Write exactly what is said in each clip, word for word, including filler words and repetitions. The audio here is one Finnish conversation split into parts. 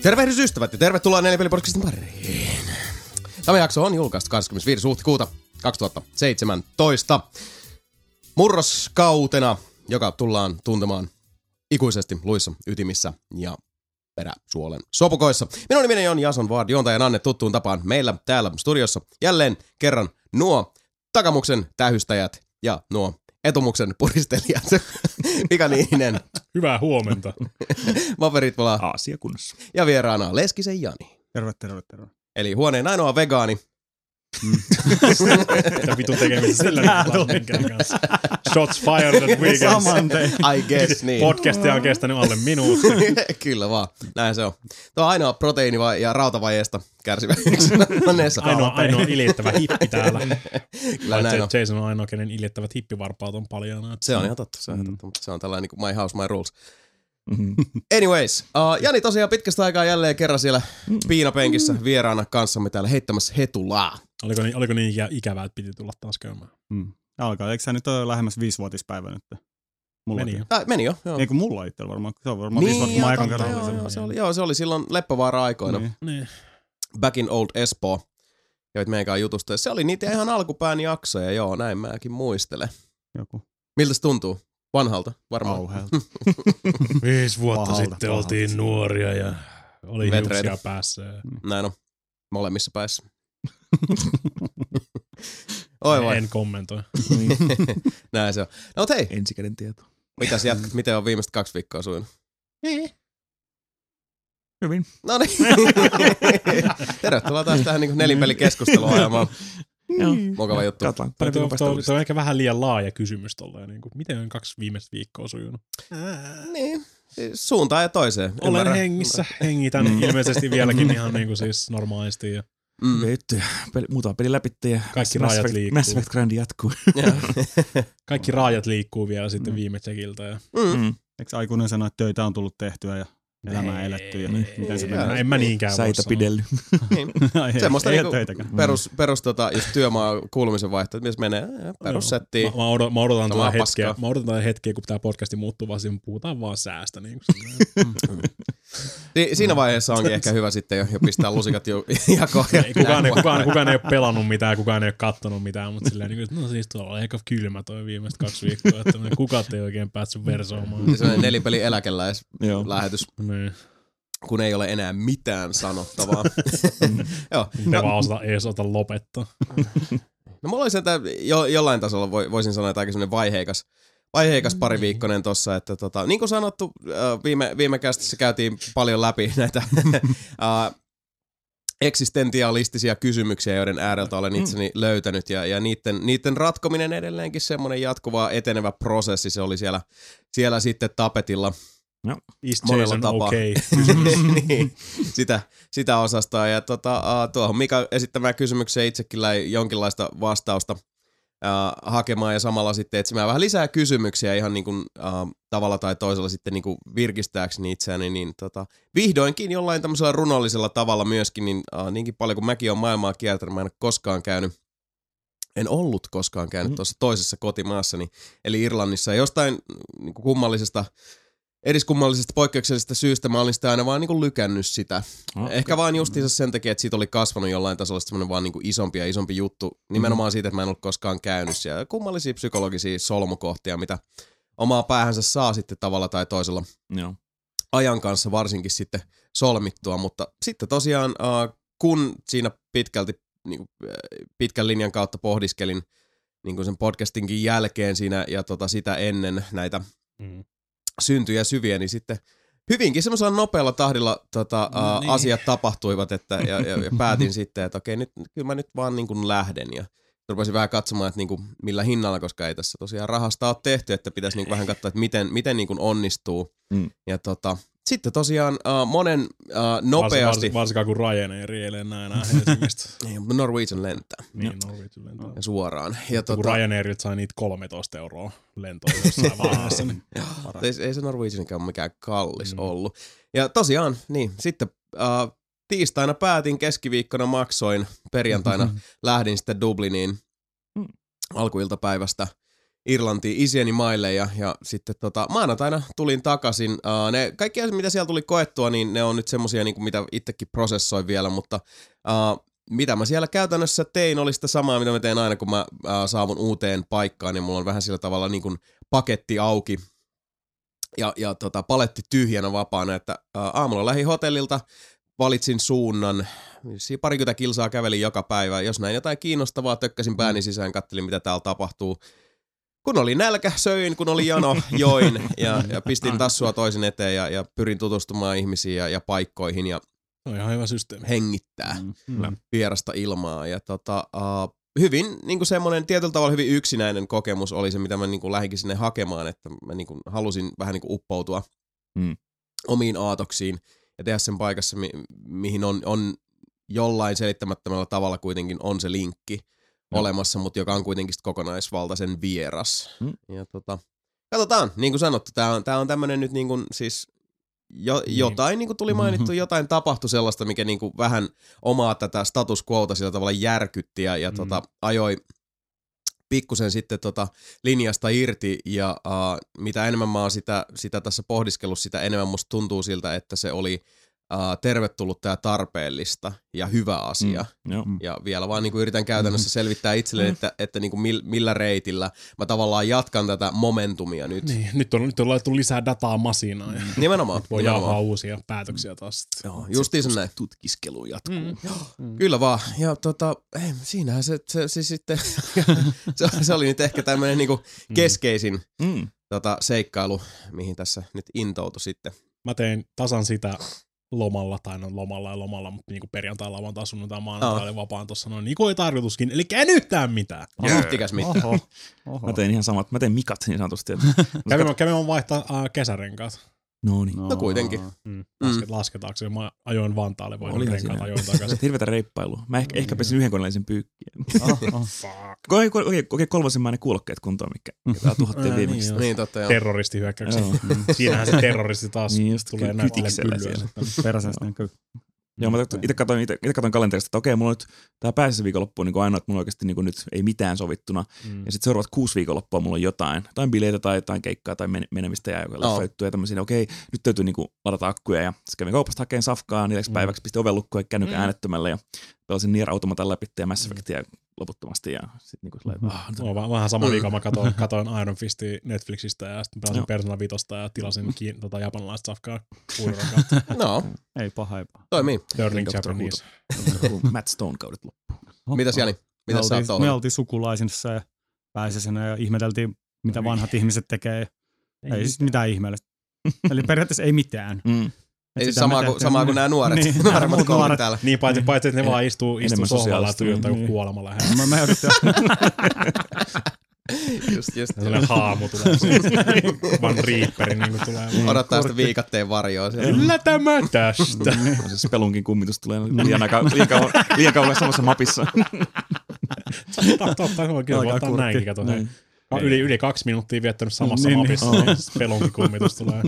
Tervehdys ystävät ja tervetuloa Nelipeli-podcastin pariin. Tämä jakso on julkaistu kahdeskymmenesviides huhtikuuta kaksituhattaseitsemäntoista murroskautena, joka tullaan tuntemaan ikuisesti luissa, ytimissä ja peräsuolen sopukoissa. Minun nimeni on Jason Ward, juontajan Anne tuttuun tapaan meillä täällä studiossa jälleen kerran nuo takamuksen tähystäjät ja nuo etumuksen puristelijat. Mika Niinen. Hyvää huomenta. Maperitvola. Aasia kunnossa. Ja vieraana Leskisen Jani. Terve, terve, terve. Eli huoneen ainoa vegaani. Mitä vitun tekemistä sillä nyt kanssa. Shots fired at weekends. Saman tein. I guess niin. Podcastia on kestänyt alle minuutti. Kyllä vaan. Näin se on. Tuo on ainoa proteiini- ja rautavajeesta kärsivä. ainoa, ainoa iljettävä hippi täällä. Kyllä näin on. Jason on ainoa, kenen iljettävät hippivarpaat on paljon. Se on ihan totta. Se on, mm. totta, mutta se on tällainen niin kuin my house, my rules. Mm-hmm. Anyways, uh, Jani tosiaan pitkästä aikaa jälleen kerran siellä piinapenkissä vieraana kanssamme täällä heittämässä hetulaa. Oliko niin, oliko niin ikävää, että piti tulla taas käymään? Mm. Alkaa, eikö sä nyt ole lähemmäs viisivuotispäivä nyt? Mulla meni jo. Äh, meni jo, joo. Ei kun mulla itsellä varmaan, se on varmaan niin, viisi vuotta, kun mä ekan joo, kerran joo, olin joo, se oli, joo, se oli silloin Leppävaara-aikoina. Niin. Niin. Back in old Espoo. Joit meikään jutusta. Se oli niitä ihan alkupään jaksoja, joo, näin mäkin muistelen. Joku. Miltä se tuntuu? Vanhalta, varmaan. Kauhealta. Viisi vuotta pahalta, sitten pahalta. oltiin nuoria ja oli Vetreitä. hiuksia päässä. Ja... Näin on. Molemmissa päissä. Oi vai. En kommentoi. Näin se on. No hei, Ensikäden tieto. mitäs jatkat? Miten on viimeiset kaksi viikkoa sujunut? Hyvin. No niin. Tervetuloa taas tähän niin nelinpelikeskustelua ajamaan. Joo. Mukava juttu. Katsotaan. Tuo, tuo, tuo, tuo on ehkä vähän liian laaja kysymys tolleen. Niin kuin, miten on kaksi viimeistä viikkoa sujunut? Niin. Siis suuntaan ja toiseen. Olen Ymmärrän. hengissä. Hengitän ilmeisesti vieläkin ihan niin kuin siis normaalisti. Ja... Mm. Vittu, peli, muutama peli läpitte ja Kaikki Mass rajat Effect- liikkuu. Mass Effect Grandi jatkuu. Kaikki raajat liikkuu vielä sitten viime tsekiltä. Ja... Mm. Mm. Eikö aikuinen sano, että töitä on tullut tehtyä ja elämää eletty ja miten se Joo. menee? En mä niinkään voi Säitä sanoa. pidellyt. Niin. Ai, Semmoista ei niinku ole töitäkään. perus, perus tota, just työmaa kuulumisen vaihto, että mies menee perussettiin. Mä, mä, odotan, mä odotan Samaa tätä paskaa. hetkeä, mä odotan tätä hetkeä, kun tää podcasti muuttuu vaan siihen, puhutaan vaan säästä. Niin Si- siinä vaiheessa onkin ehkä hyvä sitten jo, jo pistää lusikat jo jakoon. ei, kukaan, ei, kukaan, kukaan ei ole pelannut mitään, kukaan ei ole kattonut mitään, mutta silleen, niin kuin, no siis tuolla on aika kylmä toi viimeiset kaksi viikkoa, että kukaan ei oikein päässyt versoomaan. Se on nelipeli eläkeläislähetys, Niin. kun ei ole enää mitään sanottavaa. Joo. Ne No, vaan osata, ees ota lopettaa. no mulla olisi että jo, jollain tasolla voi, voisin sanoa, että aika semmoinen vaiheikas, vaiheikas pariviikkoinen tossa, että tota, niin kuin sanottu, viime, viime kästissä käytiin paljon läpi näitä uh, eksistentialistisia kysymyksiä, joiden ääreltä olen itseni löytänyt, ja, ja niiden, niiden ratkominen edelleenkin semmoinen jatkuva etenevä prosessi, se oli siellä, siellä sitten tapetilla. No. Is Monella Jason tapaa. okay? niin, sitä, sitä osastoa. Ja tota, uh, tuohon Mika esittämään kysymykseen itsekin jäi jonkinlaista vastausta uh, hakemaan ja samalla sitten etsimään vähän lisää kysymyksiä ihan niin kuin, uh, tavalla tai toisella sitten niin kuin virkistääkseni itseäni, niin tota, vihdoinkin jollain tämmöisellä runollisella tavalla myöskin, niin uh, niinkin paljon kuin mäkin olen maailmaa kiertänyt, mä en ole koskaan käynyt, en ollut koskaan käynyt tuossa toisessa kotimaassani, eli Irlannissa, ja jostain niin kuin kummallisesta eriskummallisesta poikkeuksellisesta syystä mä olin sitä aina vaan niinku lykännyt sitä. Oh, Ehkä okay. vaan justiinsa sen takia, että siitä oli kasvanut jollain tasolla semmoinen vaan niinku isompi ja isompi juttu. Nimenomaan siitä, että mä en ollut koskaan käynyt siellä. Kummallisia psykologisia solmukohtia, mitä omaa päähänsä saa sitten tavalla tai toisella Joo. ajan kanssa varsinkin sitten solmittua. Mutta sitten tosiaan, äh, kun siinä pitkälti niinku, äh, pitkän linjan kautta pohdiskelin niinku sen podcastinkin jälkeen siinä ja tota, sitä ennen näitä Mm. syntyjä syviä, niin sitten hyvinkin semmoisella nopealla tahdilla tota, No ä, niin. asiat tapahtuivat, että, ja, ja, ja päätin sitten, että okei, nyt, kyllä mä nyt vaan niin kuin lähden, ja rupesin vähän katsomaan, että niin kuin, millä hinnalla, koska ei tässä tosiaan rahasta ole tehty, että pitäisi niin kuin vähän katsoa, että miten, miten niin kuin onnistuu, Mm. ja tota, sitten tosiaan äh, monen äh, Vars, nopeasti, vars, varsinkaan kun Ryanair ei enää enää Helsingistä. ei, mutta Norwegian lentää Niin, Norwegian lentää. ja suoraan, ja Kun tota, Ryanairilta sai niitä kolmetoista euroa lentoa jossain vaiheessa. Niin. ei, ei se Norwegianikaan mikään kallis Mm. ollut, ja tosiaan, niin, sitten äh, tiistaina päätin, keskiviikkona maksoin, perjantaina lähdin sitten Dubliniin Mm. alkuiltapäivästä. Irlantiin isieni maille ja, ja sitten tota, maanantaina tulin takaisin. Uh, ne, kaikki asiat, mitä siellä tuli koettua, niin ne on nyt semmosia, niin kuin mitä itsekin prosessoin vielä, mutta uh, mitä mä siellä käytännössä tein, oli sitä samaa, mitä mä teen aina, kun mä uh, saavun uuteen paikkaan, niin mulla on vähän sillä tavalla niin kuin paketti auki ja, ja tota, paletti tyhjänä vapaana, että uh, aamulla lähdin hotellilta, valitsin suunnan, parikymmentä kilsaa kävelin joka päivä, jos näin jotain kiinnostavaa, tökkäsin pääni sisään, kattelin mitä täällä tapahtuu. Kun oli nälkä, söin, kun oli jano, join ja, ja pistin tassua toisin eteen ja, ja pyrin tutustumaan ihmisiin ja, ja paikkoihin ja on ihan hyvä systeemi. Hengittää Mm. vierasta ilmaa. Ja tota, uh, hyvin niin semmoinen tietyllä tavalla hyvin yksinäinen kokemus oli se, mitä mä niin lähdinkin sinne hakemaan, että mä niin halusin vähän niin uppoutua mm. omiin aatoksiin ja tehdä sen paikassa, mi- mihin on, on jollain selittämättömällä tavalla kuitenkin on se linkki no. olemassa, mutta joka on kuitenkin kokonaisvaltaisen vieras. Mm. Ja tota, katsotaan, niin kuin sanottu, tää on, tää on tämmönen nyt niin kuin siis jo, jotain, niin kuin tuli mainittu, jotain tapahtui sellaista, mikä niin kuin vähän omaa tätä status quota sillä tavalla järkytti ja, ja mm. tota, ajoi pikkusen sitten tota linjasta irti ja uh, mitä enemmän mä oon sitä, sitä tässä pohdiskellut, sitä enemmän musta tuntuu siltä, että se oli uh, tervetullutta ja tarpeellista ja hyvä asia. Mm. Ja vielä vaan niin kuin yritän käytännössä selvittää itselleni, että, että niin kuin mil, millä reitillä mä tavallaan jatkan tätä momentumia nyt. Niin, nyt on, nyt on laitettu lisää dataa masinaan. Ja nimenomaan. voi nimenomaan. jauhaa uusia päätöksiä taas. Joo, justiinsa näin. Tutkiskelu jatkuu. Mm. Mm. Kyllä vaan. Ja tota, ei, siinähän se, se, se sitten, se, se oli nyt ehkä tämmöinen niinku keskeisin Mm. tota, seikkailu, mihin tässä nyt intoutui sitten. Mä tein tasan sitä lomalla, tai no lomalla ja lomalla, mutta niinku perjantai, lauantai, sunnuntai, maanantai oli vapaan tuossa noin, niin kuin ei tarkoituskin, eli en yhtään mitään. Yhtikäs mitään. Oho. Oho. Mä tein ihan samat. Mä tein mikat niin sanotusti. Kävin, kävin vaihtaa uh, kesärenkaat. No niin. No kuitenkin. Mm. Lasket, mm. Lasketaanko se? Mä ajoin Vantaalle, vai Olihan renkaat siinä. ajoin takaisin. Hirvetä reippailua. Mä ehkä, ehkä pesin yhden koneellisen pyykkiä. Oh, oh. Okei, okei, okei, kolmasen kuulokkeet kuntoon, mikä tää tuhottiin viimeksi. Niin, Niin totta joo. Terroristihyökkäyksiä. Joo. Siinähän se terroristi taas Niin just tulee ky- näyttelemään kytiksellä pyllyä. siellä. Peräsessä näkyy. Joo, mä itse katsoin, ite, ite katsoin kalenterista, että okei, mulla on nyt tää pääsiäisen viikonloppu on niin ainoa, että mulla oikeasti niin nyt ei mitään sovittuna. Mm. Ja sitten seuraavat kuusi viikonloppua mulla on jotain. Jotain bileitä tai jotain keikkaa tai men- menemistä ja joku leffajuttuja ja tämmöisiä. Okei, nyt täytyy niin ladata akkuja. Ja sitten kävin kaupasta hakemaan safkaa neljäksi mm. päiväksi, pistin oven lukkoon ja kännykän mm. äänettömälle. Ja pelasin Nier Automatan läpi ja Mass Effectia loputtomasti. Ja sitten niin kuin mm. ah, no, vähän sama mm. viikolla mä katoin, katoin Iron Fistia Netflixistä ja sitten pelasin Persona Vitosta ja tilasin kiin, tota, japanilaista safkaa kuuderon kautta. No. Ei paha, ei paha. Toimii. Learning Japanese. Matt Stone kaudet loppuun. Mitäs Jani? Mitäs sä oot Me ollut? oltiin sukulaisissa ja pääsiäisenä ja ihmeteltiin, mitä vanhat ihmiset tekee. Ei, ei siis mitään ihmeellistä. Eli periaatteessa ei mitään. Mm. Ei siis samaa kuin, samaa kuin nämä nuoret. Niin, nuoremmat kolmet täällä. Niin, paitsi, paitsi että ne vaan istuu, istuu sohvalla ja tuijottaa niin. kuolema lähellä. Mä, mä yritin. Just, just. Sellainen haamu tulee sieltä. Van Reaperin niin kuin tulee. Odottaa sitä viikatteen varjoa siellä. Yllätä mä tästä. No se spelunkin kummitus tulee liian, aika, liian, kauan, liian kauan samassa mapissa. Totta, totta, kyllä voi ottaa näinkin, kato. Niin. Yli, yli kaksi minuuttia viettänyt samassa niin, mapissa, niin. niin spelunkin kummitus tulee.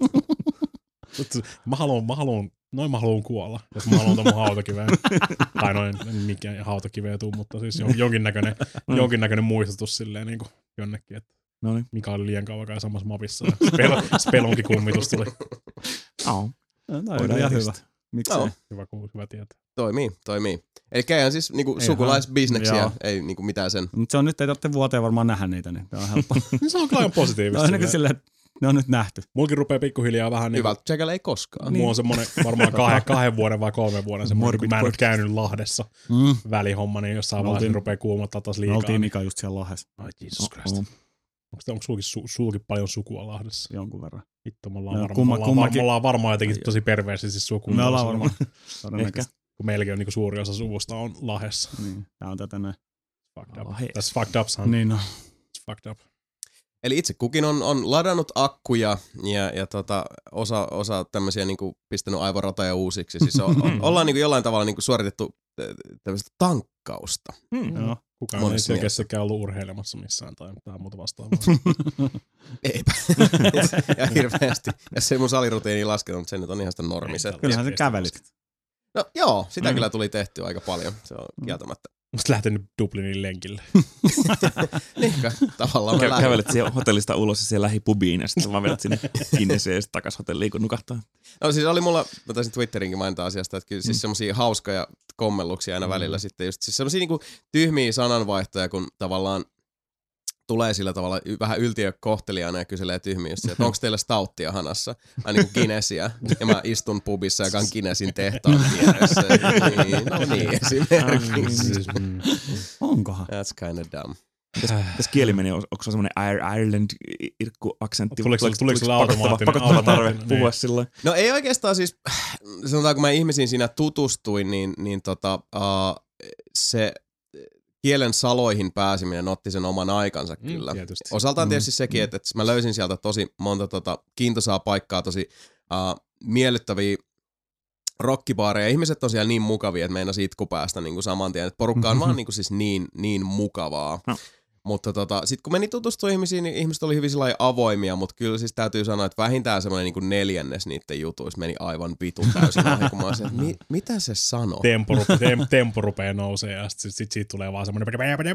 Mä haluun, mä haluun, noin mä haluun kuolla, jos mä haluun ton mun hautakiveen. Tai noin, en mikään hautakiveä tuu, mutta siis jonkinnäköinen, jonkinnäköinen muistutus silleen niin kuin jonnekin, että Noniin. mikä oli liian kauan kai samassa mapissa. Spel, spelunkin kummitus tuli. Oh. No, ihan hyvä. Miksei? No. Hyvä, hyvä tietää. Toimii, toimii. Eli ihan siis niinku sukulaisbisneksiä, ei niinku mitään sen. Mutta se on nyt, ei tarvitse vuoteen varmaan nähdä niitä, niin tämä on helppo. Se on kyllä ihan positiivista. No ainakin silleen, että ne on nyt nähty. Mulkin rupeaa pikkuhiljaa vähän niin. Hyvältä tsekellä ei koskaan. Mulla on semmonen varmaan kahden, kahden vuoden vai kolmen vuoden semmoinen, kun mä en nyt käynyt Lahdessa Mm. välihomma, niin jossain vaiheessa Oltiin- rupeaa kuumottaa taas Me liikaa. oltiin Mika just siellä Lahdessa Ai Jesus Christ. Oh, oh. Onko, onko sulki, su, sulki paljon sukua Lahdessa? jonkun verran. Vittu, me ollaan, No, varma, kumma- me ollaan, kummakin- me ollaan varmaan jotenkin tosi perversisti sukua. Me ollaan varmaan. Todennäköisesti. Kun meilläkin on niin suuri osa suvusta on Lahdessa. Niin, tää on tätä näin. Fucked up. Lahdessa. Tässä fucked up san. Niin no. It's fucked up. Eli itse kukin on, on ladannut akkuja ja, ja tota, osa, osa tämmöisiä niinku pistänyt aivoratoja uusiksi. Siis on, on, ollaan niinku jollain tavalla niinku suoritettu äh, tämmöistä tankkausta. Hmm. Joo. Kukaan ei Monessa selkeästikään ollut urheilemassa missään tai mitään muuta vastaavaa. Eipä. ja hirveästi. Ja se ei mun salirutiini laskenut, mutta se nyt on ihan sitä normiset. Kyllähän sä kävelit. No joo, sitä Mm. kyllä tuli tehtyä aika paljon. Se on kieltämättä. Musta lähtenyt Dublinin lenkille. Niinkä, tavallaan mä Kä- lähdin. kävelet siellä hotellista ulos ja siellä lähipubiin ja sitten vaan vedät sinne Guinnessiin ja sitten takas hotelliin, kun nukahtaa. No siis oli mulla, mä taisin Twitterinkin mainita asiasta, että kyllä siis mm. semmosia hauskoja kommelluksia aina välillä mm. sitten just siis semmosia niinku tyhmiä sananvaihtoja, kun tavallaan tulee sillä tavalla y- vähän yltiökohtelijana ja kyselee tyhmiä just, että onko teillä stouttia hanassa, ai niinku Guinnessia, ja mä istun pubissa, joka on Guinnessin tehtaan vieressä. Niin, no niin, esimerkiksi. Onkohan? That's kind of dumb. Tässä kieli meni, onko se semmoinen Ireland-irkku-aksentti? Tuliko, tuliko sulla automaattinen? Pakottava tarve automaattinen, puhua niin. sillä. No ei oikeastaan siis, sanotaan kun mä ihmisiin siinä tutustuin, niin, niin tota, uh, se kielen saloihin pääseminen otti sen oman aikansa kyllä. Mm, tietysti. Osaltaan Mm, tietysti sekin, mm. että, että mä löysin sieltä tosi monta tota, kiintoisaa paikkaa, tosi uh, miellyttäviä rockibaareja. Ihmiset on siellä niin mukavia, että meinasi itku päästä niin kuin saman tien. Että porukka on vaan niin kuin siis niin, niin mukavaa. No. Mutta tota, sitten kun meni tutustumaan ihmisiin, niin ihmiset oli hyvin sillai avoimia, mutta kyllä siis täytyy sanoa, että vähintään semmoinen niin kuin neljännes niiden jutuista meni aivan vitun täysin ohi, kun mä olisin, että mi- mitä se sanoo? Tempo, rupe, tem, tempo rupeaa nousee ja sitten sit siitä tulee vaan semmoinen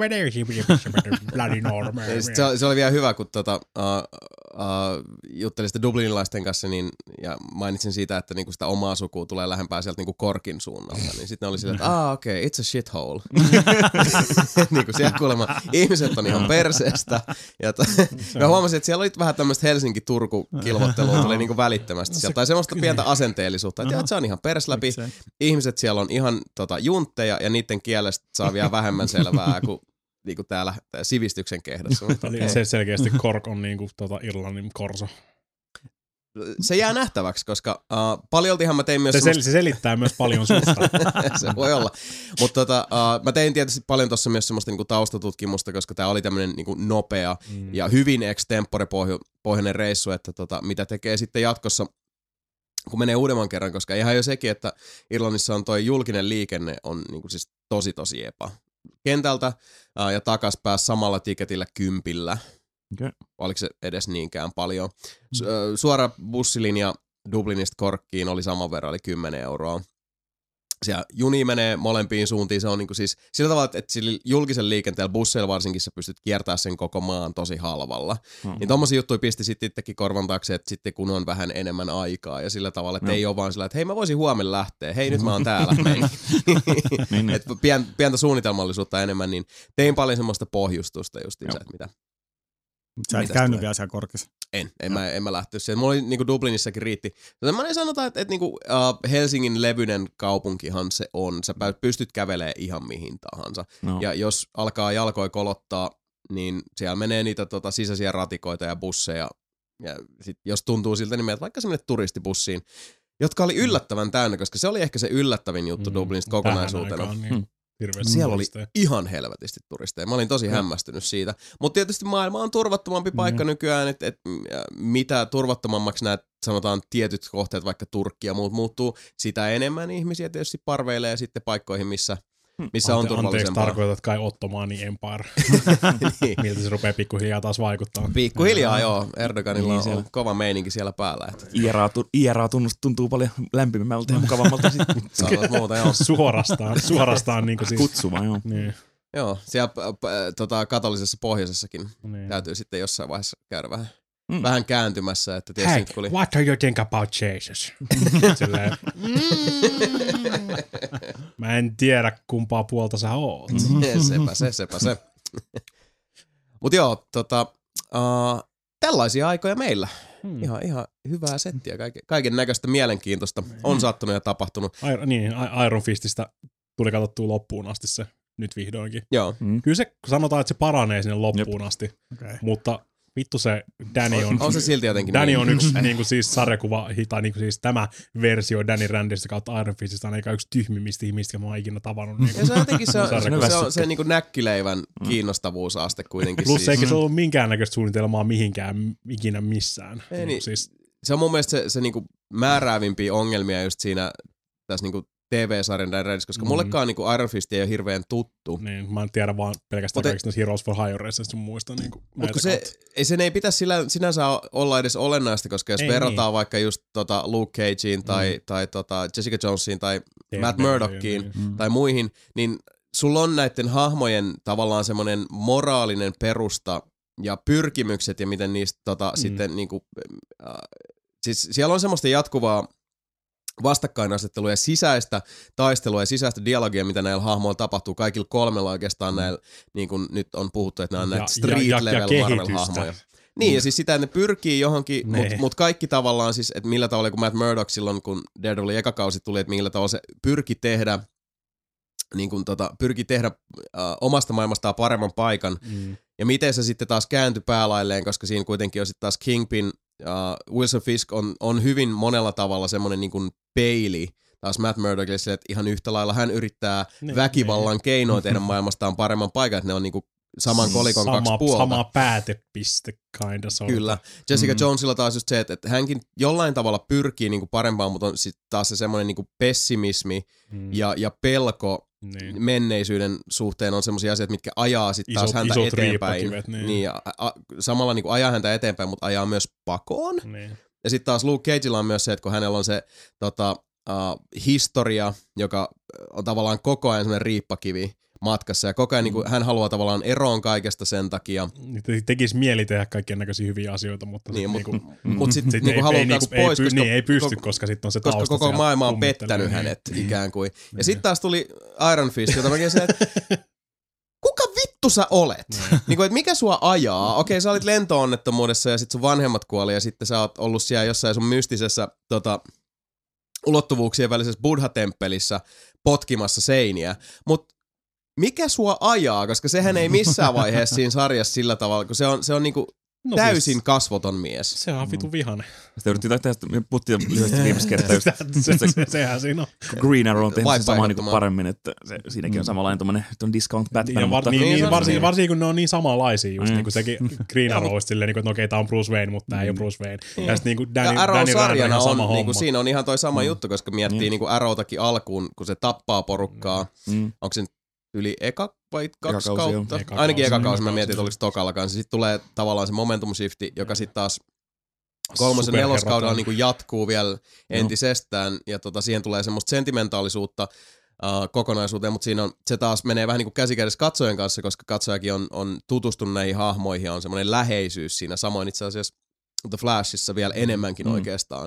bloody normal. Ja sit se, se oli vielä hyvä, kun tota, uh, uh, juttelin sitä dublinilaisten kanssa niin, ja mainitsin siitä, että niinku sitä omaa sukua tulee lähempää sieltä niinku Korkin suunnalta. Niin sitten ne oli silleen, että ah okei, okay, it's a shithole. Niinku siellä kuulemma ihmiset on ihan perseestä. Ja to, mä huomasin, että siellä oli vähän tämmöistä Helsinki-Turku-kilvottelua tuli niinku välittömästi sieltä. Tai semmoista pientä asenteellisuutta, että, että se on ihan pers läpi. Ihmiset siellä on ihan tota, juntteja ja niiden kielestä saa vielä vähemmän selvää kuin niinku täällä sivistyksen kehdassa. Eli se selkeästi Cork on niinku tota Irlannin korso. Se jää nähtäväksi, koska uh, paljoltihan mä tein myös... Se, semmoista... sel- se selittää myös paljon susta. Se voi olla. Mutta tota, uh, mä tein tietysti paljon tuossa myös semmoista niinku taustatutkimusta, koska tää oli tämmönen niinku nopea mm. ja hyvin extempore-pohjainen reissu, että tota, mitä tekee sitten jatkossa, kun menee uudemman kerran, koska ihan jo sekin, että Irlannissa on toi julkinen liikenne on niinku siis tosi tosi epä. Kentältä uh, ja takas pääs samalla tiketillä kympillä. Okay. Oliko se edes niinkään paljon. Su- suora bussilinja Dublinista Korkkiin oli saman verran, eli kymmenen euroa. Siellä juni menee molempiin suuntiin, se on niinku siis sillä tavalla, että sillä julkisen liikenteellä, busseilla varsinkin sä pystyt kiertämään sen koko maan tosi halvalla. Mm-hmm. Niin tommosia juttuja pisti sitten itsekin korvan taakse, että sitten kun on vähän enemmän aikaa ja sillä tavalla, että no. ei ole vaan sillä, että hei mä voisin huomenna lähteä, hei nyt mä oon täällä. niin, että pien, pientä suunnitelmallisuutta enemmän, niin tein paljon semmoista pohjustusta justiinsa, että mitä. Sä et käynyt vielä siellä Korkissa. En, en, mä, en mä lähtenyt siihen. Mulla oli niinku Dublinissakin riitti. Mä en sanota, että, että niinku, uh, Helsingin levyinen kaupunkihan se on. Sä pystyt kävelemään ihan mihin tahansa. No. Ja jos alkaa jalkoi kolottaa, niin siellä menee niitä tota, sisäisiä ratikoita ja busseja. Ja sit, jos tuntuu siltä, niin menet vaikka semmoinen turistibussiin, jotka oli yllättävän täynnä, koska se oli ehkä se yllättävin juttu mm, Dublinista kokonaisuutena. Aikaan, niin. Siellä oli ihan helvetisti turisteja. Mä olin tosi hämmästynyt siitä. Mutta tietysti maailma on turvattomampi paikka mm. nykyään, että et, mitä turvattomammaksi nämä sanotaan tietyt kohteet, vaikka Turkki ja muut muuttuu, sitä enemmän ihmisiä tietysti parveilee sitten paikkoihin, missä, missä Ante, on turvallisempaa. Anteeksi, tarkoitat kai Ottomani Empire. niin. Miltä se rupeaa pikkuhiljaa taas vaikuttaa. Pikkuhiljaa joo. Erdoganilla niin, on, on kova meininki siellä päällä. Että... I R A, I R A tuntuu paljon lämpimämmältä ja mukavammalta. muuta, joo. Suorastaan. Suorastaan niin kuin siis. Kutsuva, joo. Niin. Joo, siellä äh, tota, katolisessa pohjoisessakin niin. täytyy sitten jossain vaiheessa käydä vähän, mm. vähän kääntymässä. Että hey, oli... what do you think about Jesus? Silleen, mä en tiedä kumpaa puolta sä oot. sepä se, sepä se. Mut joo, tota, uh, tällaisia aikoja meillä. Hmm. Ihan, ihan hyvää settiä, kaiken, kaiken näköistä mielenkiintoista on sattunut ja tapahtunut. I, niin, Iron Fististä tuli katsottua loppuun asti se nyt vihdoinkin. Joo. Mm. Kyllä se sanotaan, että se paranee sinne loppuun Jop. asti, okay. mutta vittu se Danny on, on se silti jotenkin Danny niin. on yksi niin kuin siis sarjakuva, tai niin kuin siis tämä versio Danny Randista kautta Iron Fististä on eikä yksi tyhmimmistä ihmistä, mä oon ikinä tavannut. Niin ja se on jotenkin se, on, se, on, se, on, se niin kuin näkkileivän mm. kiinnostavuusaste kuitenkin. Plus siis. eikä se ollut minkäännäköistä suunnitelmaa mihinkään ikinä missään. Ei, niin, siis. Se on mun mielestä se, se niin kuin määräävimpiä ongelmia just siinä tässä niin kuin T V-sarjan Randissa, koska mm. mullekaan niin kuin Iron Fist ei ole hirveän tuttu. Niin, mä en tiedä vaan pelkästään Ote... kaikista Heroes for Hire sun muista niin näitä se, ei, sen ei pitäisi sillä, sinänsä olla edes olennaista, koska jos ei, verrataan niin. vaikka just tota Luke Cageen tai, mm. tai tota Jessica Jonesiin tai Team Matt Murdockiin niin. tai muihin, niin sulla on näiden hahmojen tavallaan semmoinen moraalinen perusta ja pyrkimykset ja miten niistä tota, mm. sitten niinku, äh, siis siellä on semmoista jatkuvaa vastakkainasettelua ja sisäistä taistelua ja sisäistä dialogia, mitä näillä hahmoilla tapahtuu. Kaikilla kolmella oikeastaan näillä, niin kuin nyt on puhuttu, että nämä on näitä street-level Marvel-hahmoja. Niin, mm. ja siis sitä, että ne pyrkii johonkin, mutta mut kaikki tavallaan siis, että millä tavalla, kun Matt Murdock silloin, kun Daredevilin eka kausi tuli, että millä tavalla se pyrki tehdä, niin kuin tota, pyrki tehdä äh, omasta maailmastaan paremman paikan, mm. ja miten se sitten taas kääntyi päälailleen, koska siinä kuitenkin on sitten taas Kingpin, uh, Wilson Fisk on, on hyvin monella tavalla semmoinen niin kuin peili, taas Matt Murdockille sille, että ihan yhtä lailla hän yrittää ne, väkivallan ne. keinoin tehdä maailmastaan paremman paikan, että ne on niin kuin saman kolikon sama, kaksi puolta. Sama päätepiste kinda sort. Kyllä. Jessica mm. Jonesilla taas just se, että, että hänkin jollain tavalla pyrkii niin kuin parempaan, mutta on sitten taas se semmoinen niin kuin pessimismi mm. ja, ja pelko niin. menneisyyden suhteen on semmoisia asioita, mitkä ajaa sitten taas häntä eteenpäin. Niin. Niin, ja a, samalla niin kuin ajaa häntä eteenpäin, mutta ajaa myös pakoon. Niin. Ja sitten taas Luke Cagella on myös se, että kun hänellä on se tota, uh, historia, joka on tavallaan koko ajan semmoinen riippakivi matkassa, ja koko ajan mm. niin kuin, hän haluaa tavallaan eroon kaikesta sen takia. Tekisi mieli tehdä kaikkien näköisiä hyviä asioita, mutta niin, sit, mut, niinku, mut sitten sit, niinku haluaa kaksi pois, ei, koska, niin, ei pysty, koska sitten on se tausta. Koska koko maailma on pettänyt hänet niin. ikään kuin. Ja niin. sitten taas tuli Iron Fist, jota mäkin se, että kuka vittu sä olet? niin kuin, että mikä sua ajaa? Okei, sä olit lentoonnettomuudessa ja sit sun vanhemmat kuoli ja sitten sä oot ollut siellä jossain sun mystisessä tota, ulottuvuuksien välisessä buddha-temppelissä potkimassa seiniä. Mutta mikä sua ajaa? Koska sehän ei missään vaiheessa siinä sarjassa sillä tavalla, kun se on, se on niinku no täysin siis, kasvoton mies. Se on vitun vihainen. Sitä yritettiin tästä, me puhuttiin lyhyesti viimeistä kertaa. se, se, se, sehän siinä on. Green Arrow on tehnyt sen samaa niinku paremmin, että se, siinäkin on samanlainen tommonen discount Batman. Niin, mutta, niin, niin, varsinkin, varsinkin kun ne on niin samanlaisia just, mm. niin kuin sekin Green Arrow silleen, niin kuin, että okei, tää on Bruce Wayne, mutta tää ei ole Bruce Wayne. Mm. Ja sitten niin Danny, ja Arrow-sarjana on, on niinku, siinä on ihan toi sama mm. juttu, koska miettii mm. niinku Arrowtakin alkuun, kun se tappaa porukkaa. Mm. Onko se yli eka vai kaksi eka kautta? Eka Ainakin eka kausi, mä mietin, että oliko tokalla kanssa. Sitten tulee tavallaan se momentum shifti, joka sitten taas kolmosen neloskaudella niin kuin jatkuu vielä entisestään. No. Ja tota, siihen tulee semmoista sentimentaalisuutta uh, kokonaisuuteen, mutta siinä on, se taas menee vähän niin kuin käsikädessä katsojen kanssa, koska katsojakin on, on tutustunut näihin hahmoihin ja on semmoinen läheisyys siinä. Samoin itse asiassa The Flashissa vielä enemmänkin mm. oikeastaan.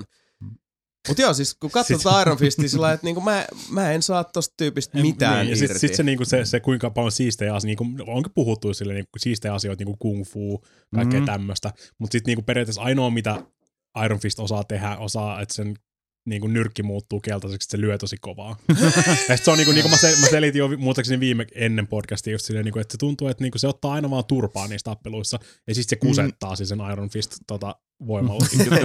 Mut joo, siis kun katsotaan Iron Fistia sillä että niinku mä, mä en saa tosta tyypistä mitään niin, irti. Ja sit, sit se, niinku se, se kuinka paljon siistejä asioita, niinku, onko puhuttu sille niinku siistejä asioita, niinku kung fu, kaikkea mm-hmm. tämmöstä. Mut sit niinku periaatteessa ainoa mitä Iron Fist osaa tehdä, osaa, että sen niinku nyrkki muuttuu keltaiseksi, se lyö tosi kovaa. ja sit se on niinku, niinku mä, sel, mä selitin jo muutaakseni viime ennen podcastia just silleen, niinku, että se tuntuu, että niinku se ottaa aina vaan turpaa niissä tappeluissa, ja sit se kusettaa mm. siis sen Iron Fist tota, voimalla.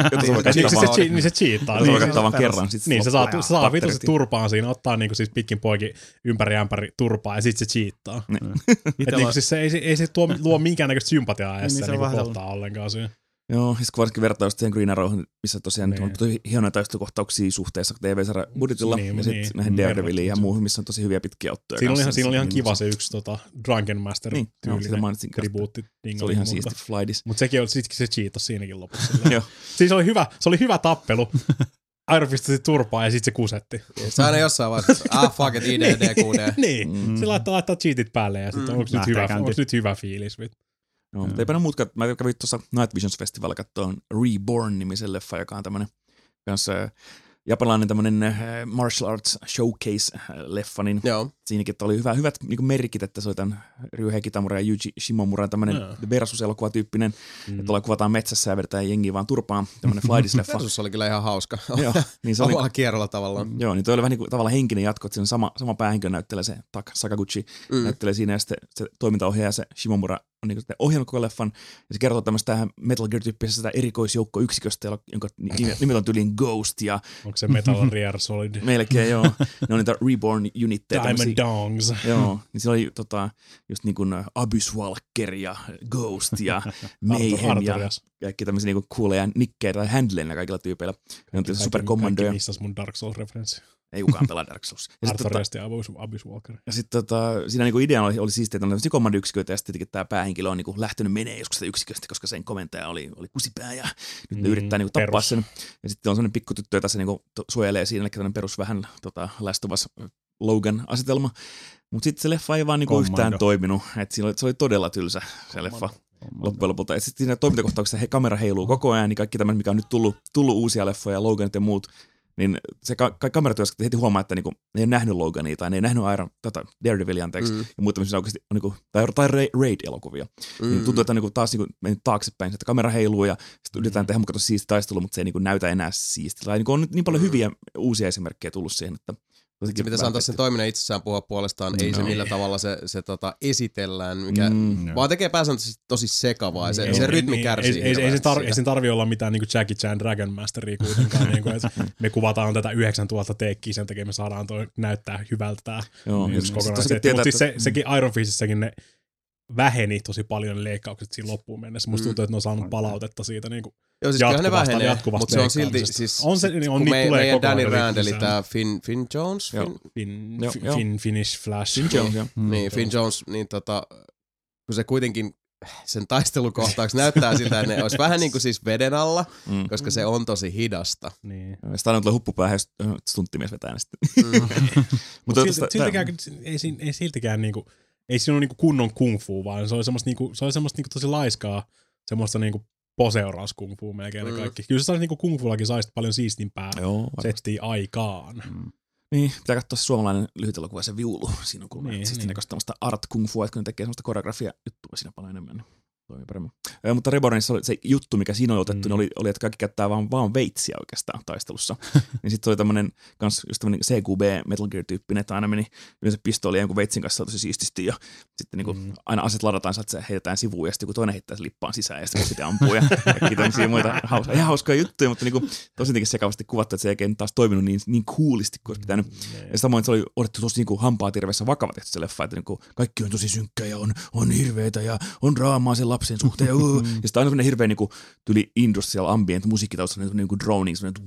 Niin se cheataa. Se voi kattaa vaan kerran. Niin, se saa, se saa vitusti turpaan siinä, ottaa niinku siis pitkin poikin ympäri ämpäri turpaa, ja sit se cheataa. Että niinku siis se ei, ei se tuo, luo minkäännäköistä sympatiaa edes niin, niinku kohtaa ollenkaan siinä. Joo, siis kun varsinkin vertaa just siihen Green Arrowhun, missä tosiaan niin. on tosi hienoja taistelukohtauksia suhteessa T V-sarjan budjetilla niin, ja sitten niin, näihin Daredeviliin ja muuhun, missä on tosi hyviä pitkiä ottoja. Siinä oli ihan, siinä oli ihan kiva se yksi tota, Drunken Master niin, tyylinen tribuutti. Se oli ihan siisti Flydis. Mutta sekin oli, sitkin se cheatasi siinäkin lopussa. Siis oli hyvä, se oli hyvä tappelu. Iron Fist turpaa ja sitten se kusetti. Se aina jossain vaiheessa, ah fuck it, I D D Q D. niin, mm. se laittaa, laittaa cheatit päälle ja sitten mm. onko nyt, hyvä, nyt hyvä fiilis. No, mutta eipä ne muutkaan. Mä kävin tuossa Night Visions Festivalilla katsomaan Reborn-nimisen leffa, joka on tämmönen kanssa japanilainen tämmönen martial arts showcase-leffa, niin Joo. siinäkin oli hyvä, hyvät niin merkit, että se oli tämän Ryuhei Kitamura ja Yuji Shimomura tämmönen no. versus-elokuva-tyyppinen, mm. että ollaan kuvataan metsässä ja vedetään jengiä vaan turpaan, tämmönen Flydis-leffa. Versus oli kyllä ihan hauska. Joo, niin se oli omalla kierrolla tavallaan. Joo, niin toi oli vähän niin kuin tavallaan henkinen jatko, että siinä sama, sama päähenkilö näyttelee se Tak Sakaguchi, mm. näyttelee siinä ja sitten se toimintaohjaaja se Shimomura on niin kuin ohjannut koko leffan, ja se kertoo tämmöistä Metal Gear-tyyppisestä erikoisjoukkoyksiköstä, jonka nimet on tyyliin Ghost ja... Onko se Metal Gear Solid? Melkein, joo. Ne on niitä Reborn unitteja. Diamond Dongs. Joo, niin siellä oli tota, just niin kuin Abyss Walker ja Ghost ja Mayhem ja kaikki tämmöisiä niin kuin cooleja nikkeitä tai handleina kaikilla tyypeillä. Ne on tietysti Super Commandoja. Kaikki missas mun Dark Souls-referenssi. Ei kukaan pelaa Dark Souls. Arthurista ja Abyss Walker. Ja sitten tota, siinä niinku idea oli, oli siistiä, että on tämmöisiä kommando-yksiköitä ja sitten tietenkin tämä päähenkilö on niinku lähtenyt menee joskus sitä yksiköstä, koska sen komentaja oli, oli kusipää ja nyt ne mm, yrittää niinku tappaa perus. sen. Ja sitten on semmoinen pikkutyttö, jota se niinku suojelee siinä, eli tämmöinen perus vähän tota, Last of Us Logan-asetelma. Mutta sitten se leffa ei vaan niinku yhtään toiminut. Et siinä oli, se oli todella tylsä se leffa loppujen lopulta. Sitten siinä toimintakohtauksessa he, kamera heiluu koko ajan, niin kaikki tämmöinen, mikä on nyt tullut, tullut uusia leffoja, Loganit ja muut, niin se ka- ka- kameratyöskentely heti huomaa, että niinku, ne ei ole nähnyt Logania tai ne ei nähnyt Iron, tota, Daredevilia anteeksi, mm. ja muuta tämmöisiä oikeasti on niinku, tai, tai Raid-elokuvia. Mm. Niin tuntuu, että on niinku taas niinku mennyt taaksepäin, että kamera heiluu ja sitten yritetään tehdä mukaan siisti taistelu, mutta se ei niinku näytä enää siistiltä. Niinku on nyt niin paljon hyviä uusia esimerkkejä tullut siihen, että se pitäisi antaa sen toiminnan itsessään puhua puolestaan, ei no. se millä tavalla se, se tota, esitellään, mikä mm, vaan tekee pääsääntöisesti tosi sekavaa ja se, ei, se rytmi ei, kärsii. Ei, ei, ei, tar- ei sen tarvi olla mitään niin kuin Jackie Chan Dragon Masteria kuitenkaan, niin kuin, että me kuvataan tätä yhdeksäntuhatta teekkiä, sen takia me saadaan toi näyttää hyvältä tämä yksi kokonainen. Mutta siis se, sekin Iron Fistissäkin ne väheni tosi paljon ne leikkaukset siinä loppuun mennessä. Musta tuntuu, että ne on saanut palautetta siitä niin kuin joo, siis jatkuvasta, ne jatkuvasta mutta se on silti, siis, on se, niin, on, kun me, meidän Danny Rand, eli tää Finn, Finn Jones, Finn, Finn, Finn, Finn Finish Flash, Finn Jones, joo. Mm, niin, Finn Jones, niin tota, kun se kuitenkin sen taistelukohtauksi näyttää siltä, että ne olisi vähän niin kuin siis veden alla, mm. koska se on tosi hidasta. Niin. Sitä aina tulee huppupäähän, jos stunttimies vetää ne sitten. Mm. Mutta siltikään, ei, ei siltikään niinku, ei siinä ole niinku kunnon kung fu, vaan se oli semmoista, niinku, se oli semmoista niinku tosi laiskaa, semmoista niinku poseuraus kung fu melkein mm. kaikki. Kyllä se saisi niinku kung fullakin saisi paljon siistimpää settiä aikaan. Mm. Niin, pitää katsoa se suomalainen lyhytelokuva, se Viulu. Siinä on kuullut niin, siis niin. Tämmöistä art kung fua, että kun ne tekee semmoista koreografia-juttua siinä paljon enemmän. Niin toimii paremmin. Ja, mutta Rebornissa se juttu, mikä siinä oli otettu, mm. oli, oli, että kaikki käyttää vaan, vaan veitsiä oikeastaan taistelussa. niin sitten oli tämmöinen kans just tämmöinen C Q B Metal Gear-tyyppinen, että aina meni yleensä pistooli jonkun veitsin kanssa tosi siististi ja sitten niinku mm. aina aset ladataan, että se heitetään sivuun ja sitten joku toinen heittää se lippaan sisään ja sitten sitten ampuu ja kaikki tämmöisiä muita hauska, ihan hauskoja juttuja, mutta niinku tosi sekavasti kuvattu, että se ei oikein taas toiminut niin, niin coolisti kuin olisi pitänyt. Mm. Ja samoin se oli odotettu tosi niinku hampaa tirveessä vakava tehty se leffa, että niinku kaikki on tosi synkkää ja on, on hirveetä ja on draamaa sen lapsen suhteen ja, uh, ja sitten aina semmoinen hirveä niinku, tyli industrial ambient musiikkitausta, niin kuin droning, semmoinen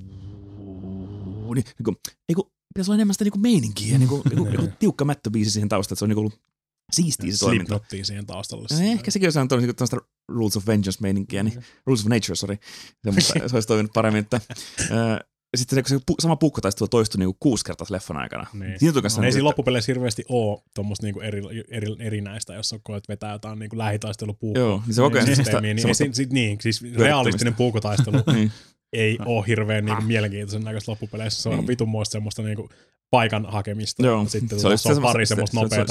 niin, niin ei kun, pitäisi olla enemmän sitä niinku meininkiä, niinku, niinku, niinku tiukka mättöbiisi siihen taustaan, että se on niinku ollut siistiä se toiminta. Slipknottiin siihen taustalle. Ja ehkä sekin olisi saanut niinku tällaista Rules of Vengeance-meininkiä, niin, Rules of Nature, sorry, se olisi toiminut paremmin, että sitten se sama puukkotaistelu toistui niinku kuusi kertaa leffan aikana. Niin. Siinä no, ei siinä loppupeleissä hirveästi ole tuommoista niinku eri, eri, erinäistä, jos on koet vetää jotain niinku lähitaistelupuukko. Joo, niin se on oikein systeemiä. Niin, si, si, niin, siis realistinen puukkotaistelu ei ole hirveän niinku mielenkiintoisen näköistä loppupeleissä. Se on niin. vitun muista semmoista niinku paikan hakemista. Joo. Sitten se, se on pari semmoista nopeata.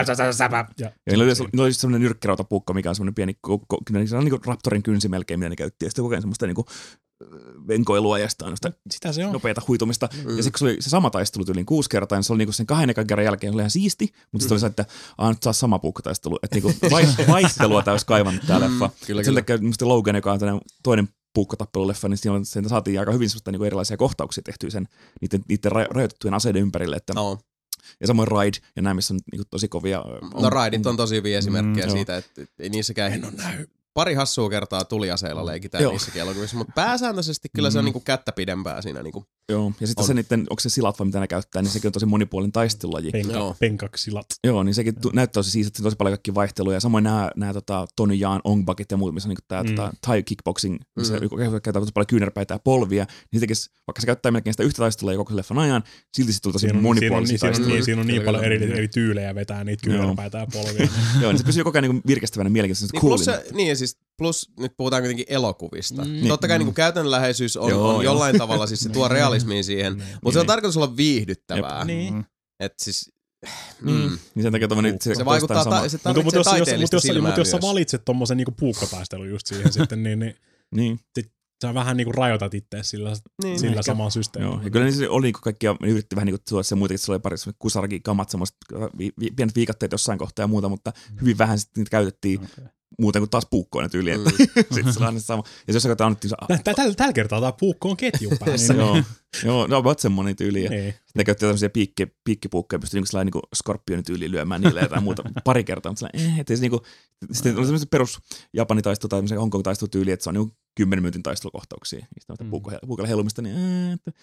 Ja niillä oli semmoinen nyrkkirautapuukko, mikä on semmoinen pieni, se on niinku raptorin kynsi melkein, mitä ne käytti. Ja sitten kokeen semmoista niinku venkoilua ja sitten ainoastaan se nopeata huitumista. Mm. Ja sitten se oli se sama taistelu yli kuusi kertaa, niin se oli niinku sen kahden ekan kerran jälkeen se oli ihan siisti, mutta mm. sitten oli se, että aah, nyt saa sama puukkotaistelu. Että niinku vaihtelua tämä olisi kaivannut tämä leffa. Mm, sen takia minusta Logan, joka on toinen puukkotappeluleffa, niin siinä sen saatiin aika hyvin semmoista niinku erilaisia kohtauksia tehtyä sen niiden, niiden rajoitettujen aseiden ympärille. Että no. Ja samoin Raid ja nämä, missä on niinku tosi kovia. On, no Raidit on tosi hyviä esimerkkejä mm, siitä, että ei niissäkään en ole näy. Pari hassua kertaa tuliaseilla leikitään niissäkin elokuvissa, mutta pääsääntöisesti kyllä se on niinku kättä pidempää siinä. Niinku joo, ja sitten se niiden, onko se silat vai mitä ne käyttää, niin sekin on tosi monipuolinen taistelulaji. Penka, penkaksilat. Joo, niin sekin tu- näyttää tosi siistiä, että on tosi paljon kaikki vaihteluja. Samoin nämä, nämä tota, Tony Jaan ongbakit ja muut, missä on niinku tämä mm. tota, Thai kickboxing, missä mm. käytetään tosi paljon kyynärpäitä ja polvia. Niin sitäkin, vaikka se käyttää melkein sitä yhtä taistelua koko leffan ajan, silti se tulee tosi monipuolisia taisteluja. Siinä on niin paljon eri, eri tyylejä vetää niitä kyynärpäitä ja polvia. Joo, niin se pysyy koko ajan niinku virkestävänä mielenkiintoisena. Niin, siis plus nyt puhutaan kuitenkin elokuvista. Mm. Totta kai mm. niin käytännönläheisyys on, joo, on jollain tavalla, siis se tuo realismia siihen, mutta niin. Se on tarkoitus olla viihdyttävää. Niin. Että siis Mm. Niin sen takia tommoinen, se, se vaikuttaa, ta- se tarvitsee mutta, taiteellista mutta, silmää mutta jos sä myös. valitset tommosen niinku puukkotaistelun just siihen sitten, niin, niin, niin. sit sä vähän niinku rajoitat itseäsi sillä, niin, sillä samalla systeemillä. Joo, ja kyllä niin oli kaikkia, ne yritti vähän niinku tuoda se muitakin, että se oli pari kusarki-kamat, semmoiset vi, vi, pienet viikatteet jossain kohtaa ja muuta, mutta mm. hyvin vähän sitten niitä käytettiin. Okay. Muuten kuin taas puukkoina tyyliin, että mm. sitten se on aina sama. Ja jos sä annettiin... Tällä, tällä kertaa tämä puukko on ketjun päässä. Joo, joo, no about semmoinen tyyli. Ne käytti tämmöisiä piikki, piikkipuukkoja, pystyi niinku sellainen niinku skorpionin tyyliin lyömään niille ja jotain muuta pari kertaa. Mutta sellainen, eh, ettei se niinku... Sitten oli semmoinen perus Japani-taistelu tai semmoinen Hongkong-taistelutyyli, että se on niinku kymmenen minuutin taistelukohtauksia. Niistä mm. puukolla heilumista, niin... Eh, että,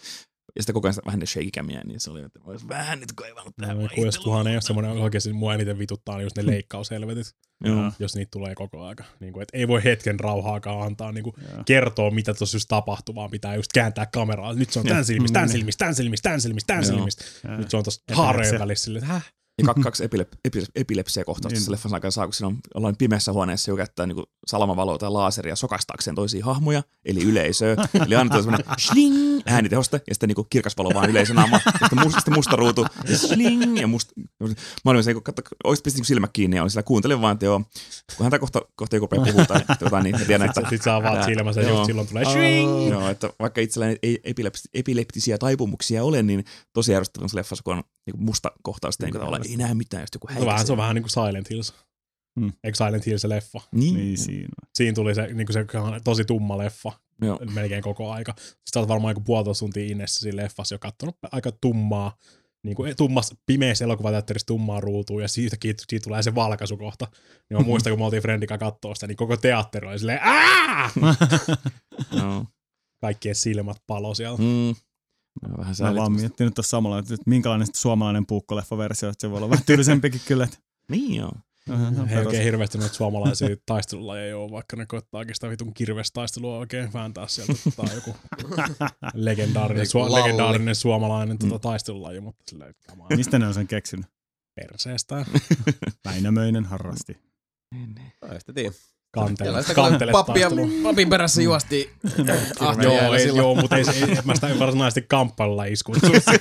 Ja sitten koko ajan vähän ne shaky-kämiä, niin se oli, että olisi vähän nyt kaivannut tähän no, vaihteluun. Questkuhan ei ole semmoinen, oikeasti mua eniten vituttaa niin just ne leikkaushelvetit, Joo. jos niitä tulee koko aika. Niin kuin, et ei voi hetken rauhaakaan antaa niin kuin, kertoa, mitä tuossa just tapahtuu, vaan pitää just kääntää kameraa. Nyt se on tän silmistä, tän silmistä, tän silmistä, tän silmistä, tän silmistä. Nyt se on tuossa haareen välissä silleen, että häh? Ja kaksi, kaksi epilep- epi- epilepsia-kohtausta tässä leffan aikana saa, kun siinä on, ollaan pimeässä huoneessa, joka käyttää niinku salamavaloa tai laaseria sokastaakseen toisia hahmoja, eli yleisöä. Eli aina tulee semmoinen shling äänitehoste, ja sitten niinku kirkas valo vaan yleisön naama, ja sitten musta, sitten musta ruutu, ja shling, ja musta. Mä olin se, kun oikeasti pistin silmät kiinni, ja olin sillä kuuntelin vaan, että joo, kun häntä kohta, kohta joku rupeaa puhua tai jotain, niin mä tiedän, että... Sitten sä avaat silmänsä, ja silloin tulee shling. Joo, että vaikka itselläni ei epilepsi- epileptisiä taipumuksia ole, niin tosi järjestelmässä leffassa, kun on niinku musta kohtaus, niin tavallaan ei näe mitään, just joku No vähän, se on vähän niin kuin Silent Hills. Hmm. Eikö Silent Hills se leffa? Niin, niin siinä. Siinä tuli se, niin kuin se tosi tumma leffa. Joo. Melkein koko aika. Sitten sä oot varmaan joku puolitoista tuntia innessä siinä leffassa jo kattonut aika tummaa, niin kuin tummas, pimeässä elokuvateatterissa tummaa ruutuun ja siitä, siitä tulee se valkaisukohta. Niin mä muistan, kun me oltiin Friendikan kattoo sitä, niin koko teatteri oli silleen aah! no. Kaikkien silmät palo siellä. Mm. No, vähän mä vaan miettinyt tuossa samalla, että minkälainen minkälainen puukkoleffa-versio, että se voi olla vähän tylsempikin kyllä. Että... niin joo. He oikein hirveästi noita suomalaisia taistelulajeja ole, vaikka ne koettaakin sitä vitun kirvestaistelua oikein vääntää sieltä. Tämä on joku legendaarinen, su- legendaarinen suomalainen mm. tota, taistelulaji, mutta silleen, mistä ne on sen keksinyt? Perseestään. Väinämöinen harrasti. Ei sitä tiedä. Kantele, kantele pappia, papin perässä juosti. ah, joo, ei, joo, mutta ei, ei, mä sitä varsinaisesti kamppailulajiksi kutsuisi.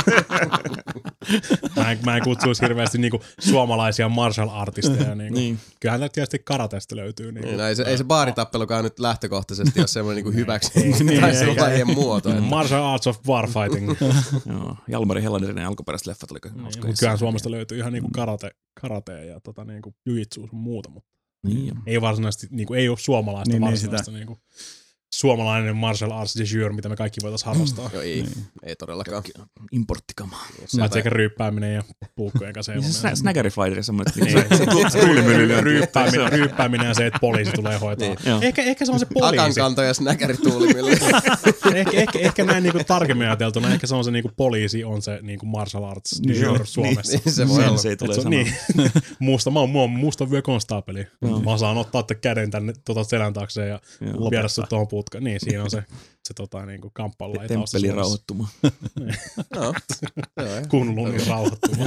mä, en, mä en kutsuisi hirveästi niinku suomalaisia martial artisteja. Niinku. Niin. Kyllähän tämä tietysti karatesta löytyy. Niinku. No, ei, se, ei se baaritappelukaan nyt lähtökohtaisesti ole semmoinen niinku hyväksi taistelulajien muoto. Martial arts of warfighting. Joo, Jalmari Helanderin alkuperäiset leffat oli niin, mutta kyllähän Suomesta löytyy ihan niinku karate, karate ja tota, niinku jujitsu sun muuta, mutta niin, ei varsinaisesti, niinku, ei ole suomalaista niin, varsinaista niin, niinku, suomalainen martial arts de jure, mitä me kaikki voitaisiin harrastaa. Joo, ei, niin. ei todellakaan. Importtikamaa. Mä sekä ryyppääminen ja puukkojen kanssa. Sna- Snaggeri Fighter, semmoinen, se tuulimylly. Ryyppääminen, ryyppääminen ja se, että poliisi tulee hoitaa. Niin. Ehkä, ehkä se on se poliisi. Akankanto ja snägäri tuulimylly. ehkä, ehkä, ehkä näin niinku tarkemmin ajateltuna, ehkä se on se niinku poliisi on se niinku martial arts de jure Suomessa. Niin, se voi olla. Se ei tule sanoa. Niin. musta, mä oon, mä oon musta vyö konstaapeli. Mä saan ottaa käden tänne tota selän taakse ja viedä sut tuohon putkaan. Niin, siinä on se, se tota, niinku kamppailu. Temppelin rauhoittuma. No, Kunlunin rauhoittuma.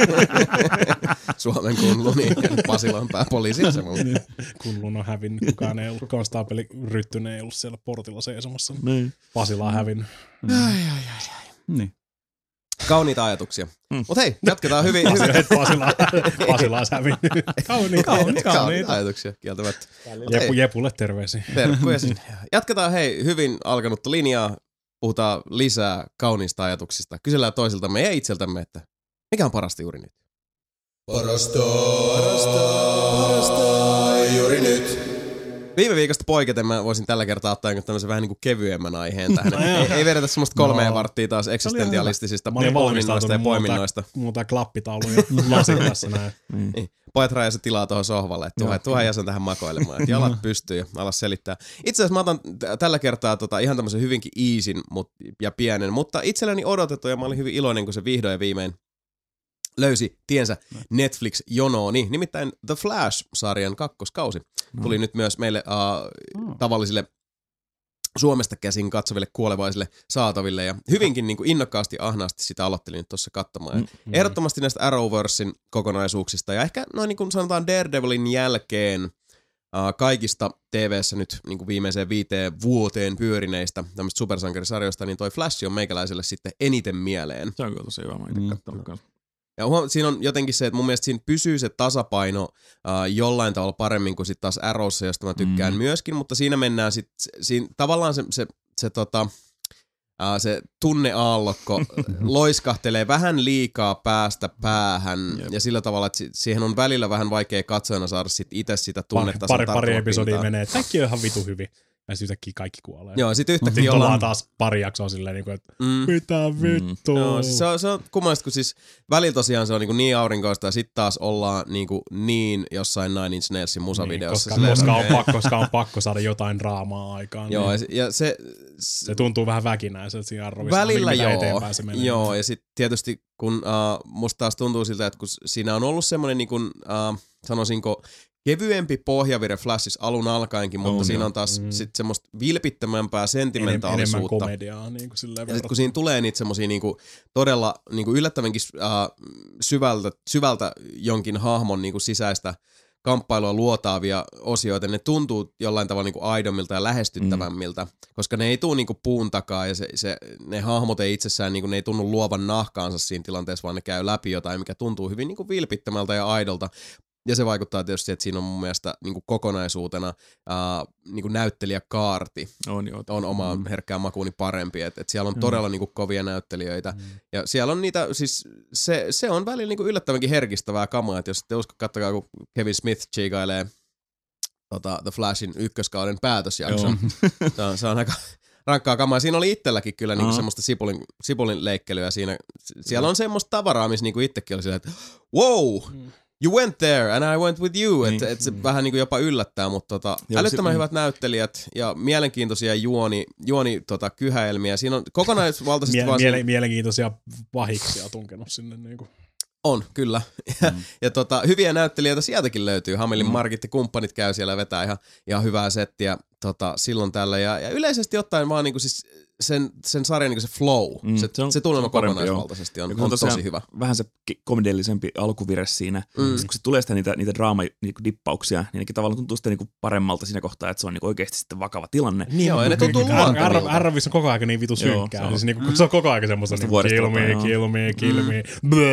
Suomen Kunluni ja Pasilan pääpoliisiasema. Kunlun on hävinnyt, kukaan ei ollut, konstaapeli Ryttynen ei ollut siellä portilla seisomassa. Niin. Pasila on hävinnyt. Ai, ai, ai. Niin. Kauniita ajatuksia. Mm. Mut hei, jatketaan hyvin. Pasila, Pasila on hävinnyt. Kauniita, kauniita, kauniita ajatuksia, kieltämättä. Jepu, Jepulle terveisiä. Terkkuja sinne. Jatketaan hei, hyvin alkanutta linjaa. Puhutaan lisää kauniista ajatuksista. Kysellään toisiltamme ja itseltämme, että mikä on parasta juuri nyt? Parasta, parasta, parasta juuri nyt. Viime viikosta poiketen mä voisin tällä kertaa ottaa tämmöisen vähän niin kuin kevyemmän aiheen tähän. ei, ei vedetä semmoista kolmea no. varttia taas eksistentialistisista poiminnoista ja poiminnoista. Muuta klappitauluja lasin tässä näin. Niin. Pojat rajasi tilaa tuohon sohvalle, että tuohon, tuohon jäsen tähän makoilemaan, että jalat pystyy ja alas selittää. Itse asiassa mä otan t- tällä kertaa tota, ihan tämmöisen hyvinkin easyn mut, ja pienen, mutta itselleni odotettu ja mä olin hyvin iloinen, kun se vihdoin ja viimein löysi tiensä Netflix-jonooni. Nimittäin The Flash-sarjan kakkoskausi tuli no. nyt myös meille uh, oh. tavallisille Suomesta käsin katsoville kuolevaisille saataville ja hyvinkin niin kuin innokkaasti ja ahnaasti sitä aloittelin nyt tuossa katsomaan. Mm-hmm. Ehdottomasti näistä Arrowversin kokonaisuuksista ja ehkä noin niin kuin sanotaan Daredevilin jälkeen uh, kaikista T V:ssä nyt niin kuin viimeiseen viiteen vuoteen pyörineistä tämmöistä supersankarisarjoista, niin toi Flash on meikäläiselle sitten eniten mieleen. Se on kyllä tosi hyvä, mä itse mm. katsonut kanssa. Ja huom- siinä on jotenkin se, että mun mielestä siinä pysyy se tasapaino uh, jollain tavalla paremmin kuin sitten taas Arrowssa, josta mä tykkään mm. myöskin, mutta siinä mennään sitten, siinä tavallaan se, se, se, tota, uh, se tunneaallokko loiskahtelee vähän liikaa päästä päähän Jep. ja sillä tavalla, että siihen on välillä vähän vaikea katsojana saada sit itse sitä tunnetta. Pari, pari, pari episodia menee, että kaikki on ihan vitu hyvin. ja sitten yhtäkkiä kaikki kuolee. Joo, sit yhtäkkiä Sitten ollaan ollaan taas pari jaksoa silleen, niin kuin, että Mm. mitä vittua. Joo, siis se on, se on kummallista, kun siis välillä tosiaan se on niin, niin aurinkoista ja sitten taas ollaan niin, niin jossain Nine Inch Nailsin musavideossa. Niin, koska, koska, on pakko, koska on pakko saada jotain draamaa aikaan. Joo, niin. ja se, ja se, se tuntuu vähän väkinäiseltä siinä Arrovissa. Välillä joo, eteenpäin se menee. joo, ja sitten tietysti kun uh, musta taas tuntuu siltä, että kun siinä on ollut semmoinen niin kuin, uh, sanoisinko, kevyempi pohjavire Flashissa alun alkaenkin, mutta On, siinä joo. on taas Mm. sit semmoista vilpittömämpää Enem, sentimentaalisuutta. enemmän komediaa niin kuin silleen Ja sit kun siinä tulee niitä semmosia niinku todella niinku yllättävänkin uh, syvältä, syvältä jonkin hahmon niinku sisäistä kamppailua luotaavia osioita, ne tuntuu jollain tavalla niinku aidommilta ja lähestyttävämmiltä, mm. koska ne ei tuu niinku puun takaa ja se, se, ne hahmot ei itsessään niinku, ne ei tunnu luovan nahkaansa siinä tilanteessa, vaan ne käy läpi jotain, mikä tuntuu hyvin niinku vilpittömältä ja aidolta. Ja se vaikuttaa tietysti, että siinä on mun mielestä niin kuin kokonaisuutena ää, niin kuin näyttelijäkaarti On, joo. on omaan mm. herkkään makuuni parempi. Että et siellä on todella niin kuin kovia näyttelijöitä. Mm. Ja siellä on niitä, siis se, se on välillä niin kuin yllättävänkin herkistävää kamaa. Että jos ette usko, katsokaa, kun Kevin Smith chiikailee tota, The Flashin ykköskauden päätösjakson. se, on, se on aika rankkaa kamaa. Siinä oli itselläkin kyllä niinku semmoista sipulin, sipulin leikkelyä siinä. Siellä on semmoista tavaraa, missä niinku itsekin oli silleen, että wow! Mm. You went there and I went with you. Niin. Että et se mm. vähän niinku jopa yllättää, mutta tota, älyttömän se, hyvät mm. näyttelijät ja mielenkiintoisia juoni, juoni tota, kyhäelmiä. Siinä on kokonaisvaltaisesti Mie- vaan... miele- siinä... Mielenkiintoisia vahiksia tunkenut sinne. Niinku. On, kyllä. Ja, mm. ja tota, hyviä näyttelijöitä sieltäkin löytyy. Hamelin mm. Margit ja kumppanit käy siellä vetää ihan, ihan hyvää settiä tota, silloin tällä. Ja, ja yleisesti ottaen vaan niinku siis sen, sen sarjan niinku se flow, mm, se, se, se tunnelma kokonaisvaltaisesti on, on tosi on hyvä. Vähän se komediallisempi alkuvire siinä. Mm. Sitten kun se tulee sitä niitä, niitä draama-dippauksia, niin nekin tavallaan tuntuu sitten niinku paremmalta siinä kohtaa, että se on niinku oikeasti sitten vakava tilanne. Niin joo, ja ne tuntuu luontavilta. Arvissa on koko ajan niin vitu synkkää. Siis niinku, se on koko ajan semmoista niinku, kill me, kill me, kill me,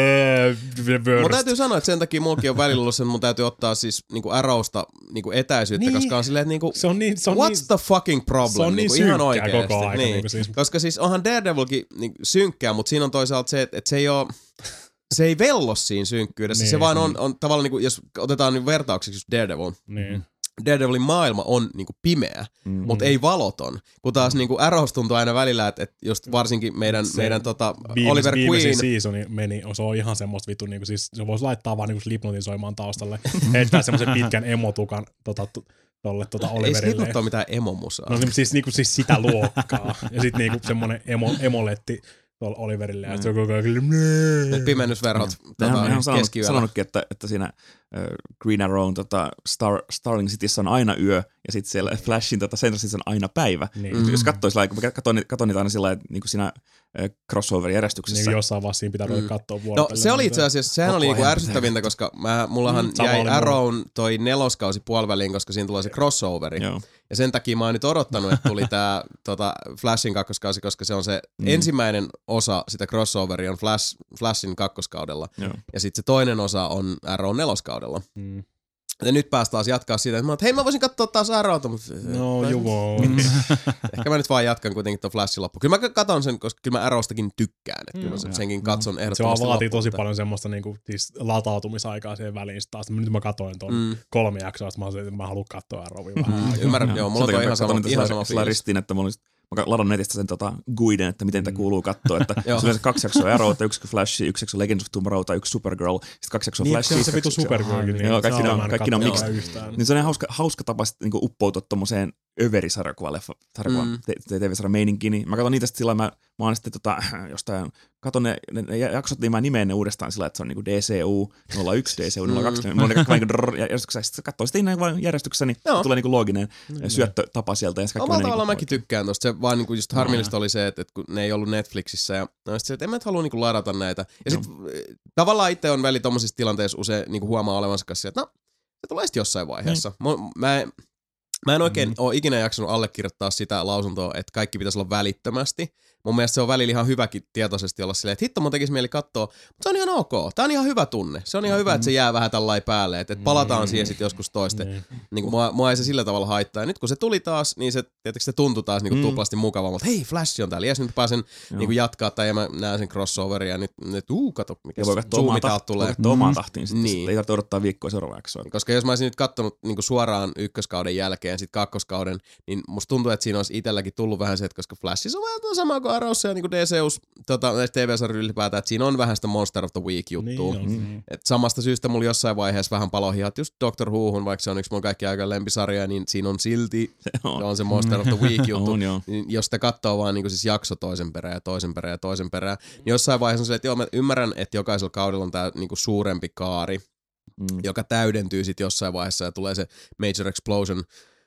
bleh, mun täytyy sanoa, että sen takia mulkin on välillä ollut sen, mun täytyy ottaa siis niinku Arrowsta niinku etäisyyttä, niin. koska on silleen, että niinku, se on niin, se on what's niin, the fucking problem? Se on niin niinku, synkkää ihan oikeasti. koko ajan. Niin. Niinku siis. Koska siis onhan Daredevilkin niin synkkää, mutta siinä on toisaalta se, että, että se ei ole... Se ei vello siinä synkkyydessä, niin, se vaan on, on tavallaan, niin kuin, jos otetaan niin vertaukseksi just Daredevil, niin. Daredevilin maailma on niin kuin pimeä, mm. mutta ei valoton. Kun taas niin kuin Arrows tuntuu aina välillä, että, että just varsinkin meidän, meidän tota, viimeis, Oliver Queen... Viimeisin seasoni meni, se on ihan semmoista vittu, niin kuin, siis se voisi laittaa vaan niin Slipknotin soimaan taustalle, heittää semmoisen pitkän emotukan tota, tolle tota Oliverille. Ei Slipknot ole mitään emomusaa. No siis, niinku, siis sitä luokkaa. Ja sit niinku semmonen emo, emoletti tuolla Oliverille. Ja mm. se on koko ajan... Pimennysverhot tota, keskiyöllä. Sanonut, sanonutkin, että, että siinä äh, Green Arrown tota, Star, Starling Cityssä on aina yö, ja sitten siellä Flashin tota, Central Cityssä on aina päivä. Niin. Mm. Jos katsoisi, kun mä katson, katson niitä aina sillä lailla, niin kuin siinä äh, crossover-järjestyksessä. Niin jossain vaiheessa siinä pitää ruveta mm. katsoa vuorotellen. No se oli itse asiassa, sehän oli niinku ärsyttävintä, koska mä, mullahan mm, jäi Arrown toi neloskausi puoliväliin, koska siinä tulee se crossoveri. Joo. Ja sen takia mä oon nyt odottanut, että tuli tää tota, Flashin kakkoskausi, koska se on se mm. ensimmäinen osa sitä crossoveria on Flash, Flashin kakkoskaudella. Joo. Ja sitten se toinen osa on Arrown neloskaudella. Mm. Ja nyt päästään taas jatkaa siitä, että mä oon, hei mä voisin katsoa taas Arrowta, mutta... No you won't. Ehkä mä nyt vaan jatkan kuitenkin ton Flashin loppu. Kyllä mä katon sen, koska kyllä mä Arrowstakin tykkään. Että kyllä mä senkin katson mm. ehdottomasti se vaatii loppuun. tosi paljon semmoista niinku, siis latautumisaikaa siihen väliin. Sitten taas nyt mä katoin ton mm. kolme jaksoa, mä olisin, että mä haluan katsoa Arrowia vähän. Mm. Ymmärrän, joo, mulla on ihan sama, ihan sama fiilis. Ristiin, että mulla olisi mä ladon netistä sen tota, guiden, että miten tämä kuuluu katsoa, että se on kaksi jaksoa Arrowta, yksi Flash, yksi jakso Legends of Tomorrowta, yksi Supergirl, sitten kaksi jaksoa Flash. Niin, se on se vitu Supergirlkin. Niin, joo, kaikki ne on, kaikki on mixed. Niin se on hauska, hauska tapa sitten niinku uppoutua tommoseen överisarjakuvan leffa, sarjakuvan mm. T V-sarjan meininkiin. Niin mä katson niitä sitten sillä mä, mä oon sitten tota, jostain, katon ne, ne, ne jaksot, niin mä nimeen ne uudestaan sillä, että se on niinku D C U nolla yksi, D C U nolla kaksi, mm. mulla on ne kaikki vaan järjestyksessä, sitten katsoo sitten näin vaan järjestyksessä, niin joo. tulee niinku looginen mm. syöttötapa sieltä. Omalla tavalla mäkin tykkään tosta, se vaan niinku just harmillista oli se, että, että kun ne ei ollut Netflixissä ja no se, että en mä et halua niinku ladata näitä. Ja sit tavallaan itse on väli tommosissa tilanteissa usein niinku huomaa olevansa kanssa, että no, se tulee sitten jossain vaiheessa. Mm. Mä, mä en oikein mm. ole ikinä jaksanut allekirjoittaa sitä lausuntoa, että kaikki pitäisi olla välittömästi, mun mielestä se on välillä ihan hyväkin tietoisesti olla silleen, että hitto mun tekisi mieli katsoa, mutta se on ihan ok. Tää on ihan hyvä tunne. Se on ihan hyvä, että se jää vähän tällainen päälle, että et palataan siihen sitten joskus toiste. Mm. Niin kuin mua, mua ei se sillä tavalla haittaa. Ja nyt kun se tuli taas, niin se, tietysti se tuntui taas niin kuin mm. tuplasti mukavammalta. Hei, Flash on täällä. Jes, nyt pääsen niin kuin jatkaa tai mä näen sen crossoveria. Nyt, nyt uu, kato, mikä zoomi täältä tulee. Voi katsoa omaan tahtiin sitten. Niin. Ei tarvitse odottaa viikkoa seuraava jaksoa. Koska jos mä olisin nyt kattonut niin kuin suoraan ykköskauden jälkeen, sitten kakkoskauden, niin musta tuntuu, että siinä olisi itselläkin tullut vähän se, että koska Flashissa on vähän sama kuin Arrowssa ja niin kuin D C U, tota, T V-sarjoilla ylipäätään, että siinä on vähän sitä Monster of the Week-juttua. Niin mm. Et samasta syystä mulla jossain vaiheessa vähän palohihat just Doctor Whohun, vaikka se on yksi mun kaikki aika lempisarjoja, niin siinä on silti se on, on se Monster of the Week-juttu. on, niin jos sitä katsoo vaan niin kuin siis jakso toisen perään ja toisen perään ja toisen perään, niin jossain vaiheessa on se, että joo, mä ymmärrän, että jokaisella kaudella on tää niin kuin suurempi kaari, mm. joka täydentyy sitten jossain vaiheessa ja tulee se Major Explosion.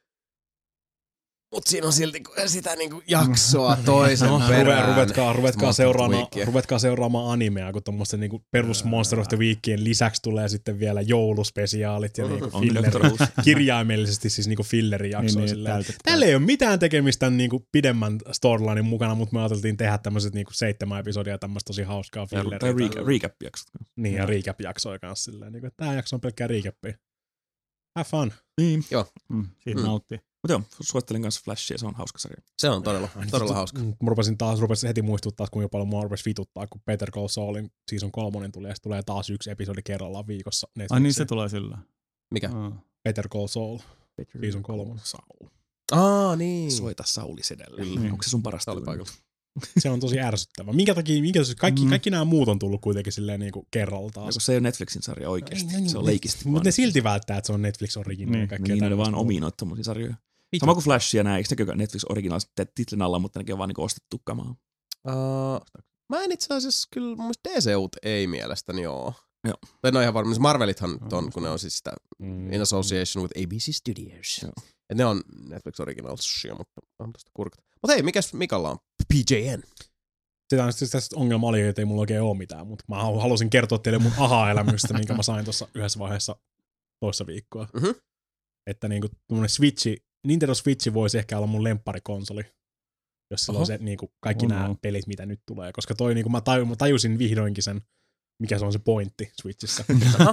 Mut siinä on silti sitä niinku jaksoa toisen no, perään. Ruvetkaa, ruvetkaa, seuraamaan, ruvetkaa seuraamaan animea, kun tommoisten niinku perus Monster of the Weekien lisäksi tulee sitten vielä jouluspesiaalit ja niinku filleri, kirjaimellisesti siis niinku fillerijaksoja. Niin, niin, tällä ei ole mitään tekemistä niinku pidemmän storylinen mukana, mutta me ajateltiin tehdä tämmöiset niinku seitsemän episodia tämmöistä tosi hauskaa filleriä. Tai recap-jaksot. Niin, ja recap-jaksoja kanssa silleen. Niinku, tää jakso on pelkkää recapia. Have fun. Niin. Joo. Mm, siitä mm. nauttii. Mutta joo, suosittelin kanssa Flashia, se on hauska sarja. Se on todella, todella hauska. Mä rupesin taas, rupesin heti muistuttaa, kuinka paljon mua rupesi vituttaa, kun Better Call Saulin season kolmonen tuli, ja tulee taas yksi episodi kerrallaan viikossa. Ai niin, se tulee sillä. Mikä? Uh. Better Call Saul, Better season kolmonen. Saul. Aa, niin. Soita Saulis edelleen. Niin. Onko se sun parasta paikalla? Se on tosi ärsyttävä. Minkä takia, minkä, kaikki, mm. kaikki nämä muut on tullut kuitenkin silleen niin kuin kerralla taas. Ja se ei ole Netflixin sarja oikeasti, no, niin, se on leikisti. Mutta ne silti välttää, että se on Netflix Original. Niin, kaikkea niin ne vaan ominoit tommosia sarjoja. Mitä? Sama kuin Flash ja nää, eikö nekö Netflix Originals titlin alla, mutta nekin on vaan niinku ostettu kamaa? Uh, mä en itse asiassa kyllä, mun mielestä D C U:t ei mielestäni oo. Joo. Tai no ihan varmaan, Marvelithan ton, kun ne on siis sitä mm. in association with A B C Studios. Joo. Et ne on Netflix Originalsia, mutta on tosta kurkata. Mut hei, mikäs Mikalla on? P J N. Sitä on siis tästä ongelma oli, että ei mulla oikein oo mitään, mutta mä halusin kertoa teille mun aha-elämystä, minkä mä sain tuossa yhdessä vaiheessa toissa viikkoa. Mm-hmm. Että niinku tuommoinen Switchi, Nintendo Switchi voisi ehkä olla mun lemparikonsoli, jos sillä on se niinku kaikki nämä no. pelit, mitä nyt tulee. Koska toi niinku mä, taju, mä tajusin vihdoinkin sen, mikä se on se pointti Switchissä.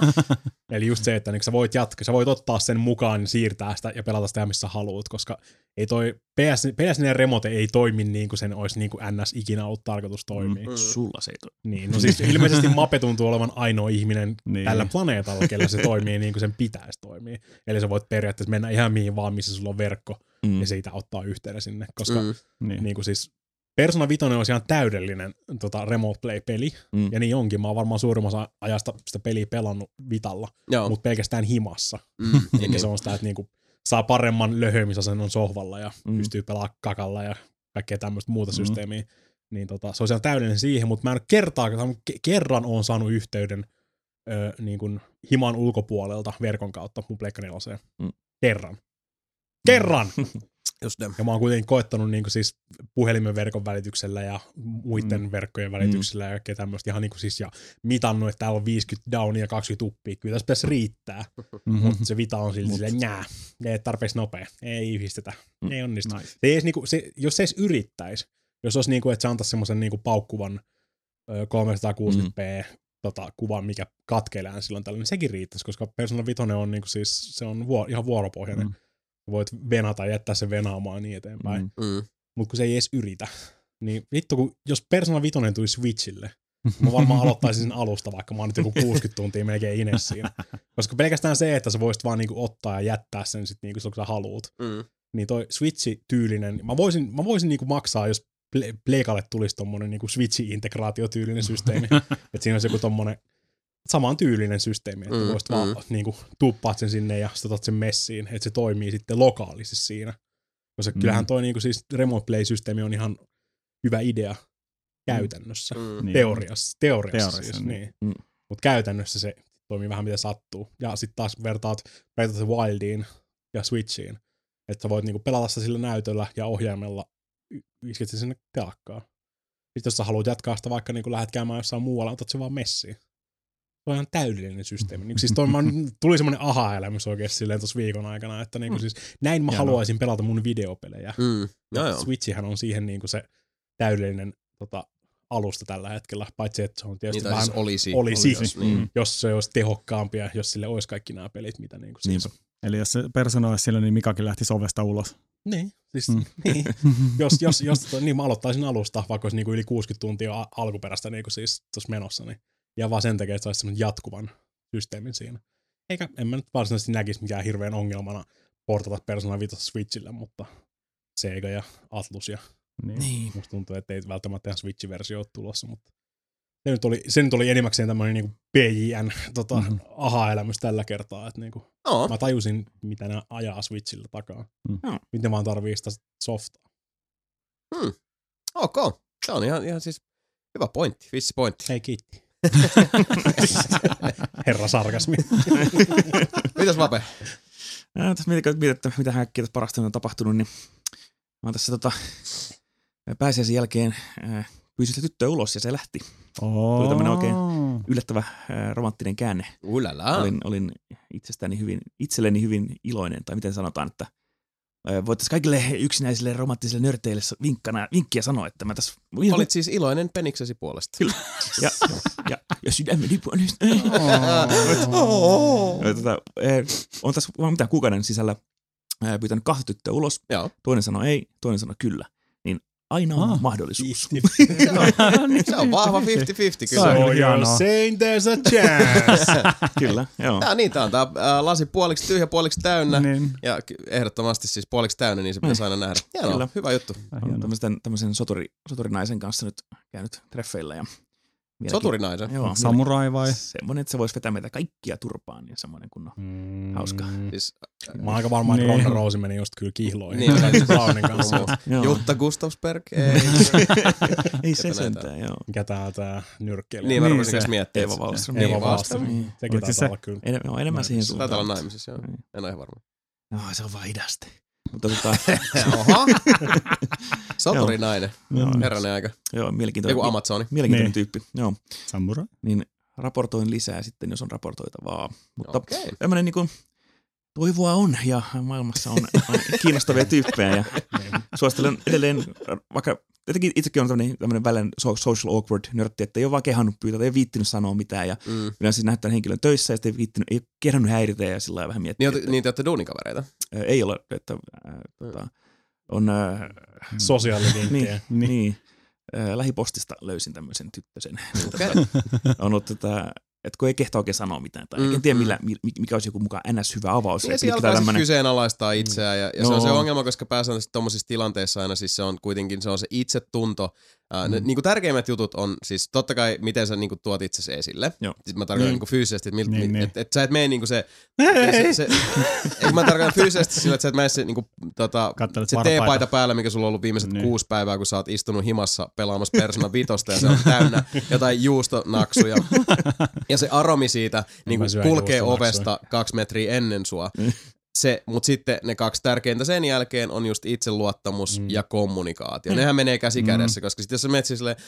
Eli just se, että niin sä voit jatkaa, sä voit ottaa sen mukaan, siirtää sitä ja pelata sitä missä haluat, koska ei toi P S, P S neljä Remote ei toimi niin kuin sen olisi niin kuin N S ikinä ollut tarkoitus toimia. Mm, sulla se ei toimi. Niin, no siis ilmeisesti Mape tuntuu olevan ainoa ihminen niin. tällä planeetalla, kellä se toimii niin kuin sen pitäisi toimia. Eli sä voit periaatteessa mennä ihan mihin vaan, missä sulla on verkko mm. ja siitä ottaa yhteyden sinne, koska mm. niin kuin siis Persona viisi olisi ihan täydellinen tota, remote play-peli, mm. ja niin onkin. Mä oon varmaan suurimmassa ajasta sitä peliä pelannut Vitalla, mutta pelkästään himassa. Mm. Eli se on sitä, että niinku saa paremman löhömisasennon sohvalla ja mm. pystyy pelaamaan kakalla ja kaikkea tämmöistä muuta mm. systeemiä. Niin tota, se on ihan täydellinen siihen, mutta mä en kertaan, kerran oon saanut yhteyden ö, niin kuin himan ulkopuolelta verkon kautta mun Pleikka neloseen. Mm. Kerran. Kerran! Just ne. Ja mä oon kuitenkin koettanut niin kuin siis puhelimen verkon välityksellä ja muiden mm. verkkojen välityksellä mm. ja kaikkea tämmöistä ihan niin kuin siis ja mitannut, että täällä on viisikymmentä downia ja kaksikymmentä uppia. Kyllä tässä pitäisi riittää. Mm-hmm. Mutta se vita on silti silleen, nää, ei tarpeeksi nopea, ei yhdistetä, mm. ei onnistu. Nice. Se ei edes, niin kuin, se, jos se edes yrittäisi, jos olisi niin kuin, että se antaisi semmoisen niin kuin paukkuvan ö, kolmesataakuusikymmentä p mm. tota, kuvan, mikä katkelee silloin tällainen, niin sekin riittäisi, koska Persona viisi on niin kuin siis, se on vuor, ihan vuoropohjainen. Mm. Voit venata ja jättää sen venaamaan niin eteenpäin. Mm. Mutta kun se ei edes yritä. Niin vittu, kun jos Persona viisi tuli Switchille, mä varmaan aloittaisin sen alusta, vaikka mä oon nyt joku kuusikymmentä tuntia melkein ines siinä. Koska pelkästään se, että sä voisit vaan niinku ottaa ja jättää sen sit niinku silloin, kun sä haluut. Mm. Niin toi Switch-tyylinen, mä voisin, mä voisin niinku maksaa, jos Pleikalle tulisi tommonen niinku Switch-integraatiotyylinen systeemi. Että siinä olisi joku tommonen saman tyylinen systeemi, että mm, voisit mm. vaan niinku, tuppaat sen sinne ja otat sen messiin, että se toimii sitten lokaalisesti siinä. Koska mm. kyllähän toi niinku, siis Remote Play-systeemi on ihan hyvä idea käytännössä, mm. teoriassa, teoriassa, teoriassa siis, niin. Mm. Mutta käytännössä se toimii vähän miten sattuu. Ja sitten taas vertaat Breath of the Wildiin ja Switchiin, että sä voit niinku pelata sitä sillä näytöllä ja ohjaimella isket sen sinne telakkaan. Sitten jos sä haluat jatkaa sitä, vaikka niinku lähdet käymään jossain muualla, otat sen vaan messiin. Toi on ihan täydellinen systeemi. Niin, siis toi, mä, tuli semmoinen aha-elämys oikeesti silleen tuossa viikon aikana, että niinku, siis, näin mä ja haluaisin no. pelata mun videopelejä. Mm. No, Switchihän on siihen niinku se täydellinen tota, alusta tällä hetkellä, paitsi että se on tietysti Niitä vähän siis olisi. olisi, olisi niin. jos se olisi tehokkaampi ja jos sille olisi kaikki nämä pelit, mitä niinku siis. Eli jos se persona olisi sillä, niin Mikakin lähti sovesta ulos. Niin, siis Mm. niin. jos, jos, jos to, niin mä aloittaisin alusta, vaikka olisi niinku yli kuusikymmentä tuntia alkuperäistä niinku siis tuossa menossa, niin, ja vaan sen takia, että se olisi semmoinen jatkuvan systeemin siinä. Eikä, en mä nyt varsinaisesti näkisi mikään hirveän ongelmana portata Persona viisi Switchille, mutta Sega ja Atlus ja Niin. musta tuntuu, että ei välttämättä ihan Switch-versio ole tulossa, mutta se nyt oli, se nyt oli enimmäkseen tämmöinen niinku P J N tota, mm-hmm. aha-elämys tällä kertaa, että niinku, No. mä tajusin, mitä ne ajaa Switchillä takaa. Mm. Miten vaan tarvii sitä softaa. Hmm. Ok. Se on ihan, ihan siis hyvä pointti, vissi pointti. Hei, kiitti. Herra sarkasmi. Mitäs Vape? Ja, tässä mietin, että mitä häkkiä tässä parasta on tapahtunut, niin mä oon tässä tota, pääsiäisen jälkeen äh, pyysin sitä tyttöä ulos ja se lähti. Oh. Tuli tämmönen oikein yllättävä äh, romanttinen käänne. Ulala. Olin, olin itsestäni hyvin, itselleni hyvin iloinen, tai miten sanotaan, että äh, voitaisiin kaikille yksinäisille romanttisille nörteille vinkkana, vinkkiä sanoa, että mä tässä... Olit siis iloinen peniksesi puolesta. Kyllä. Ja, ja, ja sydämeni puolesta. Oh. Ja, tota, eh, on tässä vaan mitään kuukauden sisällä eh, pyytänyt kahta tyttöä ulos. Joo. Toinen sanoi ei, toinen sanoi kyllä. Niin aina on Ah. mahdollisuus. Se on vahva viisikymmentä viisikymmentä Se kyllä. on So you're hienoa. saying there's a chance. Kyllä, joo. Tää on niin, tää on tää ää, lasi puoliksi tyhjä, puoliksi täynnä. Niin. Ja ky- ehdottomasti siis puoliksi täynnä, niin se pitäisi aina nähdä. Hienoa, Kyllä. hyvä juttu. Olen tämmöisen, tämmöisen soturi, soturinaisen kanssa nyt käynyt treffeillä. Ja vieläkin- Soturinaisen. Joo. Samurai vai? Semmoinen, että se voisi vetää meitä kaikkia turpaan. Ja semmoinen kunnon. Mm. Hauska. Siis, Mä oon aika varma, että Niin. Ronda Rousey meni just kyllä kihloihin. Niin, Niin, Brownin kanssa. Joo. Jutta Gustavsberg, ei. Ei se Näitä. sentään, joo. Mikä tää, tää nyrkkeilijä. Niin, mä Niin rupesin se. kanssa miettimään. Eeva että se- Wallström. Niin, Eeva Wallström. Wallström. Niin. Sekin Oliko taitaa se olla kyllä. En, joo, enemmän siihen Naimisissa. suuntaan. Taitaa olla naimisissa, joo. Niin. En ole ihan varma. No, se on vaan hidasta. Mutta tota, Oho. Soturinainen. joo, Herranen aika. joo, mielenkiintoinen. Joku Amazoni. Mielenkiintoinen Niin. tyyppi, joo. Samurai? Niin raportoin lisää sitten, jos on raportoitavaa. Mutta Okei. tämmöinen niinku toivoa on ja maailmassa on, on kiinnostavia tyyppejä ja suosittelen edelleen, vaikka jotenkin itsekin on tämmöinen, tämmöinen välillä social awkward nörtti, että ei ole vaan kehannut pyytää, ei ole viittinyt sanoa mitään ja Mm. yleensä siis näyttää henkilön töissä ja sitten ei, viittinyt, ei ole kerännyt häiritä ja sillä lailla vähän miettiä. Niin, te, niin te olette duunikavereita. Ää, ei ole, että ää, tota, on ää, Sosiaalivinkkejä. niin, niin ää, lähipostista löysin tämmöisen tyttösen. Okei. On ollut tätä, että kun ei kehtaa oikein sanoa mitään, tai Mm, en tiedä mm. millä, mi- mikä olisi joku mukaan ns. Hyvä avaus. Niin, ja että siinä pitää alkaa tämmönen- siis kyseenalaistaa itseään, ja, ja se on Joo. se ongelma, koska pääsääntöisesti tuommoisissa tilanteissa aina siis se on kuitenkin se, on se itsetunto. Ää, ne, Mm. niin kuin tärkeimmät jutut on siis totta kai, miten sä niin kuin tuot itsesi esille. Joo. Siis mä tarkoitan Mm. niin kuin fyysisesti, että Niin, niin, niin. et, et sä et mene niin kuin se... se, se ei, mä tarkoitan fyysisesti sillä, että sä et mene se, niin kuin, tota, Kattelet se varpaita. teepaita päällä, mikä sulla on ollut viimeiset Niin. kuusi päivää, kun sä oot istunut himassa pelaamassa Persona vitosta ja se on täynnä jotain juustonaksuja. Ja se aromi siitä niin mä kuin syön kulkee juustonaksuja. ovesta kaksi metriä ennen sua. Se, mutta sitten ne kaksi tärkeintä sen jälkeen on just itseluottamus Mm. ja kommunikaatio. Nehän menee käsi kädessä, koska sitten jos sä menet siis silleen...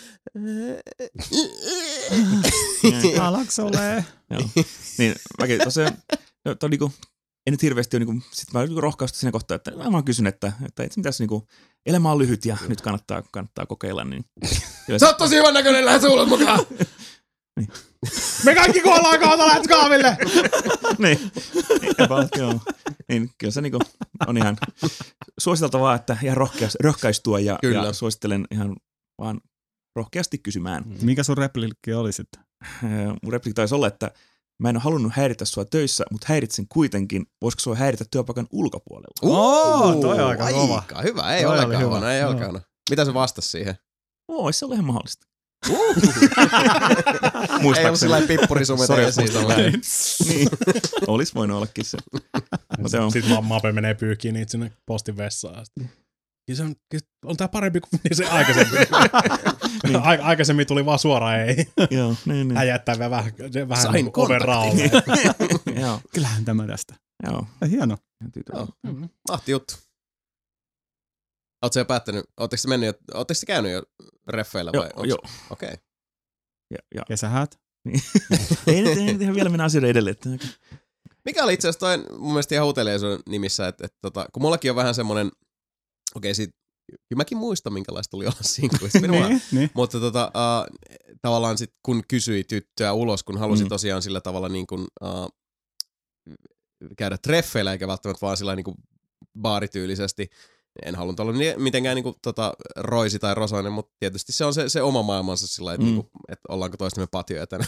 Alaksolee. Joo. Niin, mäkin tosiaan, no, toi niinku, en nyt hirveästi ole, niinku, sit mä niinku rohkaistun siinä kohtaa, että mä vaan kysyn, että, että et mitäs niinku, elämä on lyhyt ja nyt kannattaa, kannattaa kokeilla, niin kyllä Sä oot tosi hyvän näköinen, lähde suulut mukaan! Me kaikki kuollaan kohta, let's kaaville! niin, about, joo. Niin, kyllä se niinku on ihan suositeltavaa, että ihan rohkeasti, rohkaistua ja, Kyllä. ja suosittelen ihan vaan rohkeasti kysymään. Mikä sun replikki oli sitten? Äh, Mun replikki taisi olla, että mä en ole halunnut häiritä sua töissä, mutta häiritsen kuitenkin. Voisiko sua häiritä työpaikan ulkopuolella? Oo, toi on aika kova. Aika hyvä, ei Toi oli olekaan hyvä. huono, ei Joo. olekaan huono. Mitä se vastasi siihen? Ois se ole ihan mahdollista. Ei ollut sellainen pippurisume Sorry, esiin. muistan väärin. Niin, olis voinut ollakin se. Mutta joo. Sitten vaan Mape menee pyyhkiin niitä sinne postin vessaan. Sitten, kyllä se on, kyllä on tää parempi kuin se aikaisemmin. Niin. A- aikaisemmin tuli vaan suoraan ei. Joo, niin, niin. Hän jättää vielä vähän, vähän Sain niin kuin oven kontaktin. raalle. Joo, Kyllähän tämä tästä. joo. Hieno. Ihan tyytyväinen. Joo. Mahti juttu. Ootko jo päättänyt, ootteko te mennyt jo, ootteko te käynyt jo reffeillä vai? Joo, joo. Okei. Okay. Ja, ja. Kesähäät. ei nyt ei nyt ihan vielä mennä asioiden edelle. Että... Mikä oli itse asiassa toi mun mielestä ihan uteliaisuuden nimissä, että, että, että kun mullakin on vähän semmonen, okei okay, siitä kyllä mäkin muistan, minkälaista tuli olla sinkkuissa. niin, niin. Mutta tota, uh, tavallaan sit, kun kysyi tyttöä ulos, kun halusi Mm. tosiaan sillä tavalla niin kuin, uh, käydä treffeillä, eikä välttämättä vaan sillä niin kuin baarityylisesti. En halunnut olla mitenkään niin kuin, tota, roisi tai rosoinen, mutta tietysti se on se, se oma maailmansa sillä, että, mm. niin kuin, että ollaanko toistemme patioja tänään.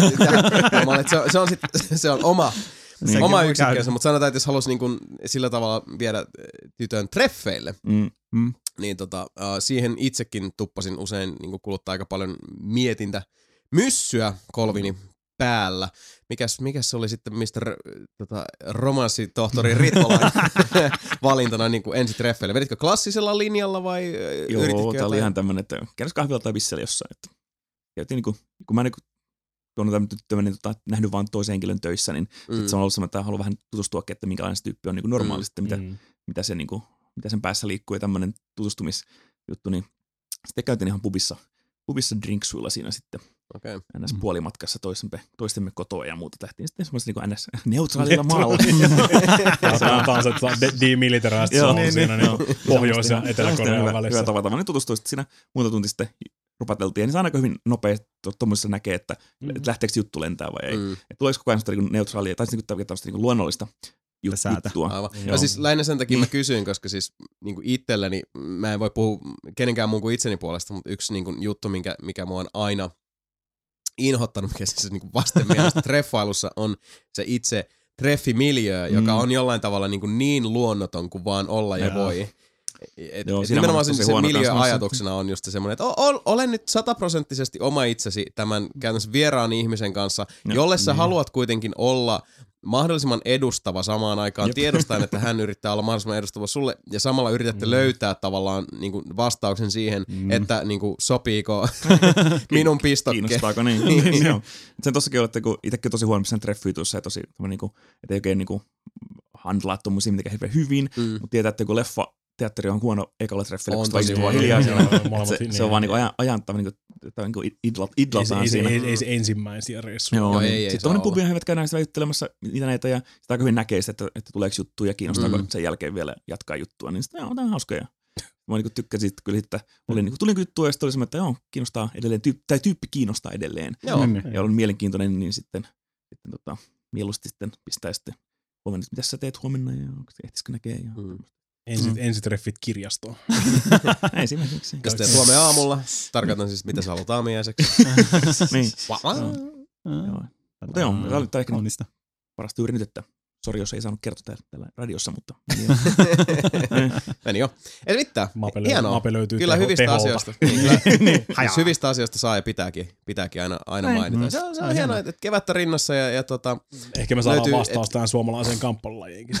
se, se, on sit, se on oma, Sekin oma voi yksikkönsä, käydä. mutta sanotaan, että jos halusi niin kuin, sillä tavalla viedä tytön treffeille, Mm. Mm. niin tota, uh, siihen itsekin tuppasin usein niin kuin kuluttaa aika paljon mietintä myssyä kolvini päällä. Mikäs, mikäs se oli sitten mister Tota, romanssitohtori Ritolainen valintana niin kuin ensitreffeille? Veditkö klassisella linjalla vai Joo, yrititkö tää oli ihan tämmönen, että käydäs kahvilla tai bissellä jossain. Että käytiin niinku, kun mä niinku tuonut tämmönen niin tota, nähnyt vaan toisen henkilön töissä, niin mm. sit se on ollut semmoinen, että haluan vähän tutustua, että minkälainen se tyyppi on niinku normaalisti, mm. mitä, mm. mitä, se, niinku, mitä sen päässä liikkuu ja tämmönen tutustumisjuttu, niin sitten käytiin ihan pubissa, pubissa drinksuilla siinä sitten. Okay. Ns. Puolimatkassa toistemme, toistemme kotoa ja muuta. Lähtiin sitten semmoista niin ns. Neutraalilla maalla. Sanotaan se, että demilitarized zone siinä niin Pohjois- ja Etelä-Korean välissä. Hyvä tavata. Mä niin tutustuin siinä muutama tunti sitten rupateltiin. Niin se aina hyvin nopeasti tuommoisessa näkee, että mm. lähteekö juttu lentää vai ei. Mm. Että tuleeko koko ajan niin neutraalia tai niin tämmöistä niin luonnollista juttua. Aivan. Ja siis lähinnä sen takia mä kysyin, koska siis niin kuin itselleni, mä en voi puhua kenenkään muun kuin itseni puolesta, mutta yksi niin kuin juttu, minkä, mikä mua on aina inhottanut, mikä siis niin kuin vastenmielistä treffailussa on se itse treffimiljö, mm. joka on jollain tavalla niin, kuin niin luonnoton kuin vaan olla ja, ja voi. Et, Joo, et nimenomaan sen, sen miljöajatuksena on just semmoinen, että o, ole nyt sataprosenttisesti oma itsesi tämän käytännössä vieraan ihmisen kanssa, no, jolle sä niin. haluat kuitenkin olla mahdollisimman edustava samaan aikaan Jep. tiedostaen, että hän yrittää olla mahdollisimman edustava sulle ja samalla yritätte mm. löytää tavallaan niin kuin vastauksen siihen, mm. että niin kuin, sopiiko minun pistokkeen. Kiinnostaako niin? niin. Joo. Sen tossakin on, että kun itsekin on tosi huono sen treffiytuissa ja tosi, niin kuin, että ei oikein niin kuin, handlaa tommosia mitenkään hirveän hyvin, mm. mutta tietää, että kun leffa teatteri on huono ekalla treffillä, kun tosi vaan hiljaa siellä. Se, se on vaan niinku ajan, ajantava niinku, niinku idlat, idlataan ei, siinä. Ei, ei, ei se ensimmäisiä reissuja. Joo, no, niin. ei, ei, sitten tommoinen pubi on hyvät käydään sitä väittelemassa niitä näitä ja sitä aika hyvin näkee sitä, että, että tuleeko juttuja ja kiinnostaako mm. sen jälkeen vielä jatkaa juttua. Niin sitten joo, tämä on hauska. Ja mä niinku tykkäsin sitten kyllä, että oli, niinku, tuli juttua ja sitten oli semmoinen, että joo, kiinnostaa edelleen, tyyppi, tai tyyppi kiinnostaa edelleen. Joo. Ja on mielenkiintoinen, niin sitten, sitten tota, mieluusti sitten pistää sitten huomenna, mitä sä teet huomenna ja ehtisikö näkee ja mm. Ensit, mm. ensitreffit kirjastoon. Esimerkiksi. Jos teet huomenna aamulla, tarkoitan siis, mitä sä haluat aamiaiseksi. niin. Mutta joo, tämä oli ehkä kaunista. Parasta juuri nyt, että sori, jos ei saanut kertoa täällä, täällä radiossa, mutta... Meni jo. Ei mitään. Mape hienoa. Mape löytyy kyllä teho, hyvistä teholta. asioista. Niin, kyllä, niin. Siis hyvistä asioista saa ja pitääkin, pitääkin aina, aina mainita. Mm. Se on, se on hienoa, että kevättä rinnassa ja, ja tota... Ehkä me saadaan vastaus et... tähän suomalaiseen kamppailulajiinkin.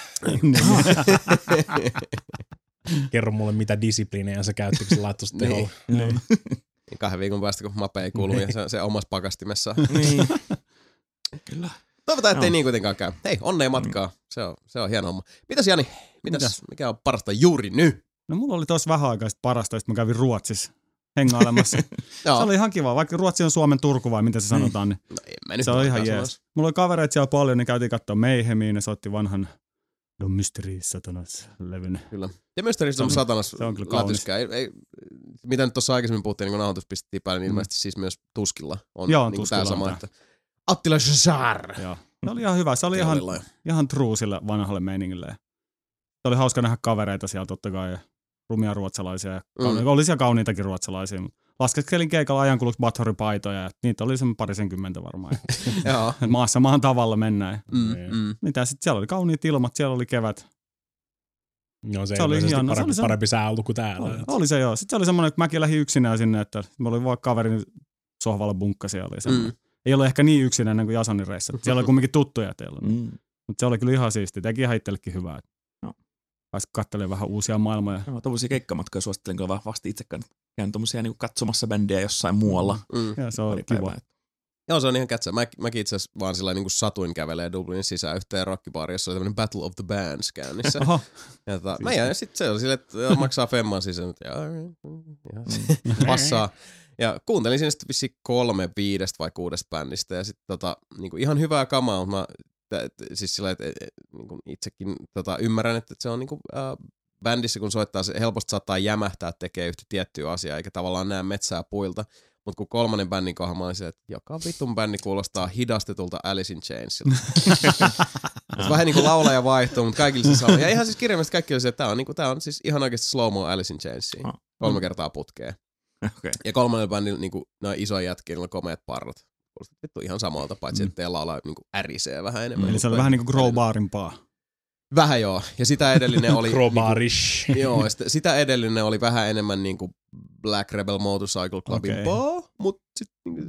Kerro mulle, mitä disiplinejä sä käytti, kun sä laittoi sitä teholla. Niin. Kahden viikon päästä, kun Mape ei kuulu ja se, se omassa pakastimessa. Niin. Kyllä. Toivotaan, ettei no. niin kuitenkaan käy. Hei, onnea matkaa. Se on, se on hieno homma. Mitäs Jani? Mitäs, Mitäs? Mikä on parasta juuri nyt? No mulla oli tossa vähän aikaa parasta, että mä kävin Ruotsissa hengailemassa. Se oli ihan kiva, vaikka Ruotsi on Suomen Turku vai miten se sanotaan, niin no, en mä nyt se oli ihan jees. Mulla oli kavereita siellä paljon, niin käytiin katsoa Mayhemia, ne soitti vanhan The Mystery Satanas-levyn. Kyllä. Ja Mystery Satanas se on kyllä lätyskää. Ei, ei, mitä nyt tuossa aikaisemmin puhuttiin, niin kun nauhoitus pistettiin päälle, niin mm. ilmeisesti siis myös Tuskilla on, Joo, niin Tuskilla tämä sama. on Että Attila Shazar. Joo. Se oli ihan hyvä. Se oli ihan, ihan true sille vanhalle meiningille. Se oli hauska nähdä kavereita siellä totta kai. Ja rumia ruotsalaisia. Ja kauni- mm. Oli siellä kauniitakin ruotsalaisia. Laskeskelin keikalla ajankuluksi Bathory-paitoja. Ja niitä oli semmoinen parisenkymmentä varmaan. Maassa maan tavalla mennään. Mm, mm. Mitä sitten? Siellä oli kauniit ilmat. Siellä oli kevät. No se, se oli hieno. Parempi, se oli parempi sää ollut kuin täällä. Oli, oli se joo. Sitten se oli semmoinen, että mäkin lähdin yksinään sinne. Että mä olin vaan kaverin sohvalla bunkkasi. Oli semmoinen. Mm. Ei ole ehkä niin yksinäinen kuin Jasonin reissa. Siellä oli kumminkin tuttuja teillä. Mm. Mutta se oli kyllä ihan siistiä. Teki ihan itsellekin hyvää. No. Pääsi katselemaan vähän uusia maailmoja. No, tuollaisia keikkamatkoja suosittelen kyllä vahvasti itse käyn tuommoisia niin katsomassa bändejä jossain muualla. Mm. Ja se on kiva. Päivää. Joo, se on ihan kätsä. Mä, mäkin itse asiassa vaan sillä niin satuin kävelee Dublinin sisään yhteen rockibaariin, jossa oli tämmöinen Battle of the Bands käynnissä. Oho. Ja ta, mä jäin sitten se oli silleen, että maksaa femman sisään. Ja, ja passaa. Ja kuuntelin siinä sitten vissiin kolme viidestä vai kuudesta bändistä ja sitten tota, niinku ihan hyvää kamaa, mutta mä t- t- siis sillä, että et, niinku itsekin tota, ymmärrän, että se on niinku, äh, bändissä kun soittaa, se helposti saattaa jämähtää tekee yhtä tiettyä asiaa, eikä tavallaan näe metsää puilta. Mutta kun kolmannen bändin kohdalla mä olin se, että joka vitun bändi kuulostaa hidastetulta Alice in Chainsilta. Vähän niin kuin laulaja vaihtuu, mutta kaikille se sama. Ja ihan siis kirjaimellisesti kaikki oli se, että tää on, niin kuin, tää on siis ihan oikeasti slow-mo Alice in Chainsiin. Kolme kertaa putkeen. Okay. Ja kolmannen bändin niin noin iso jätkiä, niillä on komeat parrat. Kuulostaa vittu ihan samalta, paitsi mm. että teillä laulaa niin kuin ärisee vähän enemmän. Eli se oli vähän niin kuin Crowbarimpaa. Vähän joo. Ja sitä edellinen oli... Crowbarish. Niinku, joo, sitä, sitä edellinen oli vähän enemmän niinku Black Rebel Motorcycle Clubin okay. paa, mut sit...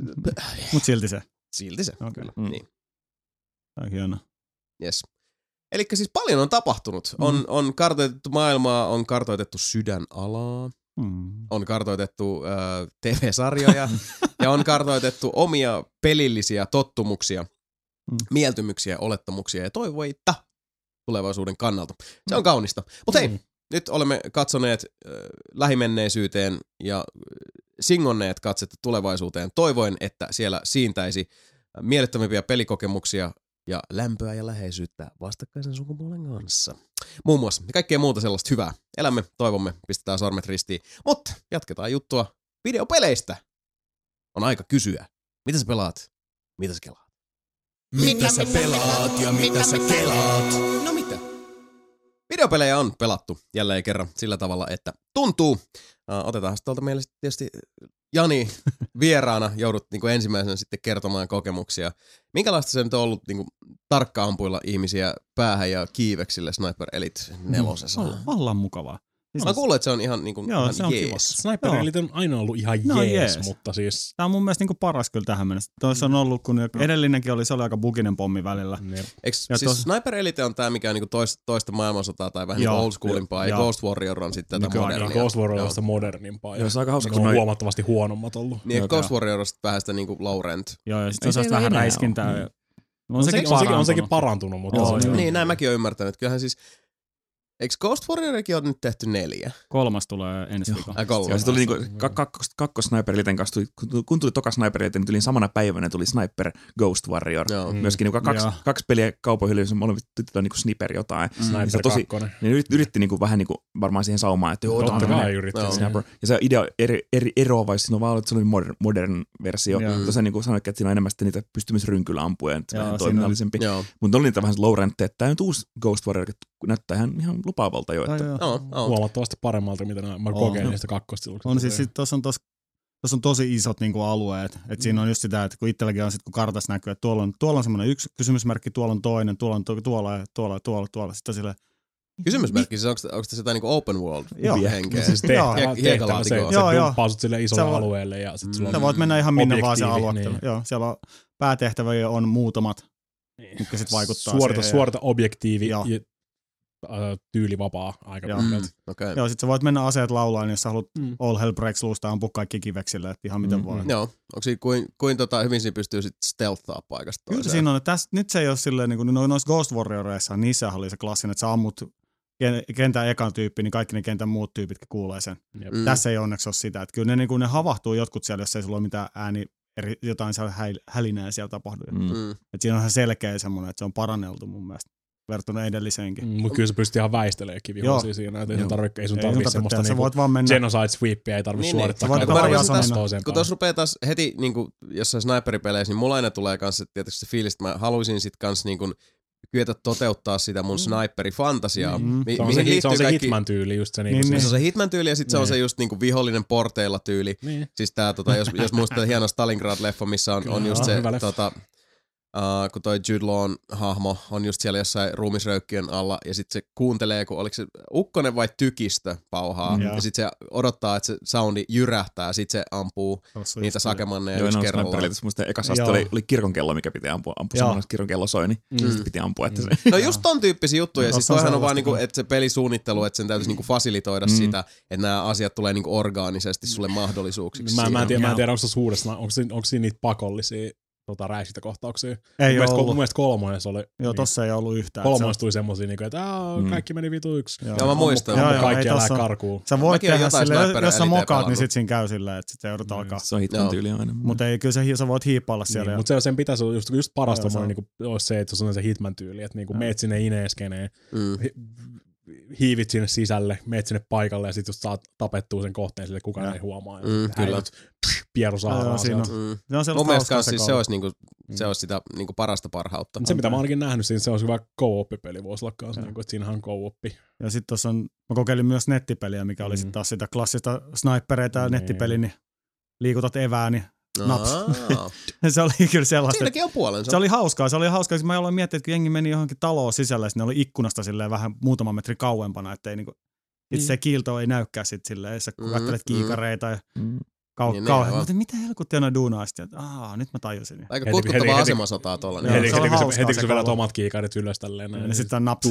Mut silti se. Silti se, okay. Kyllä. Mm. Niin. Tämä on hieno. Yes. Elikkä siis paljon on tapahtunut. Mm. On, on kartoitettu maailmaa, on kartoitettu sydänalaa, mm. on kartoitettu äh, T V-sarjoja ja on kartoitettu omia pelillisiä tottumuksia, mm. mieltymyksiä, olettamuksia ja toivoita tulevaisuuden kannalta. Se on kaunista. Mutta hei, mm. nyt olemme katsoneet äh, lähimenneisyyteen ja singonneet katsetta tulevaisuuteen. Toivoin, että siellä siintäisi mielettömiä pelikokemuksia ja lämpöä ja läheisyyttä vastakkaisen sukupuolen kanssa. Muun muassa ja kaikkea muuta sellaista hyvää. Elämme, toivomme, pistetään sormet ristiin. Mutta jatketaan juttua videopeleistä. On aika kysyä. Mitä sä pelaat? Mitä sä kelaat? Mitä sä pelaat ja mitä sä kelaat? No mitä? Videopelejä on pelattu jälleen kerran sillä tavalla, että tuntuu. Uh, otetaan tuolta meille tietysti Jani vieraana. Joudut niin kuin ensimmäisenä sitten kertomaan kokemuksia. Minkälaista se nyt on ollut niin kuin tarkka ampuilla ihmisiä päähän ja kiiveksille Sniper Elite nelosessa? Mm, vallan mukavaa. Siis mä kuulen, että se on ihan, niin kuin, joo, ihan se on jees. kiva. Sniper Elite on aina ollut ihan no, jees, jees, mutta siis... Tämä on mun mielestä niin kuin paras kyllä tähän mennessä. Tuossa on ollut, kun no. edellinenkin oli, se oli aika buginen pommi välillä. Eikö, siis tos... Sniper Elite on tämä, mikä on niin toista, toista maailmansotaa tai vähän niin old schoolimpaa, ja Ghost Warrior on sitten tätä modernia. Ghost Warrior on sitä modernimpaa. Joo, se on aika hauska, kun on noi... huomattavasti huonommat ollut. Niin, okay. Ghost Warrior on vähän sitä niin kuin low rent. Joo, ja sitten se on vähän räiskintää. Mm. On, on, sekin, on, sekin, on sekin parantunut, mutta... Oh, se, niin, näin mäkin olen ymmärtänyt. Kyllähän siis... Eikö Ghost Warriorikin ole nyt tehty neljä? Kolmas tulee ensi viikolla. Ai kolmas. Joo, se tuli niinku kakkos, kakkos Sniper Eliten kanssa, tuli, kun tuli toka Sniper Elite, niin tuli samana päivänä tuli Sniper Ghost Warrior. Joo. Myöskin niinku kaksi, kaksi peliä kaupan hyljyssä, molemmat tytöt niinku Sniper jotain. Mm. Sniper tosi, kakkonen. Ne yritti, yritti niinku vähän niinku varmaan siihen saumaan, että joo, totta kai yritti. Ja se idea eri, eri eroavaisi, siinä on vaan että se oli modern, modern versio. Tosiaan niinku sanoit, että siinä on enemmän sitten niitä pystymisrynkyllä ampuja, että vähän toiminnallisempi. Mutta oli niitä vähän low rent, että tämä nyt uusi Ghost Warrior näyttää ihan, ihan lupaavalta jo. Että Oh, oh. Huomattavasti paremmalta, mitä mä oh, kokein niistä kakkosta. On siis sit tossa on, tos, tos on tosi isot niinku alueet. Et mm. Siinä on just sitä, että kun itselläkin on sit, kun kartassa näkyy, että tuolla on, tuolla on semmoinen yksi kysymysmerkki, tuolla on toinen, tuolla on to, tuolla ja tuolla ja tuolla, tuolla. Sitten silleen, kysymysmerkki, siis onko, onko tässä jotain niinku open world henkeä? Siis tehtävä, tehtävä se, että sä dumppaat sut sille isolle sä alueelle ja sit sulla on sä voit mennä ihan minne vaan se alue. Niin. Joo, siellä on päätehtäviä on muutamat, niin. mitkä sit vaikuttaa suorita, siihen. Suorita objektiivi ja tyylivapaa aika pitkälti. Mm, okay. Joo, sit sä voit mennä aseet laulaan, jos sä haluat mm. all hell breaks loosesta ampua kaikki kiveksille, että ihan miten mm, vaan. Joo, onko siinä kuin, kuin tota, hyvin siinä pystyy sit stealthaa paikasta toiseen? Kyllä siinä on, että täs, nyt se ei ole silleen, niin kuin noissa Ghost Warrioreissa, niissä oli se klassinen, että sä ammut kentän ekan tyyppi, niin kaikki ne kentän muut tyypit kuulee sen. Mm. Tässä ei onneksi ole sitä, että kyllä ne, niin kuin ne havahtuu jotkut siellä, jos ei sulla ole mitään ääni, eri, jotain siellä hälinää siellä tapahtuu. Mm. Että siinä on ihan selkeä semmoinen, että se on paranneltu mun mielestä. Verrattuna edelliseenkin. Mm, mutta kyllä se pystyy ihan väisteleekin vihollisia siinä, että ei sun tarvitse ei sun tarvitse semmoista niinku genocide sweepia, ei tarvitse niin, suorittaa. Niin. Kun, kun tuossa rupeaa taas heti niinku, jossain sniperipeleissä, niin mulla aina tulee kanssa tietysti se fiilis, että mä haluaisin sit kans niinku kyetä toteuttaa sitä mun sniperi-fantasiaa. Mm. Mi- se on se, se, on se kaikki... Hitman-tyyli just se. Niin, niin, niin. Se on se Hitman-tyyli ja sitten se on se just niinku vihollinen porteilla tyyli. Niin. Siis tää, tota, jos, jos muistat hieno Stalingrad-leffa, missä on, on just se... Tota, Uh, kun toi Jude Lawn hahmo on just siellä jossain ruumisröykkien alla ja sitten se kuuntelee, kun oliko se ukkonen vai tykistö pauhaa mm. ja sitten se odottaa, että se soundi jyrähtää ja sitten se ampuu Tossa niitä sakemanneja yksi kerrallaan. Joo, musta ekassa asti oli, oli kirkonkello, mikä piti ampua. Ampua samalla, että kirkonkello soi, niin mm. sitten piti ampua. Että se. No just ton tyyppisiä juttuja. Siis toihan on vaan, niinku, että se pelisuunnittelu, että sen täytyisi niinku fasilitoida mm. sitä, että nämä asiat tulee niinku orgaanisesti sulle mahdollisuuksiksi. Mä, mä en tiedä, mä en tiedä onko se suuressa, onko, onko siinä niitä pakollisia tota räiskintäkohtauksia. Ei mun ollut. Mun mielestä kolmones oli. Joo, tossa niin, ei ollut yhtään. Kolmones tuli semmosia, niin että mm. kaikki meni vitu yksi. Joo, mä muistan. Joo, joo, kaikki elää karkuun. Sä voit Mäkin tehdä silleen, jos sä mokaat, niin sit siinä käy silleen, että sit se joudut alkaa. Se on Hitman tyyli aina. Mutta ei, kyllä se, sä voit hiippailla siellä. Niin, mutta sen pitäisi olla just, just paras tommoinen, niin olisi se, että se on se Hitman tyyli, että niin meet sinne ineeskeneen. hiivit sinne sisälle, meet sinne paikalle ja sit just saat tapettua sen kohteen sille, kukaan ja. ei huomaa. Ja Mm, kyllä. Pieru saadaan sieltä. Mm. Se on sellaista Mun mielestä hauskaa kans se siis se koulu. olisi, niinku, Mm. se olisi sitä niinku parasta parhautta. Se, mitä mä oon ainakin nähnyt siinä, se olisi hyvä co-op-peli, voisi olla kanssa, niin kuin, että siinähän on co-oppi. Ja sitten tuossa on, mä kokeilin myös nettipeliä, mikä oli Mm. sitten taas sitä klassista snipereita ja Mm. nettipeli, niin liikutat evää, niin naps. Aa. Se oli kyllä sellaista. Siinäkin on puolensa. Se oli hauskaa, se oli hauskaa, koska mä aloin miettiä, että kun jengi meni johonkin taloon sisälle, ja ne oli ikkunasta silleen vähän muutama metri kauempana, ettei niinku, itse se kiilto ei näykään sit silleen, sä Mm, katselet mm. kiikareita ja Mm. kau- Niin, kauhean. niin, Mutta mitä helkuttia noin duunaa sitten, että aah, nyt mä tajusin. Aika Heti- kutkuttavaa heti- asemasotaa tuolla. Joo, Heti, se oli heti, kun hauskaa sä- heti kun se sä vedät kauhu. omat kiikarit ylös tälleen. Ja näin, sitten on naps.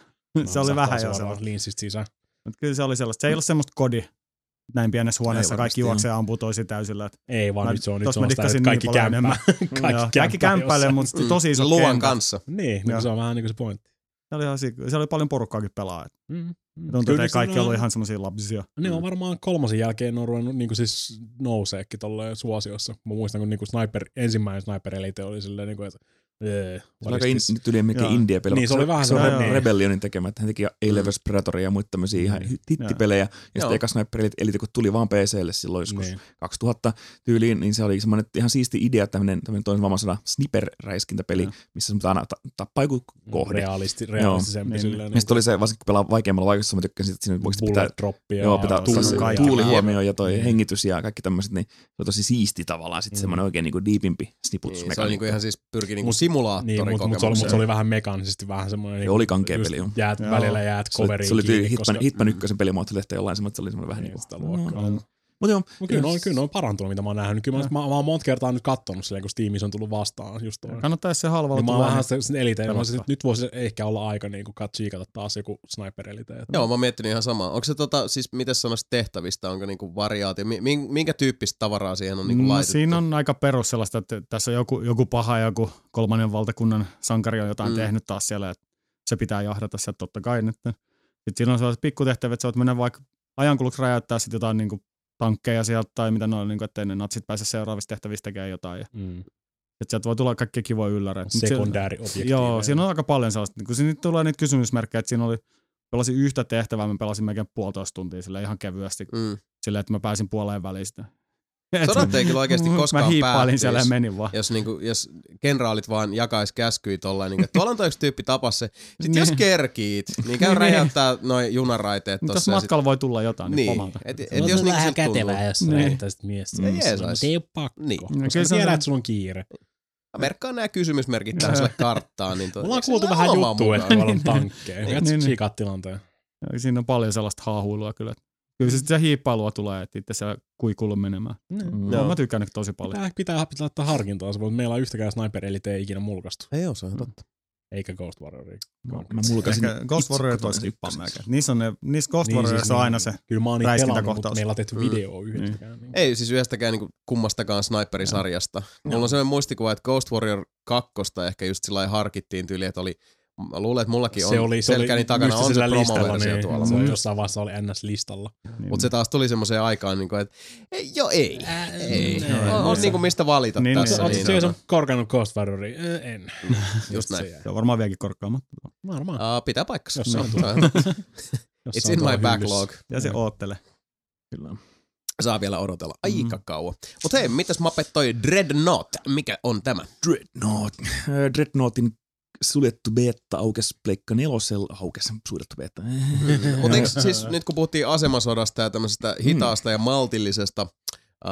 Se oli vähän jo sellaista. linssistä sisään. Mutta kyllä se oli sellaista. Se ei ollut semmoista kodi. Näin pienessä huoneessa Ei kaikki varmasti, juoksee ja ampuu toisi täysillä. Että Ei vaan Mä- nyt se on, nyt tossa se mä on sitä, dikkasin että niin kaikki paljon kämppää. enemmän. Kaikki kaikki kämppäilee, jossain. mutta tosi iso Luvan kenttä. kanssa. Niin, Joo. niin se on vähän niin kuin se pointti. Se oli, ihan sik- se oli paljon porukkaakin pelaa. Mm. Mm. Tuntuu, Kyllä että ei se kaikki on- ollut ihan semmoisia lapsia. Ne on varmaan kolmosen jälkeen ne on ruvennut niin kuin siis nouseekin tolleen suosiossa. Mä muistan, kun niin kuin sniper, ensimmäinen Sniper Elite oli silleen, niin kuin, että ee, Se on aika in, nyt yli melkein Joo. indie-peli. Niin, se oli vähän se on semmoinen- Re- joo. Rebellionin tekemä, että hän teki A-Levels Predatoria ja muita tämmöisiä ihan Mm. hittipelejä. Ja Joo. sitten eka Sniper Elite, kun tuli vaan P C:lle silloin joskus Niin. kaksituhatta tyyliin, niin se oli semmoinen ihan siisti idea, tämmöinen, tämmöinen toinen maailmansota sniper-räiskintäpeli, Joo. missä sun pitää aina ta- tappaa joku kohde. Realisti, realistisempi Niin, silleen. Ja sitten oli se, varsinkin kun pelaa vaikeammalla vaikeudessa, mä tykkäsin, että siinä voisi pitää bullet droppia. Joo, pitää tuuli- tuuli, kaikki tuuli vähän. huomioon ja toi Niin. hengitys ja kaikki tämmöiset, niin se on tosi siisti tavallaan sitten Mm. semmoinen oikein niinku diipimpi Niin, se oli sniputusmekaniikka. niinku ihan siis pyrki niinku Mut- simulaattori Niin, mutta mut se, oli- mut se oli vähän mekaanisesti vähän semmoinen. Se oli kankea peli, joo. Jäät, Joo. välillä jäät Se oli, coveriin se oli tyyli kiinni, Hitman, koska- Hitman ykkösen pelimuoto lehti jollain semmoinen, että se oli semmoinen vähän Niin, niin sitä kuin. luokkaa. On. Mutta joo, Mut kyllä, ne on, kyllä ne on parantunut, mitä mä oon nähnyt. Kyllä mä, mä, mä oon monta kertaa nyt kattonut silleen, kun Steamissa on tullut vastaan just toi. Kannattaa se halvalla Niin mä oon tulla. vähän sen sen Elite. Mä pelottaa. sit, nyt voisi ehkä olla aika niin kuin tsiikata taas joku Sniper Elite. Joo, mä oon miettinyt ihan samaa. Onko se tota, siis miten sanoisit tehtävistä, onko niinku variaatio, Mi- min- minkä tyyppistä tavaraa siihen on niinku No, laitettu? siinä on aika perus sellaista, että tässä on joku, joku paha, joku kolmannen valtakunnan sankari on jotain Mm. mm. tehnyt taas siellä, että se pitää jahdata sieltä totta kai. Sitten siinä on sellaiset pikkutehtävät, että sä voit mennä vaikka ajankuluksi räjäyttää sitten jotain niin kuin tankkeja sieltä tai mitä noilla, niin kuin, ettei ne natsit pääse seuraavista tehtävistä tekemään jotain. Ja, Mm. että sieltä voi tulla kaikkia kivoja ylläreitä. Mut siellä- Sekundääriobjektiiveja. Joo, siinä on aika paljon sellaista. Niin kun siinä tulee niitä kysymysmerkkejä, että siinä oli, pelasin yhtä tehtävää, mä pelasin melkein puolitoista tuntia sille ihan kevyesti. Mm. Silleen, että mä pääsin puoleen välistä. Sodat ei kyllä oikeasti koskaan Mä hiippailin päättyisi. siellä ja menin vaan. Jos, niinku, jos kenraalit vaan jakais käskyä tollain, niin, että tuolla on toi yksi tyyppi tapas se. Sitten Niin. jos kerkiit, niin käy Niin. räjäyttää noi junaraiteet Mutta jos tossa. ja sit- matkalla voi tulla jotain, niin, Niin, pomalta. et, et, Et jos niinku vähän siltä tuntuu. kätevää, jos Niin. lähettäisit miestä. Se Mm. jeesais. Mutta ei ole pakko. Niin. No, Koska kyllä sä se on tiedät, se- että sulla on kiire. Mä merkkaan nämä kysymysmerkit tällaiselle karttaan. Niin toi, Mulla on eikö kuultu sillä vähän ole oma juttua, että mukaan? tuolla on tankkeja. Niin, Jatko niin. tsiikaa tilanteen. Ja siinä on paljon sellaista haahuilua kyllä. Kyllä se sitä hiippailua tulee, että itse siellä kuikulla menemään. Mm. Joo. Mä tykkään nyt tosi paljon. Pitää, pitää, pitää laittaa harkintaa, se voi, meillä on yhtäkään Sniper Elite ei ikinä mulkaistu. Ei oo, se on ihan totta. Eikä Ghost Warrioria. Mä mulkaisin Ehkä Ghost itse Warrior kotona toisi hippaa ykkösessä. melkein. Niissä, on ne, niissä Ghost Niin, Warriorissa siis on niin- aina se. Kyllä mä oon niitä pelannut, mutta räiskintäkohtaus. meillä on tehty Mm. video yhdestäkään. Niin. Ei siis yhdestäkään niinku kummastakaan sniperisarjasta. Mulla on sellainen muistikuva, että Ghost Warrior kaksi ehkä just sillä lailla harkittiin tyyli, että oli, mä luulen, että mullakin on Se oli, se oli selkäni takana on se mystisellä listalla, promoversio niin, tuolla. se Mutta jossain vaiheessa oli N S-listalla. Niin. mut se taas tuli semmoiseen aikaan, niin kuin, että ei, joo ei, Ää, ei. ei. On, on niinku mistä valita Niin, tässä. niin. Oletko Niin, Jason on. korkannut Ghost Warrioria? Ää, En. Just näin. Se jäi. Se on varmaan vieläkin korkkaamatta. Varmaan. Uh, pitää paikkansa. Jos se on Se on totta. It's Jossain in tuolla my hyllyssä. backlog. Ja se Joo. oottele. Kyllä. Saa vielä odotella aika Mm. kauan. Mut hei, mitäs Mapet toi Dreadnought? Mikä on tämä? Dreadnought. Äh, Dreadnoughtin suljettu beta aukesi Pleikka nelosella. Aukesi suljettu beta. Mut eiks siis nyt kun puhuttiin asemasodasta ja tämmöisestä hitaasta ja maltillisesta äh,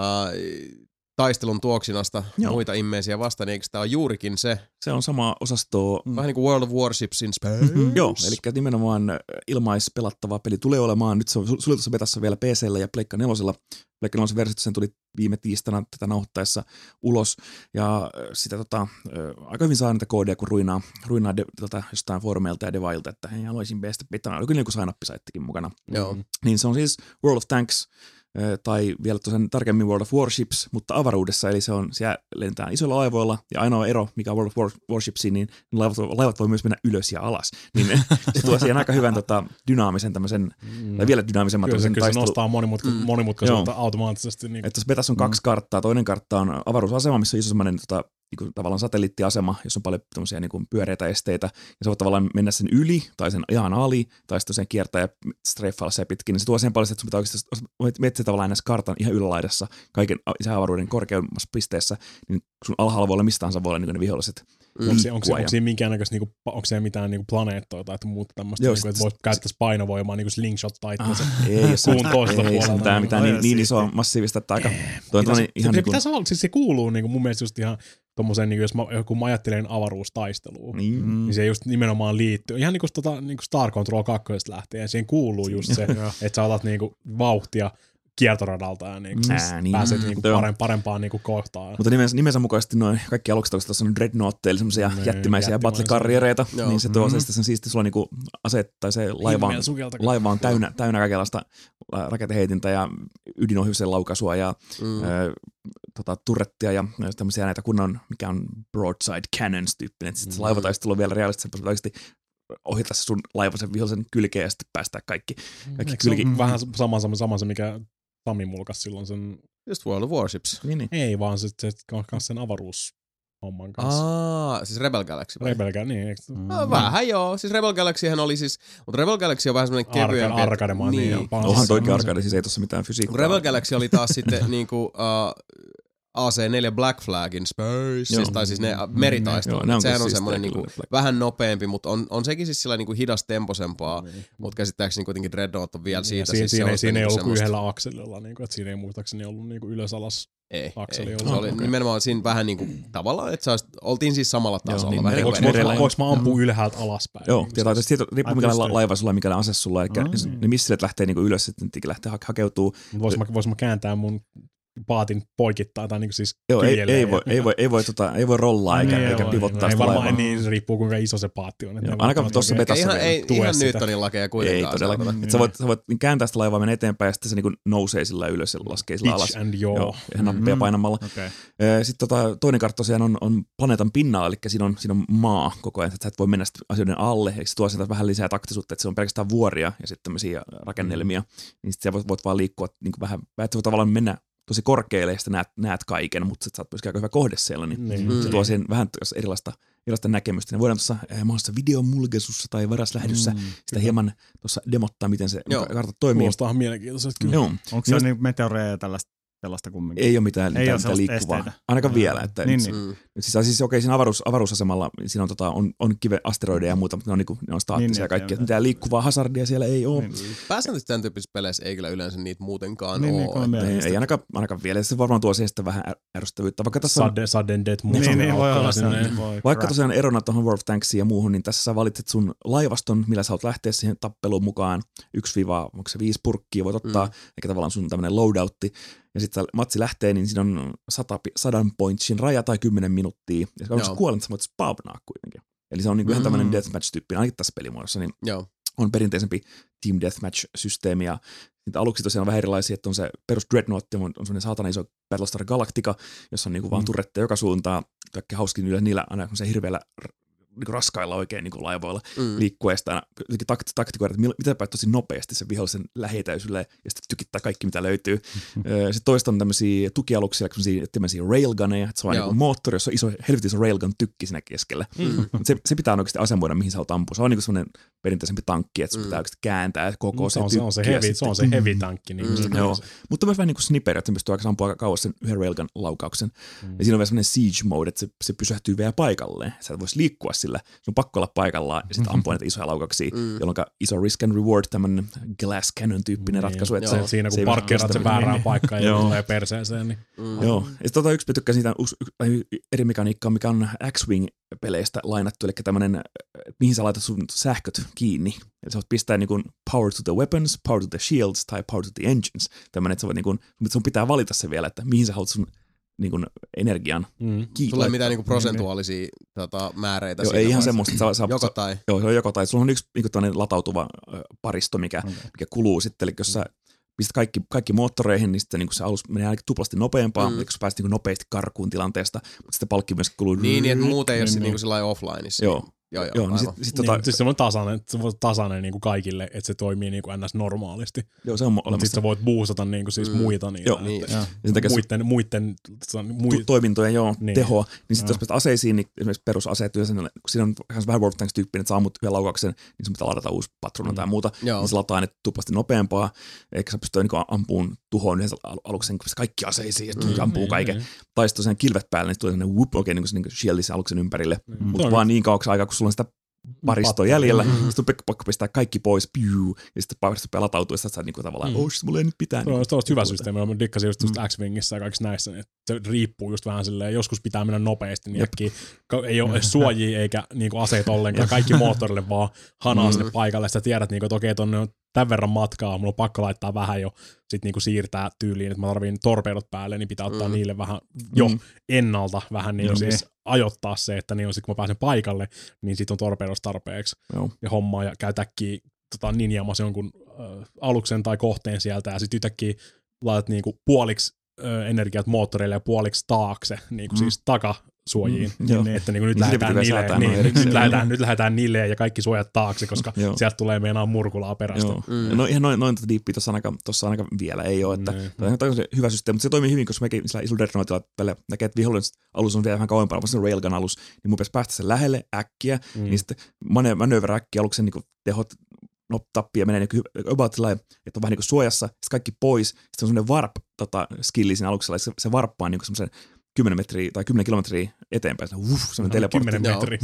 taistelun tuoksinasta Joo. muita immeisiä vastaan, niin eikö tämä ole juurikin se? Se on sama osasto. Vähän niin kuin World of Warships in Space. Joo, eli nimenomaan äh, ilmaispelattava peli tulee olemaan. Nyt se on suljetussa betassa vielä P C:llä ja Pleikka nelosella. Pleikka nelosen versiota sen tuli viime tiistaina tätä nauhoittaessa ulos. Ja äh, sitä tota, äh, aika hyvin saa niitä koodeja, kun ruinaa, ruinaa de, tota, jostain foorumeilta ja devailta, että hei, haluaisin päästä betana. Oli kyllä joku sign-up-saittikin mukana. Joo. Niin se on siis World of Tanks, ö, tai vielä tosiaan tarkemmin World of Warships, mutta avaruudessa, eli se on, siellä lentää isoilla laivoilla, ja ainoa ero, mikä on World of War- Warshipsiin, niin laivat, laivat voi myös mennä ylös ja alas. Niin se tuo siihen aika hyvän tota, dynaamisen tämmöisen, Mm. tai vielä dynaamisemman Kyllä se, tämmöisen kyllä se taistelu. nostaa monimutka- Mm. monimutkaisuutta automaattisesti. Niin Että tuossa betassa on kaksi karttaa. Toinen kartta on avaruusasema, missä on iso semmoinen tota, niin tavallaan satelliittiasema, jossa on paljon tämmöisiä niin pyöreitä esteitä, ja sä voit tavallaan mennä sen yli, tai sen ihan ali, tai sitten sen kiertää ja straffailla se pitkin, niin se tuo sen paljon, että sun pitää oikeasti miettiä tavallaan näissä kartan ihan ylälaidassa, kaiken avaruuden korkeimmassa pisteessä, niin sun alhaalla voi olla mistä tahansa voi olla niin ne viholliset. Mm. Onko, se, onko, se, onko siinä minkäännäköistä, niinku, onko siellä mitään niinku planeettoa tai muuta tämmöistä, niinku, että voisi käyttäisi painovoimaa, niin kuin slingshottaa itseänsä kuun toista puolelta. Ei se mitään niin, niin isoa massiivista, että aika... Pitäisi, se, ihan se, niin kuin... pitäisi olla, siis se kuuluu niinku, mun mielestä just ihan tommoseen, niin jos mä, kun mä ajattelen avaruustaisteluun, niin, mm. niin se just nimenomaan liittyy. Ihan niin kuin, tota, niin kuin Star Control kaksi lähtien, siihen kuuluu just se, että sä otat niinku vauhtia kiertoradalta ja niinku Ää, niin, pääset niinku parempaan, parempaan niinku kohtaan. Mutta nimensä, nimensä mukaisesti noin kaikki alukset, tuossa on dreadnoughteilla semmoisia jättimäisiä, jättimäisiä battle-karriereita, niin se tuo mm-hmm. se sen siisti, sulla on niinku aseet tai se laiva on, laiva on täynnä, täynnä kaikenlaista raketeheitintä ja ydinohjusten laukaisua ja mm. ö, tota, turrettia ja tämmöisiä näitä kunnon, mikä on broadside cannons tyyppinen, että sitten mm. se laivataistelu on vielä realistisesti oikeasti ohjata se sun laiva sen vihollisen kylkeen ja sitten päästää kaikki. kaikki kylki... on vähän sama, sama, sama se, mikä Sami mulkas silloin sen... Just World of Warships. Niin, niin. Ei, vaan se, se kanssa sen avaruushomman kanssa. Aa, siis Rebel Galaxy. Vai? Rebel Galaxy, niin. Eikö... No, vähän joo. Siis Rebel Galaxyhän oli siis... Mutta Rebel Galaxy on vähän semmoinen kevyempi. Arcade, arcade maa, niin. niin onhan toikin arcade, siis ei tossa mitään fysiikkaa. Rebel Galaxy oli taas sitten niinku... Uh, A C neljä Black Flagin Space, siis, tai siis ne meritaistelut. Mm, sehän on semmoinen niinku vähän nopeampi, mutta on, on sekin siis sillä niinku hidas temposempaa, mm. mutta käsittääkseni kuitenkin Dreadnought on vielä siitä. Siinä, siis siinä, ei, siinä ei ollut kuin yhdellä akselilla, niinku, että siinä ei muistaakseni ollut niinku ylös-alas ei, akseli. Ei, se oli okay. Nimenomaan siinä vähän niinku tavallaan, että saisit, oltiin siis samalla tasolla. Joo, niin, voiko, voiko mä ampua ylhäältä alaspäin? Joo, niin, ja siitä riippuu mikä laiva sulla ja mikä ase sulla, eli mm. ne missilet lähtee niinku ylös, sitten lähtee hakeutuu. Vois mä kääntää mun paatin poikittaa tai niinku siis joo, ei, ei, voi, ei, voi, ei, voi, tota, ei voi rollaa eikä, niin, eikä pivottaa sitä laivaa. Niin, se riippuu kuinka iso se paatti on. Joo, ainakaan tuossa betassa ihan, ei, ihan Newtonin lakeja kuitenkaan. Ei todellakaan. Mm, sä, voit, sä voit kääntää sitä laivaa, mennä eteenpäin ja sitten se niinku nousee sillä ylös ja laskee sillä alas. Pitch and yaw. Joo, ihan nappia painamalla. Okay. Sitten tota, toinen kartta tosiaan on, on planeetan pinnalla, eli siinä on, siinä on maa koko ajan, että sä et voi mennä asioiden alle, eli se tuo sieltä vähän lisää taktisuutta, että se on pelkästään vuoria ja sitten tämmöisiä rakennelmia, niin sitten sä voit, voit vaan liikkua niin vähän, että sä voit tavallaan mennä tosi korkealle ja sitten näet, näet kaiken, mutta sä oot myöskin aika hyvä kohde siellä, niin mm. se tuo siihen vähän erilaista, erilaista näkemystä. Ja voidaan tuossa eh, mahdollisessa videomulkesussa tai varaslähedyssä mm. sitä hieman tuossa demottaa, miten se kartta toimii. Kuulostaa mielenkiintoisesti kyllä. Joo. Onko se niin meteoreja ja tällaista? Sellaista kumminkin. Ei ole mitään, ei mitään, ole mitään liikkuvaa. Esteitä. Ainakaan mm. vielä. Että niin, nyt, niin. Nyt siis, siis okei, siinä avaruus, avaruusasemalla siinä on, tota, on, on kive, asteroideja ja muuta, mutta ne on, niinku, ne on staattisia niin, kaikki. Mitään liikkuvaa hazardia siellä ei ole. Niin, niin. Pääsääntöisesti tämän tyyppisissä peleissä ei kyllä yleensä niitä muutenkaan niin, ole. Niin, ei, ei ainakaan, ainakaan vielä. Se varmaan tuo siihen sitten vähän ärsyttävyyttä. Vaikka tässä on, Sudden, sudden death niin, niin, niin, voi olla vaikka tosiaan erona tuohon World of Tanksiin ja muuhun, niin tässä sä valitset sun laivaston, millä sä haluat lähteä siihen tappeluun mukaan. Yksi viisi purkkia voit ottaa, mm. eikä tavallaan sun tämmöinen loadoutti. Ja sitten matsi lähtee, niin siinä on sata, sadan pointsin raja tai kymmenen minuuttia. Ja kun sä kuolet, sä voit spawnaa kuitenkin. Eli se on niinku mm. ihan tämmöinen deathmatch-tyyppinen, ainakin tässä pelimuodossa, niin Joo. on perinteisempi team deathmatch-systeemi. Ja niitä aluksi tosiaan on vähän erilaisia, että on se perus Dreadnought, on, on semmoinen saatana iso Battlestar Galactica, jossa on niinku mm. vaan turretteja joka suuntaan. Kaikki hauskin yleensä niillä aina se hirveällä niinku raskailla oikein niinku laivoilla mm. liikkuu ja sitten aina takt, taktikoida, että mitä päät tosi nopeasti sen vihollisen lähetäisylle ja sitten tykittää kaikki mitä löytyy. Mm. Sitten toista on tämmöisiä tukialuksia, tämmöisiä railguneja, että se on niinku moottori, jossa on iso, helvetin iso railgun tykki siinä keskellä. Mm. Se, se pitää oikeasti asemoida, mihin sä haluat ampua. Se on niinku semmoinen perinteisempi tankki, että se mm. pitää oikeasti kääntää koko se, se tykki. Se on se heavy, se on se heavy tankki. Niin mm. Joo. Mutta myös vähän niin kuin sniperi, että se pystyy aika ampua aika kauas sen yhden railgun laukauksen. Mm. Ja siinä on vielä semmoinen siege mode, että se, se pysähtyy vielä paikalleen. Sä et voisi liikkua sillä. Se on pakko olla paikallaan ja sitten ampua näitä isoja laukauksia, mm. jolloin iso risk and reward, tämmöinen glass cannon-tyyppinen mm. ratkaisu. Että se, siinä kun se parkkeerat sen väärään paikkaan ja tulee perseeseen. Niin. Mm. Joo. Ja sitten tota yksi tykkää siitä eri mekaniikkaa, mikä on X-Wing-peleistä lainattu, eli tämmöinen, mihin sä laitat sun sähköt kiinni. Eli sä voit pistää niin kuin power to the weapons, power to the shields tai power to the engines. Tämmöinen, että sä voit niin kuin, sun pitää valita se vielä, että mihin sä haluat sun niin kuin energian mm. kiinni. Sulla ei mitään niin kuin prosentuaalisia niin, tota, määreitä. Joo, ei ihan semmoista. Sä, sä, joko tai. Joo, se on joko tai. Sulla on yksi niin kuin latautuva ö, paristo, mikä, okay. mikä kuluu sitten. Eli jos sä pistät kaikki, kaikki moottoreihin, niin sitten niin se alus menee ainakin tuplasti nopeampaa, mm. eli jos pääset niin nopeasti karkuun tilanteesta, mutta sitten palkki myös kuluu. Niin, niin että muuten ei ole niin, niin. Niin offlineissa. Joo. joo, joo, joo niin sit, sit, tota, niin, siis semmoinen tasainen, semmoinen tasainen niin kuin kaikille, että se toimii niin kuin ns. Normaalisti. Joo, se on olemassa. Sitten sä voit boostata niin kuin siis mm. muita niitä. Joo, niin. Että, muiden, muiden mui... tu- toimintojen joo, niin. tehoa. Niin sitten no. jos pääset aseisiin, niin esimerkiksi perusaseet, kun siinä on vähän World of Tanks-tyyppinen, että sä ammut yhden laukauksen, niin sun pitää ladata uusi patrona mm. tai muuta. Joo. Niin se lataa ne tuplasti nopeampaa, eikä sä pystyy niin ampuun tuhoon yhden aluksen, kun kaikki aseisiin ja mm. ampuu kaiken. Mm. Tai sitten tosiaan kilvet päälle, niin tulee sellainen whoop, oikein niin kuin shieldissä aluksen ympärille. Mm. Mutta vaan niin kauaksi aikaa, kun sulla on sitä paristoa jäljellä, mm-hmm. sitten on pakko pistää kaikki pois, piu, ja sitten paristo rupeaa latautua, ja sitten sä niinku tavallaan, mm. oh, mulla ei nyt pitää. Se on niin hyvä systeemi, mä dikkasin just mm. X-Wingissä ja kaikissa näissä, niin se riippuu just vähän silleen, joskus pitää mennä nopeasti, niin äkkiä ei ole suojia eikä niinku aseet ollenkaan, kaikki moottorille vaan hanaa mm. sinne paikalle, sä tiedät, niinku, että okei, tonne on tämän verran matkaa, mulla on pakko laittaa vähän jo, sit niinku siirtää tyyliin, että mä tarviin torpeidot päälle, niin pitää ottaa mm. niille vähän jo mm. ennalta vähän niin siis ajoittaa se, että niin on sit kun mä pääsen paikalle, niin sit on torpedos tarpeeksi Joo. ja hommaa ja käy täkkiä tota, ninjaamassa jonkun äh, aluksen tai kohteen sieltä ja sit yhtäkkiä laitat niinku puoliksi äh, energiat moottoreille ja puoliksi taakse, niinku mm. siis takasuojiin, mm. että niinku nyt, lähdetään nileen, niin, nyt, lähdetään, nyt lähdetään nileen ja kaikki suojat taakse, koska sieltä tulee meinaa murkulaa perästä. Mm. No ihan noin, noin diippiä tuossa ainakaan, ainakaan vielä ei ole, että mm. tämä on hyvä systeemi, mutta se toimii hyvin, koska mekin sillä isolla Dreadnoughtilla näkee, että vihollinen alus on vielä vähän kauempana, vaan se on Railgun-alus, niin mun pitäisi päästä sen lähelle äkkiä, mm. niin sitten manööverä äkkiä aluksen niin tehot no, tappia menee niin about sillä että on vähän niin kuin suojassa, sitten kaikki pois, sitten on semmoinen warp-skilli tota, siinä aluksella, se, se warppaa niin kuin semmoisen kymmenen metriä tai kymmenen kilometriä eteenpäin, se uff, semmoinen teleportti. kymmenen metriä.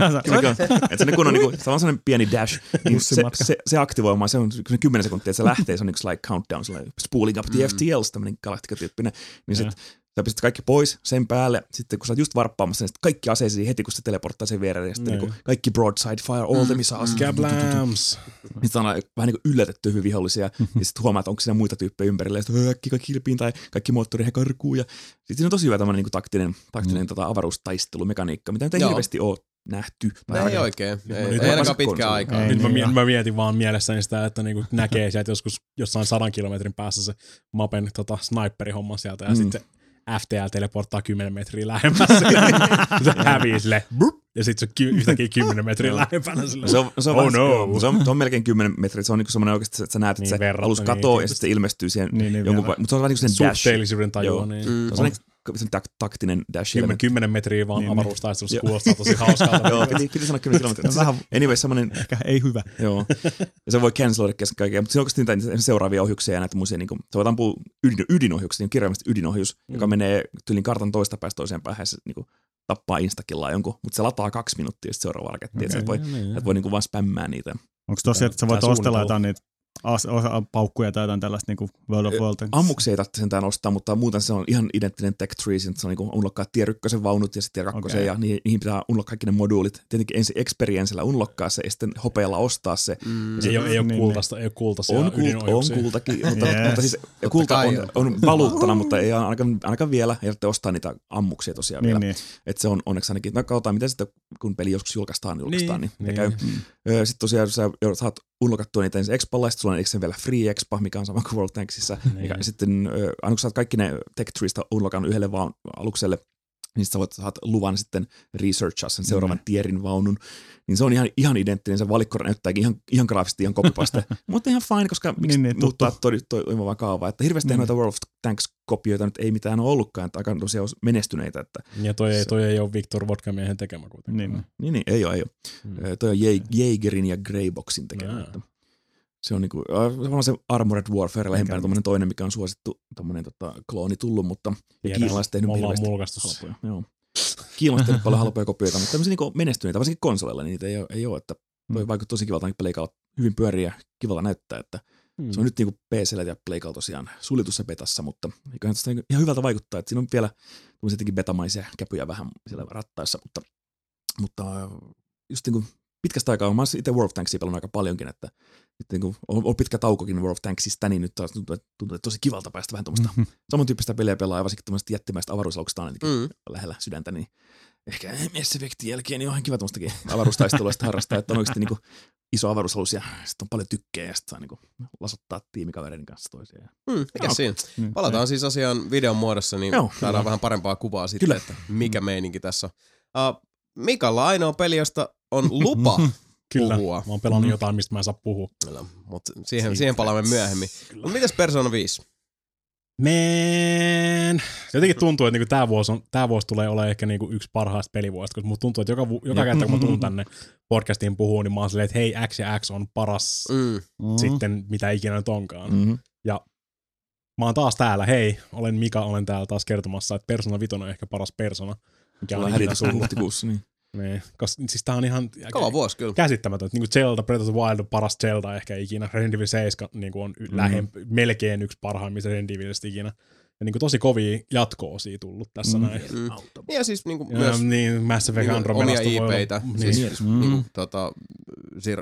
Että se on niinku, se on sellainen pieni dash, niin se, se, se aktivoimaan, se on kymmenen sekuntia, että se lähtee, se on niinku like countdown, sellainen spooling up the F T Ls, tämmöinen galaktikatyyppinen, niin sit sä pistät kaikki pois sen päälle, sitten kun sä oot just varppaamassa, niin kaikki aseisiin heti, kun se teleporttaa sen viereen, ja sitten niinku kaikki broadside fire, all the missiles. Kablams! Niin se on vähän niinku yllätetty hyvin vihollisia, ja sitten huomaa, että onko siinä muita tyyppejä ympärillä, ja sitten äkki kaikki kilpiin, tai kaikki moottoriin karkuun, ja sitten siinä on tosi hyvä tämmöinen niinku taktinen, taktinen tota, avaruustaistelumekaniikka, mitä nyt ei hirveästi ole nähty. Tai ei oikein, ei, ei, ei ainakaan pitkään aikaa. Nyt mä, mä mietin vaan mielessäni sitä, että niinku näkee sieltä joskus jossain sadan kilometrin päässä se Mapen tota, sniperihomma sieltä, ja mm. sitten F T L teleporttaa kymmenen metriä lähemmässä. Se hävii silleen, ja sitten se on yhtäkkiä kymmenen metriä lähempänä. Se on, se on, oh no. se on, se on melkein kymmenen metriä. Se on niinku semmoinen oikeasti, että sä näet, että niin, se verrattu, alus katoo niin, ja sitten se ilmestyy siihen niin, niin, jonkun, mutta se on vähän niin kuin sen dash. Suhteellisuuden tajua. Niin. Mm. Se on sen taktinen dash. Kymmen, kymmenen metriä vaan niin, avaruustaistelussa niin. Kuulostaa tosi hauskaa. Joo, piti, piti sanoa kymmenen kilometriä. Vähän, anyway, semmoinen... Ehkä ei hyvä. Joo. Ja se voi canceloida kesken kaikkea, mutta siinä on oikeasti niitä seuraavia ohjuksia ja näitä muisia. Niin kuin, se voi ampua ydin, ydinohjuksia, niin kirjaimellisesti ydinohjus, mm. joka menee tyylin kartan toista päästä toiseen päähän ja se niin kuin, tappaa instakillaan jonkun, mutta se lataa kaksi minuuttia sitten seuraava raketti, okay, että sä voi, niin, voi niinku vaan spämmää niitä. Onko tosiaan, että sä voit ostella jotain niitä as, osa, paukkuja tai jotain tällaista niinku World of World? Ammuksia ei tarvitse sentään ostaa, mutta muuten se on ihan identtinen tech tree, se on niinku unlockkaa tier ykkösen vaunut ja sitten tier kakkosen, okay. ja niihin, niihin pitää unlockkaa kaikki ne moduulit. Tietenkin ensin experiencella unlockkaa se ja sitten hopealla ostaa se. Mm. Se ei, ole, ei, ole niin, kultaista, ei ole kultaisia on, kult, on kultakin, mutta, yes. mutta siis kulta on, on valuuttana, mutta ei ainakaan, ainakaan vielä, ei tarvitse ostaa niitä ammuksia tosiaan niin, vielä. Niin. Että se on onneksi ainakin, no katsotaan miten sitten kun peli joskus julkaistaan, julkaistaan, niin, niin, niin käy. Mm. Sitten tosiaan sä saat unlockattua niitä ensin expalla, sitten sulla on ekseen vielä free expa, mikä on sama kuin World Tanksissa. Niin. Ja sitten aina kun sä oot kaikki ne tech treesta unlockannut yhdelle vaan alukselle, niin sä voit, saat luvan sitten researchaa sen seuraavan mm. tierin vaunun. Niin se on ihan, ihan identtinen, se valikkora näyttääkin ihan, ihan graafisesti, ihan copypaste. Mutta ihan fine, koska miksi niin, niin, muuttaa toimivaa kaavaa. Että hirveästi mm. noita World of Tanks-kopioita nyt ei mitään ole ollutkaan, että aika tosiaan menestyneitä. Että ja toi, se, toi ei ole Victor Vodka-miehen tekemä kuitenkaan. Niin, niin, niin ei ole, ei ole. Mm. Toi on Jaegerin ja Greyboxin tekemä. No. Se on niinku, äh, se Armored Warfare lähempänä tommonen toinen, mikä on suosittu tommonen tota, klooni tullut, mutta ja kiinalaiset tehnyt hirveästi halpoja. Joo. Kiinalaiset tehnyt paljon halpoja kopioita, mutta tämmöisiä niinku menestyneitä, varsinkin konsoleilla, niin niitä ei ole, ei ole että toi mm. vaikuttaa tosi kivalta, niin Pleikalla hyvin pyörii ja kivalta näyttää, että mm. se on nyt niinku P C:llä ja Pleikalla tosiaan suljetussa betassa, mutta eiköhän tästä niinku ihan hyvältä vaikuttaa, että siinä on vielä tämmöisiä jotenkin betamaisia käpyjä vähän siellä rattaissa, mutta, mutta just niinku pitkästä aikaa, mä oon itse World of Tanksia pelannut aika paljonkin, että nyt niin on, on pitkä taukokin World of Tanksista, niin nyt taas tuntuu, tuntuu että tosi kivalta päästä vähän tuommoista mm-hmm. samantyyppistä peliä pelaa, ja varsinkin tuommoista jättimäistä avaruusaluksista on mm. lähellä sydäntä, niin ehkä Mass Effectin jälkeen niin on ihan kiva tuommoistakin avaruustaistelua harrastaa, että on oikeasti niin kuin iso avaruusalus ja sitten on paljon tykkejä ja sitten saa niin kuin lasottaa tiimikavereiden kanssa toisiaan. Mm, mikä no, siinä? Mm, Palataan mm. siis asiaan videon muodossa, niin Joo, saadaan kyllä. vähän parempaa kuvaa sitten, kyllä. että mikä mm. meininki tässä on. Uh, Mikalla ainoa peli, josta on lupa Kyllä, puhua. mä oon pelannut mm. jotain, mistä mä en saa puhua. Kyllä, mutta siihen, siihen palaamme myöhemmin. Mutta mitäs Persona viisi? Man. Jotenkin tuntuu, että niinku tää, vuosi on, tää vuosi tulee olemaan ehkä niinku yksi parhaista pelivuosista, koska musta tuntuu, että joka, joka kerta kun mä tuun tänne podcastiin puhumaan, niin mä oon silleen, että hei, X ja X on paras Mm. sitten mitä ikinä nyt onkaan. Mm-hmm. Ja mä oon taas täällä, hei, olen Mika, olen täällä taas kertomassa, että Persona viisi on ehkä paras Persona, mikä on ikinä tullut. Huhtikuussa, niin. Niin, koska siis tää on ihan Kova vuosi kyllä. käsittämätöntä. Niin kuin Zelda, Breath of the Wild on paras Zelda ehkä ikinä. Resident Evil seitsemän niin kuin on mm. lähem, melkein yksi parhaimmista Resident Evilistä ikinä. Ja niin kuin tosi kovia jatko-osia tullut tässä mm. näin. Mm. Ja siis niin kuin ja, myös niin, Mass Effect niin Andromedasta omia I P:itä. Niin. Siis Mm. niin kuin, tota, Zero,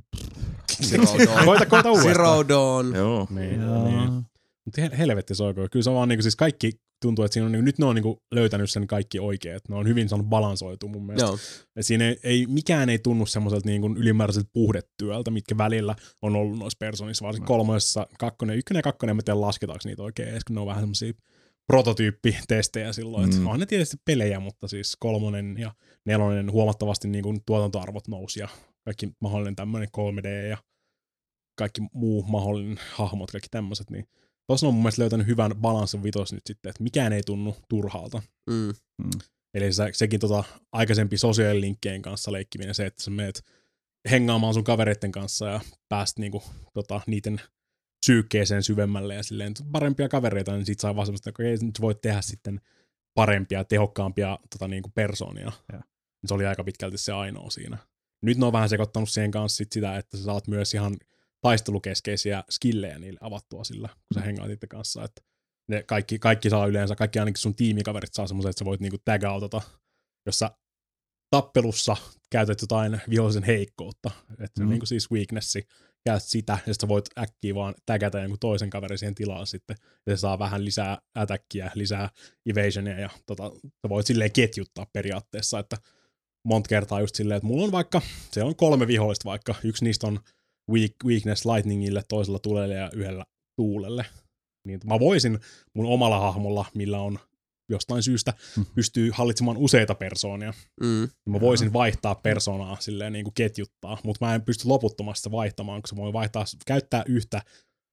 Zero Dawn. Koita, koita uudestaan. Zero Dawn. Joo. Niin, niin. Mutta helvetti soikoon. Kyllä se on vaan niinku, siis kaikki tuntuu, että siinä on, niinku, nyt ne on niinku, löytänyt sen kaikki oikeet. Ne on hyvin saanut balansoitua mun mielestä. Joo. Ja siinä ei, ei, mikään ei tunnu semmoiselta niinku, ylimääräiseltä puhdetyöltä, mitkä välillä on ollut noissa Personissa, varsinkin kolmosessa, kakkonen, ykkönen ja kakkonen, en tiedä lasketaanko niitä oikein edes, kun ne on vähän semmosia prototyyppitestejä silloin. Mm. On ne tietysti pelejä, mutta siis kolmonen ja nelonen huomattavasti niinku, tuotantoarvot nousi ja kaikki mahdollinen tämmöinen kolme D ja kaikki muu mahdollinen hahmot, kaikki tämmöiset, niin tuossa on mun mielestä löytänyt hyvän balanssin vitos nyt sitten, että mikään ei tunnu turhalta. Mm. Mm. Eli se, sekin tota, aikaisempi sosiaalilinkkien kanssa leikkiminen, se, että sä meet hengaamaan sun kavereiden kanssa ja pääst niinku, tota, niiden psyykkeeseen syvemmälle ja silleen parempia kavereita, niin sit saa vaan semmoista, että nyt sä voit tehdä sitten parempia, tehokkaampia tota, niinku persoonia. Ja. Se oli aika pitkälti se ainoa siinä. Nyt ne on vähän sekoittanut siihen kanssa sit sitä, että sä saat myös ihan taistelukeskeisiä skillejä niille avattua sillä, kun sä hengaat itse kanssa. Että ne kaikki, kaikki saa yleensä, kaikki ainakin sun tiimikaverit saa semmoisen, että sä voit niinku tag-outata, jos sä tappelussa käytät jotain vihollisen heikkoutta, että mm. niinku siis weaknessi, käytät sitä, ja sitten sä voit äkkiä vaan tagata jonkun toisen kaverin siihen tilaan sitten, ja se saa vähän lisää attackia, lisää evasionia, ja tota, sä voit silleen ketjuttaa periaatteessa, että monta kertaa just silleen, että mulla on vaikka, siellä on kolme vihollista vaikka, yksi niistä on weak, weakness lightningille, toisella tulelle ja yhdellä tuulelle. Niin mä voisin mun omalla hahmolla, millä on jostain syystä, pystyy hallitsemaan useita persoonia. Mm. Mä voisin vaihtaa persoonaa silleen niin kuin ketjuttaa, mutta mä en pysty loputtomasti vaihtamaan, koska mä voin vaihtaa, käyttää yhtä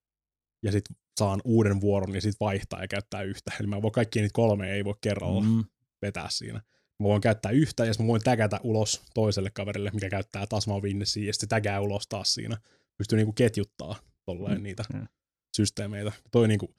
ja sit saan uuden vuoron ja sit vaihtaa ja käyttää yhtä. Eli mä voin kaikkia niitä kolme ei voi kerralla mm. vetää siinä. Mä voin käyttää yhtä ja sitten mä voin tägätä ulos toiselle kaverille, mikä käyttää taas mä Winnessia ja sitten se tägää ulos taas siinä. Pystyy niinku ketjuttaa tolleen mm. niitä mm. systeemeitä. Toi niinku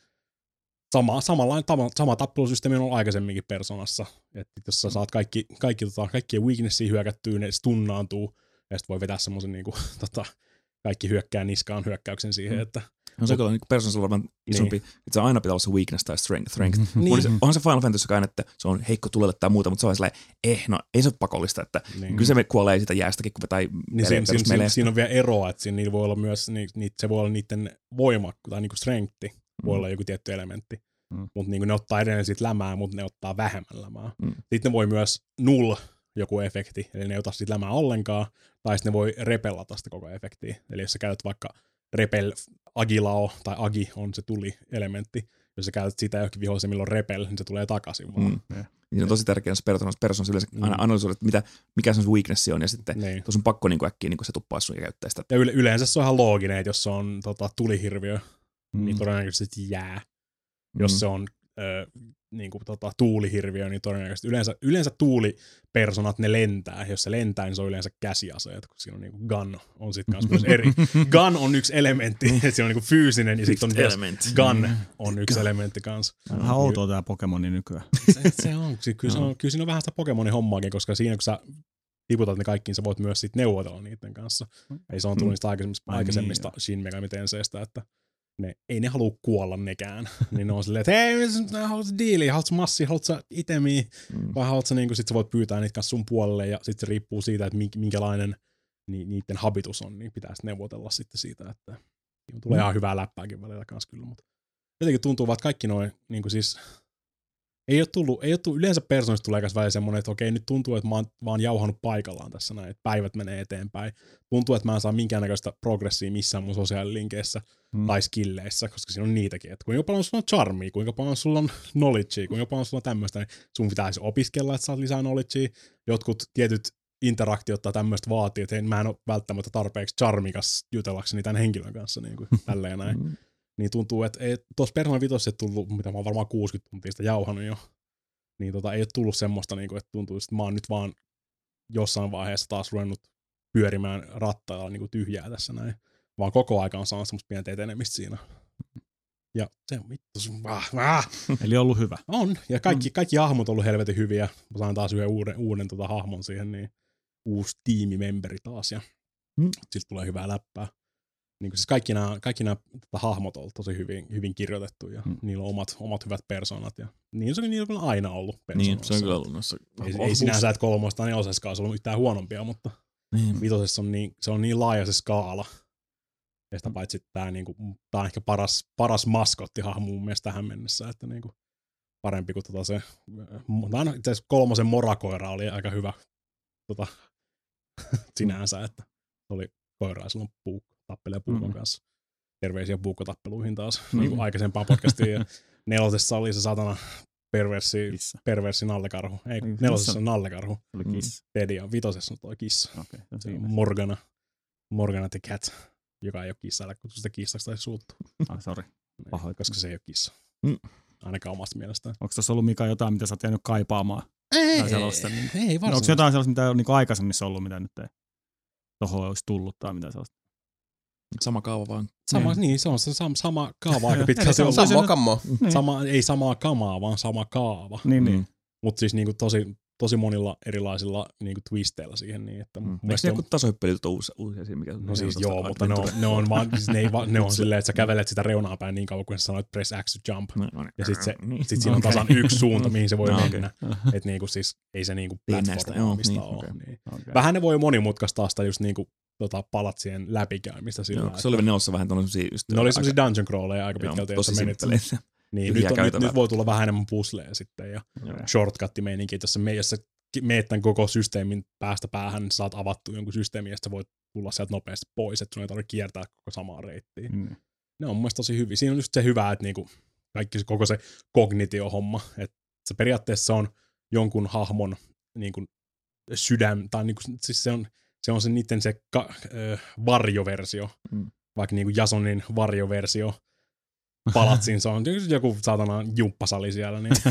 sama, samalla, tama, sama tappelusysteemi on ollut aikaisemminkin Personassa. Että jos sä saat kaikki, kaikki tota, kaikkien weaknessia hyökättyä, ne stunnaantuu ja sitten voi vetää semmoisen niinku, tota, kaikki hyökkää niskaan hyökkäyksen siihen, mm. että No se on niin Personassa varmaan isompi, niin. Että se on aina pitää olla se weakness tai strength. strength. Mm-hmm. Se, onhan se Final Fantasy aina, että se on heikko tulelle tai muuta, mutta se on sellainen, eh, no ei se ole pakollista, että niin. Kyllä se kuolee sitä jäästäkin, kun tai niin siinä, siinä, siinä, siinä on vielä eroa, että siinä niillä voi olla myös, ni, ni, se voi olla niiden voima tai niinku strengthi, mm. voi olla joku tietty elementti, mm. mutta niinku ne ottaa edelleen siitä lämää, mutta ne ottaa vähemmän lämää. Mm. Sitten ne voi myös null joku efekti, eli ne ei ota siitä lämää ollenkaan, tai sitten ne voi repellata sitä koko efektiä, eli jos sä käytät vaikka repel agilao, tai agi on se tuli-elementti. Jos sä käytät sitä johonkin vihollisen, milloin repel, niin se tulee takaisin vaan. Mm. Niin on tosi tärkeää Personassa, Personassa yleensä mm. aina analysoida, että mitä, mikä sun weakness on, ja sitten niin. Tuossa on pakko niin kuin äkkiä niin kuin se tuppaa sun ja käyttää sitä. Ja yle- yleensä se on ihan looginen, että jos se on tota, tulihirviö, mm. niin todennäköisesti jää. Mm. Jos se on ö, niin kuin, tota, tuulihirviö, niin todennäköisesti yleensä, yleensä tuulipersonat, ne lentää. Jos se lentää, niin se on yleensä käsiaseet, kun siinä on niin kuin gun on sitten kanssa myös eri. Gun on yksi elementti, että siinä on niin kuin fyysinen, ja sitten on myös gun on yksi elementti kanssa. Vähän outoa tää Pokemoni nykyään. Se, se on. Kyllä, se on. Kyllä siinä on vähän sitä Pokemonin hommaakin, koska siinä kun sä tiputat ne kaikkiin, sä voit myös sit neuvotella niiden kanssa. Ei se on tullut niistä aikaisemmista, aikaisemmista niin, Shin Megami Tenseistä, että ne, ei ne halua kuolla nekään. Niin ne on silleen, että hei, haluatko diiliä, haluatko massia, haluatko itemiä, mm. vai haluatko niinku, sit sä voit pyytää niitä kanssa sun puolelle, ja sit se riippuu siitä, että minkälainen ni, niiden habitus on, niin pitää neuvotella sitten siitä, että tulee mm. ihan hyvää läppääkin välillä kanssa kyllä, mutta jotenkin tuntuu vaan, että kaikki noin, niinku siis, ei ole tullut, ei ole tullut, yleensä persoonista tulee välillä semmoinen, että okei, nyt tuntuu, että mä oon vaan jauhannut paikallaan tässä näin, että päivät menee eteenpäin. Tuntuu, että mä en saa minkäännäköistä progressia missään mun sosiaalilinkeissä hmm. tai skilleissä, koska siinä on niitäkin, että kuinka paljon sulla on charmia, kuinka paljon sulla on knowledgea, kuinka paljon sulla on tämmöistä, niin sun pitäisi opiskella, että saat lisää knowledgea. Jotkut tietyt interaktiot tai tämmöistä vaatii, että hei, mä en ole välttämättä tarpeeksi charmikas jutellakseni tämän henkilön kanssa, niin kuin tälleen näin. Hmm. Niin tuntuu, että tuossa Persona vitosessa tullut, mitä mä oon varmaan kuusikymmentä tuntia sitä jauhannut jo, niin tota, ei ole tullut semmoista, niin kuin, että tuntuu, että mä oon nyt vaan jossain vaiheessa taas ruvennut pyörimään rattailla niin kuin tyhjää tässä näin, vaan koko aika on saanut semmoista pientä etenemistä siinä. Ja se on vittu, ah, ah. Eli on ollut hyvä. On, ja kaikki, kaikki hahmot on ollut helvetin hyviä. Mä saan taas yhden uuden, uuden tota, hahmon siihen, niin uusi tiimimemberi taas, ja mm. siltä tulee hyvää läppää. Niin siis kaikki nämä, kaikki nämä tota, hahmot on tosi hyvin, hyvin kirjoitettu ja mm. niillä on omat, omat hyvät persoonat. Ja niin se on, niillä on aina ollut persoonassa. Niin, se on kyllä ollut noissa. Ei, ei sinänsä, että kolmosta niin osaskaan se on ollut yhtään huonompia, mutta niin. Vitosessa on niin, se on niin laaja se skaala. Ja sitä paitsi tämä niinku, on ehkä paras, paras maskottihahmo mun mielestä tähän mennessä. Että niinku, parempi kuin tota se, no, itse asiassa kolmosen morakoira oli aika hyvä tota, sinänsä, että se oli koira ja silloin puukko. Tappelee Puukon mm. kanssa. Terveisiä puukkotappeluihin taas, mm. niin kuin aikaisempaan podcastiin. Ja nelosessa oli se satana perversi, perversi nallekarhu. Ei, niin, nelosessa on nallekarhu. Oli kissa. Teddy on vitosessa on toi kissa. Okay, se on Morgana. Morgana the cat, joka ei ole kissa, älä kutsu sitä kissaksi tai suuttuu. Ah, sori. Pahoin, koska se ei ole kissa. Mm. Ainakaan omasta mielestään. Onko tuossa ollut Mika jotain, mitä sä oot jäänyt kaipaamaan? Ei, ei, ei, ei no, onko jotain sellaista, mitä on niin aikaisemmissa ollut, mitä nyt ei tohon olisi tullut tai mitä sellaista? Sama kaava vaan. Sama, niin. niin, se on se sama, sama kaava aika pitkälti. Se on sama kamo. Sama, ei samaa kamaa, vaan sama kaava. Niin, niin. Mutta siis niinku tosi, tosi monilla erilaisilla niinku twisteillä siihen. Niin, että mm. Eikö ne joku tasohyppelyt ole uusi, uusi asia? Mikä no siis joo, mutta ne on, ne on, vaan, siis ne, ei, ne on silleen, että sä kävelet sitä reunaa päin niin kauan, kun sä sanoit press X to jump. No, no, ja sit, se, niin. sit siinä on tasan yksi suunta, mihin se voi no, mennä. Okay. Että niinku siis ei se niinku platformaamista niin, ole. Okay. Niin. Okay. Vähän ne voi monimutkaistaa sitä just niinku tota palatsien läpikäymistä sillä. Joo, se oli nelossa vähän tämmöisiä just. Ne oli semmoisia dungeon crawleja aika pitkälti, tosi simppeleitä. Niin, nyt, on, nyt, nyt voi tulla vähän enemmän pusleja sitten ja shortcut-meininki, että jos sä, me, jos sä meet tämän koko systeemin päästä päähän, niin saat avattua jonkun systeemin ja sä voit tulla sieltä nopeasti pois, että sun ei tarvitse kiertää koko samaa reittiä. Mm. Ne on mun mielestä tosi hyviä. Siinä on just se hyvä, että niinku kaikki koko se kognitio-homma, että se periaatteessa on jonkun hahmon niinku sydän, tai niinku, siis se on se on se niiden se ka, äh, varjoversio, mm. vaikka niinku Jasonin varjoversio. Palatsin, se on joku saatana jumppasali siellä. Niin.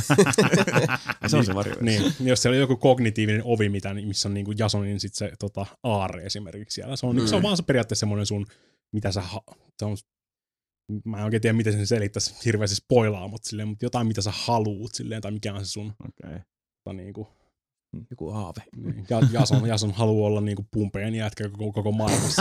Se on se varjoversio. Niin, jos siellä on joku kognitiivinen ovi, mitä, missä on niinku Jasonin sit se tota, aarre esimerkiksi siellä. Se on, mm. se on vaan se periaatteessa semmoinen sun, mitä sä, se on, mä en oikein tiedä, miten sen selittäisi hirveästi spoilaa, mutta, silleen, mutta jotain, mitä sä haluut silleen, tai mikä on se sun, okay. tota, niinku, joku haave. Ja Jason, Jason haluaa olla niinku pumpeen jätkä koko, koko maailmassa.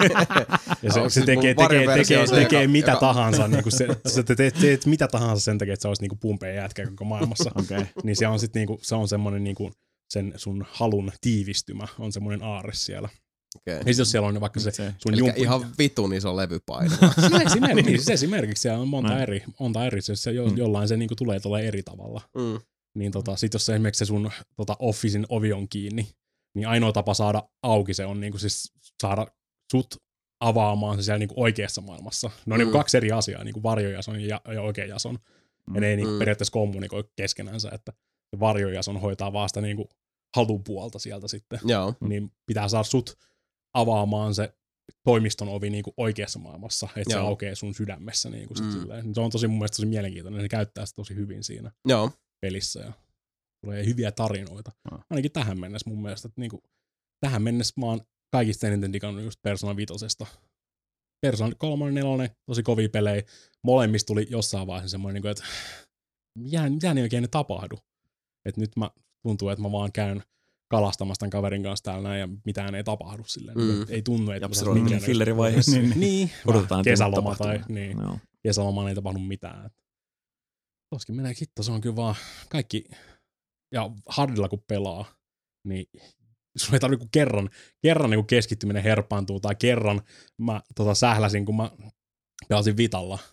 Ja se, no, se tekee, tekee, tekee, se, tekee joka, mitä joka... tahansa. Niinku se, se teet, teet mitä tahansa sen takia, että se olisi niinku pumpeen jätkä koko maailmassa. Okay. Niin se on, sit niinku, se on semmoinen niinku sen sun halun tiivistymä, on semmoinen aarre siellä. Okay. Ja jos siellä on vaikka se, se sun jump... ihan vitun iso levypaino. Esimerkiksi, esimerkiksi siellä on monta no. eri, monta eri se, se jo, mm. jollain se niinku tulee tuolla eri tavalla. Mm. Niin tota, sit jos se esimerkiksi se sun tota, officin ovi on kiinni, niin ainoa tapa saada auki se on niinku siis saada sut avaamaan se siellä niinku oikeassa maailmassa. Ne on mm. niinku kaksi eri asiaa, niinku varjojason ja, ja oikea jason. Mm. Ja ne ei niinku mm. periaatteessa kommunikoi keskenänsä, että se varjojason hoitaa vaan sitä niinku halupuolta sieltä sitten. Joo. Niin pitää saada sut avaamaan se toimiston ovi niinku oikeassa maailmassa, että se aukeaa sun sydämessä. Niinku sit mm. Se on tosi mun mielestä tosi mielenkiintoinen, se käyttää sitä tosi hyvin siinä. Joo. Pelissä ja tulee hyviä tarinoita. Ah. Ainakin tähän mennessä mun mielestä. Että niinku, tähän mennessä mä oon kaikista eniten digannut just Persona vitosesta. Persona kolmonen, nelonen, tosi kovia pelejä. Molemmista tuli jossain vaiheessa semmoinen, niinku, että mitä, mitä niin oikein ne tapahdu. Että nyt mä tuntuu, että mä vaan käyn kalastamassa tämän kaverin kanssa täällä näin ja mitään ei tapahdu silleen. Mm. Ei tunnu, että... Ja mikään fillerivaiheessa. Niin, niin. Odotetaan kesäloma tai niin. No. Kesälomaan ei tapahdu mitään. Toskin menee hitto, se on kyllä vaan kaikki, ja hardilla kun pelaa, niin sulla ei tarvitse kerran, kerran niin keskittyminen herpaantuu, tai kerran mä tota, sähläsin, kun mä pelasin Vitalla,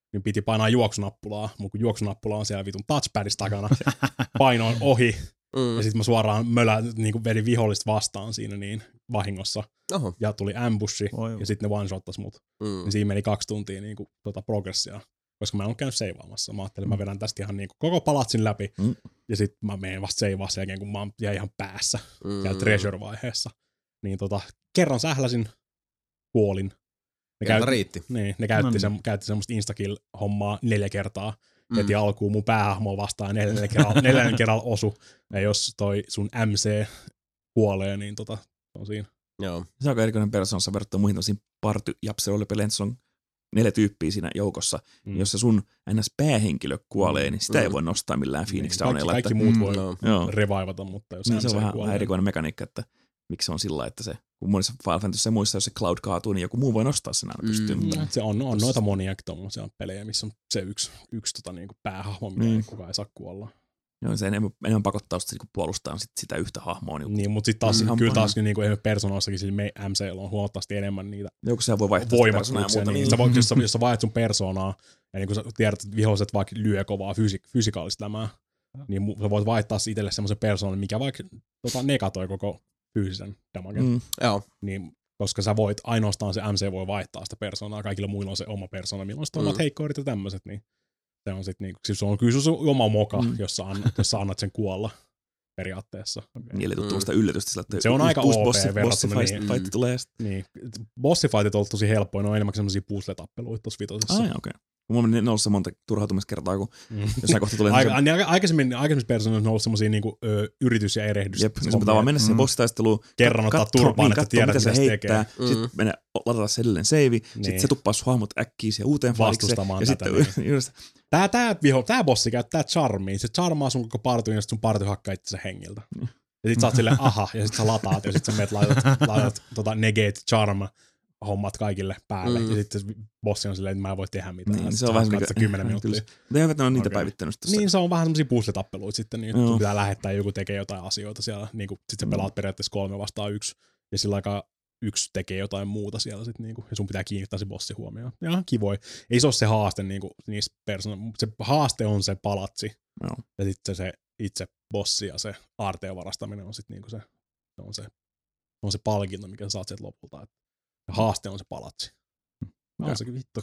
niin piti painaa juoksunappulaa, mutta kun juoksunappula on siellä vitun touchpadissa takana, painoin ohi, mm. ja sitten mä suoraan mölä, niin kuin vedin vihollista vastaan siinä niin vahingossa, Oho. ja tuli ambushi, Oi. ja sitten ne one-shottas mut. Mm. Niin siinä meni kaksi tuntia niin kuin, tota, progressia, koska mä en ole käynyt seivaamassa. Mä ajattelin, että mä vedän tästä ihan niin kuin, koko palatsin läpi, mm. ja sitten mä menen vasta seivaa sen jälkeen, kun mä jäin ihan päässä, mm. ja treasure-vaiheessa. Niin tota, kerran sähläsin, kuolin. Ne, käyt, riitti. Niin, ne käytti, no, se, käytti semmoista instakill-hommaa neljä kertaa mm. heti alkuun mun päähahmoa vastaan neljännen kerralla, neljännen kerralla osu. Ja jos toi sun M C kuolee, niin tota, on siinä. Joo. Se on aika erikoinen persoonassa verrattuna muihin toisiin party-japsi-roolipeleihin. Se on neljä tyyppiä siinä joukossa. Mm. Jos se sun ns. Päähenkilö kuolee, niin sitä mm. ei voi nostaa millään Phoenix niin, Downilla. Kaikki, kaikki muut voi mm. revaivata, mutta jos niin, M C se on kuolee. vähän erikoinen mekaniikka, että miksi se on sillä, että se, kun monissa Final Fantasy ja muissa, jos se Cloud kaatuu, niin joku muu voi nostaa sen aina pystyyn. Mm. Mm. Se on, on noita moniakin tommosia pelejä, missä on se yksi, yksi tota, niinku päähahmo, mitä mm. kukaan ei saa kuolla. Joo, se enemmän, enemmän pakottaa sitä kun puolustaa sit sitä yhtä hahmoa. Niin, niin mutta sitten taas, mm. kyllä taas niin kuin Personoissakin sillä M C:llä on huomattavasti enemmän niitä joku se voi vaihtaa voimakkuuksia. Niin, niin. Sä voit, jos, sä, jos sä vaihdat sun persoonaa, ja niin kun sä tiedät, että viholliset vaikka lyö kovaa fysi- fysikaalista lämää, niin sä voit vaihtaa itselle semmoisen persoonan, mikä vaikka tota, negatoi koko fyysisen damagen. Mm. Joo. Niin, koska sä voit, ainoastaan se M C voi vaihtaa sitä persoonaa, kaikilla muilla on se oma persoona, millä on sitten mm. omat heikkoudet ja tämmöiset, niin se on sitten niinku, siis se on kyllä se oma moka, mm. jos, sä annat, jos sä annat sen kuolla periaatteessa. Okay. Niin, eli tuollaista mm. yllätystä sillä, että se on aika O P verrattuna. Bossifight niin, tulee. Niin, bossifightit on ollut tosi helppoja, ne on enemmän semmosia puzzle-tappeluita tossa vitosessa. Ai, okei. Okay. Mulla on ollut se monta turhautumiskertaa, kun mm. jossain kohta tulee... Aika, niin, aikaisemmin, aikaisemmissa persoonissa on ollut semmosia niinku, ö, yritys- ja erehdys. Jep, niin sun pitää vaan mennä siihen mm. bossitaisteluun. Kerran ottaa turpaan, että tiedät, mitä se tekee. Mm. Sitten mennä ladata se edelleen save. Niin. Sitten se tuppaa sun hahmot äkkiä siihen uuteen vastustamaan tätä. Niin. Tää, tää, viho, tää bossi käyttää charmia. Se charmaa sun koko partyn, ja sit sun party hakkaa itsensä hengiltä. Mm. Ja sit sä oot silleen aha, ja sit sä lataat, ja sit sä menet laitat, laitat tota negate charm hommat kaikille päälle, mm. ja sitten bossi on silleen, että mä en voi tehdä mitään. Niin, se on vähän semmoinen kymmenen minuuttia. Mutta hyvät, ne on niitä okay. päivittänyt. Niin, se on vähän semmosia puzzle-tappeluita sitten, niin sun pitää lähettää joku tekee jotain asioita siellä, niin kuin, sit sä pelaat periaatteessa kolme vastaan yksi, ja sillä aikaa yksi tekee jotain muuta siellä sit, niin kuin, ja sun pitää kiinnittää se bossi huomioon. Ja kivoi. Ei se ole se haaste niin kuin, niissä persona- se haaste on se palatsi, no. ja sitten se, se itse bossi ja se aarteen varastaminen on sitten niinku se, se, on se, on se palkinto, mikä sä saat sieltä lopulta. Et haaste on se palatsi. Mä oon sekin vittu.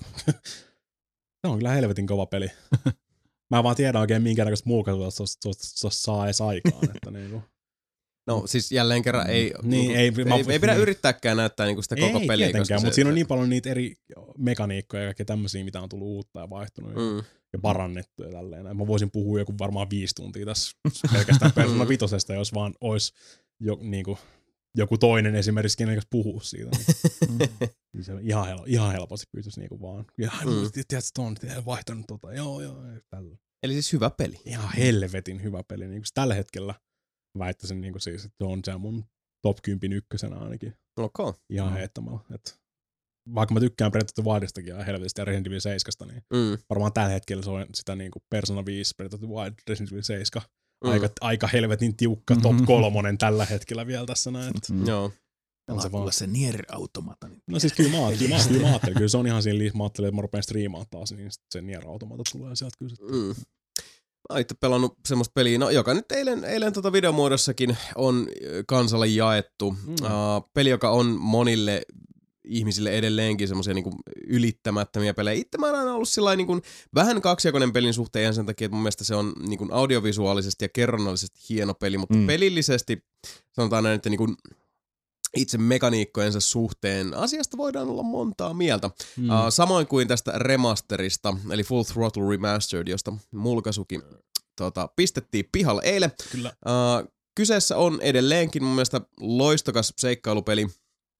Se on kyllä helvetin kova peli. Mä en vaan tiedä oikein minkä näköistä mulkaisuutta tuosta saa edes aikaan. Että niinku. No siis jälleen kerran ei, niin, ei, ei, mä, ei, ei pidä niin. yrittääkään näyttää niinku sitä koko ei, peliä. Ei tietenkään, mutta siinä on niin paljon niitä eri mekaniikkoja ja kaikkea tämmöisiä, mitä on tullut uutta ja vaihtunut mm. ja parannettu ja tälleen. Mä voisin puhua joku varmaan viisi tuntia tässä pelkästään Persona vitosesta, jos vaan olisi jo, niinku, joku toinen esimerkiksi, kenen kanssa puhua siitä. Niin se ihan, hel- ihan helposti pystyisi niinku vaan. Ja mm. tiedätkö, tuon vaihtanut tota. Joo, joo, tällä. Eli siis hyvä peli. Ihan helvetin hyvä peli. Niin tällä hetkellä väittäisin, niin siis, että on se mun top kymmenen ykkösenä ainakin. Okay. Ihan mm. heittämällä. Et, vaikka mä tykkään Breath of the Wildista ja helvetistä ja Resident Evil seitsemän, niin mm. varmaan tällä hetkellä se on sitä niin kuin Persona viisi, Breath of the Wild, Resident Evil seitsemän. Mm. Aika, aika helvetin tiukka top kolmonen tällä hetkellä vielä tässä näin. Mm. Joo. On se vaan se Nier Automata. Niin no siis kyllä mä ajattelin, mä ajattelin, mä ajattelin, kyllä se on ihan siinä, mä ajattelin, että mä rupean striimaan taas, niin se Nier Automata tulee sieltä kyllä. Mm. Mä oon itse pelannut semmoista peliä, no, joka nyt eilen, eilen tota videomuodossakin on kansalle jaettu. Mm. Uh, peli, joka on monille ihmisille edelleenkin semmoisia niinku ylittämättömiä pelejä. Itse mä oon aina ollut sillain niinku vähän kaksijakoinen pelin suhteen ihan sen takia, että mun mielestä se on niinku audiovisuaalisesti ja kerronnallisesti hieno peli, mutta mm. pelillisesti sanotaan näin, että niinku itse mekaniikkojensa suhteen asiasta voidaan olla montaa mieltä. Mm. Uh, samoin kuin tästä remasterista, eli Full Throttle Remastered, josta mulkaisukin tota, pistettiin pihalle eilen. Kyllä. Uh, kyseessä on edelleenkin mun mielestä loistokas seikkailupeli,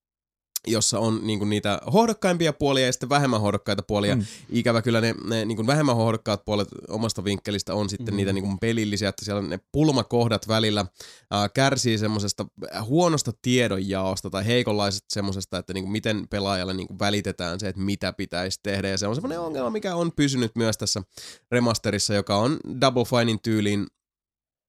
jossa on niinku niitä hohdokkaimpia puolia ja sitten vähemmän hohdokkaita puolia. Mm. Ikävä kyllä ne, ne niinku vähemmän hohdokkaat puolet omasta vinkkelistä on sitten mm. niitä niinku pelillisiä, että siellä ne pulmakohdat välillä ää, kärsii semmosesta huonosta tiedonjaosta tai heikonlaisesta semmosesta, että niinku miten pelaajalle niinku välitetään se, että mitä pitäisi tehdä. Ja se on semmoinen ongelma, mikä on pysynyt myös tässä remasterissa, joka on Double Finein tyyliin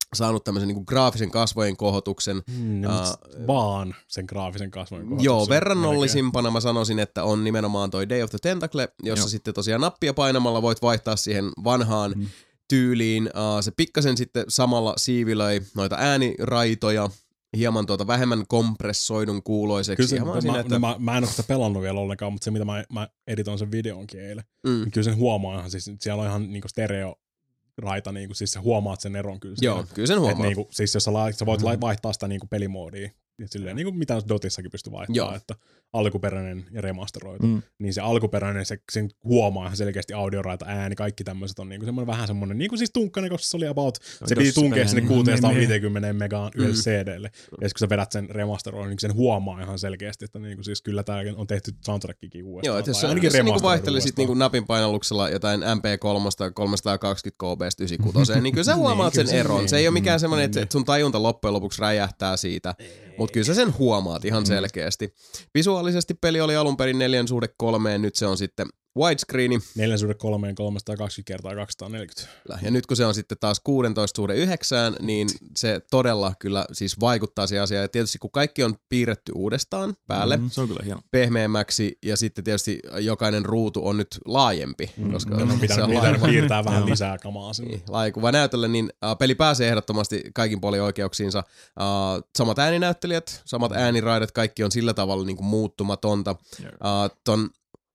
saanut tämmöisen niinku graafisen kasvojen kohotuksen. Mm, uh, vaan sen graafisen kasvojen kohotuksen. Joo, verrannollisimpana mä sanoisin, että on nimenomaan toi Day of the Tentacle, jossa joo. sitten tosiaan nappia painamalla voit vaihtaa siihen vanhaan mm. tyyliin. Uh, se pikkasen sitten samalla siivilöi noita ääniraitoja, hieman tuota vähemmän kompressoidun kuuloiseksi. Kyllä se, mä, siinä, että... mä, mä en ole sitä pelannut vielä ollenkaan, mutta se mitä mä, mä editoin sen videonkin eilen, mm. niin kyllä sen huomaa ihan, siis siellä on ihan niinku stereo raita, niinku, siis sä huomaat sen eron kyllä. Joo, siinä. kyllä sen huomaa. Et, niinku, siis jos sä, la, sä voit mm. vaihtaa sitä niinku pelimoodia, silleen niinku mitä Dotissakin pystyy vaihtamaan, että alkuperäinen ja remasteroitu, mm. niin se alkuperäinen, se, sen huomaa ihan selkeästi audioraita, ääni, kaikki tämmöiset on niinku semmoinen vähän semmoinen, niinku siis tunkkainen, koska se oli about, se piti tunkea sinne kuusisataaviisikymmentä megaan yhdelle mm. C D:lle, ja kun sä vedät sen remasteroin, niin sen huomaa ihan selkeästi, että niinku siis kyllä tää on tehty soundtrackikin uudestaan. Joo, että jos, jos sä niinku vaihtelisit niinku napin painalluksella jotain M P kolme kolmesataakaksikymmentä K B:stä yhdeksänkymmentäkuusi, niin kyllä sä huomaat sen eron. Se ei ole mikään semmoinen, että sun tajunta loppujen lopuksi räjähtää siitä, mutta kyllä sä sen huomaat ihan selkeästi. Visuaalisesti peli oli alun perin neljän suhde kolmeen, nyt se on sitten widescreeni. neljän suhde kolmeen kolmesataakaksikymmentä kertaa kaksisataaneljäkymmentä. Ja nyt kun se on sitten taas kuusitoista suhde yhdeksään, niin se todella kyllä siis vaikuttaa siihen asiaan. Ja tietysti kun kaikki on piirretty uudestaan päälle, mm, se on kyllä hieno. Pehmeämmäksi, ja sitten tietysti jokainen ruutu on nyt laajempi. Mm, koska no, on pitänyt, pitänyt piirtää vähän lisää kamaa sinne. Niin, laajakuva näytölle, niin uh, peli pääsee ehdottomasti kaikin puolin oikeuksiinsa. Uh, samat ääninäyttelijät, samat ääniraidat, kaikki on sillä tavalla niin kuin muuttumatonta. Uh, ton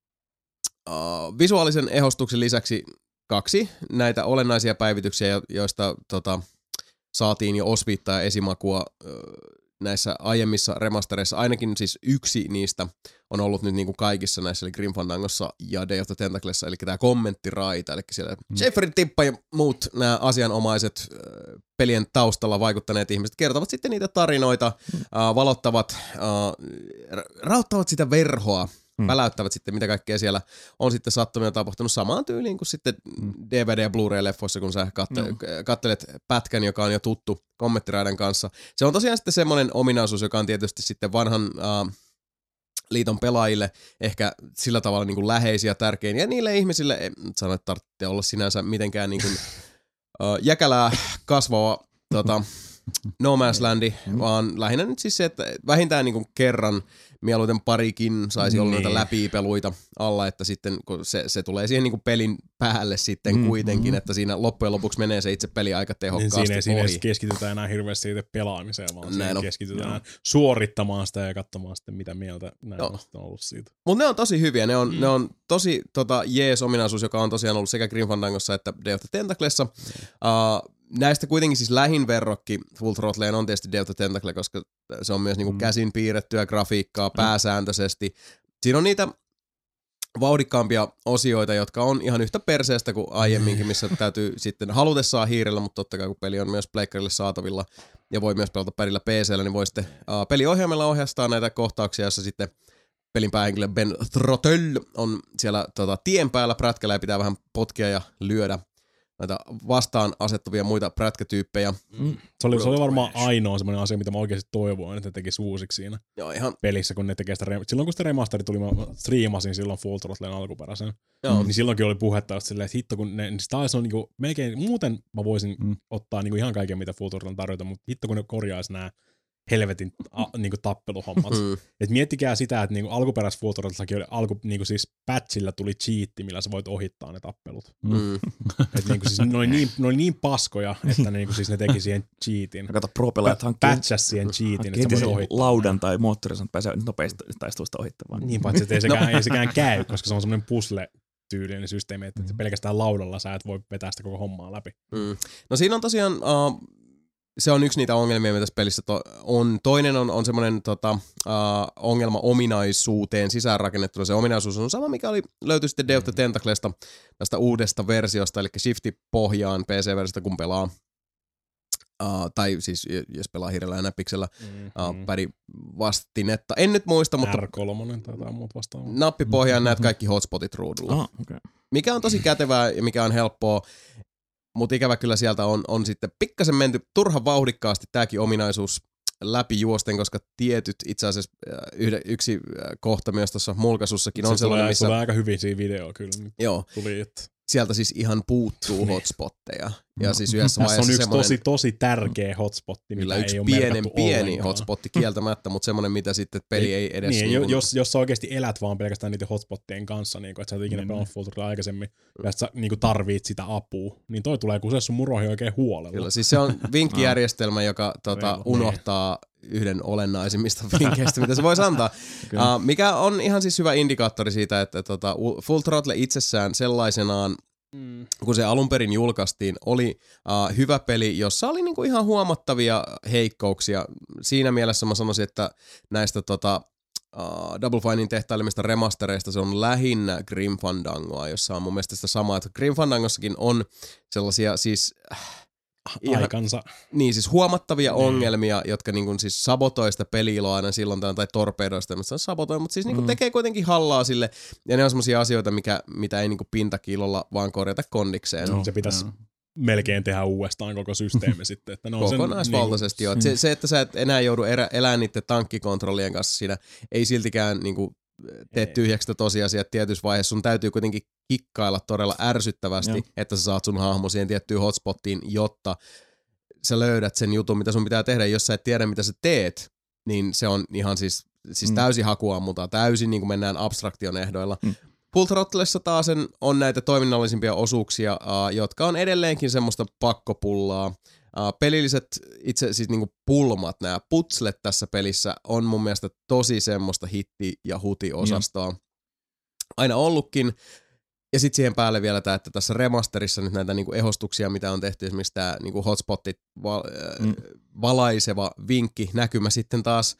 Uh, visuaalisen ehostuksen lisäksi kaksi näitä olennaisia päivityksiä, joista tota, saatiin jo osviittaa ja esimakua uh, näissä aiemmissa remastereissa. Ainakin siis yksi niistä on ollut nyt niinku kaikissa näissä, eli Grim Fandangossa ja Day of the Tentaclessa, eli tämä kommenttiraita, eli siellä mm. Shefferin Tippa ja muut nämä asianomaiset uh, pelien taustalla vaikuttaneet ihmiset kertovat sitten niitä tarinoita, mm. uh, valottavat, uh, rauttavat sitä verhoa, Hmm. väläyttävät sitten, mitä kaikkea siellä on sitten sattunut ja tapahtunut samaan tyyliin kuin sitten hmm. D V D- ja Blu-ray-leffoissa, kun sä katte- no. kattelet pätkän, joka on jo tuttu kommenttiraidan kanssa. Se on tosiaan sitten semmoinen ominaisuus, joka on tietysti sitten vanhan uh, liiton pelaajille ehkä sillä tavalla niin kuin läheisiä ja tärkein. Ja niille ihmisille, en sano, että tarvitsee olla sinänsä mitenkään niin kuin, uh, jäkälää kasvava tota, No Man's Landi, mm. vaan lähinnä nyt siis se, että vähintään niin kuin kerran, mieluiten parikin saisi olla niin. noita läpipeluita alla, että sitten kun se, se tulee siihen niin kuin pelin päälle sitten mm. kuitenkin, että siinä loppujen lopuksi menee se itse peli aika tehokkaasti niin siinä, ohi. Siinä ei keskitytään enää hirveästi siitä pelaamiseen, vaan näin siihen on. keskitytään no. suorittamaan sitä ja katsomaan sitten, mitä mieltä näin no. on ollut siitä. Mutta ne on tosi hyviä, ne on, mm. ne on tosi tota, jees ominaisuus, joka on tosiaan ollut sekä Grim Fandangossa että Day of the Tentaclessa. Mm. Uh, Näistä kuitenkin siis lähin verrokki Full Throttleen on tietysti Day of the Tentacle, koska se on myös niinku mm. käsin piirrettyä grafiikkaa mm. pääsääntöisesti. Siinä on niitä vauhdikkaampia osioita, jotka on ihan yhtä perseestä kuin aiemminkin, missä täytyy sitten halutessaan hiirellä, mutta totta kai kun peli on myös pleikkarille saatavilla ja voi myös pelata pärillä P C:llä, niin voi sitten uh, peliohjaimella ohjastaa näitä kohtauksia, jossa sitten pelin päähenkilö Ben Throttle on siellä tota, tien päällä prätkällä ja pitää vähän potkia ja lyödä näitä vastaan asettuvia muita prätkätyyppejä. Mm. Se, oli, se oli varmaan ainoa semmoinen asia, mitä mä oikeasti toivoin, että ne tekisi uusiksi siinä Joo, ihan. pelissä, kun ne tekee sitä, silloin kun sitä remasteri tuli, mä striimasin silloin Full Throttlen alkuperäisen, Joo. niin silloinkin oli puhetta silleen, että hitto, kun ne, niin taas on niinku, melkein, muuten mä voisin mm. ottaa niinku ihan kaiken, mitä Full Throttle tarjota, mutta hitto, kun ne korjaisi nämä helvetin a, niinku tappeluhommat. Mm. Et miettikää sitä, että niinku alkuperäisessä Full Throttlellakin oli alku, niinku siis patchillä tuli cheatti, millä sä voit ohittaa ne tappelut. Mm. Et niinku siis ne oli niin, ne oli niin paskoja, että ne, niinku siis ne teki siihen cheatin. Kato, pro-pelaajat hankkii. Patchas siihen cheatin, että sä voit ohittaa. Laudan tai moottorisen, että pääsee nopeasti taistelusta ohittamaan. Niin paitsi, että ei sekään, no. ei sekään käy, koska se on semmoinen puzzle tyylinen systeemi, että mm. pelkästään laudalla sä et voi vetää sitä koko hommaa läpi. Mm. No siinä on tosiaan Uh... se on yksi niitä ongelmia, mitä tässä pelissä to- on. Toinen on, on semmoinen tota, uh, ongelma ominaisuuteen sisäänrakennettuna. Se ominaisuus on sama, mikä oli, löytyi sitten Day of the Tentaclesta, tästä uudesta versiosta, eli Shifti-pohjaan P C-versiosta, kun pelaa. Uh, tai siis jos pelaa hiirellä ja näppiksellä mm-hmm. uh, pädi vastinetta. En nyt muista, mutta R kolme tai jotain muut vastaavaa. Nappipohjaan näet kaikki hotspotit ruudulla. Oh, okay. Mikä on tosi kätevää ja mikä on helppoa. Mutta ikävä kyllä sieltä on, on sitten pikkasen menty turhan vauhdikkaasti tämäkin ominaisuus läpi juosten, koska tietyt itse asiassa yhde, yksi kohta myös tuossa mulkaisussakin on se sellainen, tulee, missä tulee aika hyvin siinä video kyllä. Joo. Tuli, että sieltä siis ihan puuttuu hotspotteja. Ja no, siis yhdessä tässä on yksi semmoinen, tosi, tosi tärkeä hotspotti, kyllä mitä yksi ei ole pienen pieni ollenkaan. hotspotti kieltämättä, mutta semmoinen, mitä sitten peli ei, ei edes... Niin, niin jo, kuin, jos, jos sä oikeasti elät vaan pelkästään niiden hotspottien kanssa, niin kun, että sä oot ikinä Niin. pelannut Full Throttle aikaisemmin, ja että sä niin tarvit sitä apua, niin toi tulee kusee sun muroihin oikein huolella. Kyllä, siis se on vinkkijärjestelmä, joka tota, Reilu. unohtaa yhden olennaisimmista vinkkeistä, mitä se voisi antaa. Uh, mikä on ihan siis hyvä indikaattori siitä, että tota, Full Throttle itsessään sellaisenaan, mm. kun se alun perin julkaistiin, oli uh, hyvä peli, jossa oli niinku ihan huomattavia heikkouksia. Siinä mielessä mä sanoisin, että näistä tota, uh, Double Finein tehtailemista remastereista se on lähinnä Grim Fandangoa, jossa on mun mielestä sitä samaa, että Grim Fandangossakin on sellaisia siis... Ihan, aikansa. niin, siis huomattavia mm. ongelmia, jotka niin kuin siis sabotoi sitä peli-iloa aina silloin tai torpedoista, mutta se on sabotoi, mutta siis niin kuin mm. tekee kuitenkin hallaa sille, ja ne on semmosia asioita, mikä, mitä ei niin kuin pintakiilolla vaan korjata kondikseen. No, se pitäisi no. melkein tehdä uudestaan koko systeemi sitten. Että no kokonaisvaltaisesti sen, joo. Niin Se, se, että sä et enää joudu erä, elämään niiden tankkikontrollien kanssa siinä, ei siltikään niin kuin tee tyhjäksi sitä tosiasiaa, että tietyssä vaiheessa sun täytyy kuitenkin kikkailla todella ärsyttävästi, joo. että sä saat sun hahmo siihen tiettyyn hotspottiin, jotta sä löydät sen jutun, mitä sun pitää tehdä. Jos sä et tiedä, mitä sä teet, niin se on ihan siis, siis mm. täysin hakuammuta, täysin niin kuin mennään abstraktion ehdoilla. Mm. Full Throttlessa taas on näitä toiminnallisimpia osuuksia, uh, jotka on edelleenkin semmoista pakkopullaa. Uh, pelilliset itse siis niinku pulmat, nämä putslet tässä pelissä on mun mielestä tosi semmoista hitti- ja huti-osastoa. Mm. Aina ollutkin. Ja sitten siihen päälle vielä tämä, että tässä remasterissa nyt näitä niinku ehostuksia, mitä on tehty, esimerkiksi tämä niinku hotspotit val- mm. valaiseva vinkki, näkymä sitten taas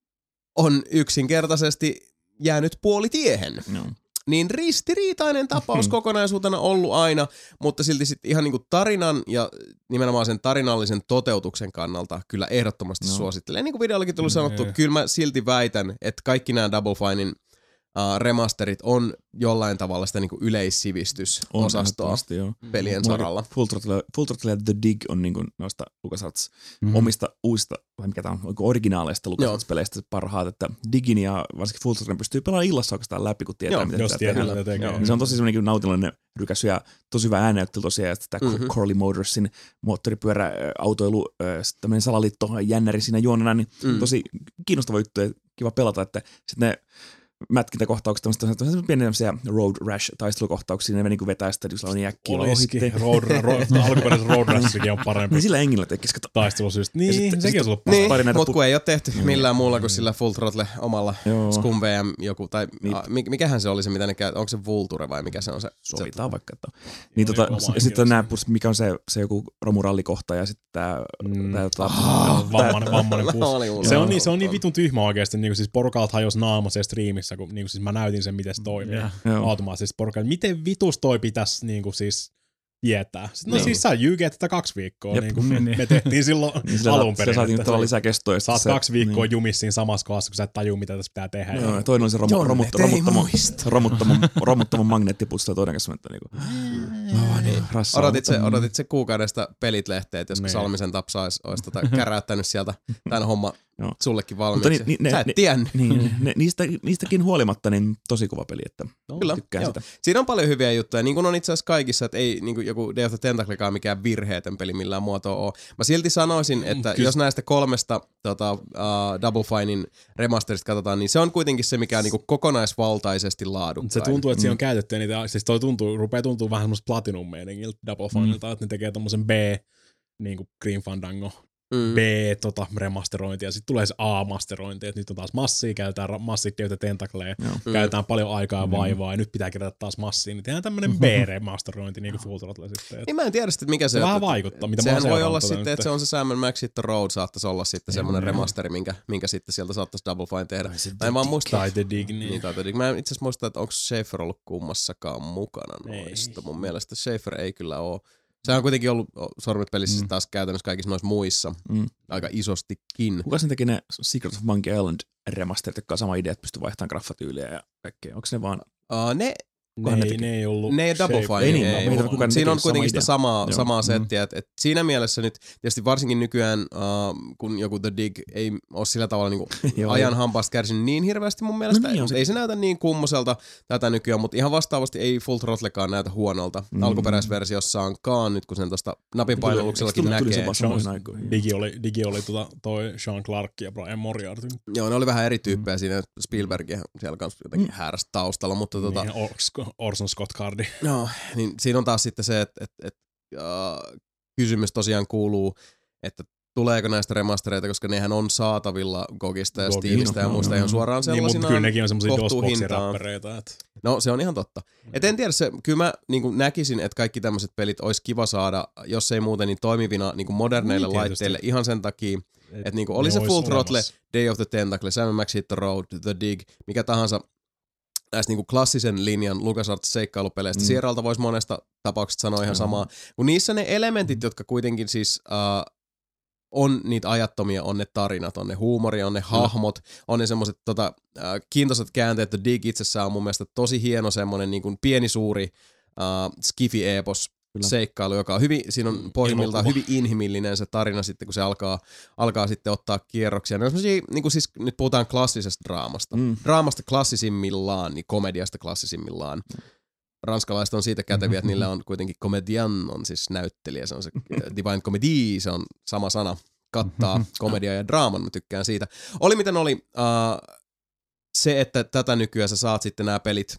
on yksinkertaisesti jäänyt puolitiehen. No. Niin ristiriitainen tapaus kokonaisuutena ollut aina, mutta silti sitten ihan niinku tarinan ja nimenomaan sen tarinallisen toteutuksen kannalta kyllä ehdottomasti no. suosittelen. Niin kuin videollakin tuli sanottu, no, kyllä mä silti väitän, että kaikki nämä Double Finein Uh, remasterit on jollain tavalla sitä niinku yleissivistysosastoa pelien saralla. Full Throttle, Full Throttle ja The Dig on niinku noista LucasArts mm-hmm. omista uusista, vai mikä tämä on, originaaleista LucasArts-peleistä parhaat, että Digin ja varsinkin Full Throttle pystyy pelaamaan illassa oikeastaan läpi, kun tietää, joo, mitä jos pitää tietää, tehdä. Joo, se on tosi semmoinen nautinnollinen rykäsy ja tosi hyvä äänenäyttely tosiaan, että tämä mm-hmm. Corley Motorsin moottoripyöräautoilu, tämmöinen salaliitto jännäri siinä juonena, niin mm. tosi kiinnostava juttu ja kiva pelata, että sitten ne mätkintäkohtaukset, tämmöisiä pieniä road rash-taistelukohtauksia, ne niinku vetää sitä, jos on niin äkkiä ohitte. Road, road, alkuperäisessä Road Rashikin on parempi. Niin sillä engillä tekisi. Taistelusyystä. Niin, sitten, sekin on ollut niin, mutta kun ei ole tehty millään muulla kuin sillä Full Throttle omalla Scum V M joku, tai niin. a, mikähän se oli se, mitä ne käy, onko se Vulture vai mikä se on se? Sovitaan vaikka. Että. Niin tota, sitten nämä, mikä on se, se joku romurallikohta ja sitten tämä... Mm. Vammainen, vammainen puss. Se on niin, se on niin vitun tyhmä oikeasti, niin kuin siis porukalta hajosi naama se striimissä, kun niin kuin siis mä näytin sen, miten se toimii yeah. automaattisesti porukalle. Miten vitus toi pitäisi niin kuin siis tietää? No niin. Siis sä jyykeet tätä kaksi viikkoa, niin kuin me, me tehtiin silloin niin alun perin. Se saatiin nyt olla lisää kestoa. Saat se, kaksi viikkoa niin. jumissa siinä samassa kohdassa, kun sä et tajuu, mitä tässä pitää tehdä. Joo, ja toinen on se romu, romut, romuttamo, romuttamo, romuttamo magneettipussi ja toinen kanssa mentä niinku. No, niin. Odotit se, odotit se kuukaudesta pelit-lehteä, että jos niin. Salmisen Tapsais olisi tota käräyttänyt sieltä tämän homma no. sullekin valmiiksi. Ni, ni, sä et ne, tiennyt. Niin, ne, niistä, niistäkin huolimatta niin tosi kova peli, että no, kyllä, tykkään sitä. Siinä on paljon hyviä juttuja, niin kuin on itse asiassa kaikissa, että ei niin kuin joku Day of the Tentaclekaan mikään virheetön peli millään muotoa ole. Mä silti sanoisin, että mm, jos näistä kolmesta tota, uh, Double Finein remasterista katsotaan, niin se on kuitenkin se, mikä on niin kuin kokonaisvaltaisesti laadukkain. Se tuntuu, että mm. siinä on käytetty niitä, siis toi tuntuu, rupeaa tuntuu vähän semmoista Platinum-meiningiltä Double Fineilta, mm. että ne tekee tommosen B, niin kuin Green Fandango, mm. B-remasterointi, tota, ja sitten tulee se A-masterointi, että nyt on taas massia, käytetään massia Day of the Tentaclea, mm. käytetään paljon aikaa ja vaivaa, mm. ja nyt pitää kerätä taas massia, niin tehdään tämmönen B-remasterointi, niin kuin Full Throttle sitten. Niin mä en tiedä sitten, mikä se, se on. Vähän vaikuttaa, mitä sehän voi olla sitten, että se on se Sam and Max sitten Road, saattaisi olla sitten semmoinen remasteri, minkä, minkä sitten sieltä saattaisi Double Fine tehdä. Mä en vaan muista. Tai The Dig, niin. niin tai The Dig. Mä en itse asiassa muista, että onko Schaefer ollut kummassakaan mukana noista. Mun mielestä Schaefer ei kyllä ole. Se on kuitenkin ollut sormet pelissä mm. taas käytännössä kaikissa noissa muissa mm. aika isostikin. Kuka sen teki ne Secret of Monkey Island remasterit, jotka on sama idea, että pystyy vaihtamaan graffatyyliä ja kaikkea? Onko ne vaan... Uh, ne Ne ei, ne ei ollut Ne ei Double Fine, ei, niin, ei. ei, ei, kukaan siinä on teki kuitenkin sama sitä samaa, Joo. samaa settiä, että et siinä mielessä nyt, tietysti varsinkin nykyään, uh, kun joku The Dig ei ole sillä tavalla niinku ajan hampaasta kärsinyt niin hirveästi mun mielestä, No niin on se. ei se näytä niin kummoselta tätä nykyään, mutta ihan vastaavasti ei Full Throttlekaan näytä huonolta mm. alkuperäisversiossaan nyt, kun sen tuosta napin painalluksellakin Tuli- tuli näkee. se vaan samoihin aikoihin. Digi oli, Digi oli tota, toi Sean Clark ja Brian Moriarty. Joo, ne oli vähän eri tyyppejä mm. siinä, Spielberg siellä kanssa jotenkin hääräsi taustalla, mutta tota... Niin, Or- Orson Scott Cardi. No, niin siinä on taas sitten se, että et, et, uh, kysymys tosiaan kuuluu, että tuleeko näistä remastereita, koska nehän on saatavilla Gogista ja Gogi, Steamista no, ja muista no, ihan no. suoraan Niin, sellaisina mutta kyllä nekin on semmosia kohtuuhintaan. DOSBoxi-räppäreitä. Et... No se on ihan totta. Et en tiedä, se, kyllä mä niin näkisin, että kaikki tämmöiset pelit olisi kiva saada, jos ei muuten, niin toimivina niin moderneille Niin, laitteille ihan sen takia, että niin oli ne se ois Full Throttle, olemassa. Day of the Tentacle, Sam Max Hit the Road, The Dig, mikä tahansa näistä niinku klassisen linjan LucasArts seikkailupeleistä. Mm. Sierralta voisi monesta tapauksesta sanoa ihan mm. samaa. Kun niissä ne elementit, jotka kuitenkin siis uh, on niitä ajattomia, on ne tarinat, on ne huumori, on ne hahmot, on ne semmoiset tota, uh, kiintoiset käänteet. The Dig itsessään on mun mielestä tosi hieno semmoinen niin kuin pieni suuri uh, skifi-epos seikkailu, joka on hyvin, siinä on pohjimmiltaan hyvin inhimillinen se tarina sitten, kun se alkaa, alkaa sitten ottaa kierroksia. Ne on semmosia, niin kuin siis nyt puhutaan klassisesta draamasta. Mm. Draamasta klassisimmillaan, niin komediasta klassisimmillaan. Mm. Ranskalaiset on siitä käteviä, että niillä on kuitenkin komedian, on siis näyttelijä, se on se Divine Comedy, se on sama sana, kattaa komedia ja draaman, mä tykkään siitä. Oli miten oli uh, se, että tätä nykyään sä saat sitten nämä pelit,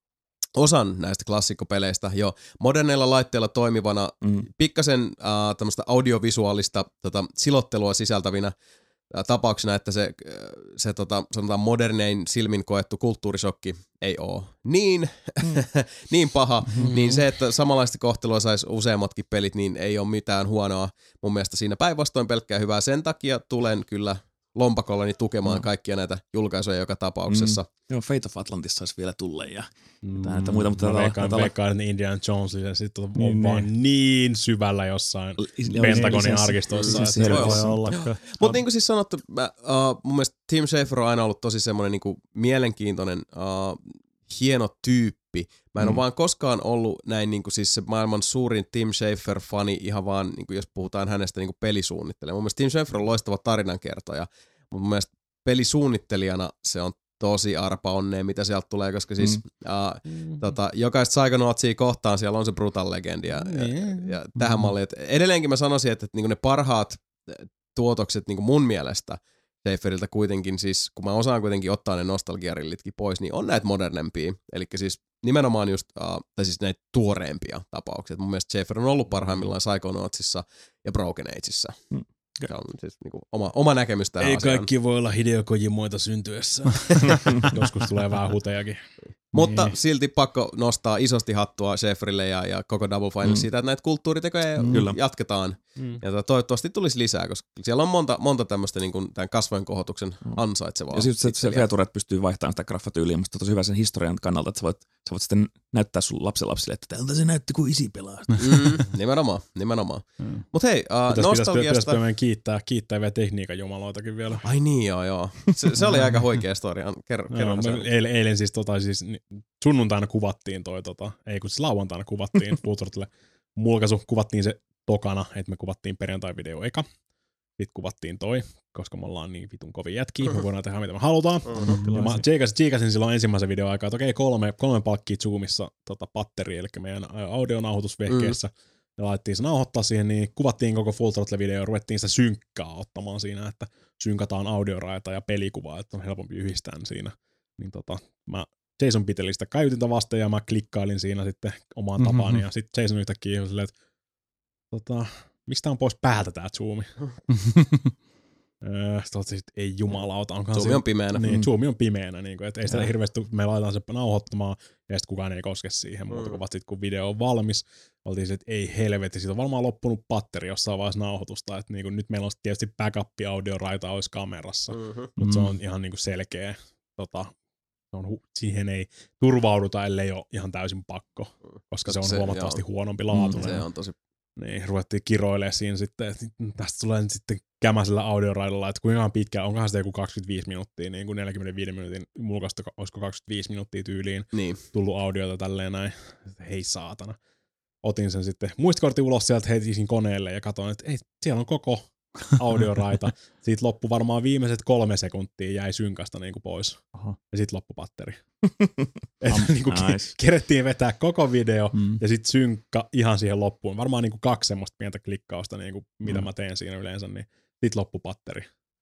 osan näistä klassikkopeleistä jo moderneilla laitteilla toimivana, mm. pikkasen uh, tämmöistä audiovisuaalista tota, silottelua sisältävinä uh, tapauksena, että se, uh, se tota, sanotaan modernein silmin koettu kulttuurisokki ei ole niin, mm. niin paha, mm. niin se, että samanlaista kohtelua saisi useammatkin pelit, niin ei ole mitään huonoa mun mielestä siinä, päinvastoin pelkkää hyvää. Sen takia tulen kyllä lompakollani tukemaan no. kaikkia näitä julkaisuja joka tapauksessa. Mm. Joo, Fate of Atlantis saisi vielä tulla ja mm. näitä muita, mutta mä veikkaan, tätä veikkaan, että Indiana Jones ja sitten on niin, vaan niin. niin syvällä jossain L- Pentagonin arkistoissa. Mutta niin kuin siis sanottu, mä, uh, mun mielestä Tim Schafer on aina ollut tosi semmoinen niin kuin mielenkiintoinen, uh, hieno tyyppi. Mä en mm. ole vaan koskaan ollut näin niin kuin siis se maailman suurin Tim Schafer-fani ihan vaan, niin kuin jos puhutaan hänestä niin kuin pelisuunnittelijana. Mun mielestä Tim Schafer on loistava tarinankertoja, mutta mun mielestä pelisuunnittelijana se on tosi arpa onnea, mitä sieltä tulee, koska siis mm. uh, mm. tota, jokaista Psychonautsia kohtaan siellä on se Brutal Legend ja, mm. ja, ja tähän malliin. Et edelleenkin mä sanoisin, että, että niin ne parhaat tuotokset niin mun mielestä Schaferiltä kuitenkin siis, kun mä osaan kuitenkin ottaa ne nostalgiarillitkin pois, niin on näitä modernempia. Eli siis nimenomaan just, uh, tai siis näitä tuoreempia tapauksia. Mun mielestä Schafer on ollut parhaimmillaan Psychonautsissa ja Broken Ageissa. Mm. Se on siis niinku oma, oma näkemys tähän Ei asiaan. kaikki voi olla Hideo Kojimoita syntyessä. Joskus tulee vähän hutejakin. Mutta niin. silti pakko nostaa isosti hattua Schaferille ja, ja koko Double Fine mm. siitä, että näitä kulttuuritekoja mm. jatketaan. Mm. Ja toivottavasti tulisi lisää, koska siellä on monta, monta tämmöistä niin kuin tämän kasvojen kohotuksen mm. ansaitsevaa. Ja sitten se Featuret pystyy vaihtamaan sitä graffatyyliä, mutta tosi hyvä sen historian kannalta, että sä voit, sä voit sitten näyttää sun lapsenlapsille, että tältä se näytti, kun isi pelaa. Mm, nimenomaan, nimenomaan. Mm. Mutta hei, uh, pitäis, nostalgiasta... Pitäisikö meidän kiittää, kiittää vielä tekniikan jumaloitakin vielä? Ai niin joo, joo. Se, se oli aika huikea story. Kerro, kerro no, eilen, eilen siis, tota, siis sunnuntaina kuvattiin toi, tota, ei kun siis lauantaina kuvattiin Full Throttle mulkaisu, kuvattiin se tokana, että me kuvattiin perjantai-video eka. Sitten kuvattiin toi, koska me ollaan niin vitun kovin jätkiä, me voidaan tehdä mitä me halutaan. Ja mä tsiikasin silloin ensimmäisen videon aikaa, että okei, kolme, kolme palkkia Zoomissa tota, patteri, eli meidän audionauhoitusvehkeessä. Mm. Ja laitettiin se nauhoittaa siihen, niin kuvattiin koko Full Throttle-video ja ruvettiin sitä synkkää ottamaan siinä, että synkataan audioraita ja pelikuvaa, että on helpompi yhdistää siinä. Niin tota, mä Jason Pitelistä kaiutinta vasten ja mä klikkailin siinä sitten omaan mm-hmm. tapaani ja sitten Jason yhtäkkiä on silleen, että tota, mistä on pois päältä tää zoomi? Sitten oot sitten, ei jumalauta. Onkohan zoomi se, on pimeänä. Niin, mm. zoomi on pimeänä. Niin kuin, et ei sitä ja. hirveästi, me laitetaan se nauhoittamaan ja sitten kukaan ei koske siihen muuta, kun vasta sit, kun video on valmis. Oltiin se, että ei helvetti, siitä on varmaan loppunut patteri jossain vaiheessa nauhoitusta. Että niin kuin, nyt meillä on tietysti backup-audioraita olisi kamerassa, mm-hmm. mutta mm. se on ihan niin kuin selkeä. Tota, on, siihen ei turvauduta, ellei ole ihan täysin pakko, koska, koska se on se, huomattavasti joo. huonompi laatuinen. Se on tosi Niin, ruvettiin kiroilemaan siinä sitten, että tästä tulee nyt sitten kämäisellä audioraidalla, että kuinka pitkä, onkohan sitä joku kaksikymmentäviisi minuuttia, niin kuin neljäkymmentäviisi minuutin mulkaista, olisiko kaksikymmentäviisi minuuttia tyyliin niin. tullut audiota tälleen näin, hei saatana. Otin sen sitten muistikortin ulos sieltä, heitin koneelle ja katsoin, että ei, siellä on koko audioraita. Siitä loppui varmaan viimeiset kolme sekuntia jäi synkasta niin kuin pois. Aha. Ja sitten loppui patteri. Että niin kuin nice. Kerettiin vetää koko video mm. ja sitten synkka ihan siihen loppuun. Varmaan niin kuin kaksi semmoista pientä klikkausta, niin kuin mitä mm. mä teen siinä yleensä, niin sitten loppui patteri.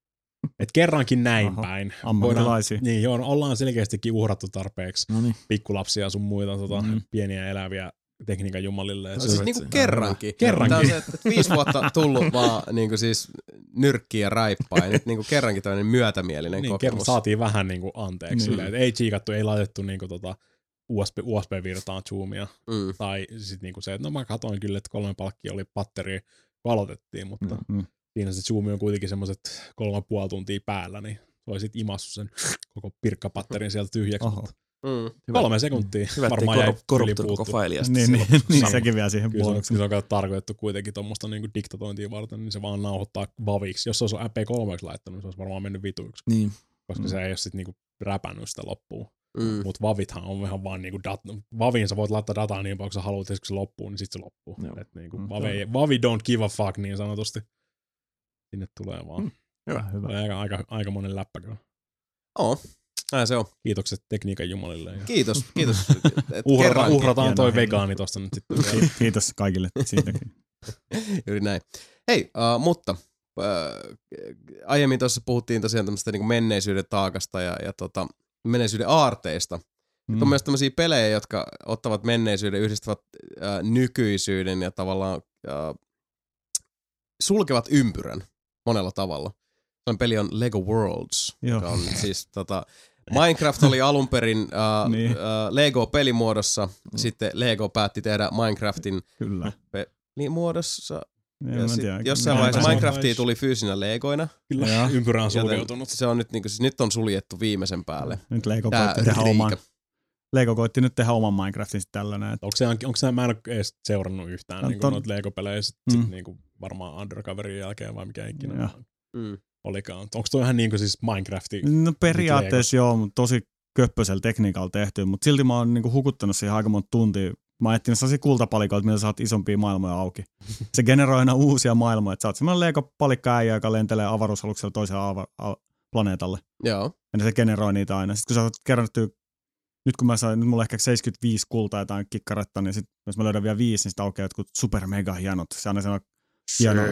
Et kerrankin näin Aha. päin. Ammattilaisia. Niin joo, ollaan selkeästikin uhrattu tarpeeksi Noniin. pikkulapsia sun muita tota, mm. pieniä eläviä tekniikan jumalille. No, siis niinku kerrankin. Kerrankin. Tämä on se, että viisi vuotta tullut vaan niinku siis nyrkkiä raippaa ja nyt niinku kerrankin tämmöinen myötämielinen niin, kokemus. Saatiin vähän niinku anteeksi. Niin. Silleen, ei chiikattu, ei laitettu niinku tota U S B, U S B-virtaan zoomia. Mm. Tai sit niinku se, että no mä katsoin kyllä, että kolme palkkia oli patteri, kun aloitettiin, mutta mm. siinä se zoomi on kuitenkin semmoiset kolme ja puoli tuntia päällä, niin olisit imassut sen koko pirkkapatterin sieltä tyhjäksi. Mm. Kolme sekuntia. Hyvä, varmaan jäi korruptunut koko failia. Niin, niin, niin sekin vielä siihen puoluksi. Kyllä se on tarkoitettu kuitenkin tuommoista niinku diktatointia varten, niin se vaan nauhoittaa vaviksi. Jos se olisi M P kolme laittanut, niin se olisi varmaan mennyt vituiksi. Niin. Koska mm. se ei ole sitten niinku räpännyt sitä loppuun. Mm. Mutta vavithan on ihan vaan niinku dat- vaviin sä voit laittaa dataa niin paljon, kun sä haluat, että kun se loppuu, niin sitten se loppuu. Et niinku mm. vavi, vavi don't give a fuck niin sanotusti. Sinne tulee vaan. Mm. Hyvä, hyvä. Aika, aika, aika monen läppä kyllä. Oo. Näin se on. Kiitokset tekniikan jumalille. Ja kiitos, kiitos. Uhrata, uhrataan toi vegaani tosta nyt sitten. Kiitos kaikille siitäkin. Juuri näin. Hei, uh, mutta uh, aiemmin tuossa puhuttiin tosiaan tämmöistä niin menneisyyden taakasta ja, ja tota, menneisyyden aarteista. Mm. On myös tämmöisiä pelejä, jotka ottavat menneisyyden, yhdistävät uh, nykyisyyden ja tavallaan uh, sulkevat ympyrän monella tavalla. Sellainen peli on Lego Worlds, Joo. joka on siis tota, Minecraft oli alun perin uh, niin. uh, Lego-pelimuodossa, mm. sitten Lego päätti tehdä Minecraftin Kyllä. pelimuodossa. Ja sit, tiedä, jossain vaiheessa Minecraftia tuli fyysinä Legoina. Kyllä, ja. Ympyrä on sulkeutunut. Se on nyt, niin kuin, siis nyt on suljettu viimeisen päälle. Nyt Lego koitti tehdä oman. Lego koitti nyt tehdä oman Minecraftin sitten tällainen. Onko se, onko se, mä en ole edes seurannut yhtään no, niin ton... noita Lego-pelejä sit, mm. sit, niin kuin varmaan Undercoverin jälkeen vai mikä ikinä mm. olikaan. Onko toi ihan niin kuin siis Minecrafti? No periaatteessa joo, mutta tosi köppöisellä tekniikalla tehty, mutta silti mä oon niin kuin hukuttanut siihen aika monta tuntia. Mä ajattelin sellaisia kultapalikoita, millä saat isompia maailmoja auki. Se generoi aina uusia maailmoja. Sä oot semmoinen Lego-palikka äijä, joka lentelee avaruusaluksella toiselle ava- a- planeetalle. Joo. Ja se generoi niitä aina. Sitten kun sä oot kerrottu, nyt kun mä sain, nyt mulla on ehkä seitsemänkymmentäviisi kultaa jotain kikkaretta, niin sit, jos mä löydän vielä viisi, niin sitä aukeaa jotkut super mega hienot. Se on aina hieno,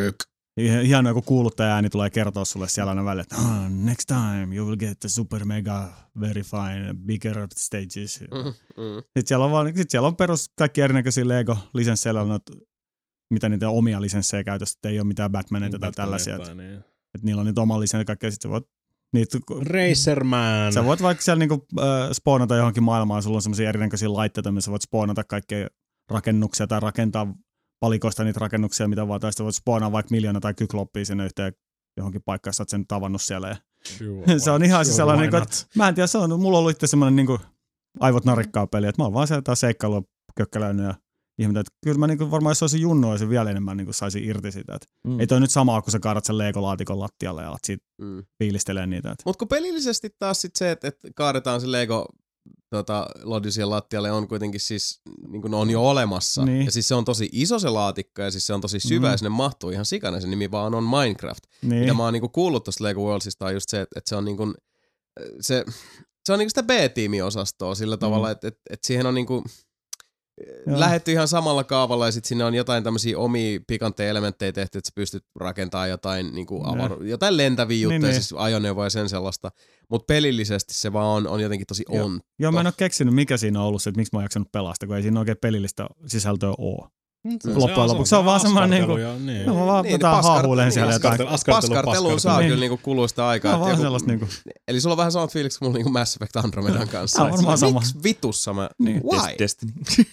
hieno joku kuuluttaja ääni tulee kertoa sulle siellä aina välillä, että oh, next time you will get the super mega very fine bigger stages. Mm, mm. Sitten siellä on, vaan, sit siellä on perus kaikki erinäköisiä Lego-lisenssejä, mitä niitä omia lisenssejä käytössä, ei ole mitään Batmaneita tai tällaisia. Että niin. et niillä on niitä oma lisenssejä ja kaikkea, sitten voit niitä, Racerman. Sä voit vaikka siellä niinku, äh, spoonata johonkin maailmaan, sulla on semmoisia erinäköisiä laitteita, missä voit spoonata kaikkea rakennuksia tai rakentaa palikoista niitä rakennuksia, mitä vaan, tai sitten voit spoonaa vaikka miljoona tai kykloppia sinne yhteen johonkin paikkaan, sä oot sen tavannut siellä. Ja sure, se on ihan sure, sellainen, niin että mä en tiedä, se on, mulla on ollut itse semmoinen niin kuin aivot narikkaa peli, että mä oon vaan sieltä seikkailua kökkäläinen ja ihmetä, että kyllä mä niin kuin, varmaan jos olisin junnu, olisin vielä enemmän niin kuin saisin irti sitä. Että mm. Ei toi nyt samaa, kun sä kaadat sen Lego-laatikon lattialle ja alat siitä mm. fiilistelee niitä. Mutta kun pelillisesti taas sit se, että, että kaadetaan se Lego tota, lodisien lattialle on kuitenkin siis, niin kuin on jo olemassa. Niin. Ja siis se on tosi iso se laatikko ja siis se on tosi syvä mm. ja sinne mahtuu ihan sikana. Se nimi vaan on Minecraft. Niin. Mitä mä oon niin kuin kuullut tosta Lego Worldsista on just se, että, että se on niin kuin, se, se on niin kuin sitä B-tiimiosastoa sillä tavalla, mm. että, että, että siihen on niin kuin lähetty ihan samalla kaavalla ja sitten sinne on jotain tämmöisiä omia pikantteja elementtejä tehty, että sä pystyt rakentamaan jotain, niin kuin avaru- jotain lentäviä juttuja, niin, siis ajoneuvoja ja sen sellaista. Mutta pelillisesti se vaan on, on jotenkin tosi Joo. on. Joo, mä en ole keksinyt, mikä siinä on ollut se, että miksi mä oon jaksanut pelastaa, kun ei siinä oikein pelillistä sisältöä ole. Loppujen lopuksi se on vaan semmoinen niinku, niin. No, mä vaan niin, haahuilen siellä jotain. Paskarteluun saa kyllä niinku kuluista aikaa. No, vaan sellaista niinku. Eli sulla on vähän samat fiilikset kuin mulla niinku Mass Effect Andromedan kanssa. Tämä on varmaan sama. Miksi vitussa mä, niin. why? Destiny.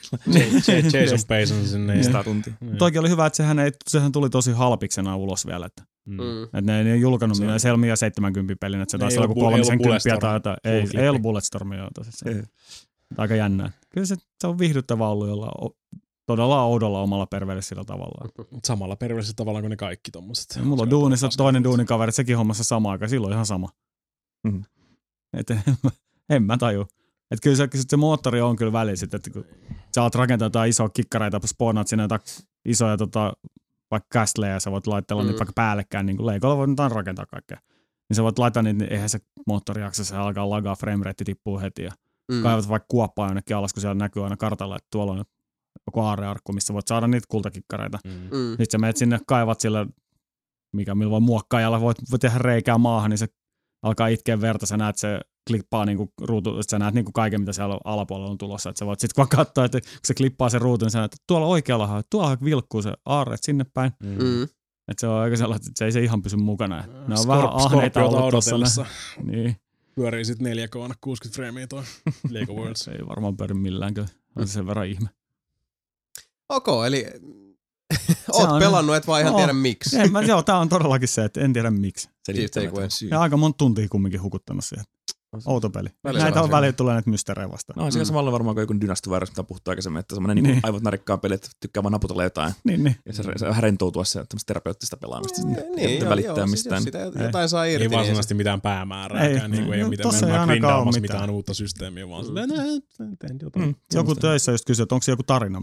Jason Payson sinne. Sitä tuntia. Toikin oli hyvä, että sehän, ei, sehän tuli tosi halpiksena ulos vielä. Että mm. että ne ei julkanut mitään Selmia seitsemänkymmentä pelin, että se taisi olla kuin kolmekymmentä tai jotain. Ei, ei ollut Bulletstormia. Aika jännää. Kyllä se, se on viihdyttävä ollut, jolla todella oudolla omalla perveellisellä tavallaan. Samalla perveellisellä tavalla kuin ne kaikki tommoset. Ja mulla on duunissa toinen duunikaveri, sekin hommassa samaan aikaan, silloin ihan sama. Mm-hmm. Et en, en mä taju. Et kyllä se, se moottori on kyllä välissä, että kun sä oot rakentaa jotain isoa kikkareita, spawnaat sinne jotain isoja tota, vaikka kästlejä, sä voit laitella mm. niitä vaikka päällekkäin, niin kuin leikolla voit nyt rakentaa kaikkea. Niin sä voit laittaa niitä, niin eihän se moottori jaksa, se alkaa lagaa, framerate tippuu heti ja mm. kaivat vaikka kuoppaa jonnekin alas, kun siellä näkyy aina kartalla, että tuolla on joku aarrearkku, missä voit saada niitä kultakikkareita. Mm. Sitten sä menet sinne, kaivat sillä, mikä millä voi muokkaajalla, voit, voit tehdä reikää maahan, niin se alkaa itkeä verta, sä näet se klippaa niinku ruutu, että sä näet niinku kaiken, mitä siellä alapuolella on tulossa, että sä voit sitten vaan katsoa, että kun se klippaa sen ruutun, niin sä näet, että tuolla oikealla, että tuolla vilkkuu se aarre sinne päin. Mm. Että se on aika sellaista, että se ei se ihan pysy mukana. Ne on Skorp- vähän ahneita ollut tuossa. Niin. Pyörii sitten neljä K kuusikymmentä freimiä toi Lego Worlds. Se ei varmaan pyöri millään, kyllä. On se sen verran ihme. Ok, eli oot on, pelannut, et vaan ihan no, tiedä miksi. En, mä, joo, tää on todellakin se, että en tiedä miksi. Se ja aika monta tuntia kumminkin hukuttanut siihen. Outo peli. Välillä näitä on väliin tulee näitä mysteerejä vastaan. No on siinä mm. samalla varmaan kuin joku Dynasty Warriors, mitä puhuttiin aikaisemmin, että semmoinen niin. niin aivot narikkaa peli, että tykkää vaan naputella jotain. Niin, niin. Ja se, se vähän rentoutua se tämmöistä terapeuttista pelaamista. Niin, niin joo, välittää joo, mistään. Siis jos sitä jotain saa irti. Ei varsinaisesti mitään päämäärääkään, niin kuin ei ole mitään mennään grindaamassa mitään uutta systeemiä, vaan silleen, teen jotain. Joku töissä just kysyy, että onko se joku tarina?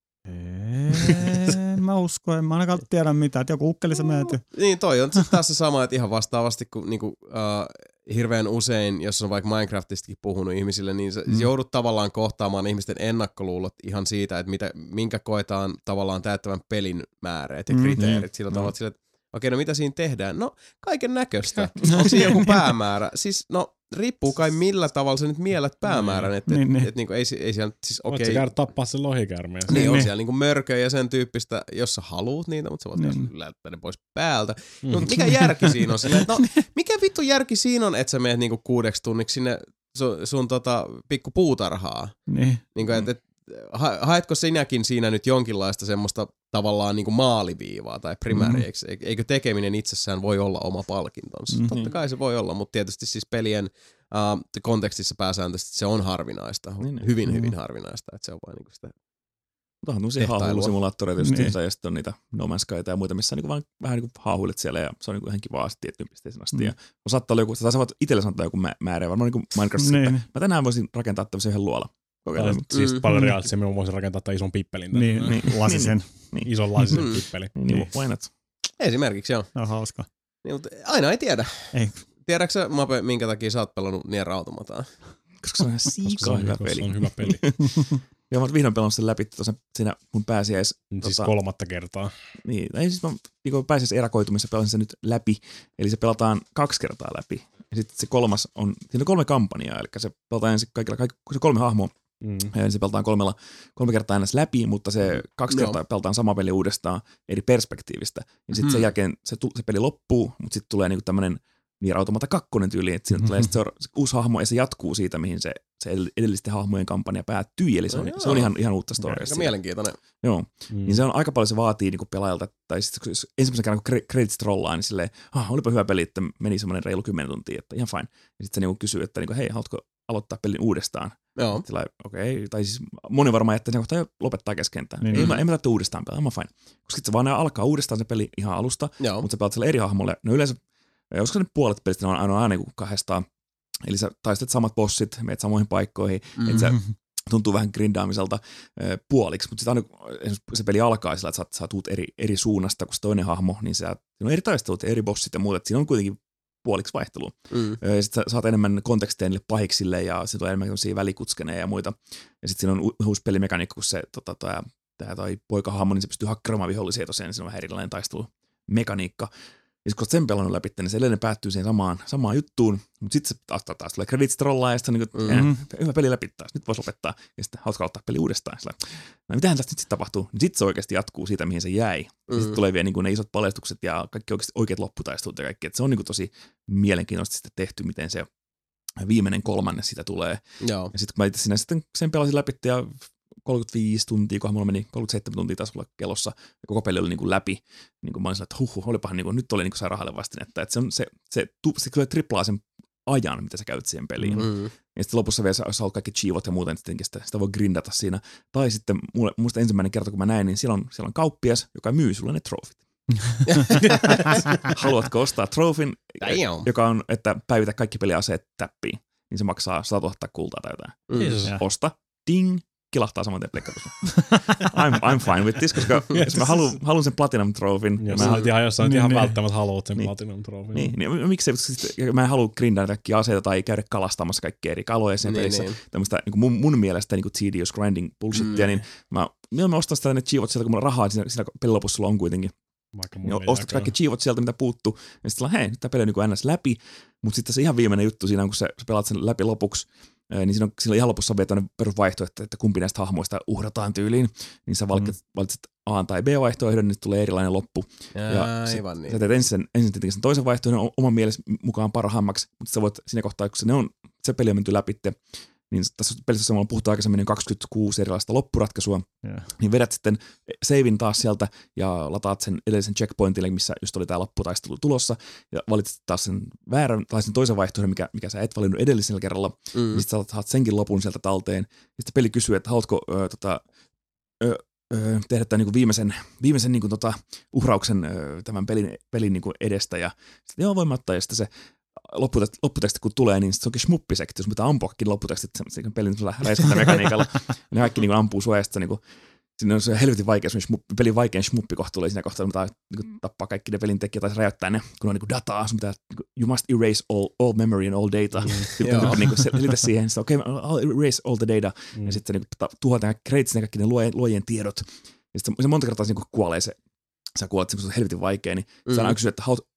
En mä usko, en mä ainakaan tiedä mitään, että joku ukkeli se menet. Niin toi on tässä sama, että ihan vastaavasti kuin niinku, uh, hirveän usein, jos on vaikka Minecraftistakin puhunut ihmisille, niin sä mm. joudut tavallaan kohtaamaan ihmisten ennakkoluulot ihan siitä, että mitä, minkä koetaan tavallaan täyttävän pelin määreet ja kriteerit. Mm. Sillä tavalla, että okei, okay, no mitä siinä tehdään? No kaiken näköistä. Onko siinä joku päämäärä? Siis no riippuu kai millä tavalla sä nyt miellät päämäärän, että niin, et, niin. et, niinku ei, ei siellä siis okei. Okay. Voit sä käydä tappaa sen lohikäärmeen. Niin, niin on siellä niinku mörköjä ja sen tyyppistä, jos sä haluut niitä, mutta sä voit niin. läyttää ne pois päältä. Mm. No, mikä järki siinä on? Silleen, no mikä vittu järki siinä on, että sä menet niinku kuudeksi tunniksi sinne sun, sun tota, pikku puutarhaa? Niin. Niinku, et, et, ha, haetko sinäkin siinä nyt jonkinlaista semmoista tavallaan niinku maaliviivaa tai primääriä? Mm. Eikö tekeminen itsessään voi olla oma palkintonsa? Mm-hmm. Totta kai se voi olla, mutta tietysti siis pelien uh, kontekstissa pääsääntöisesti se on harvinaista. Niin, hyvin, mm. hyvin harvinaista. Että se on vain niinku sitä Mutta onhan tämmöisiä haahuilusimulaattoreita, just niin. Ja sitten on niitä No Man's Skyta ja muita, missä niinku vaan vähän niinku haahuilet siellä ja se on niinku ihan kivaa sitten tiettyyn pisteeseen asti. Mm. Ja saattaa olla joku, tai sä voit itselle sanoa joku määrä, varmaan niinku Minecraftissa, niin. Että mä tänään voisin rakentaa tämmöisen yhden luola. Kokeillaan. Siis mm. paljon reaalisemmin mä voisin rakentaa tämän ison pippelin. Niin, niin, lasisen. Niin. Ison lasisen mm. pippelin. Niin, niin. Why not? Esimerkiksi joo. No hauska. Niin, mutta aina ei tiedä. Ei. Tiedätkö sä, Mape, minkä takia sä oot pelannut Nier Automataa? Koska se on ihan siika hyvä peli. Se on hyvä peli. Ja mä oon vihdoin pelannut sen läpi tuossa siinä mun pääsiäis... Siis tota, kolmatta kertaa. Niin, ei siis mä niin pääsiäis erakoitumissa pelasin sen nyt läpi. Eli se pelataan kaksi kertaa läpi. Ja sitten se kolmas on, siinä on kolme kampanjaa, eli se pelataan ensin kaikilla, kaikki, se kolme hahmoa. Mm. Ja se pelataan kolmella, kolme kertaa ennäs läpi, mutta se kaksi no. kertaa pelataan sama peli uudestaan eri perspektiivistä. Ja sitten mm. sen jälkeen se, se peli loppuu, mutta sitten tulee niinku tämmönen Nier Automata kakkonen tyyli, että siinä mm-hmm. tulee se, se uusi hahmo ja se jatkuu siitä, mihin se, se edellisten hahmojen kampanja päättyi. Eli se on, no, se on ihan, ihan uutta storia. Aika mielenkiintoinen. Joo, mm. niin se on aika paljon se vaatii niinku pelaajalta, tai sitten jos ensimmäisen kerran kun credits rollaa, niin silleen, ah, olipa hyvä peli, että meni semmoinen reilu kymmenen tuntia, että ihan fine. Ja sitten se niinku kysyy, että niinku, hei, haluatko aloittaa pelin uudestaan? Joo. Okei, okay. Tai siis moni varmaan jättää sen kohtaa jo lopettaa keskentään. Niin, ei, niin. Mä, en mä tarvitse uudestaan pelaa, mä fine. Koska se vaan alkaa uudestaan se peli ihan alusta, Joo. mutta sä pelaat sille eri hahmolle. No yleensä, koska ne puolet pelistä on aina aina kuin kahdestaan. Eli sä taistelet samat bossit, meet samoihin paikkoihin, mm-hmm. että se tuntuu vähän grindaamiselta äh, puoliksi, mutta sitten se peli alkaa sillä, että sä, sä tuut eri, eri suunnasta kuin se toinen hahmo, niin sä, siinä on eri taistelut ja eri bossit ja muuta, että siinä on kuitenkin puoliksi vaihtelua. Mm. Ja sitten sä saat enemmän kontekstia niille pahiksille ja sitten on enemmän välikutskeneja ja muita. Ja sitten siinä on u- uusi pelimekaniikka, kun se tota, toi, tää, toi poikahahmo, niin se pystyy hakkeroimaan vihollisia tosiaan, niin siinä on vähän erilainen taistelumekaniikka. Ja kun sen pelannut läpi, niin se edelleen päättyy siihen samaan, samaan juttuun, mutta sitten se taas, taas tulee kreditsit rollaa ja sitten niin kuin, mm-hmm. hyvä peli läpi taas, nyt voisi lopettaa. Ja sitten haluatko aloittaa peli uudestaan. Sillä, no mitähän tästä nyt sitten tapahtuu? Niin sitten se oikeasti jatkuu siitä, mihin se jäi. Mm-hmm. Sitten tulee vielä niin kuin ne isot paljastukset ja kaikki oikeasti oikeat lopputaistelut ja kaikki. Et se on niin kuin tosi mielenkiintoista sitten tehty, miten se viimeinen kolmannes sitä tulee. Joo. Ja sitten kun mä itse sinä sitten sen pelasin läpi ja kolmekymmentäviisi tuntia, kunhan mulla meni kolmekymmentäseitsemän tuntia taas olla kelossa, ja koko peli oli niin kuin läpi, niin kuin mä olin sillä, että huh, huh olipahan, niin kuin, nyt oli niin kuin sai rahalle vastinetta, että se, on, se, se, se, se kyllä triplaa sen ajan, mitä sä käytät siihen peliin. Mm. Ja sitten lopussa vielä sä haluat kaikki chiivot ja muuten, niin sitä, sitä voi grindata siinä. Tai sitten mulle, musta ensimmäinen kerta, kun mä näin, niin siellä on, siellä on kauppias, joka myy sulle ne trofit. Haluatko ostaa trofin, Damn. joka on, että päivitä kaikki peliaseet täppiin, niin se maksaa sata tuhatta kultaa tai jotain. Mm. Osta, ding, kilahtaa saman tien plekkatussa. I'm, I'm fine with this, koska jos mä haluan, haluan sen Platinum Trofin. Jos mä sä olet ihan jossain, niin, ihan niin. välttämättä haluat sen Niin. Platinum Trofin. Niin, niin miksei, mä en halua grindata kaikkia aseita tai käydä kalastamassa kaikkia eri kaloja siinä Niin, pelissä. niin. Tämmöistä niin mun, mun mielestä niin kuin tedious grinding bullshittia, Mm. niin mä, mä ostan sitä ne chivot sieltä, kun mulla rahaa siinä, siinä pelilopussa sulla on kuitenkin. Vaikka Niin mulle ostat kaikki chivot sieltä, mitä puuttuu, ja sitten hei, nyt tää peli on niin ns. Läpi, mutta sitten se ihan viimeinen juttu siinä on, kun sä, sä pelaat sen läpi lopuksi, niin siinä on, siinä on ihan lopussa vielä tämmöinen perusvaihtoehto, että kumpi näistä hahmoista uhrataan tyyliin, niin sä valitset, mm. valitset A- tai B-vaihtoehdon, niin tulee erilainen loppu. Ja Aivan sit, niin. sä teet ensin, ensin tietenkin sen toisen vaihtoehdon oman mielessä mukaan parhaammaksi, mutta sä voit siinä kohtaa, kun se, ne on, se peli on menty läpi, niin tässä pelissä samalla puhuttu aikaisemmin kaksikymmentäkuusi erilaista loppuratkaisua, Yeah. niin vedät sitten savein taas sieltä ja lataat sen edellisen checkpointille, missä just oli tää lopputaistelu tulossa, ja valitset taas sen väärän, tai sen toisen vaihtoehdon, mikä, mikä sä et valinnut edellisellä kerralla, Mm. niin sitten saat senkin lopun sieltä talteen, ja sitten peli kysyy, että haluatko ö, tota, ö, ö, tehdä tämän niinku viimeisen, viimeisen niinku tota, uhrauksen ö, tämän pelin, pelin niinku edestä, ja sitten joo, voimme ottaa, ja sitten se lopputeksti, lopputeksti kun tulee, niin se onkin smuppisekti, jos pitää ampuakin lopputekstit sen pelin räiskintämekaniikalla, ja ne kaikki niin ampuu sua, ja sitten niin sinne on se helvetin vaikea, smuppi, pelin vaikein smuppikohta tulee siinä kohtaa, mitä niin tappaa kaikki ne pelin tekijät tai räjäyttää ne, kun on niin dataa, sun pitää, niin you must erase all, all memory and all data, sitten pitää niin selitä siihen, sitten okei, okay, I'll erase all the data, mm. ja sitten niin tuhotaan kreitsit ne kaikki ne luojien, luojien tiedot, ja sitten se monta kertaa niin kuolee se, sä kuolet, se on helvetin vaikea, niin mm. sä aina kysyä, että haluat,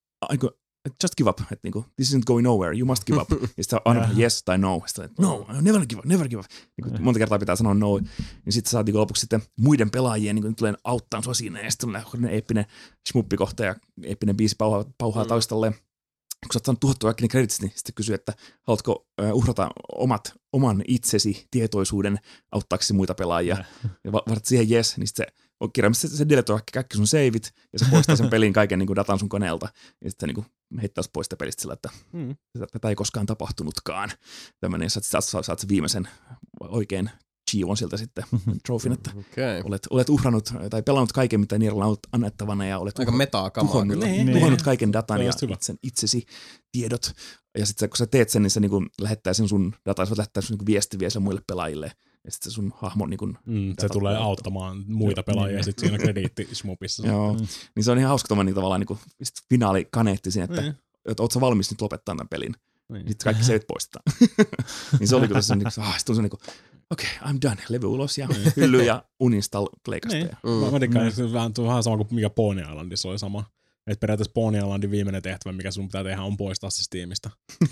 just give up, että niinku, this isn't going nowhere, you must give up. Ja sitten aina yeah. yes tai no. Sitten no, never give up, never give up. Niinku, monta kertaa pitää sanoa no. Niin sitten saat niinku lopuksi sitten muiden pelaajien niinku, tulee auttaa sua siinä. Ja sitten tulee eeppinen shmuppikohta ja eeppinen biisi pauhaa, pauhaa mm. taustalle. Kun sä oot saanut tuhottua kaikki ne kreditsit, niin sitten kysyy, että haluatko uh, uhrata omat, oman itsesi tietoisuuden auttaaksesi muita pelaajia. Yeah. Ja varat siihen yes, niin sitten se on kirjaimisesti se deletoi kaikki sun saveit ja se poistaa sen pelin kaiken niin kuin datan sun koneelta. Ja sitten niin kuin heittää pois sitä pelistä sillä, että mm. tätä ei koskaan tapahtunutkaan. Tämmöinen, sä saat, saat, saat sen viimeisen oikein chiivon sieltä sitten, trofin, että okay. olet, olet uhrannut tai pelannut kaiken, mitä Nieralla on ollut annettavana. Ja olet aika uhra- metaa kamaa tuhonnut, kyllä. Niin, tuhonnut kaiken datan ja itsen, itsesi tiedot. Ja sitten kun sä teet sen, niin se niin kuin lähettää sen sun dataa, sä lähettää sun niin viesti vielä muille pelaajille. Ja sitten se sun hahmo niin kuin mm, se tulee auttamaan muita joo, pelaajia niin, sitten siinä krediittismupissa. Joo, mm. niin se on ihan hauska tommoinen niin tavallaan niin finaalikaneetti siinä, että, mm. että oot sä valmis nyt lopettaa tämän pelin. Mm. Sitten kaikki saveit poistetaan. niin se oli kun tässä, niin, ah, sitten on se niin kuin, okei, okay, I'm done, levy ulos ja hylly ja uninstall pleikasta. Niin. Ja. Mm. Mä tikkaan, mm. vähän, vähän sama kuin mikä Pony Islandissa oli sama. Että periaatteessa Pony Islandin viimeinen tehtävä, mikä sun pitää tehdä, on poistaa se Steamista.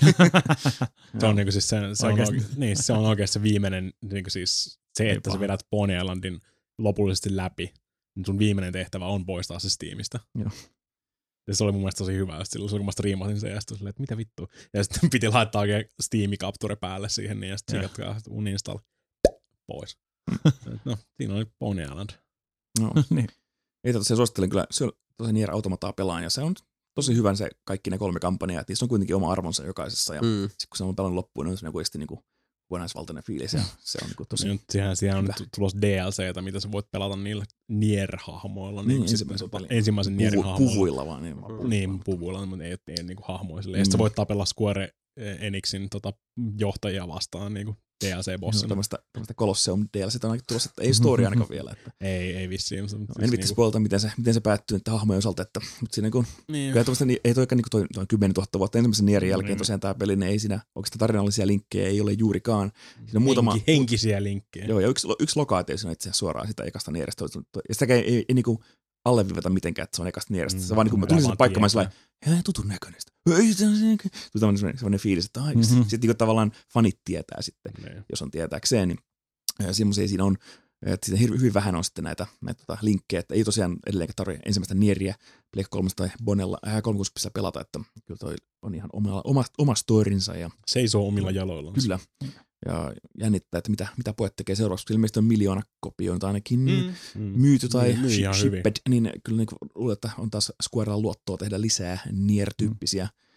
se on niinku siis se, se on oikein, niin, se on oikein se viimeinen, niinku siis se, että sä vedät Pony Islandin lopullisesti läpi, niin sun viimeinen tehtävä on poistaa se Steamista. Joo. Ja se oli mun mielestä tosi hyvä, ja silloin kun mä striimasin sen, ja sitten silleen, että mitä vittua. Ja sitten piti laittaa oikein Steam-capture päälle siihen, niin ja sitten sikatkaa uninstall pois. No, siinä oli Pony Island. No, niin. Ei tosiaan suosittelen kyllä, se on tosi Nier Automataa pelaan, ja se on tosi hyvän se kaikki ne kolme kampanjaa, että niissä on kuitenkin oma arvonsa jokaisessa, ja mm. sitten kun se on pelannut loppuun, niin on se oikeasti niin kokonaisvaltainen fiilis, ja se on niin tosi nyt siihen, siihen on nyt tulossa D L C:tä, mitä sä voit pelata niillä Nier-hahmoilla. Niin, niin ensimmäisen, ensimmäisen Nierin Puvu, hahmoilla. Puvuilla vaan. Niin, puvuilla. Niin, puvuilla, mutta ei, ei niin kuin hahmoilla. Mm. Ja sitten sä voit tapella Square Enixin tota, johtajia vastaan niin kuin D L C-bossina. Tämmöistä, tämmöistä Colosseum D L C:tä on tulossa, että ei story ainakaan vielä. Että. Ei, ei vissiin. No, en vitsi spoilata, miten se, miten se päättyy että hahmojen osalta, että, mutta siinä kun, niin kyllä tuosta, ei toikaan niin toi, toi kymmenentuhatta vuotta ensimmäisen Nierin jälkeen tosiaan tämä peli, niin ei siinä oikeastaan tarinallisia linkkejä ei ole juurikaan. Siinä on muutama, Henki, henkisiä linkkejä. Joo, ja yksi, yksi lokaatio siinä on itse asiassa suoraan sitä ekasta Nieristä. Ja sitäkään ei, ei, ei niin kuin alleviivata mitenkään, että se on ekasta Nieristä. Mm, se vaan niin kuin mä tulin sen paikkaan, mä sellainen, hei, tutun näköinen. Tuli sellainen fiilis, että ai, mm-hmm. sitten niin tavallaan fanit tietää sitten, mm-hmm. jos on tietääkseen, niin semmoisia siinä on, että siinä hyvin vähän on sitten näitä, näitä tota, linkkejä, että ei tosiaan edelleenkään tarvitse ensimmäistä Nieriä Play kolme tai Bonella äh, kolmekymmentä pelata, että kyllä toi on ihan oma, oma, oma storinsa. Ja seisoo omilla jaloillaan. Kyllä. Ja jännittää, että mitä, mitä pojat tekee seuraavaksi. Ilmeisesti on miljoona kopioita ainakin mm. myyty tai mm, sh- shipped, niin kyllä niin luulen, että on taas Squarella luottoa tehdä lisää Nier-tyyppisiä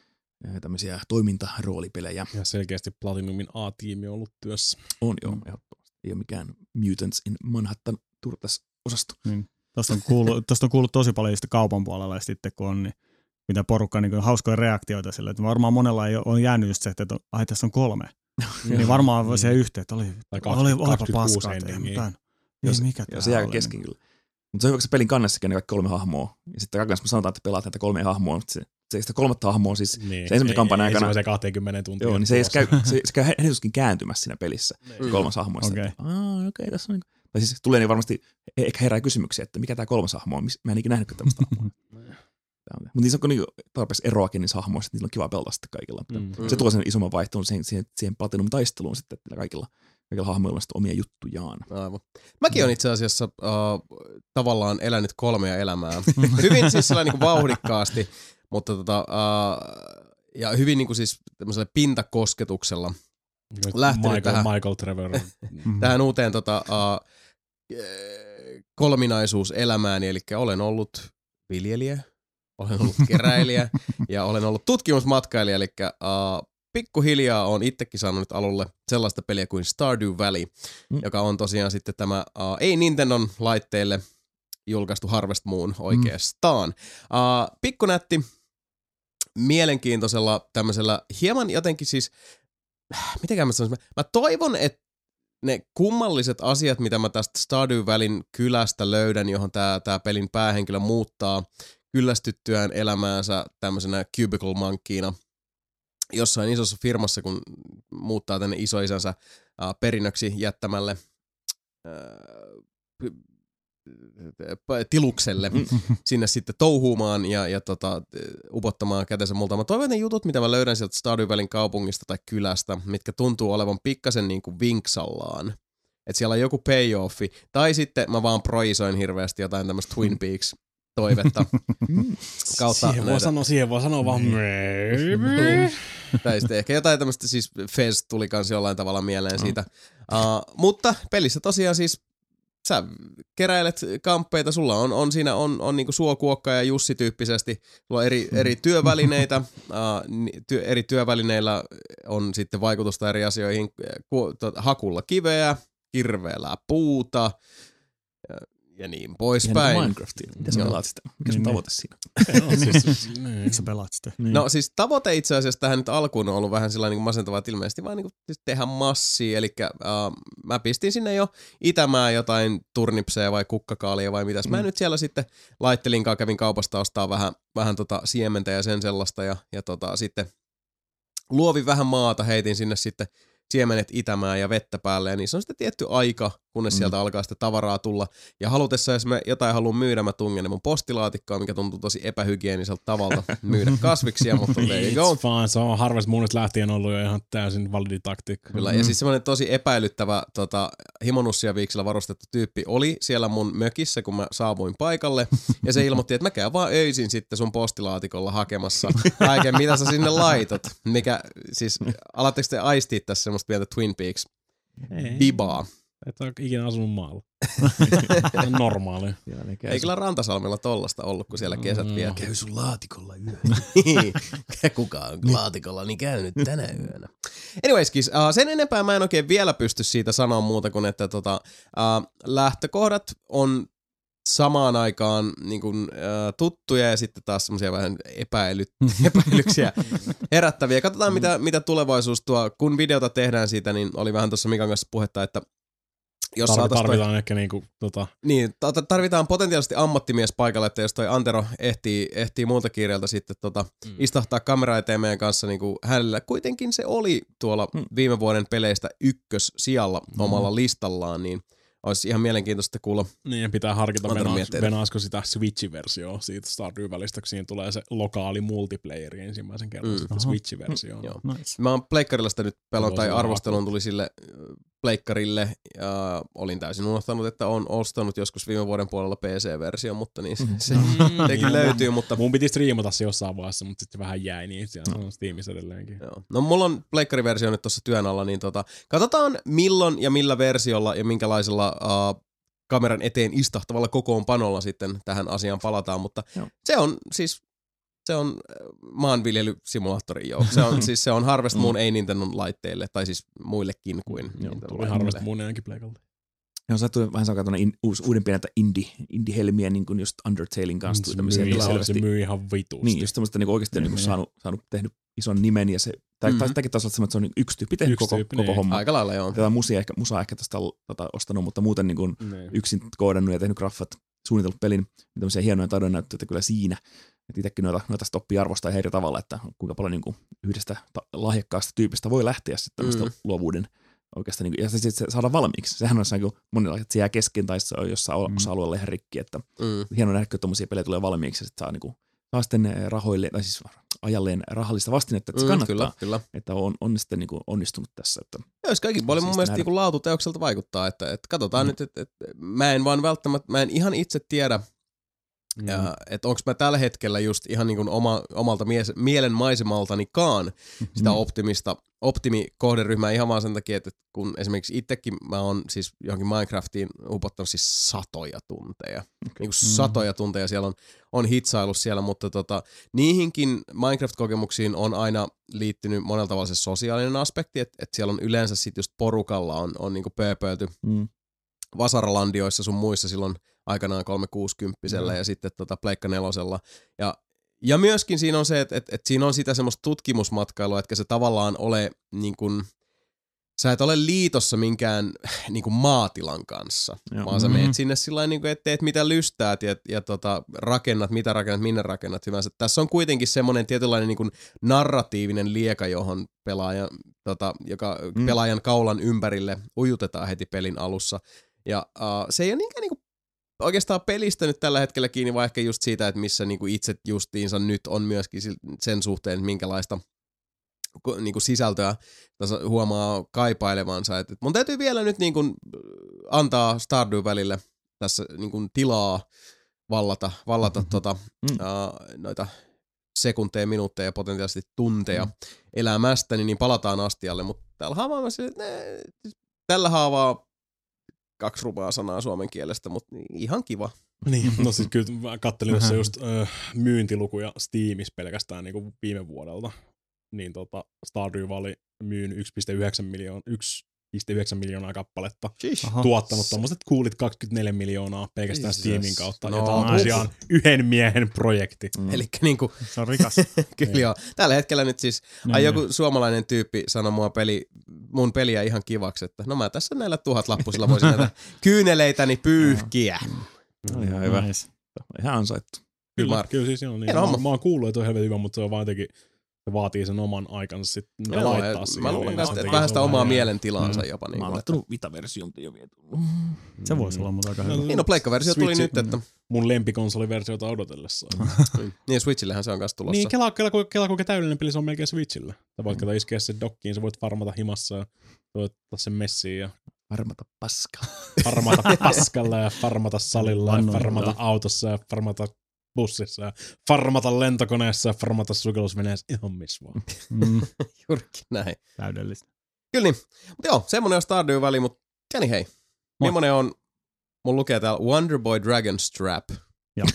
tämmöisiä toimintaroolipelejä. Ja selkeästi Platinumin A-tiimi on ollut työssä. On joo, ehdottomasti. Ei ole mikään Mutants in Manhattan Turtles-osasto. Niin. Tuosta on, kuullut, on kuullut tosi paljon sitä kaupan puolella, ja sitten kun on, niin mitä porukka niin hauskoja reaktioita sille. Että varmaan monella ei ole, on jäänyt just se, että ai, tässä on kolme. niin varmaan mm. se yhteen, että oli, oli, olipa paskaa. Ei mikä tämä se jää kesken kyllä. Mutta se on hyvä, kun se pelin kannessakin ne kaikki kolme hahmoa. Ja sitten kannessa me sanotaan, että pelaat näitä kolmea hahmoa. Se, se, sitä kolmatta hahmoa siis niin. Se ensimmäisen kampanjan aikana. Ensimmäisen kaksikymmentä tuntia. Joo, niin se, käy, se, se käy hänetyskin kääntymässä siinä pelissä. Se kolmas hahmo. Okei. Okei, okay, tässä on. Tai siis tulee niin varmasti, ehkä herää kysymyksiä, että mikä tämä kolmas hahmo on. Mä en ikinä nähnytkään tämmöistä hahmoa. Mutta niissä on niin tarpeeksi eroakin niissä hahmoissa, että niillä on kiva pelata sitten kaikilla. Mm. Se tuo sen isomman vaihtelun siihen, siihen, siihen Platinum taisteluun sitten, että kaikilla, kaikilla hahmoilla on sitten omia juttujaan. Aivan. Mäkin on itse asiassa uh, tavallaan elänyt kolmea elämää. Hyvin siis sellainen niin kuin vauhdikkaasti, mutta tota, uh, ja hyvin niin kuin siis tämmöisellä pintakosketuksella lähtenyt Michael, tähän, Michael Trevor. tähän uuteen tota, uh, kolminaisuuselämääni, eli olen ollut viljelijä. Olen ollut keräilijä ja olen ollut tutkimusmatkailija, eli uh, pikkuhiljaa olen itsekin saanut nyt alulle sellaista peliä kuin Stardew Valley, mm. joka on tosiaan sitten tämä uh, ei Nintendon laitteille julkaistu Harvest Moon oikeastaan. Uh, pikkunätti, mielenkiintoisella tämmöisellä hieman jotenkin siis, mitenkään mä sanoisin, mä toivon, että ne kummalliset asiat, mitä mä tästä Stardew Valleyn kylästä löydän, johon tää, tää pelin päähenkilö muuttaa, kyllästyttyään elämäänsä tämmöisenä cubicle monkeyina jossain isossa firmassa, kun muuttaa tänne isoisänsä äh, perinnöksi jättämälle äh, tilukselle sinne sitten touhuumaan ja, ja tota, upottamaan kätensä multa. Mä toivon ne jutut, mitä mä löydän sieltä Stardew Valleyn kaupungista tai kylästä, mitkä tuntuu olevan pikkasen niin kuin vinksallaan. Että siellä on joku payoffi. Tai sitten mä vaan projisoin hirveästi jotain tämmöistä Twin Peaks toivetta. Kautta siihen, voi sanoa, siihen voi sanoa vaan maybe. Tai sitten ehkä jotain tämmöistä, siis Fez tuli kans jollain tavalla mieleen siitä. Uh, mutta pelissä tosiaan siis sä keräilet kamppeita, sulla on, on siinä on, on niinku Suokuokka ja Jussi tyyppisesti, sulla on eri, eri työvälineitä, uh, ty, eri työvälineillä on sitten vaikutusta eri asioihin, ku, to, hakulla kiveä, kirveellä puuta, ja, ja niin poispäin. Minecraftia. Mitä sä pelaat sitä? Mikä sun tavoite siinä? Miksi sä pelaat sitä? No siis tavoite itse asiassa tähän nyt alkuun on ollut vähän sellainen niin masentavaa, että ilmeisesti vaan niin kuin tehdä massia. Eli uh, mä pistin sinne jo itämään jotain turnipseja vai kukkakaalia vai mitäs. Mä mm. nyt siellä sitten laittelinkaan, kävin kaupasta ostaa vähän, vähän tota siementä ja sen sellaista. Ja, ja tota, sitten luovin vähän maata, heitin sinne sitten siemenet itämään ja vettä päälle, ja niissä on sitten tietty aika, kunnes mm. sieltä alkaa sitten tavaraa tulla. Ja halutessa, jos mä jotain haluan myydä, mä tungen mun postilaatikkoa, mikä tuntuu tosi epähygieeniseltä tavalta myydä kasviksia, mutta there you go. It's fine, se on Harvest Moonista lähtien ollut jo ihan täysin validi taktiikka. Kyllä, mm. ja siis semmoinen tosi epäilyttävä tota, himonussia viiksellä varustettu tyyppi oli siellä mun mökissä, kun mä saavuin paikalle, ja se ilmoitti, että mä käyn vaan öisin sitten sun postilaatikolla hakemassa kaiken, mitä sä sinne laitot. Mikä, siis, alatteko te aistia tässä semmoista pientä Twin Peaks bibaa? Et ole ikinä asunut maalla. On normaali. Ei kyllä Rantasalmella tollasta ollut, kun siellä kesät mm. vielä. Käy sun laatikolla yö. Kuka on laatikolla niin käynyt tänä yönä. Anyways, kis, uh, sen enempää mä en oikein vielä pysty siitä sanoa muuta kuin, että tota, uh, lähtökohdat on samaan aikaan niin kuin, uh, tuttuja ja sitten taas semmoisia vähän epäily, epäilyksiä herättäviä. Katsotaan, mitä, mitä tulevaisuus tuo. Kun videota tehdään siitä, niin oli vähän tuossa Mikan kanssa puhetta, että jos Tarvi, tarvitaan toi, ehkä niinku tota... Niin, tarvitaan potentiaalisesti ammattimies paikalle, että jos toi Antero ehtii, ehtii muulta kiireeltä sitten tota, mm. istahtaa kamera eteen meidän kanssa, niin kuin hänellä kuitenkin se oli tuolla mm. viime vuoden peleistä ykkös sijalla mm. omalla listallaan, niin olisi ihan mielenkiintoista kuulla. Niin, pitää harkita, venaasko sitä Switch-versioa siitä Stardew Valleystä, kun siinä tulee se lokaali multiplayeri ensimmäisen kerran, mm. sitä Switch-versioa. Mm. Joo. Nice. Mä oon pleikkarilla sitä nyt pelon, tai arvostelun tuli sille pleikkarille, ja olin täysin unohtanut, että on ostanut joskus viime vuoden puolella P C-versio, mutta niin se, se sekin löytyy. Mutta... Mun piti striimata se jossain vaiheessa, mutta sitten vähän jäi, niin siellä on Steamissa edelleenkin. Joo. No mulla on pleikkariversio nyt tuossa työn alla, niin tota, katsotaan milloin ja millä versiolla ja minkälaisella uh, kameran eteen istahtavalla kokoonpanolla sitten tähän asiaan palataan, mutta Joo. se on siis Se on maanviljelysimulaattori, joo. Se on, siis se on Harvest Moon, ei Nintendon laitteille, tai siis muillekin kuin Joo, tuli Harvest Moon ainakin Playkalta. Joo, sä tuli vähän sakaa tuonne in, uusi, uudempia näitä indie, indie-helmiä, niin kuin just Undertalein kanssa. Se myy, ihan, se myy ihan vitusti. Niin, just semmoista niin oikeasti niin saanut, saanut tehnyt ison nimen, ja se, tai mm-hmm. tämäkin taas on semmoista, että se on niin yksi tyyppi tehnyt yksi koko, tyyppi, koko niin. homma. Aika lailla, joo. Tätä musaa ehkä, musaa ehkä tästä tota, ostanut, mutta muuten niin kuin yksin koodannut ja tehnyt graffat, suunnitellut pelin, niin tämmöisiä hienoja taidonnäyttöitä kyllä siinä. Että itsekin noita, noita oppii arvostaa eri tavalla, että kuinka paljon niin kuin yhdestä ta- lahjakkaasta tyypistä voi lähteä sitten tämmöistä mm. luovuuden oikeastaan, niin, ja se, se saada valmiiksi. Sehän on niin monilla, että se jää kesken tai se on jossain mm. osa-alueella ihan rikki. Että mm. hienoa nähdä, kun tuommoisia pelejä tulee valmiiksi ja sitten saa, niin kuin, saa sitten rahoille, tai siis ajalleen rahallista vastinetta, että se kannattaa. Mm, kyllä, kyllä. Että on, on sitten niin kuin onnistunut tässä. Että jos kaikki paljon mun mielestä niin laatuteokselta vaikuttaa, että, että katsotaan mm. nyt, että, että mä en vaan välttämättä, mä en ihan itse tiedä, Mm. Ja, että onko mä tällä hetkellä just ihan niin kuin oma, omalta mies, mielen maisemaltanikaan mm-hmm. sitä optimista, optimikohderyhmää ihan vaan sen takia, että kun esimerkiksi itsekin mä oon siis johonkin Minecraftiin upottanut siis satoja tunteja. Okay. Niin kuin mm-hmm. satoja tunteja siellä on, on hitsailu siellä, mutta tota, niihinkin Minecraft-kokemuksiin on aina liittynyt monella tavalla se sosiaalinen aspekti, että, että siellä on yleensä sit just porukalla on, on niin kuin pööpöilty mm. Vasaralandioissa sun muissa silloin aikanaan kolmesataakuusikymmentä mm. ja sitten tota Pleikka nelosella. Ja, ja myöskin siinä on se, että, että, että siinä on sitä semmoista tutkimusmatkailua, että se tavallaan ole niin kuin, sä et ole liitossa minkään niin kuin maatilan kanssa, Joo. vaan sä meet mm. sinne sillain, niin kuin, että teet mitä lystäät ja, ja tota, rakennat, mitä rakennat, minne rakennat hyvänsä. Tässä on kuitenkin semmoinen tietynlainen niin kuin narratiivinen lieka, johon pelaaja, tota, joka mm. pelaajan kaulan ympärille ujutetaan heti pelin alussa. Ja uh, se ei ole niinkään niinku oikeastaan pelistä nyt tällä hetkellä kiinni, vaan ehkä just siitä, että missä niinku itse justiinsa nyt on myöskin sen suhteen, että minkälaista niinku sisältöä tässä huomaa kaipailevansa. Et mun täytyy vielä nyt niinku antaa Stardew välille tässä niinku tilaa vallata, vallata mm-hmm. tota, mm. uh, noita sekunteja, minuutteja ja potentiaalisesti tunteja mm. elämästäni, niin palataan astialle. Mutta tällä haavaa mä sille, että ne, tällä haavaa kaksi rumaa sanaa suomen kielestä, mutta ihan kiva. Niin, no siis kyllä mä kattelin tässä just ö, myyntilukuja Steamissa pelkästään niin kuin viime vuodelta. Niin tota Stardew Valley myyn yksi pilkku yhdeksän miljoonaa, yksi pilkku yhdeksän miljoonaa kappaletta. Aha. Tuottanut tommoset kuulit kaksikymmentäneljä miljoonaa pelkästään Jesus. Steamin kautta. No, ja tää on tosiaan yhden miehen projekti. Mm. Elikkä niinku se on rikas. Kyllä joo. Tällä hetkellä nyt siis no, ai joku suomalainen tyyppi sanoi mua peli, mun peliä ihan kivaksi, että no mä tässä näillä tuhat lappusilla voisin näitä kyyneleitäni pyyhkiä. No, ihan hyvä. Nice. Ihan ansaittu. Kyllä, kyllä siis on niin. Mä, mä oon kuullut, että on helvetin hyvä, mutta se on vaan jotenkin se vaatii sen oman aikansa sitten ja laittaa siihen. Mä luulen kanssa, että vähän sitä omaa mielentilaansa mm. jopa. Niin mä oon laittanut Vita-version jo vietu. Se voisi olla mutta aika hyvä. Niin no Pleikka-versio tuli nyt, että mun lempikonsoliversiota odotellessa. Niin Switchillehän se on kanssa tulossa. Niin, kela, kela, kela kuinka täydellinen peli se on melkein Switchillä. Sä voit mm. iskeä sen dokkiin, sä voit farmata himassa ja voit ottaa sen messiin ja farmata paskalla. Farmata paskalla ja farmata salilla ja farmata autossa ja farmata bussissa ja farmata lentokoneessa ja farmata sukellusveneessä ihan missä vaan. Mm. Juurikin näin. Täydellistä. Kyllä niin. Mutta joo, semmonen on Stardew Valley, mutta Jani hei. Millainen on, mun lukee täällä Wonderboy Dragonstrap. Joo.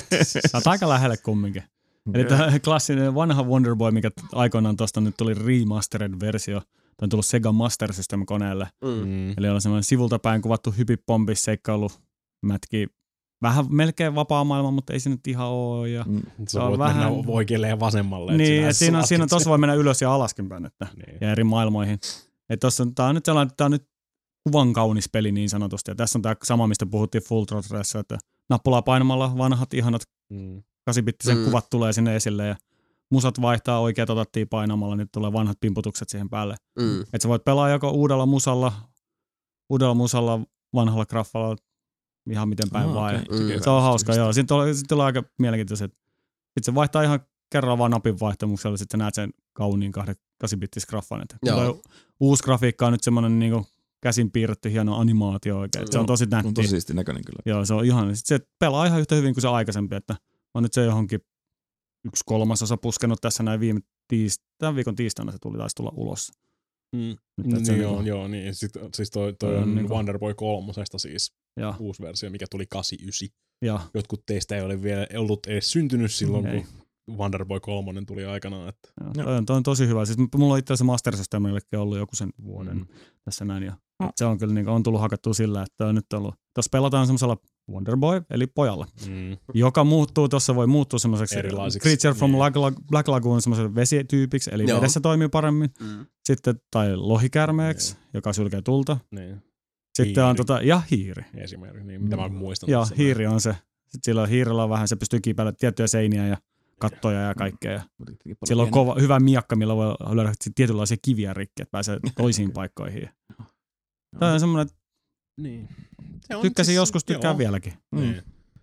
Sä oot aika lähelle kumminkin. Eli tämä klassinen vanha Wonderboy, mikä aikoinaan tuosta nyt tuli remastered versio. Tämä on tullut Sega Master System koneelle. Mm. Eli on semmoinen sivulta päin kuvattu hypipompi seikkailu mätki. Vähän melkein vapaa maailma, mutta ei se nyt ihan ole. Ja mm. Se on vähän mennä oikealle ja vasemmalle. Niin, että siinä, siinä tuossa voi mennä ylös ja alaskin päin, että, niin. ja eri maailmoihin. Tämä on nyt sellainen, tämä on nyt kuvan kaunis peli niin sanotusti. Ja tässä on tämä sama, mistä puhuttiin Full Throttlessa, että nappulaa painamalla vanhat ihanat mm. kasibittisen mm. kuvat tulee sinne esille ja musat vaihtaa oikeat otattiin painamalla, niin tulee vanhat pimputukset siihen päälle. Mm. Että sä voit pelaa joko uudella musalla, uudella musalla, vanhalla graffalla, ihan miten päin oh, vaan. Okay. Mm. Se on hauska, joo. Sitten tulee, sit tulee aika mielenkiintoista. Sitten se vaihtaa ihan kerran vaan napin vaihtamuksella, sitten sä näet sen kauniin kahden kasibittis graffan. Uusi grafiikka on nyt semmoinen niinku käsin piirretty hieno animaatio oikein. Se on tosi nätti. On tosi siisti näköinen kyllä. Joo, se on ihan. Sitten se pelaa ihan yhtä hyvin kuin se aikaisempi, että on nyt se johonkin yksi kolmasosa puskenut tässä näin viime tiist- tämän viikon tiistaina se tuli, taisi tulla ulos. Mm. Nyt, niin joo, joo, niin. Sitten, siis toi, toi on niin Wonderboy kolmosesta siis ja. Uusi versio, mikä tuli kahdeksankymmentäyhdeksän. Ja. Jotkut teistä ei ole vielä ollut edes syntynyt silloin, ei. kun Wonderboy kolmonen tuli aikanaan. Että. Joo, toi, on, toi on tosi hyvä. Siis mulla on itse asiassa Master Systemillekin ollut joku sen vuoden mm. tässä näin. Ja mm. se on kyllä niin, on tullut hakattua sillä, että on nyt ollut, tuossa pelataan semmoisella Wonderboy, eli pojalla, mm. joka muuttuu, tuossa voi muuttua semmoiseksi Creature from niin. Black Lagoon semmoiselle vesityypiksi, eli Joo. vedessä toimii paremmin. Mm. Sitten, tai lohikärmeeksi, niin. joka sylkee tulta. Niin. Sitten hiiri. on tota, ja hiiri. Esimerkiksi, niin, mitä mä muistan. Ja hiiri on se. Sitten sillä hiirillä on vähän, se pystyy kiipeämään tiettyjä seiniä ja kattoja ja kaikkea. Ja sillä on kova, hyvä miakka, millä voi löydä tietynlaisia kiviä rikki, että pääsee toisiin paikkoihin. Tämä on semmoinen, niin. Se tykkäsin siis, joskus, tykkään joo. vieläkin. Niin.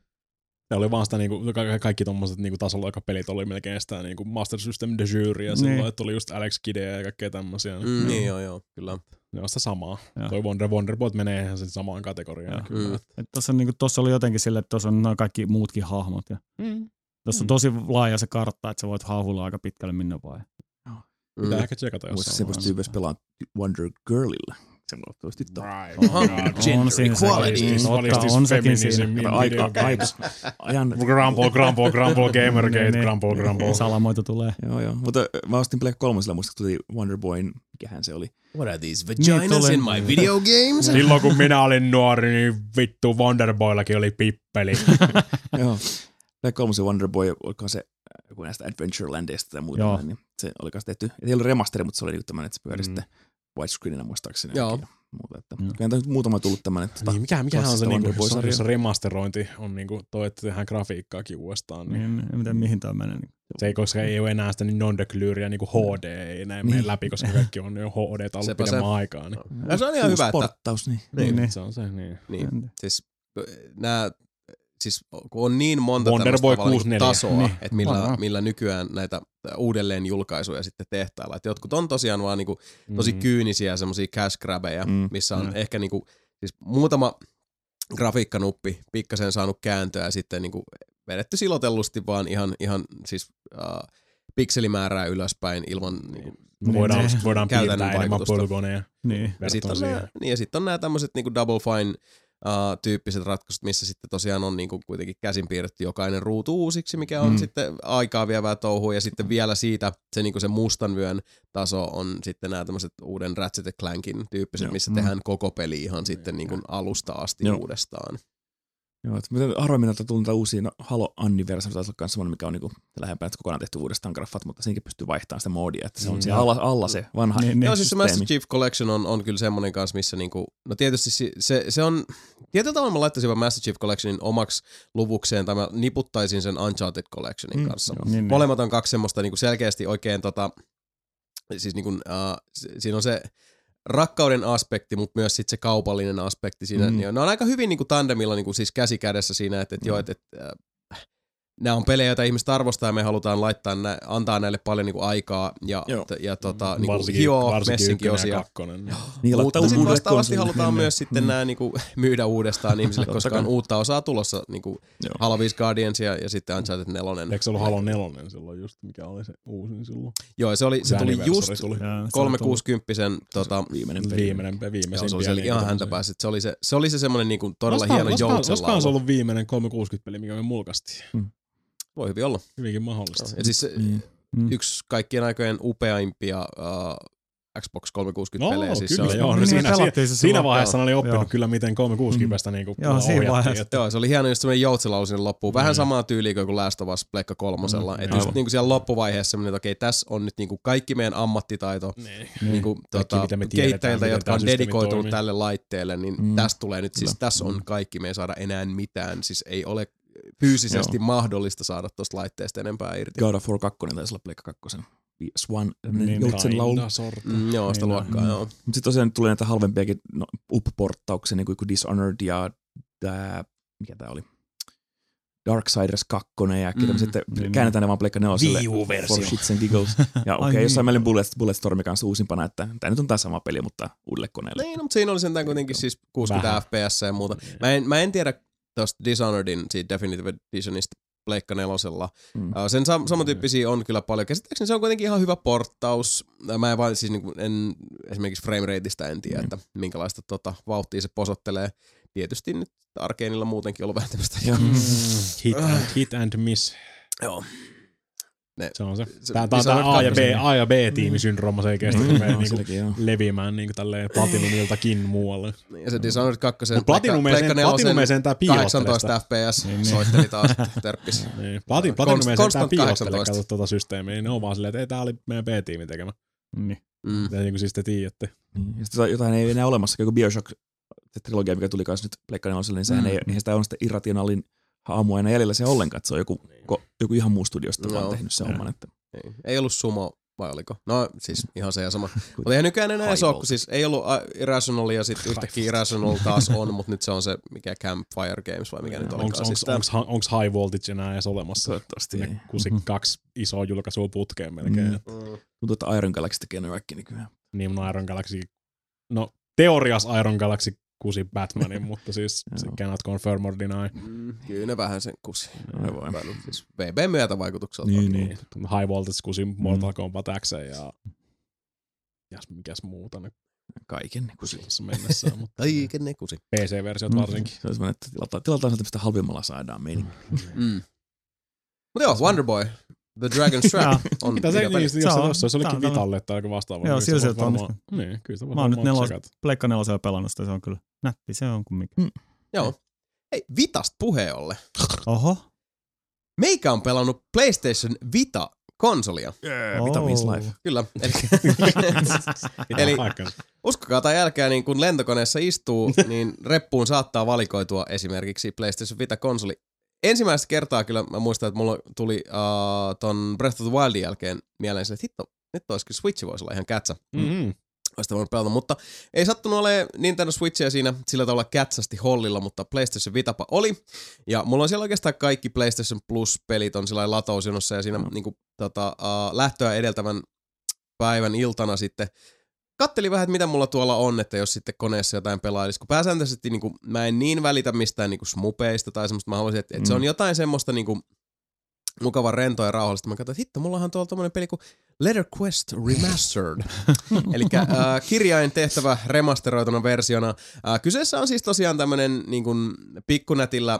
Se oli vaan sitä, niinku, kaikki tommoset niinku, tasolla-aika-pelit oli melkein sitä niinku, Master System de jure ja silloin, niin. että oli just Alex Kidea ja kaikkea tämmösiä. Mm, mm. Niin joo, joo, kyllä. Ne on sitä samaa. Ja. Toi Wonder, Wonderboy menee ihan sen samaan kategoriaan. Mm. Tuossa niinku, oli jotenkin sille, että tuossa on kaikki muutkin hahmot. Ja mm. Tuossa on tosi laaja se kartta, että sä voit haahuilla aika pitkälle minne vaan. Mm. Pitää ehkä tsekata jossain. Muista se pystyy myös pelaamaan Wonder Girlilla. Se on toivottavasti tyttö. Gender equality. On sekin siinä. Ajan. Grumble, grumble, grumble, gamergate, grumble, grumble. Salamoito tulee. Joo, joo. Mutta mä ostin Play kolmosella, muista tuli Wonderboyn, mikähän se oli. What are these vaginas in my video games? Silloin kun minä olin nuori, niin vittu Wonderboyllakin oli pippeli. Joo. Play kolmosen Wonderboy, olikohan se joku näistä Adventurelandista tai muuta, niin se oli kanssa tehty. Ei ollut remasteri, mutta se oli tämmöinen, että se pyöri sitten widescreenina muistaakseni. Joo. Muuta, että mm. kyllä on muutama tullut tämmöinen. Tota, niin, mikä, mikä on se, niinku, se remasterointi on niinku toi, että tehdään grafiikkaakin uudestaan. Niin. Niin, miten, mihin tämä menee? Niin. Se ei, koska ei ole enää sitä niin non-declyyriä niin kuin H D, ei enää niin. mene läpi, koska kaikki on jo H D ollut pidemmän aikaa. Niin. Ja se on ihan hyvä, että... Sporttaus, niin. Niin, niin. Se on se, niin. niin. Siis nämä... Siis kun on niin monta tämmöistä tasoa, niin. että millä, millä nykyään näitä uudelleen julkaisuja sitten tehtailla. Että jotkut on tosiaan vaan niinku tosi mm. kyynisiä semmosia cash grabbeja, mm. missä on mm. ehkä niinku, siis muutama grafiikkanuppi pikkasen saanut kääntöä ja sitten niinku vedetty silotellusti vaan ihan, ihan siis uh, pikselimäärää ylöspäin ilman niinku, voidaan, voidaan piirtää enemmän polygoneja. Niin. Ja sitten on, niin, sit on nämä tämmöiset niinku Double Fine Uh, tyyppiset ratkaisut, missä sitten tosiaan on niinku kuitenkin käsin piirretty jokainen ruutu uusiksi, mikä on mm. sitten aikaa vievää touhua, ja sitten vielä siitä se, niinku se mustan vyön taso on sitten nämä tämmöiset uuden Ratchet and Clankin tyyppiset, Joo. missä mm. tehdään koko peli ihan sitten niinku alusta asti Joo. uudestaan. Joo, että harvemmin on tullut näitä uusia, no Halo Anniversary taisi olla myös semmoinen, mikä on niinku lähempää, että kokonaan tehty uudestaan graffat, mutta siinäkin pystyy vaihtamaan sitä moodia, että se on mm. siellä alla, alla se vanha niin, niin. Joo, siis se Master Chief Collection on, on kyllä semmoinen kanssa, missä niinku, no tietysti se, se, se on, tietyllä tavalla mä laittaisin vaan Master Chief Collectionin omaksi luvukseen, tai mä niputtaisin sen Uncharted Collectionin kanssa. Mm, niin, Molemmat on kaksi semmoista niinku selkeästi oikein tota, siis niinku, uh, siinä on se rakkauden aspekti, mutta myös sit se kaupallinen aspekti siinä. Mm. Ne on aika hyvin niinku tandemilla niinku siis käsi kädessä siinä, että et mm. joo, että et, äh, nämä on pelejä, joita ihmiset arvostaa ja me halutaan laittaa nä- antaa näille paljon niinku aikaa ja, t- ja tota, niinku varsinkin, hioa varsinkin messinkin osia. Niin, mutta sitten vastaavasti halutaan myös sitten nämä niinku myydä uudestaan ihmisille, koska on uutta osaa tulossa, niinku Halo viisi Guardians ja, ja sitten Uncharted neljä. Eikö se ollut Halo neljä silloin just, mikä oli se uusin silloin? Joo, se, oli, se tuli just tuli. kolmesataakuusikymmentä tota, viimeinen peli. Viimeinen peli. Joo, se oli se ihan häntä pääsi. Se oli se, se, oli se semmoinen niinku todella hieno joutsenlaulu. Olisikohan se ollut viimeinen kolmesataakuusikymmentä peli, mikä me mulkaistiin? Voi hyvin olla. Hyvinkin mahdollista. Ja siis mm. yksi kaikkien aikojen upeimpia uh, Xbox kolmesataakuusikymmentä-pelejä. No, siis kyllä, se on, joo. No, siinä, siinä, siinä vaiheessa oli oppinut joo. kyllä, miten kolmesataakuusikymmentä mm. niinku ohjattiin. Joo, se oli hieno just semmoinen joutsenlaulu sinne loppuun. Vähän mm. samaa tyyliä kuin Last of Us Pleikka kolmosella. Mm. Että just niinku siellä loppuvaiheessa semmoinen, että okei, tässä on nyt niinku kaikki meidän ammattitaito niin. niinku, tota, kehittäjiltä, jotka on dedikoitunut tälle laitteelle, niin mm. tästä tulee nyt, siis tässä on kaikki, me ei saada enää mitään. Siis ei ole fyysisesti joo. mahdollista saada tuosta laitteesta enempää irti. God of War kaksi taisi olla Pleikka kaksi. Swan, niin, joutsen laulu. Mm, joo, sitä luokkaa, mm. joo. Mutta sitten tosiaan tulee näitä halvempiakin no, up-porttauksia, niin kuin Dishonored ja tää, mikä tää oli? Darksiders kaksi ja kyllä mm. sitten niin, käännetään ne vaan Pleikka neloselle. For shits and giggles. Ja okei, okay, jossain meillä Bullet, Bulletstormi kanssa uusimpana, että tämä nyt on tämä sama peli, mutta uudelle koneelle. Niin, no, mutta siinä oli sentään kuitenkin siis kuusikymmentä F P S ja muuta. Mä en, mä en tiedä tuosta Dishonoredin, siitä Definitive Editionista, Pleikka nelosella. Mm. Sen sam- samantyyppisiä on kyllä paljon. Käsittääkseni se on kuitenkin ihan hyvä porttaus. Mä en vaan siis niin en, esimerkiksi framerateista en tiedä, mm. että minkälaista tota, vauhtia se posottelee. Tietysti nyt Arkeenilla muutenkin ollut vähän tämmöistä. Mm. hit, and, hit and miss. Joo. Ne, se on se. se Tää, tää on tää A ja B, A ja B-tiimisyndrooma selkeästi, kun menee niinku silläkin, leviämään niinku tälleen Platinumiltakin muualle. Ja se Dishonored kaksi, Mut Platinumeen Platinumeen sentään piilottelee sitä. kahdeksantoista F P S soitteli taas, törppis. Niin. Platin, Platinumeen sentään piilottelee, katsot tuota systeemiä. Ne on vaan silleen, että ei tää oli meidän B-tiimi tekemä. Niin. Mm. Ja niin kuin siis te tiedätte. Niin. Ja sitten jotain ei enää olemassa, joku Bioshock trilogia, mikä tuli kanssa nyt Pleikka neloselle, niin sehän Mm. ei, niin sitä on sitä irrationaalin haamua enää jäljellä se ollenkaan, että se on joku, ko, joku ihan muu studiosta No. vaan tehnyt sen homman. Että. Ei, ei ollut sumo, vai oliko? No siis ihan se ja sama. Mutta eihän nykyään enää edes ole, kun siis ei ollut Irrational ja sitten yhtäkkiä Irrational taas on, mutta nyt se on se mikä Campfire Games vai mikä nyt olikaan. Onks, Siis onks, onks, onks High Voltage enää edes olemassa? Toivottavasti ei. kuusikymmentäkaksi isoa julkaisua putkeen melkein. Mm. Mm. Tuntuu, että Iron Galaxy tekee ne kaikki nykyään. Niin no Iron Galaxy, no teoriassa Iron Galaxy kuusi Batmanin, mutta siis se cannot confirm or deny. Mm, kyllä ne vähän sen kusi. Ai voi. Tai nyt siis V B myötävaikutukselta. Niin, Niin, High Voltage kuusi Mortal Kombat X ja ja mikäs muuta nyt Kaiken. Niin kuin tässä mennessä, mutta Ai, kenne kusi. P C-versiot varsinkin. Se on semmoinen, että tilataan, tilataan sieltä, mistä halvimmalla saadaan meininki. Mm. Mutta joo, Wonderboy, The Dragon's Trap on Mitä se, video peli. niin, jos, Se on- jos se olisikin tää on- Vitalle tai joku vastaava. Joo, niin sillä se se voisi varmaan- valmistuu. Niin, kyllä se voi Mä oon nyt varmaan nelos, tsekata. Pleikka nelosella pelannut sitä, se on kyllä näppi, se on kumminkin. Joo. Hei, Vitasta puheen ollen. Oho. Meikä on pelannut PlayStation Vita-konsolia. Yeah, Vita means Oh. life. Kyllä. Eli, Pitää eli paikkansa. uskokaa tai älkää, niin kun lentokoneessa istuu, niin reppuun saattaa valikoitua esimerkiksi PlayStation Vita-konsoli. Ensimmäistä kertaa kyllä mä muistan, että mulla tuli uh, ton Breath of the Wildin jälkeen mieleen se, että hitto, nyt olisikin Switch voisi olla ihan kätsä. Mm-hmm. Olisi voinut pelata, mutta ei sattunut olemaan Nintendo Switchia siinä sillä tavalla kätsästi hollilla, mutta PlayStation Vitapa oli. Ja mulla on siellä oikeastaan kaikki PlayStation Plus-pelit on sellainen latausjonossa ja siinä mm. niin kuin, tota, uh, lähtöä edeltävän päivän iltana sitten kattelin vähän, että mitä mulla tuolla on, että jos sitten koneessa jotain pelailisi. Kun pääsääntöisesti niin kuin, mä en niin välitä mistään niin kuin smupeista tai semmoista. Mä haluaisin, että, että se on jotain semmoista niin kuin, mukavan rentoa ja rauhallista. Mä katsoin, että hitto, mullahan tuolla tommonen peli kuin Letter Quest Remastered. Eli äh, kirjain tehtävä remasteroituna versiona. Äh, kyseessä on siis tosiaan tämmönen niin kuin pikkunätillä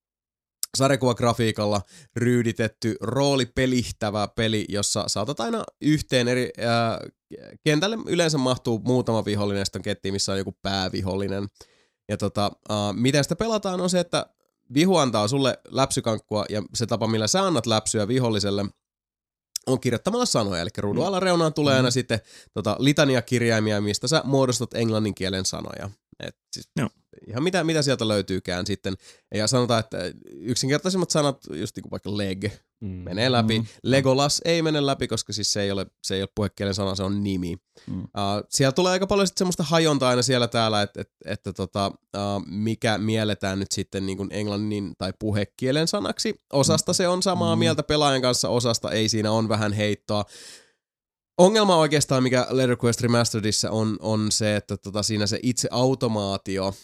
sarjakuvagrafiikalla ryyditetty roolipelihtävä peli, jossa saatat aina yhteen eri äh, kentälle yleensä mahtuu muutama vihollinen, ja sitten on kettiin, missä on joku päävihollinen. Ja tota, äh, miten sitä pelataan on se, että vihu antaa sulle läpsykankkua, ja se tapa, millä sä annat läpsyä viholliselle, on kirjoittamalla sanoja. Eli ruudun alareunaan tulee aina sitten tota, litania-kirjaimia, mistä sä muodostat englannin kielen sanoja. Et siis Joo. ihan mitä, mitä sieltä löytyykään sitten. Ja sanotaan, että yksinkertaisimmat sanat, just niin kuin vaikka leg, Mm. menee läpi. Mm. Legolas ei mene läpi, koska siis se ei ole, se ei ole puhekielen sana, se on nimi. Mm. Uh, siellä tulee aika paljon sitten semmoista hajontaa aina siellä täällä, että, että, että tota, uh, mikä mielletään nyt sitten niin kuin englannin tai puhekielen sanaksi. Osasta se on samaa Mm. mieltä pelaajan kanssa, osasta ei, siinä on vähän heittoa. Ongelma oikeastaan, mikä Letter Quest Remasteredissa on, on se, että tota, siinä se itse automaatio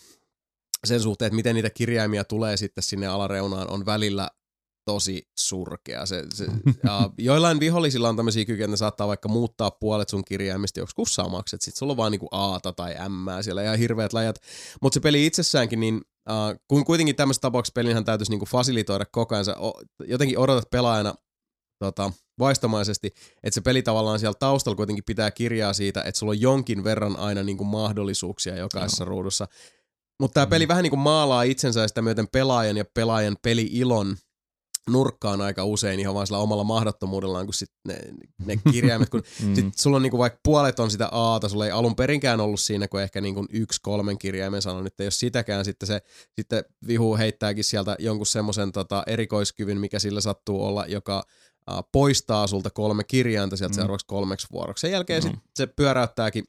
sen suhteen, että miten niitä kirjaimia tulee sitten sinne alareunaan, on välillä tosi surkea. Se, se, ja joillain vihollisilla on tämmöisiä kykyjä, että ne saattaa vaikka muuttaa puolet sun kirjaimista joskus samaksi, että sit sulla on vaan niinku Aata tai Mää siellä ja hirveät läjät. Mutta se peli itsessäänkin, niin uh, kun kuitenkin tämmöisessä tapauksessa pelinhän täytyisi niinku fasilitoida koko ajan, sä o, jotenkin odotat pelaajana tota, vaistomaisesti, että se peli tavallaan siellä taustalla kuitenkin pitää kirjaa siitä, että sulla on jonkin verran aina niinku mahdollisuuksia jokaisessa no. ruudussa. Mutta tämä mm. peli vähän niinku maalaa itsensä ja sitä myöten pelaajan ja pelaajan peli-ilon nurkkaan aika usein ihan vaan sillä omalla mahdottomuudellaan, kun sit ne, ne kirjaimet, kun mm. sit sulla on niinku vaikka puolet on sitä Aata, sulla ei alun perinkään ollut siinä, kun ehkä niinku yksi kolmen kirjaimen sana, nyt ei ole sitäkään, sitten se sitten vihu heittääkin sieltä jonkun semmoisen tota, erikoiskyvyn, mikä sillä sattuu olla, joka uh, poistaa sulta kolme kirjainta sieltä mm. seuraavaksi kolmeksi vuoroksi. Sen jälkeen no. sit se pyöräyttääkin,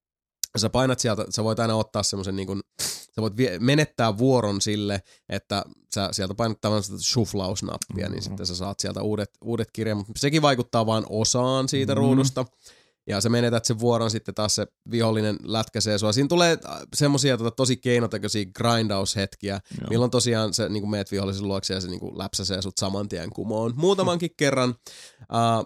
sä painat sieltä, sä voit aina ottaa semmoisen niin kuin, sä voit vie, menettää vuoron sille, että sä sieltä painat tämmöistä shuflausnappia, mm-hmm. niin sitten sä saat sieltä uudet, uudet kirjat, mutta sekin vaikuttaa vaan osaan siitä mm-hmm. ruudusta. Ja sä menetät sen vuoron, sitten taas se vihollinen lätkäsee sua. Siinä tulee semmosia tota, tosi keinotekoisia grindaushetkiä, Joo. milloin tosiaan sä niin meet vihollisen luokse ja se niin läpsäsee sut saman tien kumoon. Muutamankin kerran. Uh,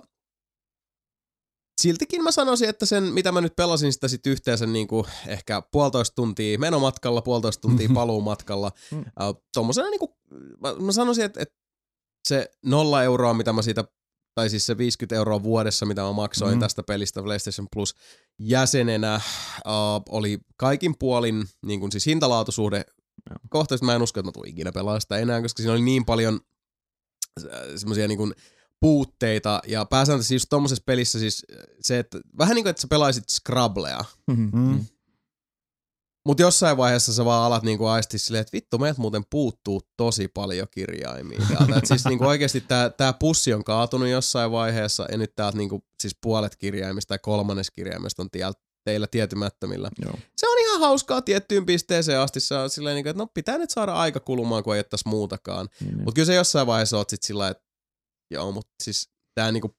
Siltikin mä sanoisin, että sen, mitä mä nyt pelasin sitä sit yhteensä niin kuin ehkä puolitoista tuntia menomatkalla, puolitoista tuntia paluumatkalla. uh, tommosena niin kuin, mä, mä sanoisin, että, että se nolla euroa, mitä mä siitä tai siis se viisikymmentä euroa vuodessa, mitä mä maksoin mm-hmm. tästä pelistä PlayStation Plus jäsenenä, uh, oli kaikin puolin niin kuin siis hintalaatusuhde. No. Kohtaisesti mä en usko, että mä tuun ikinä pelaa sitä enää, koska siinä oli niin paljon semmoisia niin kuin puutteita, ja pääsääntöisesti just tommosessa pelissä siis se, että vähän niin kuin, että sä pelaisit Scrabblea. Mm-hmm. Mutta jossain vaiheessa sä vaan alat niinku aistia silleen, että vittu, meiltä muuten puuttuu tosi paljon kirjaimia. Et siis niinku oikeasti tää, tää pussi on kaatunut jossain vaiheessa, ja nyt täältä niinku, siis puolet kirjaimista tai kolmannes kirjaimista on tiel, teillä tietymättömillä. Joo. Se on ihan hauskaa tiettyyn pisteeseen asti. Se on silleen, että no pitää nyt saada aika kulumaan, kun ei ole tässä muutakaan. Mm. Mutta kyllä se jossain vaiheessa oot sit sillä että joo, mutta siis tää niinku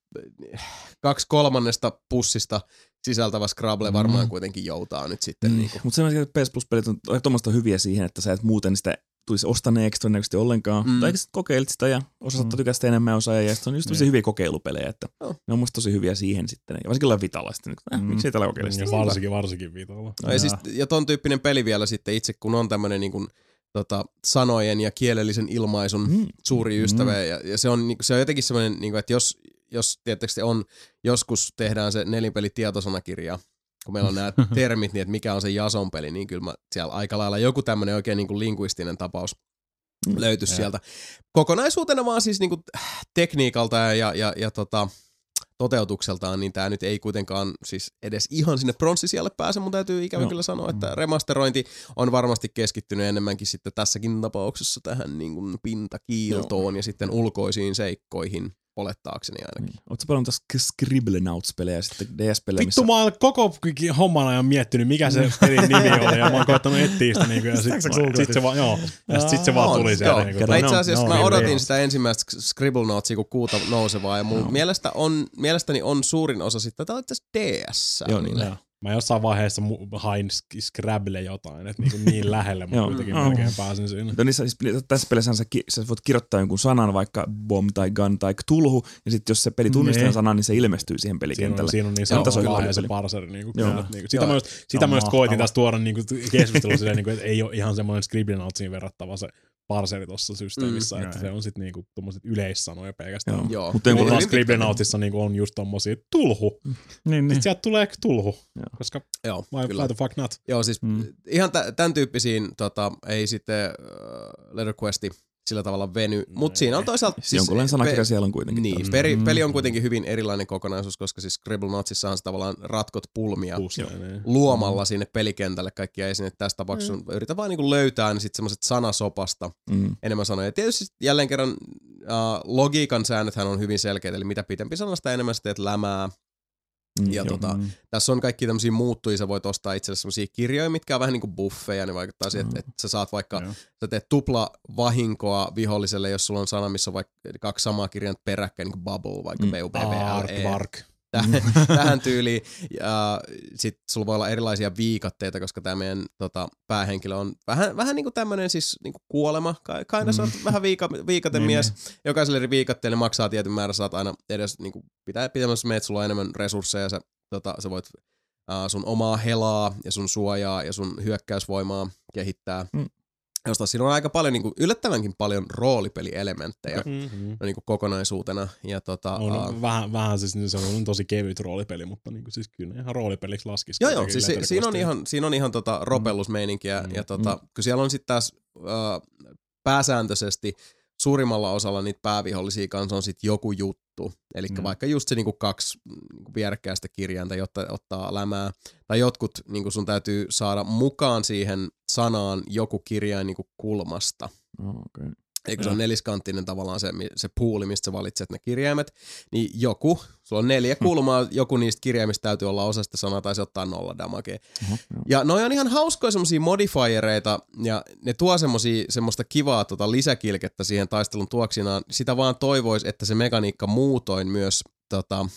kaksi kolmannesta pussista sisältävä Scrabble varmaan mm. kuitenkin joutaa nyt sitten. Mm. Niinku. Mutta se, että P S Plus-pelit on tuommoista hyviä siihen, että sä et muuten sitä tulisi ostaneeksi todennäköisesti ollenkaan. Mm. Tai eikö kokeilit sitä ja osa saattaa mm. tykästä sitä enemmän osaa. Ja sitten on just tosi mm. hyviä kokeilupelejä. Että oh. Ne on musta tosi hyviä siihen sitten. Ja varsinkin ollaan Vitalla sitten. Äh, mm. Miksi ei tällä kokeile sitä? Ja varsinkin, varsinkin Vitalla. No, ja, siis, ja ton tyyppinen peli vielä sitten itse, kun on tämmönen niin kuin Tota, sanojen ja kielellisen ilmaisun mm. suuri ystävä. Mm. Ja, ja se, on, se on jotenkin semmoinen, niin kuin, että jos, jos tietysti on, joskus tehdään se nelinpeli tietosanakirja, kun meillä on nämä termit, niin että mikä on se Jason-peli, niin kyllä mä siellä aika lailla joku tämmöinen oikein niin kuin linguistinen tapaus mm. löytyisi ja. sieltä. Kokonaisuutena vaan siis niin kuin tekniikalta ja, ja, ja, ja tota, toteutukseltaan, niin tämä nyt ei kuitenkaan siis edes ihan sinne pronssisijalle pääse, mutta täytyy ikävä no. kyllä sanoa, että remasterointi on varmasti keskittynyt enemmänkin sitten tässäkin tapauksessa tähän niin kuin pintakiiltoon no. ja sitten ulkoisiin seikkoihin, olettaakseni ainakin. Mm. Ootko paljon tässä Scribblenauts-pelejä sitten D S-pelejä? Vittu, mä oon koko homman ajan miettinyt, mikä se pelin nimi oli, ja mä oon koettanut etsiä sitä, niin kuin, ja sit, sit se vaan, joo, ja sit, sit se vaan tuli sieltä. Niin kuin, itse asiassa no, mä odotin no, sitä ensimmäistä Scribblenautsia, kun kuuta nousevaa, ja mun no. mielestä on, mielestäni on suurin osa sitten, tää on itse D S. Joo, niin. Joo. Mä jossain vaiheessa hain Scrabble jotain, että niin, niin lähelle mä kuitenkin melkein pääsin siinä. No niissä, tässä pelissä sä, sä voit kirjoittaa jonkun sanan, vaikka bomb tai gun tai cthulhu, ja sitten jos se peli tunnistaa ne. sanan, niin se ilmestyy siihen pelikentälle. Siinä on, siinä on niin se laaja se parseri. Niin niin sitä, mä just, sitä mä just koitin tässä tuoda niin keskustelua silleen, niin että ei ole ihan semmoinen Scribblenautsiin verrattava se parseri tuossa systeemissä, mm, että se on sitten niinku tommoset yleissanoja pelkästään. Joo. Mutta kun Scribblenautissa niinku on just tommosia tulhu. Mm. Niin, niin. Sieltä tulee tulhu, joo. koska joo, why, why the fuck not? Joo, siis mm. ihan t- tämän tyyppisiin tota, ei sitten uh, Letterquesti sillä tavalla veny, mutta siinä on toisaalta... Siis jonkunlainen sanakirja pe- siellä on kuitenkin. Niin, peri, peli on kuitenkin hyvin erilainen kokonaisuus, koska siis Scribblenautsissahan sä tavallaan ratkot pulmia Pusle, luomalla mm. sinne pelikentälle kaikkia esineet. Tässä tapauksessa mm. yritän vaan niinku löytää niin sitten semmoiset sanasopasta mm. enemmän sanoja. Ja tietysti jälleen kerran uh, logiikan säännöthän on hyvin selkeitä, eli mitä pitempi sanasta enemmän sä teet lämää. Mm, ja tota, mm. tässä on kaikki tämmöisiä muuttujia, sä voit ostaa itsellesi semmosia kirjoja, mitkä on vähän niin kuin buffeja, niin vaikuttaa siihen, että, että sä saat vaikka, mm. sä teet tupla vahinkoa viholliselle, jos sulla on sana, missä on vaikka kaksi samaa kirjainta peräkkäin, niin kuin bubble, vaikka mm. B U B B L E. Bark. Tähän, tähän tyyliin. Ja sit sulla voi olla erilaisia viikatteita, koska tämä meidän tota, päähenkilö on vähän, vähän niin kuin tämmöinen siis niin kuin kuolema. Kaina sä oot vähän viika, viikatemies. Jokaiselle eri viikatteelle maksaa tietyn määrä, saat aina edes niin kuin pitää pitämässä meet, sulla on enemmän resursseja, sä, tota, sä voit uh, sun omaa helaa ja sun suojaa ja sun hyökkäysvoimaa kehittää. Mm. Josta siinä on aika paljon, niin kuin, yllättävänkin paljon roolipelielementtejä mm-hmm. no, niin kuin kokonaisuutena. Ja, tota, on, uh, vähän, vähän siis se on tosi kevyt roolipeli, mutta niin kuin, siis kyllä ihan roolipeliksi laskisi. Joo, joo, siis si, siinä on ihan, siinä on ihan tota, ropellusmeininkiä. Mm-hmm. Ja tota, kun siellä on sitten taas uh, pääsääntöisesti suurimmalla osalla niitä päävihollisia kanssa on sitten joku juttu. Eli mm. vaikka just se niinku kaksi niinku vierekkäistä kirjainta, jotta ottaa lämää. Tai jotkut niinku sun täytyy saada mukaan siihen sanaan joku kirjain niinku kulmasta. Oh, okay. Eikö se on neliskanttinen tavallaan se, se puuli, mistä sä valitset ne kirjaimet. Niin joku, sulla on neljä kulmaa, joku niistä kirjaimista täytyy olla osa sitä sanaa tai se ottaa nolla damagea. Uh-huh, ja noi on ihan hauskoja semmosia modifiereita ja ne tuo semmosia, semmoista kivaa tota lisäkilkettä siihen taistelun tuoksinaan. Sitä vaan toivois, että se mekaniikka muutoin myös tota,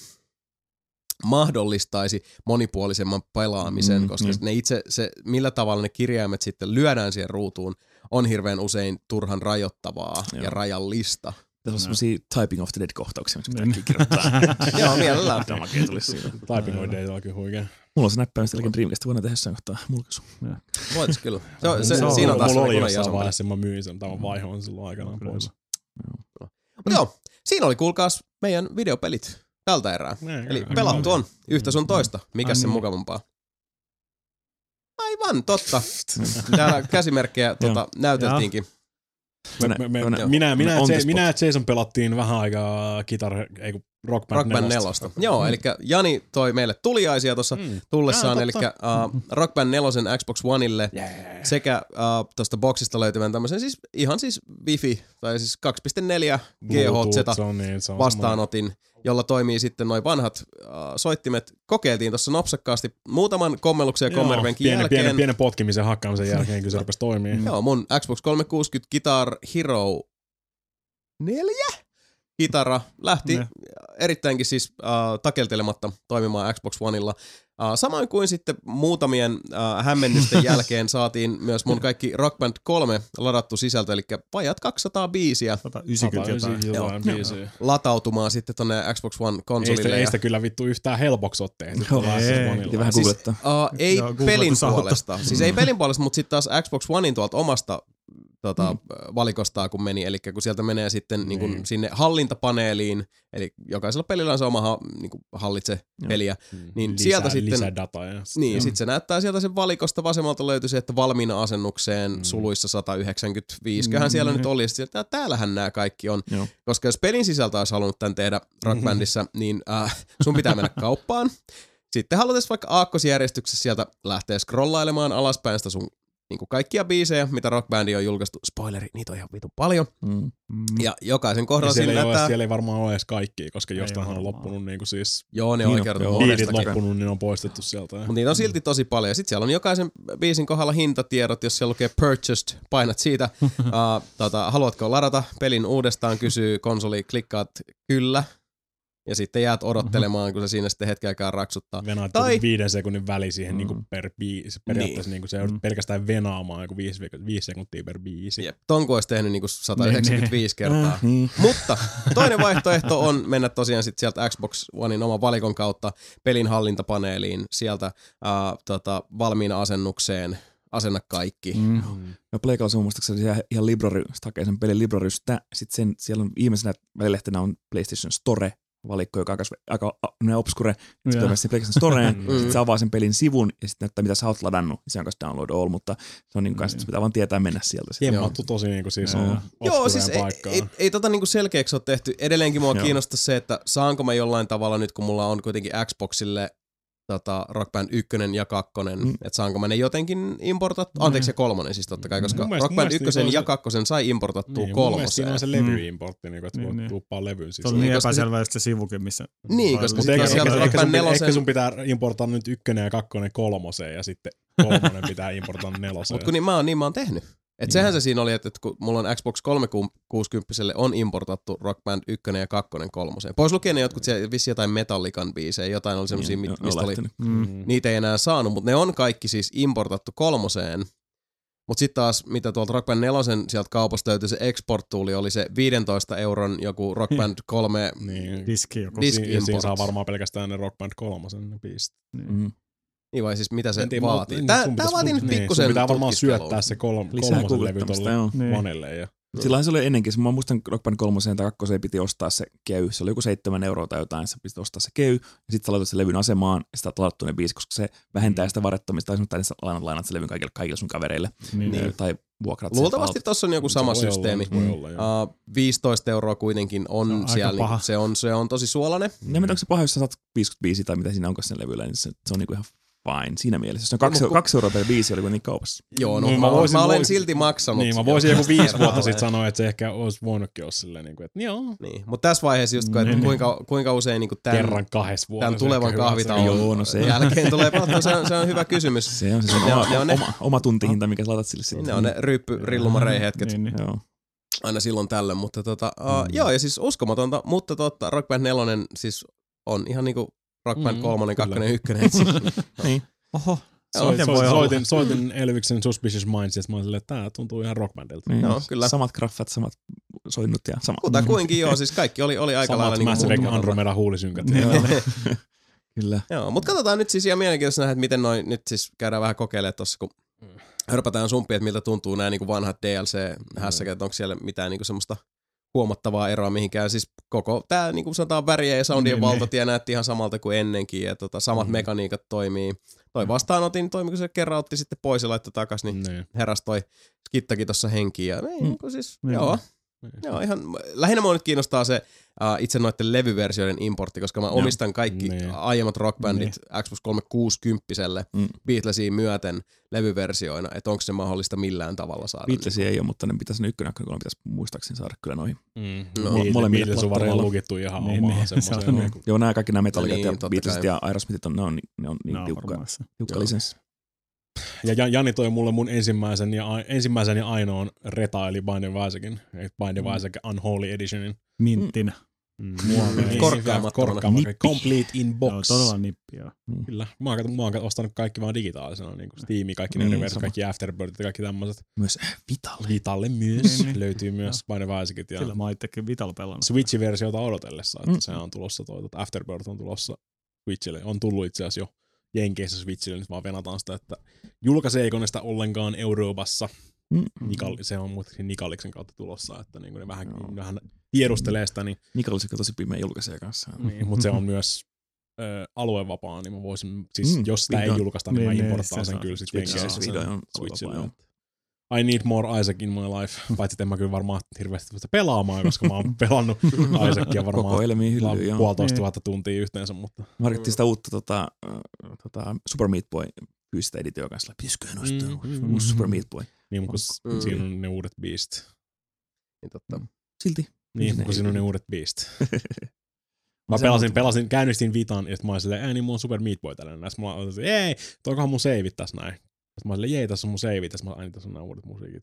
mahdollistaisi monipuolisemman pelaamisen, mm, koska mm. ne itse, se, millä tavalla ne kirjaimet sitten lyödään siihen ruutuun, on hirveän usein turhan rajoittavaa Joo. ja rajallista. Tässä on semmosia Typing of the Dead-kohtauksia, missä pitää kirjoittaa. Joo, mielellään. Damagia tulisi siitä. Typing of the Dead on kyllä huikea. Mulla on se näppäimistä tälläkin Dreamcast, voidaan tehdä sen kohtaa mulkaisu. Voitais kyllä. Se, se, se, siinä on taas mulla oli jossain vaiheessa, mä myin sen, tämän vaihoin silloin aikanaan pois. Mutta joo, siinä oli kuulkaas meidän videopelit tältä erää. Näin, Eli aika pelattu paljon. on yhtä sun toista. Mikä Ai se niin. mukavampaa? Aivan, totta. Täällä käsimerkkejä tota, näyteltiinkin. Me, me, me, Tämmönen- minä, minä, on the ja, spot. minä ja Jason pelattiin vähän aikaa Guitar, ei kun Rock Band, Rock Band nelosta. nelosta. Joo, eli Jani toi meille tuliaisia tuossa Mm. tullessaan, Jaa, eli totta. uh, Rock Band nelosen Xbox Oneille Yeah. sekä uh, tuosta boxista löytyvän tämmöisen siis ihan siis Wi-Fi, tai siis kaksi pilkku neljä Bluetooth, G H Z se on niin, se on vastaanotin, jolla toimii sitten noin vanhat uh, soittimet. Kokeiltiin tuossa nopsakkaasti muutaman kommelluksen ja Joo, kommervenkin pienen, jälkeen. pienen, pienen potkimisen hakkaamisen jälkeen, kun se rupesi toimimaan. Joo, mun Xbox kolmesataakuusikymmentä Guitar Hero neljä kitara lähti Ne. erittäinkin siis äh, takeltelematta toimimaan Xbox Oneilla. Äh, samoin kuin sitten muutamien äh, hämmennysten jälkeen saatiin myös mun kaikki Rock Band kolme ladattu sisältö, eli vajat kaksisataa biisiä sata yhdeksänkymmentä jotain. jotain Joo. biisiä. latautumaan sitten tonne Xbox One Ei sitä, konsolille. ei ja- sitä kyllä vittu yhtään helpoksi ole tehty. Joo, tuolla ei. Xbox Piti Oneilla. vähän Siis, googlettaa. uh, ei Joo, Google pelin saattaa. puolesta. Siis ei pelin puolesta, mutta sitten taas Xbox Onein tuolta omasta tota, mm. valikostaa kun meni, eli kun sieltä menee sitten niin kun Niin. sinne hallintapaneeliin, eli jokaisella pelillä on se oma ha, niin kuin hallitse Joo. peliä, niin lisää, sieltä sitten- lisää dataa. Ja niin ja- sitten se näyttää sieltä sen valikosta vasemmalta löytyy se, että valmiina asennukseen Mm. suluissa sata yhdeksänkymmentäviisi, köhän siellä Mm. nyt oli, ja sitten sieltä, täällähän nämä kaikki on, Joo. koska jos pelin sisältä olisi halunnut tämän tehdä Rock Bandissa, niin äh, sun pitää mennä kauppaan. Sitten halutessa vaikka aakkosjärjestyksessä sieltä lähtee scrollailemaan alaspäin sitä sun niin kuin kaikkia biisejä, mitä Rock Bandi on julkaistu. Spoileri, niitä on ihan vitun paljon. Mm. Ja jokaisen Ja kohdalla siellä, siinä ei ole, näyttää... siellä ei varmaan ole edes kaikkia, koska jostainhan on varmaan. loppunut niin kuin siis Joo, ne Niin on on, kertonut joo. biidit monestakin. loppunut, niin on poistettu sieltä. Mutta niitä on silti tosi paljon. Ja sitten siellä on jokaisen biisin kohdalla hintatiedot, jos siellä lukee purchased, painat siitä. uh, tota, haluatko ladata pelin uudestaan, kysyy konsoli, klikkaat kyllä. Ja sitten jäät odottelemaan, kun se siinä sitten hetken aikaa raksuttaa. Venaat Tai- tai... viiden sekunnin väli siihen Mm. mm. niin per biisi. Periaatteessa niin. Niin se joudut Mm. pelkästään venaamaan joku viisi, viisi sekuntia per biisi. Jep, tonku olisi tehnyt niinku sata yhdeksänkymmentäviisi kertaa. Äh, niin. Mutta toinen vaihtoehto on mennä tosiaan sit sieltä Xbox Onein oman valikon kautta pelin hallintapaneeliin, sieltä äh, tota, valmiina asennukseen, asenna kaikki. Mm. Mm. No Pleikalla se on muistaakseni ihan, ihan library, hakee sen pelin librarystä. Sitten sen, siellä on viimeisenä välilehtenä on PlayStation Store valikko, joka on aika, aika aika obscure. Sitten Joo. tulee myös PlayStation Storeen, Mm. sitten se avaa sen pelin sivun ja sitten näyttää, mitä sä oot ladannut. Se on kanssa download all, mutta se on niin kanssa, että pitää vaan tietää mennä sieltä. sitten. Jemmattu tosi niinku siis Joo. on Joo, siis ei, paikkaan. ei, ei tota niinku selkeäksi ole tehty. Edelleenkin mua Joo. kiinnostaa se, että saanko mä jollain tavalla nyt, kun mulla on kuitenkin Xboxille tota, Rock Band yksi ja kaksi, Mm. että saanko mä ne jotenkin importattua, anteeksi ja kolmonen siis totta kai, koska Mun mielestä- Rock mun Band mielestä yksi niinku on ja se- kaksi sai importattua niin, mun mielestä siinä kolmoseen. on se Mm. levyimportti, niin että Niin, voit niin. tuppaa levyn Se on sisään. niin koska epäselvä se sivukin, missä... Niin, koska Mutta sit ehkä, taas sieltä ehkä, Rock ehkä, Band sun, pitää, nelosen- ehkä sun pitää importaa nyt ykkönen ja kakkonen kolmoseen ja sitten kolmonen pitää importaa neloseen. Mutta kun niin mä oon, niin mä oon tehnyt. Et Niin. sehän se siinä oli, että, että kun mulla on Xbox kolmesataakuusikymmentä on importattu Rock Band yksi ja kaksi kolmoseen. Pois lukien ne jotkut siellä, vissi jotain Metallican biisejä, jotain oli semmosia, Niin, mi- ne on mistä oli, lähtenyt. Mm. Mm. niitä ei enää saanut, mutta ne on kaikki siis importattu kolmoseen. Mutta sitten taas, mitä tuolta Rock Band nelosen sieltä kaupasta löytyi se export-tuuli, oli se viisitoista euron joku Rock Band kolme. Niin. Diski joku. Dis- Si- ja siinä import. saa varmaan pelkästään ne Rock Band kolmosen ne biistit. Mm. Niin vai siis mitä se En tiedä, vaatii? mutta- Tää, sun tää pitäisi- vaatii nyt niin, pikkusen sun pitää varmaan tutkiskelua. syöttää se kol- Lisää kolmosen levy googlettamista, tolle joo. Niin. Vanille. Ja Sillähän se oli ennenkin. Mä muistan Rock Band kolmoseen tai kakkoseen piti ostaa se key. Se oli joku seitsemän euroa tai jotain. Sä piti ostaa se key. Ja sitten sä laitat sen levyn asemaan ja sitä ladattu ne biisi, koska se vähentää sitä varettamista. Tai sinut lainat, lainat sen levyn kaikille, kaikille sun kavereille. Niin. Niin. Tai vuokrat sen Luultavasti palautat. tossa on joku sama se voi systeemi. Olla, voi olla, joo. Uh, viisitoista euroa kuitenkin on, Se on aika siellä, paha. niin, se, on, se on tosi suolainen. Ja mitä onko se paha, jos sä saat viisikymmentäviisi tai mitä siinä onko sen levyllä, niin se, se on niinku ihan fine siinä mielessä. Se on kaksi, mut kun- kaksi euroa per biisi, oli kuitenkin kaupassa. Joo, no Niin, mä, mä voisin- mä olen voisin- silti maksanut. Niin, mä voisin joku viisi vuotta kerralleen. sitten sanoa, että se ehkä olisi voinutkin olla silleen, niin kuin, että joo, Niin, mutta tässä vaiheessa just, kun, että Niin. kuinka, kuinka usein niin tämän, kerran kahdessa vuodessa. tämän tulevan ehkä hyvä kahvitauon Joo, no se- jälkeen tulee pelattua, se on, se on hyvä kysymys. Se on se sen Ne on- oma, ne on ne- oma, oma tuntihinta, mikä sä laitat sille Niin, sitten. ne on ne ryyppy rillumarei-hetket Niin, niin. Joo. aina silloin tällöin, mutta tota, uh, Mm. joo, ja siis uskomatonta, mutta totta, Rock Band nelonen siis on ihan niinku Rock Band Mm, kolmonen, kyllä. kakkonen, ykkönen. et siis- Niin. Oho. Soit, Miten soit, voi olla? soitin, soitin Elviksen Suspicious Minds, ja mä olin silleen, että tää tuntuu ihan rockbandilta. Niin. Joo, kyllä. Samat graffat, samat soinnut ja sama. Kuta kuinkin joo, siis kaikki oli, oli aika Samat lailla niinku Mass Effect muuttumatonta. Andromeda huulisynkät. Kyllä. Joo, mutta katsotaan nyt siis ihan mielenkiintoista nähdä, että miten noin, nyt siis käydään vähän kokeilemaan tossa, kun hörpätään sumpia, että miltä tuntuu nämä niinku vanhat D L C-hässäkät, onko siellä mitään niinku semmoista huomattavaa eroa mihinkään. Siis koko tää niin kuin sanotaan väriä ja soundien Niin, valtatie näytti ihan samalta kuin ennenkin ja tota, samat mm. mekaniikat toimii. Toi vastaanotin, toimiko se kerran, otti sitten pois ja laittoi takas, niin Niin. heräs toi skittakin tossa henkiin. Ja, niin, mm. niin siis, Niin. joo. Joo, ihan, lähinnä mua nyt kiinnostaa se uh, itse noiden levyversioiden importti, koska mä Joo. omistan kaikki Niin. aiemmat rockbandit niin. Xbox kolmesataakuusikymmentä Mm. Beatlesiin myöten levyversioina, että onko se mahdollista millään tavalla saada. Beatlesia ei ole, mutta ne pitäisi ne ykkönen, kun pitäisi muistaakseni saada kyllä noihin. Mm. No, No, molemmille Beatles on varmaan platformeilla. lukittu ihan Niin, omaa niin, semmoiseen. se on Niin. Joo, nämä kaikki nämä Metallicat Niin, ja totta Beatlesit kai. ja Aerosmithit on, ne on, ne on niin No, tiukka, varmaan se. tiukka lisenssi. Ja Jan- Jani toi mulle mun ensimmäisen ja, a- ensimmäisen ja ainoan reta, eli Bind and Isaakin, Bind and Isaac Unholy Editionin. Minttinä. Mm. Korkkaamattomana. Korkkaamattomana. Complete in Joo, box. todella nippi, joo. Kyllä. Mä oon, mä oon ostanut kaikki vaan digitaalisena, niin kuin Steam, kaikki ne Niin, reverse, sama. kaikki Afterbirdit ja kaikki tämmöiset. Myös Vitalle. Vitalle myös. Niin, niin. Löytyy myös Bind and Isaacit. Ja Sillä mä oon itsekin Vital pelannut. Switch-versiota odotellessa, että Mm. se on tulossa toi, että Afterbird on tulossa Switchille. On tullut itse asiassa jo Jenkeissä Switchille, nyt vaan venataan sitä, että julkaiseeko ne sitä ollenkaan Euroopassa. Mm. Nikal, se on muuten Nikaliksen kautta tulossa, että niin ne vähän, no. vähän tiedustelee sitä, niin, Nikal olisi tosi pimeä julkaisija kanssa. niin, mutta se on myös ö, aluevapaa, niin mä voisin, siis Mm, jos sitä ei vihdoin. julkaista, niin, Niin, mä niin, importtaan se sen saa. kyllä sit Switchissä Jenkeissä se sen vihdoin on Switchille. aluevapaa. I need more Isaac in my life, paitsi että en mä kyllä varmaan hirveästi sitä pelaamaan, koska mä oon pelannut Isaacia varmaan Koko elämiin vaan hyllyyn, joo. puolitoista Niin. tuhatta tuntia yhteensä, mutta Mä harkittiin sitä uutta tota, äh, tota, Super Meat Boy fyysistä editioa kanssa. Pitäisikö nostaa Mm, uusi mm, uusi mm. Super Meat Boy? niin, kun s- Mm. siinä on ne uudet Beast. Niin, totta. Silti. Niin, Ne kun ei- siinä on ne uudet Beast. Mä Se pelasin, on- pelasin, käynnistin Vitan, ja sit mä olin silleen, ei niin mulla on Super Meat Boy tällainen. Näin mulla oli silleen, ei, toikohan mun seivit tässä näin. Sitten mä olin silleen, jei, tässä on mun seivit. Sitten mä olin, ai, tässä on nämä uudet musiikit.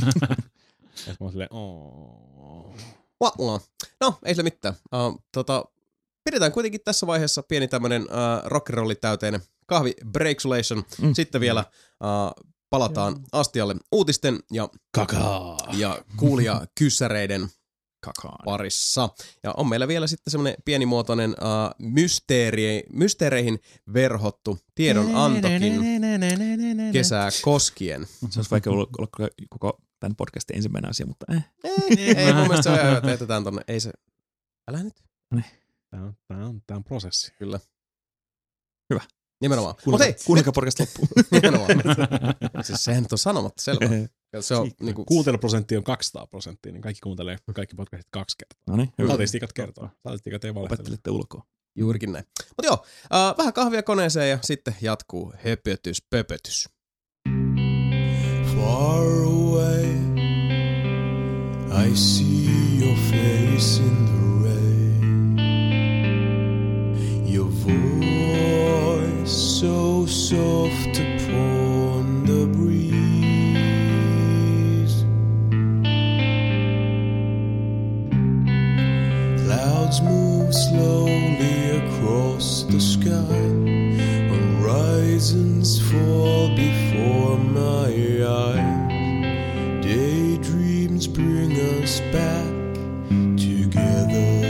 Ja sit mä olin silleen, ooo. Wah, no, ei sille mitään. Uh, tota, pidetään kuitenkin tässä vaiheessa pieni tämmönen uh, rock'n'rolli täyteinen kahvi breaksulation. Mm. Sitten vielä uh, palataan astialle uutisten ja, Kakaa. ja kuulija kyssäreiden Kakaan. parissa. Ja on meillä vielä sitten semmoinen pienimuotoinen uh, mysteeri, mysteereihin verhottu tiedonantokin kesää koskien. Se olisi vaikka ollut olla kyllä koko tämän podcastin ensimmäinen asia, mutta eh. Ei, ei mun mielestä se on ihan hyvä, että jätetään tonne. Ei se, älä nyt. Tää on, tää on, tää on prosessi. Kyllä. Hyvä. Nimenomaan. Mut Kuunnelkaa, hei, kuunnelkaa podcast loppuun. nimenomaan. Siis sehän nyt on sanomatta selvä. Se on niinku, Kuunteluprosentti on kaksisataa prosenttia, niin kaikki kuuntelee kaikki podcastit kaksi kertaa. No niin, hyvä. Statistiikat kertoo. Statistiikat ei valehtele. Opettelette ulkoa. juurikin näin. Mut joo, uh, vähän kahvia koneeseen ja sitten jatkuu höpötys, pöpötys. Far away, I see your face in the rain. Your voice so soft upon the breeze. Clouds move slowly across the sky. Horizons fall before my eyes. Daydreams bring us back together.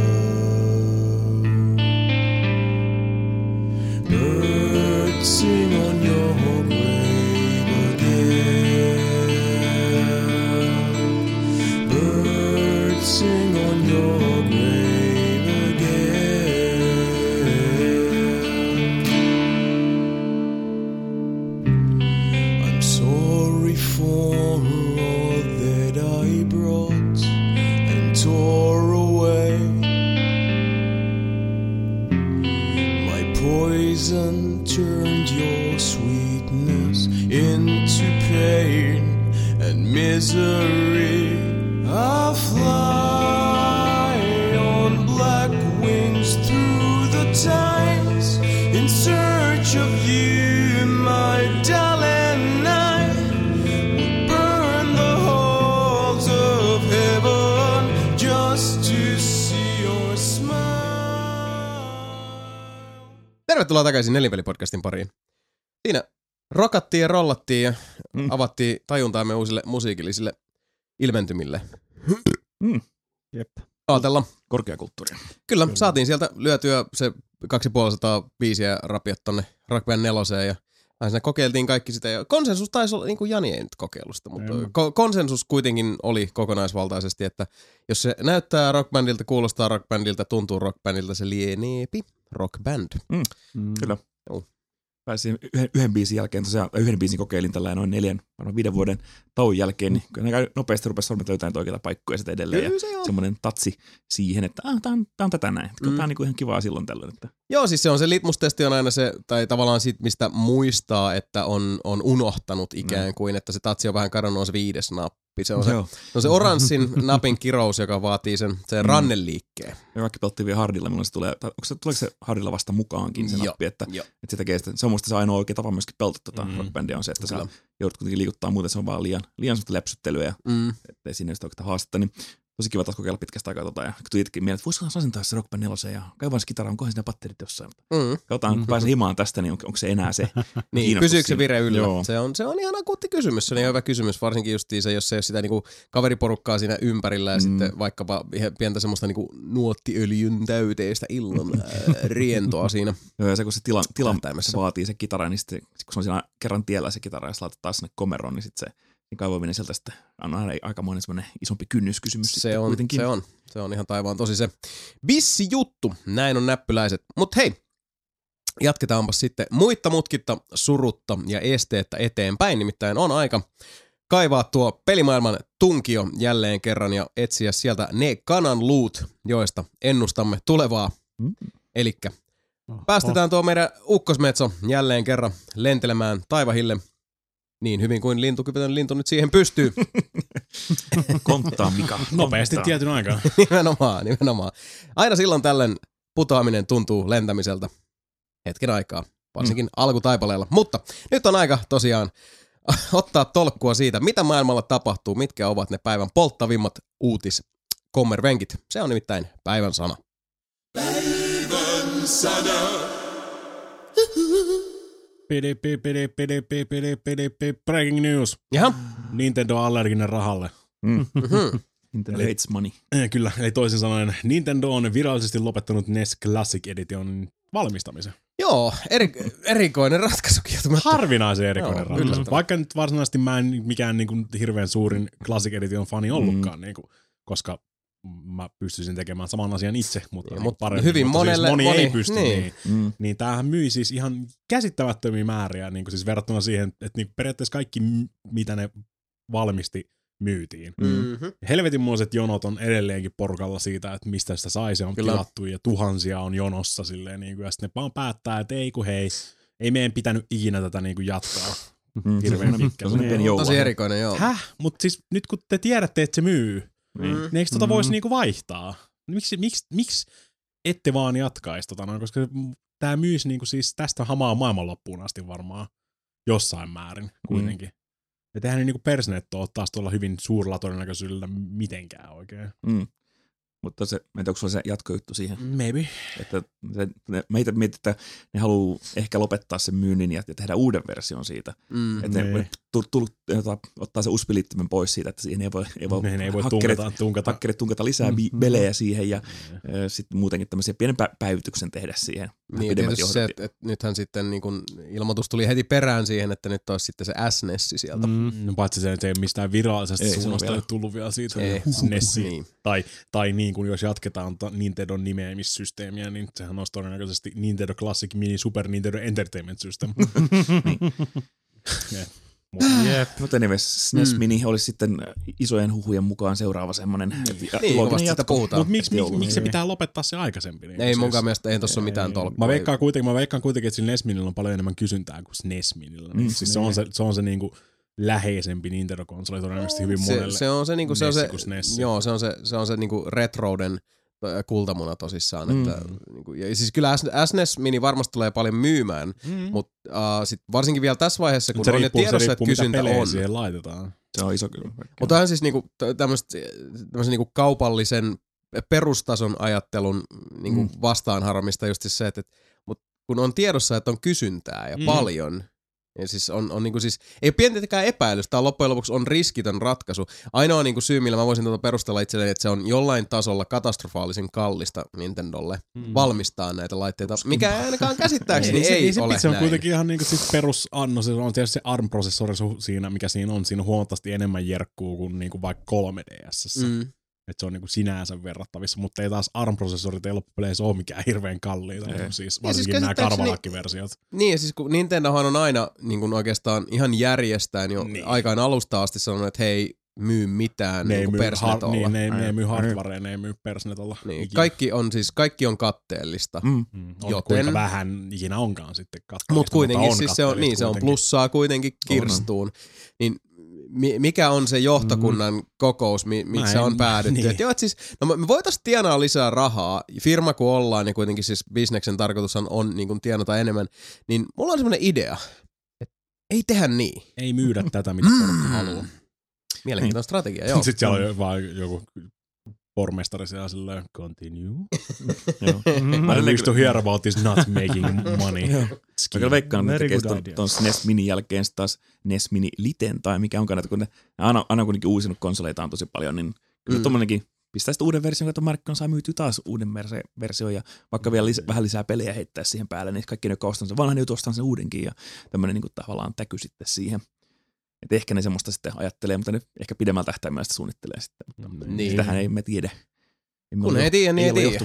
Birds sing on your grave again. Birds sing on your grave again. I'm sorry for all that I brought and tore away. My poison turned your sweetness into pain and misery. I'll fly on black wings through the times in search of you, my darling. I will burn the halls of heaven just to see your smile. Tervetuloa takaisin Nelinpeli-podcastin pariin. Siinä rokattiin ja rollattiin ja Mm. avattiin tajuntaamme uusille musiikillisille ilmentymille. Mm. Jep. Aatella. Korkeakulttuuria. Kyllä, saatiin sieltä lyötyä se kaksituhattaviisisataa biisiä rapiat tonne Rock Band neloseen ja Ai siinä kokeiltiin kaikki sitä. Ja konsensus taisi olla, niin kuin Jani ei nyt kokeilusta, mutta ko- konsensus kuitenkin oli kokonaisvaltaisesti, että jos se näyttää rockbandilta, kuulostaa rockbandilta, tuntuu rockbandilta, se lieneepi rockband. Mm. Mm. Kyllä. Joo. Pääsin yhden, yhden biisin jälkeen, tosiaan yhden biisin kokeilin tällä noin neljän, varmaan viiden vuoden tauon jälkeen, niin kyllä nopeasti rupesi sormet löytämään oikeita paikkoja sitä edelleen. Kyllä, ja se semmoinen tatsi siihen, että ah, tää, on, tää on tätä näin. Mm. Tää on niinku ihan kivaa silloin tällöin. Että. Joo, siis se on se litmustesti on aina se, tai tavallaan siitä, mistä muistaa, että on, on unohtanut ikään kuin, että se tatsi on vähän kadonnut, on se viides nappi. Se on se, se, on se oranssin napin kirous, joka vaatii sen, sen mm. ranneliikkeen. Ja vaikka pelttiin vielä hardilla, milloin se tulee, tai onko se, tuleeko se hardilla vasta mukaankin se jo, nappi, että, että se tekee sitä, se on musta se ainoa oikea tapa myöskin pelata tuota mm. rockbandia on se, että Kyllä. sä joudut kuitenkin liikuttaa, muuten se on vaan liian, liian semmoista läpsyttelyä ja mm. ettei siinä ole sitä haastetta, niin tosi kiva taas kokeilla pitkästä aikaa tota, ja kun tuli itsekin mieleen, että voisikohan asentaa se Rock Band nelosen ja kaivaan se kitara, onkohan siinä patterit jossain. Mm. Katsotaan, kun pääsee himaan tästä, niin on, onko se enää se niin, pysyykö se vire yllä? Se on, se on ihan akuutti kysymys, se on ihan hyvä kysymys, varsinkin justiin se, jos se ei ole sitä niinku kaveriporukkaa siinä ympärillä ja mm. sitten vaikkapa pientä semmoista niinku nuottiöljyn täyteistä illan rientoa siinä. Joo, ja se kun se tila, tila vaatii se kitara, niin sitten kun se on siinä kerran tiellä se kitara ja se laitetaan sinne komeroon, niin sitten se niin kaivaminen sieltä sitten on aikamoinen semmoinen isompi kynnyskysymys. Se on, kuitenkin. se on, se on ihan taivaan tosi se vissi juttu. Näin on näppyläiset. Mut hei, jatketaanpa sitten muitta mutkitta, surutta ja esteettä eteenpäin. Nimittäin on aika kaivaa tuo pelimaailman tunkio jälleen kerran ja etsiä sieltä ne kananluut, joista ennustamme tulevaa. Mm. Elikkä oh, päästetään oh. tuo meidän ukkosmetso jälleen kerran lentelemään taivahille. Niin hyvin kuin lintukyvytön lintu nyt siihen pystyy. Konttaa Mika. Nopeasti tietyn aikaan. nimenomaan, nimenomaan. Aina silloin tällöin putoaminen tuntuu lentämiseltä hetken aikaa, varsinkin mm. alkutaipaleella. Mutta nyt on aika tosiaan ottaa tolkkua siitä, mitä maailmalla tapahtuu, mitkä ovat ne päivän polttavimmat uutiskommervenkit. Se on nimittäin päivän sana. Päivän sana. Breaking news. Jaha. Nintendo on allerginen rahalle. Mm. Mm-hmm. Nintendo hates money. Kyllä, eli toisin sanoen Nintendo on virallisesti lopettanut N E S Classic Edition valmistamisen. Joo, eri, erikoinen ratkaisu. Harvinaisen erikoinen Joo, ratkaisu. Kyllä. Vaikka nyt varsinaisesti mä en mikään niin kuin hirveän suurin Classic Edition fani ollutkaan, mm. niin kuin, koska mä pystyisin tekemään saman asian itse, mutta, ja, mutta paremmin. Hyvin mutta monelle, siis moni, moni ei pysty. Niin, niin, mm. niin tämähän myi siis ihan käsittämättömiä määriä niin kuin siis verrattuna siihen, että niin periaatteessa kaikki, mitä ne valmisti, myytiin. Mm-hmm. Helvetinmoiset jonot on edelleenkin porukalla siitä, että mistä sitä sai, se on Kyllä. tilattu ja tuhansia on jonossa silleen, niin kuin, ja sitten ne vaan päättää, että ei kun hei, ei meidän pitänyt ikinä tätä niin kuin jatkaa. Mm-hmm. Hirveän pitkälle. Tosi erikoinen, joo. Häh? Mutta siis nyt kun te tiedätte, että se myy, Mm. niin eikö tota mm-hmm. voisi niinku vaihtaa? Miksi, miksi, miksi ette vaan jatkaisi tota noin, koska tää myisi niinku siis tästä hamaa maailmanloppuun asti varmaan jossain määrin kuitenkin. Mm. Ja tehän niinku persnetto ottaa tuolla hyvin suurella todennäköisyydellä mitenkään oikein. Mm. Mutta se, mä en tiedä, onko sulla se jatkojuttu siihen? Maybe. Että se, ne, mä itse mietin, että ne haluaa ehkä lopettaa sen myynnin ja tehdä uuden version siitä. Mm, että ne, ne tullut, tullut, ottaa se U S B-liittimen pois siitä, että siihen ei voi, ei voi, ne ei voi hakkerit, tunkata, tunkata. hakkerit tunkata lisää mm, belejä siihen ja mm. sitten muutenkin tämmöisiä pienen päivityksen tehdä siihen. Niin, tietysti se, että, että nythän sitten niin kun ilmoitus tuli heti perään siihen, että nyt olisi sitten se S N E S sieltä. Mm. No paitsi se, että se ei ole mistään virallisesta ei, suunnasta vielä tullut vielä siitä ei, S N E S. Niin. Tai, tai niin kuin jos jatketaan Nintendon nimeämissysteemiä, niin sehän olisi todennäköisesti Nintendo Classic Mini Super Nintendo Entertainment System. niin. yeah. Yep. Mutta anyways, S N E S mm. Mini olisi sitten isojen huhujen mukaan seuraava semmoinen niin, kovasti sitä puhutaan. Mutta miksi miksi, miksi se pitää lopettaa se aikaisempi? Niin ei siis, munkaan mielestä, ei tossa ole mitään tolkkua. Mä veikkaan kuitenkin, mä veikkaan kuitenkin että sillä N E S Minillä on paljon enemmän kysyntää kuin S N E S Minillä. Mm. Siis se on se, se, on se niinku läheisempi Nintendo-konsoli todennäköisesti hyvin monelle. Se, se on se niinku se on se, joo, se on se se on se niinku retrouden kultamuna tosissaan. Mm. Että, niinku, ja siis kyllä S N E S Mini varmasti tulee paljon myymään, mm. mutta uh, sit varsinkin vielä tässä vaiheessa, kun se on riippuu, jo tiedossa, että kysyntä on. Siihen laitetaan. Se on iso kyllä. Mutta on siis niinku, tämmöisen niinku kaupallisen perustason ajattelun niinku mm. vastaan harmista just se, että et, mut kun on tiedossa, että on kysyntää ja mm. paljon, Ja siis on, on niinku siis, ei ole pientäkään epäilystä, tämä loppujen lopuksi on riskitön ratkaisu. Ainoa niinku syy, millä mä voisin tuota perustella itselleni, että se on jollain tasolla katastrofaalisen kallista Nintendolle mm. valmistaa näitä laitteita, mikä ainakaan käsittääkseni ei, ei, ei se, ole Se on näin. kuitenkin ihan niinku siis perusanno, se on tietysti se A R M-prosessori siinä, mikä siinä on, siinä on huomattavasti enemmän jerkkuu kuin niinku vaikka kolme D S:ssä. Mm. Että se on niinku sinänsä verrattavissa, mutta ei taas A R M-prosessorit ei loppupeleissä ole mikään hirveän kalliita, niin siis varsinkin siis nämä karvalakkiversiot. Niin, ja siis kun Nintendohan on aina niin kuin oikeastaan ihan järjestään jo niin. aikaan alusta asti sanonut, että hei, myy mitään niin kuin Persnetolla. Niin, ne, ne ei myy hardwarea, ne ei myy Persnetolla. Niin, kaikki on siis, kaikki on katteellista. Mm. Mm, on joten, kuinka vähän ikinä onkaan sitten katteellista. Mutta kuitenkin, siis se on, niin, se on plussaa kuitenkin kirstuun. Niin mikä on se johtokunnan mm. kokous, miksi se on päädytty. Niin. Et joo, et siis, no me voitaisiin tienaa lisää rahaa, firma kun ollaan, ja kuitenkin siis bisneksen tarkoitus on, on niin kuin tienata enemmän, niin mulla on semmoinen idea, että ei tehdä niin. Ei myydä tätä, mitä porukka haluaa. Mielenkiintoinen strategia, joo. Sitten siellä on vaan joku pormestari siellä silleen, continue. I wish to hear about this not making money. Mä kyllä veikkaan, että tekee tuon S N E S Minin jälkeen taas N E S Mini Liten tai mikä onkaan, että kun ne aina, aina kuitenkin uusinut konsoleita on tosi paljon, niin kyllä mm. tuommoinenkin pistää sitten uuden version, että markkinoilla saa myytyä taas uuden version ja vaikka vielä lisä, vähän lisää pelejä heittää siihen päälle, niin kaikki ne, jotka ostaa sen vanhan, joutuu ostamaan sen uudenkin ja tämmöinen niin kuin tavallaan täky sitten siihen. Että ehkä ne semmoista sitten ajattelee, mutta ne ehkä pidemmällä tähtäimellä sitä suunnittelee sitten. Niin. Sitähän ei me tiedä. Emme kun ole, ei tiedä, niin ei tiedä.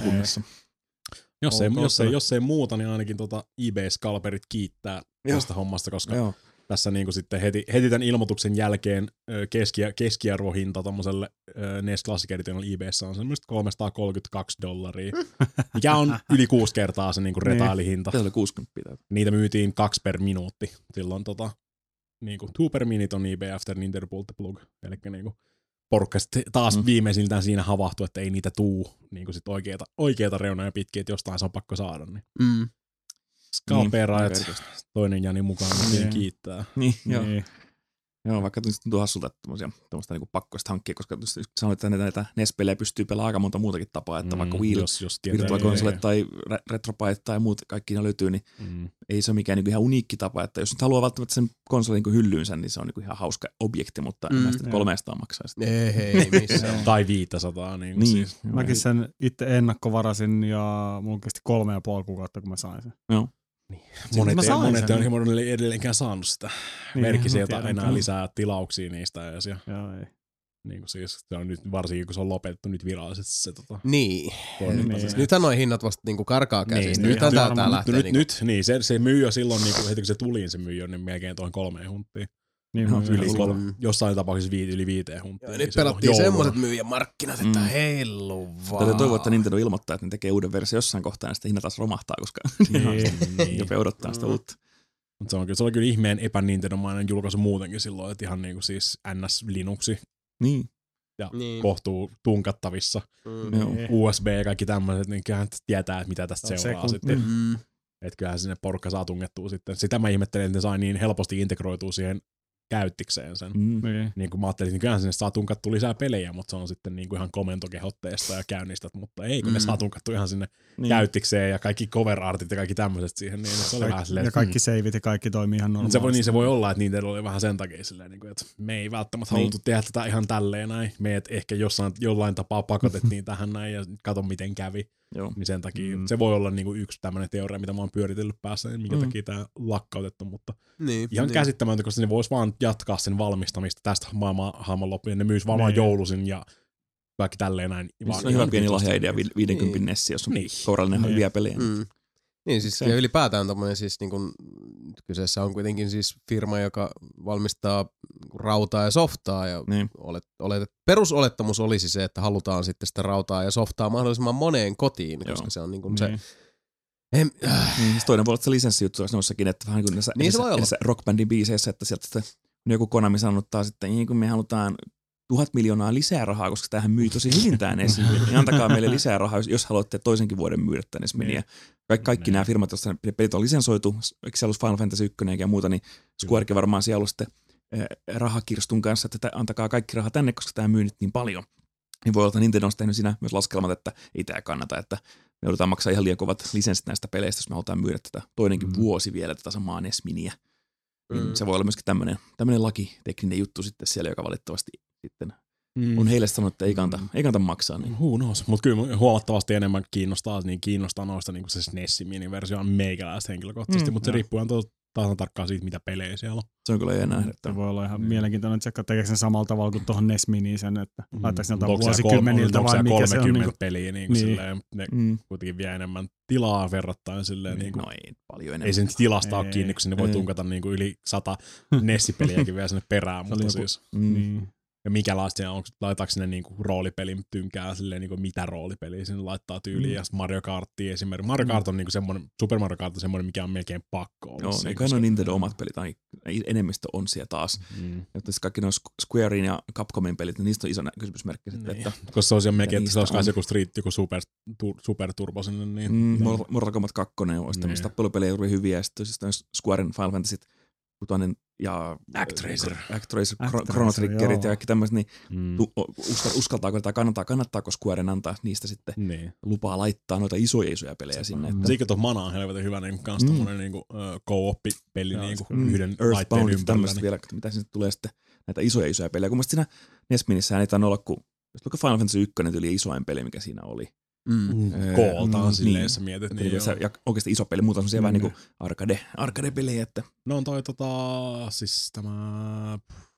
Jos ei, jos, ei, jos ei muuta, niin ainakin tota eBay-scalperit kiittää Joo. tästä hommasta, koska Joo. tässä niinku sitten heti, heti tämän ilmoituksen jälkeen keski, keskiarvohinta tommoselle N E S Classic Editionilla eBayssä on semmoista kolmesataakolmekymmentäkaksi dollaria, mikä on yli kuusi kertaa se niinku retailihinta. Se oli kuusikymmentä. Niitä myytiin kaksi per minuutti. Silloin tota, niinku two per minute on eBay after Nintendo pulled the plug. Elikkä niinku porukka taas mm. viimeisiltään siinä havahtui, että ei niitä tuu niin sit oikeita, oikeita reunoja pitkin, että jostain se on pakko saada. Niin. Mm. Scalperaajat, niin, toinen Jani mukaan, niin kiittää. Niin, joo. Niin. Joo, vaikka tuntuu hassulta, että tuommoista niinku pakkoista hankkia, koska sanoit, että näitä, näitä N E S-pelejä pystyy pelaamaan aika monta muutakin tapaa, että mm, vaikka Wii, Virtual Console tai Retropie tai muut, kaikki ne löytyy, niin mm. ei se ole mikään niinku ihan uniikki tapa, että jos nyt haluaa välttämättä sen konsolin niinku hyllyynsä, niin se on niinku ihan hauska objekti, mutta mm, en mä sitten kolmesataa maksaa sitä. Ei, hei, missään. Tai viisisataa. Niin, niin. Siis. Mäkin sen itse ennakkovarasin ja mulla kesti kolme ja puoli kuukautta, kun mä sain sen. Joo. Niin. Monet, ei, monet ei ole edelleenkään saanut sitä. Niin, Merkki sieltä enää kyllä. lisää tilauksia niistä edes. Ja, Joo, ei. Niin kuin siis, se on nyt, varsinkin kun se on lopetettu nyt virallisesti se tota, niin. niin. Siis nythän noi hinnat vasta niinku karkaa käsistä. Niin, nythän tää, tää lähtee. Nyt, niinku. nyt, niin se, se myy jo silloin, niinku, heti kun se tuli, niin se myy jo niin melkein tuohon kolmeen hunttiin. Niin, no, yli kolme, jossain tapauksessa viit, yli viiteen hunttiin. Joo, nyt pelattiin semmoiset myyjämarkkinat, että mm. heilu vaan. Täytyy toivoa, että Nintendo ilmoittaa, että ne tekee uuden versio jossain kohtaa, ja sitten hinnat taas romahtaa, koska niin. jopa odottaa sitä uutta. Mutta se on, se on kyllä ihmeen epä-Nintendo-mainen julkaisu muutenkin silloin, että ihan niinku siis N S-Linuxi. Niin. Ja niin. kohtuu tunkattavissa. Mm. U S B ja kaikki tämmöiset, niin kyllähän tietää, että mitä tästä seuraa sitten. Mm. Että kyllähän sinne porukka saa tungettua sitten. Sitä mä ihmettelen, että ne sai niin helposti integroitua siihen käyttikseen sen. Mm. Niin kuin mä ajattelin, niin kyllähän sinne saa tunkattua lisää pelejä, mutta se on sitten niin kuin ihan komentokehotteesta ja käynnistät, mutta ei, kun mm. ne saa tunkattua ihan sinne niin. käyttikseen ja kaikki cover artit ja kaikki tämmöiset siihen. Niin se oli vähän silleen, ja kaikki saveit ja kaikki toimii ihan normaalisti. Se voi, niin se voi olla, että niitä oli vähän sen takia silleen, että me ei välttämättä niin. haluttu tehdä tätä ihan tälleen näin. Meidät ehkä jossain, jollain tapaa pakotettiin tähän näin ja kato miten kävi. Joo. Niin sen takia mm. se voi olla niinku yksi tämmöinen teoria, mitä mä oon pyöritellyt päässä, niin minkä mm. takia tää lakkautettu, mutta niin, ihan niin. käsittämätöntä, koska ne vois vaan jatkaa sen valmistamista tästä maailman loppuun, ja ne myys vaan niin. joulusin ja kaikki tälleen näin. Se on hyvä pieni lahjaidea, viisikymmentä niin. Nessi, jos on niin. kourallinen niin. hyviä pelejä. Mm. Niin siis ja ylipäätään tommoinen siis niin kun, kyseessä on kuitenkin siis firma, joka valmistaa rautaa ja softaa ja niin. olet, olet, perusolettamus olisi se, että halutaan sitten sitä rautaa ja softaa mahdollisimman moneen kotiin, Joo. koska se on niin kuin niin. se... Em, äh. niin, toinen voi olla se lisenssijuttu olisi noissakin, että vähän kuin näissä, niin näissä rockbandin biiseissä, että sieltä sitten joku Konami sanottaa sitten, niin kun me halutaan tuhat miljoonaa lisää rahaa, koska tämähän myy tosi hyvin tämä N E S, niin antakaa meille lisää rahaa, jos haluatte toisenkin vuoden myydä tämän N E S Miniä. Kaikki, kaikki nämä firmat, joissa pelit on lisensoitu, eikö siellä ollut Final Fantasy yksi ja muuta, niin Squarekin varmaan siellä ollut sitten rahakirstun kanssa, että antakaa kaikki rahaa tänne, koska tämä myy nyt niin paljon. Niin voi olla, että Nintendo on tehnyt siinä myös laskelmat, että ei tämä kannata, että me joudutaan maksaa ihan liian kovat lisenssit näistä peleistä, jos me halutaan myydä tätä toinenkin mm. vuosi vielä tätä samaa N E S Miniä. Niin Mm. se voi olla myöskin tämmöinen, tämmöinen lakitekninen juttu sitten siellä, joka valitettavasti sitten Mm. on heille sanonut, että ei kannata, ei kannata maksaa. Niin. Who knows? Mutta kyllä huomattavasti enemmän kiinnostaa, niin kiinnostaa noista niin se S N E S mini-versio on meikäläistä henkilökohtaisesti, Mm, mutta se joo. riippuu ihan tasan tarkkaan siitä, mitä pelejä siellä on. Se on kyllä jännä nähdä. Se voi olla ihan mielenkiintoinen tsekka, tekeekö sen samalla tavalla kuin tuohon N E S Miniin sen, että Mm. laittaako ne Onko jotain siellä vuosikymmeniltä kolme- vai onko mikä siellä se on. kolmekymmentä Niin peliä, niin kuin Niin. silleen, ne Mm. kuitenkin vie enemmän tilaa verrattain silleen. Niin kuin, No ei paljon enemmän. ei se nyt tilasta ole Ei. kiinni, kun sinne voi Ei. tunkata niin kuin yli sata N E S-peliäkin vielä sinne perään, Se mutta oli siis... Mm. niin. Ja mikä laista, onko laitaanko sinne niinku roolipelin tynkää silleen niinku mitä roolipeliä sinne laittaa tyyliin, mm. ja Mario Karttia esimerkiksi. Mario Kart on niinku semmoinen, Super Mario Kart on semmoinen, mikä on melkein pakko olla. Joo, siinä, eikä ne Nintendo omat pelit, tai enemmistö on siellä taas. Mm. Ja tietysti kaikki nuo Squarein ja Capcomin pelit, niin niistä on iso nä- kysymysmerkki sitten, Niin. että Koska se on siellä melkein, että se niistä olisi kai on. joku Street, joku Super, tu, super Turbo sinne. Niin. mm, Mortal- Mortal Kombat kaksi olisi tämmöistä Niin. tappelupelejä juuri hyviä, ja sitten siis Squaren Final Fantasy kutonen ja Actraiser. Actraiser, Actraiser, Chrono Triggerit joo. ja kaikki tämmöiset, niin Mm. tu- uskal- uskaltaako tai kannattaa, kannattaako Squaren antaa niistä sitten Niin. lupaa laittaa noita isoja isoja pelejä sinne. Että Seikö tuossa Mana on helvetin hyvä niin kans Mm. tommonen niin kuin, uh, co-op-peli niin kuin Mm, yhden laitteen Earthboundit ympärillä. tämmöistä Niin. vielä, että mitä sinne tulee sitten näitä isoja isoja pelejä. Kun mielestäni siinä N E S Minissä ei tainnut olla kuin, jos Final Fantasy yksi tuli isoin peli, mikä siinä oli. Mm. Öö, Kooltaan mm, silleen, niin. jos sä mietit. Että Niin, niinku joo. se, ja oikeasti iso peli, muuta semmoisia Mm. vähän niin kuin arcade, arcade-pelejä, että No on toi tota, siis tämä...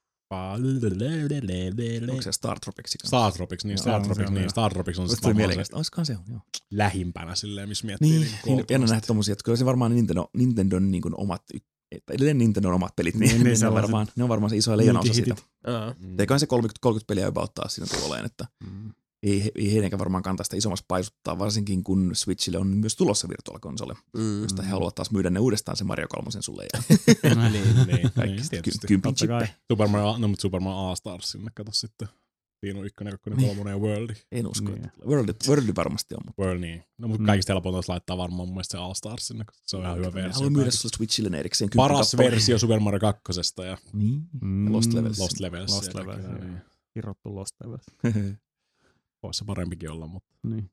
onko se Star Tropics? Star Tropics, niin Joo, Star se Tropics, on niin hyvä. Star Tropics on Musta sitten tuli varmaan mieleen, se että olisikohan se on, joo. lähimpänä silleen, missä miettii. Niin, niin niin kooltuasti. jännä nähdä tommosia, että kyllä se varmaan Nintendo, Nintendon niin kuin omat, että edelleen Nintendon omat pelit, niin, Niin, niin, niin niin ne, on sellaiset varmaan, ne on varmaan se iso leijana osa siitä. myyntihitit. Aa. Mm. Eiköhän se kolmekymmentä, kolmekymmentä peliä jopa ottaa siinä tuoleen, että Mm. ei, he- ei heidänkään varmaan kantaa sitä isommassa paisuttaa, varsinkin kun Switchille on myös tulossa Virtual Console, Mm. josta he haluavat taas myydä ne uudestaan sen Mario kolmosen sulle ja niin, niin, kaikki niin, sitten tietysti. ky- kympin Totta kai. chippe. Super Mario, no, mutta Super Mario All-Stars sinne, kato sitten. Siinä on ykkönen, kakkonen, Niin. kolmonen ja Worldi. En usko, Niin. että World, World varmasti on, mutta World, niin. No, mutta Mm. kaikista helpointa olisi laittaa varmaan mun mielestä se All-Stars sinne, koska se on ihan hyvä ne versio. haluaa myydä kaikista. sulle Switchille ne erikseen kympin Paras kappale. versio Super Mario kakkosesta ja Niin. Mm. Lost Levels. Lost Levels. Lost ja Levels, kaikki joo. nää, niin. Irrottu Lost Levels. Voisi se parempikin olla, mutta Niin.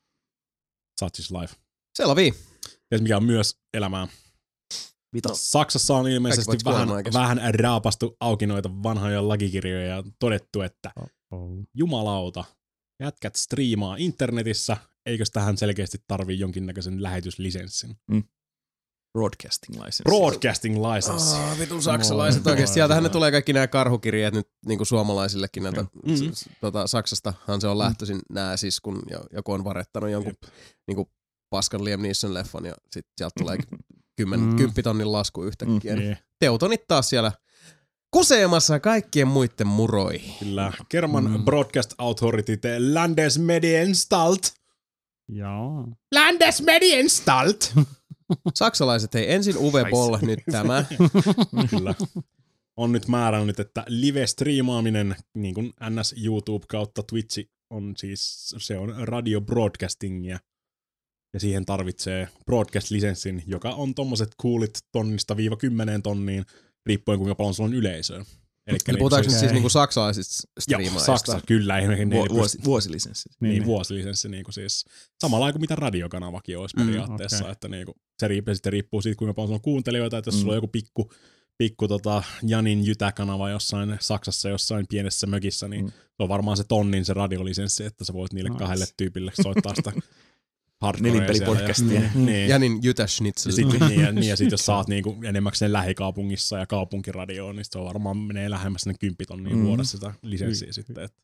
such is life. Selvii. Tiedätkö, mikä on myös elämää? Vita. Saksassa on ilmeisesti Kaikki vähän, voit kuolemaan vähän raapastu auki noita vanhoja lakikirjoja ja todettu, että Oh. jumalauta, jätkät striimaa internetissä, eikös tähän selkeästi tarvii jonkinnäköisen lähetyslisenssin? Broadcasting license. Broadcasting license. Oh, vitun saksalaiset Moi. oikeesti. Sieltähän ne tulee kaikki nämä karhukirjeet nyt niinku suomalaisillekin näitä. Mm. S- tota, Saksastahan se on lähtöisin nää siis, kun jo- joku on varettanut jonkun niinku paskan Liam Neeson leffan ja sit sieltä tulee kymmen, Mm. kymppitonnin lasku yhtäkkiä. Mm. Niin. Teutonit taas siellä kuseemassa kaikkien muiden muroihin. Kyllä. German Mm. Broadcast Authority, the Landesmedienstalt. Joo. Landesmedienstalt. Saksalaiset, hei ensin Uwe Boll, nyt tämä. Kyllä. On nyt määrännyt, että live-striimaaminen, niin kuin N S YouTube kautta Twitchi, on siis, se on radio broadcastingia. Ja siihen tarvitsee broadcast-lisenssin, joka on tommoset coolit tonnista viiva kymmeneen tonniin, riippuen kuinka paljon sulla on yleisöä. Elikkä Eli puhutaanko nyt se- siis niinku saksalaisista Joo, striimaajista? Saksa, kyllä. Ei, ei, Vu- vuosi, vuosilisenssi. Niin, Niin, niin vuosilisenssi niin kuin siis samalla kuin mitä radiokanavakin olisi Mm, periaatteessa, okei. että niin kuin, se riippuu, sitten riippuu siitä, kuinka paljon sulla on kuuntelijoita, että jos Mm. sulla on joku pikku, pikku tota Janin Jytä-kanava jossain Saksassa, jossain pienessä mökissä, niin Mm. se on varmaan se tonnin se radiolisenssi, että sä voit niille Nice. kahdelle tyypille soittaa sitä hardcorea Nelinpelipodcastia. siellä. Ja, niin. Janin Jytäschnitzel. Ja sitten niin, ja, niin, ja sit jos saat niinku enimmäkseen lähikaupungissa ja kaupunkiradioon, niin se on varmaan menee lähemmäs sinne kymppitonniin Mm. mm. vuodessa sitä lisenssiä sitten. Et.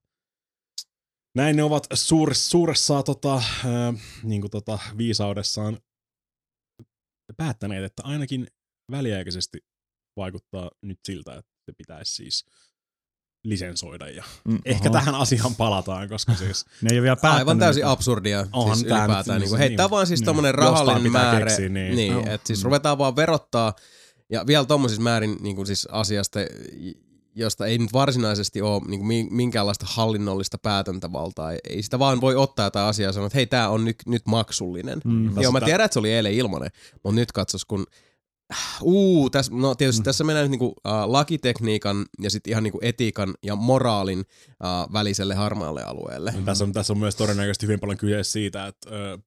Näin ne ovat suur, suuressa tota, äh, niinku tota, viisaudessaan päättäneet, että ainakin väliaikaisesti vaikuttaa nyt siltä, että se pitäisi siis lisensoida. Ja Mm. ehkä Oho. tähän asiaan palataan, koska siis Ne ei ole vielä päättänyt. Aivan täysin mitään. absurdia Onhan siis tää ylipäätään. nyt Niin siis heittää niin. vaan siis Niin. tommonen Jostain rahallinen pitää määrä. keksiä, niin. niin Joo. että siis Mm. ruvetaan vaan verottaa ja vielä tommosissa määrin niin kuin siis asiasta, josta ei nyt varsinaisesti ole niin kuin minkäänlaista hallinnollista päätäntävaltaa. Ei sitä vaan voi ottaa jotain asiaa ja sanoa, että hei, tää on nyt, nyt maksullinen. Mm. Joo, mä Tässä tiedän, että se oli eilen ilmanen, mutta nyt katsos, kun Uu, tässä, no tietysti Mm. tässä mennään nyt niinku, uh, lakitekniikan ja sitten ihan niinku etiikan ja moraalin uh, väliselle harmaalle alueelle. Mm. Tässä on, tässä on myös todennäköisesti hyvin paljon kyse siitä, että ö,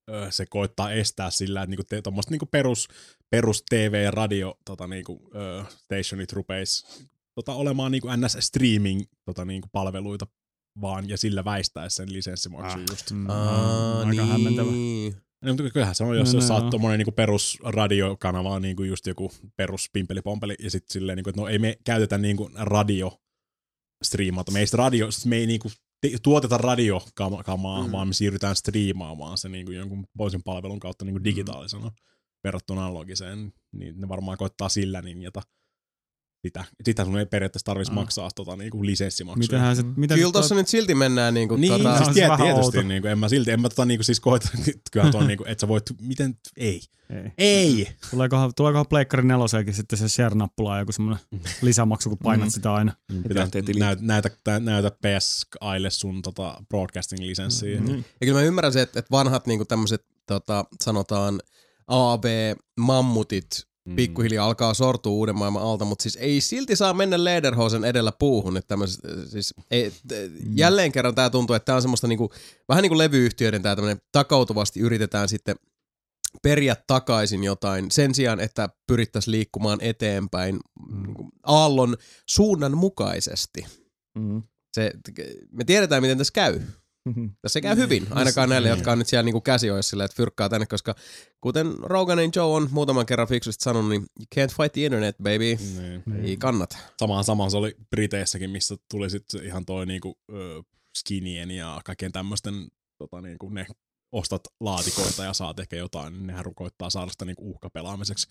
ö, se koittaa estää sillä, että niinku te, tommoset niinku perus, perus T V ja radio tota, niinku, ö, stationit rupeis tota, olemaan niinku N S-streaming tota, niinku palveluita vaan, ja sillä väistäisi sen lisenssimaksun ah. just. Mm, Aa, aika niin. hämmentävä. No, mutta kyllähän se on, jos, No, jos no, sä oot no. tommonen niinku perusradiokanava, niinku just joku perus pimpeli-pompeli, ja sit silleen, niinku, että no ei me käytetä niinku radio striimata. Me ei, radio, me ei niinku te, tuoteta radiokamaa, mm. vaan me siirrytään striimaamaan se niinku jonkun toisen palvelun kautta niinku digitaalisena mm. verrattuna analogiseen. Niin ne varmaan koittaa sillä ninjata. Sitä, sitä sun ei periaatteessa tarvitsisi mm. maksaa tota, niinku lisenssimaksuja. Mitähän se, mitä Kyllä se tuossa nyt silti mennään niinku niin, tota... siis se tiet, vähän tietysti, outo. niinku, en mä silti, en mä tota niinku siis koeta, kyllä tuon niinku, että sä voit, miten, ei, ei. ei. Tuleekohan, tuleekohan Pleikkarin nelosenkin sitten se share-nappula ja joku semmoinen lisämaksu, kun painat Mm. sitä aina. Pitää Pitää tili. näytä, näytä, näytä P S Aille sun tota, broadcasting-lisenssiä. Mm-hmm. Mm. Ja kyllä mä ymmärrän se, että, että vanhat niinku tämmöiset tota, sanotaan A B-mammutit pikkuhiljaa alkaa sortua uuden maailman alta, mutta siis ei silti saa mennä Lederhosen edellä puuhun. Että siis ei, t- jälleen kerran tää tuntuu, että tää on semmoista niinku, vähän niin kuin levyyhtiöiden tää tämmönen takautuvasti yritetään sitten periä takaisin jotain sen sijaan, että pyrittäisiin liikkumaan eteenpäin niinku aallon suunnan mukaisesti. Mm. Se, me tiedetään, miten tässä käy. Tässä käy hyvin, ainakaan näille, jotka on nyt siellä niinku käsioissa silleen, että fyrkkaa tänne, koska kuten Roganin Joe on muutaman kerran fiksusti sanonut, niin you can't fight the internet, baby. Niin. Ei kannata. Samaan samaan se oli Briteissäkin, missä tuli sitten ihan toi niinku, ö, skinien ja kaikkien tämmöisten, tota, niinku, ne ostat laatikoita ja saat ehkä jotain, niin nehän koittaa saada sitä niinku uhkapelaamiseksi.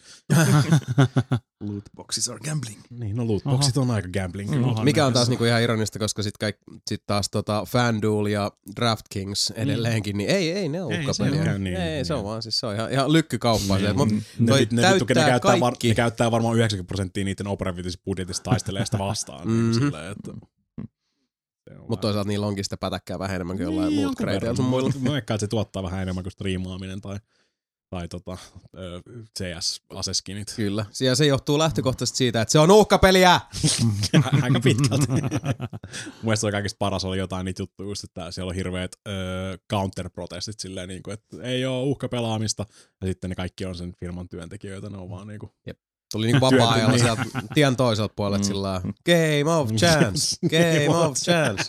Lootboxes are gambling. Niin, no lootboxit on aika gambling. Mm. Kyllä. Mikä on taas niinku ihan ironista, koska sit, kaik, sit taas tota FanDuel ja DraftKings edelleenkin, niin ei, ei ne on Ei, uhkapelia. se on niin, ei, niin. se on vaan, siis se on ihan, ihan lykkykauppaa. Niin. Mutta Ne, toi vit- ne, vittu, ne, täyttää käyttää var, kaikki. ne käyttää varmaan yhdeksänkymmentä prosenttia niiden operatiivisesta budjetista taistelee sitä vastaan. Mhm. niin silleen, että Mutta toisaalta niillä onkin sitä pätäkkää vähän enemmän kuin jollain niin, loot jonkun crateilla verran. sun muilla. Mä veikkaan, että se tuottaa vähän enemmän kuin striimaaminen tai, tai tota, C S-aseskinit. Kyllä. Ja se johtuu lähtökohtaisesti siitä, että se on uhkapeliä! Aika pitkälti. Mun mielestä oli kaikista paras oli jotain niitä juttuja, just, että siellä on hirveät öö, counter-protestit silleen, niin kuin, että ei ole uhkapelaamista. Ja sitten ne kaikki on sen firman työntekijöitä, ne on vaan niin kuin... Tuli niinku vapaa-ajalla Työt- sieltä tien toiselta puolelta Mm. sillä game of chance, game of chance.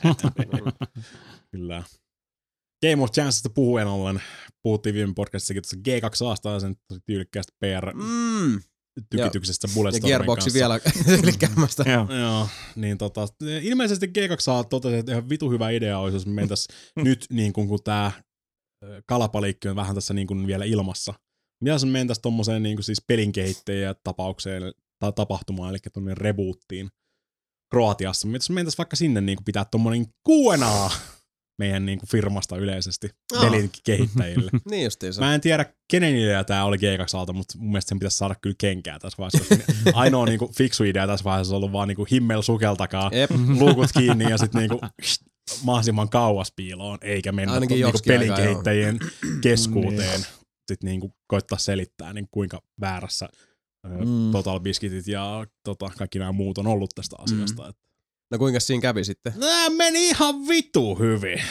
Kyllä. Game of Chancesta puhuen ollen, puhuttiin viime podcastissakin tuossa G kaksi A:sta sen tosi tyylikkäästä P Mm. R-tykityksestä Ja Bulletstormin Gearboxi kanssa. vielä selikkäämästä. Joo. Joo, niin tota, ilmeisesti G kaksi A totesi, että ihan vitu hyvä idea olisi, jos me mentäisiin nyt niin kuin, kun tää ö, kalapaliikki on vähän tässä niin kuin vielä ilmassa. Mitä jos me mentäisiin tommoseen niin kuin siis pelinkehittäjien tapaukseen tai tapahtumaan, eli tuonne rebootiin Kroatiassa. Mitä jos me mentäisiin vaikka sinne niin kuin pitää tommonen Q and A meidän niin kuin firmasta yleisesti Aa. pelin kehittäjille. Niin justiinsa. Mä en tiedä, kenen idea tää oli G kaksi A:lta, mutta mun mielestä sen pitäisi saada kyllä kenkää tässä vaiheessa. Ainoa niinku fiksu idea tässä vaiheessa on ollut vaan niinku himmel sukeltakaa, Jep. luukut kiinni ja sitten niinku mahdollisimman kauas piiloon, eikä mennä Ainakin niinku joksikin aikaa, pelinkehittäjien keskuuteen. Sitten niinku koittaa selittää, niin kuinka väärässä mm. Mm. Total Biscuitit ja tota, kaikki nämä muut on ollut tästä asiasta. Mm. No kuinka siinä kävi sitten? Nää meni ihan vitu hyvin.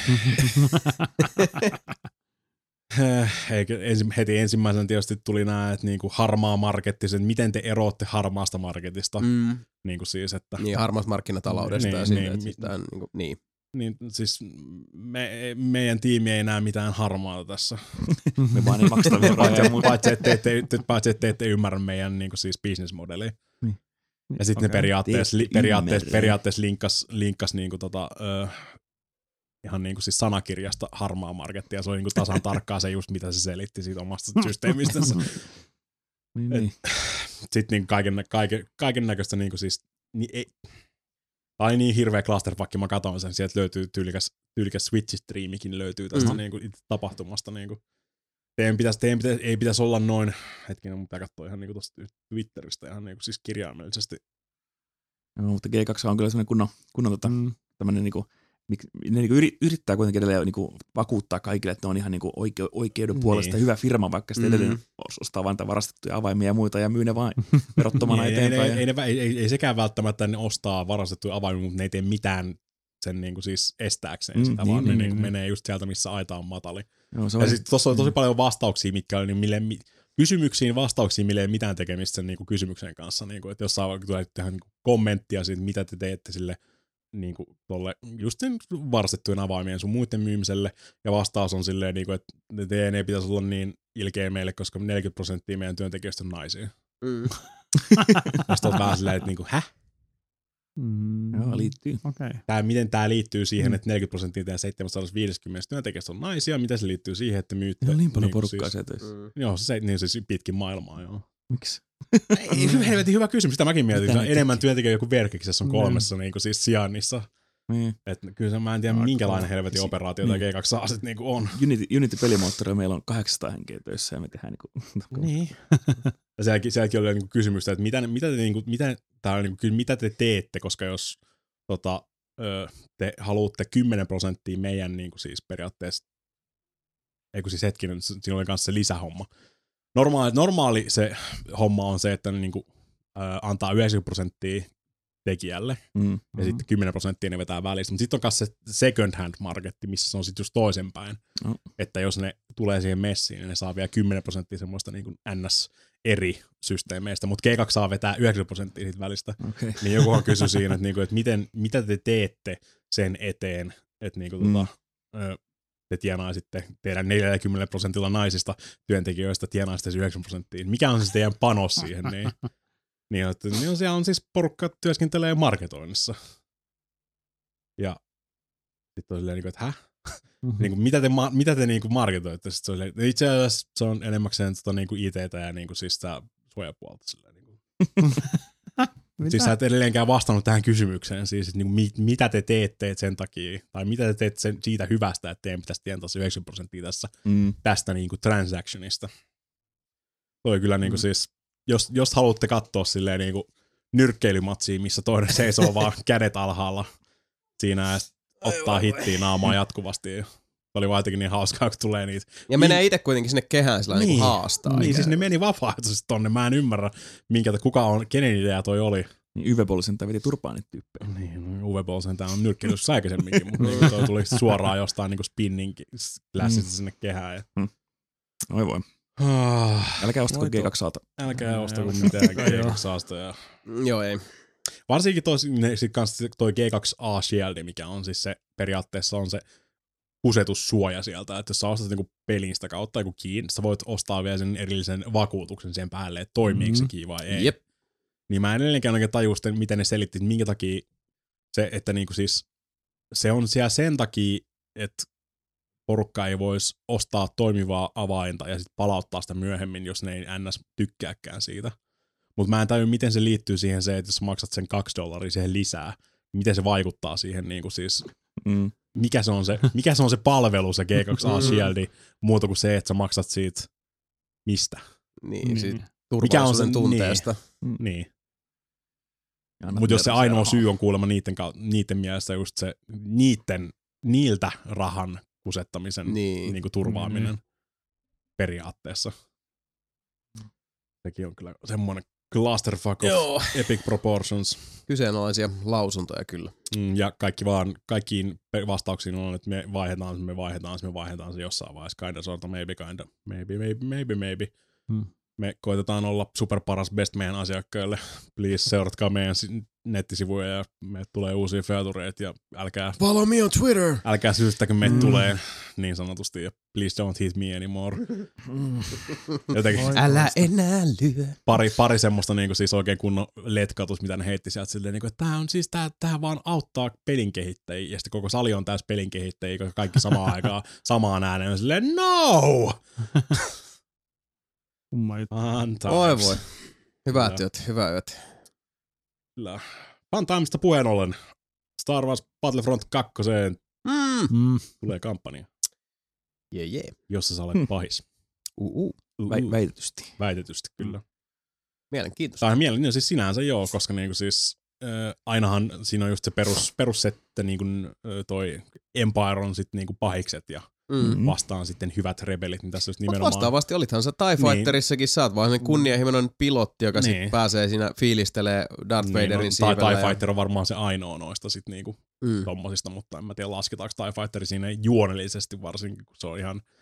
Eikö, ensi, heti ensimmäisenä tietysti tuli nämä, että niinku harmaa marketti, että miten te eroatte harmaasta marketista. Mm. Niinku siis, että, Niin, harmaasta markkinataloudesta Niin, ja siitä, niin, että mi- sitä on niin, kuin, niin. niin, siis me, meidän tiimi ei näe mitään harmaata tässä. Me vaan ei makseta veroja ja muuta. Paitsi, että te ette, paitsi, että te ette ymmärrä meidän niinku siis business-modelia. Ja sitten okay. ne periaatteessa, li, periaatteessa, periaatteessa linkkas, linkkas niinku tota, ö, ihan niinku siis sanakirjasta harmaa markettia. Se oli niinku tasan tarkkaan se just, mitä se selitti siitä omasta systeemistänsä. Niin, niin. Sitten niinku kaiken, kaiken, kaiken näköistä niinku siis, niin ei, tai niin hirveä clusterfuck, mä katon sen, sieltä löytyy tyylikäs, tyylikäs Switch-striimikin löytyy tästä mm. niinku itse tapahtumasta. Niinku. Teidän pitäisi, teidän pitäisi, ei pitäisi olla noin, hetkinen, mun pitää katsoa ihan niinku tosta Twitteristä ihan niinku siis kirjaimellisesti. No, mutta G kaksi on kyllä sellainen kunnon, kunnon tota, Mm. tämmönen niinku, ne niinku yrittää kuitenkin edelleen niinku vakuuttaa kaikille, että ne on ihan niinku oike, oikeuden puolesta Niin. hyvä firma, vaikka sitten Mm-hmm. edelleen ostaa vain varastettuja avaimia ja muita ja myy ne vain verottomana Niin, eteenpäin. ei, ei, ei, ei, ei, ei sekään välttämättä ne ostaa varastettuja avaimia, mutta ne ei tee mitään sen niinku siis estääkseen Mm, sitä, niin, vaan niin, ne niin, niinku niin. menee just sieltä, missä aita on matali. Joo, se ja oli... sitten tuossa oli tosi paljon vastauksia, mitkä oli niin mille, kysymyksiin vastauksia, millä ei mitään tekemistä sen niin kuin kysymyksen kanssa. Niin kuin, että jos saa tulee tähän niin kuin kommenttia siitä, mitä te teette sille niin kuin tolle, just sen varstettujen avaimien sun muiden myymiselle, ja vastaus on silleen, niin kuin, että teidän ei pitäisi olla niin ilkeä meille, koska neljäkymmentä prosenttia meidän työntekijöistä on naisia. Mm. Sitten olet vähän silleen, että niin kuin, häh? Mm. Joo, liittyy. Okay. Tää, miten tämä liittyy siihen, että neljäkymmentä prosenttia teidän seitsemänsataaviisikymmentä työntekijästä on naisia, mitä se liittyy siihen, että myytte... Joo, niin paljon niin porukkaa siis, se töissä. Mm. Joo, se, niin siis pitkin maailmaa, joo. Miksi? Ei, helvetin hyvä kysymys, sitä mäkin mietin. Mitä On ne enemmän työntekijöitä kuin Verkiksessä on Mm. kolmessa niin kuin siis sijainnissa. Niin. Et kyllä se, mä en tiedä, Aika minkälainen kova. helvetin Si- operaatio tämä niin. G kaksi A sit niinku on. Unity, Unity-pelimoottori meillä on kahdeksansataa henkeä töissä ja me tehdään niinku... Niin. Ja sielläkin, sielläkin oli niinku kysymystä, että mitä, mitä, te, niinku, mitä, tää on niinku, mitä te teette, koska jos tota, ö, te haluatte kymmenen prosenttia meidän niinku siis periaatteessa, eikö siis hetkinen, siinä oli kanssa se lisähomma. Normaali, normaali se homma on se, että ne niinku, ö, antaa yhdeksänkymmentä prosenttia tekijälle, Mm. ja Mm-hmm. sitten kymmenen prosenttia ne vetää välistä. Mutta sitten on myös se second hand marketti, missä se on sitten just toisenpäin. No. Että jos ne tulee siihen messiin, niin ne saa vielä kymmenen prosenttia semmoista niin kuin ns. Eri systeemeistä, mutta G kaksi saa vetää yhdeksänkymmentä prosenttia siitä välistä. Okay. Niin jokuhan kysyi siinä, että, niinku, että miten, mitä te teette sen eteen, että niinku, Mm. tota, ö, te tienaisitte teidän neljäkymmentä prosentilla naisista työntekijöistä tienaisitte yhdeksän prosenttia. Mikä on se teidän panos siihen? Niin, niin, että, niin siellä on siis porukka työskentelee marketoinnissa. Ja sitten on silleen, niin kuin, että häh? Mm-hmm. Niin kuin, mitä te, ma- mitä te niin kuin marketoitte? Sitten se on silleen, itse asiassa se on enemmäkseen tota, niin kuin I T:tä ja niin kuin, siis sitä suojapuolta. Silleen, niin kuin. Siis sä et edelleenkään vastannut tähän kysymykseen, siis, että niin kuin, mit, mitä te teette sen takia, tai mitä te teette sen, siitä hyvästä, että teidän pitäisi tienata se yhdeksänkymmentä prosenttia tässä, Mm. tästä niin kuin transactionista. Toi kyllä niin kuin Mm. siis, jos, jos haluatte katsoa silleen niin kuin nyrkkeilymatsia, missä toinen seisoo vaan kädet alhaalla siinä ja ottaa hittiä naamaa jatkuvasti. Se oli vaan jotenkin niin hauskaa, kun tulee niitä. Ja menee itse kuitenkin sinne kehään sillä niin, niin haastaa. Niin, ikään. siis ne meni vapaaehtoisesti tonne. Mä en ymmärrä, minkä, kuka on, kenen idea toi oli. Niin Yve-Bolsen tai veti turpaa niitä tyyppejä. Niin, Uwe Bolsen tää on nyrkkeilyssä aikaisemminkin, mutta niin, toi tuli suoraan jostain niin spinning lässistä Mm. sinne kehään. Ja... Oi voi. Ah, Älkää ostako Voi G kaksi A. älkää ostako joo. mitään Joo. G kaksi A:sta. Ja... Joo, ei. Varsinkin toi, ne, sit kans toi G kaksi A Shield, mikä on siis se, periaatteessa on se kusetussuoja sieltä, että jos sä ostat niinku pelin sitä kautta joku kiinni, sä voit ostaa vielä sen erillisen vakuutuksen sen päälle, että toimiiko Mm. se key vai ei. Jep. Niin mä en edelleenkään oikein taju sitten, miten ne selitti, että minkä takia se, että niinku siis se on siellä sen takia, että porukka ei voisi ostaa toimivaa avainta ja sitten palauttaa sitä myöhemmin, jos ne ei ns. Tykkääkään siitä. Mutta mä en tajua, miten se liittyy siihen se, että jos maksat sen kaksi dollaria siihen lisää, miten se vaikuttaa siihen niinku siis, Mm. mikä se on se, mikä se on se palvelu, se G kaksi A Shieldi, muuta kuin se, että sä maksat siitä mistä. Niin, Niin. siitä Mikä on se- turvallisuuden tunteesta. Niin. Anna Mutta jos se verosia ainoa rahaa. syy on kuulemma niiden, niiden mielestä just se, niiden, niiltä rahan kusettamisen Niin. niin kuin turvaaminen Mm. periaatteessa. Sekin on kyllä semmoinen clusterfuck of Joo. epic proportions. Kyseenalaisia lausuntoja kyllä. Mm, ja kaikki vaan, kaikkiin pe- vastauksiin on, että me vaihdetaan se, me vaihdetaan se, me vaihdetaan se jossain vaiheessa. Kinda, sorta, maybe, kinda, maybe, maybe, maybe, maybe. Hmm. Me koitetaan olla superparas best meidän asiakkaille. Please seuratkaa meidän si- nettisivuja ja me tulee uusia featureita ja älkää, Follow me on Twitter! älkää syystäkö me Mm. tulee niin sanotusti ja please don't hit me anymore. Jotenkin Voi Älä vasta. enää lyö. pari, pari semmoista niinku siis oikein kunnon letkatus, mitä ne heitti sieltä silleen, niinku, että tää on siis, tää, tää vaan auttaa pelin kehittäjiä, ja sitten koko sali on täys pelin kehittäjiä, koska kaikki samaan aikaan samaan ääneen on silleen, no! Kumma juttu. Fun times. Oi voi. Hyvät Kyllä. yöt, hyvää yöt. Kyllä. Fun timesta puheen ollen. Star Wars Battlefront kaksi Mm. Mm. tulee kampanja, Jee, jee. jossa sä olet Hmm. pahis. Uh, uh. Uh, Vä- uh. väitetysti. Väitetysti kyllä. Mielenkiintoista. Tämä on mielenkiintoinen, siis sinänsä joo, koska niinku siis äh, ainahan siinä on just se perus, perussette, niinku äh, toi Empire on sitten niinku pahikset ja Mm. vastaan sitten hyvät rebelit, niin tässä just Mutta nimenomaan... vastaavasti olithan sä TIE Niin. Fighterissakin, sä oot vaan sen kunnianhimoinen pilotti, joka Niin. sit pääsee siinä fiilistelee Darth Vaderin niin, no, siivellä. tai TIE ja- Fighter on varmaan se ainoa noista sit niinku Mm. tommosista, mutta en mä tiedä lasketaanko TIE Fighter siinä juonellisesti varsinkin, kun se on ihan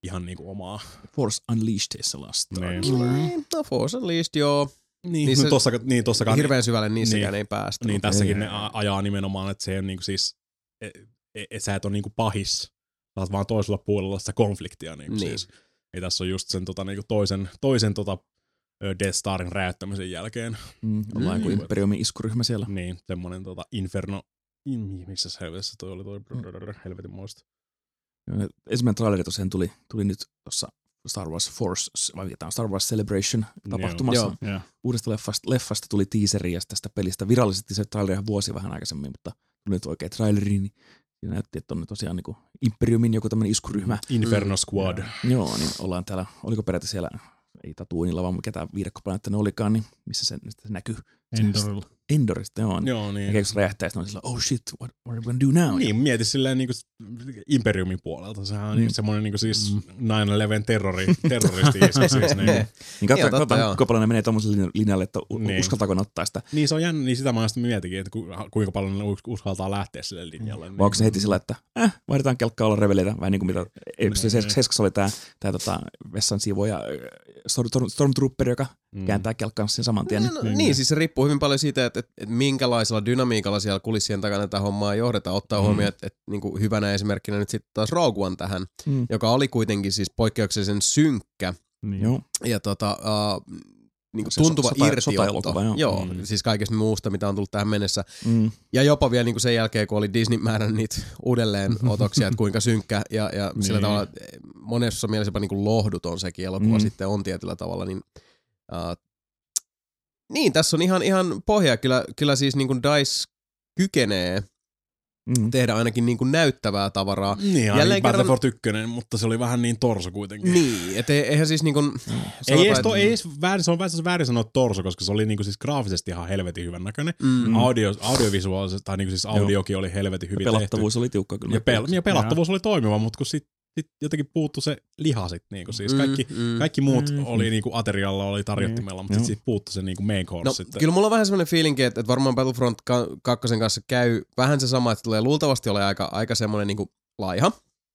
ihan niinku omaa. Force Unleashed is a Star Niin. Killer. Niin, no Force Unleashed, joo. Niin, Niissä- no tossa, niin tossakaan. Hirveän syvälle niissäkään niin. ei päästä. Niin mutta- tässäkin Ei, ne ei, a- ajaa nimenomaan, että se on niinku siis, et, et, et sä et ole niinku pahis, sä oot vaan toisella puolella sitä konfliktia. Niinku Niin. siis. Ja tässä on just sen tota, niinku toisen, toisen tota, ö, Death Starin räjäyttämisen jälkeen. Mm, ollaan Mm. kuin Imperiumin iskuryhmä siellä. Niin, semmonen tota Inferno, in, missä helvetissä toi oli toi helvetin muista. Ensimmäinen traileri tosiaan tuli, tuli nyt tuossa Star Wars Force, vai mikä tää on, Star Wars Celebration tapahtumassa. Joo. Joo. Uudesta leffasta, leffasta tuli teaseri ja tästä pelistä virallisesti se traileri ihan vuosi vähän aikaisemmin, mutta tuli nyt oikea traileri, niin siinä näytti, että on tosiaan niin Imperiumin joku tämmöinen iskuryhmä. Inferno Squad. Joo, niin ollaan täällä, oliko peräti siellä, ei Tatooinilla, vaan mikä tämä viidakkoplaneetta ne olikaan, niin missä se, mistä se näkyy? Endorilla. Endorista, joo. Joo, Ja niin. kun se räjähtää, sitten on sillä, oh shit, what, what are we gonna do now? Niin, mieti silleen niinku Imperiumin puolelta. Sehän on Mm. mm. semmoinen niinku siis Mm. nine eleven terrori, terroristi isku siis. Niin. Niin Joo, katsotaan, totta, katsotaan joo. kuinka paljon ne menee tuommoiselle linjalle, että u- Niin. uskaltaako ne ottaa sitä. niin se on jännä, niin sitä mä sitten mietikin, että ku, kuinka paljon ne us- uskaltaa lähteä sille linjalle. Vai onko se heti sillä, että äh, vaihdetaan kelkkaa olla reveleitä, vai niin kuin mitä, ei, se Niin. Seskas oli tämä tää, tota, vessan siivoja Storm, Stormtrooper, joka Mm. kääntää kelkkaan sen saman tien. No, no, niin, siis se riippuu hyvin paljon siitä, että, että, että minkälaisella dynamiikalla siellä kulissien takana tätä hommaa johdetaan. Ottaa Mm. huomioon, että, että niin kuin hyvänä esimerkkinä nyt sitten taas Rogue One tähän, Mm. joka oli kuitenkin siis poikkeuksellisen synkkä Niin. Joo. ja tota, uh, niin Se tuntuva sota- irtiotto. sotaelokuva, joo. joo Mm. siis kaikesta muusta, mitä on tullut tähän mennessä. Mm. Ja jopa vielä niin kuin sen jälkeen, kun oli Disney määrännyt niitä uudelleen otoksia, että kuinka synkkä ja, ja sillä Niin. tavalla monessa mielessä jopa niin kuin lohduton sekin elokuva Mm. sitten on tietyllä tavalla. Niin, uh, niin tässä on ihan, ihan pohja. Kyllä, kyllä siis niin kuin DICE kykenee Mm. tehdä ainakin niin kuin näyttävää tavaraa. Niin, Jälleen jälleen kerran- Battlefront yksi, mutta se oli vähän niin torso kuitenkin. Niin, että eihän siis niin kuin, Ei edes, to, ei edes väärin, se on väärin, väärin sanoa torso, koska se oli niinku siis graafisesti ihan helvetin hyvän näköinen. Mm. Audio, audiovisuaalisesti, tai niinku siis audiokin oli helvetin hyvin tehty. Pelattavuus oli tiukka kyllä. Ja, pel- ja pelattavuus oli toimiva, mutta kun sit, sit jotenkin puuttu se liha sit niinku siis. Kaikki, Mm, mm. kaikki muut Mm. oli niinku aterialla, oli tarjottimella, mutta Joo. sit siitä puuttu se niinku main course No, sitten. kyllä mulla on vähän semmoinen fiilinki, että, että varmaan Battlefront kaksi kanssa käy vähän se sama, että tulee luultavasti ole aika, aika semmoinen niinku laiha.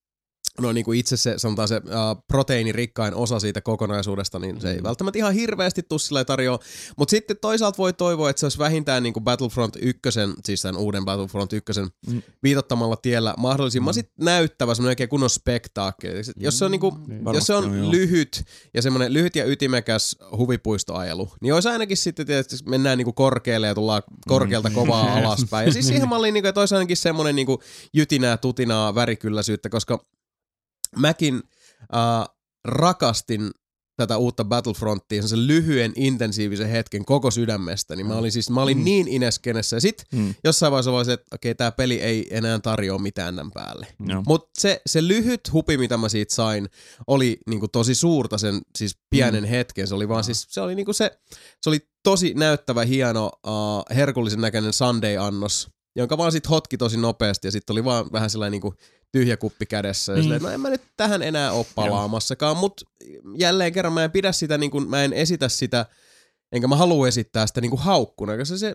No niin kuin itse se, sanotaan se uh, proteiinirikkain osa siitä kokonaisuudesta, niin se ei välttämättä ihan hirveästi tuu sillä tarjoa. Mutta sitten toisaalta voi toivoa, että se olisi vähintään niin kuin Battlefront yksi, siis tämän uuden Battlefront yksi Mm. viitottamalla tiellä mahdollisimman mm. sit näyttävä, semmoinen oikein kunnon spektaakkeli. Mm. Jos se on, niin kuin, Niin. jos se on Varmasti on, joo. lyhyt ja semmoinen lyhyt ja ytimekäs huvipuistoajelu, niin olisi ainakin sitten tietysti mennään niin kuin korkealle ja tullaan korkealta kovaa alaspäin. Ja siis siihen malliin, niin kuin, että olisi ainakin semmoinen niin kuin jytinää, tutinaa, värikylläisyyttä, koska mäkin äh, rakastin tätä uutta Battlefrontia, sen lyhyen, intensiivisen hetken koko sydämestä, niin mä olin siis, mä olin Mm. niin ineskenessä. Ja sit Mm. jossain vaiheessa voisin, että okei, tää peli ei enää tarjoa mitään tämän päälle. Joo. Mutta se, se lyhyt hupi, mitä mä siitä sain, oli niinku tosi suurta sen siis pienen mm. hetken. Se oli vaan siis, se oli niinku se, se oli tosi näyttävä, hieno, uh, herkullisen näköinen Sunday-annos, jonka vaan sit hotki tosi nopeasti ja sitten oli vaan vähän sellainen niinku tyhjä kuppi kädessä. Ja Mm. silleen, no en mä nyt tähän enää ole palaamassakaan, mutta jälleen kerran mä en pidä sitä, niin kuin, mä en esitä sitä, enkä mä halua esittää sitä niin kuin haukkuna, koska se,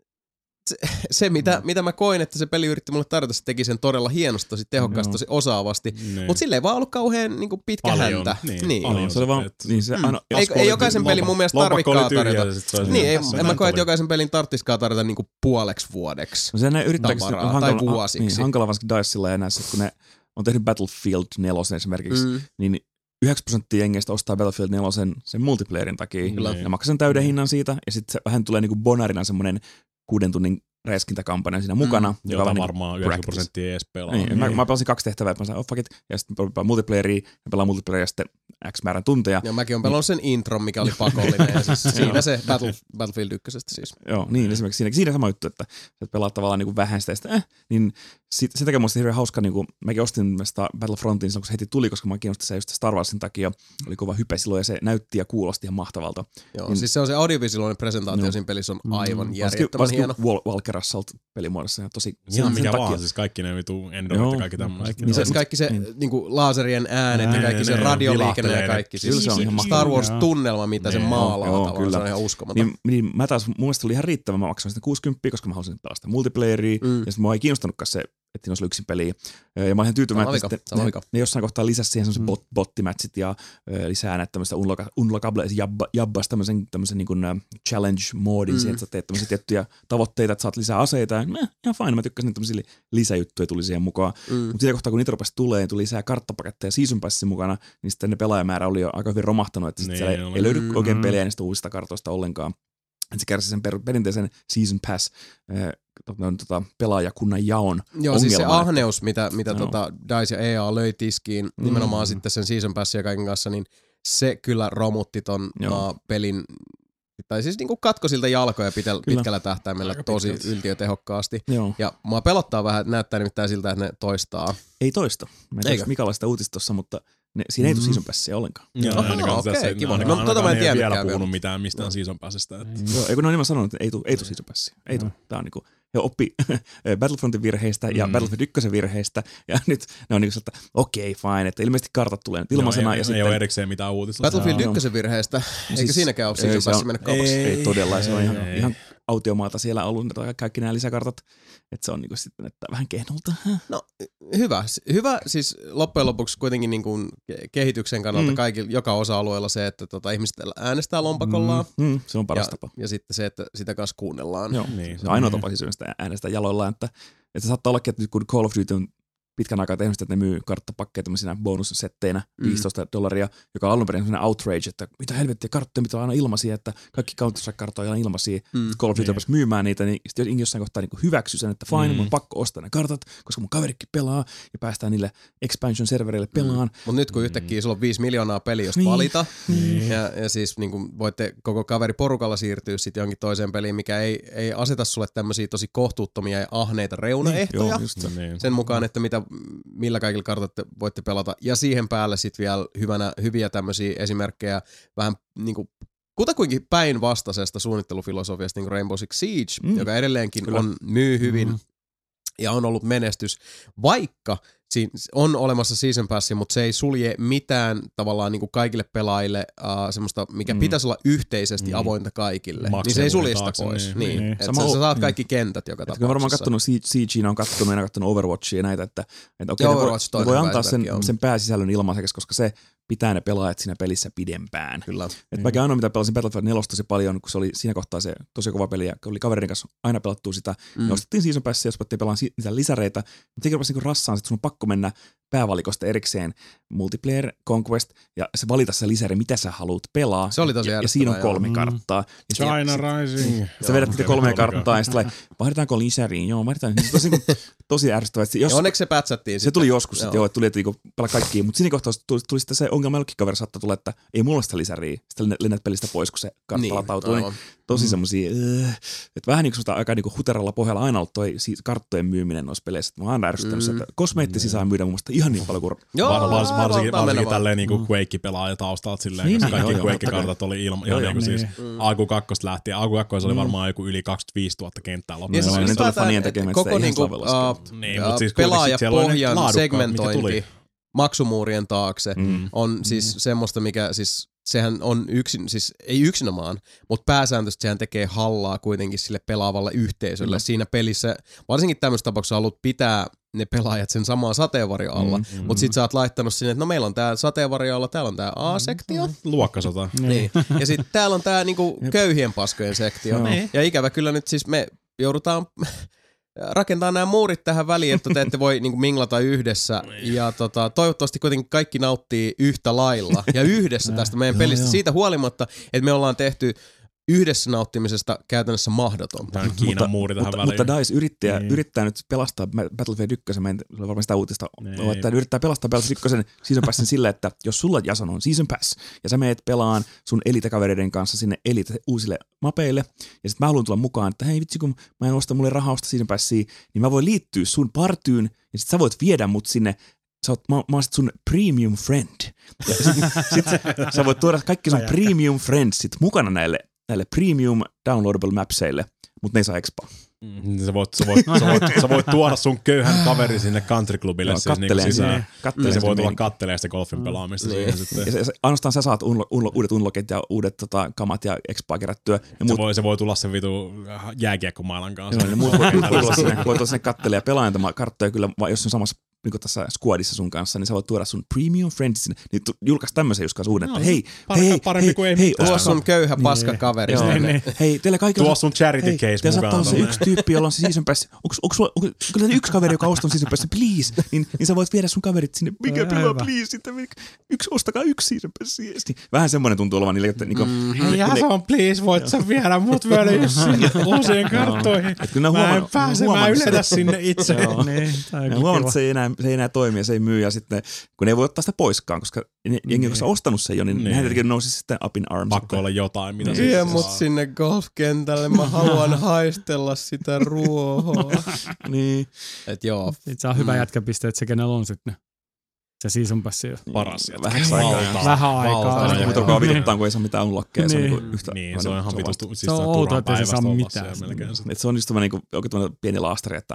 se, se mitä, mm. mitä mä koin, että se peli yritti mulle tarjota, se teki sen todella hienosti, tosi tehokkaasti, Joo. tosi osaavasti, Niin. mutta sillä ei vaan ollut kauhean niin kuin pitkä Paljon, häntä. niin, niin. paljon. Se oli vaan, Et- niin se Mm. aina, Ei, ei jokaisen pelin mun mielestä tarvikaan tarjota. Niin, ei, en mä koe, että jokaisen pelin tarttiskaan tarjota niinku puoleksi vuodeksi. No se näin yrittääkö tavaraa, hankala, tai vuosiksi. Niin, hankala varsinkin Dicella enää, kun ne on tehnyt Battlefield neljä esimerkiksi, Mm. niin yhdeksänkymmentä prosenttia jengeistä ostaa Battlefield neljä sen multiplayerin takia. Kyllä. Ne maksaa sen täyden hinnan siitä, ja sitten se vähän tulee niinku bonarina semmoinen kuuden tunnin räiskintäkampanja siinä mukana. Mm. joka Jota vähän varmaan niinku yhdeksänkymmentä practice. prosenttia edes pelaa. Niin, mä, mä pelasin kaksi tehtävää, että mä sanoin, oh fuck it, ja sitten pelaan multiplayeria, ja pelaan multiplayeria sitten X määrän tunteja. Ja mäkin on pelannut sen intron, mikä oli pakollinen. Ja siis siinä se Battle, Battlefield ykkösestä siis. Joo, niin esimerkiksi siinä, siinä sama juttu, että sä pelaat tavallaan niin kuin vähän sitä, ja sitten, äh, niin sit, sen takia musta hirveän hauska, niin kuin, mäkin ostin sitä Battlefrontin silloin, kun se heti tuli, koska mä kiinnostin se just Star Warsin takia, oli kova hype silloin, ja se näytti ja kuulosti ihan mahtavalta. Joo, Mm. siis se on se audiovisuaalinen presentaatio Joo. siinä pelissä on aivan Mm. järjettömän hieno. Wal- Walker Assault pelimuodossa, ja tosi Ihan sen mikä takia. vaan, siis kaikki ne vitu endorit Joo, ja kaikki tämmöiset. kaikki Niin se, Mut- kaikki se niin. niinku laaserien äänet ja Ne, kaikki se ne, radioliikenne ja vilahtelee kaikki. ne. Siis Kyllä se on ihan Star mahtavaa. Wars-tunnelma, mitä se Niin. maalaa Joo, tavallaan, kyllä. se on ihan uskomaton. Niin, niin mä taas, mun mielestä oli ihan riittävä, mä maksoin sitä kuusikymmentä, koska mä halusin pelata sitä multiplayeria, Mm. ja sitten mua ei kiinnostanutkaan se että siinä olisi yksin peliä. Ja mä olin ihan tyytyväinen, että ne, ne, ne jossain kohtaa lisäsi siihen semmoisen mm. bot, bottimatchit ja ö, lisää näitä tämmöistä unlockable jabba, jabbas tämmöisen, tämmöisen niin kuin, uh, challenge-moodin mm. siihen, että sä teet tämmöisiä tiettyjä tavoitteita, että saat lisää aseita. Ja eh, ihan fine, mä tykkäsin, että tämmöisiä lisäjuttuja tuli siihen mukaan. Mm. Mutta siitä kohtaa, kun niitä rupesi tulee, tuli lisää karttapaketteja Season Passin mukana, niin sitten ne pelaajamäärä oli jo aika hyvin romahtanut, että niin, siellä ei, ei löydy mm. oikein pelejä niistä uusista kartoista ollenkaan. Että se kärsi sen per, perinteisen Season Pass äh, tota, pelaajakunnan jaon Joo, siis se ahneus, mitä, mitä tota DICE ja E A löi tiskiin, mm. nimenomaan sitten sen Season Passin ja kaiken kanssa, niin se kyllä romutti ton uh, pelin, tai siis niinku katko siltä jalkoja pitel, pitkällä tähtäimellä aika tosi pitkälti yltiötehokkaasti. Joo. Ja mua pelottaa vähän, että näyttää nimittäin siltä, että ne toistaa. Ei toista. Mä en tiedä, mikä oli sitä uutista tossa, mutta ne, siinä ei tule Season Passia ollenkaan. Joo, Aha, okei, okay, kiva. No, no tota mä en tiennytkään vielä puhunut mitään mistään Season Passista. Joo, eikö ne on nimenomaan sanonut, että ei tule, ei tule Season Passia. Ei tule. Tää on niinku, he oppi Battlefrontin virheistä ja mm. Battlefield yksi virheistä, ja nyt ne on niinku että okei, okay, fine, että ilmeisesti kartat tulee nyt ilmaisena. Ei, ja ei sitten ole erikseen mitään uutista. Battlefield yksi virheistä, eikö siis, siinäkään ole Season Passi mennyt kaupaksi? Ei, ei todella, se on ihan, ihan autiomaata siellä ollut kaikki nämä lisäkartat, että se on niinku sitten näyttää vähän kehnolta. No hyvä, hyvä siis loppujen lopuksi kuitenkin niinku kehityksen kannalta mm. kaikilla, joka osa-alueella se, että tota, ihmiset äänestää lompakollaan. Mm. Mm. Se on paras ja, tapa. Ja sitten se, että sitä kanssa kuunnellaan. Joo, niin, se on ainoa tapa siis äänestää jaloillaan, että, että saattaa olla, että kun Call of Duty on pitkän aikaa tehnyt, että ne myy karttapakkeja tämmöisinä bonussetteinä viisitoista mm. dollaria, joka on alun perin sellainen outrage, että mitä helvettiä karttoja, mitä on aina ilmaisia, että kaikki Counter-Strike-karttoja on aina ilmaisia. Mm. Call of Duty rupesi myymään niitä, niin sitten jossain kohtaa niin hyväksy sen, että fine, mm. mun on pakko ostaa ne kartat, koska mun kaverikin pelaa ja päästään niille expansion-servereille pelaan. Mm. Mutta nyt kun yhtäkkiä sulla on viisi miljoonaa peliä, josta niin. valita, niin. Ja, ja siis niin kun voitte koko kaveriporukalla siirtyä sitten jonkin toiseen peliin, mikä ei, ei aseta sulle tämmöisiä tosi kohtuuttomia ja ahneita reunaehtoja niin. Joo, sen, sen mukaan, että mitä millä kaikilla kartat te voitte pelata. Ja siihen päälle sitten vielä hyvänä, hyviä tämmöisiä esimerkkejä vähän niinku kutakuinkin päinvastaisesta suunnittelufilosofiasta niin kuin Rainbow Six Siege, mm. joka edelleenkin Kyllä. on myy hyvin mm. ja on ollut menestys, vaikka siinä on olemassa Season Passi, mutta se ei sulje mitään tavallaan niin kuin kaikille pelaajille uh, semmoista, mikä mm. pitäisi olla yhteisesti mm. avointa kaikille. Maksia niin se ei sulje sitä pois. Niin. Niin. Niin. Että sä, sä saat kaikki kentät joka tapauksessa. Mä varmaan kattonut Siegea, on kattonut ja kattonut Overwatchia ja näitä, että, että okei, okay, voi, voi antaa sen, sen pääsisällön ilmaiseksi, koska se pitää ne pelaajat siinä pelissä pidempään. Kyllä. Et mäkin ainoa, mitä pelasin Battlefield neljä tosi paljon, kun se oli siinä kohtaa se tosi kova peli ja oli kaverin kanssa aina pelattua sitä. Mm. Ja ostettiin Season Passia, jos voitte pelaa niitä lisäreitä. Mutta sekin rupesi niinku rassaan, että sun on pakko mennä päävalikosta erikseen multiplayer, conquest ja se valita se lisäri, mitä sä haluat pelaa. Se oli tosi ja, ja siinä on kolme joo. karttaa. Ja China Rising. Sä vedät niitä kolmea karttaa ja sitten vaihdetaanko lisäriin? Joo, vaihdetaan. Se tosi, tosi ärsyttävää. Jos, onneksi se pätsättiin. Se sitten. Tuli joskus, joo, sit, joo että tuli, että niinku pelaa kaikkiin. Mutta siinä kohtaa tuli, tuli sitten se ongelma, jollekin kaveri saattaa tulla, että ei mulla sitä lisäriä. Sitten lennät pelistä pois, kun se kartta niin, latautuu. Niin tosi mm. semmosia, äh, että vähän niin kuin aika niin kuin huteralla pohjalla aina ollut toi karttojen myyminen noissa peleissä. Mä oon aina ärsyttänyt mm. että kosmeettisia saa myydä mun mielestä ihan niin paljon kuin Joo, Var, vars, varsinkin, varsinkin tälleen niinku mm. Quake-pelaaja taustalta silleen, niin, koska kaikki Quake-kartat oli ilma, ihan niinku siis mm. A Q kaksi lähtien. A Q kaksi oli varmaan joku yli kaksikymmentäviisi kekenttää loppuun. Niin, siis oli fanien tekemään koko niinku, uh, niin, uh, siis pelaajapohjan segmentointi maksumuurien taakse mm. on siis mm. semmoista, mikä siis sehän on yksin, siis ei yksinomaan, mutta pääsääntöisesti sehän tekee hallaa kuitenkin sille pelaavalle yhteisölle. Mm. Siinä pelissä, varsinkin tämmöisessä tapauksessa haluat pitää ne pelaajat sen samaa sateenvarjon alla, mm, mm. mutta sit sä oot laittanut sinne, että no meillä on tää sateenvarjon alla, täällä on tää A-sektio. Mm, luokkasota. Niin. Ja sit täällä on tää niinku köyhien paskojen sektio. No. Ja ikävä kyllä nyt siis me joudutaan rakentaa nämä muurit tähän väliin, että te ette voi niinku minglata yhdessä. Ja tota, toivottavasti kuitenkin kaikki nauttii yhtä lailla ja yhdessä tästä meidän pelistä. Siitä huolimatta, että me ollaan tehty yhdessä nauttimisesta käytännössä mahdotonta. Tämä on Kiinan mutta, muuri tähän mutta, väliin. Mutta DICE yrittää, niin. yrittää nyt pelastaa Battlefield yksi, mä en ole varmaan sitä uutista, niin. että yrittää pelastaa Battlefield yksi Season Passin sillä, että jos sulla Jason on Season Pass ja sä meet pelaan sun elite-kavereiden kanssa sinne elite uusille mapeille ja sit mä haluan tulla mukaan, että hei vitsi kun mä en osta mulle rahaa osta Season Passia, niin mä voin liittyä sun partyyn ja sit sä voit viedä mut sinne. Sä oot, mä, mä oon sit sun premium friend. Ja sit, sit sä voit tuoda kaikki sun premium friendsit mukana näille näille premium downloadable mapseille, mutta ne ei saa expaa. Mm. Sä, voit, sä, voit, sä, voit, sä voit tuoda sun köyhän kaveri sinne countryklubille siis niinku sisään. Kattelee se voi tulla kattelemaan sitä golfin pelaamista. Mm. Siihen sitten. Ja se, se, ainoastaan sä saat unlo, unlo, uudet unlockit ja uudet tota, kamat ja expaa kerättyä. Ja muut... se, voi, se voi tulla sen vitu jääkiekkomailan kanssa. Joo, muut voi, voi tulla sinne, voi tulla sinne kattelemaan ja pelaamaan karttoja kyllä, jos on samassa niin kuin tässä squadissa sun kanssa, niin sä voit tuoda sun premium friends sinne, niin julkaisi tämmöisen just kanssa uuden, no, että hei, parempi, hei, parempi hei, kuin ei hei, tuo sun köyhä paska kaveri. Joo, niin. Hei, teillä kaikilla... Tuo sun charity hei, case mukaan. mukaan. Se yksi tyyppi, jolla on se season pass. Onko, onko sulla onko, onko yksi kaveri, joka ostaa season pass, please? Niin, niin sä voit viedä sun kaverit sinne, mikä pelaa, please? Sitten yksi, ostakaa yksi season pass. Niin, vähän semmoinen tuntuu olevan niille, että... Niinku, mm, hei, Jason, please, voit sä viedä mut väliin sinne uusien karttoihin. Mä en pääse, mä yletä sinne itse. Huomannut, että se ei enää toimi ja se ei myy ja sitten, kun ne ei voi ottaa sitä poiskaan, koska jengi, kun sä ostanut sen jo, niin nehän tietenkin nousi sitten up in arms. Pakko olla jotain, mitä se Vie mut sinne golfkentälle, mä haluan haistella sitä ruohoa. Niin. Et joo. Se on hyvä jätkäpiste, että se kenellä on sitten se season passi jo. Paras. Vähän aikaa. Vähän aikaa. Mutta rupeaa vituttaan, kun ei saa mitään unlockeja. Niin, se on ihan vitustu. Se on outoa, että ei se saa mitään. Se on just tämmöinen pieni laastari, että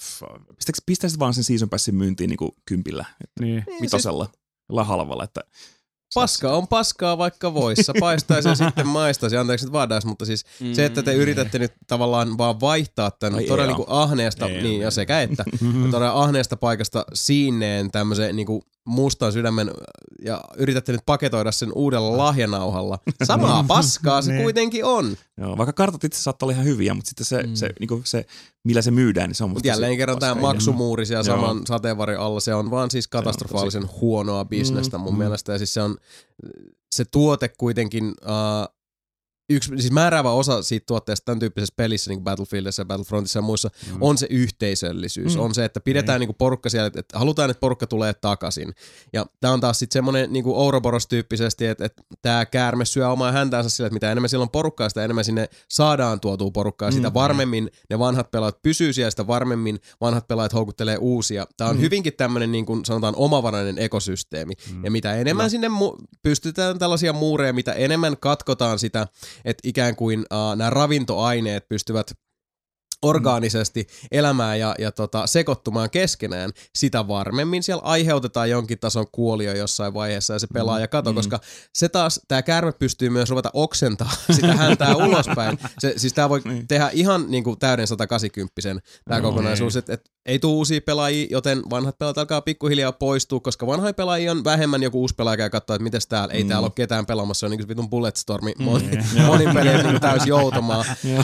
pistäisit vaan sen season passin myyntiin kympillä, vitosella, halvalla, että paska on paskaa vaikka voissa, paistaisi ja sitten maistaisi, anteeksi nyt vaadais, mutta siis mm, se, että te yritätte nyt tavallaan vaan vaihtaa tämän Ai todella niin kuin ahneesta, ei, niin ja sekä että, todella ahneesta paikasta siineen tämmöisen niin kuin mustan sydämen ja yritätte nyt paketoida sen uudella lahjanauhalla. Samaa paskaa se kuitenkin on. Joo, vaikka kartat itse saattaa olla ihan hyviä, mutta sitten se, mm. se, niin kuin se millä se myydään, niin se on musta jälleen kerran tämä maksumuuri siellä saman sateenvarjon alla, se on vaan siis katastrofaalisen tosi huonoa bisnestä mun mm, mielestä. Ja siis se on, se tuote kuitenkin, uh, yksi, siis määräävä osa siitä tuotteesta tämän tyyppisessä pelissä, niin kuin Battlefieldissa ja Battlefrontissa ja muissa, mm. on se yhteisöllisyys. Mm. On se, että pidetään mm. niin kuin porukka siellä, että, että halutaan, että porukka tulee takaisin. Ja tämä on taas sitten semmoinen niin kuin Ouroboros-tyyppisesti, että, että tämä käärme syö omaa häntäänsä sillä, että mitä enemmän siellä on porukkaa, sitä enemmän sinne saadaan tuotua porukkaa. Sitä varmemmin ne vanhat pelaajat pysyy siellä, sitä varmemmin vanhat pelaajat houkuttelee uusia. Tämä on mm. hyvinkin tämmöinen niin kuin sanotaan omavarainen ekosysteemi. Mm. Ja mitä enemmän mm. sinne mu- pystytään tällaisia muureja, mitä enemmän katkotaan sitä, että ikään kuin uh, nämä ravintoaineet pystyvät orgaanisesti elämään ja, ja tota, sekoittumaan keskenään, sitä varmemmin siellä aiheutetaan jonkin tason kuolio jossain vaiheessa ja se pelaaja kato, mm. koska se taas, tämä käärme pystyy myös ruveta oksentaa sitä häntää ulospäin. Se, siis tämä voi niin tehdä ihan niin kuin täyden sata kahdeksankymmentä tämä no, kokonaisuus, että et, ei tule uusia pelaajia, joten vanhat pelaajat alkaa pikkuhiljaa poistua, koska vanhoja pelaajia on vähemmän, joku uusi pelaaja käy katsoa, että mites täällä, ei mm. täällä ole ketään pelaamassa, se on niin kuin vitun Bulletstormi, mm. monin, monin pelejä niin täys joutumaa.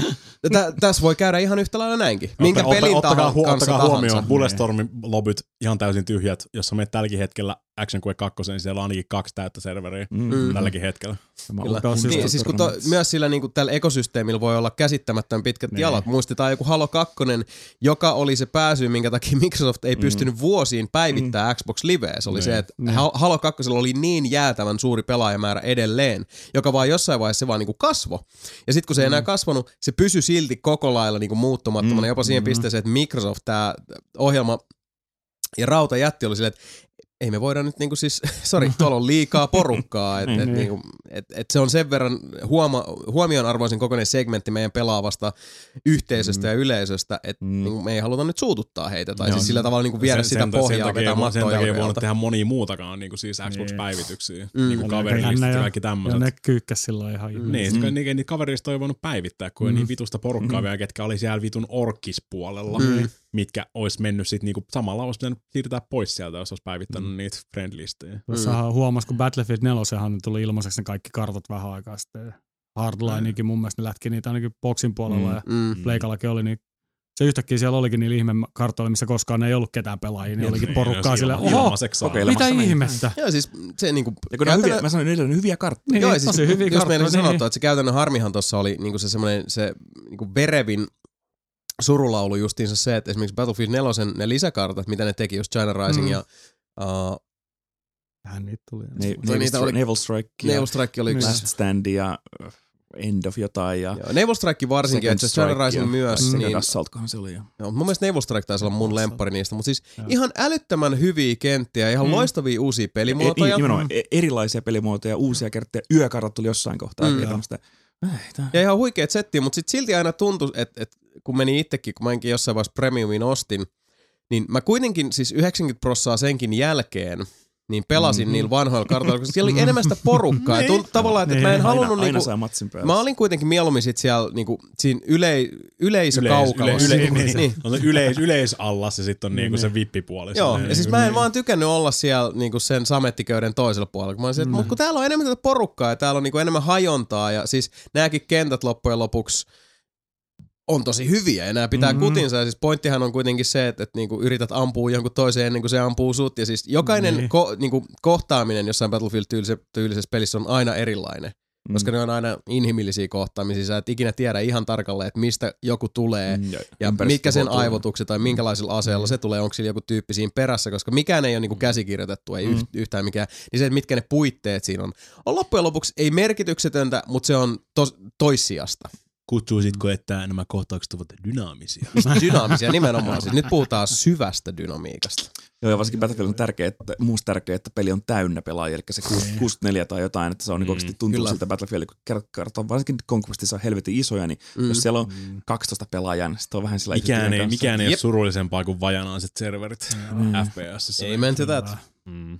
Tä, tässä voi käydä ihan yhtä lailla näinkin. Minkä Otta, pelin ottakaa, tahansa hu, ottakaa huomioon, tahansa. Bulletstormin lobyt ihan täysin tyhjät. Jos sä menet tälläkin hetkellä Action Quake kaksi, niin siellä on ainakin kaksi täyttä serveriä mm. tälläkin hetkellä. Niin, siis kun to, myös sillä niin kuin tällä ekosysteemillä voi olla käsittämättömän pitkät niin jalat. Muistetaan joku Halo kaksi, joka oli se pääsy, minkä takia Microsoft ei mm. pystynyt vuosiin päivittämään mm. Xbox Liveä. Se oli niin se, että niin Halo kaksi oli niin jäätävän suuri pelaajamäärä edelleen, joka vaan jossain vaiheessa se vaan niin kuin kasvoi. Ja sitten kun se ei mm. enää kasvanut, se pysyi silti koko lailla niin kuin muuttumattomana, mm. jopa siihen mm. pisteeseen, että Microsoft, tämä ohjelma ja rautajätti oli silleen, että ei me voida nyt niinku siis, sori, tuolla on liikaa porukkaa, että et, niinku, et, et se on sen verran huoma, huomionarvoisin kokoinen segmentti meidän pelaavasta yhteisöstä mm. ja yleisöstä, että mm. niinku, me ei haluta nyt suututtaa heitä, tai joo, siis sillä tavalla niinku viedä sen, sitä sen, pohjaa, sen vetää mattoa. Sen takia ei voinut tehdä monia muutakaan, niinku siis Xbox-päivityksiä, mm. niinku kaveristit ja kaikki tämmöiset. Ja ne kyykkäs silloin ihan. Mm. Niin, mm. niitä, niitä kaverista ei voinut päivittää, kun ei mm. niin vitusta porukkaa mm. vielä, ketkä oli siellä vitun orkkispuolella. Mm. mitkä olisi mennyt sitten niinku, samalla olisi pitänyt siirtää pois sieltä, jos olisi päivittänyt mm. niitä friendlistejä. Tuossa mm. huomasi, kun Battlefield neljä tuli ilmaiseksi ne kaikki kartat vähän aikaa sitten. Hardlinekin mun mielestä ne lätki niitä ainakin boksin puolella mm. ja mm. Pleikallakin oli, niin se yhtäkkiä siellä olikin niin ihme kartoilla, missä koskaan ei ollut ketään pelaajia, niin olikin porukkaa silleen, oho, mitä ihmettä. Joo, siis se niinku... Ja kun käytännön... hyviä, mä sanoin, niillä on hyviä karttoja. Niin, joo, siis tosi hyviä jos karttoja. meillä niin sanottu, että se käytännön harmihan tuossa oli niinku se semmoinen, se niinku verevin surulaulu justiinsa se, että esimerkiksi Battlefield neljä, ne lisäkartat, mitä ne teki, just China Rising mm. ja... Uh, Vähän niitä tuli. Ne, Naval, Stri- oli, Naval Strike ja Naval Strike oli Last Stand ja End of jotain. Ja joo, Naval Strike varsinkin, että China Rising myös. Niin, Assaultkohan se oli. Joo, mun mielestä Naval Strike taisi olla mun lemppari niistä, mutta siis joo. ihan älyttömän hyviä kenttiä, ihan mm. loistavia uusia pelimuotoja. E, e, erilaisia pelimuotoja, uusia kertoja. Yökartat tuli jossain kohtaa. Mm. Ja ihan huikeet settiä, mutta sit silti aina tuntui, että et, kun meni itsekin, kun mä enkin jossain vaiheessa premiumin ostin, niin mä kuitenkin siis yhdeksänkymmentä prosenttia senkin jälkeen niin pelasin mm-hmm. niillä vanhoilla kartoilla, koska siellä oli enemmän sitä porukkaa. Ja tuntui tavallaan, että, että mä en halunnut... Aina, niinku, aina matsin mä olin kuitenkin mieluummin sit siellä niinku, siinä yle, yleisökaukalossa. Yle, yle, yle, niin. On yleis, yleisallas ja sitten on niinku se vippipuoli. Joo, ja siis mä en vaan tykännyt olla siellä niinku sen samettiköyden toisella puolella. Mä olisin, että mm. kun täällä on enemmän tätä porukkaa ja täällä on niinku enemmän hajontaa ja siis nääkin kentät loppujen lopuksi on tosi hyviä ja nämä pitää mm-hmm. kutinsa. Ja siis pointtihan on kuitenkin se, että, että niinku yrität ampua jonkun toiseen ennen kuin se ampuu sut. Ja siis jokainen niin. ko, niinku, kohtaaminen jossain Battlefield-tyylisessä pelissä on aina erilainen. Mm. Koska ne on aina inhimillisiä kohtaamisia. Sä et ikinä tiedä ihan tarkalleen, että mistä joku tulee mm. ja, ja mitkä sen aivotukset tai minkälaisella aseella mm. se tulee. Onko sillä joku tyyppi siinä perässä, koska mikään ei ole niinku käsikirjoitettu, ei mm. yhtään mikään. Niin se, että mitkä ne puitteet siinä on, on loppujen lopuksi ei merkityksetöntä, mutta se on to, toissijasta. Kutsuisitko, että nämä kohtaukset ovat dynaamisia? Dynaamisia nimenomaan. Siis nyt puhutaan syvästä dynamiikasta. Joo, ja varsinkin Battlefield on tärkeä, että, muusta tärkeää, että peli on täynnä pelaajia, eli se kuusikymmentäneljä tai jotain, että se on mm, niin oikeasti tuntuu kyllä. siltä Battlefield, kun kartta varsinkin Conquestissa on helvetin isoja, niin mm. jos siellä on kaksitoista pelaajaa, niin sitten on vähän sillä mikään ei, mikään ei ole surullisempaa kuin vajanaiset serverit mm. F P S. Ei menty tätä. Mm.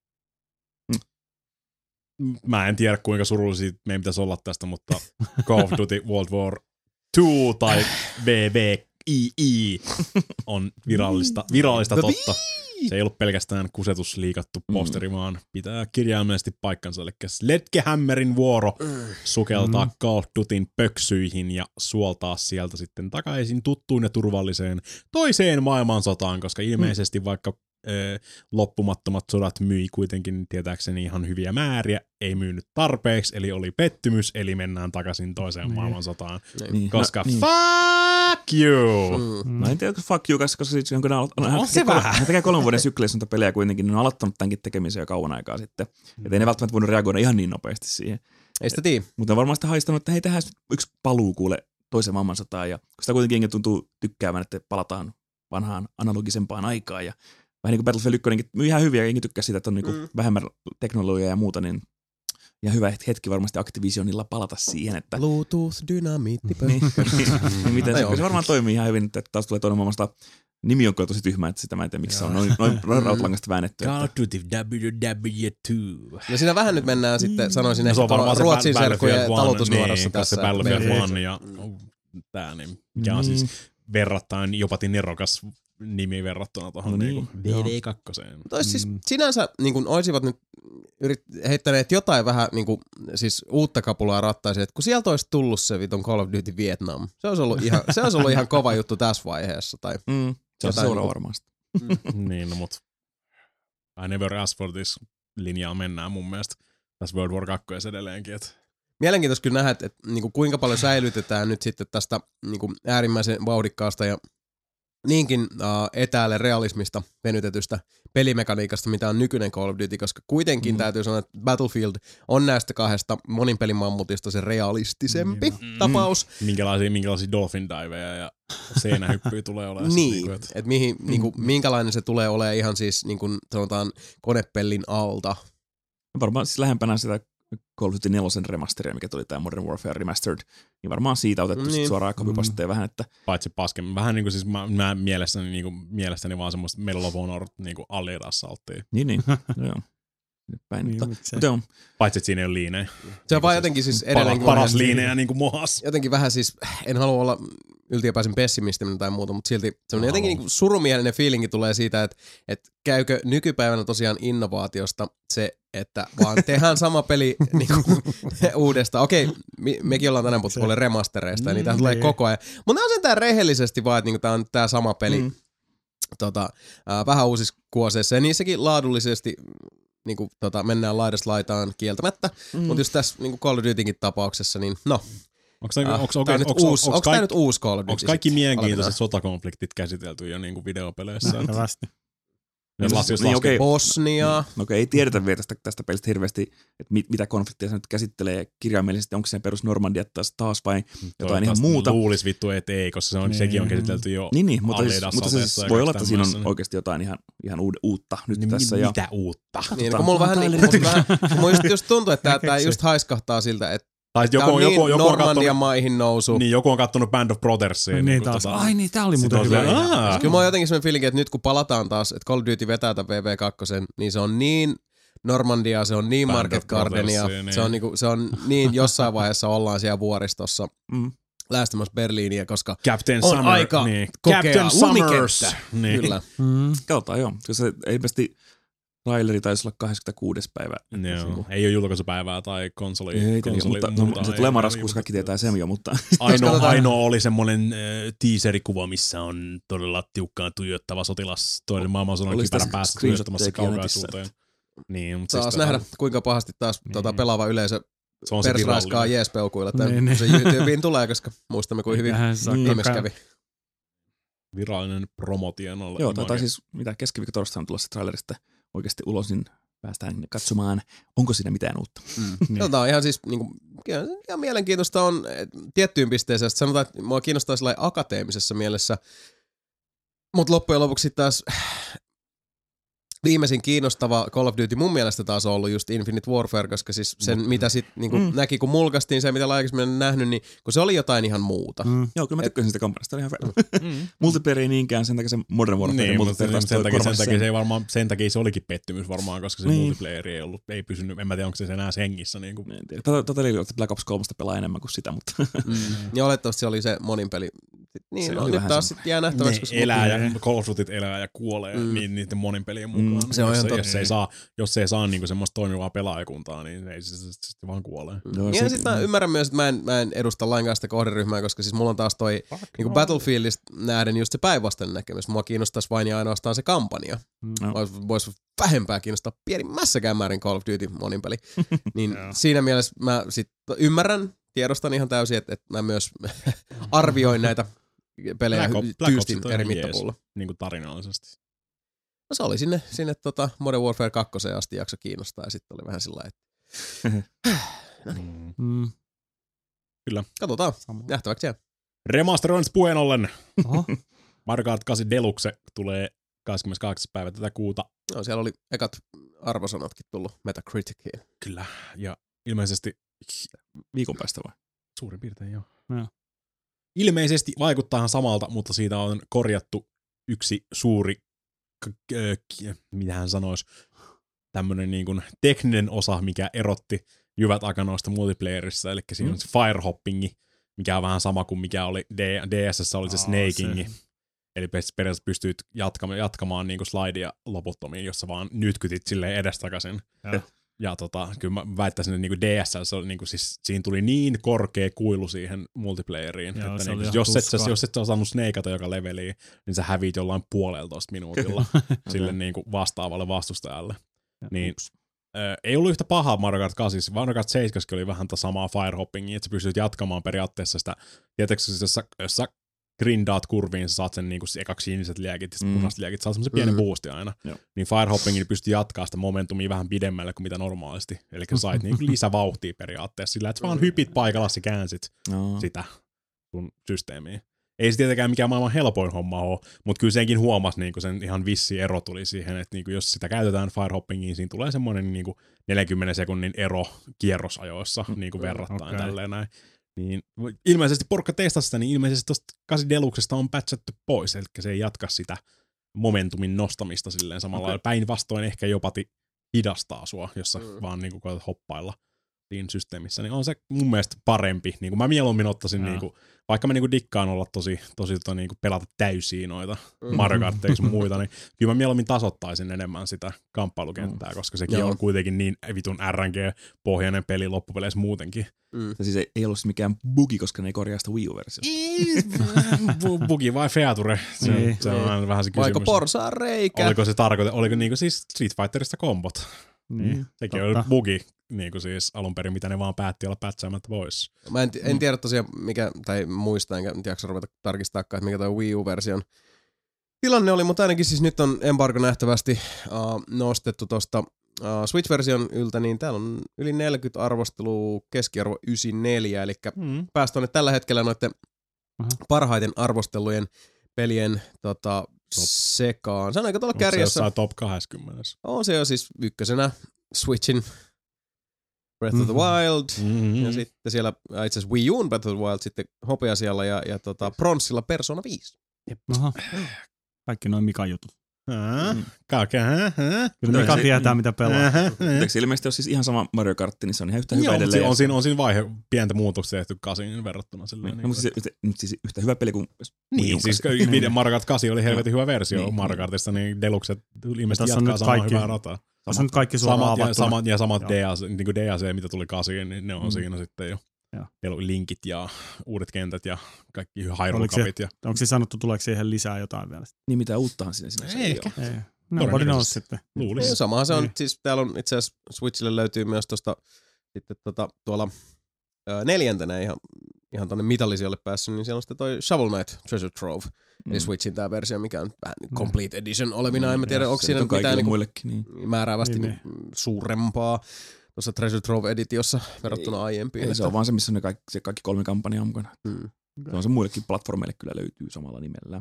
Mä en tiedä, kuinka surullisia meidän pitäisi olla tästä, mutta Call of Duty World War two tai V V I I on virallista, virallista totta. Se ei ollut pelkästään kusetus liikattu posteri, mm. vaan pitää kirjaimellisesti paikkansa. Eli Sledgehammerin vuoro sukeltaa mm. Call of Dutyn pöksyihin ja suoltaa sieltä sitten takaisin tuttuun ja turvalliseen toiseen maailmansotaan, koska ilmeisesti mm. vaikka loppumattomat sodat myi kuitenkin tietääkseni ihan hyviä määriä, ei myynyt tarpeeksi, eli oli pettymys, eli mennään takaisin toiseen niin. maailmansotaan, niin. koska no, fuck niin. you! Mm. Mä en tiedä, onko fuck you, koska siis kun ne aloittanut, no, se vähän. Hän tekee kolmen vuoden sykleissä noita pelejä kuitenkin, niin ne on aloittanut tämänkin tekemisen jo kauan aikaa sitten, mm. et ei ne välttämättä voinut reagoida ihan niin nopeasti siihen. Ei sitä tiedä. Mutta on varmaan sitä haistanut, että hei, tehdään yksi paluu kuule toiseen maailmansotaan, ja sitä kuitenkin tuntuu tykkäävän, että palataan vanhaan analogisempaan aikaan, ja vähän niin kuin Battlefield yksi myy ihan hyviä, enkä tykkää siitä, että on niin kuin mm. vähemmän teknologiaa ja muuta, niin ja hyvä hetki varmasti Activisionilla palata siihen, että Bluetooth-dynamiitti. niin, niin, miten se, se varmaan toimii ihan hyvin, että taas tulee toinen maailmasta nimi on tosi tyhmä, että sitä mä en tiedä, miksi se on noin, noin, noin rautalangasta väännetty. Call of Duty W W two. No siinä vähän nyt mennään sitten, sanoisin, että no, Ruotsin serkkujen talutusnuorassa niin, tässä. Se Battlefield one ja tää, niin, mikä on siis verrattain jopatin nerokas nimi verrattuna tuohon no niin, B D kaksi. Mutta siis mm. sinänsä niin kun olisivat nyt yrit, heittäneet jotain vähän niin kun, siis uutta kapulaa rattaisiin, että kun sieltä olisi tullut se vitun Call of Duty Vietnam, se olisi ollut ihan, se olisi ollut ihan kova juttu tässä vaiheessa. Tai mm. Se on seuraava varmasti. Niin, no mut I never asked for this -linjaa mennään mun mielestä tässä World War kaksi edelleenkin. Että mielenkiintoista kyllä nähdä, että, että niin kuin kuinka paljon säilytetään nyt sitten tästä niin kuin äärimmäisen vauhdikkaasta ja niinkin uh, etäälle realismista venytetystä pelimekaniikasta, mitä on nykyinen Call of Duty, koska kuitenkin mm. täytyy sanoa, että Battlefield on näistä kahdesta monin pelin mammutista se realistisempi mm. tapaus. Minkälaisia, minkälaisia dolphin diveja ja seinähyppyjä tulee olemaan. Niin, niin että et mihin, mm. niinku, minkälainen se tulee olemaan ihan siis niin kuin sanotaan konepellin alta. Varmaan siis lähempänä sitä Call of Duty neljä remasteria, mikä tuli tämä Modern Warfare Remastered, niin varmaan siitä otettu niin. suoraan copypasteen mm. vähän, että paitsi pasken. Vähän niin kuin siis mä, mä mielessäni, niin kuin, mielestäni vaan semmoista Medal of Honor niin kuin alirassalttia. Niin, niin. no, joo. Päin, niin, mutta, mutta on. Paitsi että siinä ei ole liinejä. Se on vaan jotenkin siis edelleen paras liinejä niin kuin mohas. Jotenkin vähän siis, en halua olla yltiöpäisen pessimistinen tai muuta, mutta silti semmoinen jotenkin niin kuin surumielinen fiilinki tulee siitä, että, että käykö nykypäivänä tosiaan innovaatiosta se, että vaan tehdään sama peli niin kuin uudestaan. Okei, me, mekin ollaan tänään puhuttu paljon remastereista, ja niitä mm, tulee niin. koko ajan. Mutta on sentään rehellisesti vaan, että niin tämä on tämä sama peli mm. tota, äh, vähän uusissa kuoseissa, ja niissäkin laadullisesti niin kuin, tota, mennään laidasta laitaan kieltämättä, mm. mutta just tässä niin kuin Call of Dutynkin tapauksessa, niin no. Onko tämä nyt uusi, onko tämä nyt uusi Call of Duty? Onko kaikki mielenkiintoiset sotakonfliktit käsitelty jo niin kuin videopeleissä? Nähtävästi. Jos las, jos niin, okay. Bosnia. No, okei, okay, ei tiedetä vielä tästä, tästä pelistä hirveästi, että mit, mitä konflikteja se nyt käsittelee kirjaimellisesti, onko se perus Normandia taas, taas vai jotain ihan muuta. Luulisi vittu, että ei, koska se on, niin. sekin on käsitelty jo. Niin, niin mutta, siis, mutta se siis voi olla, että siinä on oikeasti jotain ihan, ihan uutta nyt niin, tässä. Mitä ja uutta? Niin, kun mulla vähän, niin, mulla vähän mulla just, just tuntuu, että tämä just haiskahtaa siltä, että Tai joku, on joku, niin joku, on Normandian kattonut, maihin nousu. niin, joku on kattonut Band of Brothersia. Niin, niin taas. tota, Ai niin, tää oli sit muuten on hyvä. silleen, idea. aah. Kyllä mulla on jotenkin semmoinen fiilinki, että nyt kun palataan taas, että Call of Duty vetää tämän V V kaksi, niin se on niin Normandia, se on niin Band Market of Gardenia, Brothersia, niin. se on, niinku, se on niin jossain vaiheessa ollaan siellä vuoristossa Mm. lähestymässä Berliiniä, koska Captain on Summer, aika niin. kokea Captain Summers. lumikenttä. Niin. Kyllä. Mm. Katsotaan joo. Se ilmeisesti traileri taisi olla kahdeskymmeneskuudes päivä. Joo, ei ole julkaisupäivää tai konsoli. Ei, konsoli mutta muuta se ei- tulee ei- marraskuussa, ei- kaikki tietää sen jo, mutta Ainoa, katsotaan. ainoa oli semmoinen äh, teaserikuva, missä on todella tiukkaan tuijottava sotilas toinen maailmansodan Olisi kypärän tässä päästä tuijottamassa screenshotteja kaukaisuuteen. Niin, mutta Saas siis nähdä, tota, kuinka pahasti taas Niin. tota, pelaava yleisö se on se persraiskaa virallinen. jeespeukuilla. Tai Niin, niin. se YouTubeen tulee, koska muistamme, kuin hyvin Eiköhän se saa viimeksi koko- kävi. virallinen promotien. joo, tai siis mitä keskiviikko torstaina on tulossa trailerista oikeasti ulos, niin päästään katsomaan, onko siinä mitään uutta. Mm. Niin. Tota, ihan siis niinku, ihan, ihan mielenkiintoista on et, tiettyyn pisteeseen. Sitten sanotaan, että mua kiinnostaa sellainen akateemisessa mielessä, mutta loppujen lopuksi sit taas viimeisin kiinnostava Call of Duty mun mielestä taas on ollut just Infinite Warfare, koska siis sen, mm. mitä sit niinku Mm. näki, kun mulkaistiin se, mitä aikaisemmin nähnyt, niin kun se oli jotain ihan muuta. Mm. Joo, kyllä mä Et- tykkäsin sitä kampanjasta, oli ihan hyvä. Mm. Multiplayer ei niinkään, sen takia se Modern Warfare Niin, mutta multiplayer sen, taas sen, takia, sen, korvasi takia se ei varmaan, sen takia se olikin pettymys varmaan, koska se Niin. multiplayer ei ollut, ei pysynyt, en mä tiedä onko se enää hengissä. Niin kuin. En tiedä. Tota, tota oli, että Black Ops kolme pelaa enemmän kuin sitä, mutta Mm. Ja olettavasti se oli se monin peli. Niin, Se no, oli nyt vähän taas semmoinen. sit jää nähtäväksi. Ne koska- elää ja Call of Duty elää ja kuolee Mm. niin, niiden monin pelien mukaan. Mm. Se on jos, ihan jos, totta. ei saa, jos se ei saa niinku semmoista toimivaa pelaajakuntaa, niin ei se sitten vaan kuolee. Joo, Ja se- sitten mä ymmärrän myös, että mä en, mä en edusta lainkaan sitä kohderyhmää, koska siis mulla on taas toi niin Battlefieldista nähden just se päinvastainen näkemys. Mua kiinnostaisi vain ja ainoastaan se kampanja. No. Vois, vois vähempää kiinnostaa pienimmässäkään määrin Call of Duty monin peli. Niin Joo. siinä mielessä mä sit ymmärrän, tiedostan ihan täysin, että, että mä myös arvioin näitä pelejä Black Ops- hy- Black tyystin Ops on eri ihan jees. mittapuulla. Niin kuin tarinallisesti. No se oli sinne, sinne tota Modern Warfare kaksi asti jakso kiinnostaa ja sitten oli vähän sillä lailla, että Mm. Mm. katsotaan, Sama. nähtäväksi jää. Remasteroinnista puheen ollen. Oho. Mario Kart kahdeksan Deluxe tulee kahdeskymmeneskahdeksas päivä tätä kuuta. No, siellä oli ekat arvosanatkin tullut Metacriticiin. Kyllä. Ja ilmeisesti viikon päästä vai? suurin piirtein joo. Joo. Ilmeisesti vaikuttaa samalta, mutta siitä on korjattu yksi suuri, k- k- mitä hän sanoisi, tämmönen niin kuin tekninen osa, mikä erotti jyvät akanoista multiplayerissa, eli siinä on se firehoppingi, mikä on vähän sama kuin mikä oli D- D S S oli se Aa, snakingi. se. Eli periaatteessa pystyt jatkamaan, jatkamaan niin kuin slidea loputtomiin, jossa vaan nytkytit silleen edestakaisin. Joo. Ja tota, kyllä mä väittäisin, että niinku D S L, se oli niinku, siis, siinä tuli niin korkea kuilu siihen multiplayeriin, Joo, että se niinku, oli ihan jos, et sä, tuskaa. jos et sä osannut snakeata joka leveliin, niin sä häviit jollain puoleltoista minuutilla sille niinku vastaavalle vastustajalle. Niin, äh, ei ollut yhtä pahaa Mario Kart kahdeksan, Mario Kart seitsemän oli vähän tätä samaa firehoppingia, että sä pystyt jatkamaan periaatteessa sitä, tietääkö jos sä, jos sä grindaat kurviin, sä saat sen niinku ekaksi siniset liekit ja sitten Mm. punaiset liekit, sä saat semmosen pienen Mm. boosti aina. Joo. Niin firehoppingin pystyy jatkaa sitä momentumia vähän pidemmälle kuin mitä normaalisti. Eli sä sait niinku lisävauhtia periaatteessa sillä, että sä vaan hypit paikallasi ja käänsit No. sitä sun systeemiä. Ei se tietenkään mikään maailman helpoin homma ole, mutta kyllä senkin huomasi, niinku sen ihan vissi ero tuli siihen, että niinku jos sitä käytetään firehoppingiin, siinä tulee semmoinen niinku neljänkymmenen sekunnin ero kierrosajoissa niinku verrattain okei. tälleen näin. Niin ilmeisesti porukka testasi sitä, niin ilmeisesti tosta kahdeksan Deluxesta on patchattu pois, eli se ei jatka sitä momentumin nostamista silleen samalla Okei. lailla. Päinvastoin ehkä jopa ti- hidastaa sua, jos sä Mm. vaan niinku koetat hoppailla siinä systeemissä, niin on se mun mielestä parempi. Niin kuin mä mieluummin ottaisin, Joo. niinku, vaikka mä niinku dikkaan olla tosi, tosi tota, niinku pelata täysiä noita Mm. Mario Kartteja sun muita, niin kyllä mä mieluummin tasoittaisin enemmän sitä kamppailukenttää, koska sekin Joo. on kuitenkin niin vitun R N G-pohjainen peli loppupeleissä muutenkin. Mm. Ja siis ei, ei ollut mikään bugi, koska ne ei korjaa sitä Wii U-versiota. Bu- Bugi vai feature? Se, Niin. se on aina vähän se Vaiko kysymys. porsaan reikä? Oliko se tarkoite, oliko niinku siis Street Fighterista kombot? Niin, Sekin totta. oli bugi, niinku siis alun perin, mitä ne vaan päätti olla pätsäämättä pois. Mä en, en tiedä tosiaan, mikä, tai muista, enkä nyt jaksa ruveta tarkistaakaan, että mikä toi Wii U-version tilanne oli, mutta ainakin siis nyt on embargo nähtävästi uh, nostettu tosta uh, Switch-version yltä, niin täällä on yli neljäkymmentä arvostelua, keskiarvo yhdeksänkymmentäneljä, eli Mm. päästä on tällä hetkellä noiden Aha. parhaiten arvostelujen pelien tota, sekaan. Se on aika tuolla Onko se kärjessä. jossain top kaksikymmentä? On se jo siis ykkösenä Switchin Breath of the Wild, Mm-hmm. ja sitten siellä itse asiassa Wii U:n Breath of the Wild sitten hopeasialla ja, ja tota, pronssilla Persona viisi. Aha. Kaikki noin Mikan jutut. Mm. Kake, hä, hä? Kyllä Mika se- tietää, mitä pelaa. Eikö se ilmeisesti ole siis ihan sama Mario Kartti, niin se on ihan yhtä hyvä Joo, mutta edelleen. siinä- on, siinä, on siinä vaihe pientä muutoksia tehty kasiin verrattuna silleen. Niin, no, mutta siis, yhtä, mutta siis yhtä hyvä peli kuin Niin, Wii U siis kasi. viiden Mario Kart kahdeksan oli helvetin hyvä versio Niin, Mario Kartista, niin Deluxet ilmeisesti Tässä on jatkaa nyt samaa kaikki- hyvää rataa. Tässä on nyt kaikki suoraan Samat, ja, avattuna. samat, ja samat Joo. D L C, niin kuin D L C, mitä tuli kasiin, niin ne on Mm. siinä sitten jo. Joo. Delu- linkit ja uudet kentät ja kaikki Oliko Hyrule se- Cupit. Ja... Onko se sanottu, tuleeko siihen lisää jotain vielä? Niin mitä uuttahan siinä sinänsä Ei ei ehkä. ole. Ei. Nobody knows sitten. Luulisin. Ja samahan se on, Niin. siis täällä on itse asiassa Switchille löytyy myös tosta sitten tota, tuolla ää, neljäntenä ihan, ihan tonne mitallisijoille päässyt, niin siellä on sitten toi Shovel Knight Treasure Trove, mm. eli Switchin tää versio, mikä on vähän Mm. Complete Edition olevina, en mä tiedä, onko Se siinä nyt on mitään kaikille niinku muillekin. Niin. määräävästi Niin, niin, suurempaa tuossa Treasure Trove-editiossa verrattuna aiempiin. Ei, se on vaan se, missä on ne kaikki, se kaikki kolme kampanjaa mukana. Mm. Se on se muillekin platformeille kyllä löytyy samalla nimellä.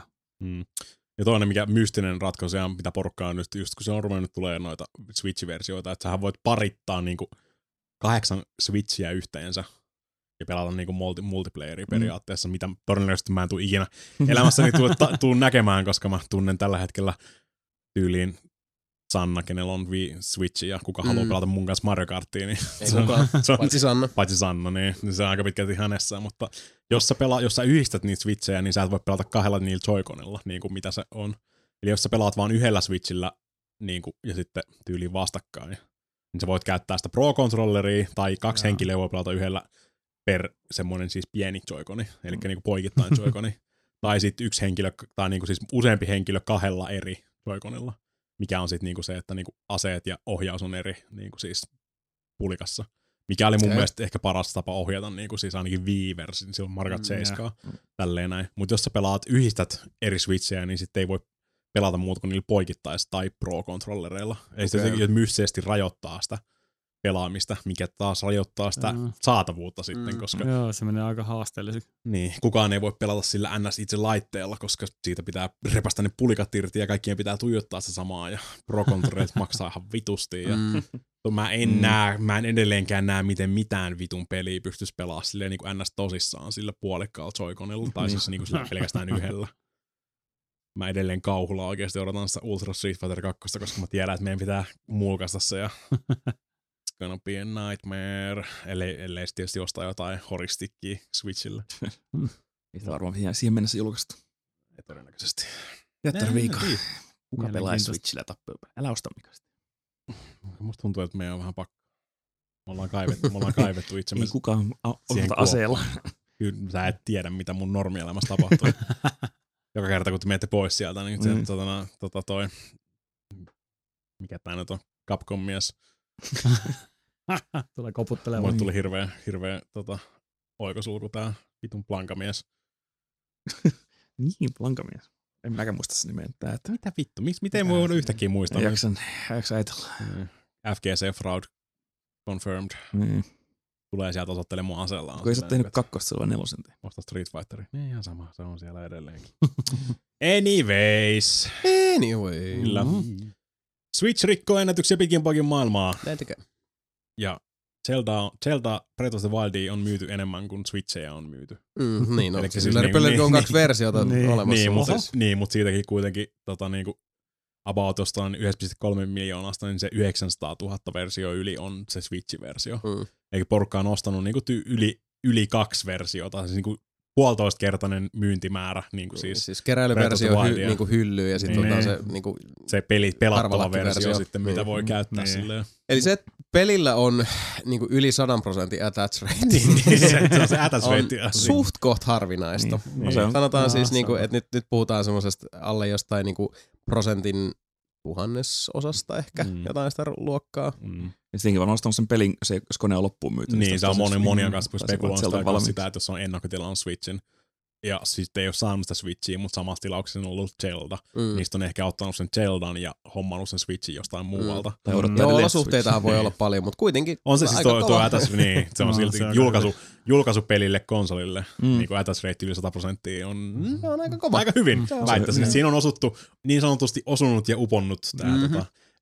Mm. Ja toinen, mikä mystinen ratkaisu, ja mitä porukkaa on nyt, just kun se on ruvennut tulee noita Switch-versioita, että sähän voit parittaa niinku kahdeksan Switchiä yhteensä ja pelata niinku multi- multiplayeria periaatteessa, mitä todennäköisesti mä en tule ikinä elämässäni tuu, ta, tuu näkemään, koska mä tunnen tällä hetkellä tyyliin Sanna, kenellä on Wii Switch ja kuka mm. haluaa pelata mun kanssa Mario Karttia, niin Ei se on, kukaan, se on, paitsi Sanna. paitsi Sanna, niin, niin se on aika pitkälti hänessä, mutta jos sä, pela, jos sä yhdistät niitä Switchejä, niin sä et voi pelata kahdella niillä Joy-Conilla, niin kuin mitä se on. Eli jos sä pelaat vaan yhdellä Switchillä niin kuin, ja sitten tyyliin vastakkain, niin sä voit käyttää sitä Pro-controlleria, tai kaksi Jaa. henkilöä voi pelata yhdellä per semmoinen siis pieni Joy-Coni, eli niin kuin poikittain Joy-Coni. Tai sitten yksi henkilö, tai niin kuin siis useampi henkilö kahdella eri Joy-Conilla, mikä on sitten niinku se, että niinku aseet ja ohjaus on eri niinku siis pulikassa. Mikä oli mun Okay. mielestä ehkä paras tapa ohjata niinku siis ainakin Wii-versi, niin silloin Mario Kart Mm, seitsemän, tälleen näin. Mutta jos sä pelaat, yhdistät eri switchejä, niin sitten ei voi pelata muuta kuin niillä poikittais- tai pro-kontrollereilla. Eli se Okay. jotenkin mysteisesti rajoittaa sitä pelaamista, mikä taas rajoittaa sitä Mm. saatavuutta sitten, Mm. koska Joo, se menee aika haasteelliseksi. niin, kukaan ei voi pelata sillä N S itse laitteella, koska siitä pitää repästä ne pulikat irti ja kaikkien pitää tuijottaa se samaa ja Pro-controllerit maksaa ihan vitusti. Ja Mm. mä, en Mm. näe, mä en edelleenkään näe, miten mitään vitun peliä pystyisi pelaamaan silleen niin kuin N S tosissaan sillä puolikkaalla Joy-Conilla, tai siis niin kuin sillä pelkästään yhdellä. Mä edelleen kauhulla oikeasti odotan sitä Ultra Street Fighter kaksi, koska mä tiedän, että meidän pitää mulkaista se ja it's gonna be a nightmare, ellei, ellei sitten tietysti ostaa jotain horistikkiä Switchille. Ei sitä varmaan siihen- siihen mennessä julkaistu. Ei todennäköisesti. Teatteriviikko. Niin. Kuka pelaa Mielenkiintoista. Switchillä tappelupelejä? Älä osta Mikasta. Musta tuntuu, että meidän on vähän pakko. Me ollaan kaivettu, me ollaan kaivettu itsemme. Ei kukaan a- siihen ota aseella. Kyllä sä et tiedä, mitä mun normielämässä tapahtuu. Joka kerta, kun te menette pois sieltä, niin se, Mm. tota, tota toi, mikä tää nyt on, Capcom-mies. Tulee koputtelemaan. Mulle tuli hirveä, hirveä tota, oikosulku tää vitun plankamies. Niin, Blankamies. En mäkään muista sen nimeä. Tää, että Mitä vittu? Miksi, miten voi voida yhtäkkiä muistaa? ei jaksa, ei jaksa ajatella. Mm. F G C Fraud confirmed. Niin. Tulee sieltä osoittelemaan mun aseellaan. Kun ei sä tehnyt kakkosta, se on nelosen tehnyt. Osta Street Fighteri. Niin ihan sama, se on siellä edelleenkin. Anyways. Anyway. Kyllä. Mm. Switch rikkoo ennätyksiä pikin poikin maailmaa. Näin tekee. Ja Zelda, Zelda Breath of the Wildia on myyty enemmän kuin Switchejä on myyty. Mm, niin, no. Elikkä Siis siis Larry niinku- Pellerillä on niin, kaksi versiota niin, olemassa. Niin, mutta Siis- niin, mut siitäkin kuitenkin tota, niinku, about jostain yksi pilkku kolme miljoonasta, niin se yhdeksänsataatuhatta versio yli on se Switch-versio. Mm. Eli porukka on ostanut niinku ty- yli, yli kaksi versiota, siis niinku puolitoistakertainen myyntimäärä, niinku siis Siis keräilyversio Breath of the hy, Wildia. niinku hyllyy ja sitten Niin. on se niinku, se peli, pelattava Arvalakkiversio. versio sitten, mitä Niin. voi käyttää Niin. silleen. eli se, että pelillä on niinku yli sadan prosentin attach rate. Niin, se, se on se attach on rate. suht koht harvinaista. Niin. No se on. Sanotaan Joo, siis, se niinku, on. että nyt, nyt puhutaan semmoisesta alle jostain niinku prosentin tuhannesosasta ehkä, Mm. jotain sitä luokkaa. Mm. Ja sittenkin varmaan ostanut sen pelin, se, jos kone on loppuun myyty. Niin, se on moni, monia Mm, kanssa, kun tai se spekuloin vaan sitä, sieltä kanssa valmiiksi. sitä, että jos on ennakkotilan Switchin, ja sitten ei ole saanut sitä Switchiä, mutta samassa tilauksessa on ollut Zelda, Mm. niistä on ehkä ottanut sen Zeldan ja hommannut sen Switchin jostain muualta. Tai Mm. odottaa Joo, edelleen olosuhteitahan voi Niin. olla paljon, mutta kuitenkin On se siis aika tuo, tuo kova. ätäs, niin, se on No, silti se on julkaisu, julkaisupelille konsolille, Mm. niin kuin attach rate yli sata prosenttia on Mm, se on aika kova. aika hyvin. Se on Väittäisin, se- että siinä on osuttu, niin sanotusti osunut ja uponnut tämä Mhm. tota, eh,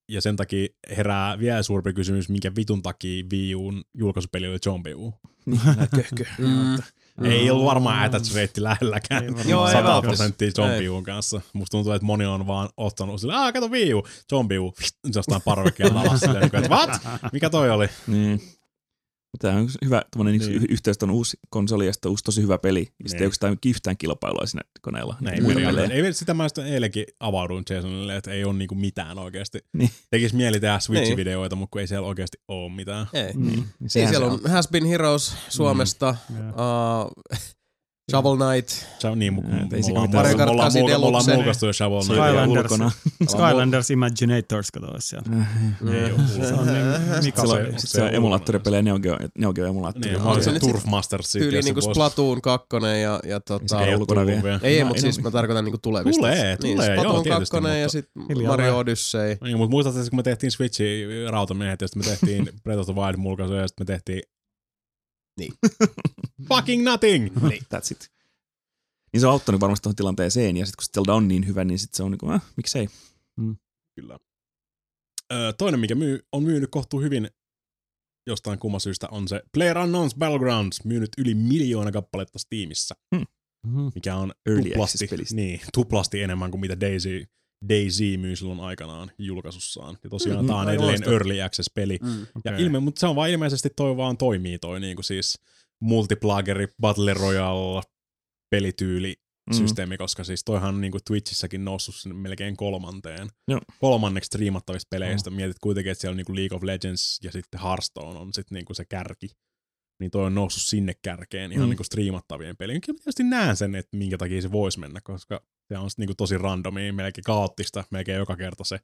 ja sen takia herää vielä suurempi kysymys, minkä vitun takia Wii U:n julkaisupeli oli Zombie U. Niin, köhkö. Mm. Ei ollut varmaan attach rate lähelläkään sata prosenttia Zombie U:n kanssa. Musta tuntuu, että moni on vaan ottanut silleen, aah, kato Wii U, Zombie U, jostain parvekkeella alas silleen, että what? Mikä toi oli? Niin. Tämä on hyvä niin. Niin. yhteys, on uusi konsoli ja sitten uusi tosi hyvä peli. Ja sitten Niin. ei ole yhtään kilpailua siinä koneella. Ei, ei, ei sitä mä sitten eilenkin avauduin Jasonille, että ei ole niinku mitään oikeasti. Niin. Tekis mieli tehdä Switch-videoita, mutta kun ei siellä oikeasti ole mitään. Ei. Niin. Niin, Sehän siellä se on Has Been Heroes Suomesta, Mm. uh, Shovel Knight. Se on niin, mu- Ää, ei se me ollaan Mario Kart me ollaan kahdeksan muuka- me ollaan Deluxe. muukastu jo Shovel Se Knight. on Skylanders, ulkona. Skylanders Imaginators, kato olisi siellä. Ei oo Se on niin, Mika Sitten peli. se, sit se on emulaattoripelejä, Neo Geo, Neo Geo emulaattori. Niin, Onko on se se nyt Turf Masters siitä. Tyyli niinku Splatoon kaksi ja, ja tota... Se ei ole ulkona vielä. vielä. Ei, No, mutta ei siis ole. mä tarkoitan niinku tulevista. Tulee, niin, tulee, joo, Splatoon tietysti, kaksi ja mutta- sitten Hiljaa Mario vai? Odyssey. Niin, mutta muistatte, että kun me tehtiin Switchiin Rautamiehet, ja sitten me tehtiin Breath of the Wild mulkaisu, ja sitten me tehtiin... Niin. Fucking nothing! Niin, that's it. Niin se on auttanut varmasti tuohon tilanteeseen, ja sitten kun Zelda on niin hyvä, niin sitten se on niin kuin, äh, miksei. Kyllä. Öö, toinen, mikä myy, on myynyt kohtuu hyvin jostain kumman syystä, on se PlayerUnknown's Battlegrounds, myynyt yli miljoona kappaletta Steamissa, Mhm. mikä on Early tuplasti, access-pelistä. niin, tuplasti enemmän kuin mitä Daisy, Daisy myy silloin aikanaan julkaisussaan. Ja tosiaan Mhm, tää on aika edelleen loistava. Early Access-peli. Mm. Ja Okei. ilme, mutta se on vaan ilmeisesti toi vaan toimii toi niinku siis multiplageri, Battle Royale, pelityyli, Mm. systeemi, koska siis toihan on niinku Twitchissäkin noussut sinne melkein kolmanteen. Joo. Kolmanneksi striimattavista peleistä. Mietit kuitenkin, että siellä on niinku League of Legends ja sitten Hearthstone on sitten niinku se kärki. Niin toi on noussut sinne kärkeen ihan Mm. niinku striimattavien peliin. Kyllä mä tietysti näen sen, että minkä takia se voisi mennä, koska se on sit niinku tosi randomia, melkein kaoottista, melkein joka kerta se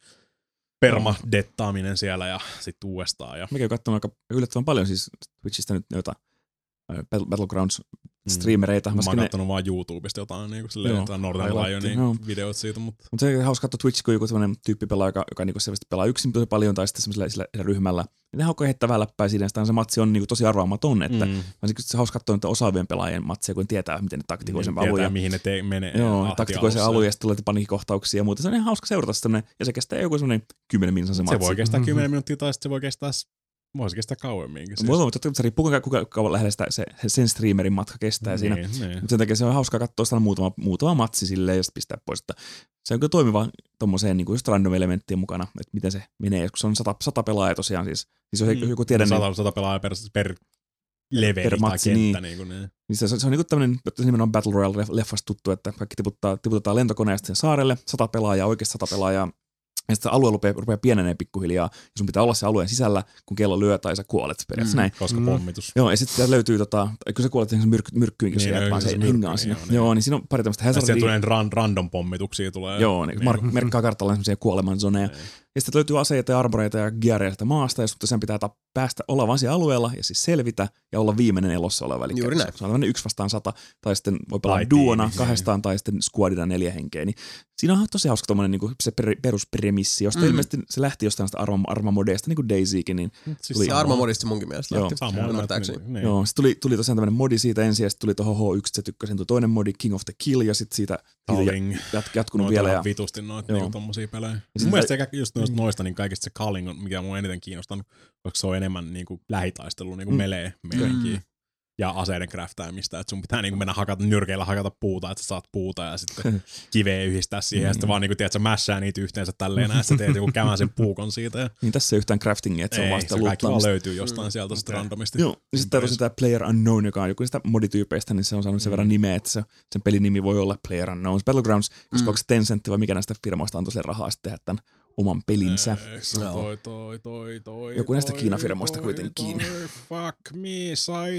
permadettaaminen siellä ja sitten uudestaan. Ja Mä käyn katsomaan aika yllättävän paljon siis Twitchistä nyt noita äh, Battle- Battlegrounds streamereita. mä Mä oon ne, kattonut vaan YouTubesta jotain niinku silleen, Joo, jotain Northern highlightia, Lionin joo. videot siitä, mutta mutta se on hauska katsoa Twitch, kun joku sellainen tyyppi pelaa, joka, joka niinku selvästi pelaa yksin tosi paljon tai sitten semmoisella sillä, sillä ryhmällä. Ja ne haukkaa heittää vähän läppää siinä, ja se matsi on niinku tosi arvaamaton, että mm. se hauska katsoa niitä osaavien pelaajien matseja, kun tietää, miten ne taktikoi sen tietää, alun. Ja, mihin ne te- menee. joo, ahti taktikoi sen alussa. alun ja sitten tulee paniikkikohtauksia ja muuta. Se on ihan hauska seurata sitä, ja se kestää joku semmoinen kymmenen minuutin se matsi. Se voi kestää Mhm. kymmenen minuuttia tai sitten se voi kestää, voisi kestää kauemminkin. Siis. Voi olla, mutta se riippuu kuinka, kuinka kauan lähellä sitä, se, sen streamerin matka kestää siinä. Niin, niin. Mutta sen takia se on hauskaa katsoa sitä muutama, muutama matsi silleen ja sitten pistää pois. Että se on kyllä toimiva tommoseen niin kuin just random elementtien mukana, että miten se menee. Joskus se on sata, sata pelaajaa tosiaan siis. Siis jos Mm. joku tiedä, niin, Sata, sata pelaajaa per, per leveli Per tai matsi, kenttä. niin. Niin kuin, niin. niin se, se, se on niin tämmöinen, että se nimenomaan Battle Royale-leffasta tuttu, että kaikki tiputtaa, tiputetaan lentokoneesta sen saarelle, sata pelaajaa, oikeasti sata pelaajaa. Ja sitten alue rupeaa, rupeaa pienenee pikkuhiljaa, ja sun pitää olla se alueen sisällä, kun kello lyö tai sä kuolet periaatteessa Mm. näin. Koska Mm. pommitus. Joo, ja sitten löytyy, tota, kun sä kuolet sen myrk, myrkkyynkin, jos Niin, niin, jäät joo, vaan se se myrkky, hengaan siinä. joo, niin. Joo, niin siinä on pari tämmöistä Ja sitten hazardia. tulee ran, random pommituksia. Tulee. Joo, niin, mark, merkkaa kartalla semmoisia kuolemanzoneja. Niin. Ja sitten löytyy aseita ja armoreita ja gearia sieltä maasta, ja sitten sen pitää ta- päästä olla vaan siellä alueella ja siis selvitä ja olla viimeinen elossa oleva. Eli Juuri se, näin. se on tämmöinen yksi vastaan sata, tai sitten voi pelaa Tai duona tiimi, kahdestaan, tai sitten squadina neljä henkeä. Niin siinä on tosi hauska tommonen niinku se per, peruspremissi, josta Mm. mm. ilmeisesti se lähti jostain sitä arma, armamodeista, niin kuin Daisykin, niin Siis Tuli Se sama- Arma-modista munkin mielestä Joo. lähti. sama on, Ymmärtääkseni. niin, niin. joo, sitten tuli, tuli tosiaan tämmöinen modi siitä ensin, ja sitten tuli tuohon H yksi Z yksi, tuli toinen modi, King of the Kill, ja sitten siitä Culling. jat, jatkunut Noita vielä. on Ja, vitusti noita Joo. niinku tommosia pelejä. Mun sit mielestä tai- sekä just noista, noista niin kaikista se Culling on, mikä mun eniten kiinnostanut, koska se on enemmän niinku lähitaistelu, niinku Mm. melee meininkiä. Ja aseiden craftaamista, että sun pitää niinku mennä hakata, nyrkeillä hakata puuta, että sä saat puuta ja sitten kiveä yhdistää siihen, ja sitten vaan niinku, tiedät, sä mässää niitä yhteensä tälleen, ja sitten teet joku kämäsen puukon siitä. Ja niin tässä ei yhtään craftingia, että se on ei, vaan se sitä kaikki vaan luuttaamista. löytyy jostain sieltä sitten Okei. randomisti. Joo, ja sitten tosiaan tämä Player Unknown, joka on joku sitä modityypeistä, niin se on saanut sen Mm. verran nimeä, että se, sen pelin nimi voi olla Player Unknown. Battlegrounds, koska Mm. onko se Tencent vai mikä näistä firmoista antoi sille rahaa sitten tehdä tämän oman pelinsä. Ei, se on Joo. toi, toi, toi, toi, Joku näistä toi, Kiina-firmoista toi, kuitenkin. Toi, fuck me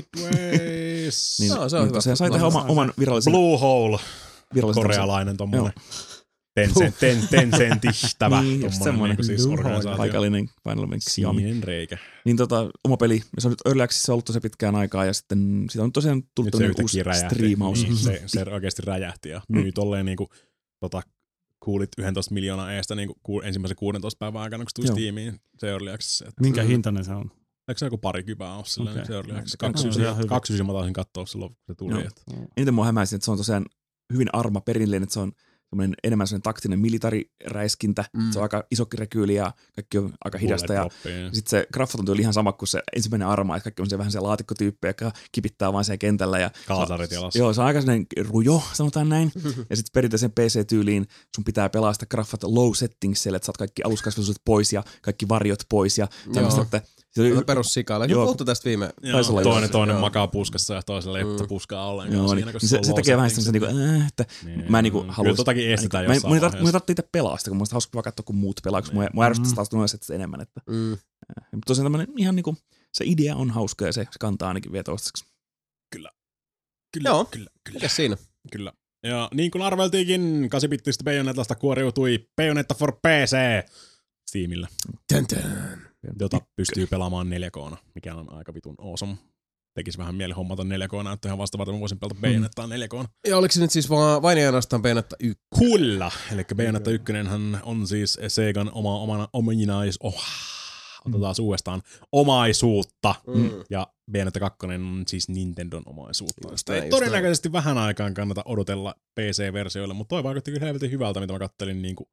sideways. Niin, Joo, se on niin hyvä. tosiaan sai No, tehdä se oma, oman virallisen... Blue Hole, virallisen korealainen tommonen. Tencent, ten, Tencentihtävä Niin, just tommonen semmoinen. niinku siis Blue Hole. organisaatio. paikallinen Final Xiaomi. Sininen reikä. Niin tota, oma peli, ja se on nyt Early Accessissa ollut tosi pitkään aikaa, ja sitten siitä on tosiaan tullut Nyt se tämmöinen uusi yhtäkkiä räjähti. striimaus. Niin, se, se oikeasti räjähti ja myi tolleen niinku tota, kuulit yksitoista miljoonaa eestä niinku ku, ensimmäisen kuudentoista päivän aikana, kun se tuli Joo. Steamiin, se Early Access. Et, Minkä hintainen se on? eikö se joku pari kypää ole silleen, Okei. se Early Access? No, Kaksi se on ihan hyvä. kaksi mä taisin katsoa silloin, kun se tuli. Joo. Et, Eniten mua hämäisi, että se on tosiaan hyvin arma perillinen, että se on enemmän sellainen taktinen militariräiskintä. Mm. Se on aika iso rekyyli ja kaikki on aika hidasta. Ja sitten se graffaton tuli ihan sama kuin se ensimmäinen Arma, että kaikki on se vähän se laatikkotyyppi, joka kipittää vaan siellä kentällä. Ja Kalsarit jalassa. Joo, se on aika sellainen rujo, sanotaan näin. Ja sitten perinteisen P C-tyyliin sun pitää pelaa sitä graffat low settingsille, että saat kaikki aluskasvillisuudet pois ja kaikki varjot pois. Ja tämmöistä, että Tämä perussikailla. Joo, puhuttu tästä viime. Joo, toinen toinen makaa puskassa ja toisella ei mm. puskaa ollenkaan. Joo, siinä, niin, se, se tekee vähän sitä, niinku, äh, että niin, mä niinku haluaisin. Kyllä totakin estetään jossain vaiheessa. Mä ei tarvitse itse pelaa sitä, kun mun hauska vaan katsoa, kun muut pelaa, koska niin. Mua ärsyttää taas noissa enemmän. Että, mm. äh, mutta tosiaan tämmönen ihan niinku, se idea on hauska ja se, se kantaa ainakin vielä toistaiseksi. Kyllä. Kyllä, Joo, kyllä, kyllä. Mikäs siinä? Kyllä. Ja niin kuin arveltiinkin, kahdeksanbittistä Bayonetasta kuoriutui Bayonetta for P C Steamillä. Tän tän. Jota pystyy pelaamaan neljä K:na, mikä on aika vitun awesome. Tekisi vähän mieli hommata neljä K-näyttö ihan vastaavaa, että mä voisin pelata Bayonettaa neljä K:na. Ja oliko se nyt siis vaan vain ja ainoastaan Bayonetta yksi? Kyllä! Eli Bayonetta ykkönen on siis Segan oma, omana, ominais... Oh, otetaan mm. uudestaan omaisuutta. Mm. Ja Bayonetta kaksi on siis Nintendon omaisuutta. Just ei todennäköisesti näin. Vähän aikaan kannata odotella P C-versioille, mutta toi vaikutti kyllä helvetin hyvältä, mitä mä kattelin niinku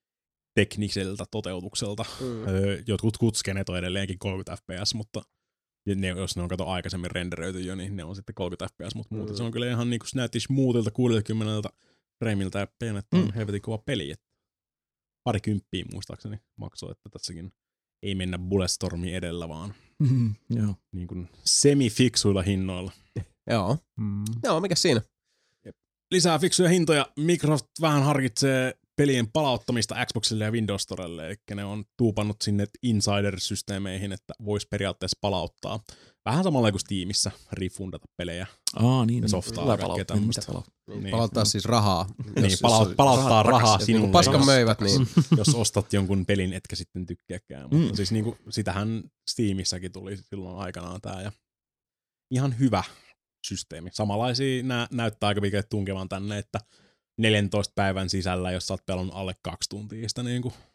tekniseltä toteutukselta. Mm. Öö, jotkut kutskenet on edelleenkin kolmekymmentä F P S, mutta ne, jos ne on kato aikaisemmin renderöity jo, niin ne on sitten kolmekymmentä F P S, mutta mm. muuten se on kyllä ihan niinku näytti smoothilta kuusikymmentä frameilta ja Bayonetta on mm. helvetin kova peli. Et parikymppiä muistaakseni maksoi, että tässäkin ei mennä Bulletstormin edellä, vaan mm, joo. Niin kuin semi-fiksuilla hinnoilla. Joo. Mm. Joo, mikä siinä? Jep. Lisää fiksuja hintoja. Microsoft vähän harkitsee pelien palauttamista Xboxille ja Windows Storelle, eli ne on tuupannut sinne insider-systeemeihin, että voisi periaatteessa palauttaa. Vähän samalla kuin Steamissa, refundata pelejä Aa, niin, ja softaa ja kaikkea tämmöistä. Niin, palauttaa siis rahaa. Niin, jos, palaut, jos palauttaa rahaa, rahaa sinulle. Niin paskan möivät, niin. Jos ostat jonkun pelin, etkä sitten tykkääkään. Mm. Mutta siis niin kuin, sitähän Steamissäkin tuli silloin aikanaan tää. Ja ihan hyvä systeemi. Samanlaisia nää näyttää aika pitkälti tunkevan tänne, että neljäntoista päivän sisällä, jos sä oot pelannut alle kaksi tuntia sitä niin kuin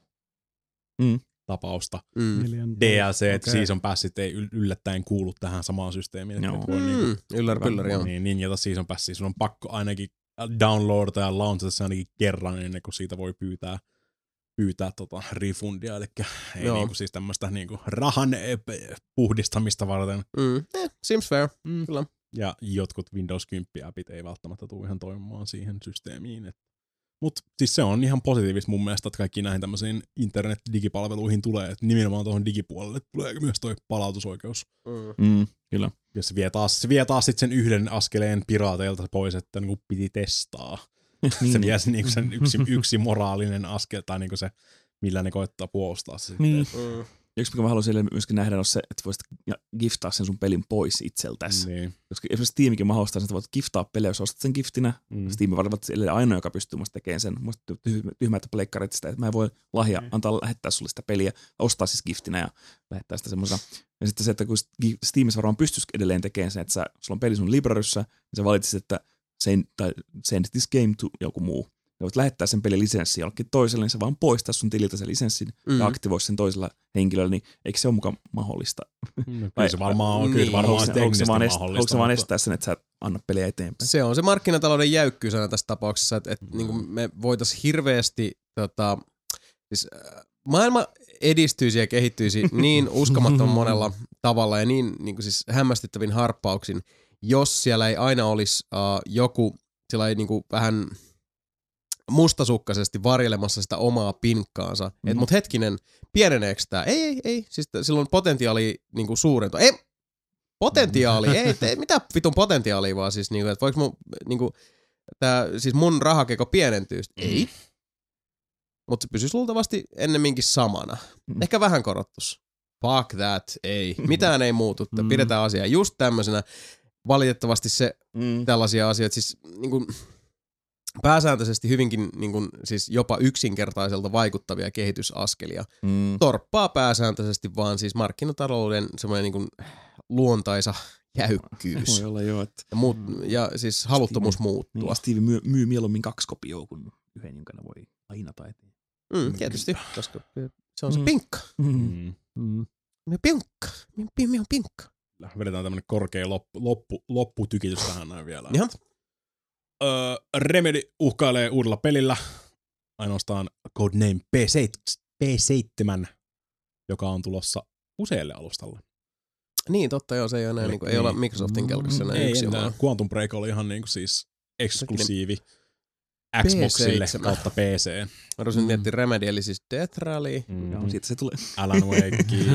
mm. tapausta. Mm. D L C, okay. Season Passit ei yllättäen kuulu tähän samaan systeemiin. Joo. Mm. Niin Ylläri pylläri, joo. Niin, ninjata Season Passia. Sun on pakko ainakin downloadata ja launchata se ainakin kerran ennen kuin siitä voi pyytää, pyytää tota refundia. Eli ei niinku siis tämmöistä niinku rahan puhdistamista varten. Mm. Eh, seems fair. Mm. Kyllä. Ja jotkut Windows kymmenen-appit ei välttämättä tule ihan toimimaan siihen systeemiin. Mutta siis se on ihan positiivista mun mielestä, että kaikki näihin tämmöisiin internet-digipalveluihin tulee. Et nimenomaan tuohon digipuolelle tulee myös toi palautusoikeus. Mm. Mm, kyllä. Ja se vie taas, se vie taas sit sen yhden askeleen piraateilta pois, että niinku piti testaa. Se vie sen, niinku sen yksi, yksi moraalinen askel, tai niinku se, millä ne koittaa puolustaa se. Niin. Mm. Yksi, mikä mä haluan siellä myöskin nähdä, on se, että voisit giftaa sen sun pelin pois itseltäsi. Niin. Koska esimerkiksi Steamikin mahdollistaa sen, että voit giftaa pelejä, jos ostat sen giftinä. Mm. Steam varmaan ainoa, joka pystyy tekemään sen. Musta tyhmä, että pleikkarit sitä, että mä en voi lahja mm. antaa lähettää sulle sitä peliä, ostaa siis giftinä ja lähettää sitä semmoisena. Ja sitten se, että kun Steamissa varmaan pystyisi edelleen tekemään sen, että sä, sulla on peli sun libraryssä, niin sä valitsisit, että send, tai send this game to joku muu. Ja voit lähettää sen pelin lisenssiin jollekin toiselle, niin sä vaan poistaa sun tililtä sen lisenssin mm. ja aktivoisi sen toisella henkilöllä, niin eikö se ole mukaan mahdollista? No, kyllä se varmaan on, kyllä varmaan onko teknisesti mahdollista. Onko se vaan estää sen, että sä annat peliä eteenpäin? Se on se markkinatalouden jäykkyys aina tässä tapauksessa, että, että mm. niin kuin me voitaisiin hirveästi, tota, siis maailma edistyisi ja kehittyisi niin uskomattoman monella tavalla ja niin, niin kuin siis hämmästyttävin harppauksin, jos siellä ei aina olisi uh, joku sellainen niin kuin vähän mustasukkaisesti varjelemassa sitä omaa pinkkaansa. Mm. Että mut hetkinen, pieneneekö tää? Ei, ei, ei. Siis silloin potentiaali niinku suurentua. Ei, potentiaali, ei, ei, mitä vitun potentiaalia vaan siis niinku, että voiko mun niinku, tää, siis mun rahakeko pienentyy? Mm. Ei. Mutta se pysyisi luultavasti ennemminkin samana. Mm. Ehkä vähän korottus. Fuck that, ei. Mitään ei muutu. Mm. Pidetään asiaa just tämmöisenä. Valitettavasti se mm. tällaisia asioita, siis niinku pääsääntöisesti hyvinkin niin kuin, siis jopa yksinkertaiselta vaikuttavia kehitysaskelia. Mm. Torppaa pääsääntöisesti vaan siis markkinatalouden semmoinen niin kuin luontaisa jäykkyys. Voi olla joo, että ja, muut, ja siis haluttomuus Steve, muuttua. Niin, Steve myy, myy mieluummin kaksi kopioa kuin yhden, jonka ne voi lainata eteen. Mm, tietysti, koska se on se mm. pinkka. Mm. Mm. Pinkka. Minä on pinkka. Vedetään tämmönen korkea loppu, loppu, lopputykitys tähän näin vielä. Ihan. öö, Remedy uhkailee uudella pelillä, ainoastaan Codename P seitsemän, joka on tulossa useille alustalle. Niin, totta joo, se ei ole enää, niin kuin, ei olla Microsoftin kelkassa enää Ei yksi enää. vaan. Quantum Break oli ihan niin kuin siis eksklusiivi Xboxille P seitsemän kautta P C. Mä haluaisin mm. miettiä Remedy, eli siis Death Rally. Mm. Joo, siitä se tulee. Alan Wake.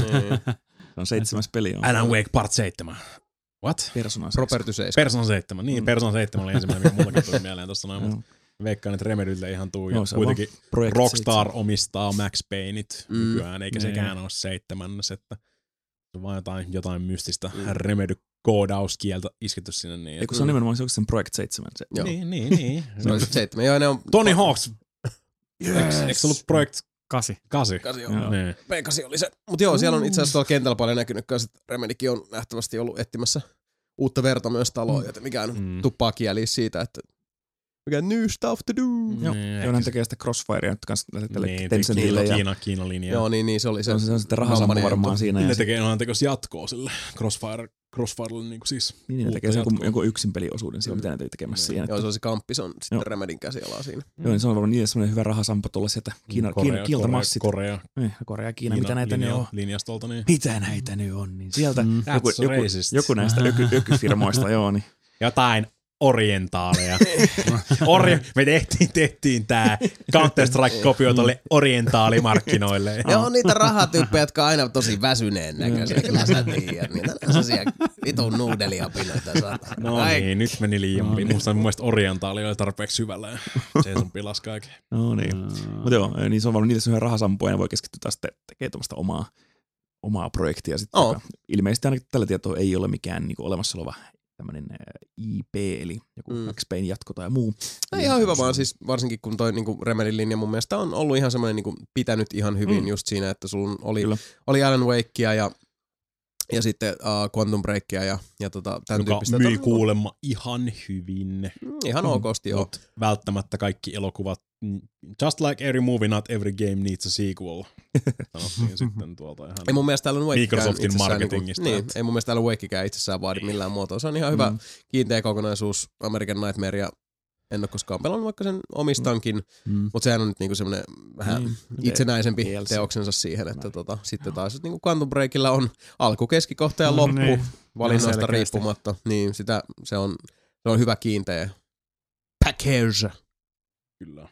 Se on seitsemäs peli. On. Alan Wake Part seitsemän. What? Persona Property seitsemän. Persona seitsemän. Niin, Mm. Persona seitsemän oli ensimmäinen, mikä mullakin tuli mieleen tuossa noin, mutta veikkaan, että Remedyltä ihan tuu. Ja No, se on kuitenkin Project Rockstar seitsemän. omistaa Max Payneit Mm. nykyään, eikä Niin. sekään ole seitsemännes, että se on vaan jotain, jotain mystistä Mm. Remedy-koodauskieltä isketty sinne. Niin, Eikö se on nimenomaan se, sen Project seitsemän? Se. Joo. Niin, niin, niin. Se on sitten seitsemän. Joo, ne on... Tony Hawk's. Yes. Eikö se ollut Project Kasi. kahdeksan? Kasi, joo. Joo. Niin. P kahdeksan oli se. Mutta joo, siellä on itse asiassa tuolla kentällä paljon näkynyt kanssa, että Remedykin on nähtävästi ollut etsimässä uutta verta myös taloon, joten mikään Mm. tuppaa kieliä siitä, että mikä new stuff to do. Joo, Niin, joo, hän tekee sitä Crossfirea nyt kanssa tälle Niin, Tencentille. Kiina, Ja Kiina, Kiina linja. Joo, niin, niin se oli se. se on, se on sitten rahasampu Mammanen varmaan juttu. siinä. Ne Ja tekee ihan tekoisi jatkoa sille Crossfire, Crossfirelle niin kuin siis. niin, ne uutta tekee sen jonkun, jatkoa. jonkun yksin peliosuuden siellä, mitä ne teki tekemässä siinä. Joo, Että, se on se kamppi, se on sitten Joo. Remedyn käsialaa siinä. joo, niin se on varmaan niille semmoinen hyvä rahasampo tulla sieltä Kiina, Korea- Kiina, Kiilta Korea- massit. Korea, Eh, Korea ja Kiina, mitä näitä linja, ne on? linjastolta, niin. Mitä näitä nyt on? Niin sieltä Mm. joku, That's joku, racist. joku näistä öky, ökyfirmoista, joo. Niin. Jotain orientaaleja. Ori- me tehtiin, tehtiin tää Counter-Strike-kopio tuolle orientaalimarkkinoille. Joo, niitä rahatyyppejä, jotka on aina tosi väsyneen näköisiä. Kyllä sä tiedät. Niitä on sellaisia vitun nuudeliapinoita. saatana. No Ai, niin, nyt meni liian pitkä. Musta mun mielestä orientaali oli tarpeeksi syvällä ja se sun pilas kaiken. No niin. Mutta joo, niin se on varmaan niille se hyvä rahasampo ja ne voi keskittyä taas te- tekemään tuommoista omaa, omaa projektia. Sitten, Oo. joka ilmeisesti ainakin tällä tietoa ei ole mikään niin olemassa oleva tämmöinen I P, eli joku Mm. Max Payne jatko tai muu. ei ihan hyvä vaan siis varsinkin kun toi niinku Remedyn linja mun mielestä on ollut ihan semmoinen niinku pitänyt ihan hyvin Mm. just siinä, että sulla oli, Kyllä. oli Alan Wakea ja, ja sitten uh, Quantum Breakia ja, ja tota, tämän Joka tyyppistä. myi kuulemma ihan hyvin. Mm, ihan okosti joo. Mut välttämättä kaikki elokuvat, mm, just like every movie, not every game needs a sequel. Sanottiin sitten tuolta ihan. Ei mun mielestä Alan Wakekään Microsoftin itsessään marketingista, Niinku, niin, että- ei mun mielestä Alan Wakekään itsessään vaadi millään muotoa. Se on ihan hyvä Mm. kiinteä kokonaisuus. American Nightmare ja en ole koskaan pelannut, vaikka sen omistankin, Mm. mutta sehän on nyt niinku semmoinen vähän Niin, itsenäisempi D L C. teoksensa siihen, että tota, sitten taas niinku Quantum Breakilla on alku, keskikohta ja No loppu niin. valinnoista Ihan selkeästi. riippumatta. Niin sitä, se, on, se on hyvä kiinteä package. Kyllä.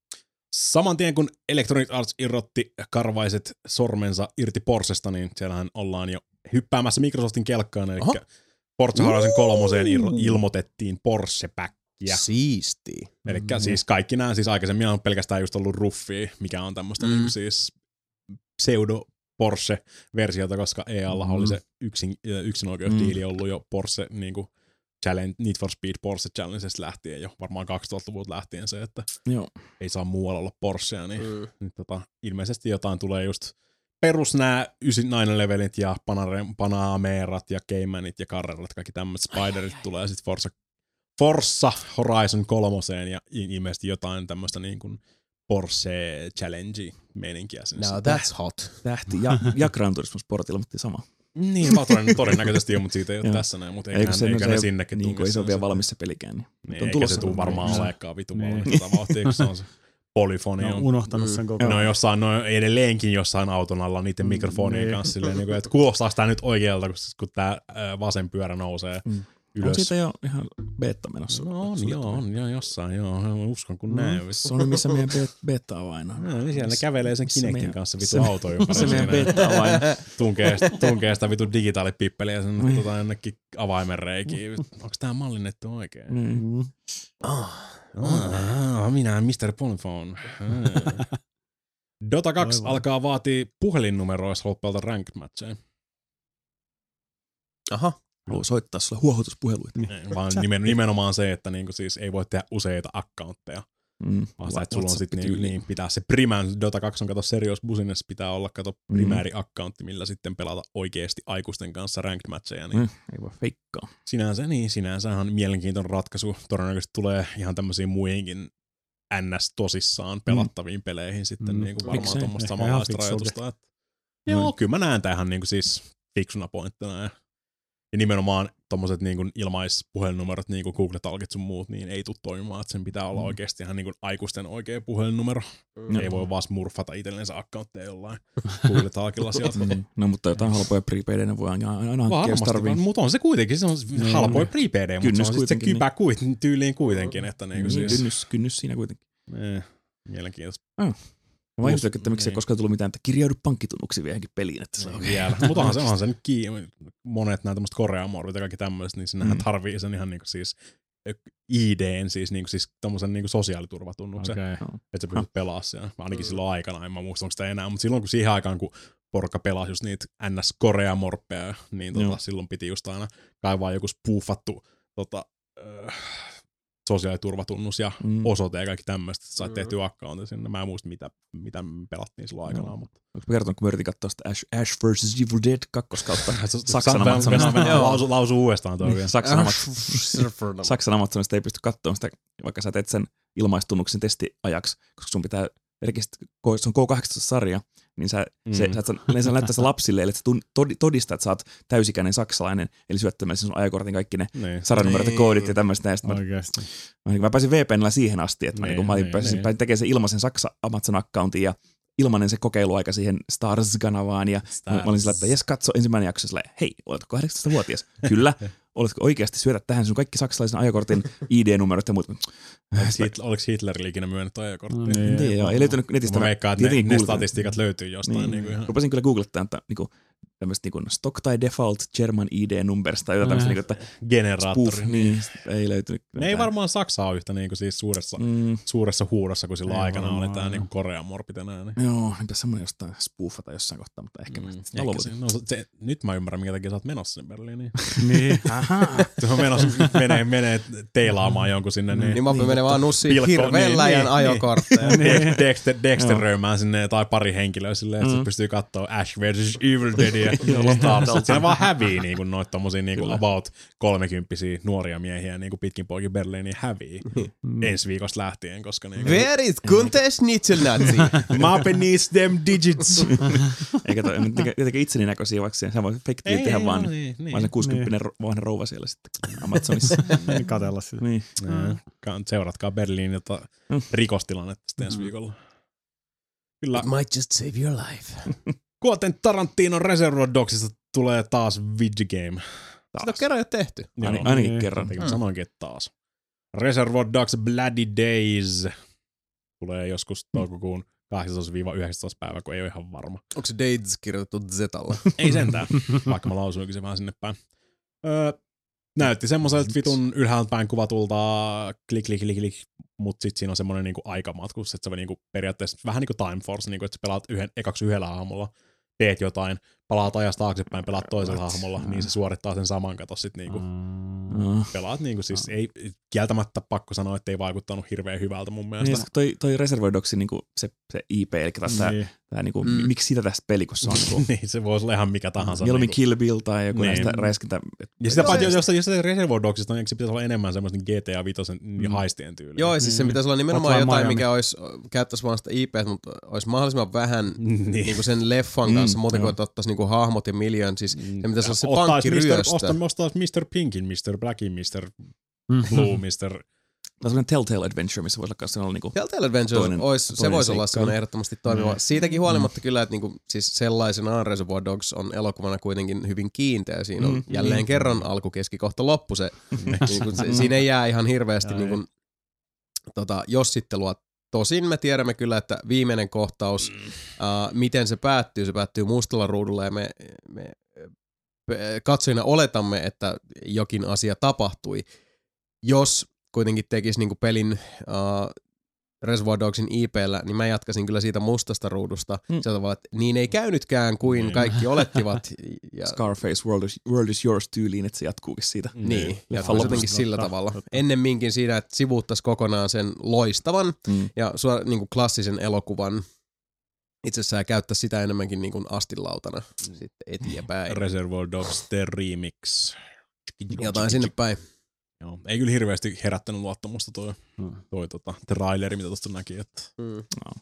Saman tien kun Electronic Arts irrotti karvaiset sormensa irti Porschesta, niin siellähän ollaan jo hyppäämässä Microsoftin kelkkaan, eli Oho. Forza Horizon kolmoseen irro- ilmoitettiin Porsche-päkkiä. Siistiä. Eli Mm. siis kaikki nämä, siis aikaisemmin on pelkästään just ollut ruffia, mikä on tämmöistä Mm. mm. niin siis pseudo Porsche-versiota, koska E A:lla Mm. oli se yksin, yksinoikeusdiili ollut jo Porsche niin kuin Challenge, Need for Speed Porsche Challengesta lähtien jo, varmaan kaksituhattaluvulta lähtien se, että Joo. ei saa muualla olla Porschea, niin Mm. nyt tota, ilmeisesti jotain tulee just perus nää yhdeksänkymmentäyhdeksän levelit ja Panare- Panamerat ja Caymanit ja Carrerat, kaikki tämmöiset Spiderit tulee sitten Forza, Forza Horizon kolmoseen ja i- ilmeisesti jotain tämmöistä niin kuin Porsche Challenge-meininkiä sinne. Now sitten. that's hot. Tähti ja, ja Gran Turismo Sportilla, mutta sama. Niin, toden, todennäköisesti on, mutta siitä ei ole Joo. tässä näin, mutta Eikö eiköhän, se, eiköhän se ne sinnekin niin kuin tunne ei se ole sen vielä sitten. valmis se pelikään. Niin. Niin, on eikä tulossa se tule varmaan niin. olekaan vitun Niin. valmis tätä vauhtia, kun se on se polyfoni. Ne on on. unohtanut Mm. sen koko Ne on jossain, ne on edelleenkin jossain auton alla niiden Mm, mikrofonien niin. kanssa silleen, niin kuin, että kuulostaako tää nyt oikealta, kun, kun tää ää, vasen pyörä nousee Mm. On ylös. siitä jo ihan beta menossa. No on, joo, on, joo, jossain, joo, uskon kun Mm. näin. Se on missä meidän be- beta-avain on. No, niin siellä ne kävelee sen Missä Kinectin meidän- kanssa missä vitu me- auto ympäri Se meidän siinä. beta-avain. Tunkee, tunkee sitä vitu digitaalipippeliä sen Niin. tota, jonnekin avaimen reikiin. Onks tää mallinnettu oikein? Niin. Mm. Ah, minä mister Polyphone. Ah. Dota kaksi Aivan. alkaa vaatii puhelinnumeroissa loppuilta ranked matcheja. Aha. Haluaa soittaa sulle huohotuspuheluita. Ei, vaan nimen, nimenomaan se, että niinku siis ei voi tehdä useita accountteja. Mm. Vaan sitä, että sulla on sit niin, WhatsApp-tyyli. niin, pitää se primään, Dota kaksi on kato Serious Business, pitää olla kato primääri accountti, millä sitten pelata oikeasti aikuisten kanssa ranked matcheja. Niin Mm. Ei voi feikkaa. sinänsä, niin sinänsä on mielenkiintoinen ratkaisu. Todennäköisesti tulee ihan tämmöisiin muihinkin N S tosissaan pelattaviin peleihin sitten Mm. niin kuin varmaan Miksei? tuommoista Ehkä samanlaista ihan fiksulta. rajoitusta. Että, joo, kyllä mä näen tähän niin kuin siis fiksuna pointtina. Ja Ja nimenomaan tommoset niin kuin ilmaispuhelinumerot, niin kuin Google Talkit sun muut, niin ei tule toimimaan, että sen pitää olla mm. oikeasti ihan niin kuin aikuisten oikea puhelinnumero. Mm. Ei voi vaan smurfata itsellensä accountteja jollain Google Talkilla sieltä. Mm. No mutta jotain halpoja prepaidejä ne voi aina, aina hankkia, jos tarvii. Mutta on se kuitenkin, se on mm. halpoja prepaidejä, mutta se on se kybä niin. kuitenkin, tyyliin kuitenkin. Että niin kuin mm. siis... kynnys, kynnys siinä kuitenkin. Eh, mielenkiintoista. Mm. Mä ihmettelen, että miksi ei koskaan tullut mitään, että kirjaudu pankkitunnuksiin johonkin peliin. Että se on vielä. Mutta onhan se, onhan se nyt kiinni. Monet nämä tämmöiset koreamorvit ja kaikki tämmöiset, niin sinnehän mm. tarvii sen ihan niinku siis I D:n, siis, niinku, siis tommosen niinku sosiaaliturvatunnuksen, okay. että sä pystyt pelaamaan siellä. Ainakin silloin aikana, en mä muista, onko sitä enää, mutta silloin kun siihen aikaan, kun porukka pelasi just niitä N S-koreamorppeja, niin tota, silloin piti just aina kaivaa joku spoofattu tota, äh, sosiaaliturvatunnus ja mm. osoite ja kaikki tämmöistä, että sait mm. tehtyä accountin sinne. Mä en muista, mitä, mitä me pelattiin silloin aikanaan. No. Mutta... Onko mä kertonut, kun me yritin katsoa sitä Ash, Ash versus. Evil Dead kakkoskautta Saksan Amazonista. lausu, lausu uudestaan toi vielä. Saksan Amazonista ei pysty katsomaan sitä, vaikka sä teet sen ilmaistunnuksen testiajaksi, koska sun pitää se on K kahdeksantoista-sarja, niin sä, mm. se, sä, sä, sä näyttää se lapsille, että sä todistat, että sä oot täysikäinen saksalainen, eli syöttämällä sun ajakortin kaikki ne niin. sarjanumerot ja koodit ja tämmöistä näistä. Mä, mä, mä pääsin V P N:llä siihen asti, että niin, mä, niin, mä pääsin niin. tekemään sen ilmaisen Saksa Amazon-accountin ja ilmainen se kokeiluaika siihen Stars-kanavaan ja Stars. Mä olin sillä, että jes katso ensimmäinen jakso silleen, hei, oletko kahdeksantoistavuotias? Kyllä. Oletko oikeasti syötä tähän sun kaikki saksalaisen ajakortin I D-numerot ja muut? Oliko Hitlerille ikinä myönnetty ajakortti? No, niin, niin, joo, ei löytynyt netistä. Mä veikkaan, että ne, ne statistiikat löytyy jostain. Niin. Niin kuin ihan. Rupasin kyllä googlettaa, että niinku, tämmöistä niinku stock tai default German I D-numbers tai jotain tämmöistä. Niinku, että generaattori. Spoof, niin, ei löytynyt. Ne ei varmaan Saksaa ole yhtä niinku siis suuressa, mm. suuressa huudossa, kun silloin ei aikana varmaan. Oli tää niinku Korean morpit enää. Niin. Joo, niinpä semmoinen jostain spoofata jossain kohtaa, mutta ehkä, mm. mä sitten no, se, nyt mä ymmärrän, minkä takia sä oot menossa sinne Berliiniin. Niin, ahaa. Se on menossa, menee, menee teilaamaan jonkun sinne. Niin, niin mä niin, menee vaan nussiin hirveän läjän ajokortteja. Dexter, Dexteröimään sinne tai pari henkilöä silleen, että se pystyy katsoa Ash versus. Evil Deadia. Siellä vaan hävii niinku noita tommosia niinku about kolmekymppisiä nuoria miehiä niinku pitkin poikin Berliiniin hävii mm. ensi viikosta lähtien, koska niinku... Where is Gunther Schnitzelnazi? Mappe needs them digits. Eikä toi, jotenkin itseni näköisiä vaikka siellä. Sä voi fake tehdä vaan, niin, niin, vaan sen kuusikymppinen niin. vanha rouva siellä sitten Amazonissa. Niin katella sitä. Niin. Mm. Seuratkaa Berliinin jota rikostilannetta sitten ensi viikolla. Kyllä. It might just save your life. Quentin Tarantinon Reservoir Dogsista tulee taas video game. Taas. Sitä on kerran jo tehty. Joo, Aini, ainakin kerran. Mm. Sanoinkin, että taas. Reservoir Dogs Bloody Days tulee joskus toukokuun kahdeksantoista yhdeksäntoista päivä, kun ei ole ihan varma. Onko se Days kirjoitettu Z:llä? Ei sentään, vaikka mä lausuinkin se vähän sinne päin. Öö, näytti semmoiselta vitun ylhäältä päin kuvatulta klik, klik, klik, klik, mutta sitten siinä on semmoinen niinku aikamatkus, että se on niinku periaatteessa vähän niin kuin Time Force, niinku, että sä pelaat yhden, ekaksi yhdellä hahmolla, teet jotain, palaat ajasta taaksepäin, pelaat toisella hahmolla, mm. niin se suorittaa sen saman, kato sit niinku, mm. pelaat niinku, siis mm. ei kieltämättä pakko sanoa, että ei vaikuttanut hirveän hyvältä mun mielestä. Niin, toi, toi Reservoir Dogsin niinku se, se I P, eli taas niin. tää, tää niinku, mm. miksi sitä tästä pelikossa on? Niinku, niin, se voisi olla ihan mikä tahansa. Mieluummin niinku. Kill Bill tai joku niin. näistä räiskintä. Ja sitä paitsi, jos, jos se Reservoir Dogsista, niin se pitäisi olla enemmän semmoista G T A viisi mm. haistien tyyliä. Joo, siis se pitäisi olla nimenomaan jotain, mikä olisi, käyttäisi vaan sitä I P, mutta olisi mahdollisimman vähän niin. Niinku sen leffan kanssa, mm. muuten kuin ottaisi niinku hahmot ja miljoon, siis se pitäisi olla se pankkiryöstö. Ostaisi mister Pinkin, mister Blackin, mister Blue, mister Tämä on sellainen Telltale Adventure, missä voisi olla, olla niinku Telltale Adventure, toinen, ois, toinen se voisi olla sellainen ehdottomasti toimiva. Mm. Siitäkin huolimatta mm. kyllä, että niinku, siis sellaisenaan Reservoir Dogs on elokuvana kuitenkin hyvin kiinteä. Siinä on mm. jälleen mm. kerran alku, keski, kohta loppu. Se, niinku, se, siinä ei jää ihan hirveästi niinku, tota, jossittelua. Tosin me tiedämme kyllä, että viimeinen kohtaus, mm. uh, miten se päättyy, se päättyy mustalla ruudulla ja me, me katsojina oletamme, että jokin asia tapahtui. Jos kuitenkin tekisi niinku pelin uh, Reservoir Dogsin I P:llä, niin mä jatkaisin kyllä siitä mustasta ruudusta. Mm. Sillä tavalla, että niin ei käynytkään kuin mm. kaikki olettivat. Ja Scarface, world is, world is yours tyyliin, että se jatkuukin siitä. Niin, jatkuisi jotenkin sillä tavalla. Ennemminkin siinä, että sivuuttaisi kokonaan sen loistavan mm. ja suora, niin kuin klassisen elokuvan. Itse asiassa ja käyttää sitä enemmänkin niin kuin astilautana sitten eteenpäin. Reservoir Dogs The Remix. Jotain sinne päin. Joo, ei kyllä hirveästi herättänyt luottamusta toi, hmm. toi tota, traileri, mitä tuosta näki. Että... Hmm.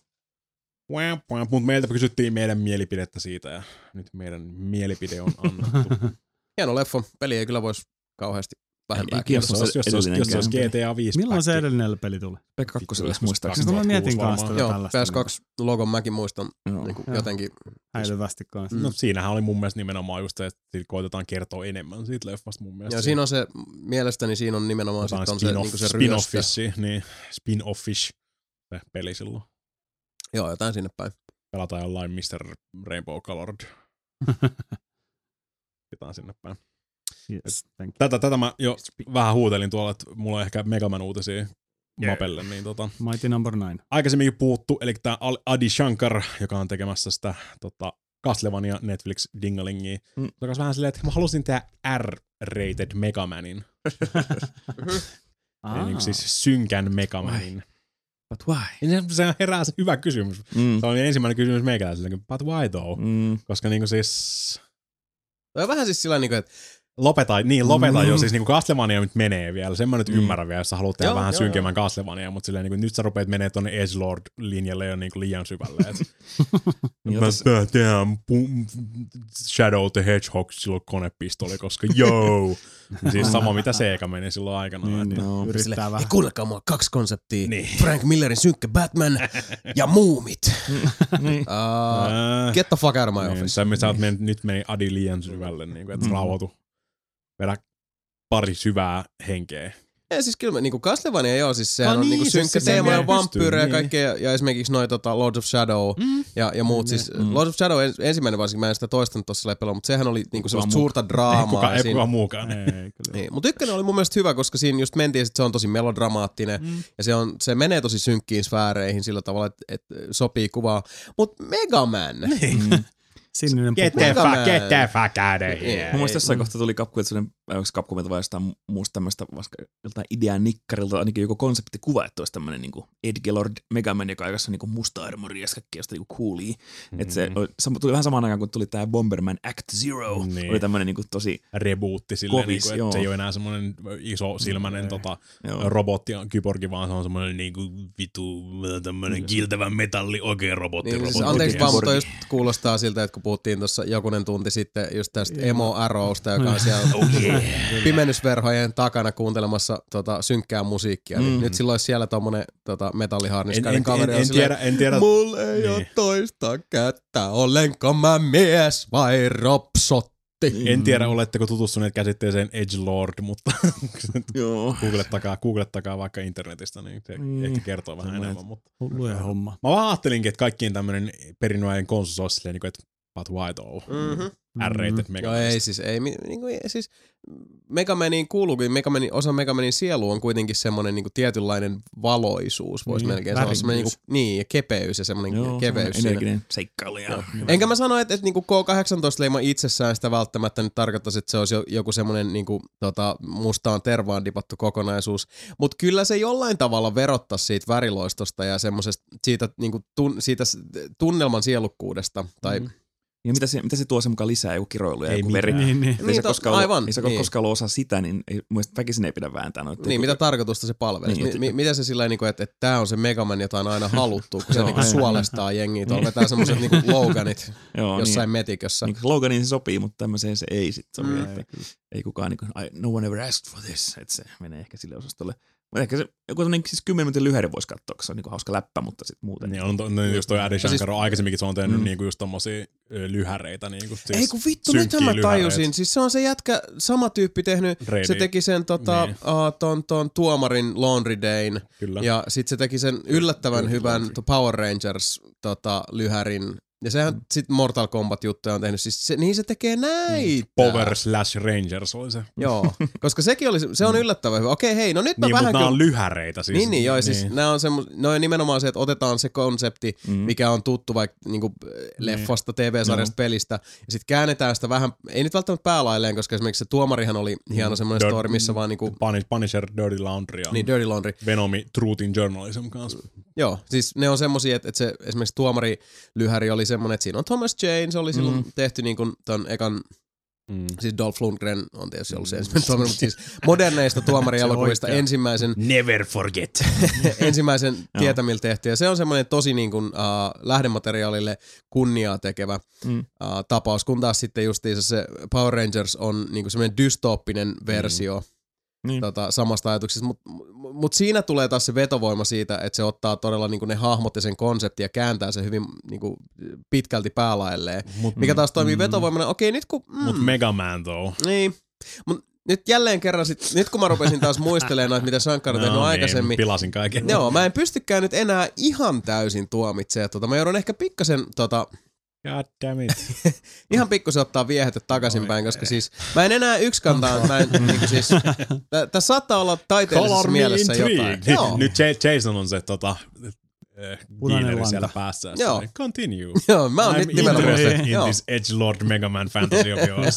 No. Mutta meiltä kysyttiin meidän mielipidettä siitä ja nyt meidän mielipide on annettu. Hieno leffa. Peli ei kyllä voisi kauheasti vähempää Ei kiinnostaa. kiinnosta. Jos, jos, jos, jos se olisi G T A viisi Milloin se edellinen peli tuli? Pekka kakkoselle Joskus muistaakseni. Siis mä mietin kaksituhattakuusi kanssa tätä Joo, tällaista. P S kaksi logon mäkin muistan Joo. niin kuin Joo. jotenkin. Häilyvästi kanssa. No siinähän oli mun mielestä nimenomaan just se, että koitetaan kertoa enemmän siitä leffasta mun mielestä. Ja siinä on se, mielestäni siinä on nimenomaan sit on se, spin-off, niin se ryöstö. spin-offish, niin spin-offish se peli silloin. Joo, jotain sinne päin. Pelataan jollain mister Rainbow Colored. Pitää sinne päin. Yes, thank you. Tätä, tätä mä jo vähän huutelin tuolla, että mulla on ehkä Megaman uutisia yeah. Mapelle. Niin tota, Mighty number nine. aikaisemminkin puhuttu, eli tämä Adi Shankar, joka on tekemässä sitä tota, Castlevania Netflix dingalingia. Mm. Se on vähän silleen, että mä halusin tehdä R-rated Megamanin. Eli niin siis synkän Megamanin. But why? Ja se, se herää se hyvä kysymys. Mm. Se oli ensimmäinen kysymys meikäläiselle, but why though? Mm. Koska niinku siis... Toi on vähän siis sillä niin kuin, että Lopeta, niin lopeta Mm. jo, siis niinku Castlevania nyt menee vielä, sen mä nyt Mm. ymmärrän vielä, jos sä haluat tehdä Joo, vähän joo, synkemmän Castlevania, mutta silleen niinku, nyt sä rupeat menee tonne Edgelord-linjalle jo niinku liian syvälle. Et, Niin mä otas- tää tehdään pu- Shadow the Hedgehog silloin konepistoli, koska joo! Siis sama mitä Sega meni silloin aikanaan. Niin, Että, niin. No, Yrittää sille, vähän. ei kuunnelkaa mua, kaksi konseptia. Niin. Frank Millerin synkkä Batman ja muumit. niin. Uh, Ää, get the fuck out of my niin, office. sä, sä oot mennyt, nyt meni Adi liian syvälle, niin että Mm. rauhoitu. Vedä pari syvää henkeä. Ja siis kyllä, niinku Castlevania joo, siis sehän No on niin, niinku se- synkkä se- teema se ja pystyy, vampyyrejä ja niin. kaikkea, ja, ja esimerkiksi noi tota, Lords of Shadow Mm. ja, ja muut. Mm. Siis Mm. Lords of Shadow ens, ensimmäinen varsinkin, mä en sitä toistanut tossa pelaa, mutta sehän oli niinku semmoista muu. suurta Ei draamaa. kukaan, ei siinä- kukaan muukaan. Ei, kyllä. Niin, mutta ykkönen oli mun mielestä hyvä, koska siinä just mentiin, että se on tosi melodramaattinen Mm. ja se, on, se menee tosi synkkiin sfääreihin sillä tavalla, että, että sopii kuvaa. Mutta Mega Man, Mm. Sininen Get puku. the Mega fuck, Man. get the fuck out of Ei. here. Mun mielestä jossain kohtaa tuli Capcomilta sellainen, vai onko se Capcomilta vai jostain muusta tämmöistä, vaikka joltain idean nikkarilta, ainakin joku konseptikuva, että olisi tämmöinen niinku Edgelord Megaman, joka aikassa niinku musta armoria ja kaikkea josta niinku coolia. Mm-hmm. Että se oli, se tuli vähän samaan aikaan, kun tuli tää Bomberman Act Zero. Niin. Oli tämmöinen niinku tosi, Rebootti silleen, Kovis, niinku, joo. että se ei ole enää semmoinen iso silmäinen Ei. tota, joo. robotti ja kyborgi, vaan se on semmoinen niinku vitu tämmöinen kiiltävä metalli oikein robotti. niin, siis robotti. anteeksi vaan, mutta Cyborgi. just kuulostaa siltä, että kun puhuttiin tuossa jokunen tunti sitten just tästä Emo Arrowsta, joka on siellä Oh yeah. pimennysverhojen takana kuuntelemassa tota, synkkää musiikkia, niin Mm. nyt silloin olisi siellä tommonen tota, En, metalliharniskainen en, kaveri. en, on en, silleen, tiedä, en tiedä. mulla ei Niin. ole toista kättä, olenko mä mies vai ropsotti? En tiedä, oletteko tutustuneet käsitteeseen Edgelord, mutta Joo. googlettakaa, googlettakaa vaikka internetistä, niin se Mm. ehkä kertoo vähän Semmoinen, enemmän. Mutta. Hulluja homma. Mä vaan ajattelinkin, että kaikkien tämmöinen perinnoinen konsus olisi silleen, että but why though? Mm-hmm. R-rated Mm. Mega Joo, ei siis, ei, mi- niinku, ei, siis Megamaniin kuuluukin, Megamanin, osa Megamanin sielu on kuitenkin semmoinen niinku tietynlainen valoisuus, voisi Niin, melkein sanoa. Semmoinen värivyys. niinku, niin, ja kepeys ja semmoinen Joo, keveys semmoinen siinä. energinen seikkailija. Enkä mä sano, että, että niinku K kahdeksantoista-leima itsessään sitä välttämättä nyt tarkoittaisi, että se olisi jo- joku semmoinen niinku, tota, mustaan tervaan dipattu kokonaisuus. Mutta kyllä se jollain tavalla verottaisi siitä väriloistosta ja semmoisesta siitä, niinku, tun, siitä s- tunnelman sielukkuudesta. Tai, Mm. Ja mitä se, mitä se tuo se mukaan lisää, joku kiroilu ja Ei joku veri? mitään. Niin, niin. Ei Niin, se to- koskaan ollut, aivan, ei se niin. koskaan ollut osa sitä, niin ei, mun mielestä väkisin ei pidä vääntää noita. niin, mitä tarkoitusta se palvelee? Niin, Mi- että- mi- miten se sillä niinku, että, että tämä on se Megaman, jota on aina haluttu, kun se Joo, niinku aivan. suolestaa jengiä. Tuolla vetää semmoiset niinku Loganit Joo, jossain niin. metikössä. Niin, sloganiin se sopii, mutta tämmöiseen se ei sitten sopi. Mm. Että ei kukaan, niin kuin, I, no one ever asked for this, että se menee ehkä sille osastolle. Mutta ehkä se, joku sellainen siis kymmenen minuutin lyhäri voisi katsoa, koska se on niin hauska läppä, mutta sitten muuten. Niin on, to, no, just toi Adi siis- Shankar on aikaisemminkin se on tehnyt Mm. niinku just tommosia ö, lyhäreitä. Niinku, siis Ei kun vittu, synkkiä nythän mä lyhäreitä. tajusin. Siis se on se jätkä, sama tyyppi tehnyt. Reidi. Se teki sen tota, Niin. uh, ton, ton tuomarin Laundry Dayn. Kyllä. Ja sit se teki sen yllättävän Dirty hyvän Laundry. to Power Rangers tota, lyhärin. Ja sehän mm. sit Mortal Kombat juttuja on tehnyt. Siis se, niin se tekee näitä. Power slash Rangers oli se. Joo, koska sekin oli, se on yllättävän hyvä. Okei, hei, no nyt mä Niin, vähän mutta nämä kyllä... on lyhäreitä siis. Niin, niin, joo, siis nämä on, semmo, ne on nimenomaan se, että otetaan se konsepti, Mm. mikä on tuttu vaikka niinku leffasta, T V-sarjasta, pelistä, ja sitten käännetään sitä vähän, ei nyt välttämättä päälailleen, koska esimerkiksi se tuomarihan oli hieno semmoinen Dirt- story, missä vaan niinku, Punish- Punisher, Dirty Laundry ja niin Dirty Laundry. Venomi, Truth in Journalism kanssa. Joo, siis ne on semmosia, että, että se esimerkiksi tuomarilyhäri oli semmoinen, että siinä on Thomas Jane, se oli silloin Mm. tehty niin kuin ton ekan Mm. Siis Dolph Lundgren on tietysti ollut se ensimmäinen tuomari, mutta siis moderneista tuomarielokuvista ensimmäisen... Never forget. ensimmäisen tietämillä tehty. Ja se on semmoinen tosi niin kuin, uh, lähdemateriaalille kunniaa tekevä mm. uh, tapaus, kun taas sitten justiinsa se Power Rangers on niin kuin semmoinen dystooppinen versio mm. tota, samasta ajatuksesta. Mutta mut siinä tulee taas se vetovoima siitä, että se ottaa todella niin kuin ne hahmot ja sen konseptin ja kääntää se hyvin niin kuin, pitkälti päälailleen. Mut, mikä taas toimii mm. vetovoimana. Okei, nyt kun... Mm, Mut Mega Man though. Niin. Mut nyt jälleen kerran, sit, nyt kun mä rupesin taas muistelemaan noita, mitä Sankar on tehnyt no, aikaisemmin. Niin, pilasin kaiken. Joo, mä en pystykään nyt enää ihan täysin tuomitsemaan. Tota, mä joudun ehkä pikkasen... Tota, God damn it. ihan pikkusen ottaa viehettä takaisinpäin, koska siis mä en enää yksikantaan, mä en niinku siis, tässä saattaa olla taiteellisessa mielessä jotain. Joo. Nyt Jason on se tota, dealeri siellä päässä. Joo. Continue. Joo, mä oon I'm nyt nimenomaan se. in this edgelord Mega Man fantasy of yours.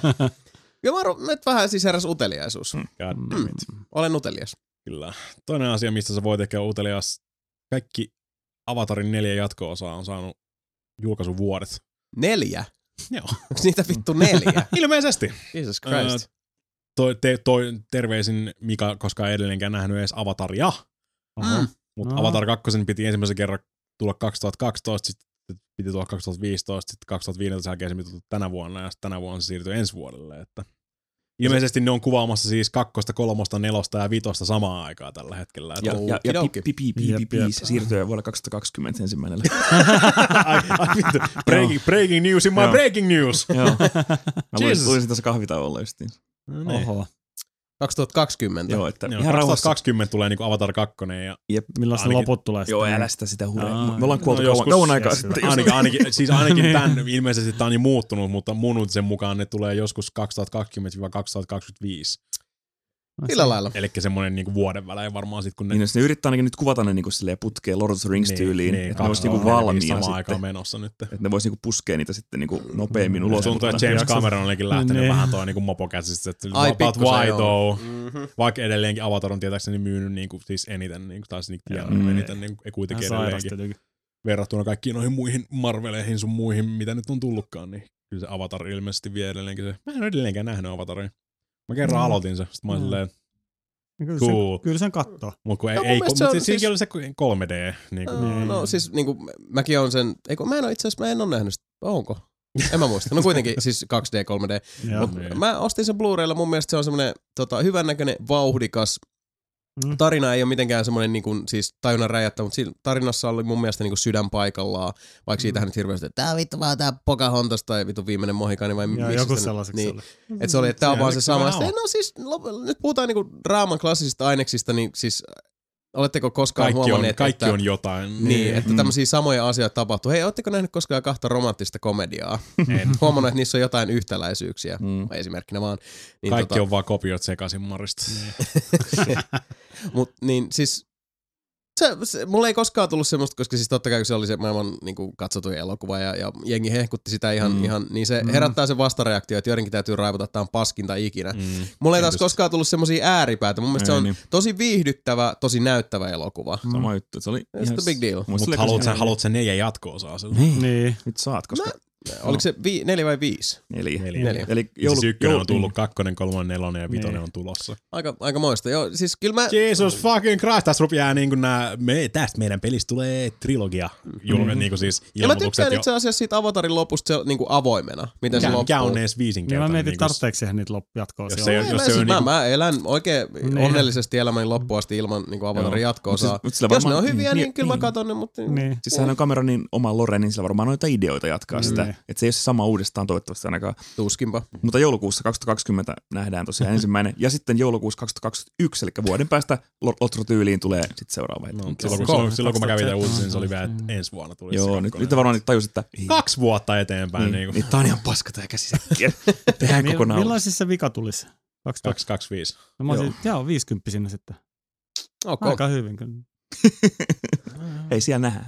Ja mä arvo, nyt vähän siis heräs uteliaisuus. God damn it. Mm. Olen utelias. Kyllä. Toinen asia, mistä sä voit ehkä utelias, kaikki Avatarin neljä jatko-osaa on saanut julkaisuvuodet. Neljä? Joo. Onko niitä vittu neljä? Ilmeisesti. Jesus Christ. Äh, toi, te, toi, terveisin Mika, koska ei edelleenkään nähnyt edes Avataria. Mm. Mutta Avatar kaksi piti ensimmäisen kerran tulla kaksituhattakaksitoista, sitten piti tulla kaksituhattaviisitoista, sitten kaksituhattaviisitoista jälkeen se piti tulla tänä vuonna, ja tänä vuonna se siirtyi ensi vuodelle. Että ilmeisesti ne on kuvaamassa siis kakkosta, kolmosta, nelosta ja vitosta samaan aikaan tällä hetkellä. Ja, ja, ja pi, pi, pi, pi, pi, se siirtyy vuonna kaksituhattakaksikymmentä ensimmäinen. ai, ai vittu. Breaking, breaking news in my breaking news. Joo. Mä luisin tässä kahvitauolla justiin. Oho. kaksituhattakaksikymmentä. Joo, että Joo, ihan kaksituhattakaksikymmentä tulee niinku Avatar kaksi. Ja Jep, milloin loput tulee sitten? Joo, älä sitä sitä hurraa. Me ollaan kuoltu no, kauan, kauan aikaa sitten. Ainakin, ainakin, siis ainakin tämän, ilmeisesti tämä on jo muuttunut, mutta mun uutisen mukaan ne tulee joskus kaksituhattakaksikymmentä kaksituhattakaksikymmentäviisi. Sillä lailla. Elikkä semmoinen niinku vuoden välein varmaan sit kun ne... Niin, jos ne yrittää ainakin nyt kuvata ne niinku silleen putkeen Lord of the Rings tyyliin, niin, että ne vois niinku valmiina samaan aikaan menossa nyt. Että ne vois niinku puskea niitä sitten niinku nopeammin ulos. Tuntuu, että James Cameron olikin lähtenyt ne. vähän toi niinku mopokäsistä, että about why though. Mm-hmm. Vaikka edelleenkin Avatar on tietääkseni myynyt niinku siis eniten, niinku taisi niinku tiedä mm. eniten, niinku ei kuitenkin edelleenkin. Verrattuna kaikkiin noihin muihin Marveleihin sun muihin, mitä nyt on tullutkaan, niin kyllä se Avatar ilmeisesti vie edelleenkin se. Mä en ole edelleenkään nähnyt Avataria. Mä kerran mm. aloitin se, sit mä oon mm. silleen, kyllä, cool. sen, kyllä sen kattoo. Mut kun ei, no, ei kun, se, siis, siis, oli se kolme D. Niin kuin. No, no siis niinku, mäkin on sen, eikö, mä en oo itse asiassa, mä en oo nähnyt sitä, onko? En mä muista. No kuitenkin siis kaksi D, kolme D. Mut niin. Mä ostin sen Blu-raylla, mun mielestä se on semmonen tota, hyvännäköinen, vauhdikas. Mm. Tarina ei ole mitenkään semmoinen niin kuin, siis tajunnan räjättä, mutta siinä tarinassa oli mun mielestä niin kuin sydän paikallaan, vaikka mm. siitähän nyt hirveästi, että tää vittu vaan tää Pocahontas tai vittu viimeinen Mohikani vai ja, missä joku se sellaiseksi niin, oli. Että se oli, että tää on vaan se sama. Sitten, no siis, nyt puhutaan niin kuin draaman klassisista aineksista, niin siis oletteko koskaan kaikki huomanneet, on, kaikki että, on jotain. Niin, että mm. tämmöisiä samoja asioita tapahtuu. Hei, ootteko nähnyt koskaan kahta romanttista komediaa? En. Huomannut, että niissä on jotain yhtäläisyyksiä, mm. esimerkkinä vaan. Niin kaikki tota... on vaan kopiot sekaisin Marista. Mut niin siis, se, se, mulla ei koskaan tullut semmoista, koska siis totta kai kun se oli se maailman niin kuin katsotuin elokuva ja, ja jengi hehkutti sitä ihan, mm. ihan niin se mm. herättää sen vastareaktio, että joidenkin täytyy raivata, että tämä on paskinta ikinä. Mm. Mulla ei taas koskaan tullut semmosia ääripäätä. Mun mielestä ei, se on niin. tosi viihdyttävä, tosi näyttävä elokuva. Mm. Sama juttu. Se oli ihan a big deal. Mutta haluat sä, haluat sä neljä jatko-osaa sille? Niin. niin. Nyt saat, koska... Mä... Oliko se vi- neljä vai viisi? Neljä. Neljä. Neljä. Eli joulu, siis ykkönen joulu, on tullut, kakkonen, kolmonen, nelonen ja vitonen on tulossa. Aika, aika moista. Joo, siis kyllä mä... Jesus fucking Christ, tässä rupeaa niinku nää, me, tästä meidän pelistä tulee trilogia. Julme, mm-hmm. niinku siis ilmoitukset. Ja mä tykkään itse asiassa siitä Avatarin lopusta se, niinku avoimena. Miten Mikä, se loppuu. Mikä on edes viisinkertainen. Niin mä mietin, niinku, tarvitseeko siihen niitä jatkoa. Jos se, jos se, siis on mä, niinku... mä elän oikein niin. onnellisesti elämäni loppuun asti ilman niinku Avatarin jatko-osaa. Mut siis, jos ne on hyviä, niin, niin kyllä mä katon ne. Mutta... Niin. Siis sehän on kamera niin oma lore, niin sillä varmaan noita ideoita jatkaa sitä. Että se ei ole sama uudestaan toivottavasti ainakaan. Tuskinpa. Mutta joulukuussa kaksituhattakaksikymmentä nähdään tosiaan ensimmäinen. Ja sitten joulukuussa kaksituhattakaksikymmentäyksi, eli vuoden päästä Lotro-tyyliin tulee sitten seuraava. No, silloin, kun, silloin kun mä kävin tämän uutisen, se oli vielä, että ensi vuonna tuli. Joo, nyt, nyt varmaan tajus, että... Kaksi vuotta eteenpäin. Niin, niin, niin tää on ihan paska tää käsisäkkiä. Tehdään kokonaan. Milloin siis se vika tulisi? kaksi kaksikymmentäviisi. No mä olisin, joo, viisikymmentä sinne sitten. Okay. Aika hyvin kyllä. Ei siellä nähdä.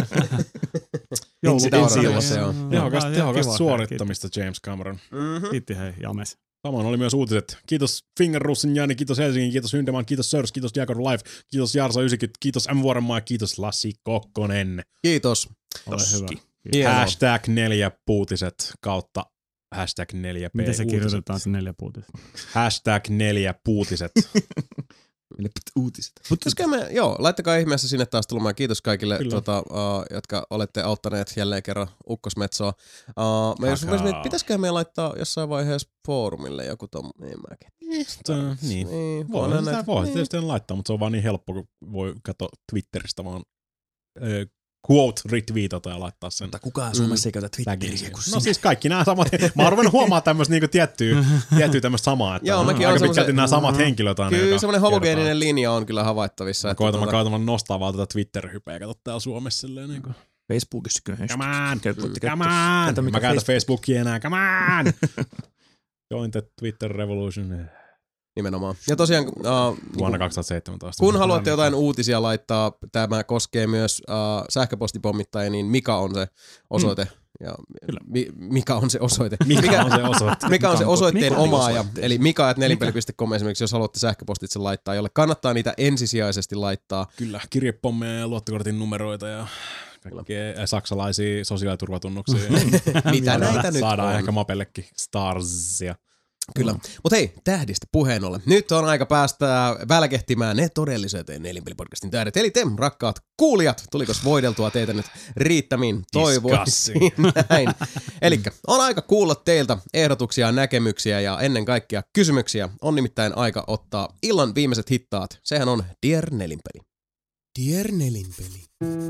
Joulu ensi se on. Tehokasta, tehokasta suorittamista James Cameron. Mm-hmm. Kiitti hei, James. Samoin oli myös uutiset. Kiitos Fingerrussin Jani, kiitos Helsingin, kiitos Hyndeman, kiitos Sörs, kiitos Jakob Life, kiitos Jarsa yhdeksänkymmentä, kiitos M. Vuorenmaa, kiitos Lassi Kokkonen. Kiitos. Ole hyvä. Hashtag neljä puutiset kautta hashtag neljä p Miten se uutiset. kirjoitetaan se neljä puutiset? Hashtag neljä puutiset. uutiset. Mutta me, joo, laittakaa ihmeessä sinne taas tulemaan. Kiitos kaikille, tota, uh, jotka olette auttaneet jälleen kerran Ukkosmetsoa. Uh, me jos rupesin, että pitäisikö me laittaa jossain vaiheessa foorumille joku tommoinen, en mäkin. Niin. niin Voi sitä näitä, voi niin. tietysti laittaa, mutta se on vaan niin helppo, kun voi katsoa Twitteristä vaan äh, quote retweetata ja laittaa sen. Mutta kukaan Suomessa ei käytä Twitteriä kuin No siis kaikki nämä samat. Mä oon ruvennut huomaa tämmöistä niinku tiettyä, tiettyä tämmöistä samaa. Että Joo, mäkin aika on pitkälti nämä samat henkilöt aina. Kyllä semmoinen homogeeninen linja on kyllä havaittavissa. Mä Että koitan, tota... mä koitan nostaa vaan tätä Twitter-hypeä ja katso täällä Suomessa silleen niinku. Facebookissa kyllä. Come on, Käyt- come käyt- on. mikä Mä käytän Facebook- Facebookia enää, come on. Join the Twitter revolution. Nimenomaan. Ja tosiaan, uh, Vuonna kaksituhattaseitsemäntoista. kun haluatte jotain uutisia laittaa, tämä koskee myös uh, sähköpostipommittajia, niin mikä on se osoite? Mm. Ja mi, mikä on se osoite? Mikä, mikä on se osoite? Mikä on se osoitteen mikä on omaaja? osoitteen? Eli mika at nelinpeli piste com esimerkiksi, jos haluatte sähköpostitse laittaa, jolle kannattaa niitä ensisijaisesti laittaa. Kyllä, kirjepommeja ja luottokortin numeroita ja kaikkea saksalaisia sosiaaliturvatunnuksia. Mitä näitä nyt Saadaan on? ehkä Mapellekin Starsia. Kyllä. Mutta hei, tähdistä puheen ollen. Nyt on aika päästä välkehtimään ne todelliset Nelinpeli-podcastin tähdet. Eli te, rakkaat kuulijat, tulikos voideltua teitä nyt riittämiin? Toivoisin näin. Elikkä on aika kuulla teiltä ehdotuksia, näkemyksiä ja ennen kaikkea kysymyksiä. On nimittäin aika ottaa illan viimeiset hittaat. Sehän on Dear Nelinpeli. Dear Nelinpeli.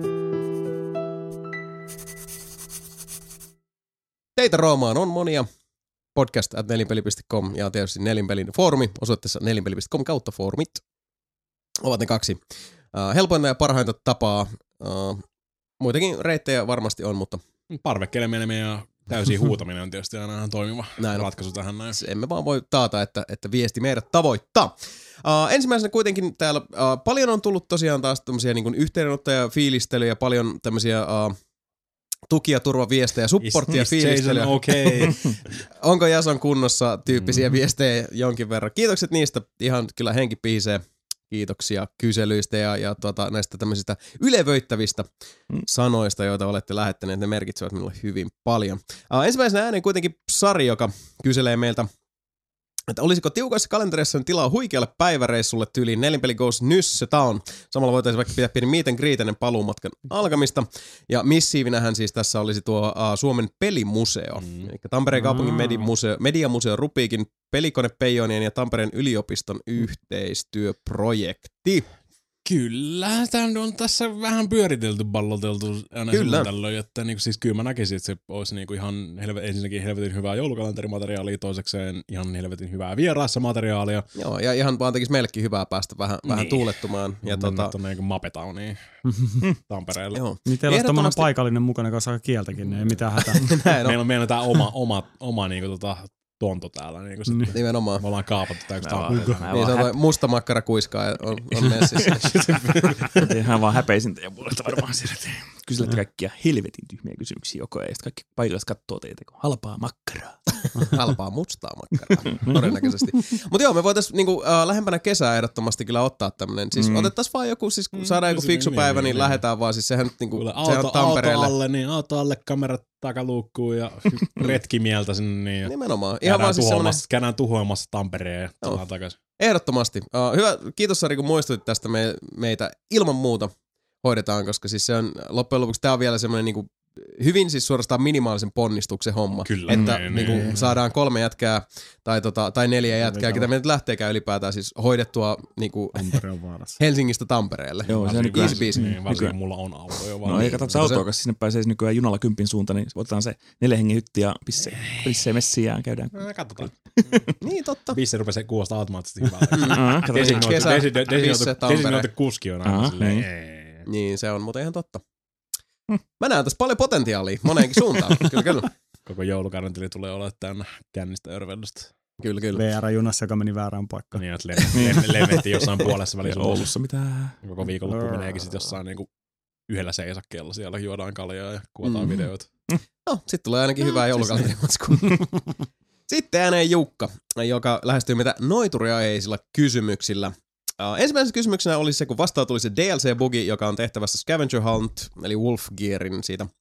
Teitä Roomaan on monia. Podcast at nelinpeli piste com ja tietysti Nelinpelin foorumi osoitteessa nelinpeli piste com kautta foorumit ovat ne kaksi uh, helpointa ja parhainta tapaa. Uh, muitakin reittejä varmasti on, mutta Parvekkeelle meneminen ja täysin huutaminen on tietysti aina ihan toimiva Näin on. ratkaisu tähän näin. emme vaan voi taata, että, että viesti meidät tavoittaa. Uh, ensimmäisenä kuitenkin täällä uh, paljon on tullut tosiaan taas tämmöisiä niin kuin yhteydenottoja, fiilistelyjä, paljon tämmöisiä uh, tukia, turvaviestejä, supporttia, fiilistelyä. Okei. Okay. Onko Jason kunnossa tyyppisiä mm. viestejä jonkin verran. Kiitokset niistä. Ihan kyllä henki pihisee. Kiitoksia kyselyistä ja, ja tuota, näistä tämmöisistä ylevöittävistä mm. sanoista, joita olette lähettäneet. Ne merkitsevät minulle hyvin paljon. Uh, ensimmäisenä ääneen kuitenkin Sari, joka kyselee meiltä, että olisiko tiukoissa kalenterissa tilaa huikealle päiväreissulle tyyliin Nelinpeli Goes Nyssetään. Samalla voitaisiin vaikka pitää pieni meet and greet ennen paluumatkan alkamista. Ja missiivinähän siis tässä olisi tuo uh, Suomen pelimuseo. Mm. Eli Tampereen kaupungin mediamuseo, mediamuseo Rupiikin Pelikonepeijonien ja Tampereen yliopiston yhteistyöprojekti. Kyllä, tämä on tässä vähän pyöritelty, balloteltu aina Kyllä. silloin tällöin, että niinku, siis kyllä mä näkisin, että se olisi niinku ihan helve, ensinnäkin helvetin hyvää joulukalenterimateriaalia, toisekseen ihan helvetin hyvää vieraassa materiaalia. Joo, ja ihan vaan tekisi meillekin hyvää päästä vähän, niin. vähän tuulettumaan. Ja Mennä tota... tuonne niinku Mapetowniin Tampereelle. Joo. Niin teillä on tommonen Ehdottomasti- paikallinen mukana, joka osaa kieltäkin, niin ei mitään hätää. Näin on. Meillä on, meillä on tää oma, oma, oma niinku, tota, tonto täällä. Niinku, sit, Niin. Nimenomaan. me ollaan kaapattu tää yksi Mä vaan- Tampere. mä Niin se on toi musta makkara kuiskaa ja on, on messissä. Hän vaan häpeisintä ja puolesta varmaan siellä, että kyselette kaikkia helvetin tyhmiä kysymyksiä joko ajan. Sitten kaikki paikalliset kattoo teitä, kun halpaa makkaraa. Halpaa mustaa makkaraa, todennäköisesti. Mutta joo, me voitaisiin niinku, äh, lähempänä kesää ehdottomasti kyllä ottaa tämmönen. Siis Mm. otettaisiin vaan joku, siis kun Mm, saadaan joku niin, fiksu niin, päivä, niin, niin niin. lähdetään vaan. Siis sehän niinku, Kuule, se auto, on Tampereelle. auto alle, niin auto alle, kamerat takaluukkuun ja retkimieltä sinne. Niin, ja Nimenomaan. Ihan käydään, vaan siis semmoinen, tuhoamassa, käydään tuhoamassa Tampereen ja Joo. tullaan takaisin. ehdottomasti. Uh, hyvä, kiitos Sari, kun muistutit tästä me, meitä ilman muuta hoidetaan, koska siis se on loppujen lopuksi tää on vielä semmoinen niinku hyvin siis suorastaan minimaalisen ponnistuksen homma. Kyllä, Että niin, niinku niin. saadaan kolme jätkää tai, tota, tai neljä jätkää, ketä me nyt lähteekään ylipäätään siis hoidettua niinku Tampere on vaarassa. Helsingistä Tampereelle. Joo, se on Varsinkin- nykyään. easy peasy. Niin, varsinkin Nykyään. mulla on auto jo vaan. No ei niin, kato mutta autoa, se- koska sinne pääsee nykyään junalla kympin suuntaan, niin otetaan se neljä hengen hytti ja pissee, pissee messiin ja käydään. Äh, Katsotaan. Niin, totta. Bisse rupesi kuulostaa automaattisesti hyvältä. Mm, kato, Kesä- kesä- pisse Tampere. Designoitu kuski on aina Aha, silleen. niin. ee. Niin, se on muuten ihan totta. Mä näen tässä paljon potentiaalia moneenkin suuntaan. Kyllä, kyllä. Koko joulukaranteli tulee olla täynnä kännistä örvellystä. Kyllä, kyllä. V R-junassa, joka meni väärään paikkaan. Niin, että le- le- levehti jossain puolessa Ei välissä. Oulussa mitään. Koko viikonloppu meneekin sit jossain niinku yhdellä seisakkeella. Siellä juodaan kaljaa ja kuvataan Mm. videoita. No, sit tulee ainakin hyvää joulukalenterimatskua. Sitten ääneen Jukka, joka lähestyy meitä noituriaiheisilla kysymyksillä. Uh, ensimmäisenä kysymyksenä oli se, kun vastaan tuli se D L C-bugi, joka on tehtävässä Scavenger Hunt, eli Wolf Gearin siitä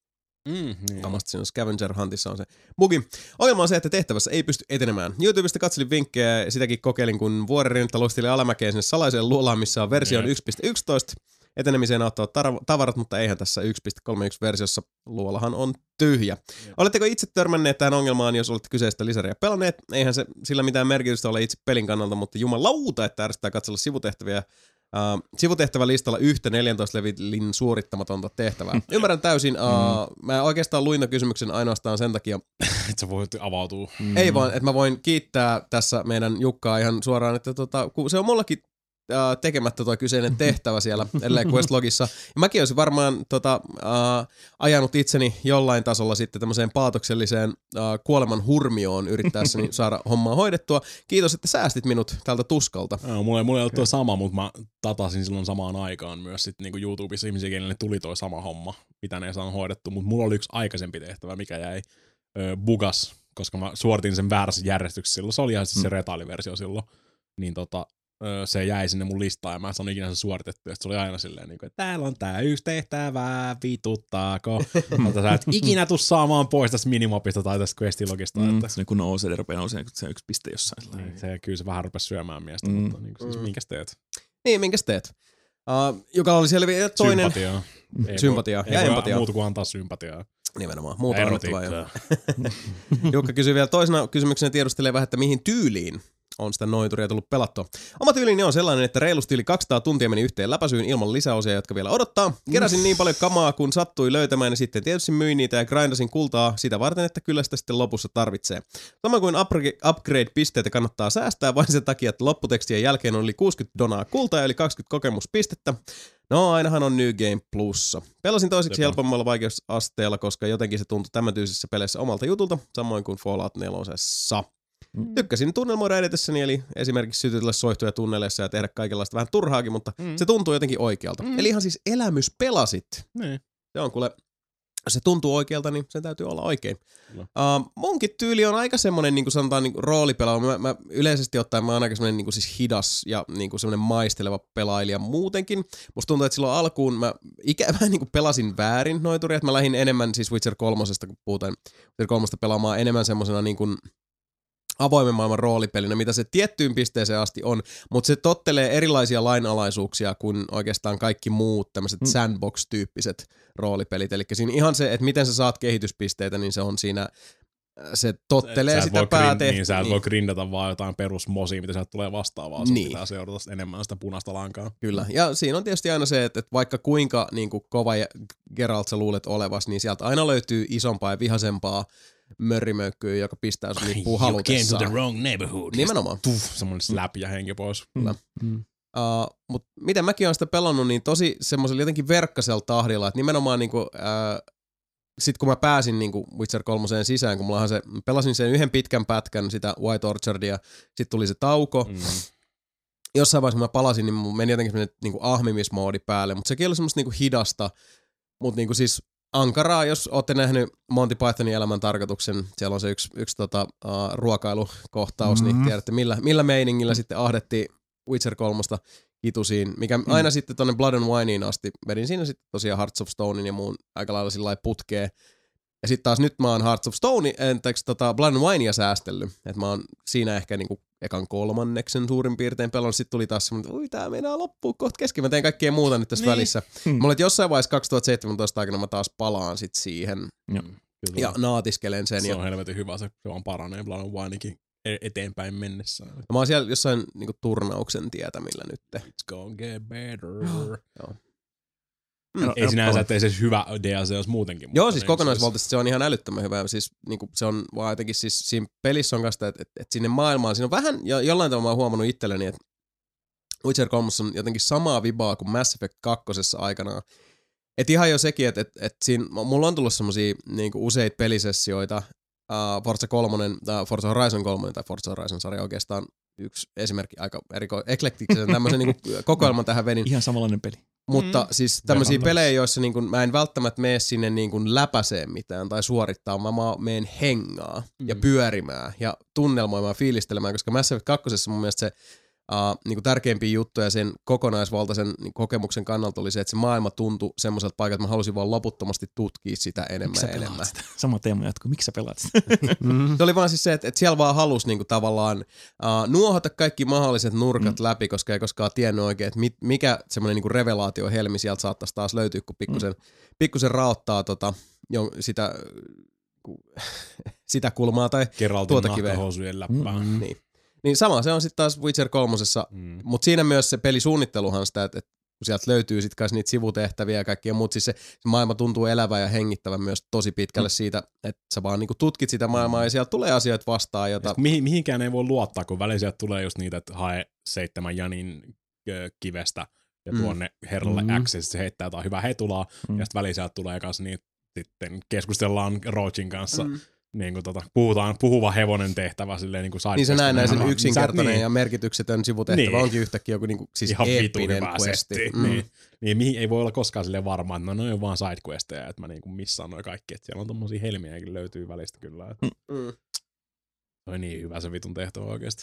Mm, niin. Kamasta siinä Scavenger Huntissa on se bugi. Ongelma on se, että tehtävässä ei pysty etenemään. YouTubesta katselin vinkkejä ja sitäkin kokeilin, kun vuoririnnettä luisteli alamäkeen sinne salaiseen luolaan, missä on version Jep. yksi piste yksitoista. Etenemiseen auttavat tar- tavarat, mutta eihän tässä yksi piste kolmekymmentäyksi-versiossa luolahan on tyhjä. Jep. Oletteko itse törmänneet tähän ongelmaan, jos olette kyseistä lisäriä pelanneet? Eihän se sillä mitään merkitystä ole itse pelin kannalta, mutta jumalauta, että ärsyttää katsella sivutehtäviä. Uh, sivutehtävälistalla yhtä neljäntoista levelin suorittamatonta tehtävää. Ymmärrän täysin. Uh, mm. Mä oikeastaan luin tämän kysymyksen ainoastaan sen takia. Että sä voit avautua. Mm. Ei vaan, että mä voin kiittää tässä meidän Jukkaa ihan suoraan, että tota, kun se on mullakin uh, tekemättä toi kyseinen tehtävä siellä ellei Questlogissa. Ja mäkin olisin varmaan tota, uh, ajanut itseni jollain tasolla sitten tämmöiseen paatokselliseen uh, kuoleman hurmioon yrittäessäni saada hommaa hoidettua. Kiitos, että säästit minut tältä tuskalta. No, mulla, ei, mulla ei ollut tuo sama, mutta mä tatasin silloin samaan aikaan myös sit niinku YouTubessa ihmisiä, kenelle tuli toi sama homma, mitä ne ei saanut hoidettua. Mutta mulla oli yksi aikaisempi tehtävä, mikä jäi ö, bugas, koska mä suoritin sen väärässä järjestyksessä silloin. Se oli ihan siis se retailiversio silloin. Niin tota, se jäi sinne mun listaan ja mä en saanut ikinä sen suoritettua. Se oli aina silleen, että täällä on tää yksi tehtävä, vituttaako. Mutta sä et ikinä tuu saamaan pois tästä minimapista tai tästä questilogista. Mm, että se kun O C D rupeaa nousee, se yksi piste jossain. Niin, se, kyllä se vähän rupesi syömään miestä, Mm. mutta niin, siis Mm. minkäs teet? Niin, minkäs teet? Uh, joka oli siellä vielä toinen. Sympatiaa. Ei Sympatiaa voi, ja ei voi empatiaa. muuta kuin antaa sympatiaa. Nimenomaan. Muuta annettavaa jo. Erotiikkaa. Jukka kysyy vielä toisena kysymyksenä, tiedustelee vähän, että mihin tyyliin on sitä noituria tullut pelattua. Oma tyylini on sellainen, että reilusti yli kaksisataa tuntia meni yhteen läpäisyyn ilman lisäosia, jotka vielä odottaa. Keräsin niin paljon kamaa, kun sattui löytämään, ja sitten tietysti myin niitä ja grindasin kultaa sitä varten, että kyllä sitä sitten lopussa tarvitsee. Sama kuin upgrade-pisteitä kannattaa säästää vain sen takia, että lopputekstien jälkeen on yli kuusikymmentä donaa kultaa ja yli kaksikymmentä kokemuspistettä. No, ainahan on New Game Plussa. Pelasin toiseksi helpommalla vaikeusasteella, koska jotenkin se tuntui tämän tyylisissä peleissä omalta jutulta, samoin kuin Fallout nelosessa. Mm. Tykkäsin tunnelmoida edetessäni, eli esimerkiksi sytytellä soihtuja tunneleissa ja tehdä kaikenlaista vähän turhaakin, mutta mm. se tuntuu jotenkin oikealta. Mm. Eli ihan siis elämys pelasit. Niin. Se on kuule, jos se tuntuu oikealta, niin sen täytyy olla oikein. No. Uh, munkin tyyli on aika semmonen, niin kuin sanotaan, niin kuin roolipelaaja. Mä, mä yleisesti ottaen mä oon aika semmonen niin kuin siis hidas ja niin kuin semmonen maisteleva pelailija muutenkin. Musta tuntuu, että silloin alkuun mä ikävään niin kuin pelasin väärin noituria, että mä lähdin enemmän siis Witcher kolmosesta, kun puhutaan Witcher kolmosta pelaamaan enemmän semmosena niin kuin avoimen maailman roolipelinä, mitä se tiettyyn pisteeseen asti on, mutta se tottelee erilaisia lainalaisuuksia kuin oikeastaan kaikki muut tämmöiset mm. sandbox-tyyppiset roolipelit. Eli siinä ihan se, että miten sä saat kehityspisteitä, niin se on siinä, se tottelee sitä päätehtävää. Niin, sä et niin. voi grindata vaan jotain perusmosia, mitä sieltä tulee vastaavaa, sun niin. pitää seurata enemmän sitä punaista lankaa. Kyllä, ja siinä on tietysti aina se, että vaikka kuinka niin kuin kova Geralt sä luulet olevas, niin sieltä aina löytyy isompaa ja vihasempaa mörrimöykkyä, joka pistää sun lippuu halutessaan. You came to the wrong neighborhood. Nimenomaan. Tuff, semmoinen slap ja henki pois. Kyllä. Mm. Uh, mut miten mäkin oon sitä pelannut, niin tosi semmoisella jotenkin verkkasella tahdilla, että nimenomaan niinku, uh, sit kun mä pääsin niinku Witcher kolmoseen sisään, kun mullahan se, pelasin sen yhden pitkän pätkän sitä White Orchardia, sit tuli se tauko. Mm. Jossain vaiheessa kun mä palasin, niin mun meni jotenkin semmoinen niinku ahmimismoodi päälle, mutta sekin oli semmoista niinku hidasta, mutta niinku siis ankaraa, jos olette nähnyt Monty Pythonin elämän tarkoituksen, siellä on se yksi, yksi tota, uh, ruokailukohtaus, mm-hmm. niin tiedätte millä, millä meiningillä sitten ahdettiin Witcher kolmosta kitusiin, mikä mm. aina sitten tonne Blood and Wineen asti vedin siinä sitten tosiaan Hearts of Stonein ja muun aika lailla sillä lailla putkeen. Ja sitten taas nyt mä oon Hearts of Stone, entäks tota Blood and Winea säästellyt, että mä oon siinä ehkä niinku ekan kolmanneksen suurin piirtein pelannut, sitten tuli taas semmoinen, että ui tää meinaa loppua kohta kesken, mä teen kaikkea muuta nyt tässä niin. välissä. Hmm. Mulla oli jossain vaiheessa kaksituhattaseitsemäntoista aikana mä taas palaan sit siihen ja, ja naatiskelen sen. Se ja on helvetin hyvä, se vaan paranee Blood and Winekin eteenpäin mennessä. Ja mä oon siellä jossain niinku turnauksen tietämillä nyt. It's gonna get better. Joo. Mm. Ei sinänsä, että ei se hyvä D L C olisi muutenkin. Joo, siis kokonaisvaltaisesti se on ihan älyttömän hyvä. Siis niinku, se on vaan jotenkin siis siinä pelissä on kanssa, että et, et sinne maailmaan, siinä on vähän, ja jollain tavalla mä oon huomannut itselleni, että Witcher kolme on jotenkin samaa vibaa kuin Mass Effect kaksi aikanaan. Et ihan jo sekin, että et, et siinä, mulla on tullut semmosia niinku useita pelisessioita, uh, Forza kolme, uh, Forza Horizon kolme tai Forza Horizon-sarja oikeastaan yksi esimerkki aika eriko, eklektisen tämmöisen niinku kokoelman tähän vedin. Ihan samanlainen peli. Mutta mm. siis tämmöisiä pelejä, joissa niin kun, mä en välttämättä mene sinne niin kun läpäisee mitään tai suorittaa, vaan mä menen hengaa mm. ja pyörimään ja tunnelmoimaan, fiilistelemään, koska Mass Effect kaksi mun mielestä se uh, niinku tärkeimpiä juttuja sen kokonaisvaltaisen niin kokemuksen kannalta oli se, että se maailma tuntui semmoiselta paikalta, että mä halusin vaan loputtomasti tutkia sitä enemmän ja enemmän. Sitä? Sama teema jatkuu, miksi sä pelaat sitä? mm-hmm. Se oli vaan siis se, että, että siellä vaan halusi niinku tavallaan uh, nuohota kaikki mahdolliset nurkat mm. läpi, koska ei koskaan tiennyt oikein, että mit, mikä semmoinen niinku revelaatiohelmi sieltä saattaisi taas löytyä, kun pikkusen, mm. pikkusen raottaa tota, jo, sitä, sitä kulmaa tai tuota kiveä. Nahkahousujen läppää. Mm. Niin. Niin sama se on sitten taas Witcher kolmosessa, mm. mutta siinä myös se pelisuunnitteluhan sitä, että, että kun sieltä löytyy sitten kai niitä sivutehtäviä ja kaikkia muut, siis se, se maailma tuntuu elävä ja hengittävä myös tosi pitkälle mm. siitä, että sä vaan niinku tutkit sitä maailmaa ja sieltä tulee asioita vastaan, jota... Mihin, mihinkään ei voi luottaa, kun välillä sieltä tulee just niitä, että hae seitsemän Janin kivestä ja tuonne mm. herralle mm. X, ja se heittää jotain hyvää hetulaa, mm. ja sitten välillä sieltä tulee kanssa niitä, sitten keskustellaan Roachin kanssa, mm. niin kuin tota, puhutaan puhuva hevonen tehtävä silleen niin kuin side niin se näennäisen niin, yksinkertainen niin. ja merkityksetön sivutehtävä niin. onkin yhtäkkiä joku niin kuin, siis ihan eeppinen questi. Mm. Niin, niin mihin ei voi olla koskaan silleen varma, että no ne on vaan sidequesteja, että mä niin kuin missaan noin kaikki, että siellä on tommosia helmiäkin löytyy välistä kyllä. Että mm. Oi niin hyvä se vitun tehtävä oikeesti.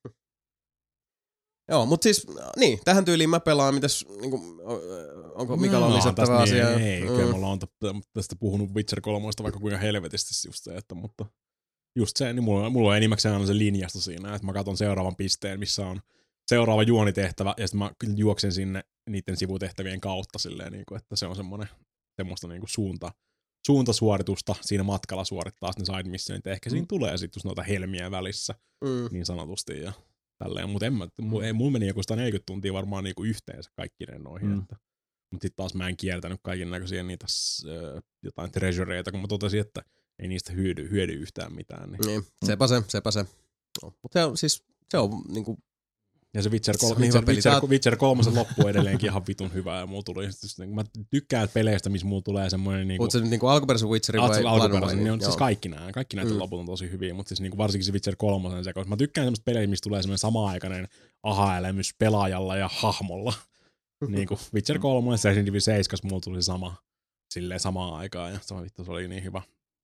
Joo, mutta siis, niin, tähän tyyliin mä pelaan, mitäs, niinku, onko Mikalla no, lisättävä no, asia? Ei, ei mm. kyllä me ollaan tästä puhunut Witcher kolmosta vaikka kuinka helvetisti just se, että, mutta just se, niin mulla, mulla on enimmäkseen aina se linjasto siinä, että mä katson seuraavan pisteen, missä on seuraava juonitehtävä, ja sitten mä juoksen sinne niiden sivutehtävien kautta silleen, niin kuin, että se on semmoinen, semmoista niin kuin suunta, suuntasuoritusta siinä matkalla suorittaa ne side missionit, ehkä siinä mm. tulee sitten just noita helmiä välissä, mm. niin sanotusti, ja tälleen, mutta en mä, ei, mulla meni joku sata neljäkymmentä tuntia varmaan niinku yhteensä kaikkineen noihin, mm. että, mutta sitten taas mä en kiertänyt kaiken näköisiä niitä äh, jotain treasureita, kun mä totesin, että ei niistä hyödy, hyödy yhtään mitään. Niin, niin sepä se, sepä se. No, mutta se on siis, se on niinku... Ja se Witcher, kol- Witcher, Witcher, Witcher kolmosen loppu edelleenkin ihan vitun hyvä, ja mulla tuli, just, niin, mä tykkään peleistä, missä mulla tulee semmoinen... Niinku, Oletko se nyt niinku alkuperäisen Witcherin vai alkuperäisen? Niin on, siis kaikki nämä, kaikki näitä mm. loput on tosi hyviä, mutta siis niinku varsinkin se Witcher kolmosen se, koska mä tykkään semmoista peleistä, missä tulee semmoinen sama-aikainen aha-elämys pelaajalla ja hahmolla. niin kuin Witcher kolme ja Resident Evil seitsemän, mulla tuli sama, silleen samaan aikaan, ja se, vittu, se oli niin hyvä.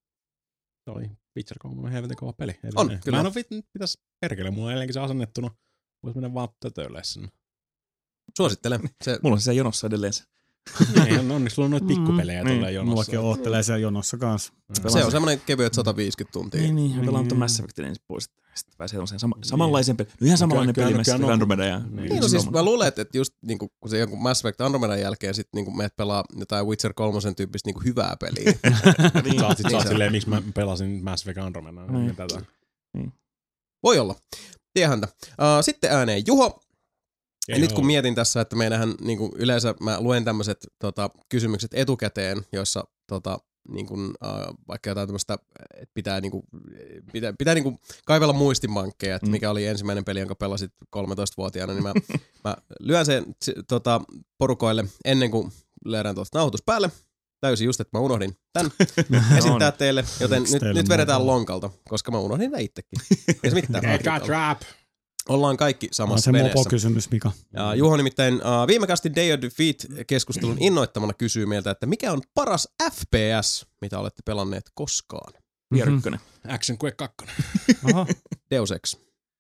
Se oli Witcher kolme, helvetin kova peli. On, mä kyllä. Mä en ole pitäis perkele, mulla on edelleenkin se asennettuna. Voisi mennä vaan tötölle sinne. Suosittelen. Se... Mulla on se jonossa edelleen se. Ei, on onneksi sulla on noita pikkupelejä mm, tulee niin, jonossa. Mullakin oottelee siellä jonossa kanssa. Mm. Se on semmoinen kevyet sata viisikymmentä tuntia. Niin, niin. Mä pelaan tuon Mass Effectin ensin pois. Sitten pääsee sama, samanlaisen peli. No ihan samanlainen peli Mass Effect Andromeda. Ja, niin, niin no siis mä luulen, että just niinku, kun se jonkun Mass Effect Andromedan jälkeen sit niinku meet pelaa jotain Witcher kolmosen tyyppistä niinku hyvää peliä. niin, sä oot sit niin, silleen, miksi mä pelasin Mass Effect Andromedan. Niin. Tätä. Niin. Voi olla. Tiehäntä. Uh, sitten ääneen Juho. Ja nyt kun mietin tässä, että meidänhän niin kuin yleensä mä luen tämmöiset tota, kysymykset etukäteen, joissa tota, niin kuin, uh, vaikka jotain tämmöistä, että pitää, niin kuin, pitää, pitää niin kuin kaivella muistimankkeja, että mikä oli ensimmäinen peli, jonka pelasit kolmetoistavuotiaana, niin mä, mä lyön sen tota, porukoille ennen kuin löydän tuosta nauhoitus päälle. Täysin just, että mä unohdin tän esittää teille, joten nyt, nyt vedetään lonkalta, koska mä unohdin tämän itsekin. Ei se mitään. Trap. Ollaan kaikki samassa no, se veneessä. Se kysymys, Mika. Ja Juho nimittäin uh, viimekästi Day of Defeat-keskustelun innoittamana kysyy meiltä, että mikä on paras F P S, mitä olette pelanneet koskaan? Vier ykkönen. Action Quake kaksi. Aha. Deus Ex.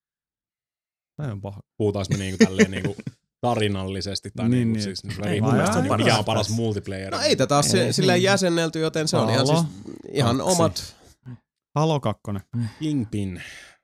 Tämä on paha. Puhutaanko me niinku tälleen niinku tarinallisesti tai niin, niinku niin. Siis riippuu, mikä on paras multiplayer. No ei tätä ole se, silleen jäsennelty, joten se on ihan, siis, ihan omat... Halo kakkonen. Kingpin.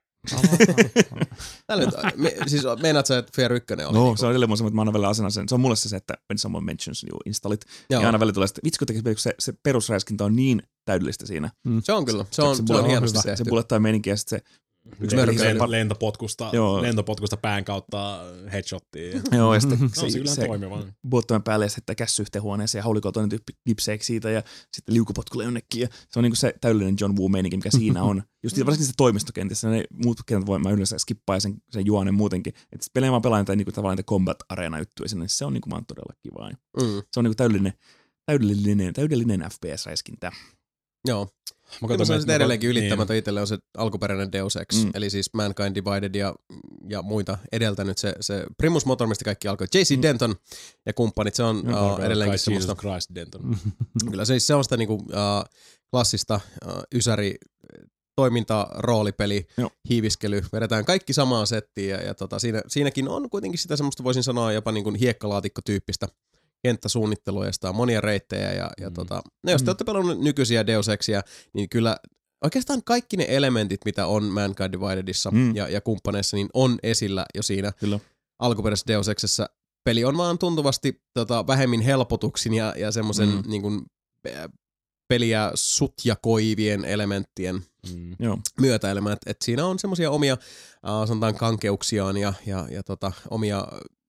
Tällä nyt, me, siis meinaat sä, että Fear ykkönen oli? No, niinku... se on edelleen mun että mä aina välillä asennan sen. Se on mulle se, että when someone mentions you installit. Ja aina välillä tulee, että vitsi kun tekisi, se, se perusräiskintä on niin täydellistä siinä. Mm. Se on kyllä, se on, se, se on hienosti tehty. Se bullet time meininki ja sitten se yksi lentopotkusta, lentopotkusta pään kautta headshottiin. Joo, ja sitten no, se, se, se bullet päälle ja sitten kässy yhteen huoneeseen ja haulikoon toinen tyyppi kipseeksi siitä ja sitten liukupotkulle jonnekin. Ja se on niinku se täydellinen John Woo-meininki, mikä siinä on. Just varsinkin se toimistokentissä, ne muut kentät voi mä yleensä skippaa ja sen, sen juonen muutenkin. Että pelejä vaan pelaan tai niinku tavallaan niitä combat-areena-juttuja sinne, se on niinku vaan todella kivaa. Mm. Se on niinku täydellinen, täydellinen, täydellinen F P S-räiskintä. Joo. Mä katson, se on sitten edelleenkin ylittämätön niin. Itselle on se alkuperäinen Deus Ex, mm. eli siis Mankind Divided ja, ja muita edeltänyt se, se Primus Motor, mistä kaikki alkoi. J C mm. Denton ja kumppanit, se on no, uh, edelleenkin semmoista... Jesus Christ Denton. Kyllä se, se on sitä niinku, uh, klassista uh, ysäri toiminta, roolipeli, Joo. hiiviskely, vedetään kaikki samaan settiin ja, ja tota, siinä, siinäkin on kuitenkin sitä semmoista, voisin sanoa jopa niin kuin hiekkalaatikko-tyyppistä kenttäsuunnittelua ja sitä on monia reittejä ja, ja mm. tota, no jos te olette pelannut nykyisiä Deus Exia, niin kyllä oikeastaan kaikki ne elementit, mitä on Mankind Dividedissa mm. ja, ja kumppaneissa, niin on esillä jo siinä Kyllä. alkuperäisessä Deus Exissä. Peli on vaan tuntuvasti tota, vähemmin helpotuksin ja, ja semmoisen Mm. niin kuin, peliä sutjakoivien elementtien Mm. Joo. myötäelämä. Et, et siinä on semmoisia omia, äh, sanotaan kankeuksiaan ja, ja, ja tota, omia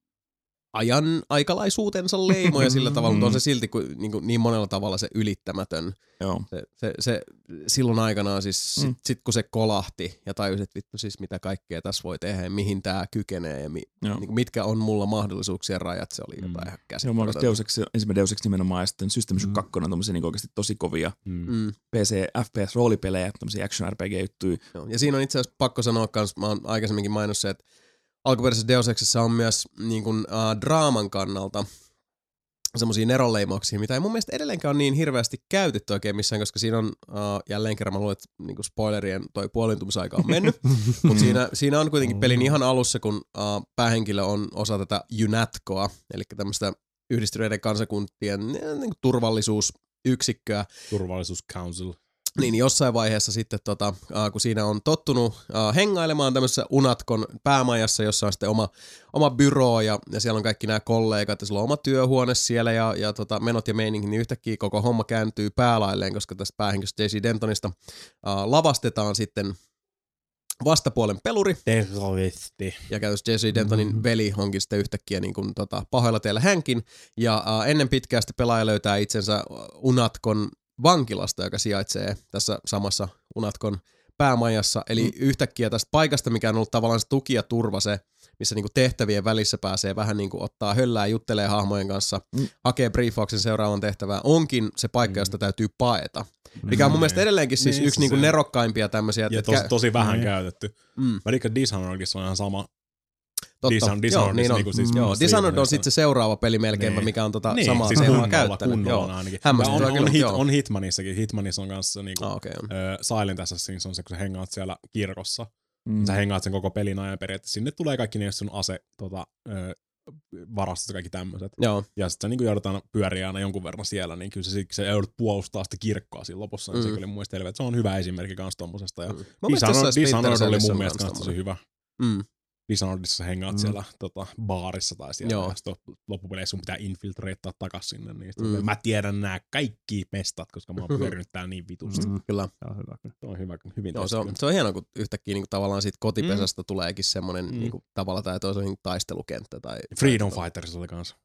ajan aikalaisuutensa leimoja sillä tavalla, mutta on se silti kuin, niin, kuin, niin monella tavalla se ylittämätön. Joo. Se, se, se silloin aikanaan siis, Mm. sit, sit kun se kolahti ja tajusit, että vittu siis mitä kaikkea tässä voi tehdä ja mihin tää kykenee ja mi, Joo. niin kuin, mitkä on mulla mahdollisuuksien rajat, se oli jotain ihan Joo, mä oikeasti käsittämätöntä. Deus Ex, ensimmäinen Deus Ex nimenomaan ja sitten System Shock Mm. kaksi on tommosia niin oikeasti tosi kovia Mm. Mm. P C, F P S-roolipelejä, tämmöisiä action R P G-juttuja. Joo. Ja siinä on itse asiassa pakko sanoa kans, mä oon aikaisemminkin maininnut se, että alkuperäisessä Deus Exissä on myös niin kuin, uh, draaman kannalta semmosia neronleimauksia, mitä ei mun mielestä edelleenkään ole niin hirveästi käytetty oikein missään, koska siinä on, uh, jälleen kerran mä luulen, että niin kuin spoilerien toi puolintumisaika on mennyt, mutta siinä, siinä on kuitenkin pelin ihan alussa, kun uh, päähenkilö on osa tätä UNATCOa, eli tämmöistä yhdistyneiden kansakuntien eh, niin kuin turvallisuusyksikköä, Turvallisuus Council. niin jossain vaiheessa sitten, tota, äh, kun siinä on tottunut äh, hengailemaan tämmöisessä Unatkon päämajassa, jossa on sitten oma, oma byroo ja, ja siellä on kaikki nämä kollegat ja sulla on oma työhuone siellä ja, ja tota, menot ja meininki, niin yhtäkkiä koko homma kääntyy päälailleen, koska tästä päähenkilöstä J C Dentonista äh, lavastetaan sitten vastapuolen peluri. Terroristi. Ja käytössä J C Dentonin mm-hmm. veli onkin sitten yhtäkkiä niin kuin, tota, pahoilla teillä hänkin. Ja äh, ennen pitkää sitten pelaaja löytää itsensä Unatkon vankilasta, joka sijaitsee tässä samassa Unatkon päämajassa. Eli mm. yhtäkkiä tästä paikasta, mikä on ollut tavallaan se tuki ja turva, se, missä niinku tehtävien välissä pääsee vähän niinku ottaa höllää, juttelee hahmojen kanssa, mm. hakee briefauksen seuraavan tehtävään, onkin se paikka, mm. josta täytyy paeta. Mikä on mun mielestä edelleenkin siis niin, yksi niinku nerokkaimpia tämmöisiä. Ja tosi, tosi vähän niin. käytetty. Mm. Mä liikaa Dishonoredissa on ihan sama. Totta. Dishonored, Joo, niin on. niinku siis Mm. Joo, Dishonored on sitten se seuraava peli melkeinpä, niin. mikä on tota niin, samaa siis teemaa kunnolla, käyttänyt. kunnolla Joo. ainakin. Hämmästyttävää on, kyllä, on, hit, joo. on Hitmanissakin. Hitmanissa on kanssa niinku, Ah, okay, on. ö, Silent Assassin's on se, kun sä hengaat siellä kirkossa. Mm. Sä hengaat sen koko pelin ajan periaatteessa. Sinne tulee kaikki ne sun ase, tota, ö, varastot ja kaikki tämmöiset. Joo. Ja sitten sä niin joudutaan pyöriä aina jonkun verran siellä, niin kyllä se, se joudut puolustaa sitä kirkkoa siinä lopussa. Mm. Se kyllä mun mielestä se on hyvä esimerkki kans tommosesta. Ja Mm. Dishonored, Dishonored oli mun on mielestä kans kans tosi hyvä. Mm. Dishonoredissa hengaat Mm. siellä tota, baarissa tai siellä, Joo. ja sitten loppupeleissä sun pitää infiltreittaa takas sinne. Niin Mm. mä tiedän nämä kaikki mestat, koska mä oon pyörinyt täällä niin vitusti. Mm. Kyllä. Se on hyvä. kyllä. Se on hyvä, hyvin Joo, se, on, tehty. se on hienoa, kun yhtäkkiä niin tavallaan siitä kotipesästä mm. tuleekin semmoinen Mm. niin tavalla tai toisen taistelukenttä. Tai, Freedom tai, Fighters oli kanssa.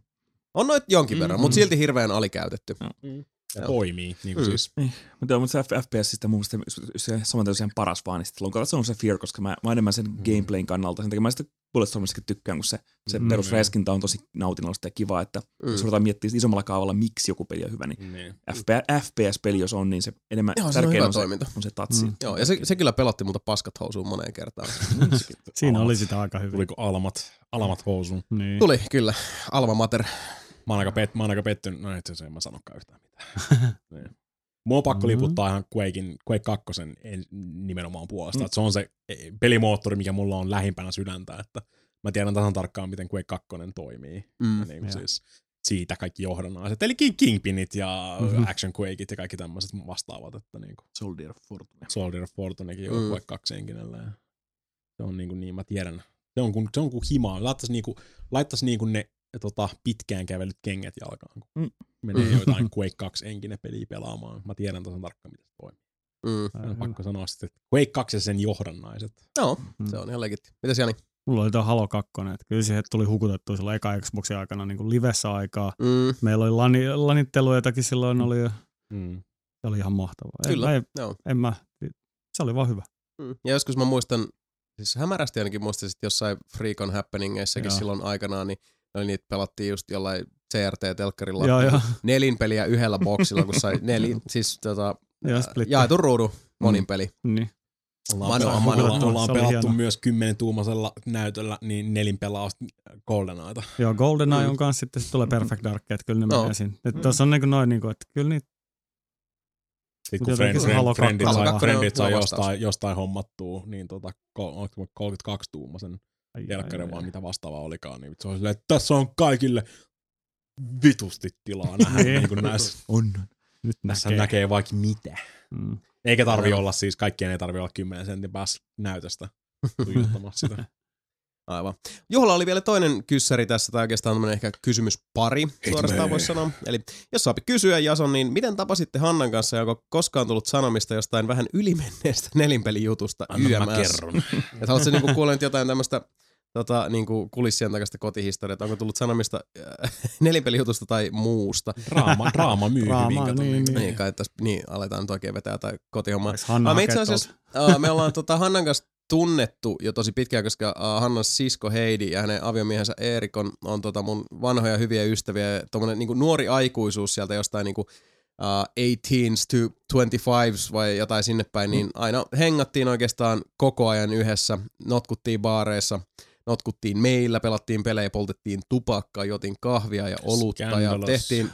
On noit jonkin Mm. verran, mutta silti hirveän alikäytetty. Ja Joo. toimii. Niin kuin Mm. siis. Niin. Mutta joo, mutta se F P Sistä mun mielestä se saman sen paras vaan, niin sitten on se on se Fear, koska mä, mä enemmän sen mm. gameplayn kannalta. Sen takia mä sitten Bulletstormissakin tykkään, kun se, se Mm. perusreskintä on tosi nautinnollista ja kiva, että Mm. jos ruvetaan miettimään isommalla kaavalla, miksi joku peli on hyvä, niin Niin. F P S-peli, jos on, niin se enemmän Joo, se on tärkein hyvä on, se, toiminta. on se tatsi. Mm. Joo, ja se, se kyllä pelotti multa paskat housuun moneen kertaan. Siinä oli sitä aika hyvin. Tuliko almat, almat housuun? Niin. Tuli, kyllä. Alma Mater. Mä oon aika, pet, mä oon aika pettynyt. No itse asiassa en mä sanokaan yhtään mitään. niin. Mun on pakko Mm. liputtaa ihan Quakein, Quake kaksi nimenomaan puolesta. Mm. Että se on se pelimoottori, mikä mulla on lähimpänä sydäntä. Että mä tiedän tasan tarkkaan, miten Quake kaksi toimii. Mm. Ja niin kuin siis siitä kaikki johdannaiset. Eli Kingpinit ja mm-hmm. Action Quakeit ja kaikki tämmöiset vastaavat. Että niin kuin Soldier of Fortune. Soldier of Fortunekin Mm. on Quake kaksi enkinellä. Ja se on niin, kuin niin, mä tiedän. Se on kuin, se on kuin himaa. Laittaisi, niin kuin, laittaisi niin kuin ne tota, pitkään kävellyt kengät jalkaan, kun Mm. menee Mm. jotain Quake kaksi enkinen peliä pelaamaan. Mä tiedän tasan tarkkaan, miten se toimii. Mm. On pakko sanoa sitten, että Quake kaksi ja sen johdannaiset. Joo, Mm. se on ihan legitti. Mitäs Jani? Mulla oli tuo Halo kaksi, että kyllä siihen tuli hukutettua silloin eka Xboxin aikana niin kuin livessä aikaa. Mm. Meillä oli lani, lanitteluitakin silloin, oli, se Mm. oli ihan mahtavaa. Kyllä, En, en, joo. en mä, se oli vaan hyvä. Mm. Ja joskus mä muistan, siis hämärästi ainakin muistin sit jossain Freakon happeningeissakin Joo. silloin aikanaan, niin oli niitä pelattiin just jollain C R T-telkkarilla Joo, joo. nelin peliä yhdellä boksilla, kun sai nelin, siis tota, Ja splitti. jaetun ruudun monin Mm. peli. Niin. Ollaan, Mano, ollaan, mano. ollaan, ollaan Se oli pelattu hieno. myös kymmenen tuumaisella näytöllä niin nelin pelausta GoldenEyeta. Joo, GoldenEye Mm. on kanssa sitten, sit tulee Perfect Dark, että kyllä ne Joo. menee siinä. Että tuossa on niin kuin noin, niin kuin, että kyllä niitä Sitten kun friend, friend, friendit saa, friendit saa jostain, jostain hommattua, niin tota, kolmekymmentäkaksi tuumaisen telkkarin vaan mitä vastaavaa olikaan, niin se on silleen, että tässä on kaikille vitusti tilaa nähdä, niin kuin näissä. On. Nyt näkee. näkee vaikka mitä. Mm. Eikä tarvi olla siis, kaikkien ei tarvi olla kymmenen sentin päässä näytöstä tuijottamassa sitä. Aivan. Juholla oli vielä toinen kyssäri tässä, tai oikeastaan tämmöinen ehkä kysymyspari, suorastaan voisi sanoa. Eli jos saapi kysyä, Jason, niin miten tapasitte Hannan kanssa, ja onko koskaan tullut sanomista jostain vähän ylimenneestä nelinpelijutusta Y M S? Anna mä kerron. Että haluatko niinku kuulla nyt jotain tämmöistä tota, niinku kulissien takaista kotihistoriaa, että onko tullut sanomista äh, nelinpelijutusta tai muusta? Draama, draama myy Draama, hyvin. niin, niin. Niin, kai tässä, niin, aletaan nyt oikein vetää tai kotihommaa. Hanna ah, me itse asiassa, uh, me ollaan tota, Hannan kanssa tunnettu jo tosi pitkään, koska uh, Hannan sisko Heidi ja hänen aviomiehensä Erik on, on tota mun vanhoja hyviä ystäviä. Tuommoinen niinku nuori aikuisuus sieltä jostain niinku uh, eighteens to twenty-fives vai jotain sinne päin, niin aina hengattiin oikeastaan koko ajan yhdessä, notkuttiin baareissa, notkuttiin meillä, pelattiin pelejä, poltettiin tupakkaa, jotin kahvia ja olutta Scandalous. Ja tehtiin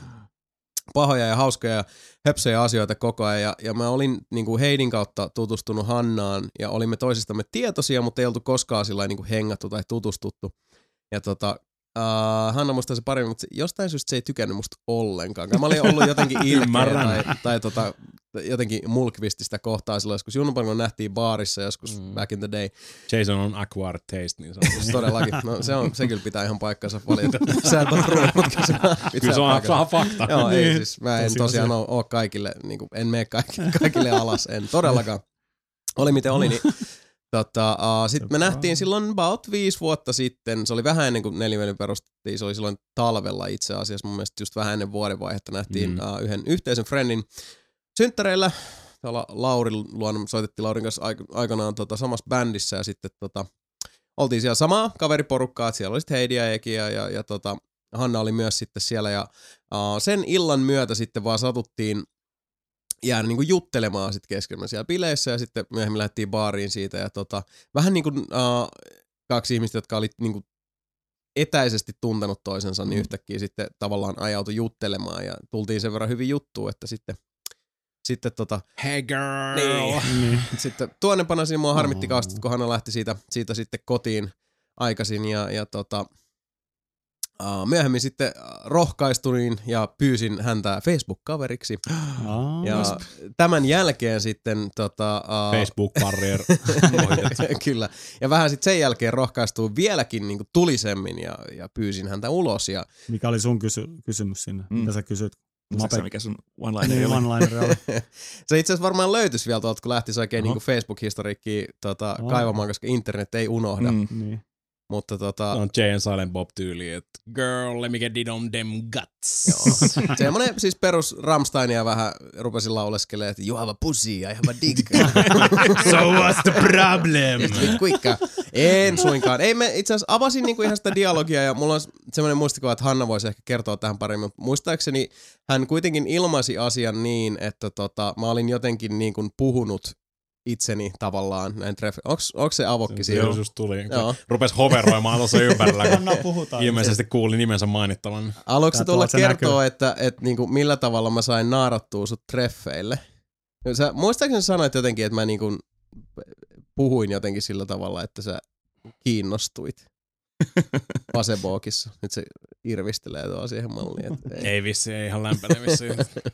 pahoja ja hauskoja ja höpsöjä asioita koko ajan. Ja, ja mä olin niin kuin Heidin kautta tutustunut Hannaan ja olimme toisistamme tietoisia, mutta ei oltu koskaan sillä niin kuin hengattu tai tutustuttu. Ja tota, uh, Hanna muistaa se paremmin, mutta jostain syystä se ei tykännyt musta ollenkaan. Mä olin ollut jotenkin ilkeä tai, tai tota, jotenkin mulkvististä kohtaa silloin, joskus Junnupan, kun nähtiin baarissa joskus mm. back in the day. Jason on acquired taste, niin sanotusti. Todellakin. No se, on, se kyllä pitää ihan paikkansa valitettavasti. Sä et ole true, mutta se pitää kyllä se on, se on fakta. Joo, ei siis. Mä en tosiaan ole, ole kaikille, niin kuin, en mene kaikille, kaikille alas, en todellakaan. Oli miten oli, niin tota, uh, sitten me nähtiin silloin about viisi vuotta sitten, se oli vähän ennen kuin Nelivelin perustettiin, se oli silloin talvella itse asiassa, mun mielestä just vähän ennen vuodenvaihetta nähtiin mm. uh, yhden yhteisen friendin synttäreillä. Täällä Laurin luona soitettiin Laurin kanssa aikanaan tota, samassa bändissä ja sitten tota, oltiin siellä samaa kaveriporukkaa, että siellä oli sitten Heidi ja Eki ja, ja, ja tota, Hanna oli myös sitten siellä ja uh, sen illan myötä sitten vaan satuttiin jäädä niinku juttelemaan sitten keskenään siellä bileissä ja sitten myöhemmin lähdettiin baariin siitä ja tota, vähän niin kuin uh, kaksi ihmistä, jotka oli niinku etäisesti tuntenut toisensa, niin yhtäkkiä sitten tavallaan ajautui juttelemaan ja tultiin sen verran hyvin juttuun, että sitten Sitten tota... Hey girl! Niin. niin. Sitten tuonnepana siinä mua harmitti kausti, kun Hanna lähti siitä, siitä sitten kotiin aikaisin ja, ja tota... Uh, myöhemmin sitten rohkaistuin ja pyysin häntä Facebook-kaveriksi. Oh, ja yes. Tämän jälkeen sitten... Tota, uh, Facebook-barrier. Kyllä. Ja vähän sitten sen jälkeen rohkaistuin vieläkin niin kuin tulisemmin ja, ja pyysin häntä ulos. Ja... Mikä oli sun kysy- kysymys sinne? Mm. Mitä sä kysyt? Mape... mikä sun one-lineri oli? One-lineri oli. Se itse asiassa varmaan löytyisi vielä tuolta, kun lähtisi oikein niin kuin Facebook-historiikkiin tota, oh. kaivamaan, koska internet ei unohda. Mm. Niin. Mutta tota... on Jay and Silent Bob tyyli, että girl, let me get it on them guts. Joo. Semmoinen siis perus Rammsteinia vähän rupesin lauleskelemaan, että you have a pussy, I have a dick. So what's the problem? Kuikka. En suinkaan. Ei me itse asiassa avasin niinku ihan sitä dialogia ja mulla on semmoinen muistikuva, että Hanna voisi ehkä kertoa tähän paremmin, mutta muistaakseni hän kuitenkin ilmaisi asian niin, että tota, mä olin jotenkin niin kuin puhunut itseni tavallaan näin treffe. Onks, onks se avokki siinä? Joo, just tuli. Rupes hoveroimaan tuossa ympärillä, kun ilmeisesti kuuli nimensä mainittavan. Aloitko se tulla kertoa, että, että niinku, millä tavalla mä sain naarattua sut treffeille? Sä, muistaakseni sä sanoit jotenkin, että mä niinku puhuin jotenkin sillä tavalla, että sä kiinnostuit Facebookissa. Nyt se irvistelee tuolla siihen malliin. Että ei. ei vissi, ei ihan lämpene vissi.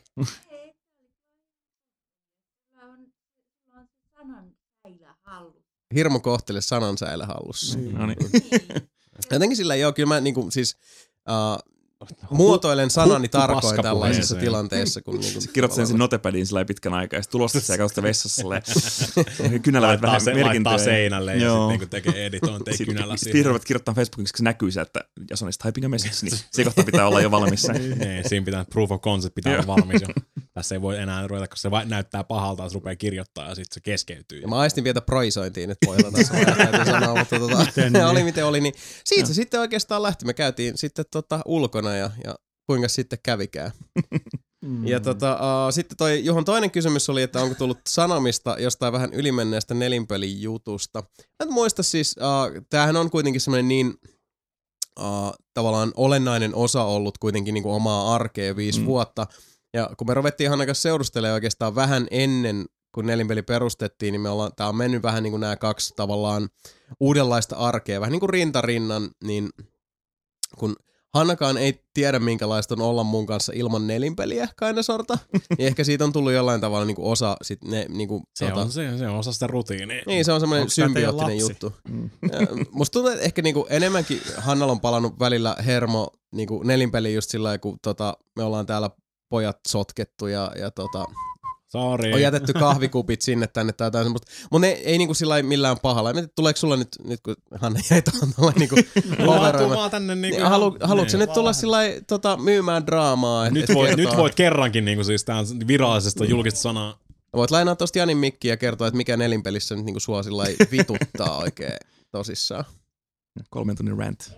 Hirmu kohtele sanansäilä hallussa. Niin. No niin. Jotenkin sillä joo, kyllä mä niinku siis uh, muotoilen sanani tarkoin tällaisissa tilanteissa. Kun niinku, kirjoitat sen notepadiin sillä pitkän aikaa ja sitten tulosta sä kautta vessassa kynällä vähän merkintöjä. Laittaa seinälle ja sitten niinku tekee editointeja kynällä. Sitten vihreät kirjoittaa Facebookissa, kun se näkyy se, että Jason is typing a message, niin se kohta pitää olla jo valmis. Niin, siinä pitää proof of concept pitää olla valmis jo. Tässä ei voi enää ruveta, koska se va- näyttää pahalta, että se rupeaa kirjoittaa ja sitten se keskeytyy. Ja mä aistin vielä proisointiin nyt pojalla tässä vaiheessa sanoa, mutta tota, miten oli miten oli, niin siitä se sitten oikeastaan lähti. Me käytiin sitten tota ulkona ja, ja kuinka sitten kävikään. Mm. Ja tota, uh, sitten toi Juhon toinen kysymys oli, että onko tullut sanomista jostain vähän ylimenneestä nelinpelin jutusta. Et muista siis, uh, tämähän on kuitenkin semmoinen niin uh, tavallaan olennainen osa ollut kuitenkin niinku omaa arkea viisi mm. vuotta. Ja kun me ruvettiin Hannan kanssa seurustelemaan oikeastaan vähän ennen, kun Nelinpeli perustettiin, niin me ollaan, tää on mennyt vähän niin kuin nämä kaksi tavallaan uudenlaista arkea, vähän niin kuin rintarinnan, niin kun Hannakaan ei tiedä, minkälaista on olla mun kanssa ilman Nelinpeliä, kind sorta, niin ehkä siitä on tullut jollain tavalla niin kuin osa sit ne, niin kuin, se, tota, on, se, se on osa sitä rutiinia. niin, se on semmoinen symbioottinen juttu. Mm. Musta tuntuu, että ehkä niin kuin enemmänkin Hannalla on palannut välillä hermo niin kuin Nelinpeliin just sillä lailla, kun tota, me ollaan täällä pojat sotkettu ja, ja tota, Sorry. on jätetty kahvikupit sinne tänne tai jotain semmoista. Mutta ei, ei niinku sillä millään pahalla. En tiedä, tuleeko sulla nyt, nyt kun Hanna jäi tuohon tuolla niinku overoimaan. tänne niinku niin, halu, haluatko se nyt tulla sillä tota, myymään draamaa? Et, nyt, et voit, nyt voit kerrankin niinku siis tää virallisesta julkista sanaa. Voit lainaa tosta Janin mikkiä ja kertoa, että mikä Nelinpelissä nyt niinku sua sillä vituttaa oikein tosissaan. Kolmen tunnin rant.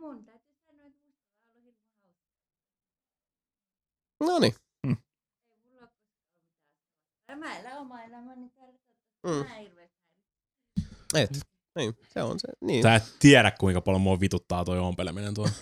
Noniin. Mä elän oma elämäni täällä. Mm. Mä hirveästi. Et. Niin, se on se. Niin. Sä et tiedä, kuinka paljon mua vituttaa toi ompeleminen tuo.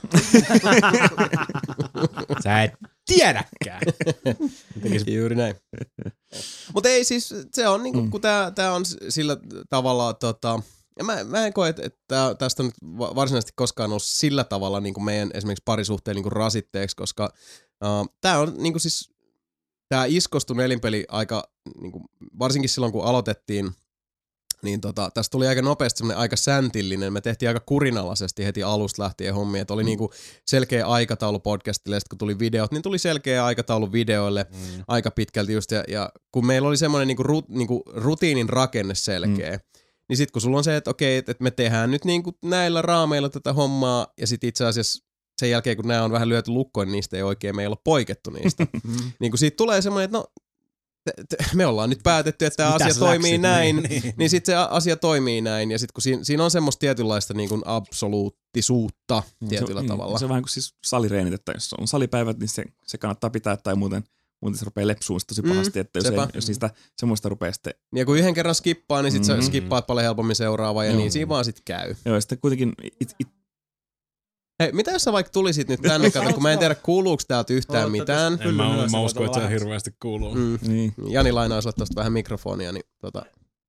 Sä et tiedäkään. Juuri näin. Mutta ei siis, se on niinku, mm. kun tää, tää on sillä tavalla, tota, ja mä, mä en koe, että et tästä on nyt varsinaisesti koskaan noussut sillä tavalla niinku meidän esimerkiksi parisuhteen niinku rasitteeksi, koska uh, tää on niinku siis, tää iskostui Nelinpeli aika, niinku, varsinkin silloin kun aloitettiin, niin tota, tästä tuli aika nopeasti semmoinen aika säntillinen. Me tehtiin aika kurinalaisesti heti alusta lähtien hommia, että oli mm. niinku selkeä aikataulu podcastille, ja sitten kun tuli videot, niin tuli selkeä aikataulu videoille mm. aika pitkälti just, ja, ja kun meillä oli semmoinen niinku, rut, niinku rutiinin rakenne selkeä, mm. niin sitten kun sulla on se, että okei, että me tehdään nyt niinku näillä raameilla tätä hommaa, ja sitten itse asiassa sen jälkeen, kun nämä on vähän lyöty lukkoon, niin niistä ei oikein, me ei olla poikettu niistä. niin kun siitä tulee semmoinen, että no, me ollaan nyt päätetty, että tämä asia toimii läksit, näin, niin, niin sitten se asia toimii näin, ja sitten kun siinä, siinä on semmoista tietynlaista niin kuin absoluuttisuutta tietyllä se, tavalla. Niin, se on vähän kuin siis salireenit, että jos on salipäivät, niin se, se kannattaa pitää, tai muuten, muuten se rupeaa lepsuun tosi pahasti, mm, että jos, ei, jos niistä semmoista rupeaa sitten... Ja kun yhden kerran skippaa, niin sitten mm-hmm. sä skippaat paljon helpommin seuraavaa, ja mm. niin siinä vaan sitten käy. Joo, ja sitten kuitenkin... It, it, Hei, mitä jos sä vaikka tulisit nyt tänne, kato, kun mä en tiedä kuuluuko täältä yhtään Olet, mitään. En mä, mä, mä usko, että se hirveästi kuuluu. Mm. Niin. Jani lainaa sulle tosta vähän mikrofonia, niin tota...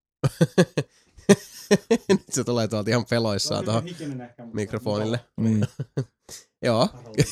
nyt se tulee tuolta ihan peloissaan tuohon mikrofonille. Niin. Joo.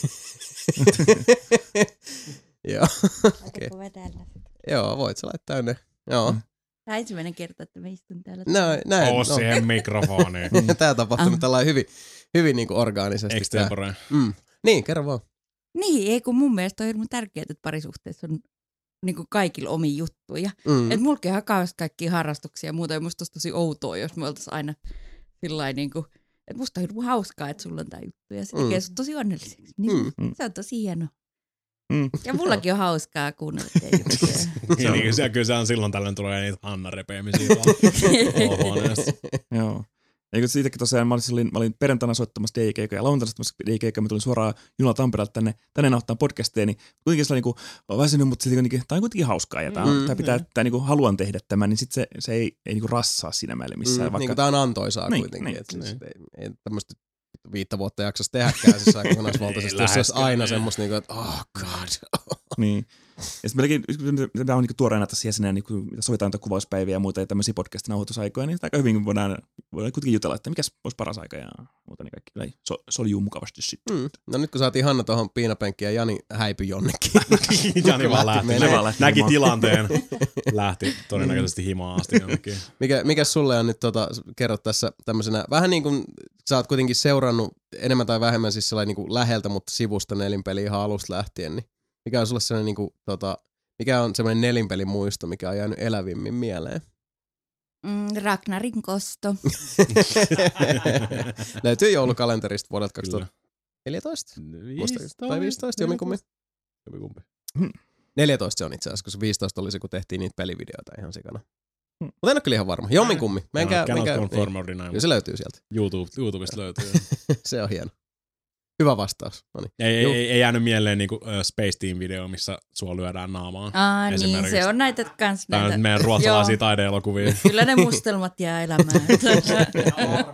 Joo. Okay. Joo, voit sä laittaa tänne. Joo. Tämä on ensimmäinen kerta, että mä istun täällä. Näin, näin. Oo siihen mikrofoniin. Tää tapahtunut ah. tällainen hyvin, hyvin niin kuin orgaanisesti. Extempore. Mm. Niin, kerro vaan. Niin, ei kun mun mielestä on hirveän tärkeää, että parisuhteessa on niin kuin kaikilla omia juttuja. Mm. Että mulki ihan kauheasti kaikkia harrastuksia ja muuta. Ja musta olisi tosi outoa, jos me oltaisiin aina sillain niin kuin, että musta on hirveän hauskaa, että sulla on tää juttu. Ja se tekee mm. sut tosi onnelliseksi. Niin mm. se on tosi hienoa. Mm. Ja mullakin on hauskaa kuunnella teitä juttuja. niin, niin, kyllä, kyllä se on silloin tällöin tulee niitä Hanna-repeämisiä huoneessa. Joo. Eikö siitäkin tosiaan, mä olin, mä olin perjantaina soittamassa D J-keikkoja ja lauantaina soittamassa D J-keikkoja, mä tulin suoraan junalla Tampereelta tänne, tänne nauhoittamaan podcasteja, niin kuitenkin sellainen niinku, väsynyt, mutta sitten tämä on kuitenkin hauskaa ja tämä mm, pitää, mm. tää niinku haluan tehdä tämän, niin sitten se, se ei, ei niinku rassaa siinä meille missään. Mm, vaikka... niin tämä on antoisaa niin, kuitenkin, niin, että niin. Siis ei, ei tämmöistä viittä vuotta jaksaisi tehdäkään siis kokonaisvaltaisesti, jos se olisi aina semmoista, niinku, että oh god. Niin. Ja sitten melkein, mitä on niin tuoreena tässä jäsenä, niin mitä sovitaan kuvauspäiviä ja muuta ja tämmöisiä podcast-nauhoitusaikoja, niin aika hyvin voidaan, voidaan kuitenkin jutella, että mikäs olisi paras aika ja muuta, niin kaikki kyllä so, soljuu mukavasti sitten. Mm. No nyt kun saatiin Hanna tuohon piinapenkkiin ja Jani häipyi jonnekin. Jani vaan lähti, lähti, lähti näki tilanteen, lähti todennäköisesti himaan asti jonnekin. Mikä, mikäs sulle on nyt, tota, kerrot tässä tämmöisenä, vähän niin kuin sä oot kuitenkin seurannut enemmän tai vähemmän siis sellainen niin kuin läheltä, mutta sivusta Nelinpeliä ihan alusta lähtien, niin mikä on sulle sellainen, niin kuin, tota, mikä on semmoinen Nelinpelin muisto, mikä on jäänyt elävimmin mieleen? Mm, Ragnarin kosto. Löytyy joulukalenterista vuodelta kaksituhattaneljätoista? viisitoista Tai viisitoista, jomminkummin. neljätoista se on itse asiassa, koska viisitoista oli se, kun tehtiin niitä pelivideoita ihan sikana. Hmm. Mutta en ole kyllä ihan varma. Jomminkummin. Menkää, menkää, niin. Se löytyy sieltä. YouTube, YouTubesta löytyy. Se on hieno. Hyvä vastaus. Noniin. Ei, ei, ei jäänyt mieleen niinku uh, Space Team-video, missä sua lyödään naamaan. Aa, niin, se on näitä kans Tämä näitä. on meidän ruotsalaisia taideelokuvia. Kyllä ne mustelmat jää elämään.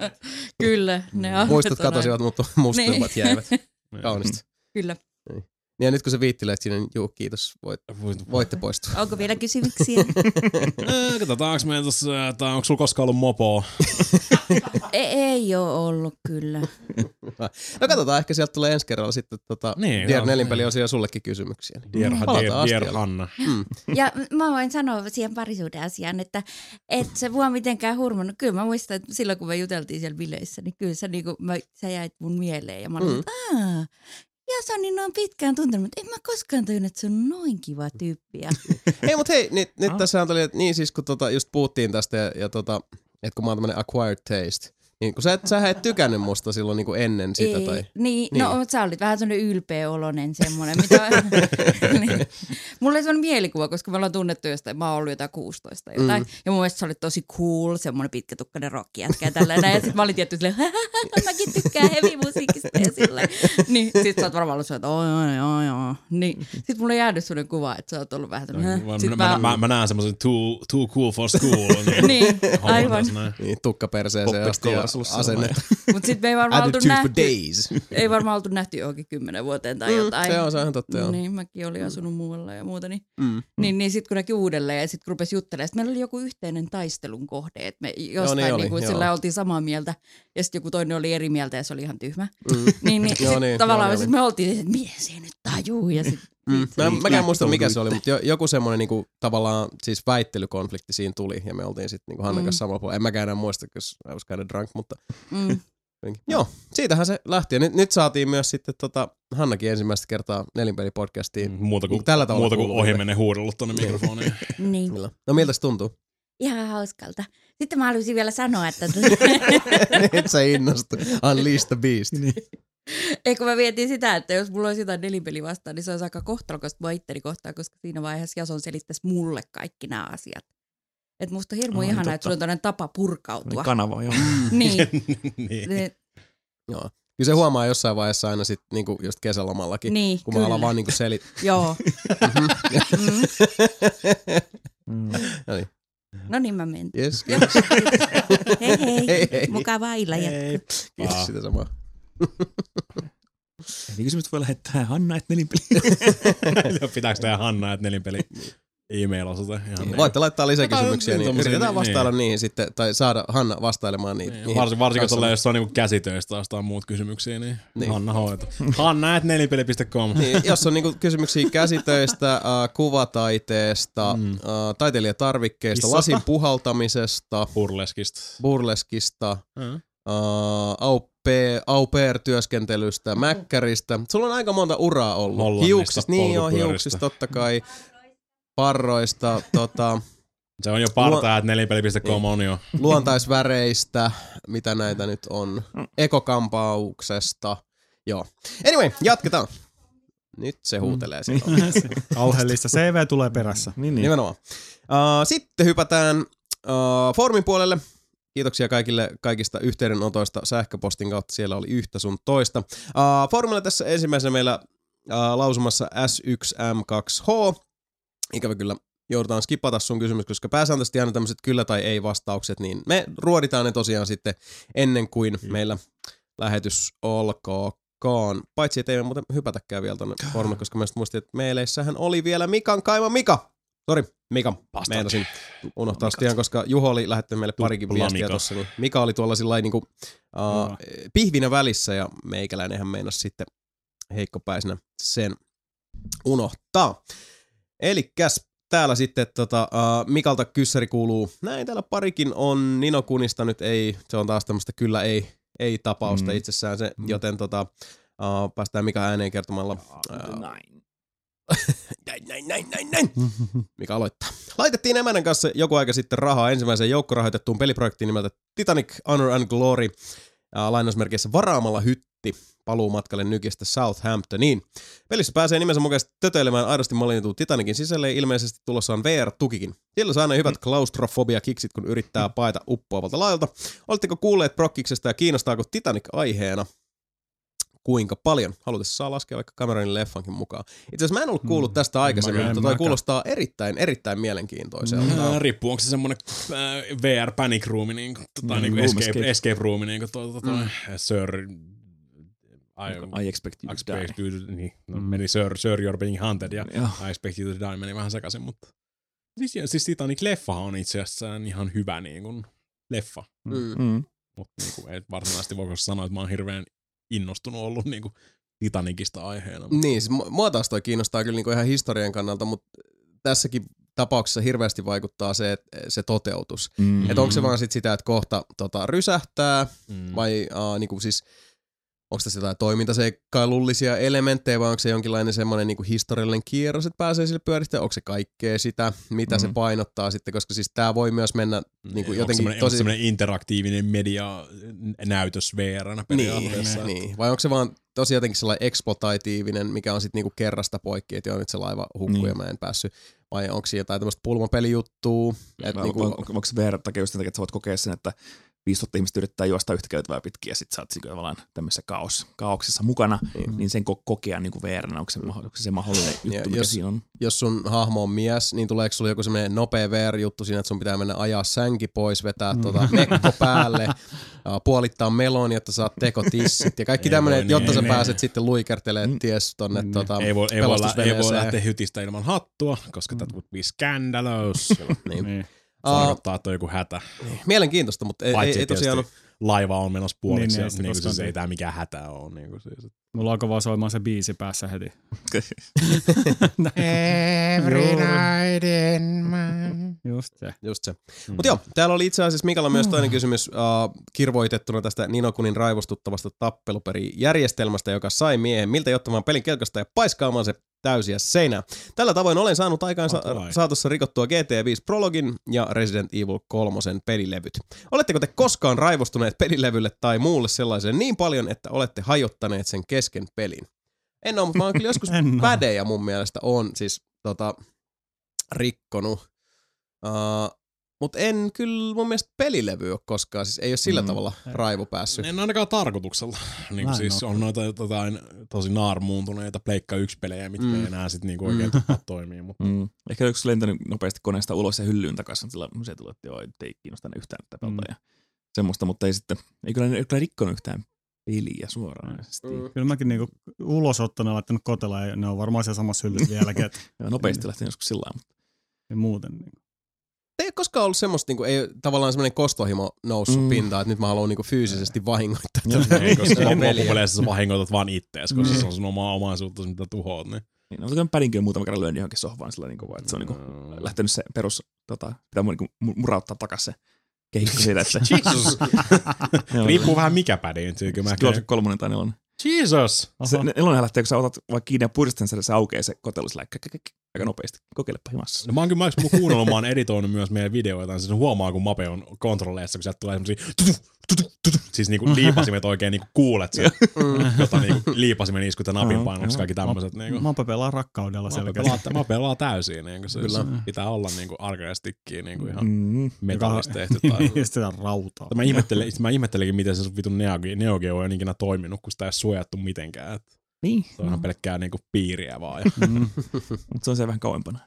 Kyllä, ne on. Muistot katosivat, mutta mustelmat niin. jäivät. Kaunista. Kyllä. Niin. Ja nyt kun sä viittilet sinne, niin juu, kiitos, voit, voitte poistua. Onko vielä kysymyksiä? No, katsotaanko meidän tossa, tai onko sulla koskaan ollut mopoa? ei, ei ole ollut kyllä. No katsotaan, ehkä sieltä tulee ensi kerralla sitten tota, Niin, Dear no, Nelinpeli-osio sullekin kysymyksiä. Dear, Palataan dear, dear astialle. Hanna. Mm. Ja mä voin sanoa siihen parisuuden asiaan, että et se mua mitenkään hurmannut. Kyllä mä muistan, että silloin kun me juteltiin siellä bileissä, niin kyllä sä, niinku, mä, sä jäit mun mieleen. Ja mä olin, Mm. että aah, Jasoni on pitkään tuntenut, mutta en mä koskaan tajunnut, että se on noin kiva tyyppi. Ja Hei, mutta hei, nyt, nyt Ah. tässä tuli, että niin siis kun tota, just puhuttiin tästä ja, ja tota, että kun mä oon tämmönen acquired taste, niin kun sä et, sähän et tykännyt musta silloin niin kuin ennen sitä ei, tai... niin, Niin. no mutta sä olit vähän semmoinen ylpeä-oloinen semmoinen. Mitä, niin. Mulla oli semmoinen mielikuva, koska me ollaan tunnettu jostain, mä oon ollut jotain kuusitoista jotain. Mm. Ja mun mielestä sä olit tosi cool, semmoinen pitkätukkainen rockijätkä ja tällainen. Ja sit mä olin tietty silleen, mäkin tykkään heavy-musiikista ja silleen. Niin sit sä oot varmaan ollut että oi, oi, oi, oi. Niin sit mulla ei jäänyt semmoinen kuva, että sä oot ollut vähän semmoinen. Mä, Sit mä, mä, mä, mä, mä näen semmoisen too, too cool for school. niin, aivan. Niin, tukka perseeseen Poppet asti ja Colors ollut asenne. Mut sit me ei varmaan oltu Attitude for nähty, days. ei varmaan oltu nähty johonkin kymmenen vuoteen tai Mm, jotain. se on, se on ihan totta, joo. Niin, mäkin olin asunut muualla ja muuta. Niin, Mm. niin, niin sitten kun näki uudelleen ja sitten kun rupesi juttelemaan, sitten meillä oli joku yhteinen taistelun kohde, että me jostain niin oli, niin kuin, joo. sillä oltiin samaa mieltä ja sitten joku toinen oli eri mieltä ja se oli ihan tyhmä. Mm. Niin, niin Joo, sit niin, tavallaan joo, sit niin me oltiin, että mie se nyt tajuu ja sitten Mm. Mä, niin, mäkään muista mikä se oli, mutta jo, joku semmoinen niinku, tavallaan siis väittelykonflikti siinä tuli ja me oltiin sitten niinku Hannan kanssa Mm. samalla puolella. En mäkään enää muista, koska I was kind of drunk, mutta mm, joo, siitähän se lähti. Ja nyt, nyt saatiin myös sitten tota, Hannakin ensimmäistä kertaa Nelinpeli-podcastiin. Muuta kuin, Niin tällä tavalla muuta kuin kuuluu ohi vielä. menee huudellut tonne mikrofoniin. niin. Millä? No miltä se tuntuu? Ihan hauskalta. Sitten mä haluaisin vielä sanoa, että Et sä innostu. Unleash the beast. eikö mä mietin sitä, että jos mulla olisi jotain nelinpeli vastaan, niin se olisi aika kohtalokasta mua itteni kohtaan, koska siinä vaiheessa Jason selittäisi mulle kaikki nämä asiat. Että musta on hirmu Ai, ihanaa, totta. että sulla on tämmöinen tapa purkautua. Kanava, joo. niin. niin. niin. Joo. Kyllä se huomaa jossain vaiheessa aina sit, niinku just kesälomallakin, Niin, kun mä kyllä. alan vaan niinku selit. Joo. mm. Mm. No niin. No niin mä menen. Yes, Joo. kiitos. hei, hei Hei, hei. Mukavaa illan jatkoa. Kiitos Ah. sitä samaa. Eli kysymys voi lähettää Hanna, että nelinpeli. Pitääkö tehdä Hanna, että nelinpeli e-mail-osoite? Ihan niin. Voitte laittaa lisäkysymyksiä, Jotain niin tommosia, yritetään niin. vastailla niihin sitten, tai saada Hanna vastailemaan niitä. Niin, niihin Varsin, varsinkin kanssa. tuolla, jos on niinku käsitöistä tai jostain muut kysymyksiä, niin, Niin. niin. Hanna hoita. Hanna at nelinpeli piste com. Niin, jos on niinku kysymyksiä käsitöistä, äh, kuvataiteesta, Mm. äh, taiteilijatarvikkeista, Kissasta. lasin puhaltamisesta, Burleskista. burleskista, Mm. äh, au pair- au pair-työskentelystä, mäkkäristä. Sulla on aika monta uraa ollut. Hollannista, Hiuksista, niin joo, polkupyöristä. hiuksista totta kai. Parroista, tota, Se on jo parta, että nelinpeli piste com on jo. luontaisväreistä, mitä näitä nyt on, ekokampauksesta. Joo. Anyway, jatketaan. Nyt se huutelee siellä. Kauheellista. C V tulee perässä. Niin, niin. Nimenomaan. Uh, sitten hypätään uh, foorumin puolelle. Kiitoksia kaikille kaikista yhteydenotoista sähköpostin kautta. Siellä oli yhtä sun toista. Uh, foorumilla tässä ensimmäisenä meillä uh, lausumassa S yksi M kaksi H. Ikävä kyllä joudutaan skipata sun kysymys, koska pääsääntöisesti aina tämmöiset kyllä tai ei vastaukset, niin me ruoditaan ne tosiaan sitten ennen kuin meillä lähetys olkookaan. Paitsi ettei me muuten hypätäkään vielä tonne foorumille, koska mä just muistin, että meileissähän oli vielä Mikan kaima Mika. Sori, Mika. Meinasin unohtaa sitä ihan, koska Juho oli lähettänyt meille parikin Tuppula viestiä Mika. tossa. Niin Mika oli tuolla sillä niinku, uh, pihvinä välissä ja meikäläinenhän meinasi sitten heikkopäisenä sen unohtaa. Elikkäs täällä sitten tota, uh, Mikalta kyssäri kuuluu, näin täällä parikin on Nino Kunista, nyt ei, se on taas tämmöistä kyllä ei, ei tapausta mm. itsessään se, mm. joten tota, uh, päästään Mika ääneen kertomalla. Uh, Näin. näin, näin, näin, näin, näin. Mika aloittaa. Laitettiin emännän kanssa joku aika sitten rahaa ensimmäiseen joukkorahoitettuun peliprojektiin nimeltä Titanic Honor and Glory, uh, lainausmerkeissä varaamalla hytti paluumatkalle Nykistä Southamptoniin. Pelissä pääsee nimensä mukaisesti tötöilemään aidosti mallinnetun Titanicin sisälle ja ilmeisesti tulossa on V R-tukikin. Sillä saa ne hyvät klaustrofobia-kiksit, kun yrittää paeta uppoavalta lailta. Oletteko kuulleet Prokkiksesta ja kiinnostaako Titanic aiheena? Kuinka paljon? Halutessa saa laskea vaikka Cameronin leffankin mukaan. Itse asiassa mä en ollut kuullut tästä aikaisemmin, Mä- mutta en toi mäkään. kuulostaa erittäin, erittäin mielenkiintoiselta. Äh, riippuu, onko se semmoinen äh, V R Panic Room, niin kuin, tota, Mm, niin kuin room escape, escape. escape Room, niin kuin toi, toi, toi, Mm. Sir I, I expect you to expect die. you to, niin, no, meni Sir, Sir You're Being Hunted ja Joo. I expect you to die meni vähän sekaisin, mutta siis, siis Titanic-leffahan on itse asiassa ihan hyvä niin kuin leffa. Mm. Mm. Mutta niin ei varsinaisesti voiko sanoa, että mä oon hirveän innostunut ollut niin kuin Titanicista aiheena. Niin, siis mua taas toi kiinnostaa kyllä niinku ihan historian kannalta, mutta tässäkin tapauksessa hirveästi vaikuttaa se, että se toteutus. Mm. Että onko se vaan sit sitä, että kohta tota, rysähtää, Mm. vai uh, niinku siis, onko tässä jotain toimintaseikkailulisia elementtejä, vai onko se jonkinlainen semmoinen niinku historiallinen kierros, että pääsee sille pyörittämään, onko se kaikkea sitä, mitä mm. se painottaa sitten, koska siis tää voi myös mennä niinku Onko jotenkin semmoinen, tosi... semmoinen interaktiivinen media-näytös V R:nä periaatteessa? Niin, niin, vai onko se vaan tosi jotenkin sellainen eksploitatiivinen, mikä on sitten niinku kerrasta poikki, että joo, nyt se laiva hukkuu niin. ja mä en päässyt. Vai onko siinä jotain tämmöistä pulmapelijuttua? Vai, niinku... on, onko se V R takia just sen takia, että sä voit kokea sen, että viisitoista ihmistä yrittää juosta yhtä käytävää pitkin ja sit sä oot siinä tavallaan tämmöisessä kaos, kaauksessa mukana, mm. niin sen ko- kokea niin kuin V R, onko se, onko se, se mahdollinen juttu, ja mikä jos, siinä on? Jos sun hahmo on mies, niin tuleeko sulla joku semmoinen nopea V R-juttu siinä, että sun pitää mennä ajaa sänki pois, vetää mm. tota mekko päälle, puolittaa melon, jotta saat tekotissit ja kaikki tämmöinen, jotta sä niin, pääset niin. sitten luikertelemaan ties tonne niin. tota, ei, voi, ei, voi lä- ei voi lähteä hytistä ilman hattua, koska mm. that would be scandalous. niin. niin. Tarkoittaa, että on joku hätä. Mielenkiintoista, mutta ei, ei, ei tosiaan ole. Laiva on menossa puoliksi, niin, niin, niin, niin, niin, siis ei tää mikään hätä ole. Niin kuin siis. Mulla alkoi vaan soimaan se biisi päässä heti. Every night in my... Just se. Just se. Mm. Mutta joo, täällä oli itse asiassa Mikalla myös toinen kysymys uh, kirvoitettuna tästä Ninokunin raivostuttavasta tappeluperijärjestelmästä, joka sai miehen miltä ottamaan pelin kelkasta ja paiskaamaan se täysiä seinää. Tällä tavoin olen saanut aikaan sa- saatossa rikottua G T A viisi Prologin ja Resident Evil kolme pelilevyt. Oletteko te koskaan raivostuneet pelilevylle tai muulle sellaiselle niin paljon, että olette hajottaneet sen kesken pelin? En ole, mutta mä oon kyllä joskus pädejä mun mielestä on siis tota, rikkonut. Uh, mutta en kyllä mun mielestä pelilevy ole koskaan, siis ei ole sillä mm. tavalla raivo päässyt. En ainakaan tarkoituksella. Niin siis on noita jotain tosi naarmuuntuneita Pleikka yksi pelejä, mitkä mm. ei enää sit niinku oikein mm. toimii. Mutta... Mm. Ehkä onko lentänyt nopeasti koneesta ulos ja hyllyyn takaisin, sillä se tuli, että joo, ei kiinnosta ne yhtään tätä pelata mm. ja semmoista, mutta ei sitten, ei kyllä, ei kyllä rikkonut yhtään peliä suoraan. Mm. Kyllä mäkin niinku ulosottona laittanut kotela ja ne on varmaan siellä samassa hyllyssä vieläkin. Joo, nopeasti lähti joskus sillä lailla. Ja muuten niinku. Ei ole koskaan ollut semmoista, niinku, ei tavallaan semmoinen kostohimo noussut mm. pintaan, että nyt mä haluan niinku fyysisesti vahingoittaa tätä ei, koska loppupeleissä sä vahingoitat vaan ittees, koska mm. se on sun omaa omaisuutta, mitä tuhoat. Niin. Niin, no se pärinkin muutama kerran lyönyt johonkin sohvaan sillä niin kuin, että se on niin kuin, lähtenyt se perus, tota, pitää niin murauttaa takas se kehikko siitä, että... Jesus! Riippuu vähän mikä pädi. Kyllä kolmonen tai nelonen. Jesus! Se nelonen lähtee, kun sä otat vaan kiinni ja puristan se, se aukeaa se kotelu sillä aika nopeasti. Kokeilepa himassa. No mä oon kyllä mä kuunnellut, mä oon editoinut myös meidän videoita, niin se huomaa, kun Mape on kontrolleissa, kun sieltä tulee semmosia siis niinku liipasimet oikein niinku kuulet sen, jota niinku liipasimen iskut ja napin painokset, kaikki tämmöiset. Niinku. Mape pelaa rakkaudella selkeästi. Mape pelaa täysin, niinku se pitää olla niinku arkeastikkiä niinku ihan metallista tehty. Ja sitä rautaa. Mä ihmettelin, mä ihmettelinkin, miten se vitun Neo Geo on ikinä toiminut, kun sitä ei suojattu mitenkään. Niin. Se on ihan pelkkää niinku piiriä vaan. Mm. Mutta se on se vähän kauempana.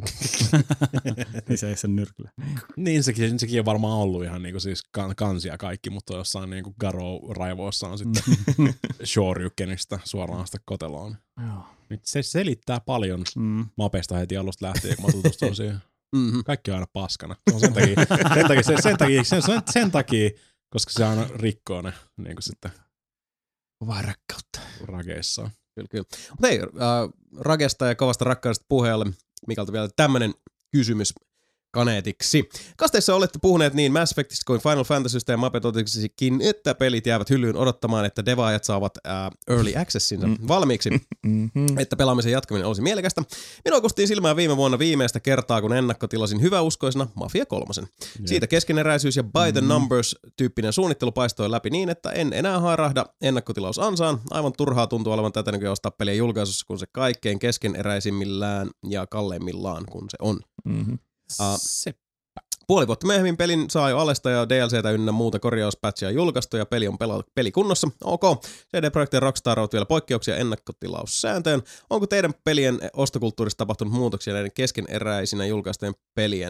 Niin se ei sen nyrkille. Niin sekin, sekin on varmaan ollut ihan niinku siis kansia kaikki, mutta jossain niinku Garo-raivoissa on sitten Shoryukenista suoraan sitä koteloon. Joo. Nyt se selittää paljon mm. Mapesta heti alusta lähtien, kun mä tutustuin siihen. Mm-hmm. Kaikki on aina paskana. Se on sen takia, sen takia, sen, sen takia, sen, sen, sen takia, koska se aina rikkoo ne niin kuin sitten vaan rakkautta rakeissaan. Kyllä, kyllä. Mutta hei, äh, rakesta ja kovasta rakkaudesta puheelle. Mikalta vielä tämmönen kysymys kaneetiksi. Kasteissa olette puhuneet niin Mass Effectista kuin Final Fantasysta ja Mape totesikin, että pelit jäävät hyllyyn odottamaan, että devaajat saavat äh, early accessinsa mm. valmiiksi, mm-hmm. että pelaamisen jatkaminen olisi mielekästä. Minua kustiin silmään viime vuonna viimeistä kertaa, kun ennakkotilasin hyväuskoisena Mafia kolmosen. Yeah. Siitä keskeneräisyys ja by mm-hmm. the numbers -tyyppinen suunnittelu paistoi läpi niin, että en enää haarahda ennakkotilausansaan. Aivan turhaa tuntuu olevan tätä nykyään ostaa peliä julkaisussa, kun se kaikkein keskeneräisimmillään ja kalleimmillaan, kun se on. Mm-hmm. Uh, puoli vuotta myöhemmin pelin saa jo alesta ja D L C:tä ynnä muuta korjauspatchia julkaistu ja peli on pela- pelikunnossa. Ok, C D Projekt ja Rockstar ovat vielä poikkeuksia ennakkotilaussääntöön. Onko teidän pelien ostokulttuurissa tapahtunut muutoksia näiden keskeneräisinä julkaistujen pelien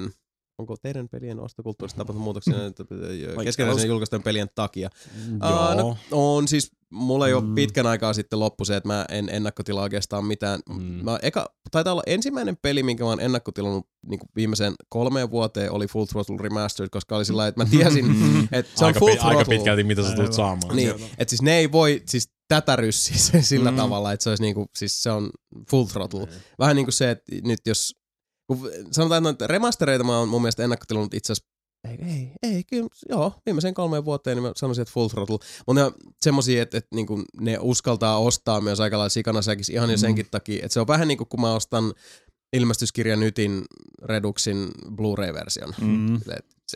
onko teidän pelien ostokulttuurista tapahtunut muutoksia keskeisen julkaisten pelien takia? Uh, no, on siis, mulla jo mm. pitkän aikaa sitten loppu se, että mä en ennakkotilaa oikeastaan mitään. Mm. Mä eka, taitaa olla ensimmäinen peli, minkä mä oon ennakkotilannut niin viimeiseen kolmeen vuoteen, oli Full Throttle Remastered, koska oli sillä että mä tiesin, että se on aika Full pi- Throttle. Aika pitkälti, mitä sä tulet saamaan. Niin, että siis ne ei voi, siis tätä ryssiä sillä mm. tavalla, että se olisi niinku, siis se on Full Throttle. Mm. Vähän niinku se, että nyt jos sanotaan, että remastereita mä oon mun mielestä ennakkotilannut itse asiassa, ei, ei, ei, kyllä, joo, viimeiseen kolmeen vuoteen niin mä sanoisin, että Full Throttle. Mutta ne semmosia, että, että niinku ne uskaltaa ostaa myös aika lailla sikana säkis ihan jo senkin mm. takia, että se on vähän niinku kun mä ostan ilmestyskirjan Nytin Reduxin Blu-ray-version. Mm. Se,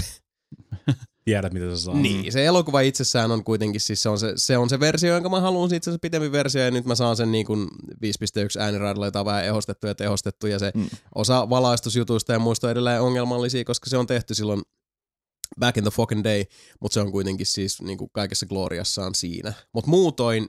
Tiedät, mitä sä saat. Niin, se elokuva itsessään on kuitenkin, siis se on se, se, on se versio, jonka mä haluan, itse asiassa pitempi versio, ja nyt mä saan sen niin kuin viisi pilkku yksi ääniraadalla, jota on vähän ehostettu ja tehostettu, ja se mm. osa valaistusjutuista ja muista on edelleen ongelmallisia, koska se on tehty silloin back in the fucking day, mutta se on kuitenkin siis niin kuin kaikessa gloriassaan siinä. Mutta muutoin,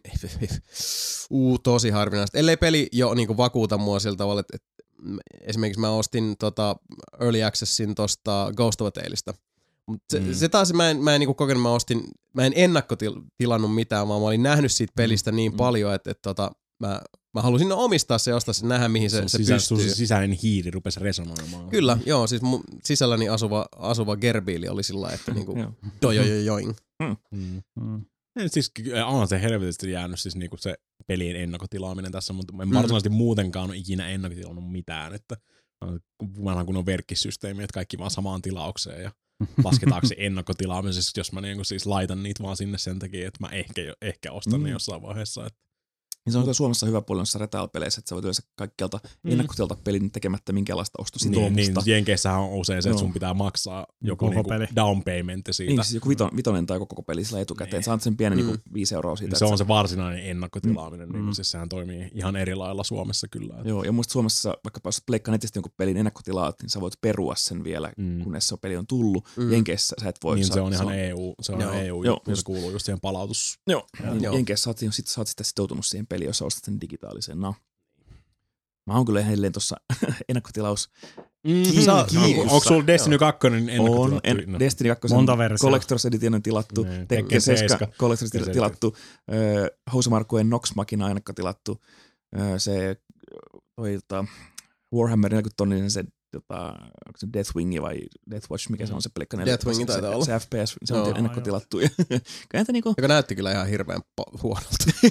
uu, tosi harvinaista. Ellei peli jo niin kuin vakuuta mua sillä tavalla, että, että esimerkiksi mä ostin tota Early Accessin tosta Ghost of a Taleista. Se, mm. se taas mä en, mä en niinku kokenut, mä ostin, mä en ennakkotilannut mitään, vaan mä olin nähnyt siitä pelistä niin mm. paljon, että, että tota, mä, mä halusin omistaa se, ostaa se, nähdä mihin se, se, se sisä, pystyy. Sun sisäinen hiiri rupesi resonoimaan. Kyllä, joo, siis mun sisälläni asuva, asuva gerbiili oli sillä että niinku dojojojoing. Mm. Mm. Mm. Siis on se helvetisti jäänyt siis niinku se pelien ennakkotilaaminen tässä, mutta en varsinaisesti mm. muutenkaan ole ikinä ennakkotilannut mitään, että vanhan kun on verkkisysteemi, että kaikki vaan samaan tilaukseen ja lasketaanko se ennakkotilaamisessa, jos mä niinku siis laitan niitä vaan sinne sen takia, että mä ehkä, ehkä ostan mm. ne jossain vaiheessa. Että niin se on Suomessa hyvä puoli noissa retail-peleissä, että sä voit yleensä kaikkialta mm. ennakkotilata pelin tekemättä minkäänlaista ostositoumusta. Niin, niin Jenkeissähän on usein se, että sun pitää maksaa joku niinku down payment siitä. Niin, siis joku vito, vitonen tai koko peli sillä etukäteen. Niin. Saat sen pienen mm. niinku viisi euroa siitä. Se on se varsinainen ennakkotilaaminen, mm. niin siis sehän toimii ihan eri lailla Suomessa kyllä. Että. Joo, ja muista Suomessa, vaikkapa jos pleikkaa netistä jonkun pelin ennakkotilaat, niin sä voit perua sen vielä, mm. kunnes se peli on tullut. Mm. Jenkeissä sä et voi. Niin saa, se on ihan se on, E U, se on joo, E U, joo, se kuuluu just siihen palautus. Joo, niin Jenkeissä sä oot, sit, sä oot sitä sitoutunut siihen peliin, jos sä ostat sen digitaaliseen. No. Mä oon kyllä edelleen tuossa ennakkotilaus. Mm-hmm. Sa- no, onko sulla Destiny kaksi ennakkotilattu? On, en, Destiny kaksi Collector's Edition on tilattu, mm, Tekken seitsemän Collector's Edition tilattu, äh, Housemarqueen Nox Machina ennakkotilattu, äh, se toi, tota, Warhammer neljäkymmentä tonninen se tota, onko se Deathwing vai Deathwatch, mikä se on se pelkkä neljä. Deathwing taitaa olla. Se F P S, se on ennakkotilattu. Niinku joka näytti kyllä ihan hirveän po- huonolta.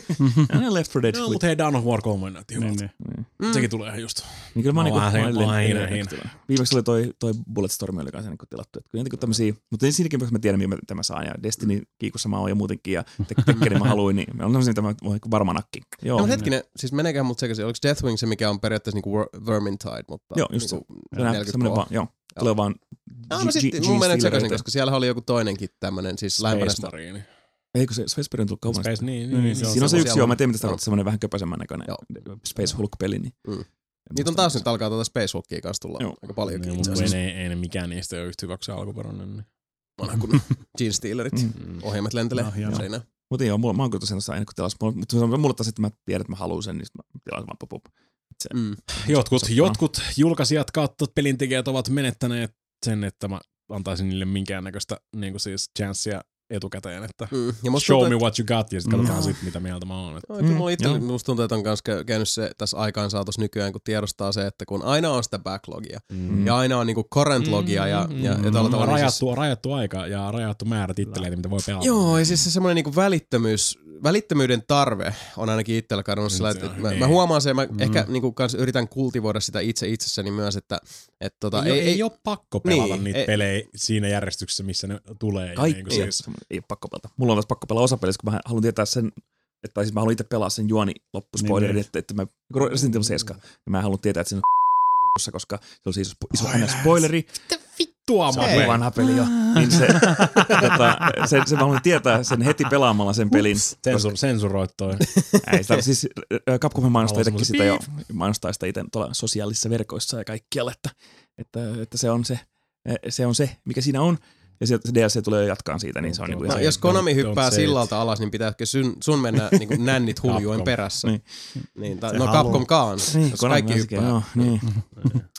Left four Dead. No, mutta hei, Dawn of War kolme näytti hyvältä. Mm. Sekin tulee ihan just. Niin kyllä mä oon niinku viimeksi oli toi, toi Bulletstorm, oli kanssa ennakkotilattu. Kyllä niinku tämmösiä, mutta siinäkin mä tiedän, mitä mä saan. Ja Destiny-kiikussa mä oon jo muutenkin, ja Tekkenin mä haluin, niin on tämmöisiä tämä varmanakki. Joo. No hetkinen, siis meneekään mut sekaisin. Oliko Deathwing se, mikä on periaatteessa niinku Vermintide, mutta joo, just semmoinen vaan, joo. Tulee vaan G- no sitten G- mun menee sekaisin, koska siellä oli joku toinenkin tämmönen, siis lähemmästä. Eikö se Space Marine on tullut kaupasta? Space, niin, niin, niin, siinä on, on se yksi, joo, mä tiedän, mitä sitä tarkoittaa, semmoinen vähän köpäsemmän näköinen Space Hulk-peli. Niin. Mm. Niitä on taas nyt alkaa tuota Space Hulkia kanssa tulla joo. aika paljonkin. Niin, mutta ei, ei ne mikään niistä ole yhtä hyväksi alkuperäinen. Niin. Vanha kun Gene Stealerit, mm. ohjelmat lentelee. No, mutta joo, mä oon kyllä tosiaan tuossa ennakkotilassa, mutta mulle taas, että mä tiedän, että mä haluan sen, niin mä tilaan vaan pop-up. Mm. Jotkut, jotkut julkaisijat kautta pelintekijät ovat menettäneet sen, että mä antaisin niille minkäännäköistä niin siis chanssia etukäteen, että mm. show tuntuu, me what you got, ja sitten katsotaan mm. sit, mitä mieltä mä oon. No, mm. mulla itse, musta tuntuu, että on myös käynyt se tässä aikaan saatossa nykyään, kun tiedostaa se, että kun aina on sitä backlogia, mm. ja aina on niinku current logia, ja, mm. ja, ja tällä tavalla... Rajattu, siis, rajattu aika ja rajattu määrä titteleitä, mitä voi pelata. Joo, ja siis se semmoinen niinku välittömyys, välittömyyden tarve on ainakin itsellä kadonnut sillä, että mä, mä huomaan sen, mä mm. ehkä niinku kans yritän kultivoida sitä itse itsessäni myös, että et tota, ei, ei, ei ole pakko pelata niin, niitä ei, pelejä siinä järjestyksessä, missä ne tulee. Kaikki niin siis. Ei ole pakko pelata. Mulla on taas pakko pelaa osapelissä, kun mä haluan tietää sen, että siis mä haluan itse pelaa sen juoni loppuspoilerin, niin, että, että mä, Resident Evil seitsemän, ja mä haluan tietää, että se on koska se on siis iso hänen spoileri. Vittua, se on ei. vanha peli jo. Niin se, tota, se, se mä haluan tietää sen heti pelaamalla sen pelin. Sensur, sensuroit toi. Ei, sitä, siis Capcom mainostaa itsekin sitä jo, mainostaa sitä itse tuolla sosiaalisissa verkoissa ja kaikkialla, että, että, että se, on se, se on se, mikä siinä on. Ja se D L C tulee jatkaan siitä, niin se on... No, niin no, jos Konami hyppää sillalta alas, niin pitääkö sun, sun mennä niin nännit huljuen perässä? Niin. Niin, ta, no Capcom kaan, niin, jos kaikki hyppää. Joo, niin.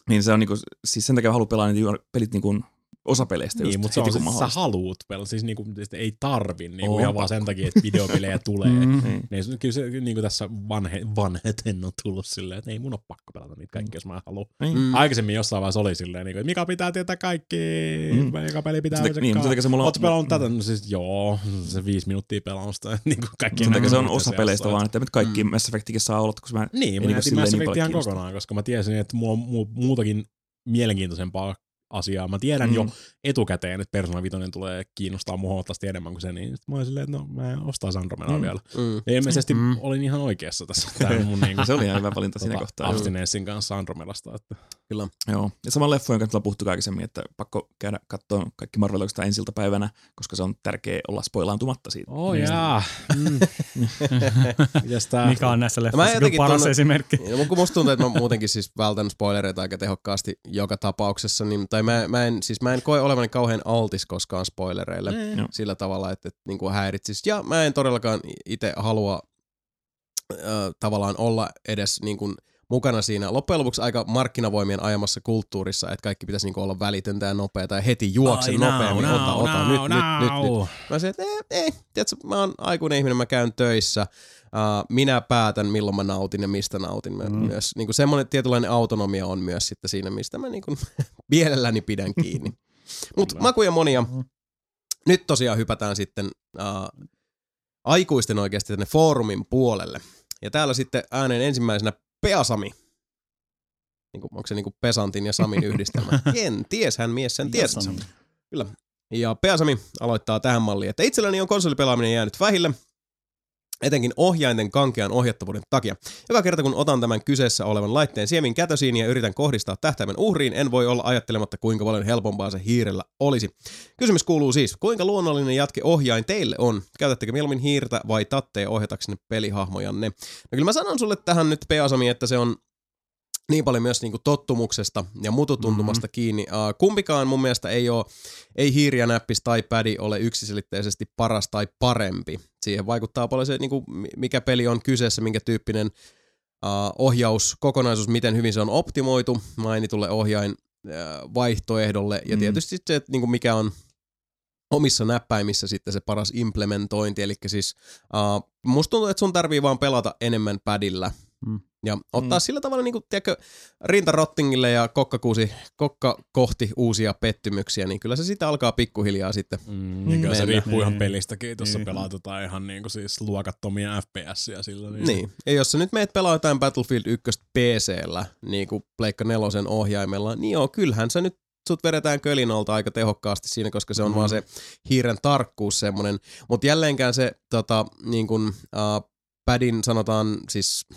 Niin se on niinku, siis sen takia haluaa pelaa niitä pelit niinku osapeleistä niin, just mutta se heti on kun se, sä mahdollista. haluut pelata, siis niinku, ei tarvi niinku Oo, ihan vaan sen takia, että videopelejä tulee. Mm. Niin, kyllä se niinku tässä vanhe, vanheten on tullut silleen, että ei mun ole pakko pelata niitä kaikki, jos mä haluan. Mm. Aikaisemmin jossain vaiheessa oli silleen, että mikä pitää tietää kaikki, Mm. mikä peli pitää Sen takia- niin, sen takia se mulla on- Ootko pelannut tätä? No siis joo, se viisi minuuttia pelausta. Niinku kaikki Sen takia se on näkyy osa itse peleistä asiassa. vaan, että nyt kaikki mm. Mass Effectikin saa olla, koska mä Niin, mä niinku jätin silleen Mass niin paljon Effectin ihan kiinnostaa. kokonaan, koska mä tiesin, että mulla on mu- muutakin mielenkiintoisempaa asiaa. Mä tiedän Mm. jo etukäteen, että Persona viisi tulee kiinnostaa mua huomattavasti enemmän kuin se, niin sit mä olin silleen, että no mä ostan Andromedaa Mm. vielä. Mm. Ja ilmeisesti Mm. olin ihan oikeassa tässä. Tämä mun niinku, Se oli ihan hyvä valinta siinä tota, kohtaa. abstinenssin kanssa Andromedasta. Että. Kyllä. Joo. Ja saman leffojen kanssa puhuttu aikaisemmin, että pakko käydä katsoa kaikki Marvel oikeastaan ensi iltapäivänä, koska se on tärkeää olla spoilaantumatta siitä. Oh jaa. Mm. Mitäs tää? Mikä on näissä Mä leffoissa kyllä jotenkin paras tunnu- esimerkki. No, kun musta tuntuu, että mä muutenkin siis vältän spoilereita aika tehokkaasti joka tapauksessa, niin, tai mä, mä, en, siis mä en koe olevani kauhean altis koskaan spoilereille Mm. Joo. sillä tavalla, että, että niin kuin häiritsisi. Ja mä en todellakaan itse halua äh, tavallaan olla edes niin kuin mukana siinä loppujen lopuksi aika markkinavoimien ajamassa kulttuurissa, että kaikki pitäisi niin kuin olla välitöntä ja nopeata ja heti juokse Ai, nopeammin, now, ota, now, ota, now, nyt, now. nyt, nyt, nyt. Mä sanoin, että ei, ei, tiedätkö, mä oon aikuinen ihminen, mä käyn töissä, uh, minä päätän milloin mä nautin ja mistä nautin. Mä Mm. myös, niin kuin semmoinen tietynlainen autonomia on myös sitten siinä, mistä mä niin kuin mielelläni pidän kiinni. Mutta makuja monia. Nyt tosiaan hypätään sitten uh, aikuisten oikeasti tänne foorumin puolelle. Ja täällä sitten ääneen ensimmäisenä Peasami. Niin kuin, onko se niin kuin Pesantin ja Samin yhdistelmä? En ties, hän mies sen ties. Kyllä. Ja Peasami aloittaa tähän malliin, että itselläni on konsolipelaaminen jäänyt vähille, etenkin ohjainten kankean ohjattavuuden takia. Joka kerta kun otan tämän kyseessä olevan laitteen siemin kätösiin ja yritän kohdistaa tähtäimen uhriin, en voi olla ajattelematta kuinka paljon helpompaa se hiirellä olisi. Kysymys kuuluu siis, kuinka luonnollinen jatke ohjain teille on? Käytättekö mieluummin hiirtä vai tatteja ohjataksenne pelihahmojanne? No kyllä mä sanon sulle tähän nyt Peasami, että se on niin paljon myös niinku tottumuksesta ja mututuntumasta mm-hmm. kiinni. Uh, kumpikaan mun mielestä ei ole, ei hiiri ja näppis tai pädi ole yksiselitteisesti paras tai parempi. Siihen vaikuttaa paljon se, niinku, mikä peli on kyseessä, minkä tyyppinen uh, ohjauskokonaisuus, miten hyvin se on optimoitu mainitulle ohjain uh, vaihtoehdolle ja mm. tietysti se, että niinku, mikä on omissa näppäimissä sitten se paras implementointi. Eli siis uh, musta tuntuu, että sun tarvii vaan pelata enemmän padilla. Mm. Ja ottaa mm. sillä tavalla niin kuin, tiedätkö, rintarottingille ja kokkakuusi, kokka kohti uusia pettymyksiä, niin kyllä se sitten alkaa pikkuhiljaa sitten. Mm, niin kyllä se riippuu ihan Niin. pelistäkin, tuossa Niin. pelautetaan ihan niinku siis luokattomia F P S-iä sillä. Niin. Niin, ja jos sä nyt meet pelaa jotain Battlefield yksi P C:llä, niin kuin Pleikka nelosen ohjaimella, niin joo, kyllähän sä nyt sut vedetään kölinolta aika tehokkaasti siinä, koska se on mm. vaan se hiiren tarkkuus semmonen. Mutta jälleenkään se tota, niin kuin, uh, padin sanotaan siis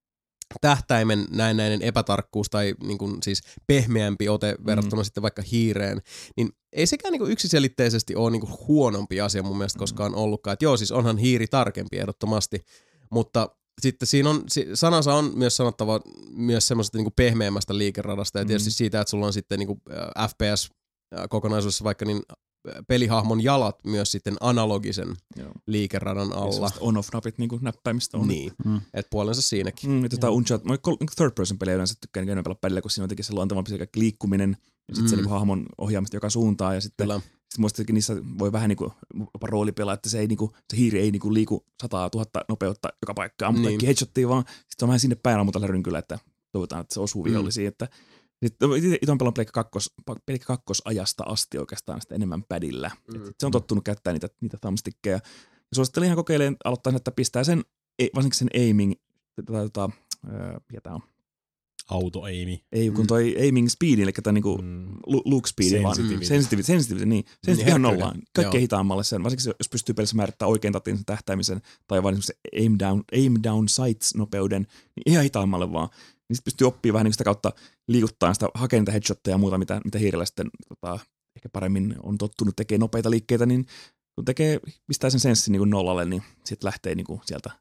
tähtäimen näennäinen epätarkkuus tai niin kuin, siis pehmeämpi ote verrattuna mm. sitten vaikka hiireen, niin ei sekään niin kuin yksiselitteisesti ole niin kuin huonompi asia mun mielestä koskaan ollutkaan. Et joo, siis onhan hiiri tarkempi ehdottomasti, mutta sitten siinä on, sanansa on myös sanottava myös semmoisesta niin kuin pehmeämmästä liikeradasta ja tietysti mm. siitä, että sulla on sitten niin kuin F P S-kokonaisuudessa vaikka niin pelihahmon jalat myös sitten analogisen Joo. liikeradan alla. On-off-napit niin kuin näppäimistä on. Niin, mm. että puolensa siinäkin. Mm, tota Uncharted, mä third person pelejä yleensä tykkään enemmän pelaa padilla, kun siinä on jotenkin se luontevampi sekä liikkuminen ja sitten mm. se niin kuin hahmon ohjaamista joka suuntaan ja sitten Kyllä. Sitten muistakin niissä voi vähän niinku jopa roolipelaa, että se, ei niinku, se hiiri ei niinku liiku sataa tuhatta nopeutta joka paikkaan, mutta Niin. kaikki headshottia vaan. Sitten se on vähän sinne päin ammutalla rynkyllä, että toivotaan, että se osuu vihollisiin. Mm. Että, sitten itse on pelannut Pleikka kakkos, Pleikka kakkosajasta asti oikeastaan sitä enemmän padilla. Mm. Se on tottunut käyttää niitä, niitä thumbstickkejä. Ja suosittelin ihan kokeilemaan aloittaa, että pistää sen, varsinkin sen aiming, tota, tota, mikä tää on? Auto-aimi. Ei, kun toi mm. aiming speed, eli tämä niinku mm. look speed, vaan Sensitivity. sensitivity, sensitivity, niin. Sensitivity Niin, ihan herkkyyden. nollaan. Kaikkein Joo. hitaammalle sen, varsinkin jos pystyy pelissä määrittämään oikein tatin sen tähtäimisen, tai vain se aim down, aim down sights nopeuden, niin ihan hitaammalle vaan. Niin sitten pystyy oppimaan vähän niin sitä kautta liikuttaa sitä, hakemaan niitä headshotteja ja muuta, mitä, mitä hiirellä sitten tota, ehkä paremmin on tottunut tekemään nopeita liikkeitä, niin kun tekee, pistää sen senssin niin kuin nollalle, niin sitten lähtee niin kuin sieltä.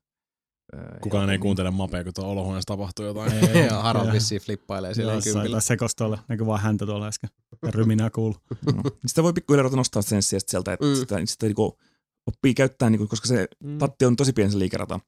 Kukaan ei kuuntele mapea, kun tuolla olohuoneessa tapahtuu jotain. Ja Harald vissiin flippailee siellä Jossain kympillä. tai sekostolle, näkyy vaan häntä tuolla äsken. Ja ryminää kuuluu. No. Sitä voi pikkuhiljaa ruveta nostaa senssiä sieltä, että Mm. sitä, sitä niinku oppii käyttää, niinku, koska se Mm. tatti on tosi pieni se liikerata.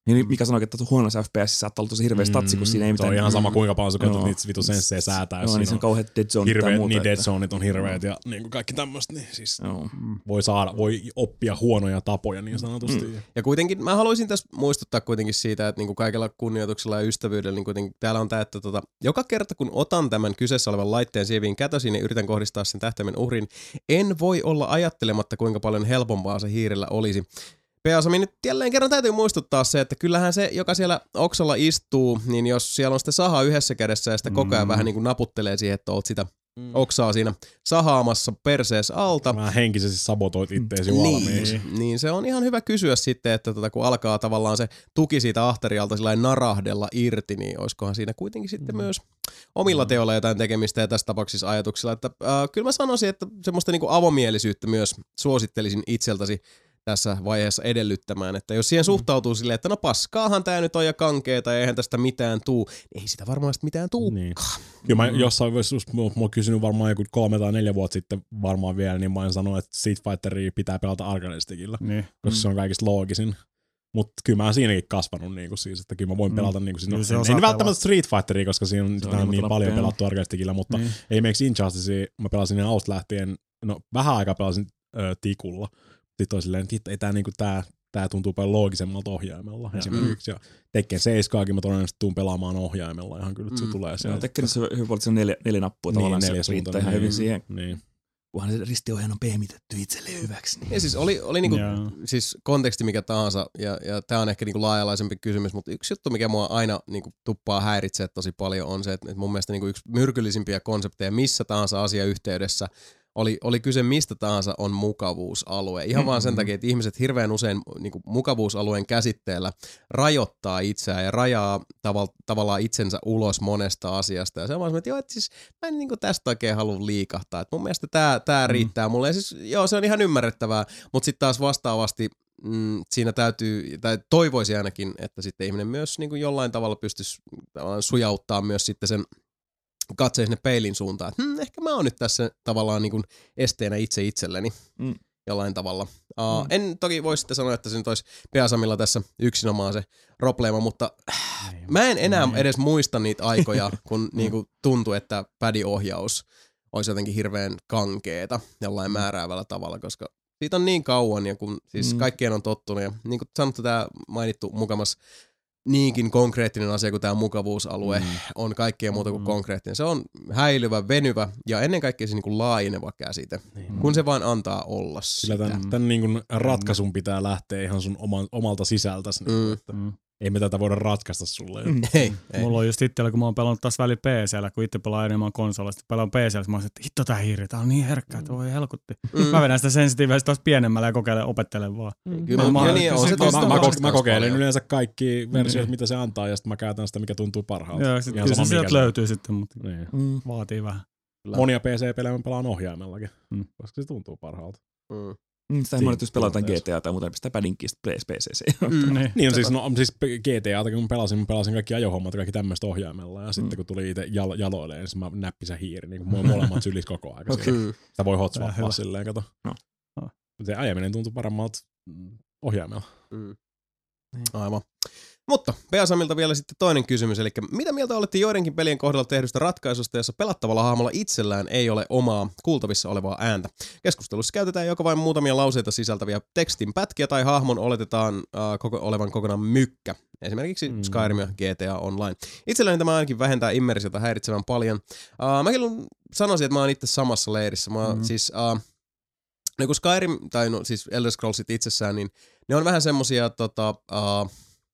Niin Mika sanoi, että huonossa F P S saattaa olla tosi hirveä statsi, kun siinä ei mitään. Se on ihan sama, kuinka paljon sä katsot Joo. niitä vitu senssejä säätää. Joo, niin se on kauheat dead zone hirveä, tai muuta. niin dead että- zoneit on hirveät ja niin kuin kaikki tämmöistä. Niin siis Joo. voi saada, voi oppia huonoja tapoja niin sanotusti. Mm. Ja kuitenkin mä haluaisin tässä muistuttaa kuitenkin siitä, että niinku kaikella kunnioituksella ja ystävyydellä, niin kuitenkin täällä on tämä, että tota, joka kerta kun otan tämän kyseessä olevan laitteen sieviin kätösiin ja yritän kohdistaa sen tähtäimen uhrin, en voi olla ajattelematta, kuinka paljon helpompaa se hiirellä olisi. P A Sami, nyt jälleen kerran täytyy muistuttaa se, että kyllähän se, joka siellä oksalla istuu, niin jos siellä on sitten saha yhdessä kädessä ja sitä koko ajan Mm. vähän niin kuin naputtelee siihen, että oot sitä oksaa siinä sahaamassa persees alta, Vähän henkisesti sabotoit itteesi valmiiksi. niin, niin se on ihan hyvä kysyä sitten, että tota, kun alkaa tavallaan se tuki siitä ahterialta sillä narahdella irti, niin olisikohan siinä kuitenkin sitten mm. myös omilla teoilla jotain tekemistä ja tässä tapauksessa ajatuksilla. Että, äh, kyllä mä sanoisin, että semmoista niinku avomielisyyttä myös suosittelisin itseltäsi tässä vaiheessa edellyttämään, että jos siihen suhtautuu silleen, että no paskaahan tää nyt on ja kankeeta ja eihän tästä mitään tuu, niin ei sitä varmaan sitten mitään tuukaan. Niin. Kyllä mä jossain vaiheessa, just, mä oon kysynyt varmaan joku kolme tai neljä vuotta sitten varmaan vielä, niin mä oon sanonut, että Street Fighteria pitää pelata arcade stickillä, Niin. koska se on kaikista loogisin. Mutta kyllä mä oon siinäkin kasvanut, niinku siis, että kyllä mä voin pelata, niinku, siis, no, Kyllä se en osaa välttämättä pelata. Street Fighteria, koska siinä on, Se on sitä on niin niin monta paljon nappia, pelattu arcade stickillä, mutta Niin. ei meiksi Injusticea, mä pelasin ne alusta lähtien, no vähän aikaa pelasin ö, tikulla. Sitten on silleen, että ei tää, niinku, tää, tää tuntuu paljon loogisemmalta ohjaimella Ja. esimerkiksi. Ja Tekken seiskaakin mä todennäköisesti tuun pelaamaan ohjaimella ihan kyllä, että se Mm. tulee Joo, sieltä. Tekkenissä on hyvä, että se on neljä, neljä nappua Niin, tavallaan, neljä se riittää suuntaan, ihan niin. hyvin siihen, Niin. kunhan se ristiohjaan on pehmitetty itselle hyväksi. Niin. Ja siis oli, oli niinku, Joo. siis konteksti mikä tahansa, ja, ja tämä on ehkä niinku laajalaisempi kysymys, mutta yksi juttu, mikä mua aina niinku tuppaa häiritsee tosi paljon, on se, että, että mun mielestä niinku yksi myrkyllisimpiä konsepteja missä tahansa asiayhteydessä, oli, oli kyse mistä tahansa, on mukavuusalue. Ihan mm-hmm. vaan sen takia, että ihmiset hirveän usein niinku mukavuusalueen käsitteellä rajoittaa itseään ja rajaa taval, tavallaan itsensä ulos monesta asiasta. Ja se on vaan semmoinen, että joo, että siis mä en niinku tästä oikein halua liikahtaa. Et mun mielestä tää, tää riittää mulle. Ja siis, joo, se on ihan ymmärrettävää, mutta sitten taas vastaavasti mm, siinä täytyy, tai toivoisi ainakin, että sitten ihminen myös niinku jollain tavalla pystyisi tavallaan sujauttaa myös sitten sen katseen sinne peilin suuntaan, että hm, ehkä mä oon nyt tässä tavallaan niin kuin esteenä itse itselleni Mm. jollain tavalla. Uh, Mm. En toki voi sitten sanoa, että se nyt olisi P A Samilla tässä yksinomaan se probleema, mutta mä en enää edes muista niitä aikoja, kun niin kuin tuntui, että pädiohjaus olisi jotenkin hirveän kankeeta jollain määräävällä tavalla, koska siitä on niin kauan ja kun siis Mm. kaikkien on tottunut ja niin kuin sanottu tämä mainittu mukamas niinkin konkreettinen asia kuin tämä mukavuusalue mm. on kaikkea muuta kuin Mm. konkreettinen. Se on häilyvä, venyvä ja ennen kaikkea se niin kuin laajeneva käsite, Niin. kun se vaan antaa olla Kyllä sitä. tämän, tämän niin kuin ratkaisun pitää lähteä ihan sun oman, omalta sisältäsi. Mm. Niin, että Mm. ei me tätä voida ratkaista sulle. Mm. Ei, ei. Mulla on just itsellä, kun mä oon pelannut taas väli P C:llä, kun itse pelaan enemmän konsolista, pelaan P C:llä, mä oon että hitto tää hiiri, tää on niin herkkä, että voi helkutti. Mm. Mä vedän sitä sensitiivisesti taas pienemmällä ja kokeilen, opettelen vaan. Kyllä, Mä- mä, mä- ja niin, on se sit- tosta Mä, mä, vastausta mä kokeilen paljon. yleensä kaikki versiot, Niin. mitä se antaa, ja sitten mä käytän sitä, mikä tuntuu parhaalta. Joo, sit, Ihan kyllä se sama, sieltä mikä se on. löytyy sitten, mutta Niin. Mm. vaatii vähän. Monia P C-pelejä mä pelaan ohjaimellakin, Mm. koska se tuntuu parhaalta. Mm. Mm, sitä monet, jos pelataan G tilanteessa. T A tai muuta, pistää padinkin sitten P C C. Mm. Niin. Niin on siis, no, siis G T A, kun mä pelasin, mä pelasin kaikki ajohommat ja kaikki tämmöistä ohjaimella, ja sitten kun tuli itse jal- jaloille, niin mä näppin sen hiiri, niin kuin mulla molemmat sylis koko ajan. Okay. Okay. Sitä voi hot Tää hyvä. swappaa silleen, kato. No. No. Se ajaminen tuntuu paremmalta mm, ohjaimella. Mm. Aivan. Mutta P A Samilta vielä sitten toinen kysymys, eli mitä mieltä olette joidenkin pelien kohdalla tehdystä ratkaisusta, jossa pelattavalla hahmolla itsellään ei ole omaa kuultavissa olevaa ääntä? Keskustelussa käytetään joko vain muutamia lauseita sisältäviä tekstin pätkiä tai hahmon oletetaan äh, koko, olevan kokonaan mykkä. Esimerkiksi Mm. Skyrim ja G T A Online. Itselläni tämä ainakin vähentää immersiota häiritsevän paljon. Äh, mäkin sanoisin, että mä oon itse samassa leirissä. Mä oon Mm. siis... Äh, no kun Skyrim, tai no siis Elder Scrollsit itsessään, niin ne on vähän semmosia tota... Uh,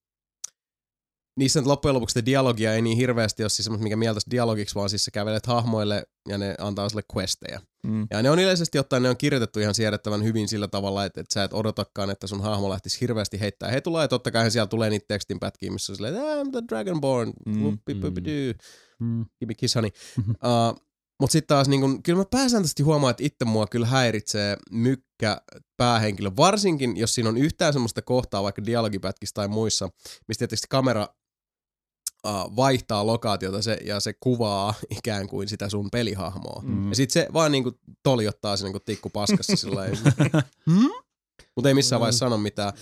niissä nyt loppujen lopuksi sitä dialogia ei niin hirveästi ole siis semmoista, mikä mieltäisi dialogiksi, vaan siis sä kävelet hahmoille ja ne antaa sille questeja. Mm. Ja ne on yleisesti ottaen, ne on kirjoitettu ihan siedettävän hyvin sillä tavalla, että, että sä et odotakaan, että sun hahmo lähtisi hirveästi heittää hetulaa, ja totta kai siellä tulee niitä tekstinpätkiä, missä on silleen, I'm the Dragonborn, Mm, whoopie-poopie-doo, Mm. give me kiss honey. Mhm. Uh, Mutta sitten taas, niin kun, kyllä mä pääsääntöisesti huomaan, että itse mua kyllä häiritsee mykkä päähenkilö, varsinkin jos siinä on yhtään semmoista kohtaa, vaikka dialogipätkissä tai muissa, mistä tietysti kamera uh, vaihtaa lokaatiota se, ja se kuvaa ikään kuin sitä sun pelihahmoa. Mm. Ja sitten se vaan niinku toljottaa sinne kuin tikku paskassa sillä lailla. hmm? Mutta ei missään vaiheessa sano mitään.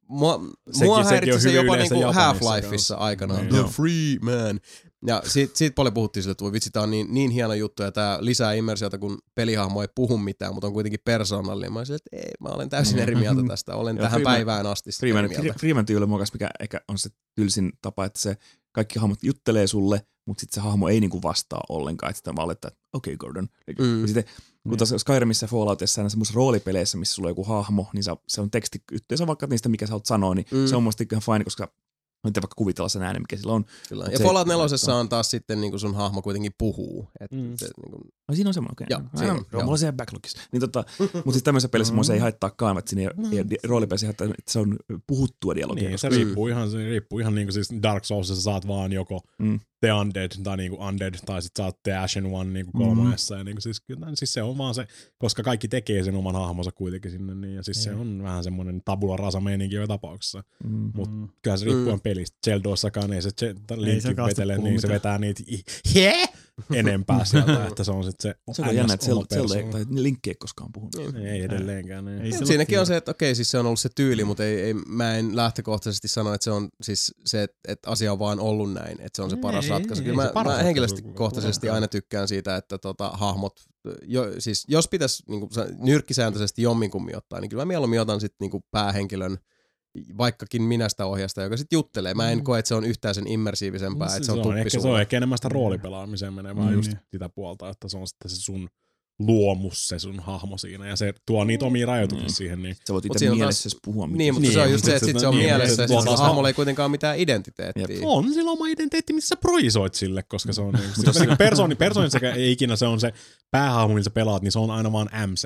mua, Sekin- mua sekin häiritsi on se hyvin jopa yleistä niinku Japanissa Half-Lifeissa kanssa. aikanaan. Niin. The Joo. Free Man. Ja siitä, siitä paljon puhuttiin sille, että voi vitsi, tää on niin, niin hieno juttu ja tää lisää immersiota, kun pelihahmo ei puhu mitään, mutta on kuitenkin persoonallinen. Mä olin sille, että ei, mä olen täysin eri mieltä tästä. Olen Joo, tähän Freeman- päivään asti eri Freeman, mieltä. Freeman tyyli on mukaan, mikä ehkä on se tylsin tapa, että se kaikki hahmot juttelee sulle, mutta sitten se hahmo ei niinku vastaa ollenkaan, että sitä vaan olettaa, että okei okay, Gordon. Mm. Ja sitten kun taas Skyrimissa ja Falloutissa ja semmoisissa roolipeleissä, missä sulla on joku hahmo, niin se, se on teksti, jos vaikka niistä, mikä sä haluat sanoa, niin Mm. se on musta ihan fine, koska voitte vaikka kuvitella sen äänen, mikä sillä on. Kyllä. Mut Ja se- Fallout nelosessa on taas sitten niin kuin sun hahmo kuitenkin puhuu. Et Mm. se, niin kuin, Ai siinä on semmoinen, okei. Joo, Okay. siinä on, Joo, joo. mulla on se backlogissa. Niin tota, mutta siis tämmöisessä pelissä mua se ei haittaakaan, että siinä ei, ei, roolipelissä ei haittaa, että se on puhuttua dialogia. Niin, se koska- riippuu ihan, se riippuu ihan niinku siis Dark Soulsissa saat vaan joko Mm. The Undead tai niinku Undead tai sit saat The Ashen One niinku kolmannessa ja niinku siis, kyllä, siis se on vaan se, koska kaikki tekee sen oman hahmonsa kuitenkin sinne niin ja siis se on vähän semmoinen tabula rasa meininki jo tapauksessa. Mm. Mut kyllä se riippuu Mm. pelistä. Zeldossakaan ei se Ei Linkki se kaasta vetele, puhu niin se mitään. vetää niitä he enempää sieltä, että se on sit se Se on jännä, että Zelda, oma Zelda ei, persoona. tai Linkki ei koskaan puhunut. Ei edelleenkään. Niin. Ei Mut sillä siinäkin tiedä. on se, että okei, siis se on ollut se tyyli, mutta ei, ei, mä en lähtökohtaisesti sano, että se on siis se, että, että asia on vaan ollut näin, että se on se paras Ei, ratkaisu. ei, Kyllä ei mä, se paras mä henkilökohtaisesti ratkaisu. aina tykkään siitä, että tota, hahmot, jo, siis jos pitäisi niin nyrkkisääntöisesti jomminkummin ottaa, niin kyllä mä mieluummin otan sitten niin päähenkilön, vaikkakin minä sitä ohjasta, joka sitten juttelee. Mä en koe, että se on yhtään sen immersiivisempää, että se on ehkä, se on tuppisulla. ehkä enemmän sitä roolipelaamiseen menee vaan Mm, just niin. sitä puolta, että se on sitten se sun luomus, se sun hahmo siinä, ja se tuo niitä omia rajoituksia Mm. siihen. Niin. Sä voit Mut itse siinä on mielessä taas- puhua. mitä Niin, mutta Niin, se on mutta just se, että sit sit se- se on niin, mielessä, mutta ja se sit tuo taas- hahmolla ei kuitenkaan mitään identiteettiä. On sillä oma identiteetti, missä sä projisoit sille, koska se on niin, se, se, niin persooni, persooni sekä ei ikinä se on se päähahmo, millä sä pelaat, niin se on aina vaan M C.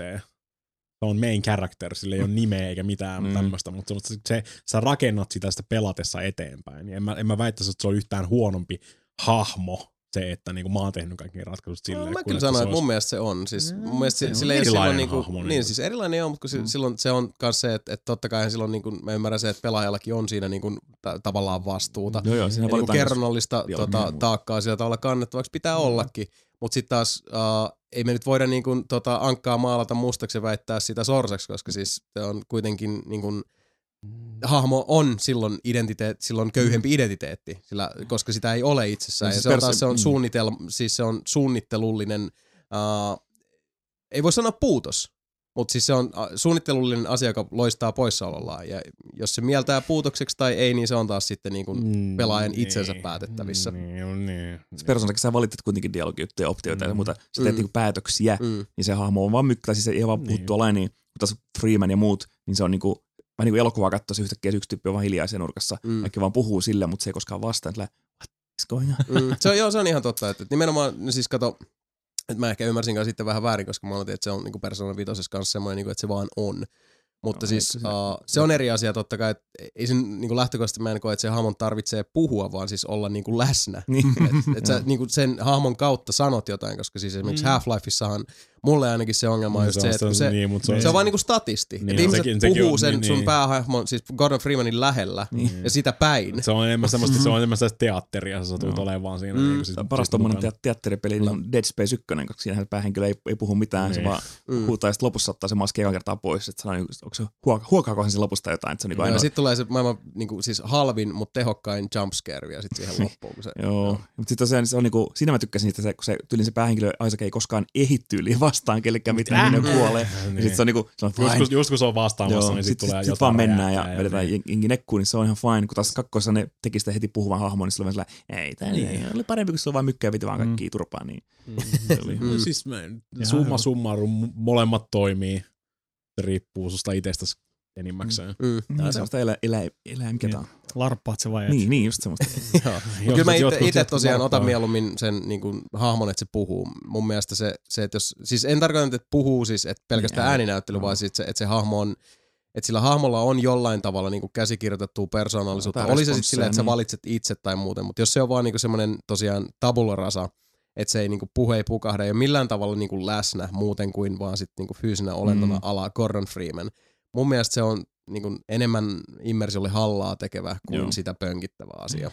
Se on main character, sillä ei ole nimeä eikä mitään Mm. tämmöistä, mutta se, se, sä rakennat sitä sitä pelatessa eteenpäin. Ja en mä, en mä väittäisi, että se on yhtään huonompi hahmo, se, että niinku mä oon tehnyt kaikki ratkaisut silleen. No, mä kun kyllä että sanoin, se että mun olisi- mielestä se on. Siis, mun mielestä se se, on sillä ei ole silloin erilainen niinku, hahmo, niin, niin. siis erilainen on, mutta kun mm. silloin se on myös se, että, että totta kai silloin niinku, mä ymmärrän se, että pelaajallakin on siinä niinku, ta- tavallaan vastuuta. Joo, joo, siinä Ja niinku valitaan kerronnallista dialogia tota, ja muuta. taakkaa sillä tavalla kannettavaksi pitää mm. ollakin. Mutta sitten taas uh, ei me nyt voida niinku, tota, ankkaa maalata mustaksi ja väittää sitä sorsaksi, koska siis se on kuitenkin niinku, hahmo on silloin identiteet, silloin köyhempi identiteetti, sillä, koska sitä ei ole itsessään. No Ja siis se on perso- taas se on, mm. suunnitel, siis se on suunnittelullinen, uh, ei voi sanoa puutos, mutta siis se on uh, suunnittelullinen asia, joka loistaa poissaolollaan. Ja jos se mieltää puutokseksi tai ei, niin se on taas sitten niin kuin Mm, pelaajan itsensä niin, päätettävissä. Niin, niin. Persoonassa sä valitset kuitenkin dialogijuttuja, optioita mm. ja muuta. Sä teet Mm. niinku päätöksiä, Mm. niin se hahmo on vaan mykkä, siis ei vaan Niin. puhuttu olain, niin mutta taas Freeman ja muut, niin se on niinku, vähän niin kuin elokuvaa katsoisi yhtäkkiä, se yksi tyyppi on vaan hiljaa siellä nurkassa. Mm. Kaikki vaan puhuu sille, mutta se ei koskaan vastaa, että what is going on? Mm. Se on, joo, se on ihan totta, että nimenomaan, no siis kato, että mä ehkä ymmärsin sitten vähän väärin, koska mä oletin, että se on niin Persona vitosessa kanssa semmoinen, niin kuin, että se vaan on. Mutta No, siis se- uh, se on eri asia totta kai, että ei sen niin lähtökohtaisesti mä en koe, että se hahmon tarvitsee puhua, vaan siis olla niin kuin läsnä. Niin. Että et sä niin kuin sen hahmon kautta sanot jotain, koska siis esimerkiksi Mm. Half-Lifeissahan mulle ainakin se ongelma on Niin, just se se, on että kun sitä- se, niin, mut se on- se on vaan niinku statisti. Niin, Niin, ihmiset sekin- sekin puhuu on- sen niin, sun niin. päähahmon, siis Gordon Freemanin lähellä Niin. ja sitä päin. Se on enemmän semmoista, se on enemmän sellaista teatteria, sä tulet olemaan vaan siinä. Mm. Niin, siis, Paras siis tommonen mukana. te- teatteripeli niin on Dead Space yksi, koska siinähän päähenkilö ei, ei puhu mitään, se Niin. vaan Mm. huutaa ja sitten lopussa ottaa se maski ekan kertaa pois, että sanoo, niinku, onko se huoka, huokaakohan se lopusta jotain, että se on niinku Ja ainoa. sitten tulee se maailman niinku, siis halvin, mutta tehokkain jumpscare vielä sit siihen loppuun. Kun se, Joo, mutta sitten tosiaan se on niinku, siinä mä tykkäsin siitä, se, kun se tyylin se päähenkilö Isaac ei koskaan ehitty yli vastaan kellekään mitään, niin ne kuolee. Ja Niin. sitten se on niinku, se on Just, fine. kun, just kun se on vastaamassa, Joo, niin sit, sitten tulee sit, sit jotain vaan mennään ja räjähtää vedetään niin. jengi nekkuun, niin se on ihan fine. Kun taas kakkossa ne teki sitä heti puhuvan hahmon, niin silloin sellainen, ei, tää niin. oli parempi, kun se on vaan mykkä ja viti vaan kaikkia mm. turpaan. Niin. Se oli. No, siis mä, summa summarum, molemmat toimii. Se riippuu susta itsestäsi enimmäkseen. mm. Tämä on sellaista elää, elää, elää mikä Niin. tää on. Larppaat se vai et? Niin, niin, just semmoista. Joo. Jos Kyllä mä jotkut- itse jotkut tosiaan varppaa. otan mieluummin sen niin kuin, hahmon, että se puhuu. Mun mielestä se, se että jos, siis en tarkoita, että puhuu siis, että pelkästään Niin, ääninäyttely, joo. vaan siis se, että se hahmo on, että sillä hahmolla on jollain tavalla niin kuin käsikirjoitettua persoonallisuutta. Jotain Oli se sitten responsseja, silleen, että sä niin. valitset itse tai muuten, mutta jos se on vaan niin kuin semmoinen tosiaan tabula rasa, että se ei niinku puhe ei pukahda, ei ole millään tavalla niinku läsnä muuten kuin vaan sit niinku fyysinä olentona Mm. ala Gordon Freeman. Mun mielestä se on niinku enemmän immersiolle hallaa tekevä kuin Joo. sitä pönkittävä asia.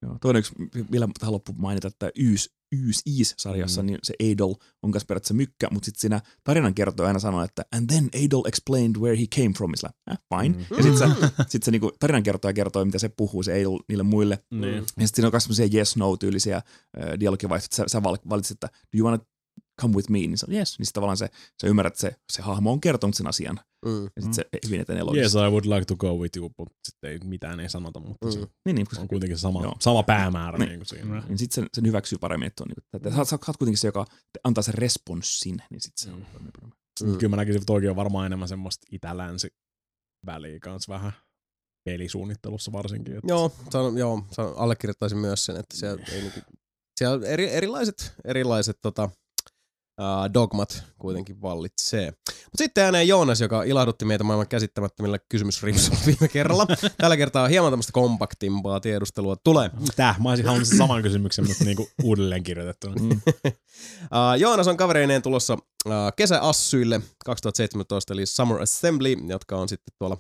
Joo, toinen yksi, vielä tähän loppuun mainita, että Yys, Yys Ease-sarjassa mm. niin se Adol on myös periaatteessa mykkä, mutta sitten siinä tarinan kertoo aina sanoo, että and then Adol explained where he came from. Isla, eh, fine. Mm. Ja sitten se, sit se niinku, tarinan kertoja kertoo, mitä se puhuu, se Adol niille muille. Mm. Ja sitten siinä on myös sellaisia yes-no-tyylisiä äh, dialogivaihtoja, että sä, sä valitset, että do you want to come with me? Niin se on yes. Niin sitten tavallaan se, se ymmärrät, että se, se hahmo on kertonut sen asian. Mm. Ja sitten se hyvin etenee logisesti. Yes, I would like to go with you, mutta sitten ei mitään ei sanota, mutta mm. se niin, niin, on kuitenkin sama, sama päämäärä. Niin, niin kuin siinä. Niin sitten sen, sen hyväksyy paremmin, että on niin kuin, että sä, sä oot kuitenkin se, joka antaa sen responssin, niin sitten se on mm. paremmin. Mm. Kyllä mä näkisin, että toikin on varmaan enemmän semmoista itä-länsi väliä kanssa vähän pelisuunnittelussa varsinkin. Että... Joo, sanon, joo sanon, allekirjoittaisin myös sen, että siellä, ei niinku, siellä on eri, erilaiset, erilaiset tota, uh, dogmat kuitenkin vallitsee. Mutta sitten ääneen Joonas, joka ilahdutti meitä maailman käsittämättömillä kysymysripsuilla viime kerralla. Tällä kertaa hieman tämmöistä kompaktimpaa tiedustelua tulee. Mitä? Mä olisin halunnut sen saman kysymyksen, mutta niinku uudelleen kirjoitettuna. Mm. uh, Joonas on kavereineen tulossa uh, kesäassyille kaksituhattaseitsemäntoista, eli Summer Assembly, jotka on sitten tuolla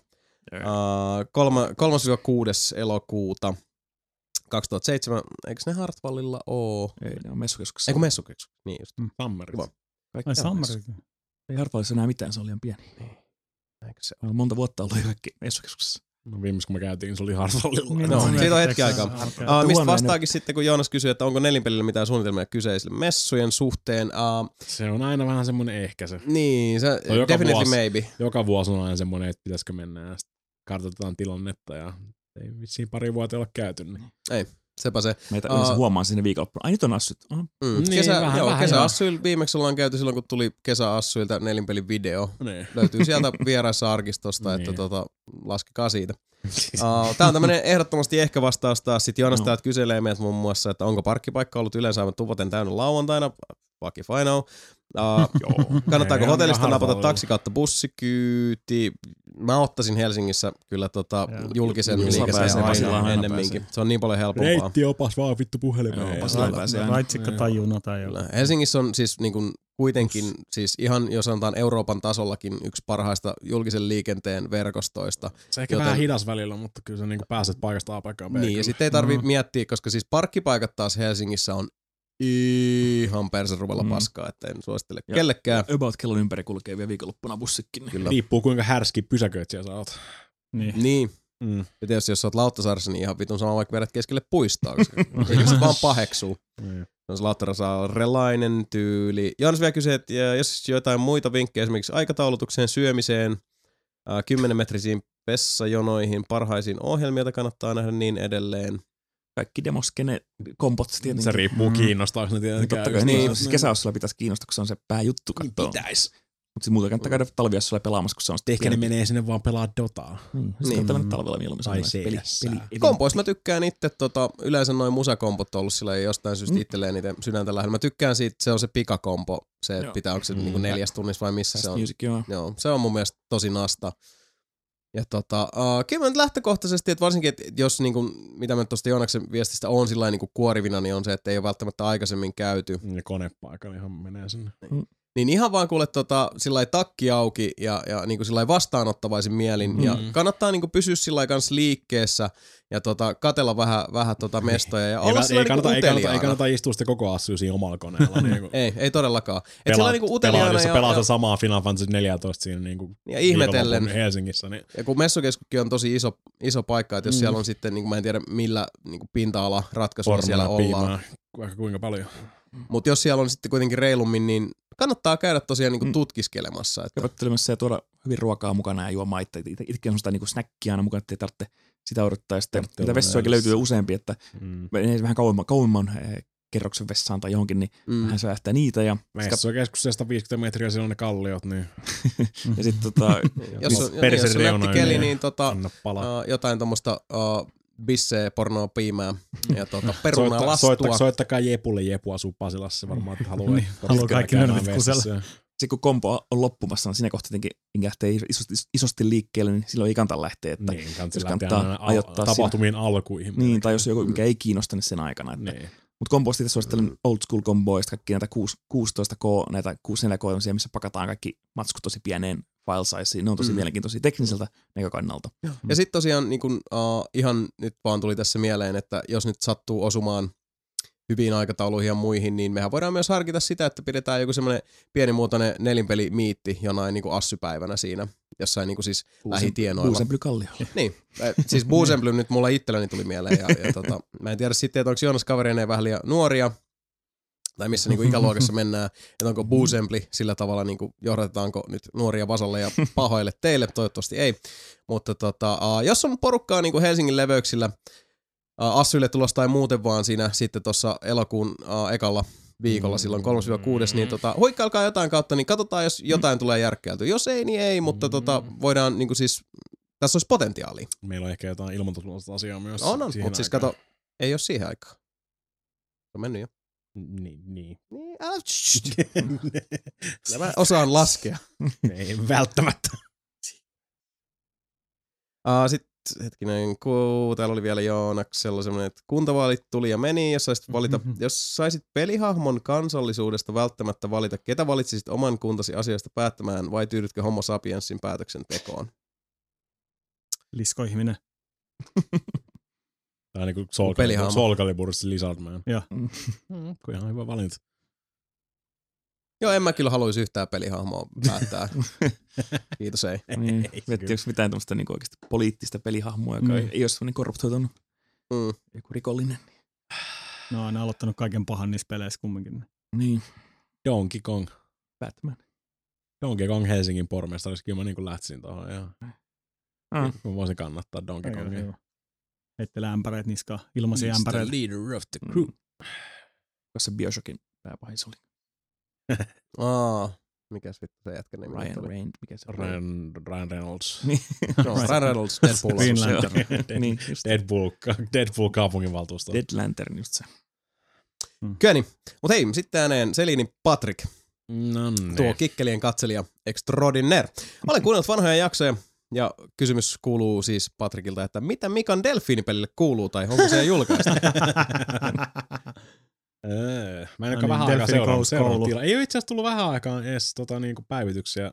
uh, kolmas kuudes elokuuta kaksituhattaseitsemän. Eikö ne Hartwallilla oo? Ei, ne on messukeskuksessa. Eikö messukeskuksessa? Niin just. Mm. Summerissa. Ai Summerissa. Ei Hartwallissa enää mitään, se on liian pieni. Niin. Eikö se on monta vuotta ollut jo kaikki messukeskuksessa. No viimeis kun me käytiin, se oli Hartwallilla. No, no siitä on hetki aikaa. Uh, mistä vastaakin sitten, kun Joonas kysyy, että onko nelinpelillä mitään suunnitelmia kyseisille messujen suhteen. Uh, se on aina vähän semmoinen ehkä se. Niin, se definitely vuosi, maybe. Joka vuosi on aina semmoinen, että pitäisikö mennä ja sitten kartoitetaan tilannetta ja ei vissiin pari vuotta olla käyty. Niin. Ei. Sepä se. Meitä uh, huomaan sinne viikonloppuna. Ai nyt on assyt. Uh. Mm. Niin, Kesä, vähän, joo, vähän, kesäassyil viimeksi ollaan käyty silloin, kun tuli kesäassyilta nelinpelin video. Niin. Löytyy sieltä vieraissa arkistosta, että niin. tota, laskekaa siitä. Uh, Tämä on tämmöinen ehdottomasti ehkä vastaus taas. Sitten Joonas no. täältä kyselee meiltä muun muassa, että onko parkkipaikka ollut yleensä aivan tupoten täynnä lauantaina. Fuck if I know. Uh, kannattaako hotellista napata taksi kautta bussikyyti? Mä ottaisin Helsingissä kyllä tota julkisen liikenteen aina ennemminkin. Se on niin paljon helpompaa. Reittiopas vaan vittu puhelimeen. Raitsikka tai juna tai jotain. Helsingissä on siis niin kuin kuitenkin, siis ihan jos sanotaan Euroopan tasollakin yksi parhaista julkisen liikenteen verkostoista. Se ehkä joten... vähän hidas välillä, mutta kyllä sä niin kuin pääset paikasta A paikkaan B. Niin, ja sitten ei tarvitse mm. miettiä, koska siis parkkipaikat taas Helsingissä on ihan perseruvalla mm. paskaa, että en suosittele ja kellekään. About kellon ympäri kulkee vielä viikonloppuna bussikin. Kyllä. Riippuu kuinka härski pysäköitsijä sä oot. Niin. niin. Mm. Ja tietysti jos sä oot Lauttasaaressa, niin ihan vitun sama vaikka vedät keskelle puistoa, koska se vaan paheksuu. Mm. No, se Lauttarasaarelainen tyyli. Joonas vielä kysyy, että jos jotain muita vinkkejä esimerkiksi aikataulutukseen, syömiseen, äh, kymmenenmetrisiin pessajonoihin, parhaisiin ohjelmia, joita kannattaa nähdä niin edelleen. Kaikki demoskene-kompot tietenkin. Se riippuu mm. kiinnostaako ne tietenkin. Totta kai, niin, siis kesäossulla pitäisi kiinnostaa, kun se on se pääjuttu katsoa. Niin pitäisi. Mutta sitten muuta kannattaa käydä talviossulla pelaamassa, kun se on sitten ehkä ne menee sinne vaan pelaa Dotaa. Mm. Sitten niin. kannattaa mennä talvella mieluummin. Tai peli, peli, kompoissa mä tykkään itse, tota, yleensä noin musakompot on ollut sillä jostain syystä mm. itselleen niiden sydäntä lähellä. Mä tykkään siitä, se on se pikakompo, se että pitää, onko se mm. niinku neljäs tunnissa vai missä Fast se on. Music, joo. joo. Se on mun mielestä tosi nasta. Ja tota, uh, kyllä mä nyt lähtökohtaisesti, että varsinkin, että jos niinku, mitä mä tuosta Joonaksen viestistä on sillä niinku kuorivina, niin on se, että ei ole välttämättä aikaisemmin käyty. Ja konepaikalla ihan menee sinne. Mm. Niin ihan vaan kuule tota, sillai takki auki ja, ja niinku sillai vastaanottavaisin mielin. Mm-hmm. Ja kannattaa niinku pysyä sillai kanssa liikkeessä ja tota, katella vähän, vähän tota mestoja ja olla sillai niinku ei, kannata, ei kannata istua sitä koko assyä siinä omalla koneella. Niinku. ei, ei todellakaan. Et pelaat, niinku uteliaana ja, pelaa se samaa Final Fantasy neljätoista siinä niinku ja ihmetellen Helsingissä. Niin. Ja kun messukeskuskin on tosi iso, iso paikka, että jos mm. siellä on sitten, niinku, mä en tiedä millä niinku pinta-ala ratkaisua siellä ollaan. Vaikka kuinka paljon. Mutta jos siellä on sitten kuitenkin reilummin, niin kannattaa käydä tosiaan niinku tutkiskelemassa. Että... Köpöttelemässä ja tuoda hyvin ruokaa mukana ja juo maita. Itsekin on sitä niinku snäkkiä aina mukana, ettei tarvitse sitä odottaa. Ja sitten mitä vessojakin löytyy useampi, että mm. menee vähän kauemman, kauemman eh, kerroksen vessaan tai johonkin, niin mm. vähän säästää niitä. Ja Vessujakeskuksesta viisikymmentä metriä siellä on ne kalliot. Niin. ja sitten tota... jos on, jos on nättikeli, niin tota, uh, jotain tommoista... Uh, bissee, pornoa, piimää ja tuota, perunaa Soitta, lastua. Soitta, soittakaa Jepulle, Jepu asuu Pasilassa varmaan, että haluaa, niin, haluaa kaikki nörvit kusella. Sitten kun kompo on loppumassa, niin siinä kohtaa tietenkin lähtee isosti, isosti liikkeelle, niin silloin ei kannata lähteä. Että niin, jos kannattaa ajoittaa tapahtumien siinä alkuihin. Niin, tai jos joku, mikä ei kiinnosta, niin sen aikana. Että. Niin. Mutta kompoista suosittelen old school komboista, kaikki näitä kuusitoista K, näitä kuusikymmentäneljä K, missä pakataan kaikki matskut tosi pieneen file size. Ne on tosi mm. mielenkiintoisia tekniseltä näkökannalta. Ja sitten tosiaan niin kun, uh, ihan nyt vaan tuli tässä mieleen, että jos nyt sattuu osumaan hyviin aikatauluihin ja muihin, niin mehän voidaan myös harkita sitä, että pidetään joku semmoinen pienimuotoinen nelinpeli-miitti jonain niin kuin assypäivänä siinä, jossain niin kuin siis lähitienoilla. Buusemply-kallio. Niin, siis Buusemply nyt mulla itselläni tuli mieleen. Ja, ja tota, mä en tiedä sitten, että onko Joonas kavereineen vähän liian nuoria, tai missä niin kuin ikäluokassa mennään, että onko Buusemply sillä tavalla, niin kuin johdatetaanko nyt nuoria vasalle ja pahoille teille, toivottavasti ei. Mutta tota, uh, jos on porukkaa niin kuin Helsingin leveyksillä, Assylle tulossa tai muuten vaan siinä sitten tuossa elokuun uh, ekalla viikolla silloin kolmas kuudes niin tota, huikkailkaa jotain kautta, niin katsotaan, jos jotain tulee järkkäiltyä. Jos ei, niin ei, mutta tota, voidaan niinku siis, tässä olisi potentiaalia. Meillä on ehkä jotain ilmoitusluontoista asiaa myös. On, on, mutta siis kato, ei ole siihen aikaan. Se on mennyt jo. Niin, niin. Niin, älä, mä osaan laskea. Ei välttämättä. Uh, Sitten hetkinen, ku, täällä oli vielä Joonaksella semmoinen, että kuntavaalit tuli ja meni, jos saisit valita, mm-hmm. jos saisit pelihahmon kansallisuudesta välttämättä valita, ketä valitsisit oman kuntasi asiasta päättämään vai tyydytkö homo sapiensin päätöksentekoon? Liskoihminen. Tää on niinku Soul, Calibur, Soul Caliburissa Lizardman. Joo. Mm, kun ihan hyvä valinta. Joo, en mä kyllä haluaisi yhtään pelihahmoa päättää. Kiitos, ei. Niin. Vettiinkö mitään tämmöistä niinku oikeasti poliittista pelihahmoa, joka mm. ei, ei ole semmoinen korruptoitunut? Mm. Joku rikollinen. No on aloittanut kaiken pahan niissä peleissä kumminkin. Niin. Donkey Kong. Batman. Donkey Kong Helsingin pormestarissa, kyllä mä niinku lähtisin tohon. Ja... Mm. Mä voisin kannattaa Donkey Kongia. Heittelee ämpäreet niskaan, ilmaisia ämpäreitä. Leader of the crew. Mm. Koska Bioshockin pääpahis oli. Aa, mikäs vittu se jätkä nimi Ryan oli? Reynolds, mikä se Ryan, Ryan Reynolds. No, Ryan Reynolds, Deadpool. Green Lantern. niin, Deadpool, Deadpool kaupunginvaltuusto. Dead Lantern just se. Mm. Kyllä niin. Mut hei, sitten ääneen Selini Patrick. Nonne. Tuo kikkelien katselija extraordinaire. Olen kuunnellut vanhoja jaksoja ja kysymys kuuluu siis Patrickilta, että mitä Mikan delfiinipelille kuuluu tai onko se julkaistu? Öö, mä en ole no vähän niin, aikaa seurannut, seurannut tilaa. Ei ole itse asiassa tullut vähän aikaa edes tota, niinku päivityksiä,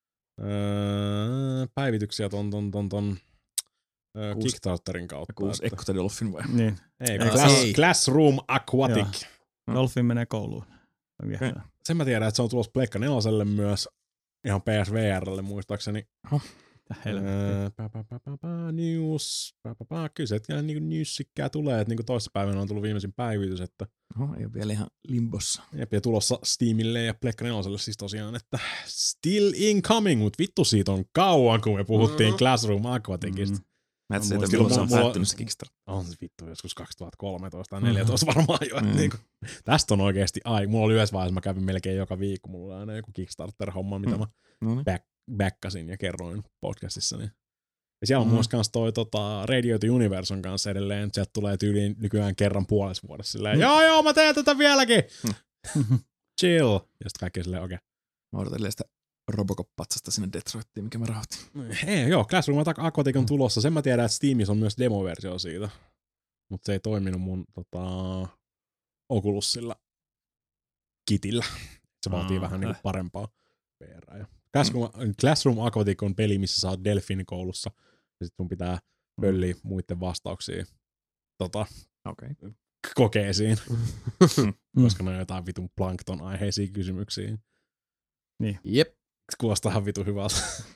öö, päivityksiä ton, ton, ton, ton öö, Kickstarterin kautta. Kuusi Echo the Dolphin vai? Niin. Ei, Class, Classroom Aquatic. Joo. Dolphin menee kouluun. Okay. Sen mä tiedän, että se on tulossa Pleikka neloselle myös, ihan P S V R:lle muistaakseni. Oh. Öö, pä, pä, pä, pä, pä, news, pä, pä, pä. Kyllä se ihan niinku newsikkää tulee, että niinku toissa päivänä on tullut viimeisin päivitys, että oho, ei ole vielä ihan limbossa. Jep, ja tulossa Steamille ja Pleikka neloselle siis tosiaan, että still incoming, mutta vittu siitä on kauan, kun me puhuttiin mm. Classroom Aquaticista. Mm. Mä et siitä, milloin se on päättynyt se Kickstarter. On se vittu joskus kaksituhattakolmetoista tai neljätoista mm. varmaan jo. Mm. Niinku, tästä on oikeesti ai. Mulla oli yhdessä vaiheessa, mä kävin melkein joka viikko, mulla oli aina joku Kickstarter-homma, mitä mm. mä mm. back, backasin ja kerroin podcastissa. Niin. Ja siellä on mm. myös kans toi tota, Radio to Universe on kanssa edelleen, sieltä tulee tyyliin nykyään kerran puolessa vuodessa silleen, mm. joo joo, mä teen tätä vieläkin! Mm. Chill! Ja sit kaikki silleen, okei. Okay. Mä odotan sitä Robocop-patsasta sinne Detroittiin, mikä mä rahoitin. Ei, joo, Classroom Aquatic on tulossa. Sen mä tiedän, että Steamissa on myös demoversio siitä. Mutta se ei toiminut mun tota, Oculusilla kitillä. Se vaatii Aa, vähän niinku parempaa V R. Classroom, Classroom Aquatic on peli, missä sä oot delfiinikoulussa. Ja sit sun pitää pölliä muiden vastauksia tota, okay. kokeisiin. Koska ne on jotain vitun plankton-aiheisia kysymyksiä. Niin. Jep. Kuulostaa ihan vitun hyvältä.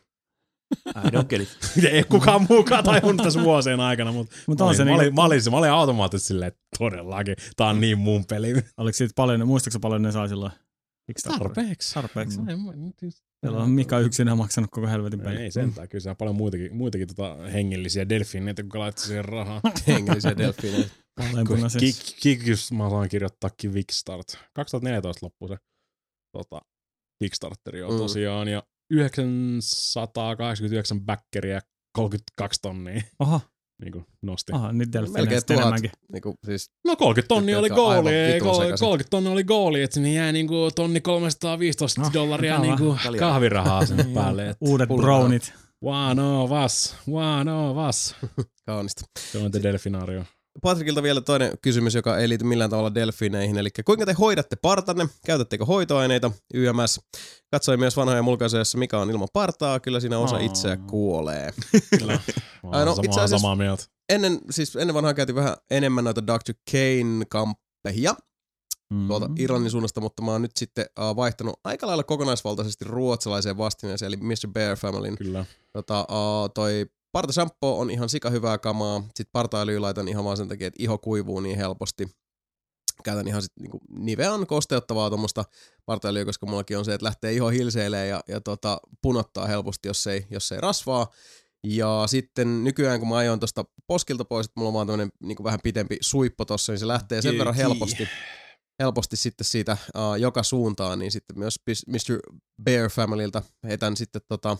I don't get it. Ei kukaan muukaan tajunnut tässä vuosien aikana, mutta Mut mä, olin, mä, niin olin, mä, olin, mä olin automaattisesti silleen, että todellakin, tää on niin mun peli. Oliko siitä paljon, muistatko paljon ne sai silloin? Tarpeeksi. Tarpeeksi. Siellä on Mika yksinään maksanut koko helvetin peli. Ei sentään, kyllä se on paljon muitakin, muitakin tota hengellisiä delfiineitä, kuka laittoi siihen rahaa. Hengellisiä delfiineitä. Kiks, mä saan kirjoittaa Kickstart. kaksituhattaneljätoista loppui se tota, Kickstarteri on mm. tosiaan, ja yhdeksänsataakahdeksankymmentäyhdeksän backeria, kolmekymmentäkaksi tonnia. Aha. Niin kuin nosti. Aha, nyt delfiineistä enemmänkin. Niin kuin, siis, no kolmekymmentä tonnia oli goali, kolmekymmentä tonnia oli goali, että sinne jää niin kuin tonni kolmesataaviisitoista no, dollaria niin kuin kahvirahaa sen päälle. Että uudet brownit. One of us, one of us. Kaunista. Se on te delfinaario. Patrikilta vielä toinen kysymys, joka ei liity millään tavalla delfiineihin, eli kuinka te hoidatte partanne? Käytättekö hoitoaineita? Y M S. Katsoin myös vanhoja mulkaisuja, jossa mikä on ilman partaa, kyllä siinä osa itseä kuolee. Kyllä. Ai, no, itse asiassa samaa mieltä. Ennen, siis ennen vanhaa käytiin vähän enemmän noita doctor Kane-kamppeja mm-hmm. tuolta Irlannin suunnasta, mutta mä oon nyt sitten uh, vaihtanut aika lailla kokonaisvaltaisesti ruotsalaiseen vastineeseen, eli mister Bear Familyn. Kyllä. Tota, uh, toi partashampoo on ihan sika hyvää kamaa. Sitten partaöljyä laitan ihan vaan sen takia, että iho kuivuu niin helposti. Käytän ihan sitten niinku Nivean kosteuttavaa tuommoista partaöljyä, koska mullakin on se, että lähtee iho hilseilee ja, ja tota, punottaa helposti, jos ei, jos ei rasvaa. Ja sitten nykyään, kun mä ajoin tuosta poskilta pois, että mulla on vaan tämmönen niinku vähän pitempi suippo tossa, niin se lähtee sen verran helposti, helposti sitten siitä uh, joka suuntaan, niin sitten myös mister Bear Familyltä heitän sitten tota,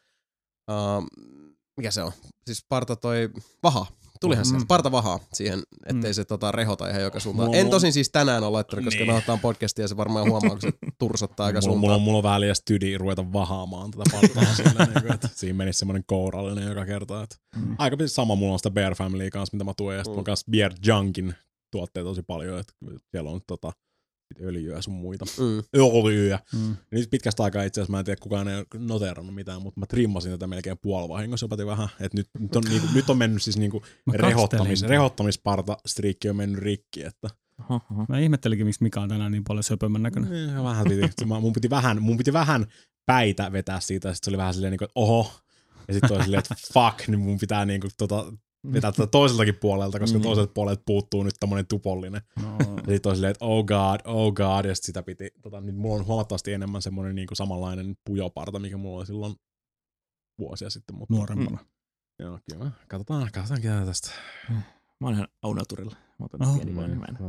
uh, mikä se on? Siis parta toi vaha. Tulihan mm. se, parta vahaa siihen, ettei mm. se tota, rehota ihan joka suuntaan. Mulla en tosin siis tänään ole laittanut, koska niin. nauhoitetaan podcastia ja se varmaan huomaa, kun se tursottaa aika suuntaan. Mulla, mulla on vähän liian stydi ruveta vahaamaan tätä partaa sillä, niin että siinä menisi semmoinen kourallinen joka kerta. Että mm. aika pitäisi sama mulla on sitä Bear Familya kanssa, mitä mä tuen, ja sitten mm. on kanssa Bear Junkin tuotteita tosi paljon, että siellä on tota öljyä ja sun muita. Mm. Öljyä. Mm. Nyt pitkästä aikaa itse asiassa mä en tiedä, kukaan ei ole noteerannut mitään, mutta mä trimmasin tätä melkein puolivahingossa jopa vähän. Että nyt, nyt, on, niinku, nyt on mennyt siis niinku rehottamis, rehottamisparta striikki on mennyt rikki. Että. Aha, aha. Mä ihmettelinkin, miksi Mika on tänään niin paljon söpömmän näköinen. Ja, vähän piti, mun, piti vähän, mun piti vähän päitä vetää siitä, ja sit se oli vähän silleen, että oho. Ja sitten oli silleen, että fuck, niin mun pitää niinku tota vetää tätä toiseltakin puolelta, koska mm. toiselta puolelta puuttuu nyt tommonen tupollinen. No. Ja sit on silleen, että oh god, oh god, ja sit sitä piti, tota, nyt mulla on huomattavasti enemmän semmonen niinku samanlainen pujoparta, mikä mulla oli silloin vuosia sitten. Mutta nuorempana. Mm. Joo, kyllä. Katsotaan, katsotaan käydä tästä. Mä oon ihan au naturilla. Mä otan oh. pieni vaan hyvän.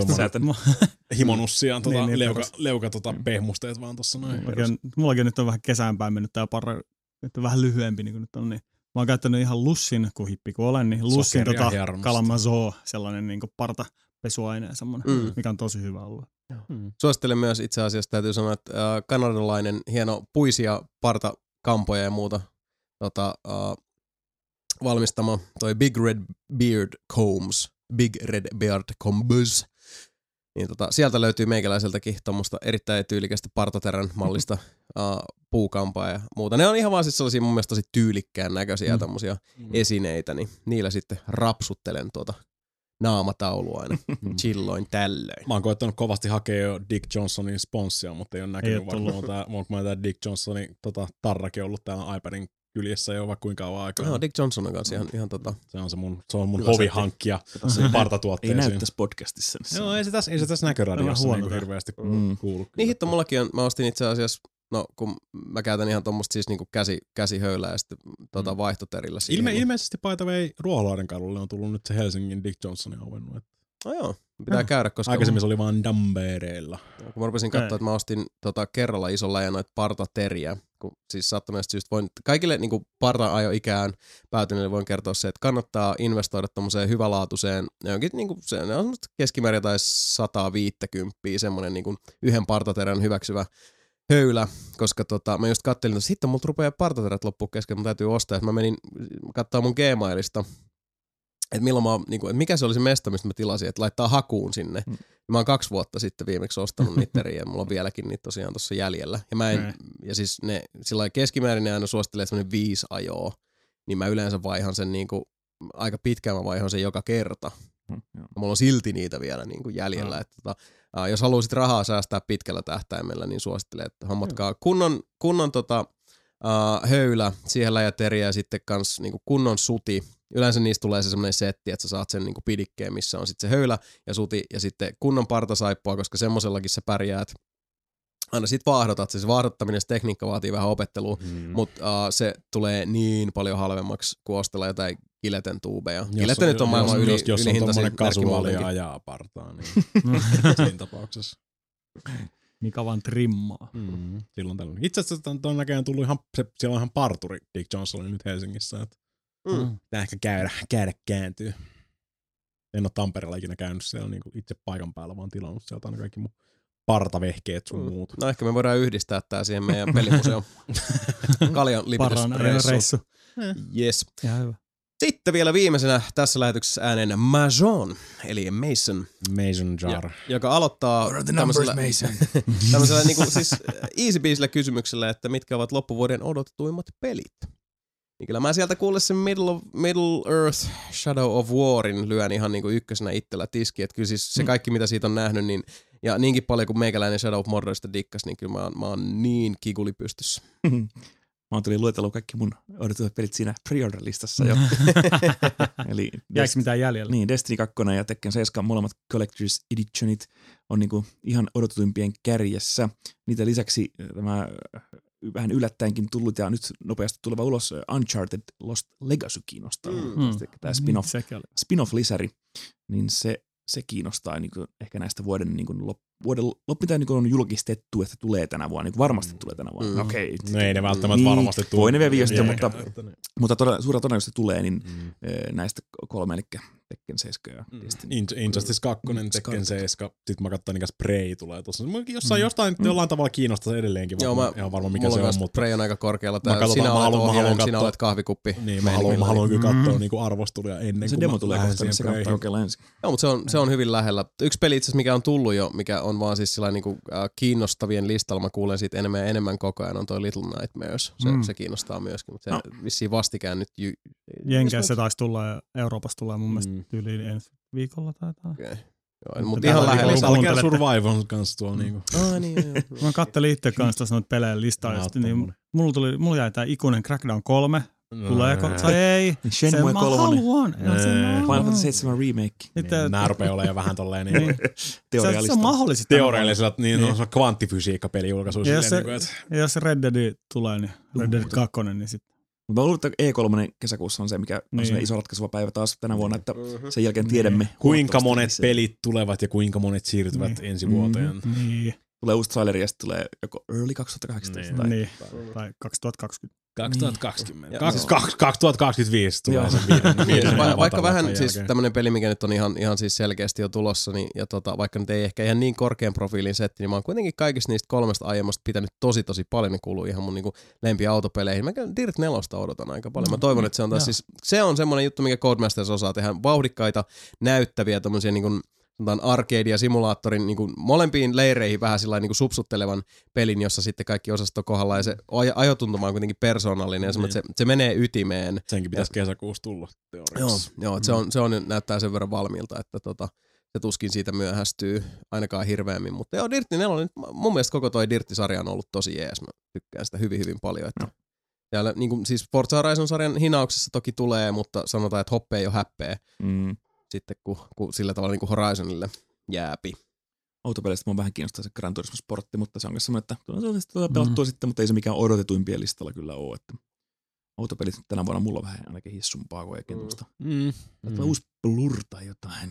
Himonussiaan tuota, niin, niin, leuka, leuka tota, pehmusteet vaan tossa noin. Mullakin, mullakin nyt on vähän kesäänpäin mennyt tää parra, nyt on vähän lyhyempi niin kuin nyt on niin. Mä oon käyttänyt ihan Lussin, kun hippi kun olen, niin Lussin tota Kalamazoo, sellainen niin partapesuaine semmoinen, mm. mikä on tosi hyvä ollut. Mm. Suosittelen myös itse asiassa, täytyy sanoa, että äh, kanadalainen hieno puisia partakampoja ja muuta tota, äh, valmistama toi Big Red Beard Combs, Big Red Beard Combs. Niin tota, sieltä löytyy meikäläiseltäkin tuommoista erittäin tyylikästä partaterän mallista uh, puukampaa ja muuta. Ne on ihan vaan siis sellaisia mun mielestä tosi tyylikkään näköisiä mm. tommosia mm. esineitä, niin niillä sitten rapsuttelen tuota naamataulua aina chilloin tällöin. Mä oon koettanut kovasti hakea jo Dick Johnsonin sponssia, mutta ei ole näkynyt, ei vaikka mulla on tää Dick Johnsonin tota, tarrakin ollut täällä iPadin kyljessä jo vaikka kuinka kauan aikaa. No, Dick Johnson on kanssa ihan, ihan tota... Se on se mun, se on mun hovihankkija partatuotteisiin. Ei näy tässä podcastissa. Joo, ei se tässä, ei se tässä näköradiossa niin hirveästi mm. kuulu. Niin hitto, mullakin on, mä ostin itse asiassa, no kun mä käytän ihan tommoista siis niinku käsi, käsihöylää ja sitten tota vaihtoterillä siihen. Ilme, ilmeisesti paita vei Ruoholahden kadulle on tullut nyt se Helsingin Dick Johnsonin auennut. No joo, pitää no. käydä, koska... Aikaisemmin se oli vaan Dambereilla. Kun mä rupesin katsoa, että mä ostin tota, kerralla ison läjän noita partateriä, kun siis sattuneesta syystä voin kaikille niin parta-ajo-ikään päätyneille voin kertoa se, että kannattaa investoida tommoseen hyvälaatuiseen, jonkin niin kuin, se on keskimäärin tai sata viisikymmentä, semmonen niin kuin yhden partaterän hyväksyvä höylä, koska tota, mä just kattelin, että sitten multa rupeaa partaterät loppuun kesken, mä täytyy ostaa, että mä menin katsoa mun Gmailista, että milloin mä oon, niin kuin, että mikä se oli se mesta, mistä mä tilasin, että laittaa hakuun sinne. Mm. Mä oon kaksi vuotta sitten viimeksi ostanut niitä eriä, ja mulla on vieläkin niitä tosiaan tuossa jäljellä. Ja, mä en, mm. ja siis ne sillä keskimäärin ne aina suosittelee semmoinen viisi ajoa, niin mä yleensä vaihan sen niin kuin, aika pitkään mä vaihan sen joka kerta. Mm. Mulla on silti niitä vielä niin kuin jäljellä. Mm. Että, tota, äh, jos haluaisit rahaa säästää pitkällä tähtäimellä, niin suosittelen, että hommatkaa kunnon, kunnon tota, äh, höylä, siihen läjäteriä ja sitten kans niin kuin kunnon suti. Yleensä niistä tulee se semmoinen setti, että sä saat sen niinku pidikkeen, missä on sitten se höylä ja suti ja sitten kunnon partasaippua, koska semmoisellakin sä pärjäät. Aina sit vaahdotat, se vaahdottaminen, se tekniikka vaatii vähän opettelua, mm. mutta uh, se tulee niin paljon halvemmaksi kuin ostella jotain Kileten tuubeja. Kileten nyt on maailman yli, jos, jos on tommonen kasuaalia ajaa partaa, niin siinä tapauksessa. Mikä vaan trimmaa. Mm. Silloin tällöin. Itse asiassa on näköjään tullut ihan, se, siellä on ihan parturi Dick Johnsonin nyt Helsingissä, että Mm. Tää ehkä käydä, käydä kääntyy. En ole Tampereella ikinä käynyt siellä niin itse paikan päällä, vaan tilannut sieltä aina kaikki mun partavehkeet sun mm. muut. No ehkä me voidaan yhdistää tää siihen meidän pelimuseon Kaljan lipitysreissu. Yes. Ihan hyvä. Sitten vielä viimeisenä tässä lähetyksessä ääneen Majon, eli Mason. Mason jar. Joka aloittaa tämmöisellä, tämmöisellä niinku, siis easy peasillä kysymyksellä, että mitkä ovat loppuvuoden odotetuimmat pelit. Niin kyllä mä sieltä kuulen sen Middle, of, Middle Earth Shadow of Warin lyön ihan niinku ykkösenä itsellä tiski. Että kyllä siis se kaikki mitä siitä on nähnyt, niin, ja niinkin paljon kuin meikäläinen Shadow of Mordorista dikkas, niin kyllä mä oon, mä oon niin kikuli pystyssä. Mä tulin luetellut kaikki mun odotetut pelit siinä pre-order-listassa jo. Eli Jäikö mitään jäljellä? Niin, Destiny kaksi ja Tekken seitsemän molemmat Collector's Editionit on niinku ihan odotetuimpien kärjessä. Niitä lisäksi tämä vähän yllättäenkin tullut ja nyt nopeasti tuleva ulos Uncharted Lost Legacy kiinnostaa. Mm. Tämä spin-off, spin-off-lisäri, niin se, se kiinnostaa niin kuin ehkä näistä vuoden, niin kuin lop, vuoden lop, mitä niin kuin on julkistettu, että tulee tänä vuonna. Niin varmasti tulee tänä vuonna. Mm. Okei. No ei ne välttämättä niin, varmasti tule. Voi ne vielä viivästyä, mutta, mutta todella, suurella todennäköisesti tulee niin mm. näistä kolme, eli Tekken seitsemän ja Destiny. In, Injustice kaksi, Tekken seitsemän, sitten mä katsoin, mikä Prey tulee tuossa. Jossain, mm. Jostain mm. jollain tavalla kiinnostaa se edelleenkin. Joo, mä, ihan varma mikä se on. Mutta Prey on aika korkealla. Tää, katsotaan, sinä, olet haluan, ohjaajan, haluan sinä olet kahvikuppi. Niin, mä haluan, mä haluan kyllä katsoa niinku arvosteluja ennen se kuin demo tulee kohta, siihen se kannattaa kokeilla ensin. Joo, mutta se on, se on hyvin lähellä. Yksi peli itse asiassa, mikä on tullut jo, mikä on vaan siis sellainen niinku, äh, kiinnostavien listalla, mä kuulen siitä enemmän ja enemmän koko ajan, on toi Little Nightmares. Se, mm. se kiinnostaa myöskin, mutta se no. vissiin vastikään nyt... Jy... Jenkeissä taisi tulla ja Euroopassa tulee mun mielestä mm. tyyliin ensi viikolla taitaa. Okei. Okay. Joo, mutta ihan lähellä. Metal Survival kanssa tuolla. Niinku. Ah, niin, joo. Mä kattelin itse kanssa tuossa noita pelejä listaa. Niin mulla, tuli, mulla jäi tää ikuinen Crackdown kolme. No, Tuleeko? Tai ei. Shenmue sen mä haluan. Final Fantasy seitsemän remake. Niin, nää rupeaa olemaan vähän tolleen niin teorialista. Se on mahdollista. Teoriallisella, niin, niin. on kvanttifysiikka-peli-julkaisu. Ja jos, silleen, se, niin ja jos Red Dead tulee, niin Red Dead kaksi, niin sitten. Mutta mä luulen, että E kolme kesäkuussa on se, mikä niin. on se iso ratkaisuva päivä taas tänä vuonna, että mm-hmm. sen jälkeen tiedämme. Kuinka monet pelit tulevat ja kuinka monet siirtyvät niin. ensi vuoteen. Mm-hmm. Niin. Tulee uusi traileri ja sitten tulee joko early kaksituhattakahdeksantoista tai, niin. tai, tai kaksituhattakaksikymmentä. kaksituhattakaksikymmentä. Niin. Siis kaksituhattakaksikymmentäviisi tulee sen viiden. viiden Va- vaikka vähän siis tämmönen peli, mikä nyt on ihan, ihan siis selkeästi jo tulossa, niin, ja tota, vaikka nyt ei ehkä ihan niin korkean profiilin setti, niin mä oon kuitenkin kaikista niistä kolmesta aiemmasta pitänyt tosi tosi paljon, ne kuuluu ihan mun niinku lempiautopeleihin. Mä Dirt nelosta odotan aika paljon. Mä toivon, että se on taas siis, se on semmoinen juttu, mikä Codemasters osaa tehdä, vauhdikkaita, näyttäviä tommosia niinku arcade- ja simulaattorin niin kuin molempiin leireihin vähän sillä niin kuin supsuttelevan pelin, jossa sitten kaikki osastot on kohdalla ja se ajotuntuma on kuitenkin persoonallinen ja niin. se, se menee ytimeen. Senkin pitäisi ja, kesäkuussa tulla teoriassa. Joo, joo mm. se, on, se on, näyttää sen verran valmiilta, että tota, se tuskin siitä myöhästyy ainakaan hirveämmin. Mutta joo, Dirt neljä, mun mielestä koko toi Dirt-sarja on ollut tosi jees. Mä tykkään sitä hyvin hyvin paljon. Että no. Täällä, niin kuin, siis Forza Horizon-sarjan hinauksessa toki tulee, mutta sanotaan, että hoppe ei ole häppeä. Mm. Sitten kun, kun sillä tavalla niin kuin Horizonille jääpi. Autopeleistä mua vähän kiinnostaa se Gran Turismo Sportti, mutta se on myös semmoinen, että tulee pelattua mm. sitten, mutta ei se mikään odotetuimpien listalla kyllä ole. Että autopelit tänä vuonna mulla on vähän ainakin hissumpaa kuin oikein tuosta. Mm. Mm. Uusi Blur tai jotain.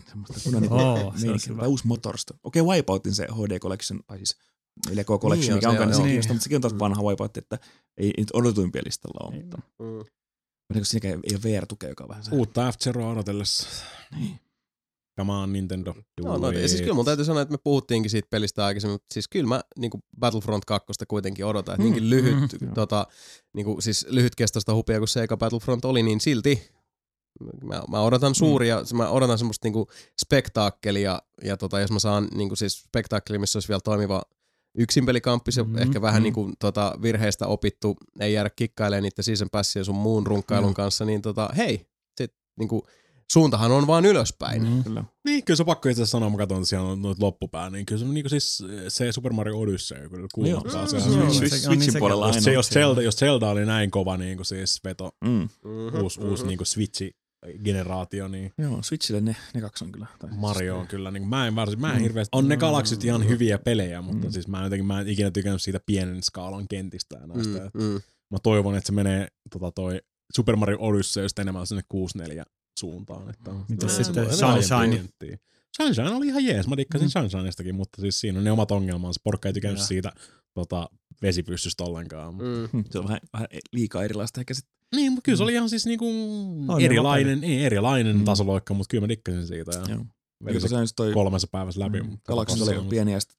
Oh, tai uusi Motorsta. Okei, okay, Wipeoutin se H D Collection, tai siis neljä K Collection, niin, mikä on kanssa niin. kiinnostaa, mutta sekin on taas vanha Wipeout, että ei nyt odotetuimpien listalla ole. Mutta mm. Mutta siinäkään ei ole V R-tukea, joka on vähän se. Uutta F-Zeroa odotellessa. Niin. Come on, Nintendo. No, no, ja siis kyllä mun täytyy sanoa, että me puhuttiinkin siitä pelistä aikaisemmin, mutta siis kyllä mä niin kuin Battlefront kaksi kuitenkin odotan, että mm, niinkin lyhyt, mm, tota, niin kuin, siis lyhytkestoista hupia kuin Sega Battlefront oli, niin silti mä, mä odotan suuria, mm. mä odotan semmoista niin kuin spektaakkelia, ja tota, jos mä saan niin kuin, siis spektaakkeli, missä olisi vielä toimiva yksinpelikamppis ja mm, ehkä vähän mm. niin kuin, tota, virheistä opittu, ei jäädä kikkailemaan niiden season passien sun muun runkkailun mm. kanssa, niin tota, hei, sit niin kuin, suuntahan on vaan ylöspäin. Mm. Kyllä. Niin, kyllä se on pakko itse sanoa, mä katson tosiaan noita loppupää, niin kyllä se on niin siis se Super Mario Odyssey kyllä kuulostaa. Se on Switchin puolella aina. Jos Zelda, jos Zelda oli näin kova niin kuin siis veto, mm. uusi, mm-hmm. uusi niin kuin Switch-generaatio, niin... Joo, Switchille ne, ne kaksi on kyllä. Mario on kyllä, niin mä en varsin, mä en hirveästi, on ne Galaxyt ihan hyviä pelejä, mutta mm. siis mä en jotenkin, mä en ikinä tykännyt siitä pienen skaalan kentistä ja näistä. Mm, mm. Mä toivon, että se menee tota toi Super Mario Odyssey just enemmän sinne kuusi neljä suuntaan. Että mitä sitten Sunshine? Sunshine oli ihan jees, mä dikkasin mm. Sunshinestakin, mutta siis siinä on ne omat ongelmansa. Porkka ei tykännyt ja. siitä tota, vesipyssystä ollenkaan. Mm. Se on vähän, vähän liikaa erilaista ehkä sitten. Niin, mutta kyllä se oli ihan siis niinku erilainen, niin, erilainen mm. tasoloikka, mutta kyllä mä dikkasin siitä. Ja Joo. Toi kolmessa päivässä läpi. Mm. Galaxy oli pieni ja sitten tää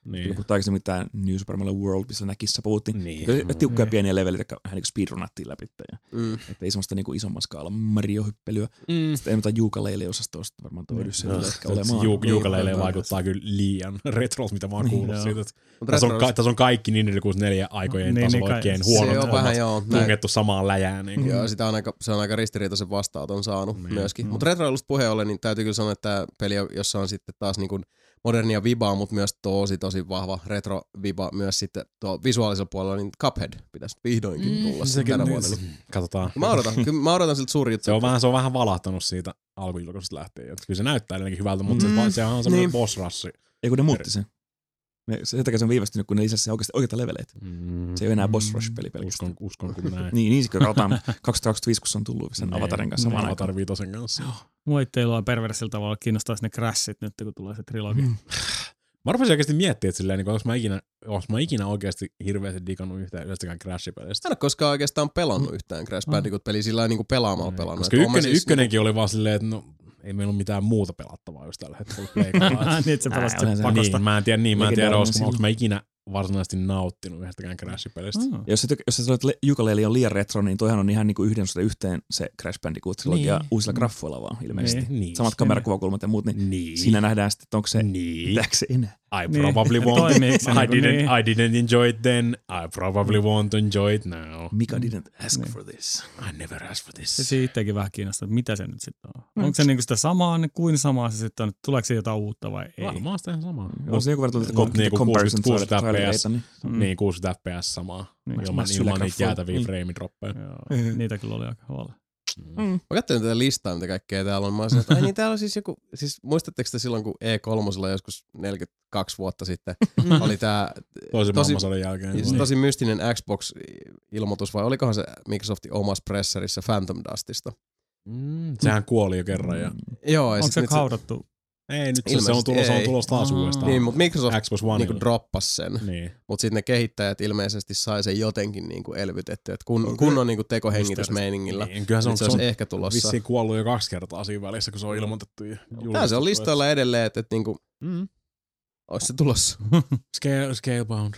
Niin. Kyllä puhuttiin aikaisemmin tämä New Super Mario World, missä näkissä puhuttiin. Niin. Kyllä tiukkoja pieniä leveleitä vähän niin kuin speedrunattiin läpi. Ja, Mm. että ei semmoista niin kuin isomman skaalan Mario-hyppelyä. Mm. Sitten ei mitään Juukaleile-osastoa, sitten varmaan toi Odyssey No, ehkä olemaan. Ju- Juukaleille Niin, vaikuttaa kyllä liian retrolta, mitä mä oon Niin, kuullut joo. siitä. Että Mut Tässä on, retro- ka- tässä on kaikki Nintendo kuusikymmentäneljä aikojen Niin, tasolla niin, oikein se huonot on hommat vähän, joo, näin. tungettu samaan läjään. Niin. Joo, sitä on aika, se on aika ristiriitaisen vastaanoton saanut Niin. myöskin. Mm. Mutta retroilusta puheen ollen, niin täytyy kyllä sanoa, että tämä peli, jossa on sitten taas niin kuin modernia vibaa, mutta myös tosi tosi vahva retro-viba myös sitten tuo visuaalisella puolella, niin Cuphead pitäisi vihdoinkin Mm. tulla Sekin tänä nyt- vuonna. Niin. Katsotaan. Mä odotan, kyllä mä odotan siltä suuri juttu. Se on vähän, se on vähän valahtanut siitä alkujulkaisusta lähtien. Että kyllä se näyttää edelleenkin hyvältä, mutta Mm. mm. se, se on semmoinen Niin. boss russi. Ei kun ne muutti sen. Ne, sen takia se on viivästynyt, kun ne lisäsi se oikeasti oikeita leveleitä. Mm. Se ei ole enää boss rush-peli pelkästään. Uskon, uskon kun näin. Niin, niin kun katsotaan kaksituhattakaksikymmentäviisi, kun se on tullut sen Avatarin kanssa samaan aikaan. Avatar viitosen kanssa. Mua itse iloa perversillä tavalla kiinnostaisi ne crashit nyt, kun tulee se trilogia. Mm. Mä rupesin oikeasti miettimään, että silleen, niin onko mä ikinä, onko mä ikinä oikeasti hirveästi digannut yhtään yhdestäkään Crash-pelistä. Mä en ole koskaan oikeastaan pelannut yhtään Crash Bandicoot-peliä sillä lailla niin kuin pelaamalla pelannut. Koska Että oon mä ykkönen, siis- ykkönenkin oli vaan silleen, että no, ei meillä ole mitään muuta pelattavaa just tällä hetkellä pleikalla. niin, että se Ää, pelasit olihan se- pakosta. Niin, mä en tiedä, niin, mä en tiedä, Legendaarinen olisiko, silloin. onko mä ikinä varsinaisesti nauttinut yhdestäkään Crash-pelistä. Mm. Ja jos sä, tyk- jos sä sanoit, että Yooka-Laylee on liian retro, niin toihan on ihan niinku yhden osalta yhteen se Crash Bandicoot-trilogia Niin. uusilla graffoilla vaan ilmeisesti. Niin. Samat kamerakuvakulmat ja muut, niin, Niin. siinä nähdään sitten, että onko se, Niin. pitääkö se enää. I Niin. probably Et won't. toimiiko se I niinku didn't, niin? I didn't enjoy it then. I probably won't enjoy it now. Mika didn't ask Niin. for this. I never asked for Se this. siitäkin vähän kiinnostaa, että mitä se nyt sitten on. Mm. Onko se niinku sitä samaa, niin kuin samaa se sitten on, että tuleeko se jotain uutta vai ei? Varmaan sitä ihan samaa. On se joku verran tullut Mut niinku comparison kuusikymmentä trailereita, niin Mm. Niin, kuusikymmentä F P S samaa. Niin. Ilman, Mä syllä ilman niitä graffoja. jäätäviä Niin. frame-droppeja. Joo, niitä kyllä oli aika huolella. Mm. Mä katselin tätä listaa, mitä kaikkea täällä on. Mä olisin, että ai niin, täällä on siis joku, siis muistatteko te silloin, kun E kolme joskus neljäkymmentäkaksi vuotta sitten oli tää Toisen tosi, maailmansodan jälkeen. siis tosi mystinen Xbox-ilmoitus, vai olikohan se Microsoftin omassa presserissa Phantom Dustista? Mm, sehän kuoli jo kerran. Ja... Joo, ja Onko sit se nyt haudattu? Ei, nyt se, se Ilmeisesti on tulossa, se on ei. tulossa taas Aa. uudestaan. niin, mutta Microsoft Xbox One. niinku droppas sen. Niin. Mutta sitten ne kehittäjät ilmeisesti sai sen jotenkin niinku elvytetty, että kun, kun on niinku tekohengitysmeiningillä, Niin, kyllähän se on, se se olisi on ehkä tulossa. vissiin kuollut jo kaksi kertaa siinä välissä, kun se on ilmoitettu. Ja Tää se on listoilla edelleen, että, että niinku, Mm. olisi se tulossa. Scale, scalebound.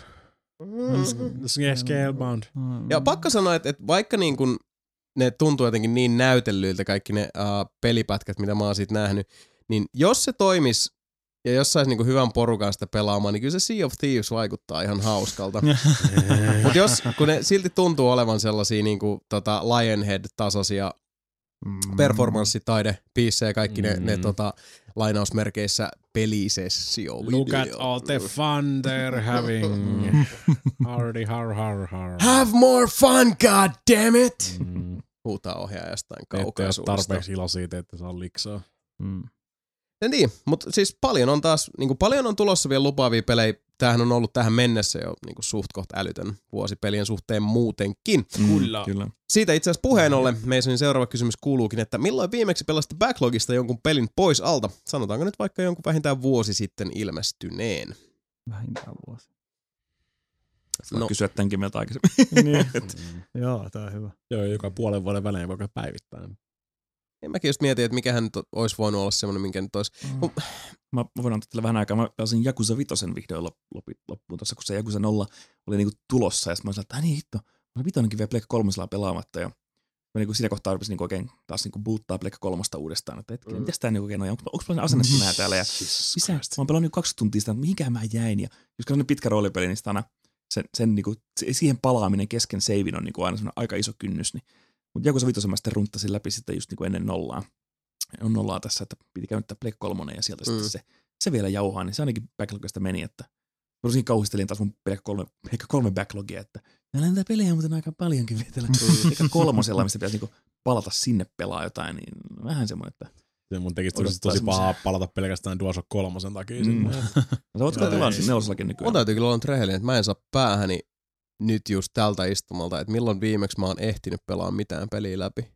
Scale, scalebound. Ja pakko sanoa, että, että vaikka niin kun ne tuntuu jotenkin niin näytellyiltä kaikki ne uh, pelipätkät, mitä mä oon siitä nähnyt, niin jos se toimis ja jos sais niinku hyvän porukan sitä pelaamaan, niin kyllä se Sea of Thieves vaikuttaa ihan hauskalta. Mutta jos, kun ne silti tuntuu olevan sellaisia niinku, tota, Lionhead-tasoisia Mm. performanssitaide, piissejä, kaikki ne, Mm. ne tota, lainausmerkeissä pelisessio. Look at all the fun they're having. Hardy har har har. Have more fun, god damn it! Mm. Huutaa ohjaaja jostain Te ette kaukaa ole suunnasta. tarpeeksi iloisia, te ette saa liksaa. Mm. En tiedä, mutta siis paljon on taas, niinku paljon on tulossa vielä lupaavia pelejä. Tämähän on ollut tähän mennessä jo niinku suht koht älytön vuosi pelien suhteen muutenkin. Kyllä. Kyllä. Siitä itse asiassa puheen ollen, Meisonin seuraava kysymys kuuluukin, että milloin viimeksi pelasitte backlogista jonkun pelin pois alta? Sanotaanko nyt vaikka jonkun vähintään vuosi sitten ilmestyneen? Vähintään vuosi. Voit No. kysyä tämänkin meiltä aikaisemmin. niin. Mm. Joo, tää on hyvä. Joo, joka puolen vuoden välein voi päivittää. En mäkin just mietin, että mikähän nyt olisi voinut olla semmoinen, minkä nyt olisi. Mä, mä voin antaa teille vähän aikaa. Mä pelasin Yakuza Vitosen vihdoin lop- loppuun tuossa, kun se Yakuza nolla oli niinku tulossa. Ja sitten mä sanoin, että niin hitto, mä Vitonenkin vielä Pleikka kolmosella pelaamatta. Ja mä niinku siinä kohtaa rupesin niinku oikein taas niinku boottaa Pleikka kolmosta uudestaan. Että hetkinen, Mm. mitäs tää niinku oikein on? Onko, onko paljon asennettu nää täällä? Ja missä? Mä oon pelannut niinku kaksi tuntia sitä, että mihinkään mä jäin. Ja jos on pitkä roolipeli, niin sitä aina sen, sen niinku, siihen palaaminen kesken seivin on niinku aina semmoinen aika iso kynnys. Niin. Mutta Yakuza Vitosen mä sitten runttasin läpi sitten just niinku ennen nollaa. On nollaa tässä, että piti käyttää Play kolme ja sieltä mm. sitten se, se vielä jauhaa, niin se ainakin backlogista meni, että mä tosin kauhistelin taas mun Play kolme, Play kolme backlogia, että täällä on näitä pelejä muuten aika paljonkin vielä. Play kolmosella, mistä pitäisi niinku palata sinne pelaa jotain, niin vähän semmoinen, että Se mun tekisi tosi, Odottaa tosi semmosia- pahaa palata pelkästään DualShock kolmosen takia. Mm. Mm. no, sä voitko pelaa siis nelosellakin nykyään? Mun täytyy kyllä olla nyt rehellinen, että mä en saa päähäni nyt just tältä istumalta, että milloin viimeksi mä oon ehtinyt pelaa mitään peliä läpi.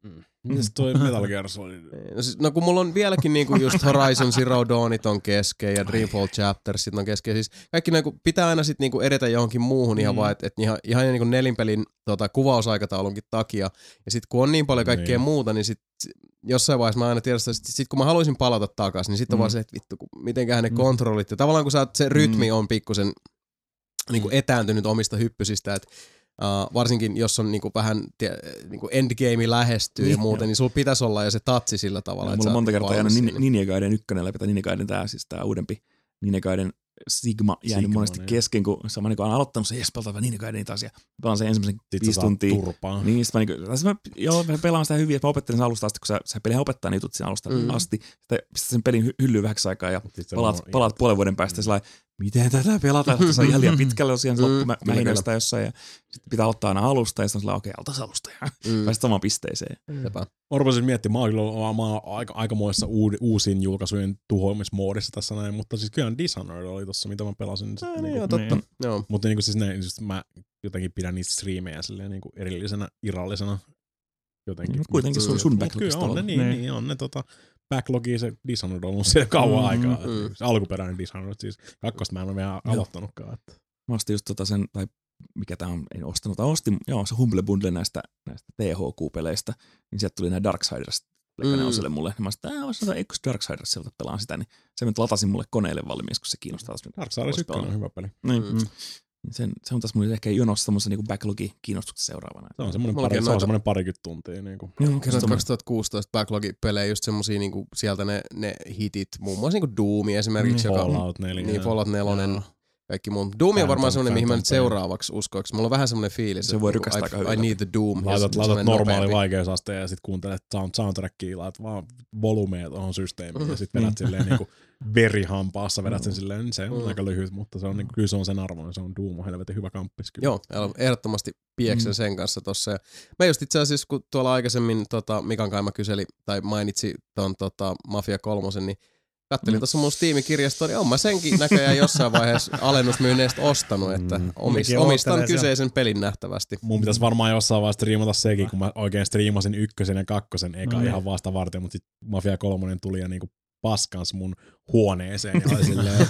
Mitäs toi Metal Gear Solid? No, siis, no kun mulla on vieläkin niinku just Horizon Zero Dawnit on kesken ja Dreamfall Chaptersit on kesken. Siis kaikki niinku pitää aina sit niinku edetä johonkin muuhun ihan mm. vaan, että et ihan, ihan niinku nelinpelin tota, kuvausaikataulunkin takia. Ja sit kun on niin paljon kaikkea niin. muuta, niin sit jossain vaiheessa mä aina tiedostan, että sit, sit kun mä haluaisin palata takaisin, niin sit on mm. vaan se, että vittu, mitenköhän ne mm. kontrollit. Ja tavallaan kun sä oot, se rytmi mm. on pikkusen niinku etääntynyt omista hyppysistä, että Uh, varsinkin jos on niinku vähän tie, niinku endgame lähestyy niin, ja muuten, jo. niin sulla pitäisi olla jo se tatsi sillä tavalla. Mulla on monta kertaa jäänyt Ninja Gaiden ykkönen läpi, tai Ninja Gaiden tää, siis tää uudempi Ninja Gaiden Sigma jäänyt Sigma, monesti niin. kesken, kun sä oon niinku aina aloittanut se, jes, pelataan Ninja Gaiden taas, ja pelaan sen ensimmäisen viisi tuntia. Turpaa. Niin, sit mä niinku, mä, joo, mä pelaan sitä hyvin, että mä opettelin sen alusta asti, kun sä, sä peliä opettaa niin jutut sen alusta mm. asti, sitten pistät sen pelin hyllyyn vähäksi aikaa, ja palaat, palaat puolen vuoden päästä, mm. sellainen, miten tätä pelataan, se on ihan liian pitkälle tosiaan se loppu, mä, mä hinoin sitä jossain, ja sitten pitää ottaa aina alusta, ja sitten on sellainen, okei, okay, altaas alusta, ja mm. pääsit samaan pisteeseen. Sepä. Mä rupesin miettimään, mä oon, mä oon aika, aikamoissa uud, uusin julkaisujen tuhoamismoodissa tässä näin, mutta siis kyllä Dishonored oli tossa, mitä mä pelasin. Äh, niin joo, totta. Niin. Joo. Mutta niin siis näin, siis mä jotenkin pidän niitä striimejä silleen niin erillisenä, irrallisena jotenkin. No, kuitenkin se on sun backlogista. Kyllä on ne, niin, niin. niin on ne tota, backlogia se Dishonored on ollut siellä kauan mm, aikaa. Mm. Se alkuperäinen Dishonored, siis kakkosta mä en ole vielä aloittanutkaan. Että. Mä ostin just tota sen, tai mikä tää on, en ostanut, tai ostin, joo, se Humble Bundle näistä, näistä T H Q-peleistä, niin sieltä tuli nää Darksiders mm. osille mulle. Ja mä sanoin, että ostan eikö Darksiders sieltä pelaan sitä, niin se mä latasin mulle koneelle valmiiksi, kun se kiinnostaa. Darksiders yksi on hyvä peli. Niin. Mm. Sen, se on taas mulle ehkä jonossa semmoisen niinku backlogi kiinnostuksessa seuraavana. Se on semmoinen pari, se on semmoinen parikymmentä tuntia. Niinku. Joo, kerran kaksituhattakuusitoista backlogi-pelejä, just semmosia niinku, sieltä ne, ne hitit, muun muassa niinku Doom esimerkiksi. Mm. Joka, Fallout neljä. Niin, Fallout neljä. Kaikki muun. Doom on varmaan semmoinen, mihin mä nyt seuraavaksi uskoiksi. Mulla on vähän semmoinen fiilis, se voi rykästä aika hyvin. I need the Doom. Laitat, laitat normaali vaikeusasteen ja sit kuuntelet sound, soundtrackia, laitat vaan volumeet tuohon systeemiin ja sit vedät silleen niinku verihampaassa, vedät sen silleen, niin se on mm. aika lyhyt, mutta se on niinku, kyllä se on sen arvoinen, se on Doom on helvetin hyvä kamppis. Kyllä. Joo, ehdottomasti pieksen mm. sen kanssa tossa. Ja mä just itse asiassa, kun tuolla aikaisemmin tota, Mikan kanssa kyseli tai mainitsi ton tota, Mafia kolmosen, niin kattelin tuossa mun Steam-kirjastoa, niin on mä senkin näköjään jossain vaiheessa alennusmyynneistä ostanut, että omist, omistan kyseisen pelin nähtävästi. Mun pitäisi varmaan jossain vaiheessa striimata sekin, kun mä oikein striimasin ykkösen ja kakkosen eka no, ihan vasta varten, mutta sitten Mafia kolmonen tuli ja niinku paskans mun huoneeseen ja oli silleen,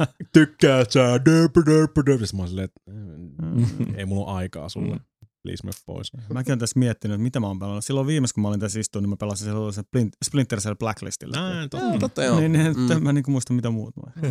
tykkäät sä, döpö, döpö, döpö. Sitten mä oon silleen, että ei mulla ole aikaa sulle. Mm. Please move pois. Mäkin olen tässä miettinyt, että mitä mä oon pelannut. Silloin viimeis, kun mä olin tässä istuun, niin mä pelasin sellaisen Splinter Cell Blacklistilla. Näin, totta. totta joo. Niin, niin mm. mä en niin muista mitä muut. Mä,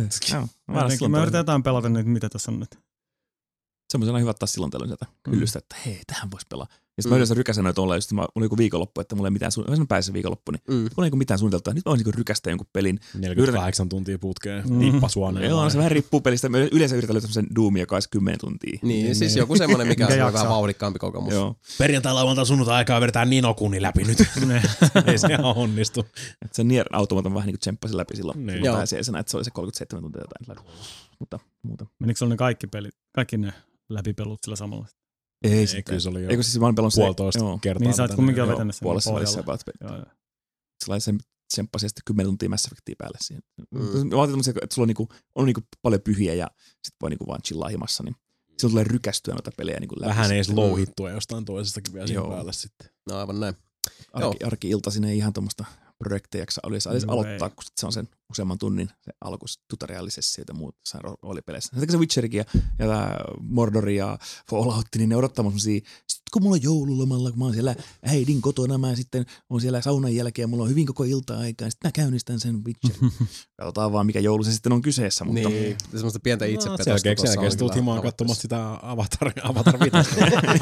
mä, mä yritän jotain pelata nyt, mitä tässä on nyt. Semmoisena hyvä taas silloin tällöin sieltä hyllystä, että hei, tähän vois pelaa. Ja sitten mm. mä yleensä rykäsen noita olla, just mä olin joku viikonloppu, että mulla ei mitään suunniteltua. Mä pääsin viikonloppu, niin mm. mulla ei mitään suunniteltua. Nyt mä voisin rykästä jonkun pelin. neljäkymmentäkahdeksan tuntia putkeen, mm. nippasuoneen. Joo, se vähän riippuu pelistä. Mä yleensä yritän löytää semmoisen Doomia, joka olisi kymmenen tuntia. Niin, niin siis joku semmoinen, mikä on vähän vauhdikkaampi kokemus. Joo. Perjantai, lauantai, sunnuntai aikaa vedetään Ninokuni läpi nyt. Ei se ihan onnistu. Et se Nier Automata vähän niin kuin tsemppasin läpi silloin. Niin. Pääsiäisenä, että se oli se kolmekymmentäseitsemän tuntia jotain. Mutta muuta. Menikö sulla ne kaikki pelit, kaikki ne läpipelut sillä samalla? Ei, ei sitten. Kyllä se oli jo Eikö siis mä oon pelannut puolitoista se, kertaa. Niin sä oot kumminkin vetänyt sen puolessa välissä about. Sellaisen tsemppasin sitten kymmenen tuntia Mass Effectia päälle siihen. Mm. Mä ajattelin, että sulla on, niinku, on niinku paljon pyhiä ja sit voi niinku vaan chillaa himassa, niin silloin tulee rykästyä noita pelejä niinku läpi. Vähän edes louhittua jostain toisestakin vielä siihen päälle sitten. No aivan näin. Arki, arki-iltaisin ei ihan tuommoista projekteja olisi no, aloittaa, ei. Kun se on sen useamman tunnin se alku tutoriaalisessa ja muut roolipeleissä. Se Witcherikin ja, ja tämä Mordori ja Fallout, niin ne odottaa mun semmosia, sit kun mulla on joululomalla, kun mä oon siellä äidin kotona, mä sitten on siellä saunan jälkeen ja mulla on hyvin koko ilta-aikaa, ja sitten mä käynnistän sen Witcherin. Katsotaan vaan, mikä joulu se sitten on kyseessä. Mutta... Niin, semmoista pientä itsepetosta. No, selkeäksi selkeästi tullut himaan katsomassa sitä Avatar, Avatar viitosta.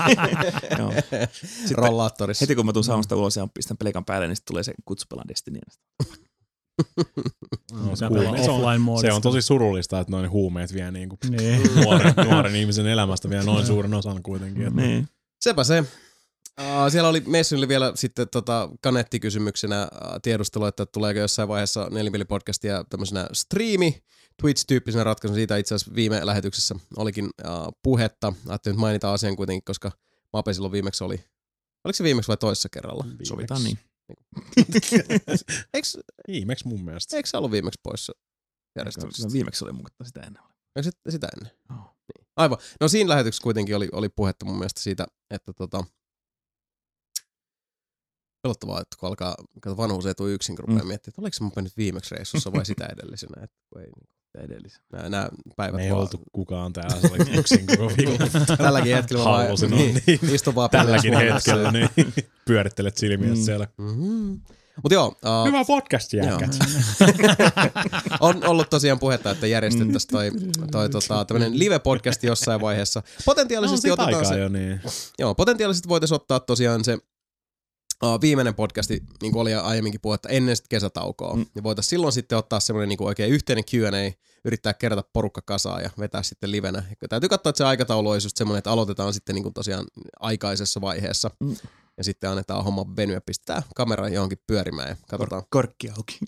Rollaattorissa. Heti kun mä tuun saunasta ulos ja pistän pelikan päälle, niin sitten tulee se kutsupelan Destiny. No, se, se, on, se on tosi surullista, että noin huumeet vie niinku niin. nuoren, nuoren ihmisen elämästä vielä noin suuren osan kuitenkin. Että... Niin. Sepä se. Uh, siellä oli Messunille vielä sitten tota, kanettikysymyksenä uh, tiedustelu, että tuleeko jossain vaiheessa Nelinpeli-podcastia tämmöisenä striimi, Twitch-tyyppisenä ratkaisun. Siitä itse asiassa viime lähetyksessä olikin uh, puhetta. Ajattelin nyt mainita asian kuitenkin, koska Mape silloin viimeksi oli. Oliko se viimeksi vai toisessa kerralla? Viimeksi. Sovitaan niin. Eiks, viimeksi mun mielestä. Eikö se ollut viimeksi poissa järjestyksestä? Viimeksi oli mutta sitä ennen. Eikö se, sitä ennen? Oh. Niin. Aivan. No siinä lähetyksessä kuitenkin oli, oli puhetta mun mielestä siitä, että tota, pelottavaa, että kun alkaa vanhuus ei tule yksin, kun rupeaa mm. miettimään, että oliko mä mennyt viimeksi reissussa vai sitä edellisenä. Että ei, sitä edellisenä. Nämä, nämä päivät me ei vaan... oltu kukaan täällä, se oli yksin koko viikon. Tälläkin hetkellä vaan niin, niin, istun vaan tälläkin hetkellä, niin pyörittelet silmiä mm. siellä. Mm-hmm. Mut joo, uh, hyvä podcast, jääkät. On ollut tosiaan puhetta, että järjestettäisiin toi, toi tota, tämmönen live-podcast jossain vaiheessa. Potentiaalisesti no, otetaan se... Jo, niin. Joo, potentiaalisesti voitaisiin ottaa tosiaan se uh, viimeinen podcasti, niin kuin oli aiemminkin puhetta, ennen sit kesätaukoa. Mm. Ja voitaisiin silloin sitten ottaa semmoinen niin kuin oikein yhteinen Q and A, yrittää kerätä porukka kasaan ja vetää sitten livenä. Ja täytyy katsoa, että se aikataulu olisi just semmoinen, että aloitetaan sitten niin kuin tosiaan aikaisessa vaiheessa. Mm. Ja sitten annetaan homma venyä, pistetään kamera johonkin pyörimään ja katsotaan. Kor- korkki auki.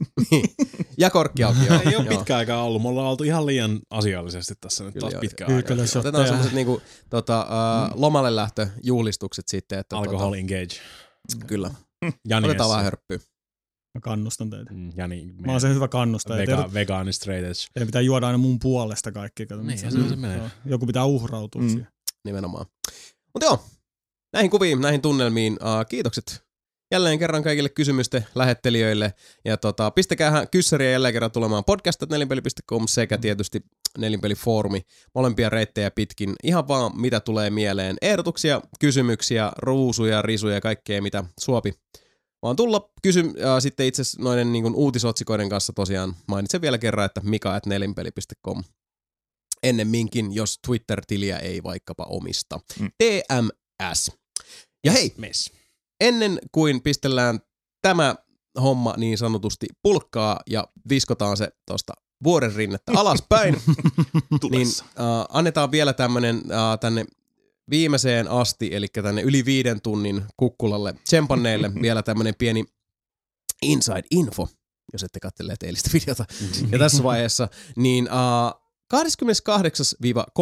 ja korkki auki, joo. Ei ole pitkä aikaa ollut. Me ollaan oltu ihan liian asiallisesti tässä nyt taas pitkään aikaa. Otetaan sellaiset niinku, tota, uh, lomalle lähtöjuhlistukset sitten. Että, Alcohol tota, engage. Kyllä. Jani otetaan vähän hörppyä. Mä kannustan teitä. Mm, Jani, mä oon sen hyvä kannustaja. Vega, vegaani straight edge. Teidän pitää juoda aina mun puolesta kaikki. Niin, se, se, se menee. Joku pitää uhrautua mm. siihen. Nimenomaan. Mutta joo. Näihin kuviin, näihin tunnelmiin, uh, kiitokset jälleen kerran kaikille kysymysten lähettelijöille. Ja tota, pistäkäähän kyssäriä jälleen kerran tulemaan podcast piste nelinpeli piste com sekä tietysti Nelinpelifoorumi. Molempia reittejä pitkin. Ihan vaan mitä tulee mieleen. Ehdotuksia, kysymyksiä, ruusuja, risuja ja kaikkea mitä suopi. Vaan tulla kysy äh, sitten itse asiassa noiden niin kuin uutisotsikoiden kanssa tosiaan. Mainitsen vielä kerran, että mika at nelinpeli piste com. Ennemminkin, jos Twitter-tiliä ei vaikkapa omista. Mm. T M S. Ja hei, Mes. ennen kuin pistellään tämä homma niin sanotusti pulkkaa ja viskotaan se tuosta vuoren rinnettä alaspäin, niin äh, annetaan vielä tämmönen äh, tänne viimeiseen asti, eli tänne yli viiden tunnin kukkulalle tsempanneille vielä tämmönen pieni inside info, jos ette katselleet eilistä videota. Ja tässä vaiheessa, niin äh, kahdeskymmeneskahdeksas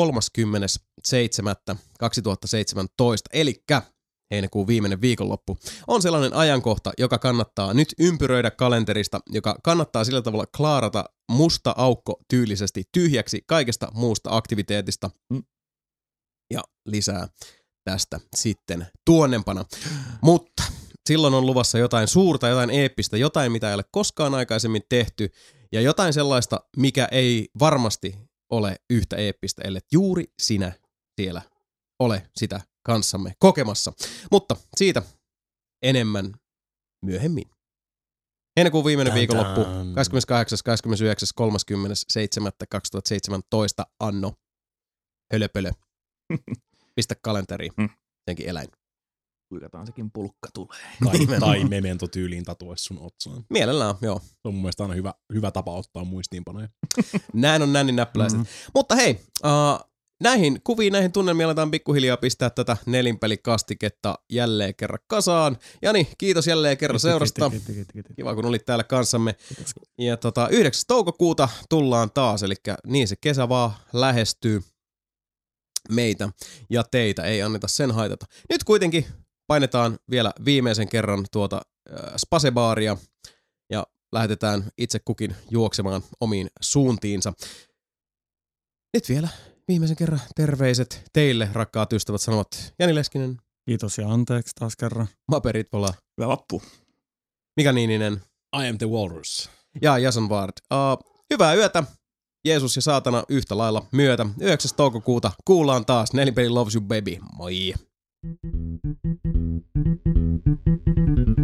kolmaskymmenesseitsemäs kaksituhattaseitsemäntoista, elikkä heinäkuun viimeinen viikonloppu, on sellainen ajankohta, joka kannattaa nyt ympyröidä kalenterista, joka kannattaa sillä tavalla klaarata musta aukko tyylisesti tyhjäksi kaikesta muusta aktiviteetista. Ja lisää tästä sitten tuonnempana. Mutta silloin on luvassa jotain suurta, jotain eeppistä, jotain mitä ei ole koskaan aikaisemmin tehty ja jotain sellaista, mikä ei varmasti ole yhtä eeppistä, ellei juuri sinä siellä ole sitä kanssamme kokemassa. Mutta siitä enemmän myöhemmin. Heinäkuun viimeinen viikonloppu, kahdeskymmeneskahdeksas kahdeskymmenesyhdeksäs kolmaskymmenesseitsemäs kaksituhattaseitsemäntoista anno. Hölöpölö. Pistä kalenteriin. Mm. Senkin eläin. Kuikataan sekin pulkka tulee. Tai, tai memento-tyyliin tatuoisi sun otsaan. Mielellään, joo. Se on mun mielestä aina hyvä, hyvä tapa ottaa muistiinpanoja. Näin on nännin näppäläiset. Mm-hmm. Mutta hei, uh, näihin kuviin, näihin tunnelmiin aletaan pikkuhiljaa pistää tätä nelinpelikastiketta jälleen kerran kasaan. Jani, kiitos jälleen kerran seurasta. Kiva, kun olit täällä kanssamme. Ja tota, yhdeksäs toukokuuta tullaan taas, eli niin se kesä vaan lähestyy meitä ja teitä. Ei anneta sen haitata. Nyt kuitenkin painetaan vielä viimeisen kerran tuota äh, spasebaaria ja lähetetään itse kukin juoksemaan omiin suuntiinsa. Nyt vielä viimeisen kerran terveiset teille, rakkaat ystävät, sanovat Jani Leskinen. Kiitos ja anteeksi taas kerran. Mape Ritvola. Hyvä vappu. Mika Niininen. I am the walrus. Ja Jason Ward. Uh, hyvää yötä. Jeesus ja saatana yhtä lailla myötä. yhdeksäs toukokuuta kuullaan taas. Nelinpeli loves you baby. Moi.